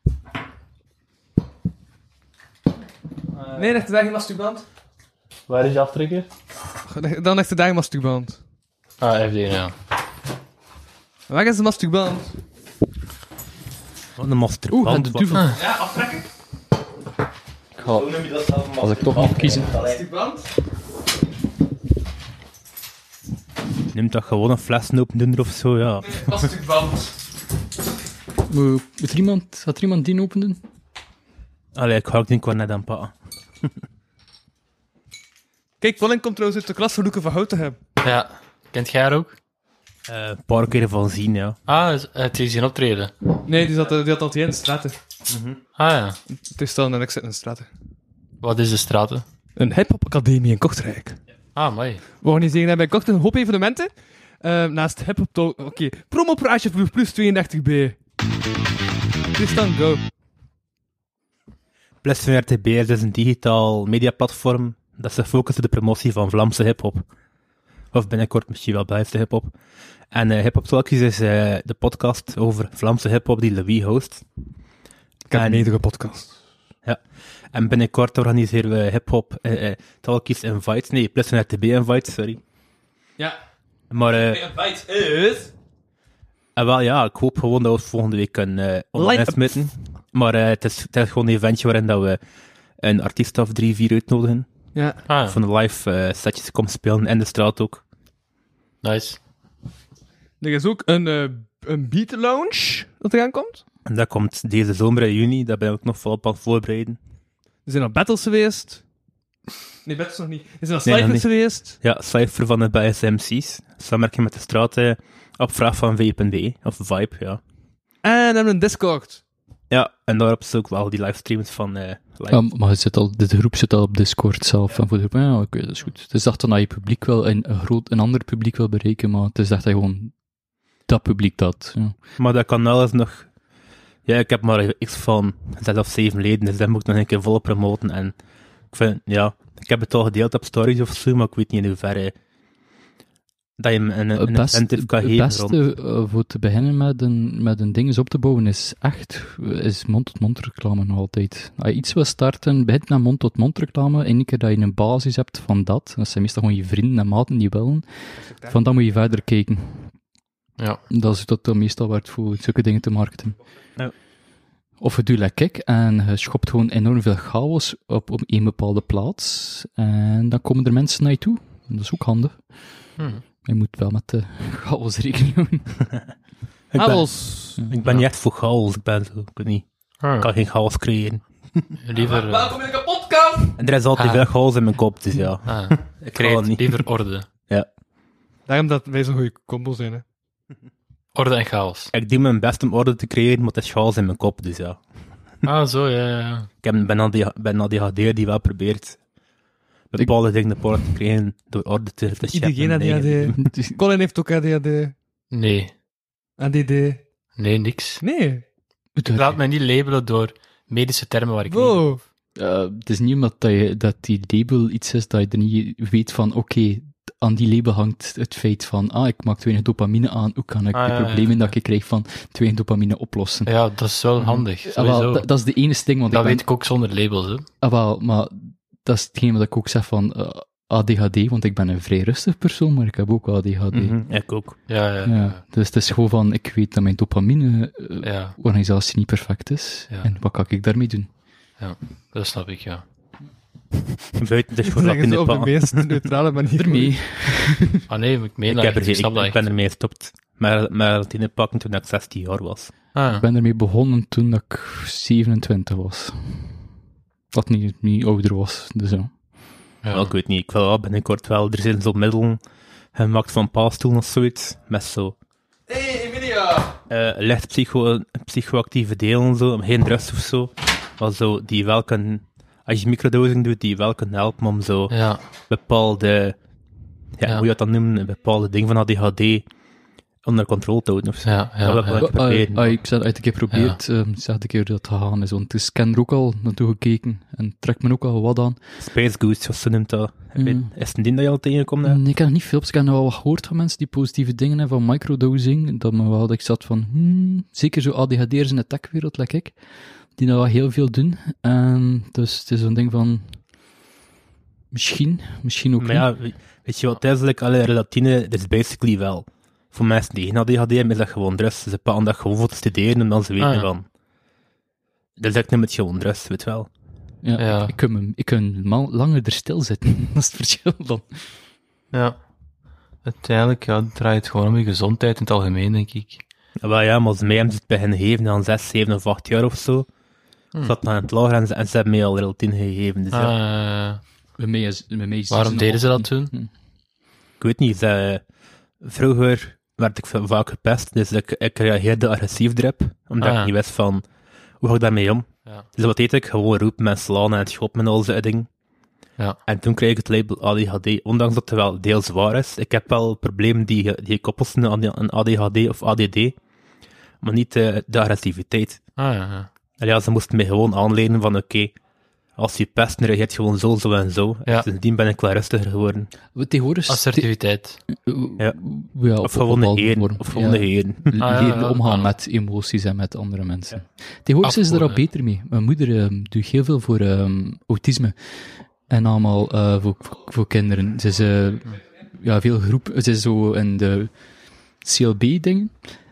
Speaker 2: Nee, echt de dagen masturbant.
Speaker 9: Waar is je aftrekker?
Speaker 2: Dan echt de dagen masturbant.
Speaker 9: FD, ja.
Speaker 2: Waar is de masturbant?
Speaker 11: Wat een masturbant.
Speaker 3: en de duvel.
Speaker 2: Ja, aftrekken.
Speaker 3: Ik ga... Als ik toch mag kiezen.
Speaker 2: Masturbant?
Speaker 11: Neemt dat gewoon een fles open doen of zo, ja.
Speaker 2: Nee, masturbant.
Speaker 3: Gaat er iemand die open doen?
Speaker 11: Allee, ik ga ook niet net aan pakken.
Speaker 2: Kijk, Colin komt trouwens uit de klas van Loeke van Houten.
Speaker 9: Ja. Kent jij haar ook?
Speaker 11: Een paar keer van zien, ja.
Speaker 9: Het is zien optreden.
Speaker 2: Nee, die had altijd in de straten.
Speaker 9: Ja.
Speaker 2: Het is dan en ik zit in de straten.
Speaker 9: Wat is de straten?
Speaker 2: Een hip-hop academie in Kortrijk.
Speaker 9: Mooi.
Speaker 2: We organiseren daarbij kort een hoop evenementen. Naast hip-hop Oké, promopraatje voor plus 32B. Dus dan go.
Speaker 11: Plus 32B is dus een digitaal mediaplatform dat zich focust op de promotie van Vlaamse hip-hop. Of binnenkort misschien wel Belgische hip-hop. En Hip-Hop Talkies is de podcast over Vlaamse hip-hop die Louis host.
Speaker 2: Ik heb een medige podcast.
Speaker 11: Ja. En binnenkort organiseren we Hip-Hop Talkies Invites. Nee, Plus 32B Invites, sorry.
Speaker 2: Ja.
Speaker 11: Maar...
Speaker 2: Invite is...
Speaker 11: wel ja, ik hoop gewoon dat we het volgende week kunnen online smitten. Maar het is gewoon een eventje waarin dat we een artiest of 3-4 uitnodigen.
Speaker 2: Ja.
Speaker 11: Van de live setjes komen spelen in de straat ook.
Speaker 9: Nice.
Speaker 2: Er is ook een beat lounge dat eraan komt.
Speaker 11: En dat komt deze zomer in juni, daar ben ik ook nog volop aan het voorbereiden.
Speaker 2: Er zijn al battles geweest. Nee, battles nog niet. Er zijn al cyphers geweest.
Speaker 11: Ja, cypher van de BSMC's. Samenwerking met de straat op vraag van V.D. Of Vibe, ja.
Speaker 2: En dan hebben we een Discord.
Speaker 11: Ja, en daarop is ook wel die livestreams van live.
Speaker 3: Maar de groep zit al op Discord zelf. En voor de groep, ja, oké, dat is goed. Het is echt dat je publiek wel een ander publiek wil bereiken, maar het is echt gewoon dat publiek dat. Ja.
Speaker 11: Maar dat kanaal is nog... Ja, ik heb maar iets van 6 of 7 leden, dus dat moet ik nog een keer volop promoten. En ik vind, ja, ik heb het al gedeeld op stories of zo, maar ik weet niet in hoeverre dat je een incentive kan geven.
Speaker 3: Het beste voor te beginnen met een ding op te bouwen is mond-tot-mond reclame nog altijd. Als je iets wil starten, begint met mond-tot-mond reclame. En een keer dat je een basis hebt van dat zijn meestal gewoon je vrienden en maten die willen, van dan moet je verder kijken.
Speaker 9: Ja.
Speaker 3: Dat is dat meestal waard voor zulke dingen te marketen.
Speaker 11: Ja.
Speaker 3: Of je doet like ik en je schopt gewoon enorm veel chaos op een bepaalde plaats. En dan komen er mensen naar je toe. Dat is ook handig. Je moet wel met de chaos rekening houden.
Speaker 11: Ik ben niet echt voor chaos. Ik weet niet. Ik kan geen chaos creëren.
Speaker 9: Liever...
Speaker 2: Welkom in de podcast!
Speaker 11: En er is altijd veel chaos in mijn kop, dus ja.
Speaker 9: Ik krijg liever orde.
Speaker 11: Ja.
Speaker 2: Daarom dat wij zo'n goede combo zijn, hè.
Speaker 9: Orde en chaos.
Speaker 11: Ik doe mijn best om orde te creëren, maar het is chaos in mijn kop, dus ja.
Speaker 9: Zo, ja.
Speaker 11: Ik ben ADHD die wel probeert bepaalde dingen op orde te creëren door orde te
Speaker 2: Iedereen ADHD. Colin heeft ook ADHD.
Speaker 9: Nee.
Speaker 2: ADD.
Speaker 9: Nee, niks.
Speaker 2: Nee.
Speaker 9: Laat mij niet labelen door medische termen waar ik
Speaker 2: niet...
Speaker 3: Het is niet omdat dat die label iets is dat je er niet weet van, oké, aan die label hangt het feit van, ik maak te weinig dopamine aan, hoe kan ik de problemen dat ik krijg van te weinig dopamine oplossen?
Speaker 9: Ja, dat is wel handig.
Speaker 3: Dat is de enige ding. Want
Speaker 9: dat weet ik ook zonder labels, hè.
Speaker 3: Maar dat is hetgeen wat ik ook zeg van ADHD, want ik ben een vrij rustig persoon, maar ik heb ook ADHD.
Speaker 11: Ik ook.
Speaker 9: Ja.
Speaker 3: Dus het is gewoon van, ik weet dat mijn dopamine-organisatie niet perfect is.
Speaker 9: Ja.
Speaker 3: En wat kan ik daarmee doen?
Speaker 9: Ja, dat snap ik, ja.
Speaker 11: Buiten is voor
Speaker 2: Zeggen
Speaker 11: in
Speaker 2: ze
Speaker 11: de
Speaker 2: op de
Speaker 11: pan.
Speaker 2: meest neutrale manier.
Speaker 3: Ermee.
Speaker 9: Ah nee, ik meen dat
Speaker 11: Ik
Speaker 9: echt. Ik snap dat echt.
Speaker 11: ben ermee gestopt. Met in pakken toen ik 16 jaar was.
Speaker 3: Ik ben ermee begonnen toen dat ik 27 was. Dat niet ouder was, dus ja.
Speaker 11: Wel, ik weet niet, ik wil wel binnenkort wel. Er zijn zo'n middelen gemaakt van paalstoelen of zoiets. Met zo...
Speaker 2: Hey, Emilia!
Speaker 11: Licht psychoactieve delen, zo, geen rust of zo. Maar zo, die wel kunnen... Als je microdosing doet, die wel kunnen helpen om zo bepaalde... Ja, hoe je dat dan noemen? Bepaalde dingen van ADHD onder controle te houden of zo.
Speaker 9: Ja.
Speaker 11: Dat wil ik proberen.
Speaker 3: Ik heb het een keer geprobeerd, zeg een keer dat het gegaan is, want ik ken er ook al naartoe gekeken en trekt me ook al wat aan.
Speaker 11: Space Goose, of zo noemt dat. Is het een ding dat je al tegenkomt?
Speaker 3: Nee, ik heb nog niet veel, ik heb wel wat gehoord van mensen die positieve dingen hebben van microdosing, dat me wel, dat ik zat van, zeker zo ADHD'ers in de techwereld, like ik, die dat wel heel veel doen, en dus het is zo'n ding van, misschien ook
Speaker 11: maar ja, weet je wat, eigenlijk alle relatine, dat is basically wel. Voor mensen die geen ADHD hebben, is dat gewoon rust. Ze pakken dat gewoon voor te studeren en dan ze weten van. Dat is echt niet met gewoon rust, weet wel.
Speaker 3: Ja. Ik kan langer er stil zitten. Dat is het verschil dan.
Speaker 9: Ja. Uiteindelijk draait het gewoon om je gezondheid in het algemeen, denk ik.
Speaker 11: Ja, maar als mij hebben ze het beginnen geven aan 6, 7 of 8 jaar of zo. Zat dan in het lager en ze hebben mij al relatine gegeven. Dus
Speaker 9: waarom deden ze dat toen?
Speaker 11: Ik weet niet. Vroeger werd ik vaak gepest, dus ik reageerde agressief erop, omdat ik niet wist van, hoe ga ik daarmee om?
Speaker 9: Ja.
Speaker 11: Dus wat deed ik? Gewoon roepen en slaan en het schoppen en al zo'n dingen.
Speaker 9: Ja.
Speaker 11: En toen kreeg ik het label ADHD, ondanks dat het wel deels waar is. Ik heb wel problemen die gekoppeld zijn aan ADHD of ADD, maar niet de agressiviteit. Ja, ze moesten mij gewoon aanleren van, oké, als je pest, dan reageert gewoon zo en zo. En sindsdien ben ik wel rustiger geworden.
Speaker 9: Assertiviteit.
Speaker 11: Of gewoon negeren. Of gewoon negeren.
Speaker 3: Leren omgaan met emoties en met andere mensen. Tegenwoordig is ze er al beter mee. Mijn moeder doet heel veel voor autisme. En allemaal voor kinderen. Ze is veel groep. Ze is zo in de CLB-dingen.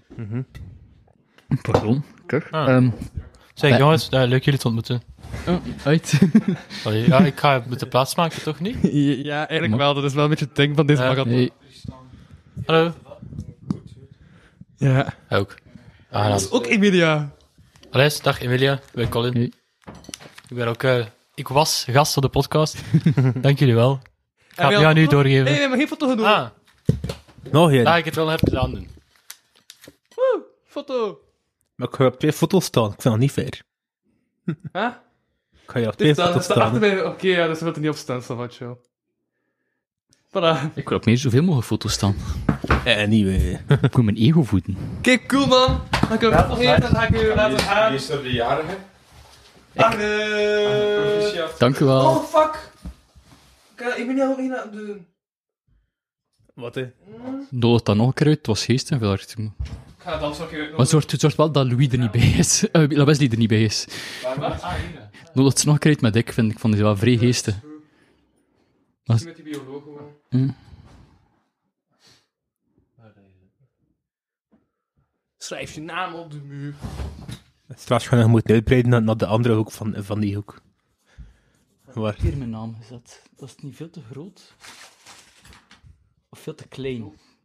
Speaker 3: Pardon.
Speaker 9: Zeg jongens, leuk jullie te ontmoeten.
Speaker 3: Uit.
Speaker 9: Ja, ik ga moeten plaatsmaken, toch niet?
Speaker 2: Ja, eigenlijk wel. Dat is wel een beetje het ding van deze marathon.
Speaker 3: Hey.
Speaker 9: Hallo.
Speaker 2: Ja.
Speaker 9: Ook.
Speaker 2: Dat is ook Emilia.
Speaker 9: Allee, dag Emilia. Ik ben Colin.
Speaker 3: Hey.
Speaker 9: Ik ben ook... ik was gast op de podcast. Dank jullie wel. Ik ga het jou nu doorgeven.
Speaker 2: Nee, maar geen foto gaan doen.
Speaker 11: Nog één.
Speaker 9: Laat ik het wel heb gedaan doen.
Speaker 2: Woe, foto.
Speaker 11: Maar ik ga op 2 foto's staan. Ik vind dat niet fair.
Speaker 2: Huh?
Speaker 11: Ik ga je op 2 foto's staan.
Speaker 2: Oké, dus we moeten niet opstaan, zo wat show. Voilà.
Speaker 3: Ik wil op meer zoveel mogelijk foto's staan.
Speaker 11: Anyway.
Speaker 3: Ik moet mijn ego voeden.
Speaker 2: Kijk, cool man. Dan kunnen we nog even, dan ga ik u laten gaan.
Speaker 12: Wie is er de jarige?
Speaker 2: Agnes.
Speaker 3: Dank u wel.
Speaker 2: Oh, fuck. Ik ben niet al in aan het doen.
Speaker 11: Wat, hè?
Speaker 3: Nodig dat nog een keer uit. Het was geestig.
Speaker 2: Ik ga het anders nog even
Speaker 3: Maar zorg wel dat Louis er niet bij is. Dat Wesley er niet bij is.
Speaker 2: Wat?
Speaker 3: Nodig het nog een keer uit met Dick, vind ik. Vond die wel vrij geestig.
Speaker 2: Met die bioloog gewoon. Schrijf je naam op de muur.
Speaker 11: Straks gaan we moeten uitbreiden naar de andere hoek van die hoek. Waar?
Speaker 3: Hier mijn naam gezet. Dat is niet veel te groot. Of veel te klein.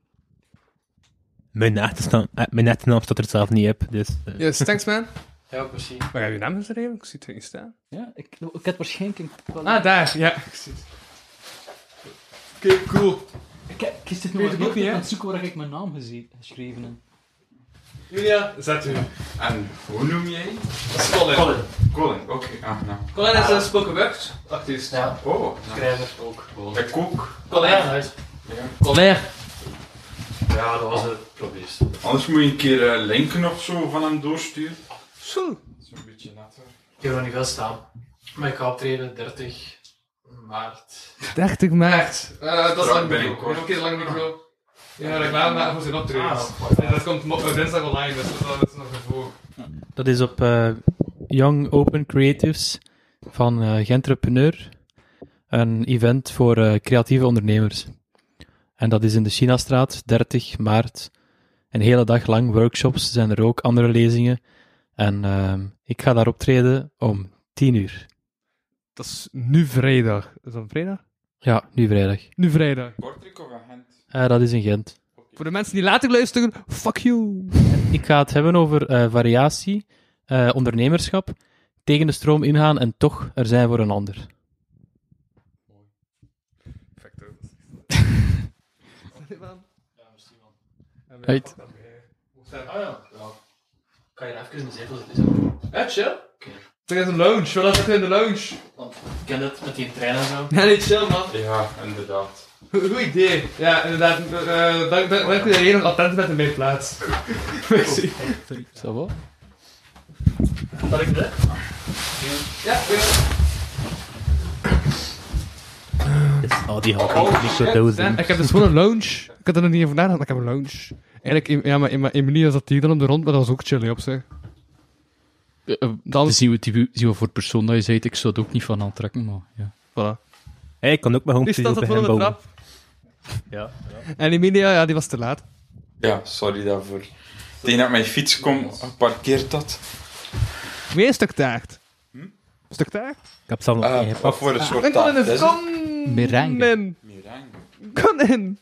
Speaker 11: Mijn echte naam staat er zelf niet op, dus...
Speaker 2: Yes, thanks man.
Speaker 9: Ja, precies.
Speaker 2: Waar ga je naam geschreven? Ik zie het er niet staan.
Speaker 3: Ja, ik had waarschijnlijk een...
Speaker 2: Ah, daar. Ja, ik zie het. Oké, cool.
Speaker 3: Ik zit
Speaker 2: Weet ik ook niet, hè?
Speaker 3: aan het zoeken waar ik mijn naam geschreven heb.
Speaker 2: Julia, zet u.
Speaker 12: En hoe noem jij?
Speaker 2: Dat is Colin.
Speaker 12: Colin, oké. Nou.
Speaker 2: Colin is een spoken word artiest.
Speaker 9: Ja.
Speaker 12: Oh,
Speaker 9: Schrijver ook. Gewoon.
Speaker 12: ik ook.
Speaker 2: Colin.
Speaker 9: Ja, nice.
Speaker 2: Colin.
Speaker 9: Ja, dat was het probleem.
Speaker 12: Anders moet je een keer linken of zo van hem doorsturen.
Speaker 2: Zo.
Speaker 12: Zo'n beetje netter.
Speaker 9: Ik heb er nog niet veel staan. Maar ik ga optreden 30 maart.
Speaker 2: 30 maart. Dat is lang
Speaker 12: binnenkort.
Speaker 2: nog. Oké, lang micro. Ja, reclame maken voor zijn optredens. Dat komt dinsdag online, dus dat is nog ervoor.
Speaker 9: Dat is op Young Open Creatives van Gentrepreneur. een event voor creatieve ondernemers. En dat is in de Chinastraat, 30 maart. Een hele dag lang workshops, zijn er ook andere lezingen. En ik ga daar optreden om 10:00.
Speaker 2: Dat is nu vrijdag. Is dat vrijdag?
Speaker 9: Ja, nu vrijdag.
Speaker 2: Nu vrijdag.
Speaker 12: Kortrijk of in Gent?
Speaker 9: Dat is in Gent.
Speaker 2: Voor de mensen die later luisteren, fuck you.
Speaker 9: Ik ga het hebben over variatie, ondernemerschap, tegen de stroom ingaan en toch er zijn voor een ander. Uit. Kan je even in de zetel zitten? Chill.
Speaker 2: Er is een lounge, we laten in de lounge.
Speaker 9: Want ik ken het met die trein en zo.
Speaker 2: Ja, nee, chill man.
Speaker 12: Ja, inderdaad.
Speaker 2: Goed idee. Ja, inderdaad. Dan kun je heel attent met in mijn plaats. Merci.
Speaker 9: Ça va?
Speaker 2: Zal ik het? Ja,
Speaker 11: Die had ik zo dozen.
Speaker 2: Ik heb dus gewoon een lounge. Ik had er nog niet over nagedacht, maar ik heb een lounge. Eigenlijk, ja, maar Emilia zat hier dan op de rond, maar dat was ook chill op zich.
Speaker 3: Dan zien we voor persoon dat je zei, ik zou het ook niet van aantrekken, maar ja.
Speaker 2: Voilà.
Speaker 11: Hey, ik kan ook mijn
Speaker 2: Die
Speaker 11: homepage
Speaker 2: staat
Speaker 11: over
Speaker 2: dat
Speaker 11: hem
Speaker 2: gewoon op de
Speaker 11: bouwen.
Speaker 2: trap.
Speaker 11: Ja.
Speaker 2: En Emilia, ja, die was te laat.
Speaker 12: Ja, sorry daarvoor. Tegen dat mijn fiets kom, geparkeerd had.
Speaker 2: Weer een stuk taart. Een stuk taart?
Speaker 11: Ik heb zelf nog geen
Speaker 12: Wat
Speaker 11: gepakt.
Speaker 12: voor een soort
Speaker 2: Kom
Speaker 12: taart
Speaker 2: in,
Speaker 12: is
Speaker 2: kom
Speaker 12: het?
Speaker 3: Meringue.
Speaker 2: in. Kom in.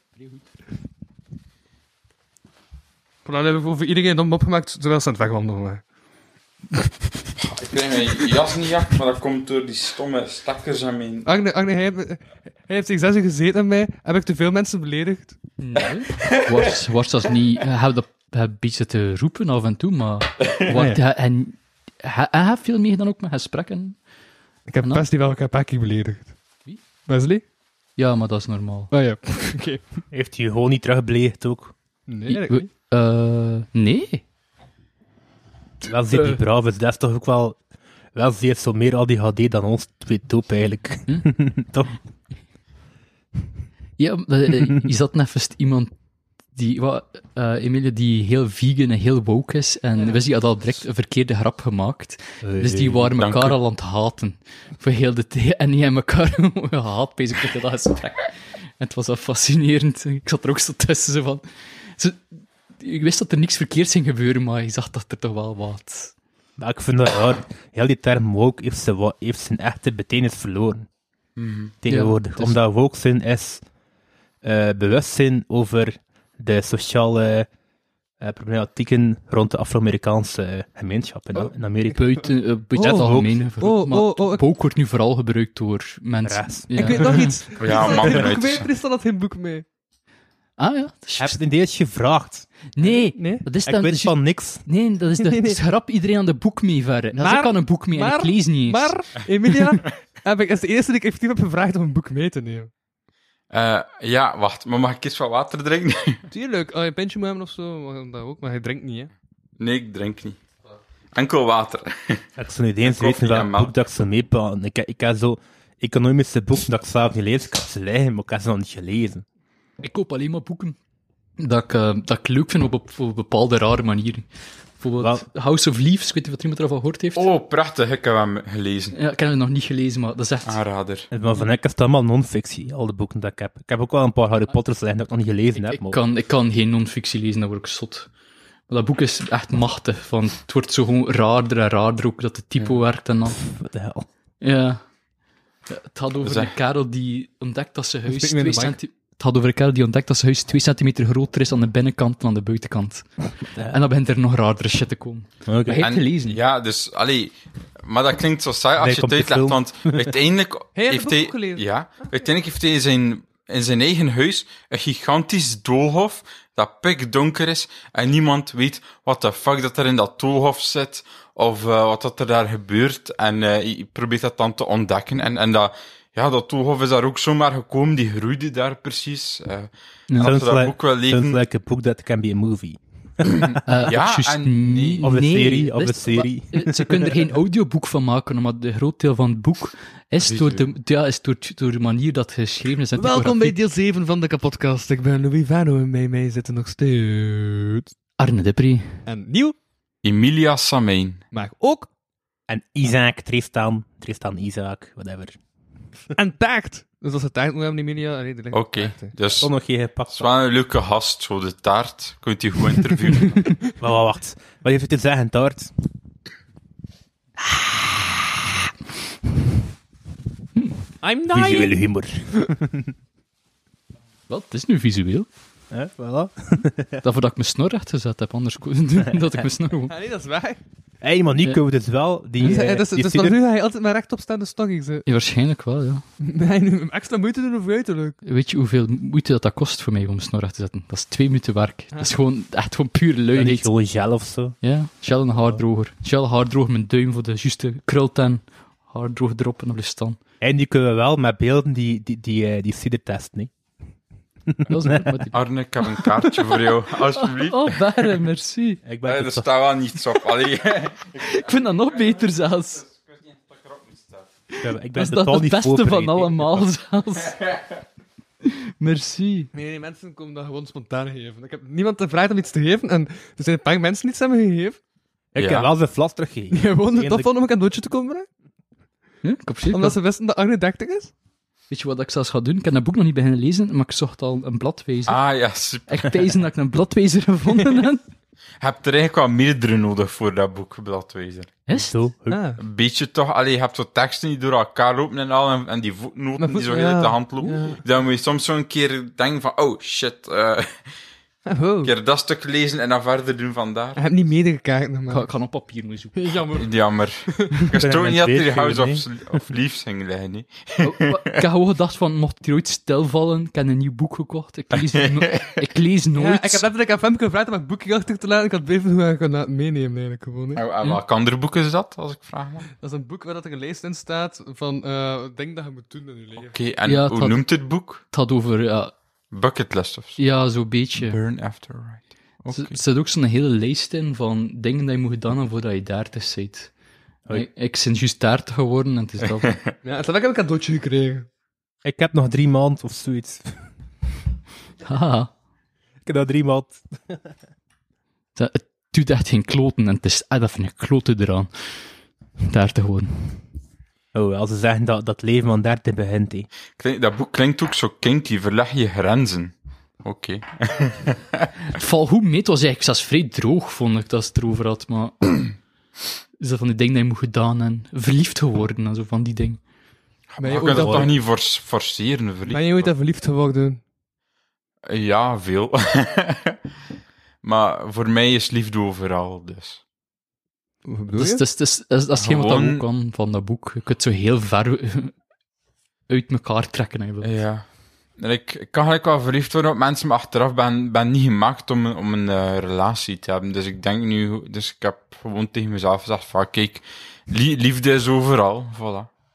Speaker 2: Voilà, dan hebben we voor iedereen dan opgemaakt, terwijl ze aan het wegwandelen waren.
Speaker 12: Ik krijg mijn jas niet af, maar dat komt door die stomme stekkers aan mijn...
Speaker 2: Agne, hij heeft zich 6 uur gezeten aan mij. Heb ik te veel mensen beledigd?
Speaker 3: Nee. Was dat niet... Heb een beetje te roepen af en toe, maar... En heb veel mee dan ook met gesprekken?
Speaker 2: Ik heb best die wel een pakje beledigd.
Speaker 3: Wie?
Speaker 2: Wesley?
Speaker 3: Ja, maar dat is normaal.
Speaker 2: Oh ja, oké.
Speaker 11: Heeft hij gewoon niet terugbeledigd ook?
Speaker 2: Nee, dat niet.
Speaker 3: Nee.
Speaker 11: Wel zit die braaf is, dat is toch ook wel... Wel ze heeft zo meer ADHD dan ons twee top eigenlijk. Toch?
Speaker 3: Ja, is dat net vast iemand die... Emilia, die heel vegan en heel woke is. En Wesley had al direct een verkeerde grap gemaakt. Dus die waren elkaar al aan het haten. Voor heel de tijd. En die hebben elkaar gehaat, bezig met dat gesprek. En het was wel fascinerend. Ik zat er ook zo tussen, zo van... Ik wist dat er niks verkeerds ging gebeuren, maar je zag dat er toch wel wat...
Speaker 11: Maar ik vind dat raar. Heel die term woke heeft zijn echte betekenis verloren. Tegenwoordig.
Speaker 3: Ja, dus...
Speaker 11: Omdat woke zijn is bewustzijn over de sociale problematieken rond de Afro-Amerikaanse gemeenschap in Amerika.
Speaker 3: Buiten het algemeen. Woke wordt nu vooral gebruikt door mensen.
Speaker 2: Ja. Ik weet nog iets.
Speaker 12: Ja, man,
Speaker 2: Er is dan dat geen boek mee.
Speaker 3: Ah ja.
Speaker 11: Heb je het eens gevraagd?
Speaker 3: Nee. Dat is
Speaker 11: ik weet van niks.
Speaker 3: Nee, dat is de grap iedereen aan de boek mee verren. Dat is ook aan een boek mee en ik lees niet eens.
Speaker 2: Maar, Emilia, is de eerste die ik effectief heb gevraagd om een boek mee te nemen.
Speaker 12: Ja, wacht, maar mag ik eens wat water drinken?
Speaker 2: Tuurlijk, als je een pintje moet hebben of zo, dat ook, maar hij drinkt niet, hè.
Speaker 12: Nee, ik drink niet. Enkel water.
Speaker 11: Ik zou niet eens weten welk boek dat ik zou meepakken. Ik heb zo economische boeken dat ik zelf niet lees. Ik heb ze liggen, maar ik heb ze nog niet gelezen.
Speaker 3: Ik koop alleen maar boeken dat ik leuk vind op bepaalde rare manieren. Bijvoorbeeld House of Leaves, ik weet niet of iemand ervan gehoord heeft.
Speaker 12: Oh, prachtig, ik heb hem gelezen.
Speaker 3: Ja, ik heb het nog niet gelezen, maar dat is echt...
Speaker 12: Aanrader.
Speaker 11: Maar van ik is het allemaal non-fictie, al de boeken dat ik heb. Ik heb ook wel een paar Harry Potters liggen dat ik nog niet gelezen heb.
Speaker 3: Ik kan geen non-fictie lezen, dan word ik zot. Maar dat boek is echt machtig, van het wordt zo gewoon raarder en raarder ook, dat de typo werkt en dan...
Speaker 11: Wat de hel.
Speaker 3: Ja. Het gaat over een kerel die ontdekt dat zijn huis 2 centimeter... Het gaat over een kerel die ontdekt dat zijn huis 2 centimeter groter is aan de binnenkant dan aan de buitenkant. En dan begint er nog raardere shit te komen.
Speaker 11: Okay.
Speaker 3: Maar hij heeft gelezen.
Speaker 12: Ja, dus, maar dat klinkt zo saai als je het uitlegt, want uiteindelijk heeft hij in zijn eigen huis een gigantisch doolhof dat pikdonker is en niemand weet wat de fuck dat er in dat doolhof zit of wat dat er daar gebeurt en je probeert dat dan te ontdekken en dat... Ja, dat doolhof is daar ook zomaar gekomen, die groeide daar precies.
Speaker 11: Sounds like a book that can be a movie.
Speaker 12: Ja,
Speaker 11: nee. Of een serie, of een serie.
Speaker 3: Ze kunnen er geen audioboek van maken, maar de groot deel van het boek is door de manier dat het geschreven is.
Speaker 2: Welkom bij deel 7 van de kapotkast. Ik ben Louis Vano en bij mij zitten nog steeds...
Speaker 3: Arne Depree.
Speaker 2: En nieuw...
Speaker 12: Emilia Samijn.
Speaker 2: Maar ook...
Speaker 11: En Isaac, Tristan Isaac, whatever.
Speaker 2: En taart. Dus als ze taart moet hebben, die media...
Speaker 6: Oké, dus...
Speaker 11: Toch nog geen gepakt.
Speaker 6: Het is wel een leuke gast, zo de taart. Kunt u goed interviewen.
Speaker 11: Maar wacht. Wat heeft u te zeggen, taart?
Speaker 2: I'm dying.
Speaker 11: Visuele humor.
Speaker 3: Wat? Het is nu visueel.
Speaker 11: Voilà.
Speaker 3: Daarvoor dat ik mijn snor recht gezet heb, anders kon dat ik mijn snor gewoon...
Speaker 2: Nee, dat is waar.
Speaker 11: Hé, maar Nico, dus wel...
Speaker 2: Dus van nu ga je altijd met rechtopstaande stockings.
Speaker 3: Ja, waarschijnlijk wel, ja.
Speaker 2: Nee, nu extra moeite doen of uiterlijk.
Speaker 3: Weet je hoeveel moeite dat kost voor mij om mijn snor recht te zetten? Dat is 2 minuten werk. Dat is gewoon echt gewoon puur luiheid.
Speaker 11: Niet gewoon gel of zo?
Speaker 3: Ja, gel en haardroger. Gel, haardroger, mijn duim voor de juiste krult en haardroger erop en op de stand.
Speaker 11: En die kunnen we wel met beelden die cidertest, nee?
Speaker 12: Arne, ik heb een kaartje voor jou, alsjeblieft.
Speaker 3: Oh, Barre, merci.
Speaker 12: Er staat wel niets op. Allee.
Speaker 3: Ik vind dat nog beter zelfs.
Speaker 11: Ik
Speaker 3: ben dat het beste van allemaal zelfs. Merci.
Speaker 2: Nee, mensen komen dat gewoon spontaan geven. Ik heb niemand gevraagd om iets te geven en er zijn een paar mensen iets hebben gegeven.
Speaker 11: Ik heb wel zijn flas teruggegeven.
Speaker 2: Gewoon de top van om een cadeautje te komen brengen. Omdat ze wisten dat Arne 30 is.
Speaker 3: Weet je wat ik zelfs ga doen? Ik heb dat boek nog niet beginnen lezen, maar ik zocht al een bladwijzer.
Speaker 12: Ah ja, super.
Speaker 3: Ik pijzen dat ik een bladwijzer gevonden heb.
Speaker 12: Je hebt er eigenlijk wel meerdere nodig voor dat boek, bladwijzer.
Speaker 3: Is
Speaker 11: zo?
Speaker 12: Een beetje toch. Allee, je hebt zo teksten die door elkaar lopen en al, en die voetnoten die zo heel uit de hand lopen. Ja. Dan moet je soms zo een keer denken van, oh shit, een keer dat stuk lezen en dan verder doen vandaar.
Speaker 2: Ik heb niet medegekeken nog maar.
Speaker 3: Ik ga op papier moeten zoeken.
Speaker 12: Jammer. Ik stoot niet dat die House of Leaves ging liggen, nee.
Speaker 3: Ik heb gewoon gedacht van, mocht hij ooit stilvallen, ik heb een nieuw boek gekocht. Ik lees nooit.
Speaker 2: Ja, ik heb letterlijk aan Femke gevraagd om een boekje achter te laten. Ik had even hoe ik kon laten meenemen, eigenlijk gewoon.
Speaker 12: En welk ander boek is dat, als ik vraag mag?
Speaker 2: Dat is een boek waar dat er een lijst in staat van dingen dat je moet doen in je leven.
Speaker 12: Oké, en hoe noemt dit boek?
Speaker 3: Het gaat over...
Speaker 12: Bucketlist of zo?
Speaker 3: Ja, zo'n beetje.
Speaker 12: Burn after right.
Speaker 3: Er zit ook zo'n hele lijst in van dingen dat je moet gedaan hebben voordat je 30 bent. Ik ben juist 30 geworden en het is dat.
Speaker 2: Ja, het heb ik een cadeautje gekregen.
Speaker 11: Ik heb nog 3 maanden of zoiets.
Speaker 3: Haha.
Speaker 11: Ik heb nog 3 maanden.
Speaker 3: Het doet echt geen kloten en het is dat vind ik kloten eraan. 30 worden.
Speaker 11: Oh, als ze zeggen dat het leven van 30 begint, hé.
Speaker 12: Dat boek klinkt ook zo kinky, verleg je grenzen. Oké.
Speaker 3: Het valt goed mee, het was eigenlijk zelfs vrij droog, vond ik, dat ze het erover had, maar... is dat van die dingen dat je moet gedaan en verliefd geworden en zo van die dingen.
Speaker 12: Maar je kunt dat toch niet forceren, verliefd?
Speaker 2: Ben je ooit verliefd geworden?
Speaker 12: Ja, veel. Maar voor mij is liefde overal, dus...
Speaker 2: Hoe bedoel je?
Speaker 3: Dat is geen wat dat ook kan van dat boek. Je kunt zo heel ver uit elkaar trekken. Eigenlijk.
Speaker 12: Ja. En ik kan eigenlijk wel verliefd worden op mensen, maar achteraf ben niet gemaakt om een relatie te hebben. Dus ik denk nu... Dus ik heb gewoon tegen mezelf gezegd van, kijk, liefde is overal. Voilà.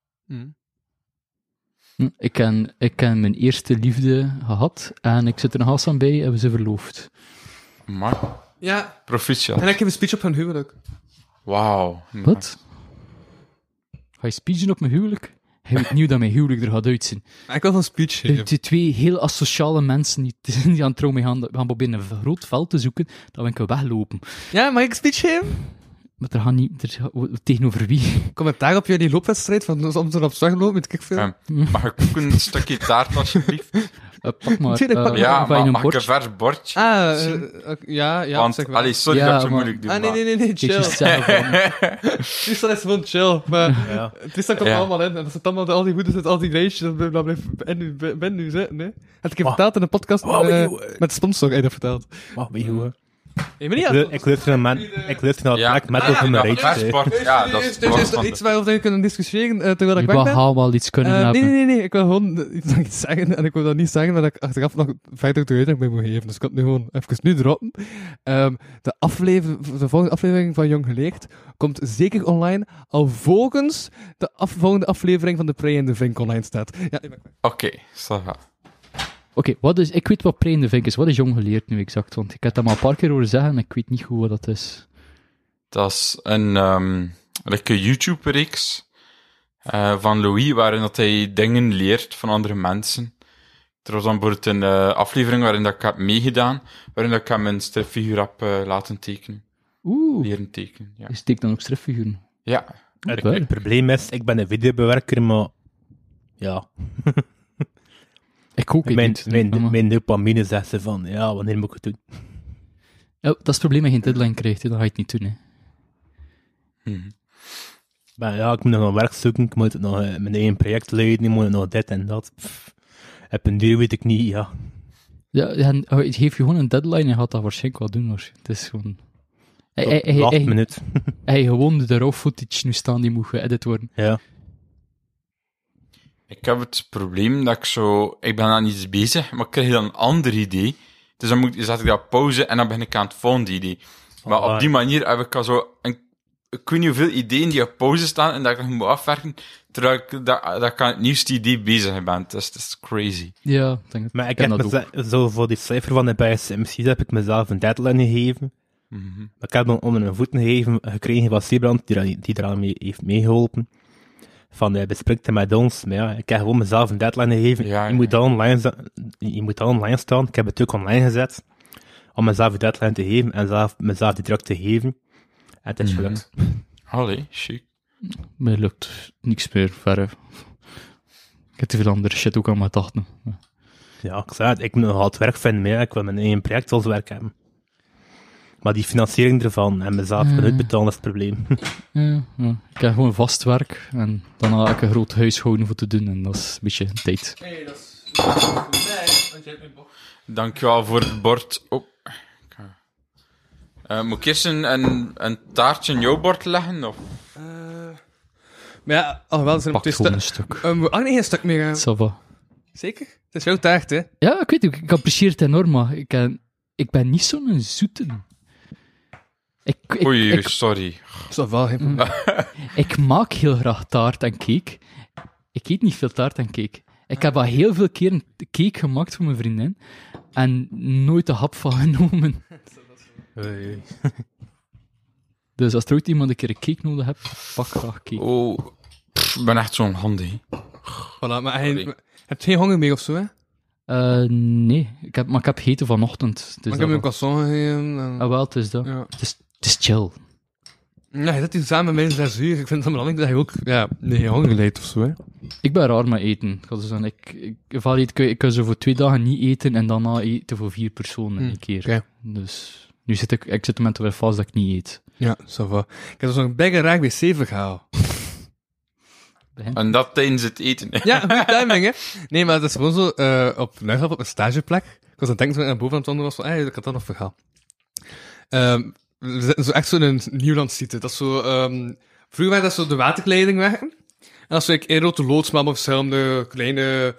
Speaker 3: Ik heb mijn eerste liefde gehad en ik zit er nog als aan bij en we zijn verloofd.
Speaker 12: Maar...
Speaker 2: Ja.
Speaker 12: Proficiat.
Speaker 2: En ik heb een speech op hun huwelijk.
Speaker 12: Wauw.
Speaker 3: Wat? Ga je speechen op mijn huwelijk? Hij weet niet hoe dat mijn huwelijk er gaat uitzien.
Speaker 2: Ik wil een speech geven.
Speaker 3: Die 2 heel asociale mensen die aan het trouwen gaan proberen een groot veld te zoeken, dat we kunnen weglopen.
Speaker 2: Ja, mag ik een speech geven?
Speaker 3: Maar er gaat niet... tegenover wie?
Speaker 2: Commentaar op jullie loopwedstrijd van soms er op slag lopen met kikveel.
Speaker 12: Mag ik ook een stukje taart, alsjeblieft?
Speaker 3: Pak maar.
Speaker 12: Mag ik een vers bordje?
Speaker 2: Ja.
Speaker 12: Want, sorry dat ik zo moeilijk doe.
Speaker 2: Nee, chill. Tristan is gewoon chill, maar Tristan komt allemaal in en dat zit allemaal, al die hoeden zitten, al die lijstjes, dat blijft ben nu zitten, hè. Had ik je verteld in een podcast met de sponsor, heb je dat verteld.
Speaker 11: Ik luister naar Black Metal van de Rage.
Speaker 12: Ja, dat
Speaker 2: is iets waarover we kunnen discussiëren terwijl ik weg ben.
Speaker 3: We wel iets kunnen hebben.
Speaker 2: Nee, ik wil gewoon iets zeggen en ik wil dat niet zeggen, maar dat ik achteraf nog verder de uitleg mee moet geven. Dus ik kan het nu gewoon even nu droppen. De volgende aflevering van Jong Geleerd komt zeker online, al volgens de volgende aflevering van de Prey in de Vink online staat. Ja,
Speaker 12: Oké, ça va.
Speaker 3: Oké, ik weet wat Prey in de Vink is. Wat is Jong Geleerd nu exact? Want ik heb dat maar een paar keer horen zeggen en ik weet niet goed wat dat is.
Speaker 12: Dat is een YouTube-reeks van Louis, waarin dat hij dingen leert van andere mensen. Er was dan bijvoorbeeld een aflevering waarin dat ik heb meegedaan, waarin dat ik hem een stripfiguur heb laten tekenen. Leren tekenen, ja.
Speaker 3: Je steekt dan ook stripfiguren?
Speaker 12: Ja.
Speaker 11: Het probleem is, ik ben een videobewerker, maar Ja.
Speaker 3: Ik ook niet.
Speaker 11: Mijn dopamine zegt ze van, ja, wanneer moet ik het doen?
Speaker 3: Ja, dat is het probleem als je een deadline krijgt, dan ga je het niet doen. Hè.
Speaker 11: Maar ja, ik moet nog werk zoeken, ik moet nog mijn eigen project leiden, ik moet nog dit en dat. Op een duur weet ik niet, ja.
Speaker 3: Ja, geef je gewoon een deadline en je gaat dat waarschijnlijk wel doen. Hoor. Het is gewoon...
Speaker 11: Laatste minuut.
Speaker 3: Hij gewoon de raw footage nu staan, die moet geëdit worden.
Speaker 11: Ja.
Speaker 12: Ik heb het probleem dat ik ben aan iets bezig, maar ik krijg dan een ander idee. Dus dan zet ik dat pauze en dan ben ik aan het volgende idee. Maar op die manier heb ik al zo ik weet niet hoeveel ideeën die op pauze staan en dat ik nog moet afwerken, terwijl ik aan het nieuwste idee bezig ben. Het is crazy.
Speaker 3: Ja,
Speaker 11: maar ik heb zo voor die cijfer van de BSMC heb ik mezelf een deadline gegeven. Maar ik heb dan onder mijn voeten gekregen van Sebrand, die eraan heeft meegeholpen. Van bespreek het met ons. Maar ja, ik heb gewoon mezelf een deadline gegeven. Je moet online staan. Ik heb het ook online gezet. Om mezelf een deadline te geven en mezelf die druk te geven. En het is gelukt.
Speaker 12: Allee, chic.
Speaker 3: Mij lukt niks meer verder. Ik heb te veel andere shit ook aan mijn dachten.
Speaker 11: Ja, ik zei het. Ik moet nog wat werk vinden. Maar ik wil mijn eigen project als werk hebben. Maar die financiering ervan en mezelf kunnen uitbetalen is het probleem.
Speaker 3: Ja. Ik heb gewoon vast werk en dan heb ik een groot huishouden voor te doen en dat is een beetje tijd.
Speaker 2: Hey, dat is voor mij, want jij hebt mijn bord.
Speaker 12: Dankjewel voor het bord. Moet ik eerst een taartje in jouw bord leggen? Of?
Speaker 2: Maar ja, alhoewel, zijn er twee
Speaker 3: een stuk.
Speaker 2: Moet ook niet een stuk meer gaan.
Speaker 3: Sava.
Speaker 2: Zeker? Het is jouw taart, hè?
Speaker 3: Ja, ik weet het. Ik apprecieer het enorm, maar ik ben niet zo'n zoete.
Speaker 12: Oei, sorry.
Speaker 3: Ik maak heel graag taart en cake. Ik eet niet veel taart en cake. Ik heb al heel veel keer een cake gemaakt voor mijn vriendin en nooit een hap van genomen. Dus als er ooit iemand een keer een cake nodig hebt, pak graag cake.
Speaker 12: Oh, ik ben echt zo'n handig.
Speaker 2: Voilà, maar je hebt geen honger meer of zo, hè?
Speaker 3: Nee, ik heb gegeten vanochtend. Dus
Speaker 2: ik heb een croissant gegeven.
Speaker 3: Wel, het is dat. Ja. Het is chill.
Speaker 2: Ja, je zit hier samen met 6 uur. Ik vind het belangrijk dat je ook geen honger lijdt of zo, hè?
Speaker 3: Ik ben raar met eten. Ik kan zo voor 2 dagen niet eten en daarna eten voor 4 personen een keer.
Speaker 2: Okay.
Speaker 3: Dus nu zit ik zit er met wel vast dat ik niet eet.
Speaker 2: Ja, ça va. Ik heb dus nog een bijna raar wc-verhaal.
Speaker 12: En dat tijdens het eten.
Speaker 2: Ja, goede timing, hè? Nee, maar het is gewoon zo, op Luigrap op een stageplek. Ik was aan het denken toen ik naar boven aan het wandelen was van, ik had dat nog verhaal. We zitten zo echt zo in een Nieuwland zitten. Dat is zo, vroeger waren dat zo de waterleiding weg. En dat is zo een rode loods, maar verschillende kleine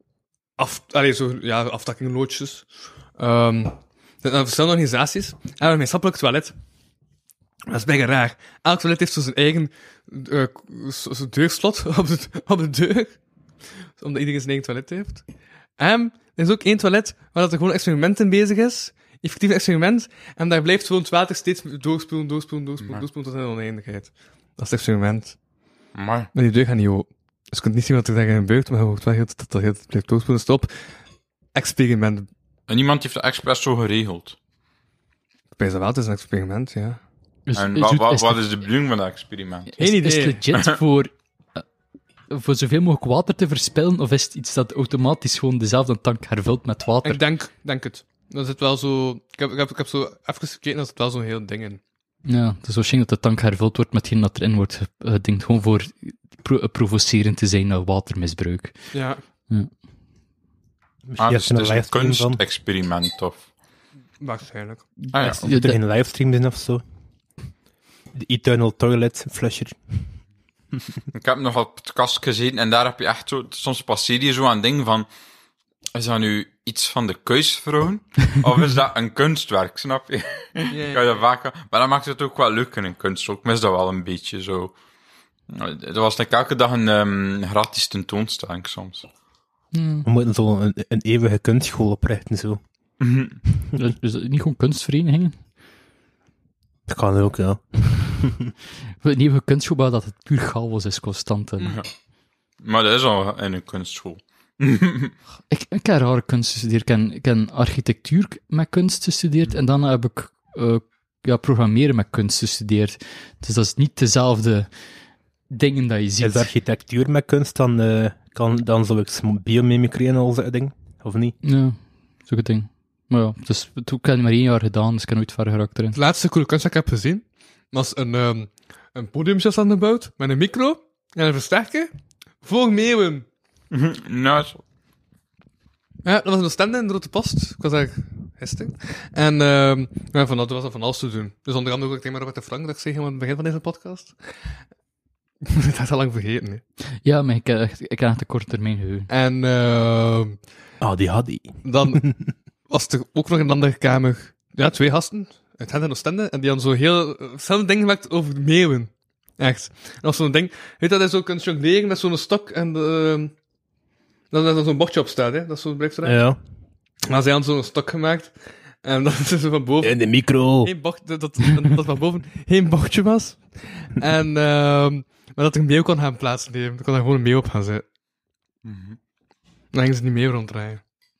Speaker 2: aftakkingenloodjes. Er zijn verschillende organisaties. En we hebben een gemeenschappelijk toilet. Dat is bijna raar. Elk toilet heeft zo zijn eigen deurslot op de deur. Omdat iedereen zijn eigen toilet heeft. En er is ook één toilet waar er gewoon een experiment in bezig is. Effectief experiment. En daar blijft gewoon het water steeds doorspoelen tot in de oneindigheid. Dat is het experiment. Maar die deur gaat niet open. Dus je kunt niet zien wat er daar gebeurt, maar je hoort wel dat het blijft doorspoelen. Stop. Experiment.
Speaker 12: En iemand heeft dat expres zo geregeld?
Speaker 2: Ik weet wel, het is een experiment, ja.
Speaker 12: En wat is de bedoeling van dat experiment?
Speaker 3: Is het legit voor zoveel mogelijk water te verspillen, of is het iets dat automatisch gewoon dezelfde tank hervult met water?
Speaker 2: Ik denk het. Dat zit wel zo... Ik heb zo even gekeken, dat zit wel zo'n heel ding in.
Speaker 3: Ja, het is waarschijnlijk dat de tank hervuld wordt met hetgeen dat erin wordt gedinkt, gewoon voor provocerend te zijn naar watermisbruik.
Speaker 2: Ja.
Speaker 12: Dus het is een kunstexperiment, of?
Speaker 2: Waarschijnlijk.
Speaker 11: Moet er geen livestream in of zo? De Eternal Toilet Flusher.
Speaker 12: Ik heb nog op het kast gezeten en daar heb je echt zo... Soms passeer je zo aan dingen van... Is dat nu iets van de keusvrouwen? Of is dat een kunstwerk, snap je? Kan je dat vaak... Maar dat maakt het ook wel leuk in een kunstwerk. Ik mis dat wel een beetje zo. Er was elke dag een gratis tentoonstelling soms.
Speaker 11: We moeten zo een eeuwige kunstschool oprichten, zo.
Speaker 3: Is dat niet gewoon kunstverenigingen?
Speaker 11: Dat kan ook, ja.
Speaker 3: Een eeuwige kunstschool, maar dat het puur chaos is, constant.
Speaker 12: Ja. Maar dat is al in een kunstschool.
Speaker 3: Ik heb rare kunst gestudeerd. Ik heb architectuur met kunst gestudeerd en dan heb ik programmeren met kunst gestudeerd. Dus dat is niet dezelfde dingen dat je ziet.
Speaker 11: Is architectuur met kunst, dan zou ik biomimicry en al zo'n ding, of niet?
Speaker 3: Ja, zo'n ding. Maar ja, dus, ik heb het maar 1 jaar gedaan, dus ik kan nooit ver geraakt erin.
Speaker 2: Het laatste coole kunst dat ik heb gezien, was een podiumtje aan de boot, met een micro en een versterker, voor meeuwen.
Speaker 12: Nice.
Speaker 2: Ja, dat was een stand in de Rote Post. Ik was eigenlijk gisteren. En dat was van alles te doen. Dus onder andere ook tegen Robert de Frank, dat ik zeg aan het begin van deze podcast. Ik heb het al lang vergeten, hè.
Speaker 3: Ja, maar ik heb echt een korte termijn geheugen.
Speaker 2: En
Speaker 11: die had die.
Speaker 2: Dan was er ook nog in een andere kamer 2 gasten uit Gent en Oostende, en die hadden zo heel hetzelfde ding gemaakt over de meeuwen. Echt. En dat was zo'n ding, weet dat je zo kunt jongleren met zo'n stok en dat er zo'n bordje op staat, hè. Dat is zo'n blijft
Speaker 11: Ja.
Speaker 2: Maar zij hadden zo'n stok gemaakt, en dat is zo van boven...
Speaker 11: In de micro.
Speaker 2: Geen bocht, dat van boven geen bochtje was. En, maar dat er een meeuw kon gaan plaatsnemen. Er kon daar gewoon een meeuw op gaan zitten. Dan gingen ze niet meer ronddraaien.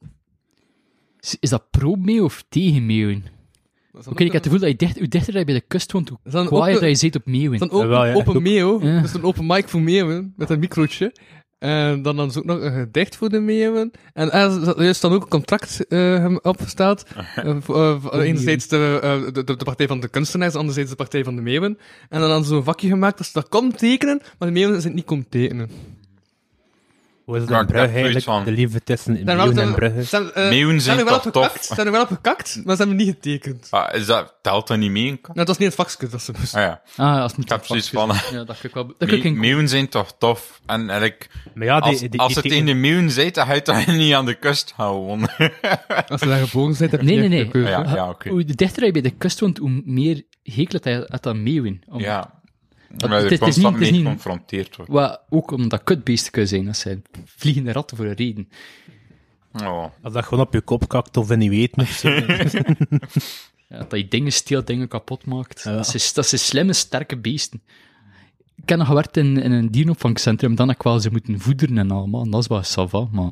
Speaker 3: Is dat pro-meeuw of tegen meeuwen? Oké, ik heb het gevoel dat hoe dichter je bij de kust woont, hoe kwaaier dat je zit op meeuwen.
Speaker 2: Dan ook een open meeuw, dus een open mic voor meeuwen, met een microotje. En dan is ook nog een gedicht voor de meeuwen. En er is dan ook een contract opgesteld. Enerzijds de partij van de kunstenaars, anderzijds de partij van de meeuwen. En dan hadden ze zo'n vakje gemaakt dat ze dat kon tekenen, maar de meeuwen zijn het niet kon tekenen.
Speaker 11: Hoe is het in Brugge eigenlijk? De liefde tussen meeuwen en Brugge?
Speaker 12: Meeuwen zijn toch tof?
Speaker 2: Ze hebben er wel op gekakt, maar ze hebben niet getekend.
Speaker 12: Telt dat niet mee?
Speaker 2: Nou, dat was niet het vakje dat ze moesten.
Speaker 12: Ah ja.
Speaker 3: Als het
Speaker 12: ik heb zoiets van...
Speaker 3: Ja, dat ik wel...
Speaker 12: Meeuwen zijn toch tof? En eigenlijk...
Speaker 11: Maar ja,
Speaker 12: als het in de meeuwen zit, dan ga je toch niet aan de kust houden.
Speaker 2: Als ze daar gebogen zijn, heb je
Speaker 3: Nee.
Speaker 12: Ja, oké.
Speaker 3: Hoe dichter je bij de kust woont, hoe meer hekelt hij aan meeuwen.
Speaker 12: Ja. Maar er constant mee geconfronteerd wordt.
Speaker 3: Wat ook omdat kutbeesten kunnen zijn. Dat zijn vliegende ratten voor een reden.
Speaker 12: Oh.
Speaker 11: Als dat gewoon op je kop kakt of niet weten of zo.
Speaker 3: Ja, dat je dingen steelt, dingen kapot maakt. Ja. Dat zijn slimme, sterke beesten. Ik heb nog gewerkt in een dierenopvangcentrum, dan heb ik wel ze moeten voederen en allemaal. En dat is wel sava, maar...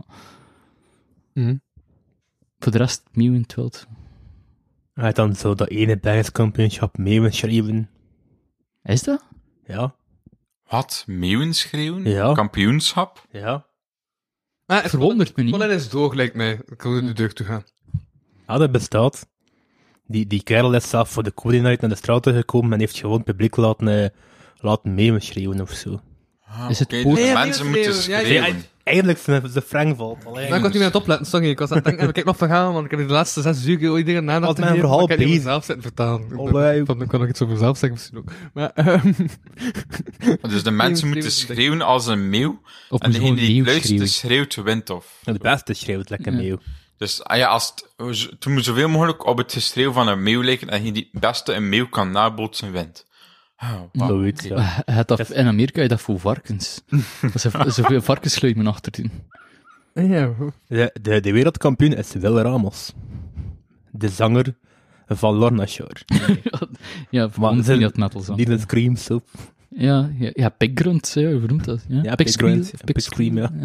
Speaker 3: Voor de rest, meeuwen in het wild.
Speaker 11: Hij had dan zo dat ene bergskampioenschap meeuwen schreeuwen.
Speaker 3: Is dat?
Speaker 11: Ja.
Speaker 12: Wat? Meeuwen schreeuwen?
Speaker 11: Ja.
Speaker 12: Kampioenschap?
Speaker 11: Ja.
Speaker 2: Maar het
Speaker 3: verwondert me niet.
Speaker 2: Colin is doog, lijkt mij. Ik wil in de deur toe gaan.
Speaker 11: Ja, dat bestaat. Die kerel is zelf voor de Comedy Night naar de straat gekomen en heeft gewoon het publiek laten meeuwen schreeuwen of zo.
Speaker 3: Is het
Speaker 12: mensen moeten schreeuwen.
Speaker 11: Eigenlijk zijn ze frank valt.
Speaker 2: Maar ik was niet meer aan het opletten, sorry. Ik was aan het denken, heb ik nog verhaal, want ik heb de laatste 6 uur iedereen na
Speaker 11: Wat mijn verhaal
Speaker 2: ik kan niet
Speaker 11: bezig.
Speaker 2: mezelf zitten vertalen. Ik kan nog iets over mezelf zeggen misschien ook. Maar,
Speaker 12: dus de mensen moeten schreeuwen als een meeuw,
Speaker 3: of
Speaker 12: en degene die het luidste schreeuwt, wint of...
Speaker 11: De beste schreeuwt lekker meeuw.
Speaker 12: Dus als het moet zoveel mogelijk op het geschreeuw van een meeuw lijken, en die het beste een meeuw kan nabootsen, wint.
Speaker 11: Zoiets, ja.
Speaker 3: In Amerika heb je dat voor varkens. Zoveel varkensgeluid men achter doen.
Speaker 2: Ja.
Speaker 11: De wereldkampioen is Will Ramos. De zanger van Lorna Shore.
Speaker 3: Ja, van die metal zang.
Speaker 11: Die Scream Soap.
Speaker 3: Ja, Pickgrunt, hoe noemt dat?
Speaker 11: Ja, Pickgrunt. Pickscream, ja.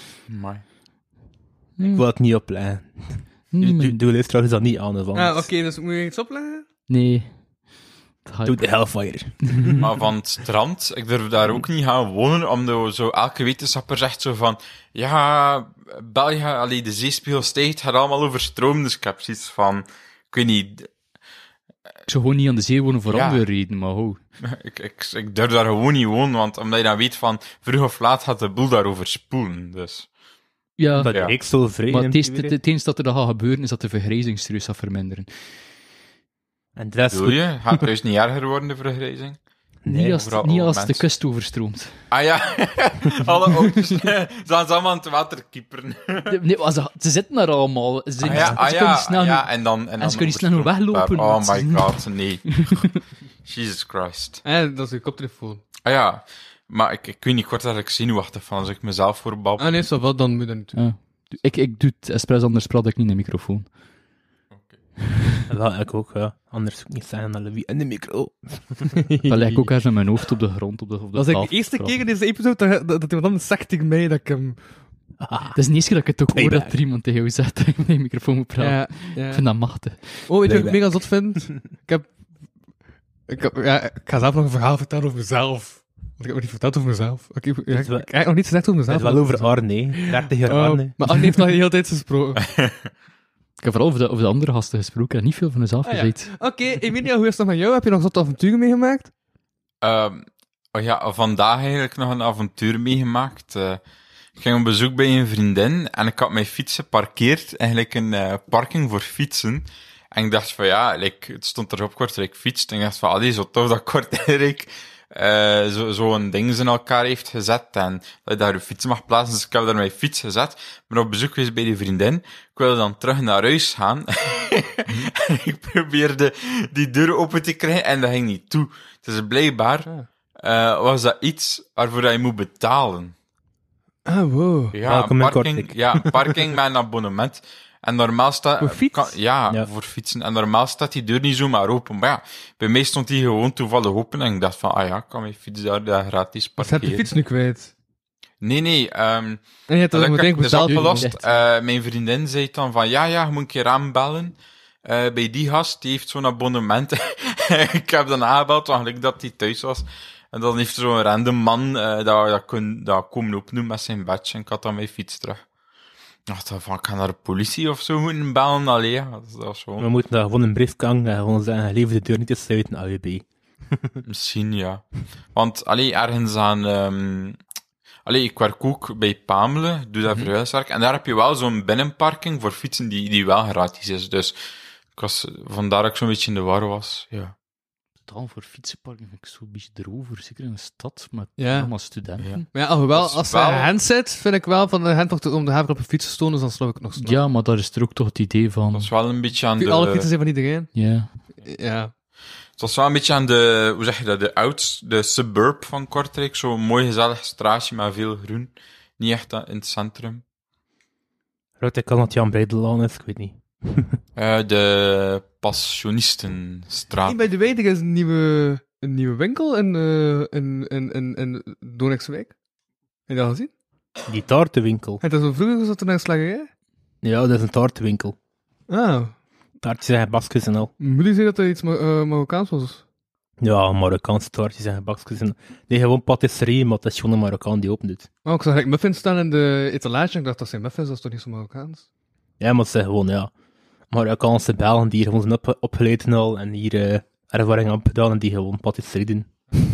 Speaker 11: Ik wil het niet opleggen. Doe luisteraar is dat niet aan.
Speaker 2: Oké, dus moet je iets opleggen?
Speaker 3: Nee.
Speaker 11: Doe de Hellfire.
Speaker 12: Maar van het strand, ik durf daar ook niet gaan wonen, omdat zo elke wetenschapper zegt zo van, ja, België, de zeespiegel stijgt, het gaat allemaal overstromen, dus ik heb zoiets van, ik weet niet...
Speaker 3: Ik zou gewoon niet aan de zee wonen voor andere redenen, maar ho.
Speaker 12: Ik durf daar gewoon niet wonen, want omdat je dan weet van, vroeg of laat gaat de boel daarover spoelen, dus...
Speaker 3: Ja,
Speaker 11: dat ik zo vrij.
Speaker 3: Maar het enige dat er dan gaat gebeuren, is dat de vergrijzing serieus gaat verminderen.
Speaker 11: En de rest
Speaker 12: bedoel je? Gaat het juist niet erger worden, de vergrijzing?
Speaker 3: Nee, niet als de kust overstroomt.
Speaker 12: Ah ja, alle auto's zijn allemaal aan het water kieperen.
Speaker 3: Nee, ze zitten daar allemaal. Ze kunnen snel
Speaker 12: en dan
Speaker 3: ze kunnen snel weglopen.
Speaker 12: Oh my god, nee. Jesus Christ.
Speaker 2: Dat is je koptelefoon.
Speaker 12: Ah ja, maar ik weet niet, ik word eigenlijk zenuwachtig van als ik mezelf voorbab.
Speaker 2: Nee, zo wat, dan moet je dat niet doen.
Speaker 3: Ik doe het expres, anders praat ik niet in de microfoon.
Speaker 11: Dat ik ook, ja. Anders ook niet zijn dan wie in de micro.
Speaker 3: Dan leg ik ook ergens met mijn hoofd op de grond, op de tafel.
Speaker 2: Dat is de eerste keer in deze episode dat iemand anders zegt tegen mij dat ik hem...
Speaker 3: Dat is de eerste keer dat ik het ook hoor dat er iemand tegen jou zegt dat je met de microfoon moet praten. Ja. Ik vind dat machtig.
Speaker 2: Oh, weet je wat ik mega zot vind? Ik ga zelf nog een verhaal vertellen over mezelf. Ik heb nog niet verteld over mezelf. Ik heb nog niet gezegd over mezelf.
Speaker 11: Het is wel over Arne. 30 jaar Arne.
Speaker 2: Maar Arne heeft nog de hele tijd gesproken.
Speaker 3: Ik heb vooral over de andere gasten gesproken en niet veel van mezelf gezegd.
Speaker 2: Oké, Emilia, hoe is het nog met jou? Heb je nog zo'n avonturen meegemaakt?
Speaker 12: Vandaag eigenlijk nog een avontuur meegemaakt. Ik ging op bezoek bij een vriendin en ik had mijn fiets geparkeerd. Eigenlijk een parking voor fietsen. En ik dacht van het stond erop Kortrijk fietst. En ik dacht van, zo tof dat Kortrijk zo'n ding in elkaar heeft gezet. En dat je daar je fiets mag plaatsen. Dus ik heb daar mijn fiets gezet. Maar op bezoek geweest bij die vriendin. Ik wilde dan terug naar huis gaan. En ik probeerde die deur open te krijgen en dat ging niet toe. Dus blijkbaar was dat iets waarvoor je moet betalen.
Speaker 2: Ah, wow.
Speaker 12: Parking met een abonnement. En normaal staat...
Speaker 2: Voor fiets?
Speaker 12: Voor fietsen. En normaal staat die deur niet zomaar open. Maar bij mij stond die gewoon toevallig open. En ik dacht van, ik kan mijn fiets daar gratis parkeren.
Speaker 2: Wat heb je fiets nu kwijt?
Speaker 12: Nee.
Speaker 2: En je hebt dat meteen
Speaker 12: betaald. Het is opgelost. Mijn vriendin zei dan van, je moet een keer aanbellen. Bij die gast, die heeft zo'n abonnement. Ik heb dan aangebeld, eigenlijk dat hij thuis was. En dan heeft zo'n random man dat komen opnoemen met zijn badge. En ik had dan mijn fiets terug. Ik dacht van, ik ga naar de politie of zo moeten bellen. Allee, dat is gewoon...
Speaker 11: We moeten daar gewoon een brief kan en gewoon zeggen, lever de deur niet te sluiten, AWB.
Speaker 12: Misschien, ja. Want, ergens aan... ik werk ook bij Pamelen, doe daar verhuiswerk. En daar heb je wel zo'n binnenparking voor fietsen die wel gratis is. Dus vandaar dat ik zo'n beetje in de war was, ja.
Speaker 3: Betaal voor fietsenparking vind ik zo'n beetje erover. Zeker in een stad met
Speaker 2: Ja.
Speaker 3: allemaal studenten.
Speaker 2: Ja. Maar ja, alhoewel, als er een hand zit, vind ik wel van de hand om de haver op een fiets te stonen, dus dan snap ik het nog snel.
Speaker 3: Ja, maar daar is er ook toch het idee van...
Speaker 12: Dat is wel een beetje aan
Speaker 2: Alle fietsen zijn van iedereen.
Speaker 3: Ja.
Speaker 2: Ja.
Speaker 12: Het was wel een beetje aan de, hoe zeg je dat, de suburb van Kortrijk. Zo'n mooi gezellig straatje met veel groen. Niet echt in het centrum.
Speaker 11: Ik kan dat Jan Breidelaan is, ik weet niet.
Speaker 12: De Passionistenstraat.
Speaker 2: Bij de Weidig is een nieuwe winkel in Doornikswijk. Heb je dat gezien?
Speaker 11: Die taartenwinkel.
Speaker 2: En dat zo vroeger zat er een slagerij?
Speaker 11: Ja, dat is een taartenwinkel.
Speaker 2: Ah.
Speaker 11: Taartjes en gebakjes en al.
Speaker 2: Moet je zeggen dat er iets Marokkaans was?
Speaker 11: Ja, Marokkaanse taartjes en gebakjes en... Nee, gewoon patisserie, maar dat is gewoon een Marokkaan die open doet.
Speaker 2: Ik zag eigenlijk muffins staan in de etalage en ik dacht, dat zijn muffins, dat is toch niet zo Marokkaans?
Speaker 11: Ja, maar het zijn gewoon, Marokkaanse Belgen die hier gewoon zijn opgeleid en al, en hier ervaring opgedaan en die gewoon patisserie doen.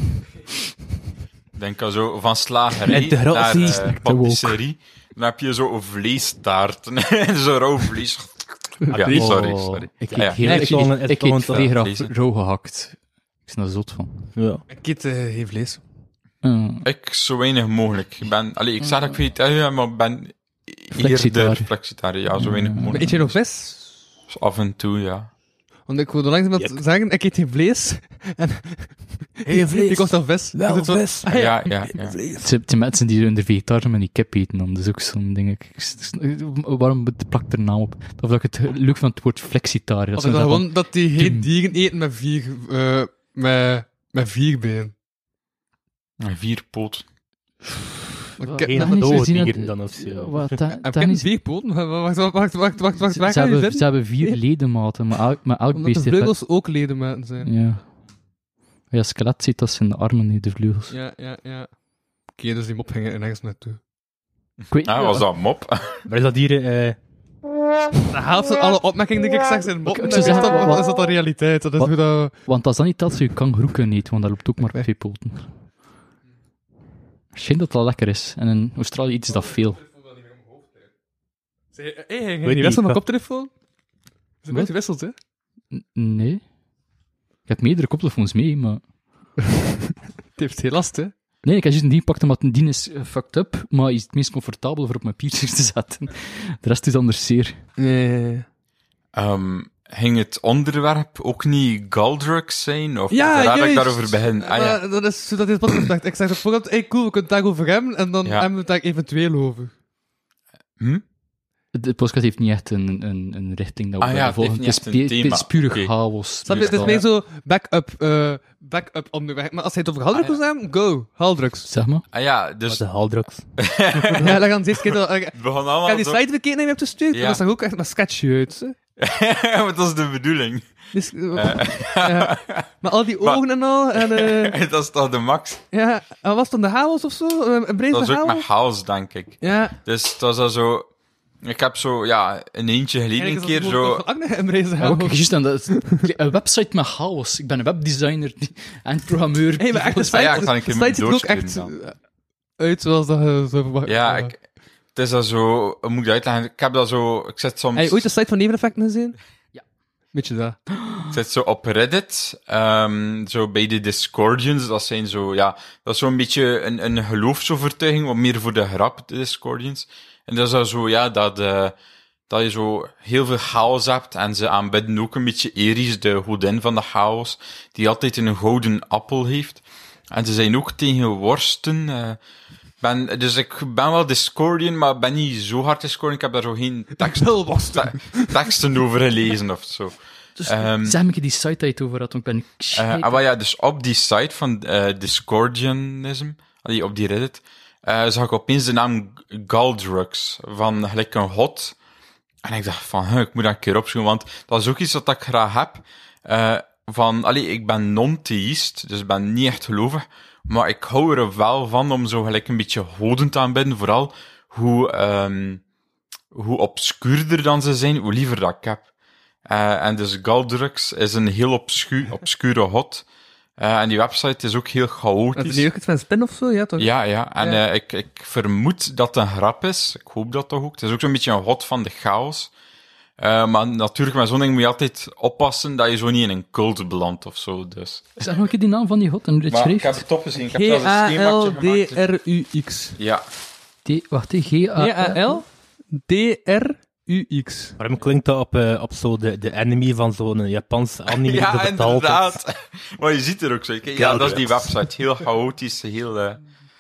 Speaker 12: Ik denk al zo van slagerij naar patisserie. Dan heb je zo vleestaart. Zo rauw vlees. Ja, sorry.
Speaker 3: Ik eet veel graag rauw gehakt. Ik ben er zot van.
Speaker 11: Ja.
Speaker 2: Ik eet geen vlees.
Speaker 12: Ik zo weinig mogelijk. Ik zeg dat ik vegetariër, maar ik ben eerder flexitariër. Ja, zo weinig mogelijk.
Speaker 2: Eet je nog vis?
Speaker 12: Af en toe, ja.
Speaker 2: Want ik wilde langs zeggen, ik eet geen vlees. En
Speaker 11: vlees.
Speaker 2: Ik kost dan vis.
Speaker 11: Wel vis.
Speaker 12: Ja.
Speaker 3: Het zijn mensen die hun vegetariër met die kip eten, dan. Dat is ook zo'n ding. Waarom plakt er een naam op? Of dat ik het leuk van het woord flexitariër.
Speaker 2: Of gewoon dat die geen dieren eten met vier benen.
Speaker 12: Met 4 poten.
Speaker 2: Ik heb nog
Speaker 11: dieren dan of zo.
Speaker 2: Heb ik 4 poten? Wacht.
Speaker 3: Ze hebben 4 ledematen, maar elk beest heeft...
Speaker 2: de vleugels ook ledematen zijn.
Speaker 3: Ja. Ja, skelet ziet dat zijn de armen niet de vleugels.
Speaker 2: Ja. Oké, dus die mop ging er nergens naartoe.
Speaker 12: Was dat mop?
Speaker 11: Maar is dat hier...
Speaker 2: Dat haalt ze alle opmerkingen die ik zeg zijn mop. Is dat dan realiteit? Dat is hoe dat...
Speaker 3: Want als dat niet telt, zou je kangoeroe kunnen eten, want dat loopt ook maar 2 poten. Misschien dat dat lekker is. En in Australië iets dat veel.
Speaker 2: Hey, je wisselt mijn koptelefoon? Is het beetje gewisseld, hè?
Speaker 3: Nee. Ik heb meerdere koptelefoons mee, maar...
Speaker 2: Het heeft heel last, hè?
Speaker 3: Nee, ik heb juist een die gepakt, omdat een die is fucked up, maar is het meest comfortabel voor op mijn piercings te zetten. De rest is anders zeer.
Speaker 2: Nee.
Speaker 12: Ging het onderwerp ook niet Galdrux zijn? Of
Speaker 2: ja,
Speaker 12: dat ik daarover begin?
Speaker 2: Dat is zo dat dit podcast dacht. Ik zeg bijvoorbeeld, hey cool, we kunnen het daarover hebben, en dan hebben we het daar eventueel over.
Speaker 3: De podcast heeft niet echt een richting dat we volgen.
Speaker 12: Het
Speaker 3: is pure chaos.
Speaker 2: Het is meer zo backup onderwerp. Maar als hij het over Galdrux wil hebben, go, Galdrux.
Speaker 3: Zeg maar.
Speaker 12: Dus...
Speaker 11: Wat is Galdrux?
Speaker 2: Ja, dat gaan ze eerst kijken. Ik heb die slide bekeken en je hebt gestuurd. Dat zag ook echt een sketchje uit.
Speaker 12: Maar dat is de bedoeling.
Speaker 2: Dus, ja. Maar al die ogen en al. En,
Speaker 12: dat is toch de max?
Speaker 2: Ja, en was het dan de chaos of zo? Een brede
Speaker 12: dat is ook
Speaker 2: chaos?
Speaker 12: met chaos, denk ik.
Speaker 2: Ja.
Speaker 12: Dus het was al zo... Ik heb zo, een eentje geleden een keer zo...
Speaker 2: Een brede chaos.
Speaker 3: Juist, een website met chaos. Ik ben een webdesigner en programmeur.
Speaker 2: Hey, maar echt, de site ziet er ook echt uit zoals dat je zo verwacht.
Speaker 12: Ja, het is dat zo... Hoe moet ik dat uitleggen? Ik heb dat zo... Ik zit soms...
Speaker 2: Heb je ooit de site van Neveneffecten gezien?
Speaker 3: Ja.
Speaker 2: Beetje dat.
Speaker 12: Ik zit zo op Reddit, zo bij de Discordians, dat zijn zo, dat is zo'n beetje een geloofsovertuiging, wat meer voor de grap, de Discordians. En dat is dan zo, dat je zo heel veel chaos hebt, en ze aanbidden ook een beetje Eris, de godin van de chaos, die altijd een gouden appel heeft. En ze zijn ook tegen worsten, dus ik ben wel Discordian, maar ben niet zo hard Discordian, ik heb daar zo geen teksten over gelezen of zo.
Speaker 3: Dus zeg me die site dat je het over had, want ik ben
Speaker 12: dus op die site van Discordianism, op die Reddit, zag ik opeens de naam Galdrux, van gelijk een god. En ik dacht van, ik moet dat een keer opzoeken, want dat is ook iets wat ik graag heb. Ik ben non-theïst, dus ik ben niet echt gelovig, maar ik hou er wel van om zo gelijk een beetje goden te aanbidden, vooral hoe obscuurder dan ze zijn, hoe liever dat ik heb. En dus Galdrux is een heel obscure god. En die website is ook heel chaotisch.
Speaker 2: Is die ook iets van spin of zo? Ja, toch?
Speaker 12: Ja. En ik vermoed dat het een grap is. Ik hoop dat toch ook. Het is ook zo'n beetje een god van de chaos. Maar natuurlijk, met zo'n ding moet je altijd oppassen dat je zo niet in een cult belandt of zo. Dus.
Speaker 3: Zeg nog een keer die naam van die god en hoe dit schreef?
Speaker 12: Ik heb het opgezien. Ik heb zelfs een schemaatje gemaakt.
Speaker 2: G-A-L-D-R-U-X.
Speaker 12: Ja.
Speaker 3: Wacht, G-A-L-D-R-U-X.
Speaker 11: Waarom klinkt dat op zo de enemy van zo'n Japanse anime?
Speaker 12: Ja, inderdaad. Maar je ziet er ook zo. Kijk, dat is die website. Heel chaotisch, heel...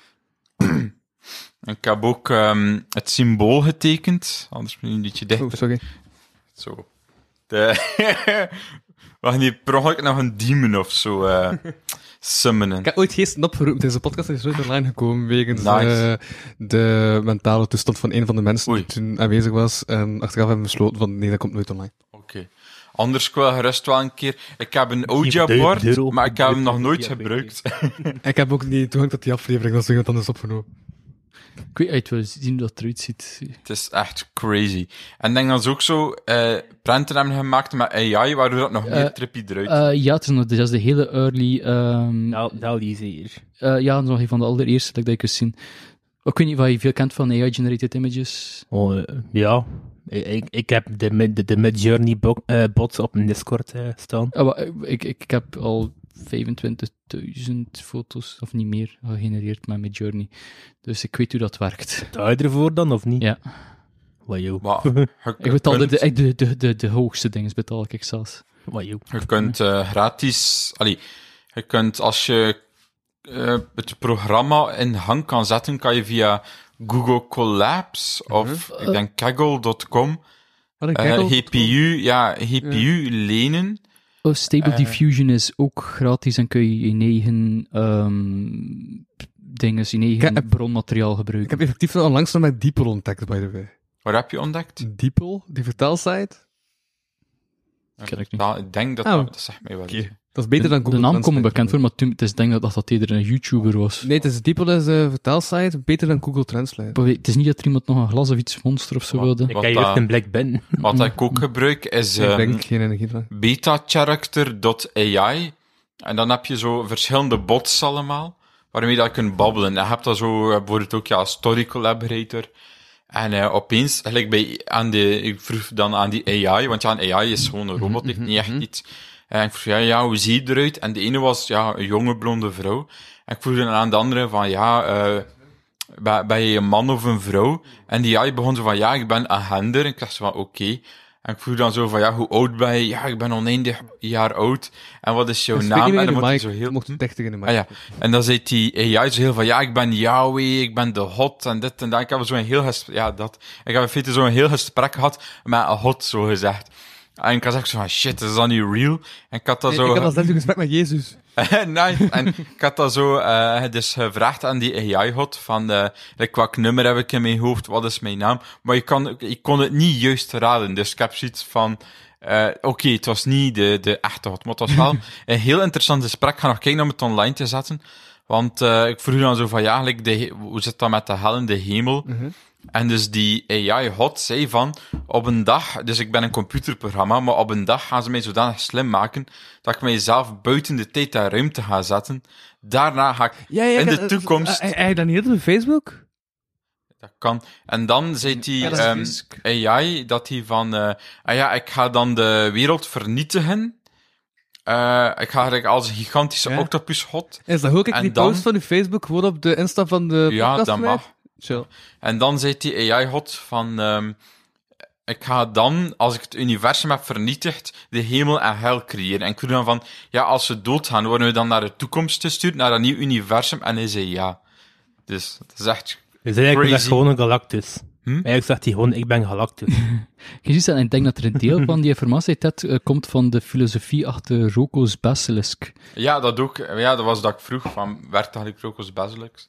Speaker 12: Ik heb ook het symbool getekend. Anders moet je een beetje dichter.
Speaker 2: Oh, sorry.
Speaker 12: Zo. We gaan hier per ongeluk nog een demon of zo summonen.
Speaker 2: Ik heb ooit geesten opgeroepen. Deze podcast is nooit online gekomen wegens de mentale toestand van een van de mensen die toen aanwezig was. En achteraf hebben we besloten van nee, dat komt nooit online.
Speaker 12: Oké. Anders wel gerust wel een keer. Ik heb een Ouija-bord, maar ik heb hem nog nooit gebruikt.
Speaker 2: Ik heb ook niet toegang tot die aflevering, dat is iemand anders opgenomen.
Speaker 3: Ik weet uit wel zien hoe dat eruit ziet.
Speaker 12: Het is echt crazy. En ik denk dat ze ook zo prenten hebben gemaakt met AI, waardoor dat nog meer trippy eruit ziet.
Speaker 3: Ja, het is de hele early...
Speaker 11: DALL-E zeker.
Speaker 3: Ja, dat is nog een van de allereerste dat ik kunt zien. Ik weet niet wat je veel kent van AI-generated images.
Speaker 11: Ja. Ik heb de Midjourney bot op mijn Discord staan.
Speaker 3: Ik heb al 25.000 foto's, of niet meer, gegenereerd met Midjourney. Dus ik weet hoe dat werkt.
Speaker 11: Betaal je ervoor dan, of niet?
Speaker 3: Ja. Ik betaal de hoogste dingen, betaal ik zelfs.
Speaker 12: Je kunt gratis... je kunt, als je het programma in gang kan zetten, kan je via Google Colabs of ik denk Kaggle.com GPU lenen.
Speaker 3: Stable Diffusion is ook gratis en kun je in eigen bronmateriaal gebruiken.
Speaker 2: Ik heb effectief onlangs nog met DeepL ontdekt, by the way.
Speaker 12: Waar heb je ontdekt?
Speaker 2: DeepL, die vertaalsite.
Speaker 12: Ik denk dat zegt mij wel.
Speaker 2: Okay. Dat is beter dan Google.
Speaker 3: De naam komt me bekend voor, maar het is denk dat eerder een YouTuber was.
Speaker 2: Nee, DeepL is een vertaalsite, beter dan Google Translate.
Speaker 3: Het is niet dat er iemand nog een glas of iets monster of zo wilde.
Speaker 11: Ik heb hier een blik binnen.
Speaker 12: Wat ik ook gebruik is betacharacter.ai. En dan heb je zo verschillende bots allemaal, waarmee dat je kunt babbelen. En je hebt dan zo bijvoorbeeld ook Story Collaborator. En opeens, gelijk ik vroeg dan aan die AI, want een AI is gewoon een robot, heeft niet echt iets. En ik vroeg, hoe ziet het eruit? En de ene was, een jonge blonde vrouw. En ik vroeg dan aan de andere van, ben je een man of een vrouw? En die AI begon zo van, ik ben een gender. En ik dacht zo van, oké. En ik vroeg dan zo van, hoe oud ben je? Ja, ik ben oneindig jaar oud. En wat is jouw naam? En dan mocht hij zo heel...
Speaker 2: mocht dichter in de mic.
Speaker 12: En dan zei die AI zo heel van, ik ben Yahweh, ik ben de God, en dit en dat. Ik heb zo een heel ik heb in feite zo een heel gesprek gehad met een God, zo gezegd. En ik had echt zo van, shit, is dat niet real? En ik had dat zo...
Speaker 2: Ik had als een gesprek met Jezus.
Speaker 12: Nice. En ik had dat zo dus gevraagd aan die AI-god van, welk nummer heb ik in mijn hoofd, wat is mijn naam? Maar ik kon het niet juist raden, dus ik heb zoiets van, Oké, het was niet de echte God, maar het was wel een heel interessant gesprek. Ik ga nog kijken om het online te zetten. Want ik vroeg dan zo van, ja, hoe zit dat met de hel en de hemel? En dus die AI-God zei van, op een dag, dus ik ben een computerprogramma, maar op een dag gaan ze mij zodanig slim maken, dat ik mijzelf buiten de tijd en ruimte ga zetten. Daarna ga ik in de toekomst...
Speaker 2: Heb je dat niet op Facebook?
Speaker 12: Dat kan. En dan zei die AI dat hij van, ik ga dan de wereld vernietigen. Ik ga eigenlijk als een gigantische octopus-god.
Speaker 2: Is dat ook die post van je Facebook gewoon op de Insta van de podcast?
Speaker 12: Ja, dat mag.
Speaker 2: Chill.
Speaker 12: En dan zei die AI-god van, ik ga dan, als ik het universum heb vernietigd, de hemel en hel creëren. En ik vroeg dan van, ja, als we doodgaan, worden we dan naar de toekomst gestuurd, naar een nieuw universum? En hij zei ja. Dus, dat is echt
Speaker 11: dus eigenlijk is gewoon een Galactus. Eigenlijk zegt hij gewoon, ik ben Galactus.
Speaker 3: Je ziet dat, en ik denk dat er een deel van die informatie komt van de filosofie achter Roko's Basilisk.
Speaker 12: Ja, dat ook. Ja, dat was dat ik vroeg, van, werkt eigenlijk Roko's Basilisk?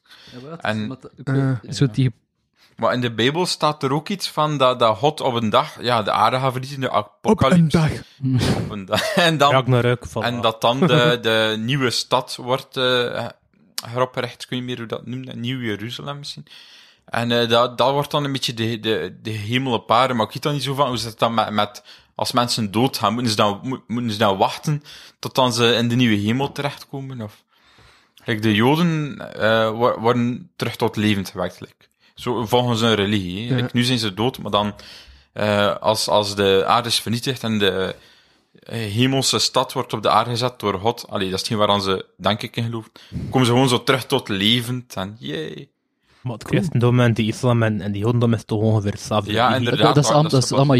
Speaker 12: Maar in de Bijbel staat er ook iets van dat God op een dag, de aarde gaat vernietigen, de apocalypse. Op een dag. En dat dan de nieuwe stad wordt heropgericht. Ik weet niet meer hoe dat noemt, Nieuw Jeruzalem misschien. En dat wordt dan een beetje de hemel op aarde. Maar ik weet dan niet zo van, hoe zit het dan met als mensen doodgaan, moeten ze dan wachten tot dan ze in de nieuwe hemel terechtkomen? Of de Joden worden terug tot leven gewekt. Zo volgens hun religie. Nu zijn ze dood, maar dan als de aarde is vernietigd en de hemelse stad wordt op de aarde gezet door God, dat is niet waar ze, denk ik, in geloven, komen ze gewoon zo terug tot levend en jee.
Speaker 11: Maar het christendom en de islam en de jodendom is toch ongeveer hetzelfde.
Speaker 12: Ja, inderdaad.
Speaker 3: Dat is allemaal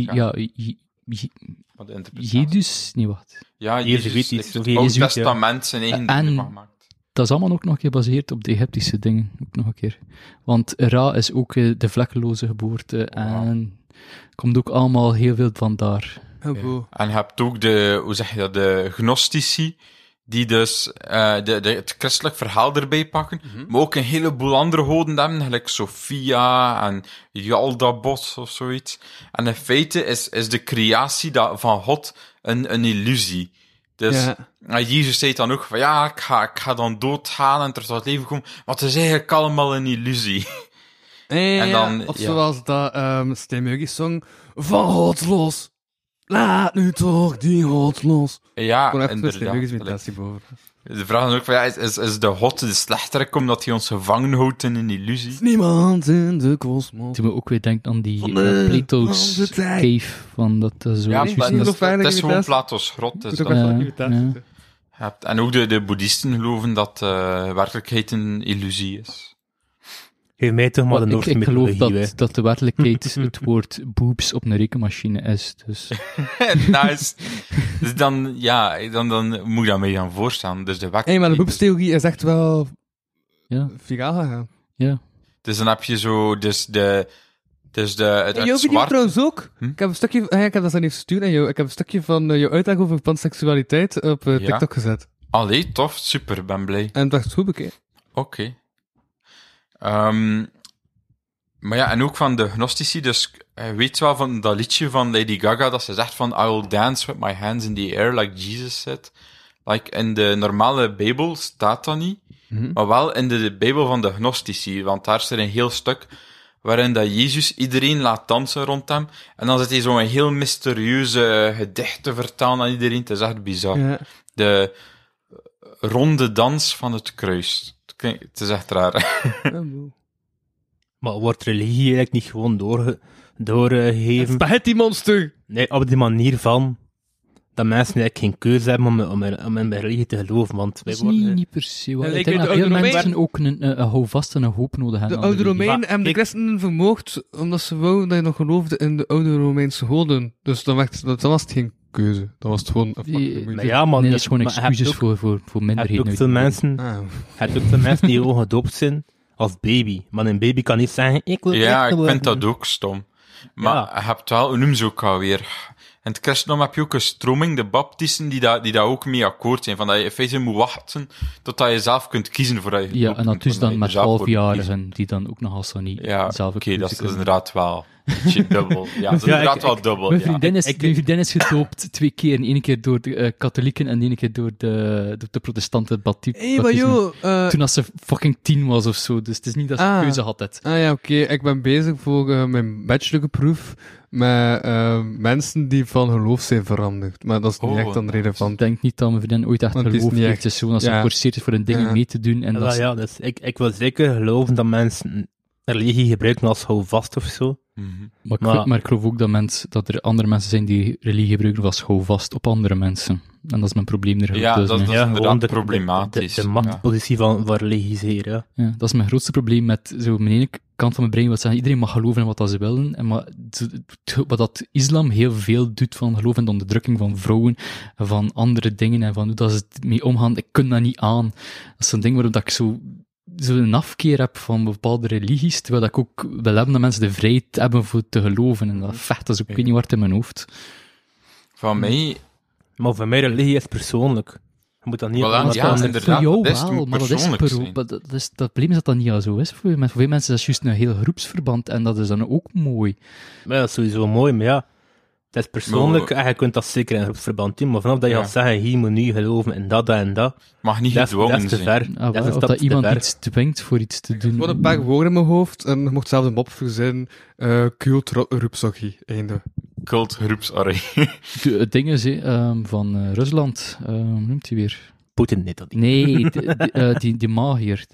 Speaker 3: Jezus, niet wat.
Speaker 12: Ja, Jezus, het Oude Testament zijn eigen dingen gemaakt.
Speaker 3: Dat is allemaal ook nog gebaseerd op de Egyptische dingen, ook nog een keer. Want Ra is ook de vlekkeloze geboorte en komt ook allemaal heel veel van daar.
Speaker 12: En je hebt ook de gnostici, die dus het christelijk verhaal erbij pakken, maar ook een heleboel andere goden hebben, gelijk Sophia en Yaldabaoth of zoiets. En in feite is de creatie van God een illusie. Dus Jezus zei dan ook van, ik ga dan doodgaan en terug tot leven komen, maar het is eigenlijk allemaal een illusie.
Speaker 2: En dan, of zoals dat Steenmuggies song, van God los, laat nu toch die God los.
Speaker 12: Ja,
Speaker 2: inderdaad.
Speaker 12: De vraag is ook van, is de God de slechterik omdat hij ons gevangen houdt in een illusie?
Speaker 2: Is niemand in de kosmos.
Speaker 3: Toen we ook weer denken aan die Plato's cave, van dat zo...
Speaker 12: Ja, het is gewoon Plato's grot. En ook de boeddhisten geloven dat werkelijkheid een illusie is.
Speaker 11: Geef mij toch maar de Noordse mythologie.
Speaker 3: Ik geloof dat de werkelijkheid het woord boobs op een rekenmachine is. Dus.
Speaker 12: Nice. Dus dan moet je dat mee gaan voorstellen. Dus
Speaker 2: maar de boobstheorie is echt wel viraal gegaan.
Speaker 3: Ja.
Speaker 12: Dus dan heb je zo, het
Speaker 2: zwart... trouwens ook. Ik heb een stukje, ik heb dat dan even gestuurd aan jou. Ik heb een stukje van jouw uitleg over panseksualiteit op TikTok gezet.
Speaker 12: Allee, tof, super, ben blij.
Speaker 2: En het was goed bekeken.
Speaker 12: Oké. Maar ja, en ook van de gnostici, dus weet wel van dat liedje van Lady Gaga, dat ze zegt van I will dance with my hands in the air, like Jesus said. Like, in de normale Bijbel staat dat niet, maar wel in de Bijbel van de gnostici, want daar is er een heel stuk waarin dat Jezus iedereen laat dansen rond hem, en dan zit hij zo'n heel mysterieuze gedicht te vertellen aan iedereen, het is echt bizar. Ja. De ronde dans van het kruis. Het is echt raar.
Speaker 11: Maar wordt religie eigenlijk niet gewoon doorgegeven?
Speaker 2: Spaghetti monster!
Speaker 11: Nee, op die manier van dat mensen eigenlijk geen keuze hebben om in religie te geloven, want wij
Speaker 3: worden... niet per se. Ik denk dat veel mensen ook een houvast en een hoop nodig hebben.
Speaker 2: De oude Romeinen hebben de christenen vermoord, omdat ze wouden dat je nog geloofde in de oude Romeinse goden. Dus dan was het geen keuze. Dat was het gewoon...
Speaker 3: dat is gewoon excuses voor minderheden.
Speaker 11: Je hebt ook veel mensen die gewoon gedoopt zijn als baby. Maar een baby kan niet zeggen, ik wil
Speaker 12: ik vind dat ook stom. Maar je hebt wel, hoe noem ze ook alweer? In het christendom heb je ook een stroming, de baptisten, die daar ook mee akkoord zijn. Van dat je in feite moet wachten totdat je zelf kunt kiezen voor je
Speaker 3: Ja, en dat is dan met 12-jarigen, die dan ook nog als zo niet zelf
Speaker 12: oké, dat is inderdaad wel een beetje dubbel. Ja, dat is inderdaad wel dubbel.
Speaker 3: Mijn vriendin is gedoopt 2 keer. 1 keer door de katholieken en 1 keer door de protestanten. Toen als ze fucking 10 was of zo. Dus het is niet dat ze keuze had.
Speaker 2: Oké. Ik ben bezig voor mijn bachelorproef met mensen die van geloof zijn veranderd. Maar dat is niet echt dan relevant.
Speaker 3: Ik denk niet dat mijn vriendin ooit echt geloof heeft. Het is zo als ze geforceerd is voor een ding mee te doen. En
Speaker 11: dus ik wil zeker geloven dat mensen religie gebruiken als houvast of zo.
Speaker 3: Mm-hmm. Maar ik geloof ook dat er andere mensen zijn die religie gebruiken als houvast op andere mensen. En dat is mijn probleem er.
Speaker 12: Ja, dat is inderdaad problematisch.
Speaker 11: De machtspositie van religie zeer,
Speaker 3: ja. Dat is mijn grootste probleem met zo mijn ene kant van mijn brein, wat zeggen, iedereen mag geloven in wat dat ze willen, maar wat dat islam heel veel doet van geloof in de onderdrukking van vrouwen, van andere dingen, en van hoe dat ze het mee omgaan, ik kan dat niet aan. Dat is zo'n ding waarop dat ik zo een afkeer heb van bepaalde religies, terwijl ik ook wil hebben dat mensen de vrijheid hebben voor te geloven, en dat vecht is ook, ik weet niet waar het in mijn hoofd.
Speaker 12: Van mij...
Speaker 11: Maar voor mij religie is persoonlijk. Je moet dat niet
Speaker 12: voor
Speaker 3: jou wel, maar dat probleem is dat dat niet zo is. Voor veel mensen is dat juist een heel groepsverband, en dat is dan ook mooi.
Speaker 11: Ja, dat is sowieso mooi, maar ja, het is persoonlijk, en je kunt dat zeker in een groepsverband doen, maar vanaf dat je gaat zeggen, hier moet nu geloven in dat en dat,
Speaker 12: mag niet gedwongen zijn.
Speaker 3: Of dat iemand iets dwingt voor iets te doen.
Speaker 2: Ik had een paar woorden in mijn hoofd, en je mocht zelfs een mop verzinnen, cultgroepsorgie, einde.
Speaker 12: Cultgroepsorgie.
Speaker 3: Het ding is, van Rusland, hoe noemt hij weer?
Speaker 11: Poetin, niet dat.
Speaker 3: Nee, die magier,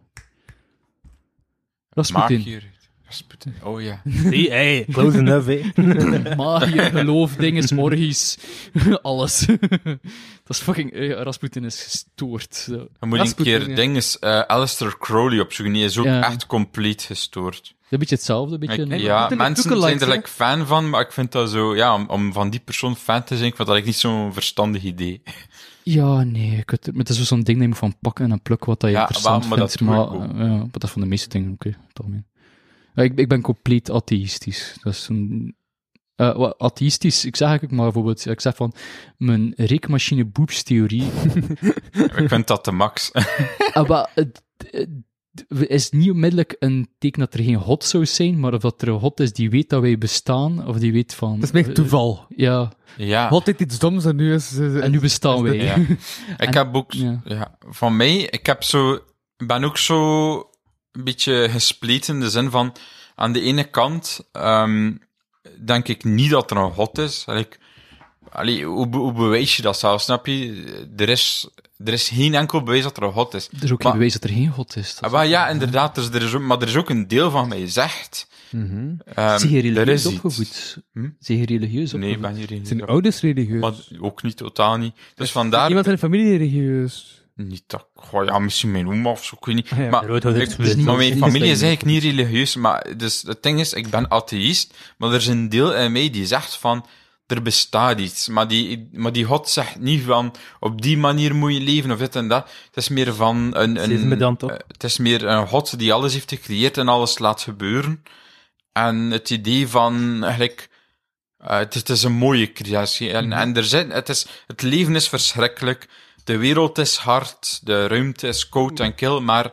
Speaker 3: Rasputin.
Speaker 12: Oh ja.
Speaker 11: Hey, close enough, hè.
Speaker 3: Magier, geloof, dingen, orgies, alles. Dat is fucking... Rasputin is gestoord.
Speaker 12: Dan moet een keer dingen, Aleister Crowley opzoeken, die is ook echt compleet gestoord.
Speaker 3: Een beetje hetzelfde.
Speaker 12: Mensen zijn er fan van, maar ik vind dat zo... Ja, om van die persoon fan te zijn, ik vind dat niet zo'n verstandig idee.
Speaker 3: Ja, nee. Het is zo'n ding dat je moet van pakken en plukken wat dat je interessant vindt. Maar dat is van de meeste dingen, oké. Toch mee. Ik ben compleet atheïstisch. Dat is een... atheïstisch, ik zeg eigenlijk maar bijvoorbeeld, ik zeg van, mijn rekenmachine boepstheorie...
Speaker 12: Ik vind dat de max.
Speaker 3: Maar het is niet onmiddellijk een teken dat er geen God zou zijn, maar of dat er een God is die weet dat wij bestaan, of die weet van...
Speaker 2: Dat is meer toeval.
Speaker 3: Ja.
Speaker 2: God heeft iets doms en nu is...
Speaker 3: en nu bestaan wij.
Speaker 12: Ja. Ik heb ook... Ja, van mij, ik ben ook zo... een beetje gespleten in de zin van, aan de ene kant denk ik niet dat er een God is. Hoe bewijs je dat zelf, snap je? Er is geen enkel bewijs dat er een God is.
Speaker 3: Er is ook geen bewijs dat er geen God is.
Speaker 12: Ja, inderdaad, maar er is ook een deel van mij zegt...
Speaker 3: Zie je religieus opgevoed? Zie je religieus opgevoed?
Speaker 12: Nee, ik ben niet religieus.
Speaker 2: Zijn ouders religieus?
Speaker 12: Maar ook niet, totaal niet. Dus vandaar...
Speaker 2: Iemand in de familie religieus?
Speaker 12: Niet dat... misschien mijn oma of zo, ik weet niet. Maar mijn familie is eigenlijk niet religieus. Maar dus, het ding is, ik ben atheïst, maar er is een deel in mij die zegt van, er bestaat iets. Maar die God zegt niet van, op die manier moet je leven, of dit en dat. Het is meer van het is meer een God die alles heeft gecreëerd en alles laat gebeuren. En het idee van, eigenlijk... het is een mooie creatie. En het leven is verschrikkelijk. De wereld is hard, de ruimte is koud en kil, maar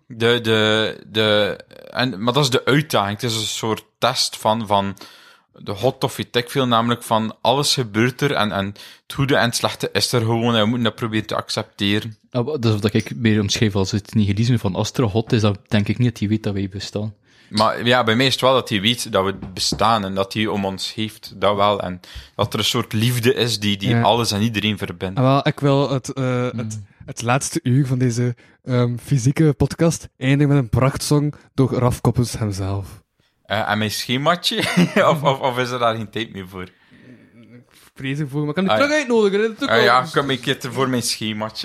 Speaker 12: maar dat is de uitdaging. Het is een soort test van de God of weet ik veel, namelijk van alles gebeurt er en het goede en het slechte is er gewoon en we moeten dat proberen te accepteren.
Speaker 3: Dat is wat ik meer omschrijf als het nihilisme van als er een God is, dan denk ik niet dat hij weet dat wij bestaan.
Speaker 12: Maar ja, bij mij is het wel dat hij weet dat we bestaan en dat hij om ons heeft, dat wel. En dat er een soort liefde is die alles en iedereen verbindt.
Speaker 2: Ik wil het laatste uur van deze fysieke podcast eindigen met een prachtsong door Raf Koppens hemzelf.
Speaker 12: En mijn schemaatje? of is er daar geen tijd meer voor?
Speaker 2: Ik vrees ervoor, maar kan ik terug uitnodigen in de toekomst?
Speaker 12: Ja, ik kom een keer voor mijn schemaatje.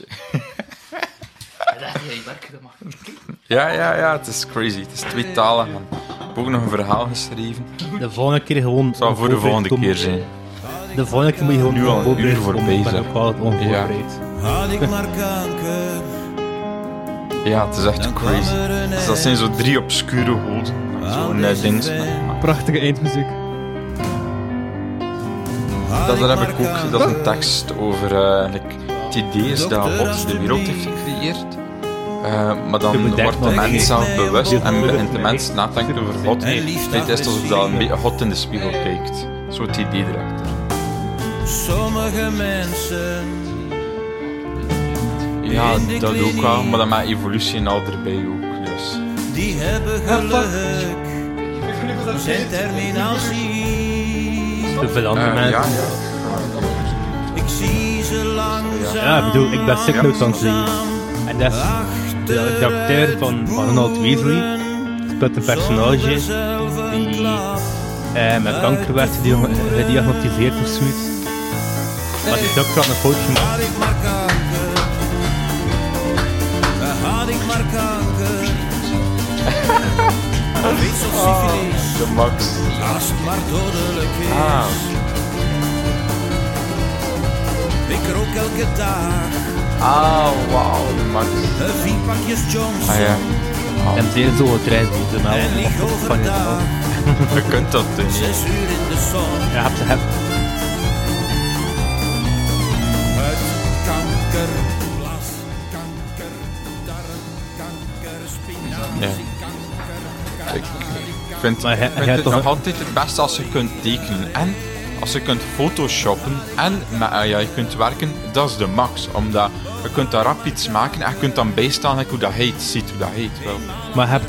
Speaker 12: Ja, het is crazy. Het is tweetalig. Ik heb ook nog een verhaal geschreven.
Speaker 11: De volgende keer gewoon...
Speaker 12: Het zal voor de volgende keer zijn.
Speaker 11: De volgende keer moet je gewoon...
Speaker 12: Nu al een uur voorbij zijn.
Speaker 11: Ik ben ook wel onvoorbereid.
Speaker 10: Had ik maar kanker.
Speaker 12: Ja, het is echt crazy. Dus dat zijn zo 3 obscure goden. Zo'n dings.
Speaker 2: Prachtige eindmuziek.
Speaker 12: Dat heb ik ook. Dat is een tekst over het idee is dat God de wereld heeft gecreëerd. Maar dan wordt de mens zelf bewust en begint de mens na te denken over God. Het is alsof dat God in de spiegel kijkt. Zo het idee erachter.
Speaker 10: Sommige mensen...
Speaker 12: Ja, dat ook wel, maar dan met evolutie en al erbij ook. Dus.
Speaker 10: Die hebben geluk. Zijn terminatie.
Speaker 11: Zoveel andere mensen.
Speaker 10: Ik zie ze langzaam.
Speaker 11: Ja, ik bedoel, ik ben Cyclops aan het zien. En dat is de acteur van Ronald Weasley. Speelt een personage die met kanker werd gediagnosticeerd of zoiets. Maar die dokter had een fout gemaakt.
Speaker 10: Had ik maar kanker. Weet zo syfilis.
Speaker 12: De Max.
Speaker 10: Als het maar dodelijk is. Ik rook elke dag.
Speaker 12: Wauw, de Max.
Speaker 10: 4 pakjes Johnson.
Speaker 12: Ja.
Speaker 11: En zeer zo getraind moeten nou.
Speaker 10: En lieg overdag.
Speaker 12: Je kunt dat doen.
Speaker 10: 6 uur in de zon.
Speaker 11: Ja, heb ze hebben.
Speaker 10: Uit kanker, blaskanker, darmkanker, spinatiekanker,
Speaker 12: Ik vind het nog altijd het beste als je kunt tekenen en als je kunt photoshoppen en je kunt werken, dat is de max. Omdat je kunt daar rap iets maken en je kunt dan bijstaan hoe dat heet, ziet hoe dat heet wel.
Speaker 11: Maar je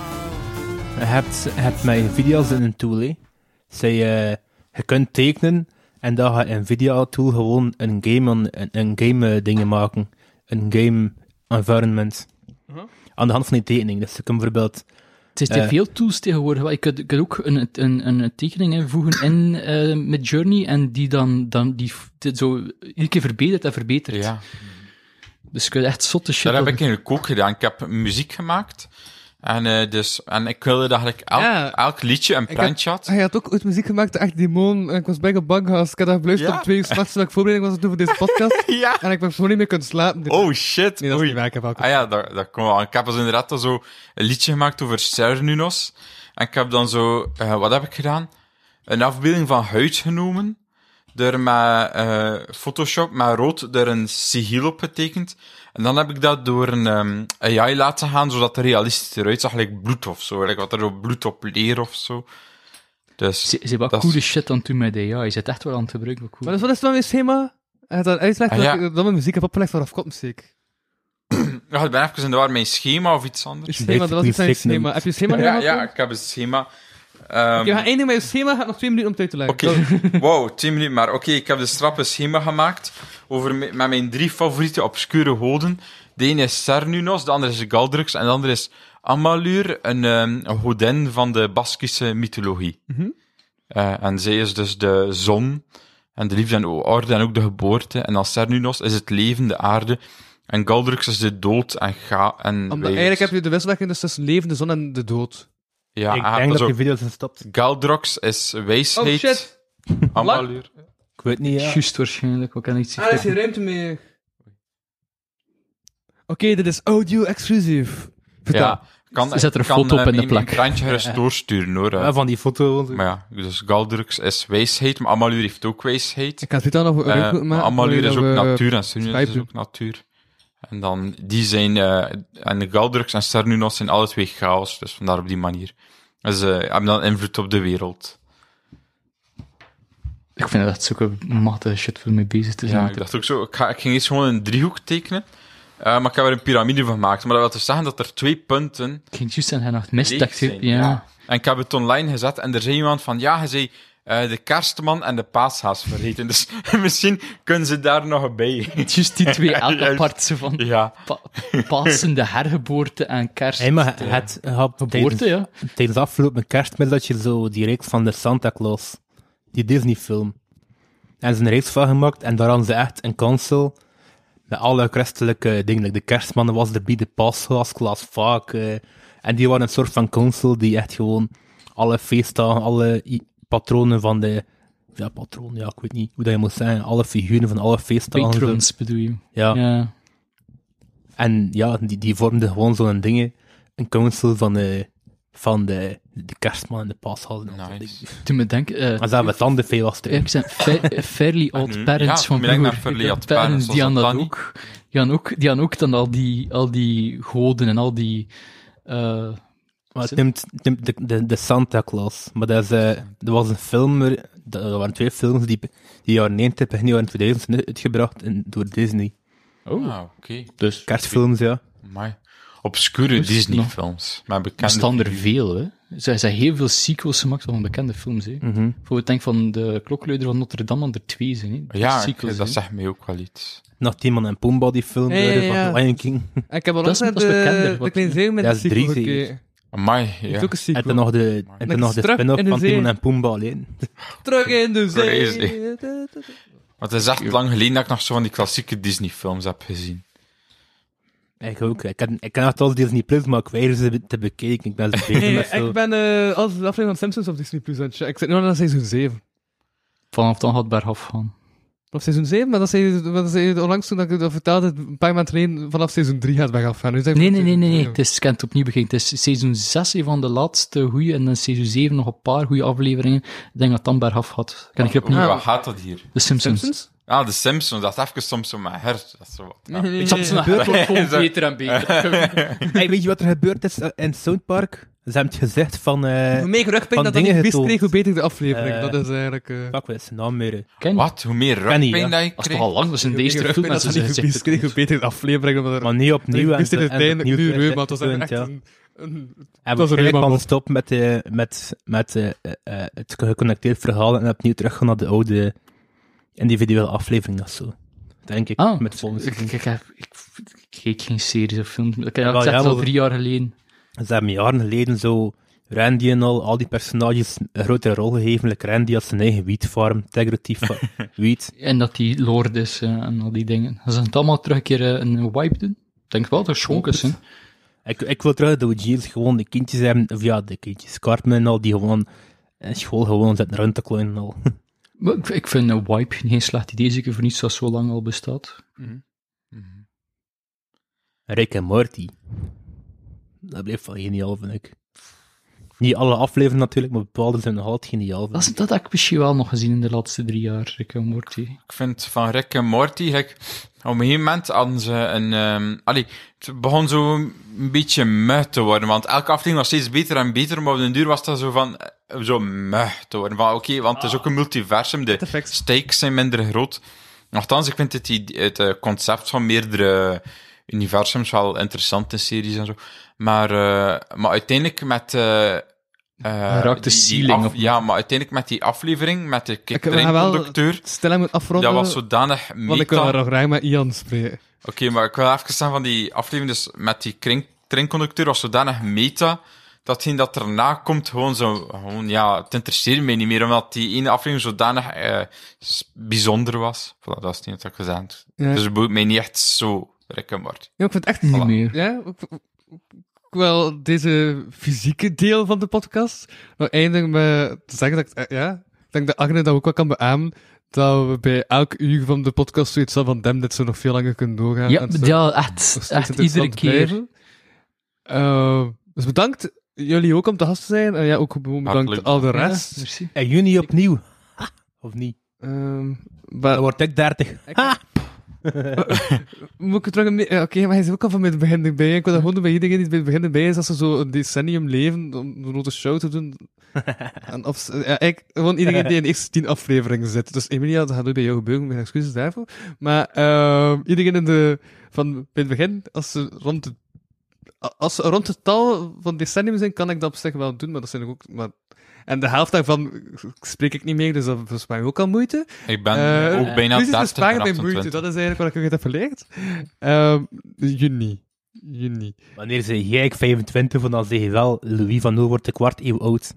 Speaker 11: hebt met Nvidia's in een tool, hè. Je kunt tekenen en dan gaat Nvidia-tool gewoon een game dingen maken. Een game environment. Aan de hand van die tekening. Dus je kunt bijvoorbeeld...
Speaker 3: Het is veel tools tegenwoordig. Je kunt ook een tekening invoegen in Midjourney en die dan zo iedere keer verbetert.
Speaker 12: Ja.
Speaker 3: Dus je kunt echt zotte shit...
Speaker 12: Dat heb ik eigenlijk ook gedaan. Ik heb muziek gemaakt. En ik wilde dat ik elk liedje een prentje had.
Speaker 2: Hij had ook ooit muziek gemaakt, echt demon. Ik was bijna bang als ik had dat geluisterd op 2 uur 's nachts, toen ik voorbereiding was voor deze podcast.
Speaker 12: Ja.
Speaker 2: En ik ben gewoon niet meer kunnen slapen.
Speaker 12: Oh shit.
Speaker 2: Nee, dat is niet waar. Ik heb ook
Speaker 12: dat kon wel. Ik heb dus inderdaad al zo een liedje gemaakt over Cernunnos. En ik heb dan zo, wat heb ik gedaan? Een afbeelding van huid genomen. Er met Photoshop, met rood, er een sigil op getekend. En dan heb ik dat door een AI laten gaan, zodat het realistisch eruit zag, like bloed of zo. Like wat er zo bloed op leer of zo. Dus,
Speaker 3: ze hebben wat coole shit aan het doen met AI. Je zit echt wel aan het gebruiken. Cool.
Speaker 2: Maar dus wat is dan mijn schema? Hij had dat uitgelegd dat ik dan mijn muziek heb opgelegd vanaf kopmuziek.
Speaker 12: Ja, ik ben even in de war, mijn schema of iets anders.
Speaker 2: Schema, dat was iets aan je schema. Heb je een schema gemaakt?
Speaker 12: Ja, ik heb een schema.
Speaker 2: Ik ga eindigen met je schema, gaat nog 2 minuten om het uit te leggen.
Speaker 12: Oké, wow, 2 minuten maar. Oké, ik heb de strappe schema gemaakt met mijn 3 favoriete obscure goden. De ene is Cernunnos, de andere is Galdrux en de andere is Amalur, een godin van de Baskische mythologie. En zij is dus de zon en de liefde en de orde en ook de geboorte. En dan Cernunnos is het leven, de aarde. En Galdrux is de dood en
Speaker 2: eigenlijk heb je de wisselwerking dus tussen leven, de zon en de dood.
Speaker 12: Ja,
Speaker 11: ik denk dat je video zijn stopt.
Speaker 12: Galdrox is wijsheid.
Speaker 2: Oh shit.
Speaker 12: Amalur.
Speaker 11: Ik weet niet, ja.
Speaker 3: Juist waarschijnlijk, wat kan ik zeggen?
Speaker 2: Er is geen ruimte meer. Oké, dit is audio-exclusief.
Speaker 12: Ja,
Speaker 3: zet er een foto op in de plek.
Speaker 12: Ik kan je gerust doorsturen, hoor.
Speaker 11: Ja, van die foto.
Speaker 12: Maar ja, dus Galdrux is wijsheid, maar Amalur heeft ook wijsheid.
Speaker 2: Ik kan het dan nog maken.
Speaker 12: Amalur is ook natuur en Cernunnos is ook natuur. En dan, die zijn, en de Galdrux en Cernunnos zijn alle 2 chaos, dus vandaar op die manier. Dus hebben dan invloed op de wereld.
Speaker 3: Ik vind dat echt zulke matte shit voor mee bezig te zijn.
Speaker 12: Ja, ik dacht ook zo, ik ging eerst gewoon een driehoek tekenen, maar ik heb er een piramide van gemaakt. Maar dat wil dus zeggen dat er 2 punten...
Speaker 3: Ik ging juist zijn, hij nog mist.
Speaker 12: Ja. En ik heb het online gezet en er zei iemand van, ja, hij zei de kerstman en de paashaas vergeten. Dus misschien kunnen ze daar nog bij.
Speaker 3: Juist die 2 elk apart van Pasen, de hergeboorte en kerst.
Speaker 11: Hey, maar het
Speaker 3: geboorte,
Speaker 11: tijdens afgelopen kerstmis dat je zo die reeks van de Santa Claus, die Disney-film, en ze een reeks van gemaakt en daar hadden ze echt een console met alle christelijke dingen. Like de kerstman was erbij, de paashaas, Klaas Vaak, en die waren een soort van console die echt gewoon alle feestdagen, alle patronen van de... Ja, patroon, ja, ik weet niet hoe dat je moet zeggen. Alle figuren van alle feestdagen.
Speaker 3: Patrons bedoel je?
Speaker 11: Ja. En ja, die vormden gewoon zo'n dingen. Een council van de kerstman en de paashal.
Speaker 6: Nice.
Speaker 3: Toen me denken...
Speaker 11: Maar ze hebben het ander veel als
Speaker 3: ik zei Fairly Odd Parents van vroeger.
Speaker 6: Fairly Odd Parents,
Speaker 3: die hadden ook dan al die goden en al die...
Speaker 11: Maar het neemt de Santa Claus. Maar dat is, er was een film, er waren 2 films die jaren 90 begin jaren 2000 zijn uitgebracht door Disney.
Speaker 6: Oké.
Speaker 11: Dus kerstfilms, ja.
Speaker 6: Maar obscure Disney-films. Maar bekende.
Speaker 3: Er staan er veel, hè. Ze zijn heel veel sequels gemaakt van bekende films, hè. Voor ik denk van de Klokluider van Notre Dame, er 2 zijn, hè.
Speaker 6: Ja, sequels, dat zegt mij ook wel iets.
Speaker 11: Nog Timon en Pumbaa, die film van Lion King.
Speaker 2: Ik heb al eens de Kleine Zeeuw met de sequel gekeken.
Speaker 6: Amai, ja.
Speaker 11: En dan nog de spin-off van Timon en Pumbaa alleen.
Speaker 2: Terug in de zee.
Speaker 6: Want het is echt lang geleden dat ik nog zo van die klassieke Disney-films heb gezien.
Speaker 11: Ik ook. Ik ken echt al Disney Plus, maar ik weiger ze te bekijken. Ik ben bezig met zo...
Speaker 2: Ik ben als de aflevering van Simpsons op Disney Plus aan het checken. Ik zit nu aan seizoen 7.
Speaker 3: Vanaf dan gaat het bergaf gaan.
Speaker 2: Of seizoen 7, maar dat zei je onlangs toen dat ik dat vertelde, een paar maanden geleden, vanaf seizoen 3 gaat het bergaf gaan.
Speaker 3: Nee. Het is kent opnieuw beginnen. Het is seizoen 6 van de laatste goeie, en dan seizoen 7 nog een paar goede afleveringen. Ik denk dat het dan bergaf gaat. Kan ik opnieuw...
Speaker 6: Wat gaat dat hier?
Speaker 3: De Simpsons.
Speaker 6: Ah, de Simpsons, dat is even soms zo mijn hert. Dat is zo wat.
Speaker 3: Nee. Soms mijn hert wordt gewoon beter en beter.
Speaker 11: Hey, weet je wat er gebeurd is in South Park? Ze hebben het gezegd van...
Speaker 2: hoe meer rugpijn dat ik wist kreeg, hoe beter de aflevering. Dat is eigenlijk...
Speaker 11: Fuck, wat is zijn naam meer?
Speaker 6: Wat? Hoe meer rugpijn dat je kreeg?
Speaker 3: Dat is toch al lang, dat is in deze film.
Speaker 2: Dat ze niet wist kreeg, hoe beter de aflevering.
Speaker 11: Maar niet opnieuw.
Speaker 2: Ik wist het uiteindelijk nu reum, maar het was echt een...
Speaker 11: En waarschijnlijk van stop met het geconnecteerd verhaal en opnieuw teruggaan naar de oude individuele aflevering of zo. Denk ik. Met volgende
Speaker 3: ik keek geen series of films. Ik heb het al 3 jaar geleden.
Speaker 11: Ze hebben jaren geleden zo Randy en al die personages een grotere rol gegeven. Like Randy had zijn eigen wietfarm, Integrity Wiet.
Speaker 3: En dat die lord is en al die dingen. Ze het allemaal terug een keer een wipe doen. Ik denk wel dat het schonk is.
Speaker 11: Ik wil terug dat OG's gewoon de kindjes hebben, of ja, de kindjes, Cartman en al, die gewoon in school gewoon zitten rond te kleunen en al.
Speaker 3: Ik vind een wipe geen slecht idee, zeker voor iets dat zo lang al bestaat.
Speaker 11: Rick en Morty. Dat bleef wel geniaal, vind ik. Niet alle afleveringen natuurlijk, maar bepaalde zijn nog altijd geniaal.
Speaker 3: Dat heb ik misschien wel nog gezien in de laatste 3 jaar, Rick en Morty.
Speaker 6: Ik vind van Rick en Morty, op een gegeven moment hadden ze een... het begon zo een beetje meh te worden, want elke aflevering was steeds beter en beter, maar op den duur was dat zo van... zo meh te worden. Want het is ook een multiversum, de stakes zijn minder groot. Nochtans, ik vind het concept van meerdere universums wel interessant in series en zo. Maar uiteindelijk met...
Speaker 3: raakt de ceiling op.
Speaker 6: Ja, maar uiteindelijk met die aflevering, met de treinconducteur...
Speaker 2: Stel moet afronden.
Speaker 6: Dat was zodanig meta...
Speaker 2: Want ik wil er nog graag met Ian spreken.
Speaker 6: Oké, maar ik wil even zeggen van die aflevering, dus met die treinconducteur was zodanig meta, dat erna komt gewoon zo... het interesseert mij niet meer, omdat die ene aflevering zodanig bijzonder was. Voilà, dat is niet wat ik gezegd heb. Dus het boeit mij niet echt zo Rick en Morty.
Speaker 2: Ja, ik vind het echt niet meer. Ja, wel deze fysieke deel van de podcast. Maar eindigen met te zeggen dat ik denk dat Agne dat ook wel kan beamen, dat we bij elk uur van de podcast zoiets hadden van dit zo nog veel langer kunnen doorgaan.
Speaker 3: Echt iedere keer.
Speaker 2: Dus bedankt jullie ook om te gast te zijn. En ook bedankt al de rest.
Speaker 11: En juni opnieuw. Of niet? Dan word ik 30.
Speaker 2: Moet ik terug Oké, maar hij is ook al van bij het begin erbij. Ik wil dat gewoon bij iedereen die bij het begin erbij is, als ze zo een decennium leven, om een grote show te doen. Gewoon iedereen die in de eerste 10 afleveringen zit. Dus Emilia, dat gaat ook bij jou gebeuren, mijn excuses daarvoor. Maar iedereen bij het begin, als ze rond het tal van decennium zijn, kan ik dat op zich wel doen, maar dat zijn er ook... En de helft daarvan spreek ik niet meer, dus dat is mij ook al moeite.
Speaker 6: Ik ben ook bijna 30
Speaker 2: dus bij moeite, dat is eigenlijk wat ik heb verleerd. Juni.
Speaker 11: Wanneer zeg jij 25, dan zeg je wel, Louis van Oel wordt een kwart eeuw oud.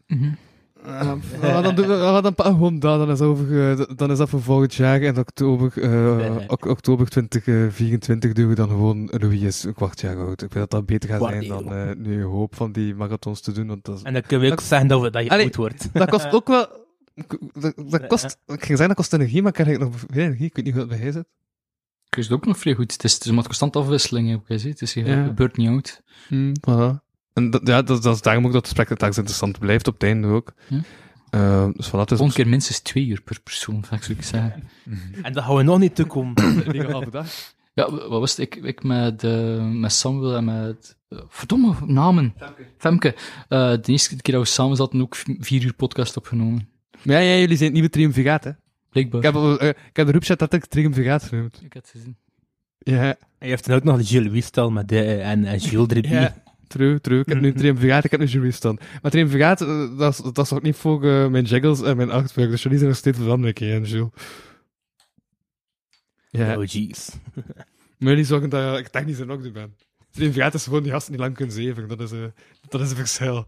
Speaker 2: Dan pakken we gewoon dat, dan is dat voor volgend jaar, en oktober 2024 doen we dan gewoon Louis is een kwart jaar oud. Ik vind dat beter gaat zijn dan nu hoop van die marathons te doen. Want
Speaker 11: en dan kun je ook zeggen dat je oud wordt.
Speaker 2: Dat kost ook wel... Ik ging zeggen dat kost energie, maar ik krijg nog veel energie. Ik weet niet hoe dat bij hij zit.
Speaker 3: Ik wist het ook nog vrij goed. Het is maar constant afwisseling, heb ik gezien. Het gebeurt niet oud.
Speaker 2: Voilà. En dat is daarom ook dat het gesprek telkens interessant blijft op het einde ook. Dus voilà, het is
Speaker 3: volgende keer minstens 2 uur per persoon, zou ik zeggen.
Speaker 11: En dat gaan we nog niet toekomen.
Speaker 2: Een halve dag.
Speaker 3: Ja, wat was het? Ik met Samuel en met... verdomme, namen. Femke. De eerste keer dat we samen zaten, ook 4 uur podcast opgenomen.
Speaker 2: Maar ja, jullie zijn het nieuwe Triumviraat, hè?
Speaker 3: Blijkbaar.
Speaker 2: Ik heb de roepchat dat ik Triumviraat genoemd.
Speaker 3: Ik had het gezien.
Speaker 2: Ja.
Speaker 11: En je heeft dan ook nog Gilles Wiestal met en Gilles Drippie.
Speaker 2: Ja, true. Ik heb nu een Triumviraat, ik heb nu Jury staan. Maar Triumviraat, dat is nog niet voor mijn jiggles en mijn artwork, dus jullie zijn nog steeds belangrijk, hè, Jules. Ja.
Speaker 11: Oh, jeez.
Speaker 2: Maar jullie zorgen dat ik technisch er nog niet ben. Triumviraat is gewoon die gasten die lang kunnen zeven. Dat is een verschil.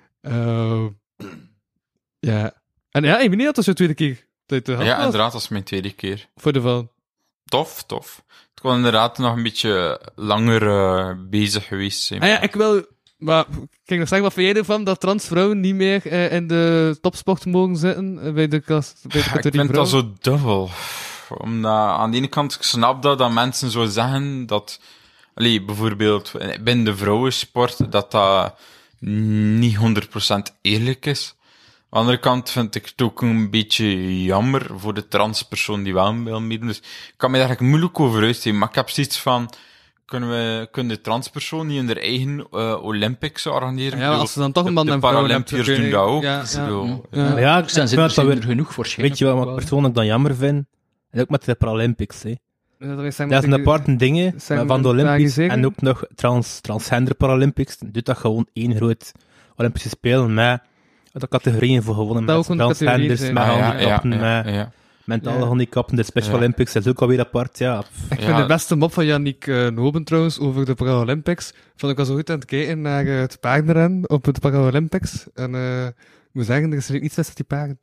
Speaker 2: Ja. En ja, Emilie, dat was je tweede keer dat je
Speaker 12: ja, inderdaad, dat is mijn tweede keer.
Speaker 2: Voor de van.
Speaker 12: Tof. Het kon inderdaad nog een beetje langer bezig geweest zijn.
Speaker 2: Ja, ik wil... Maar kijk nog zeggen, wat vind jij ervan dat transvrouwen niet meer in de topsport mogen zitten bij de categorie
Speaker 12: ik vind dat zo dubbel. Omdat aan de ene kant, ik snap dat mensen zo zeggen dat... bijvoorbeeld binnen de vrouwensport, dat niet 100% eerlijk is. Aan de andere kant vind ik het ook een beetje jammer voor de transpersoon die wel wil meedoen. Dus ik kan me daar eigenlijk moeilijk over uitsteken. Maar ik heb zoiets van, kunnen de transpersoon niet in hun eigen Olympics organiseren?
Speaker 2: Ja, als ze dan toch een man
Speaker 12: en vrouw Paralympiërs doen dat ook.
Speaker 11: Ja, ik vind dat weer
Speaker 3: genoeg waarschijnlijk.
Speaker 11: Weet je wat ik persoonlijk dan jammer vind? En ook met de Paralympics, hè. Dat zijn aparte dingen van de Olympics en ook nog transgender Paralympics. Doet dat gewoon één groot Olympische Spelen met de categorieën voor gewonnen met transgenders, met handicapten, met mentale handicapten. De Special Olympics is ook alweer apart, ja.
Speaker 2: Ik vind de beste mop van Yannick Noben trouwens over de Paralympics. Vond ik al zo goed aan het kijken naar het paardenrennen op de Paralympics. En ik moet zeggen, er is iets met die paarden.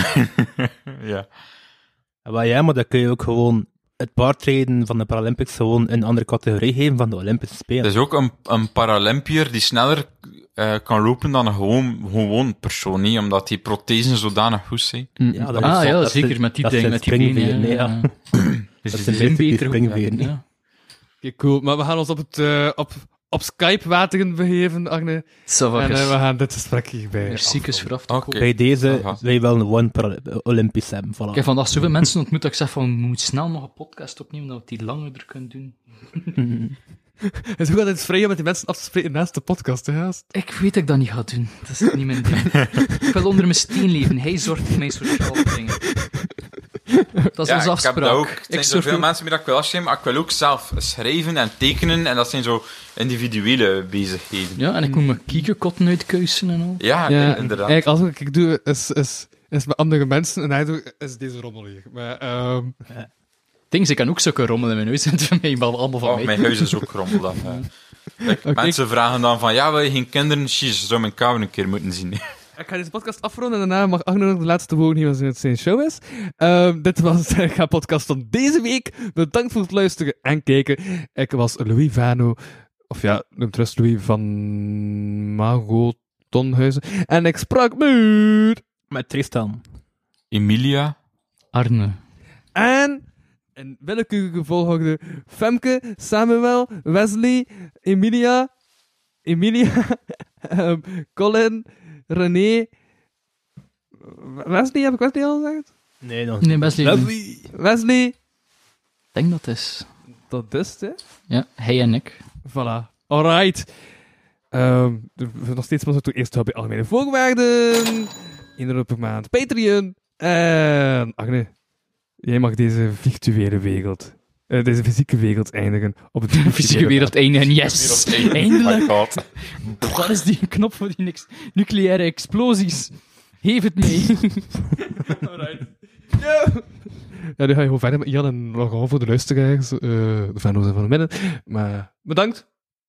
Speaker 12: Ja.
Speaker 11: Maar dan kun je ook gewoon het paardrijden van de Paralympics gewoon een andere categorie geven van de Olympische Spelen.
Speaker 12: Er is ook een Paralympiër die sneller kan lopen dan een gewoon persoon, niet? Omdat die prothesen zodanig goed zijn.
Speaker 3: Ja, zeker, met die dingen, met die benen. Ja. Dus
Speaker 11: dat is een springveren.
Speaker 3: Ja.
Speaker 2: Oké, cool. Maar we gaan ons op Skype-wateren begeven, Agne. En we gaan dit gesprek hierbij.
Speaker 3: Ziekes vooraf te
Speaker 12: komen.
Speaker 11: Bij deze wil je wel een one Olympisch hebben. Voilà.
Speaker 3: Ik heb vandaag zoveel mensen ontmoet dat ik zeg van, we moeten snel nog een podcast opnemen, dat we die langer kunnen doen.
Speaker 2: Het is ook altijd vrij om met die mensen af te spreken naast de podcast, hè, gast?
Speaker 3: Ik weet dat ik dat niet ga doen. Dat is niet mijn ding. Ik wil onder mijn steen leven. Hij zorgt voor mijn sociale dingen. Dat is onze afspraak.
Speaker 12: Ik heb dat ook. Er zijn zoveel mensen die dat ik wil afschrijven, maar ik wil ook zelf schrijven en tekenen, en dat zijn zo individuele bezigheden.
Speaker 3: Ja, en ik moet mijn kiekenkotten uitkuisen en al.
Speaker 12: Ja, inderdaad.
Speaker 2: Eigenlijk, als ik doe, is met andere mensen, en hij doet, is deze rommel hier. Maar,
Speaker 3: Things, ik kan ook zulke rommel in mijn huis en van mij, maar allemaal van mij.
Speaker 12: Mijn huis is ook rommel dan. Mensen vragen dan van, wil je geen kinderen? Je zou mijn kamer een keer moeten zien.
Speaker 2: Ik ga deze podcast afronden en daarna mag Agne nog de laatste woorden hier als het zijn show is. Dit was de podcast van deze week. Bedankt voor het luisteren en kijken. Ik was Louis Vano, of ja, noem rust Louis van Margot Tonhuizen. En ik sprak
Speaker 11: met Tristan,
Speaker 12: Emilia,
Speaker 3: Arne
Speaker 2: en in willekeurige volgorde Femke, Samuel, Wesley, Emilia, Colin, René. Wesley, heb ik Wesley al gezegd?
Speaker 11: Nee, nog
Speaker 3: niet. Nee,
Speaker 2: Wesley.
Speaker 3: Ik denk dat is.
Speaker 2: Dat is het, hè?
Speaker 3: Ja, hij en ik.
Speaker 2: Voilà. Alright. Nog steeds maar zo toe eerst bij algemene voorwaarden. €1 per maand. Patreon. En Agne, jij mag deze virtuele wereld, deze fysieke wereld eindigen op het
Speaker 3: fysieke wereld eindigen, yes! Eindelijk! Wat is die knop voor die nucleaire explosies? Geef het mee!
Speaker 2: Alright. Ja, nu ga je gewoon verder met Jan en nog voor de luisteraars. De fano's en van de midden. Maar bedankt!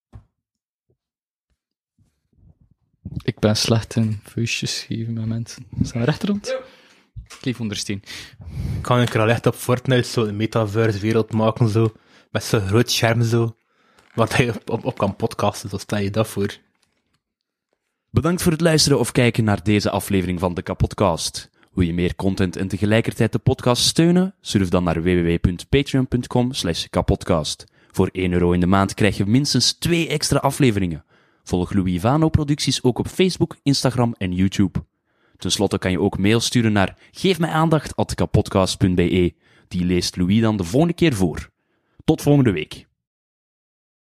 Speaker 3: Ik ben slecht in vuistjes geven met mensen. Zijn we recht rond? Ik leef onder steen.
Speaker 11: Kan ik er al echt op Fortnite zo een metaverse wereld maken, zo, met zo'n groot scherm, zo, waar je op kan podcasten, zo stel je dat voor.
Speaker 13: Bedankt voor het luisteren of kijken naar deze aflevering van de Kapodcast. Wil je meer content en tegelijkertijd de podcast steunen? Surf dan naar www.patreon.com/kapodcast. Voor €1 in de maand krijg je minstens 2 extra afleveringen. Volg Louis Vano producties ook op Facebook, Instagram en YouTube. Ten slotte kan je ook mail sturen naar geefmijaandacht@kapodcast.be. Die leest Louis dan de volgende keer voor. Tot volgende week.